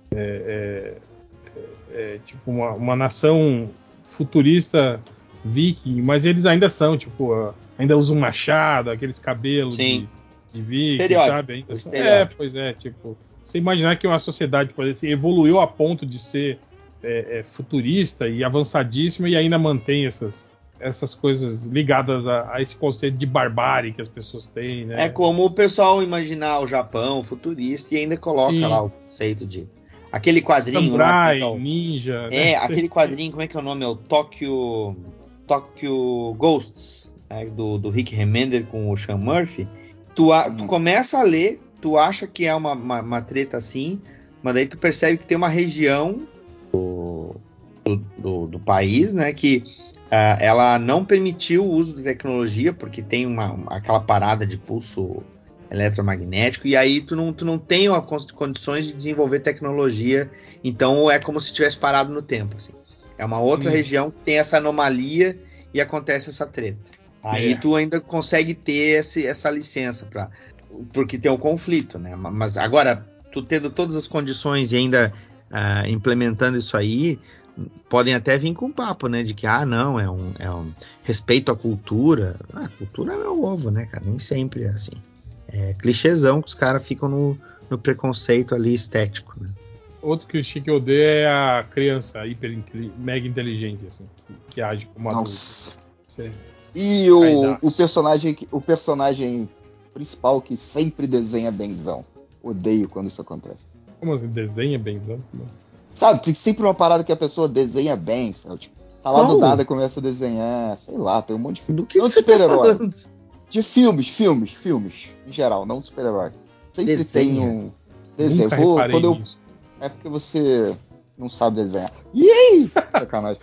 é, é, é, tipo uma, uma nação futurista viking, mas eles ainda são, tipo, ainda usam machado, aqueles cabelos Sim. de, de viking, Estereótipo, sabe? Ainda são- é, estereótipo. pois é, tipo, você imaginar que uma sociedade, por exemplo, evoluiu a ponto de ser é, é, futurista e avançadíssima e ainda mantém essas, essas coisas ligadas a, a esse conceito de barbárie que as pessoas têm, né? É como o pessoal imaginar o Japão futurista e ainda coloca Sim. lá o conceito de. Aquele quadrinho lá. Samurai, como é que é o- ninja, É, né? aquele quadrinho, como é que é o nome? É o Tokyo. Tokyo Ghosts, né, do, do Rick Remender com o Sean Murphy. Tu, a- tu começa a ler, tu acha que é uma, uma, uma treta assim, mas daí tu percebe que tem uma região do, do, do, do país, né, que ah, ela não permitiu o uso de tecnologia, porque tem uma, uma- aquela parada de pulso eletromagnético, e aí tu não, tu não tem a con- condições de desenvolver tecnologia, então é como se tivesse parado no tempo, assim. É uma outra Hum. região que tem essa anomalia e acontece essa treta. Aí É. tu ainda consegue ter esse, essa licença para porque tem um conflito, né? Mas agora, tu tendo todas as condições e ainda ah, implementando isso aí, podem até vir com papo, né? De que, ah, não, é um, é um respeito à cultura. Ah, cultura é o ovo, né, cara? Nem sempre é assim. É clichêzão que os caras ficam no, no preconceito ali estético, né? Outro clichê que eu odeio é a criança hiper inteli- mega inteligente, assim, que, que age como adulto. Nossa. Você- E o, Caidaço. o personagem que- o personagem principal que sempre desenha benzão. Odeio quando isso acontece. Como assim? Desenha benzão? Como assim? Sabe, tem sempre uma parada que a pessoa desenha bem, sabe? Tipo, tá lá do Como? nada e começa a desenhar, sei lá, tem um monte de filme. Do que Não de você tá super-herói. falando? De filmes, filmes, filmes, em geral, não de super-herói. Sempre Desenha? tem um desenho. Nunca Vou- reparei quando eu, nisso. é porque você não sabe desenhar. Ih! Sacanagem.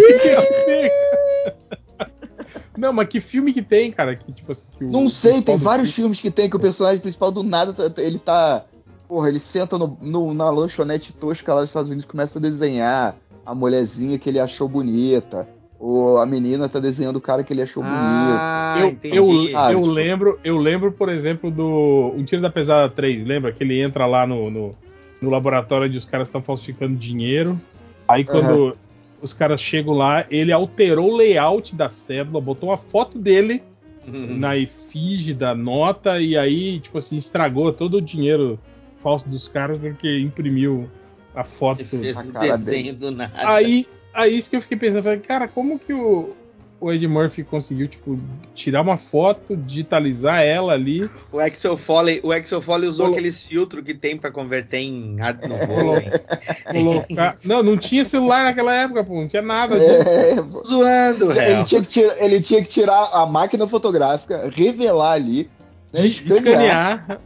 Não, mas que filme que tem, cara? Que, tipo assim, que o Não sei, principal tem do vários filme- filmes que tem que o personagem principal do nada, tá- ele tá. Porra, ele senta no, no- na lanchonete tosca lá dos Estados Unidos e começa a desenhar a mulherzinha que ele achou bonita. Ou a menina tá desenhando o cara que ele achou Ah, eu, entendi. eu, Ah, eu tipo- lembro, eu lembro, por exemplo, do Um Tiro da Pesada três, lembra? Que ele entra lá no, no, no laboratório onde os caras estão falsificando dinheiro. Aí quando os caras chegam lá, ele alterou o layout da cédula, botou uma foto dele Uhum. na efígie da nota e aí, tipo assim, estragou todo o dinheiro falso dos caras porque imprimiu a foto. Ele fez A o cara desenho do nada. Aí, aí isso que eu fiquei pensando, falei, cara, como que o, o Ed Murphy conseguiu, tipo, tirar uma foto, digitalizar ela ali, O Axel Foley, o Axel Foley usou Colo- aqueles filtros que tem pra converter em Art Nouveau. Colo- hein? colocar... Não, não tinha celular naquela época, pô, não tinha nada disso. É, pô. Zoando, ele, real. tinha que tirar, ele tinha que tirar a máquina fotográfica, revelar ali, né, De escanear. escanear,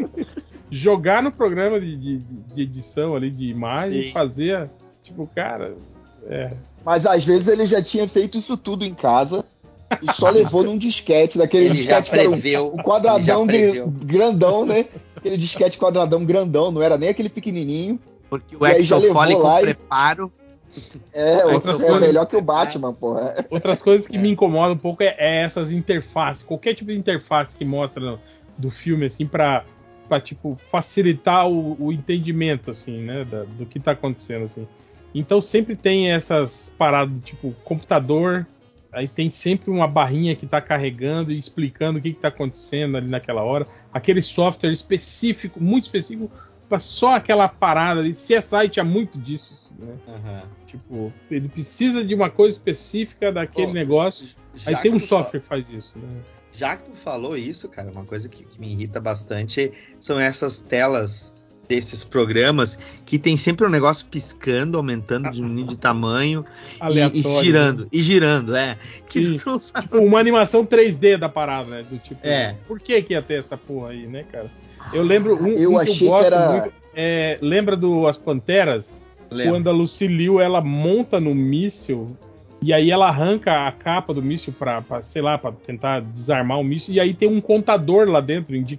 jogar no programa de, de, de edição ali, de imagem, Sim. e fazer, tipo, cara, é... Mas às vezes ele já tinha feito isso tudo em casa e só levou num disquete, daquele Ele já disquete que era um, preveu, um quadradão ele já gri- preveu. grandão, né? Aquele disquete quadradão grandão, não era nem aquele pequenininho. Porque o E aí já Axel levou Foley com lá e- preparo. É, Aí o- só é foi- melhor que o Batman, porra. Outras coisas que me incomodam um pouco é, é essas interfaces, qualquer tipo de interface que mostra no- do filme, assim, pra, pra tipo, facilitar o, o entendimento, assim, né, da- do que tá acontecendo, assim. Então sempre tem essas paradas, tipo, computador, aí tem sempre uma barrinha que tá carregando e explicando o que que tá acontecendo ali naquela hora. Aquele software específico, muito específico, pra só aquela parada ali. C S I tinha muito disso, assim, né? Aham. Tipo, ele precisa de uma coisa específica daquele Pô, negócio. já Aí tem que um tu software que faz isso, né? Já que tu falou isso, cara, uma coisa que, que me irrita bastante são essas telas desses programas que tem sempre um negócio piscando, aumentando, diminuindo de tamanho e, Aleatório, e girando, né? e girando, é. Que Sim. tu não sabe. Tipo, uma animação três D da parada, né? Do tipo, É. por que que ia ter essa porra aí, né, cara? Eu lembro um, Eu um achei que que eu gosto era- muito. É, lembra do As Panteras? Lembro. Quando a Lucy Liu, ela monta no míssil e aí ela arranca a capa do míssil pra, pra, sei lá, pra tentar desarmar o míssil e aí tem um contador lá dentro, indica,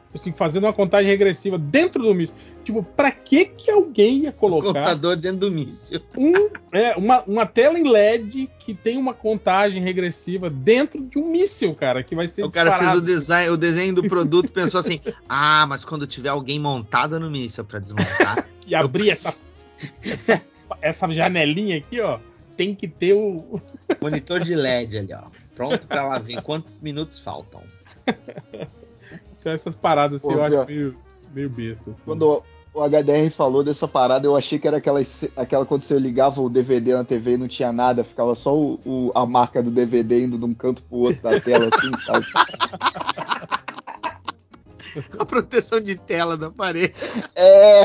assim, fazendo uma contagem regressiva dentro do míssil. Tipo, pra que que alguém ia colocar... O computador dentro do míssil. Um, é, uma, uma tela em L E D que tem uma contagem regressiva dentro de um míssil, cara, que vai ser O cara disparado. fez o design, o desenho do produto e pensou assim, ah, mas quando tiver alguém montado no míssil pra desmontar... E abrir essa, essa, essa janelinha aqui, ó, tem que ter o... Monitor de L E D ali, ó. Pronto pra lá ver quantos minutos faltam. Então essas paradas assim, Pô, eu pior. acho meio, meio besta. Assim. Quando o H D R falou dessa parada, eu achei que era aquela, aquela quando você ligava o D V D na T V e não tinha nada, ficava só o, o- a marca do D V D indo de um canto pro outro da tela, assim, sabe? A proteção de tela da parede. É.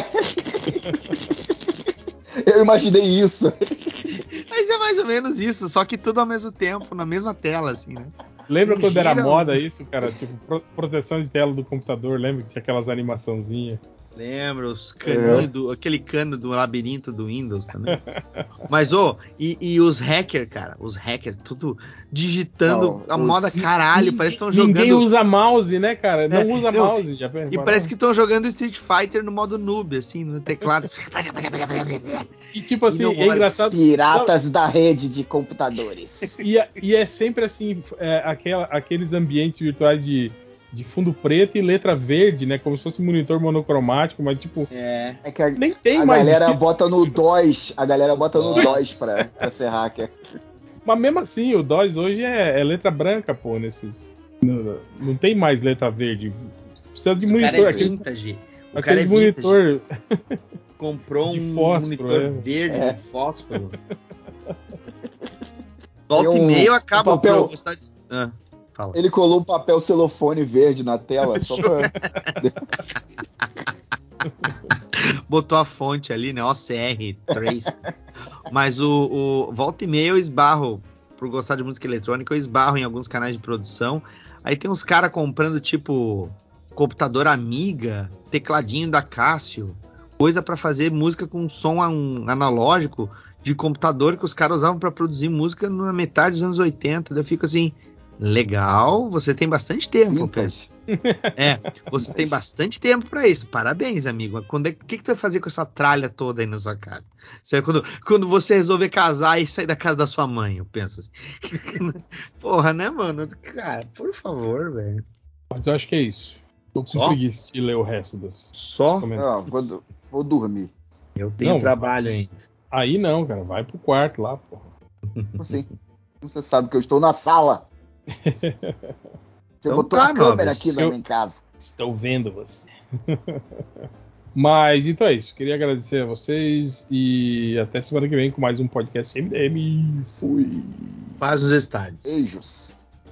Eu imaginei isso. Mas é mais ou menos isso, só que tudo ao mesmo tempo, na mesma tela, assim, né? Lembra Não quando era gira, moda não. isso, cara? Tipo, pro- proteção de tela do computador, lembra que tinha aquelas animaçãozinhas? Lembra, os caninhos do. Aquele cano do labirinto do Windows também. Mas, ô, e, e os hackers, cara, os hackers, tudo digitando Não, a os- moda caralho, parece que estão Ninguém jogando. usa mouse, né, cara? Não É, usa não, mouse, já E parece que estão jogando Street Fighter no modo noob, assim, no teclado. E tipo assim, E não é olha, engraçado. Piratas da rede de computadores. E, é- e é sempre assim, é, aquela- aqueles ambientes virtuais de, de fundo preto e letra verde, né? Como se fosse um monitor monocromático, mas tipo, É. É que a, nem tem a mais galera isso. bota no DOS, a galera bota no Nossa. DOS pra, pra ser hacker. Mas mesmo assim, o DOS hoje é, é letra branca, pô, nesses. Não, não tem mais letra verde. Você precisa de O monitor. cara é aquele, vintage. O cara aquele é vintage. monitor. Comprou de um fósforo, monitor é. verde É. de fósforo. Volta Tem e um- meio um acaba papel- pra eu gostar de... Ah, fala. Ele colou um papel celofane verde na tela só pra. Botou a fonte ali, né? O C R três. Mas o, o volta e meia eu esbarro, por gostar de música eletrônica, eu esbarro em alguns canais de produção. Aí tem uns caras comprando, tipo, computador Amiga, tecladinho da Casio, coisa pra fazer música com som an- analógico de computador que os caras usavam pra produzir música na metade dos anos oitenta. Daí eu fico assim, legal, você tem bastante tempo, Pedro. Vintage. É, você tem bastante tempo pra isso. Parabéns, amigo. Quando é, o que, que você vai fazer com essa tralha toda aí na sua casa? Você, quando, quando você resolver casar e sair da casa da sua mãe, eu penso assim. Porra, né, mano? Cara, por favor, velho. Mas eu acho que é isso. Tô com Só? preguiça de ler o resto dos Só? comentários. Não, vou, do- vou dormir. Eu tenho Não, trabalho ainda. Aí não, cara. Vai pro quarto lá, pô. Como assim? Você sabe que eu estou na sala. Você Então botou tá, a câmera nobres. aqui na Eu- minha casa. Estou vendo você. Mas então é isso. Queria agradecer a vocês e até semana que vem com mais um podcast M D M. Fui. Faz nos estádios. Beijos.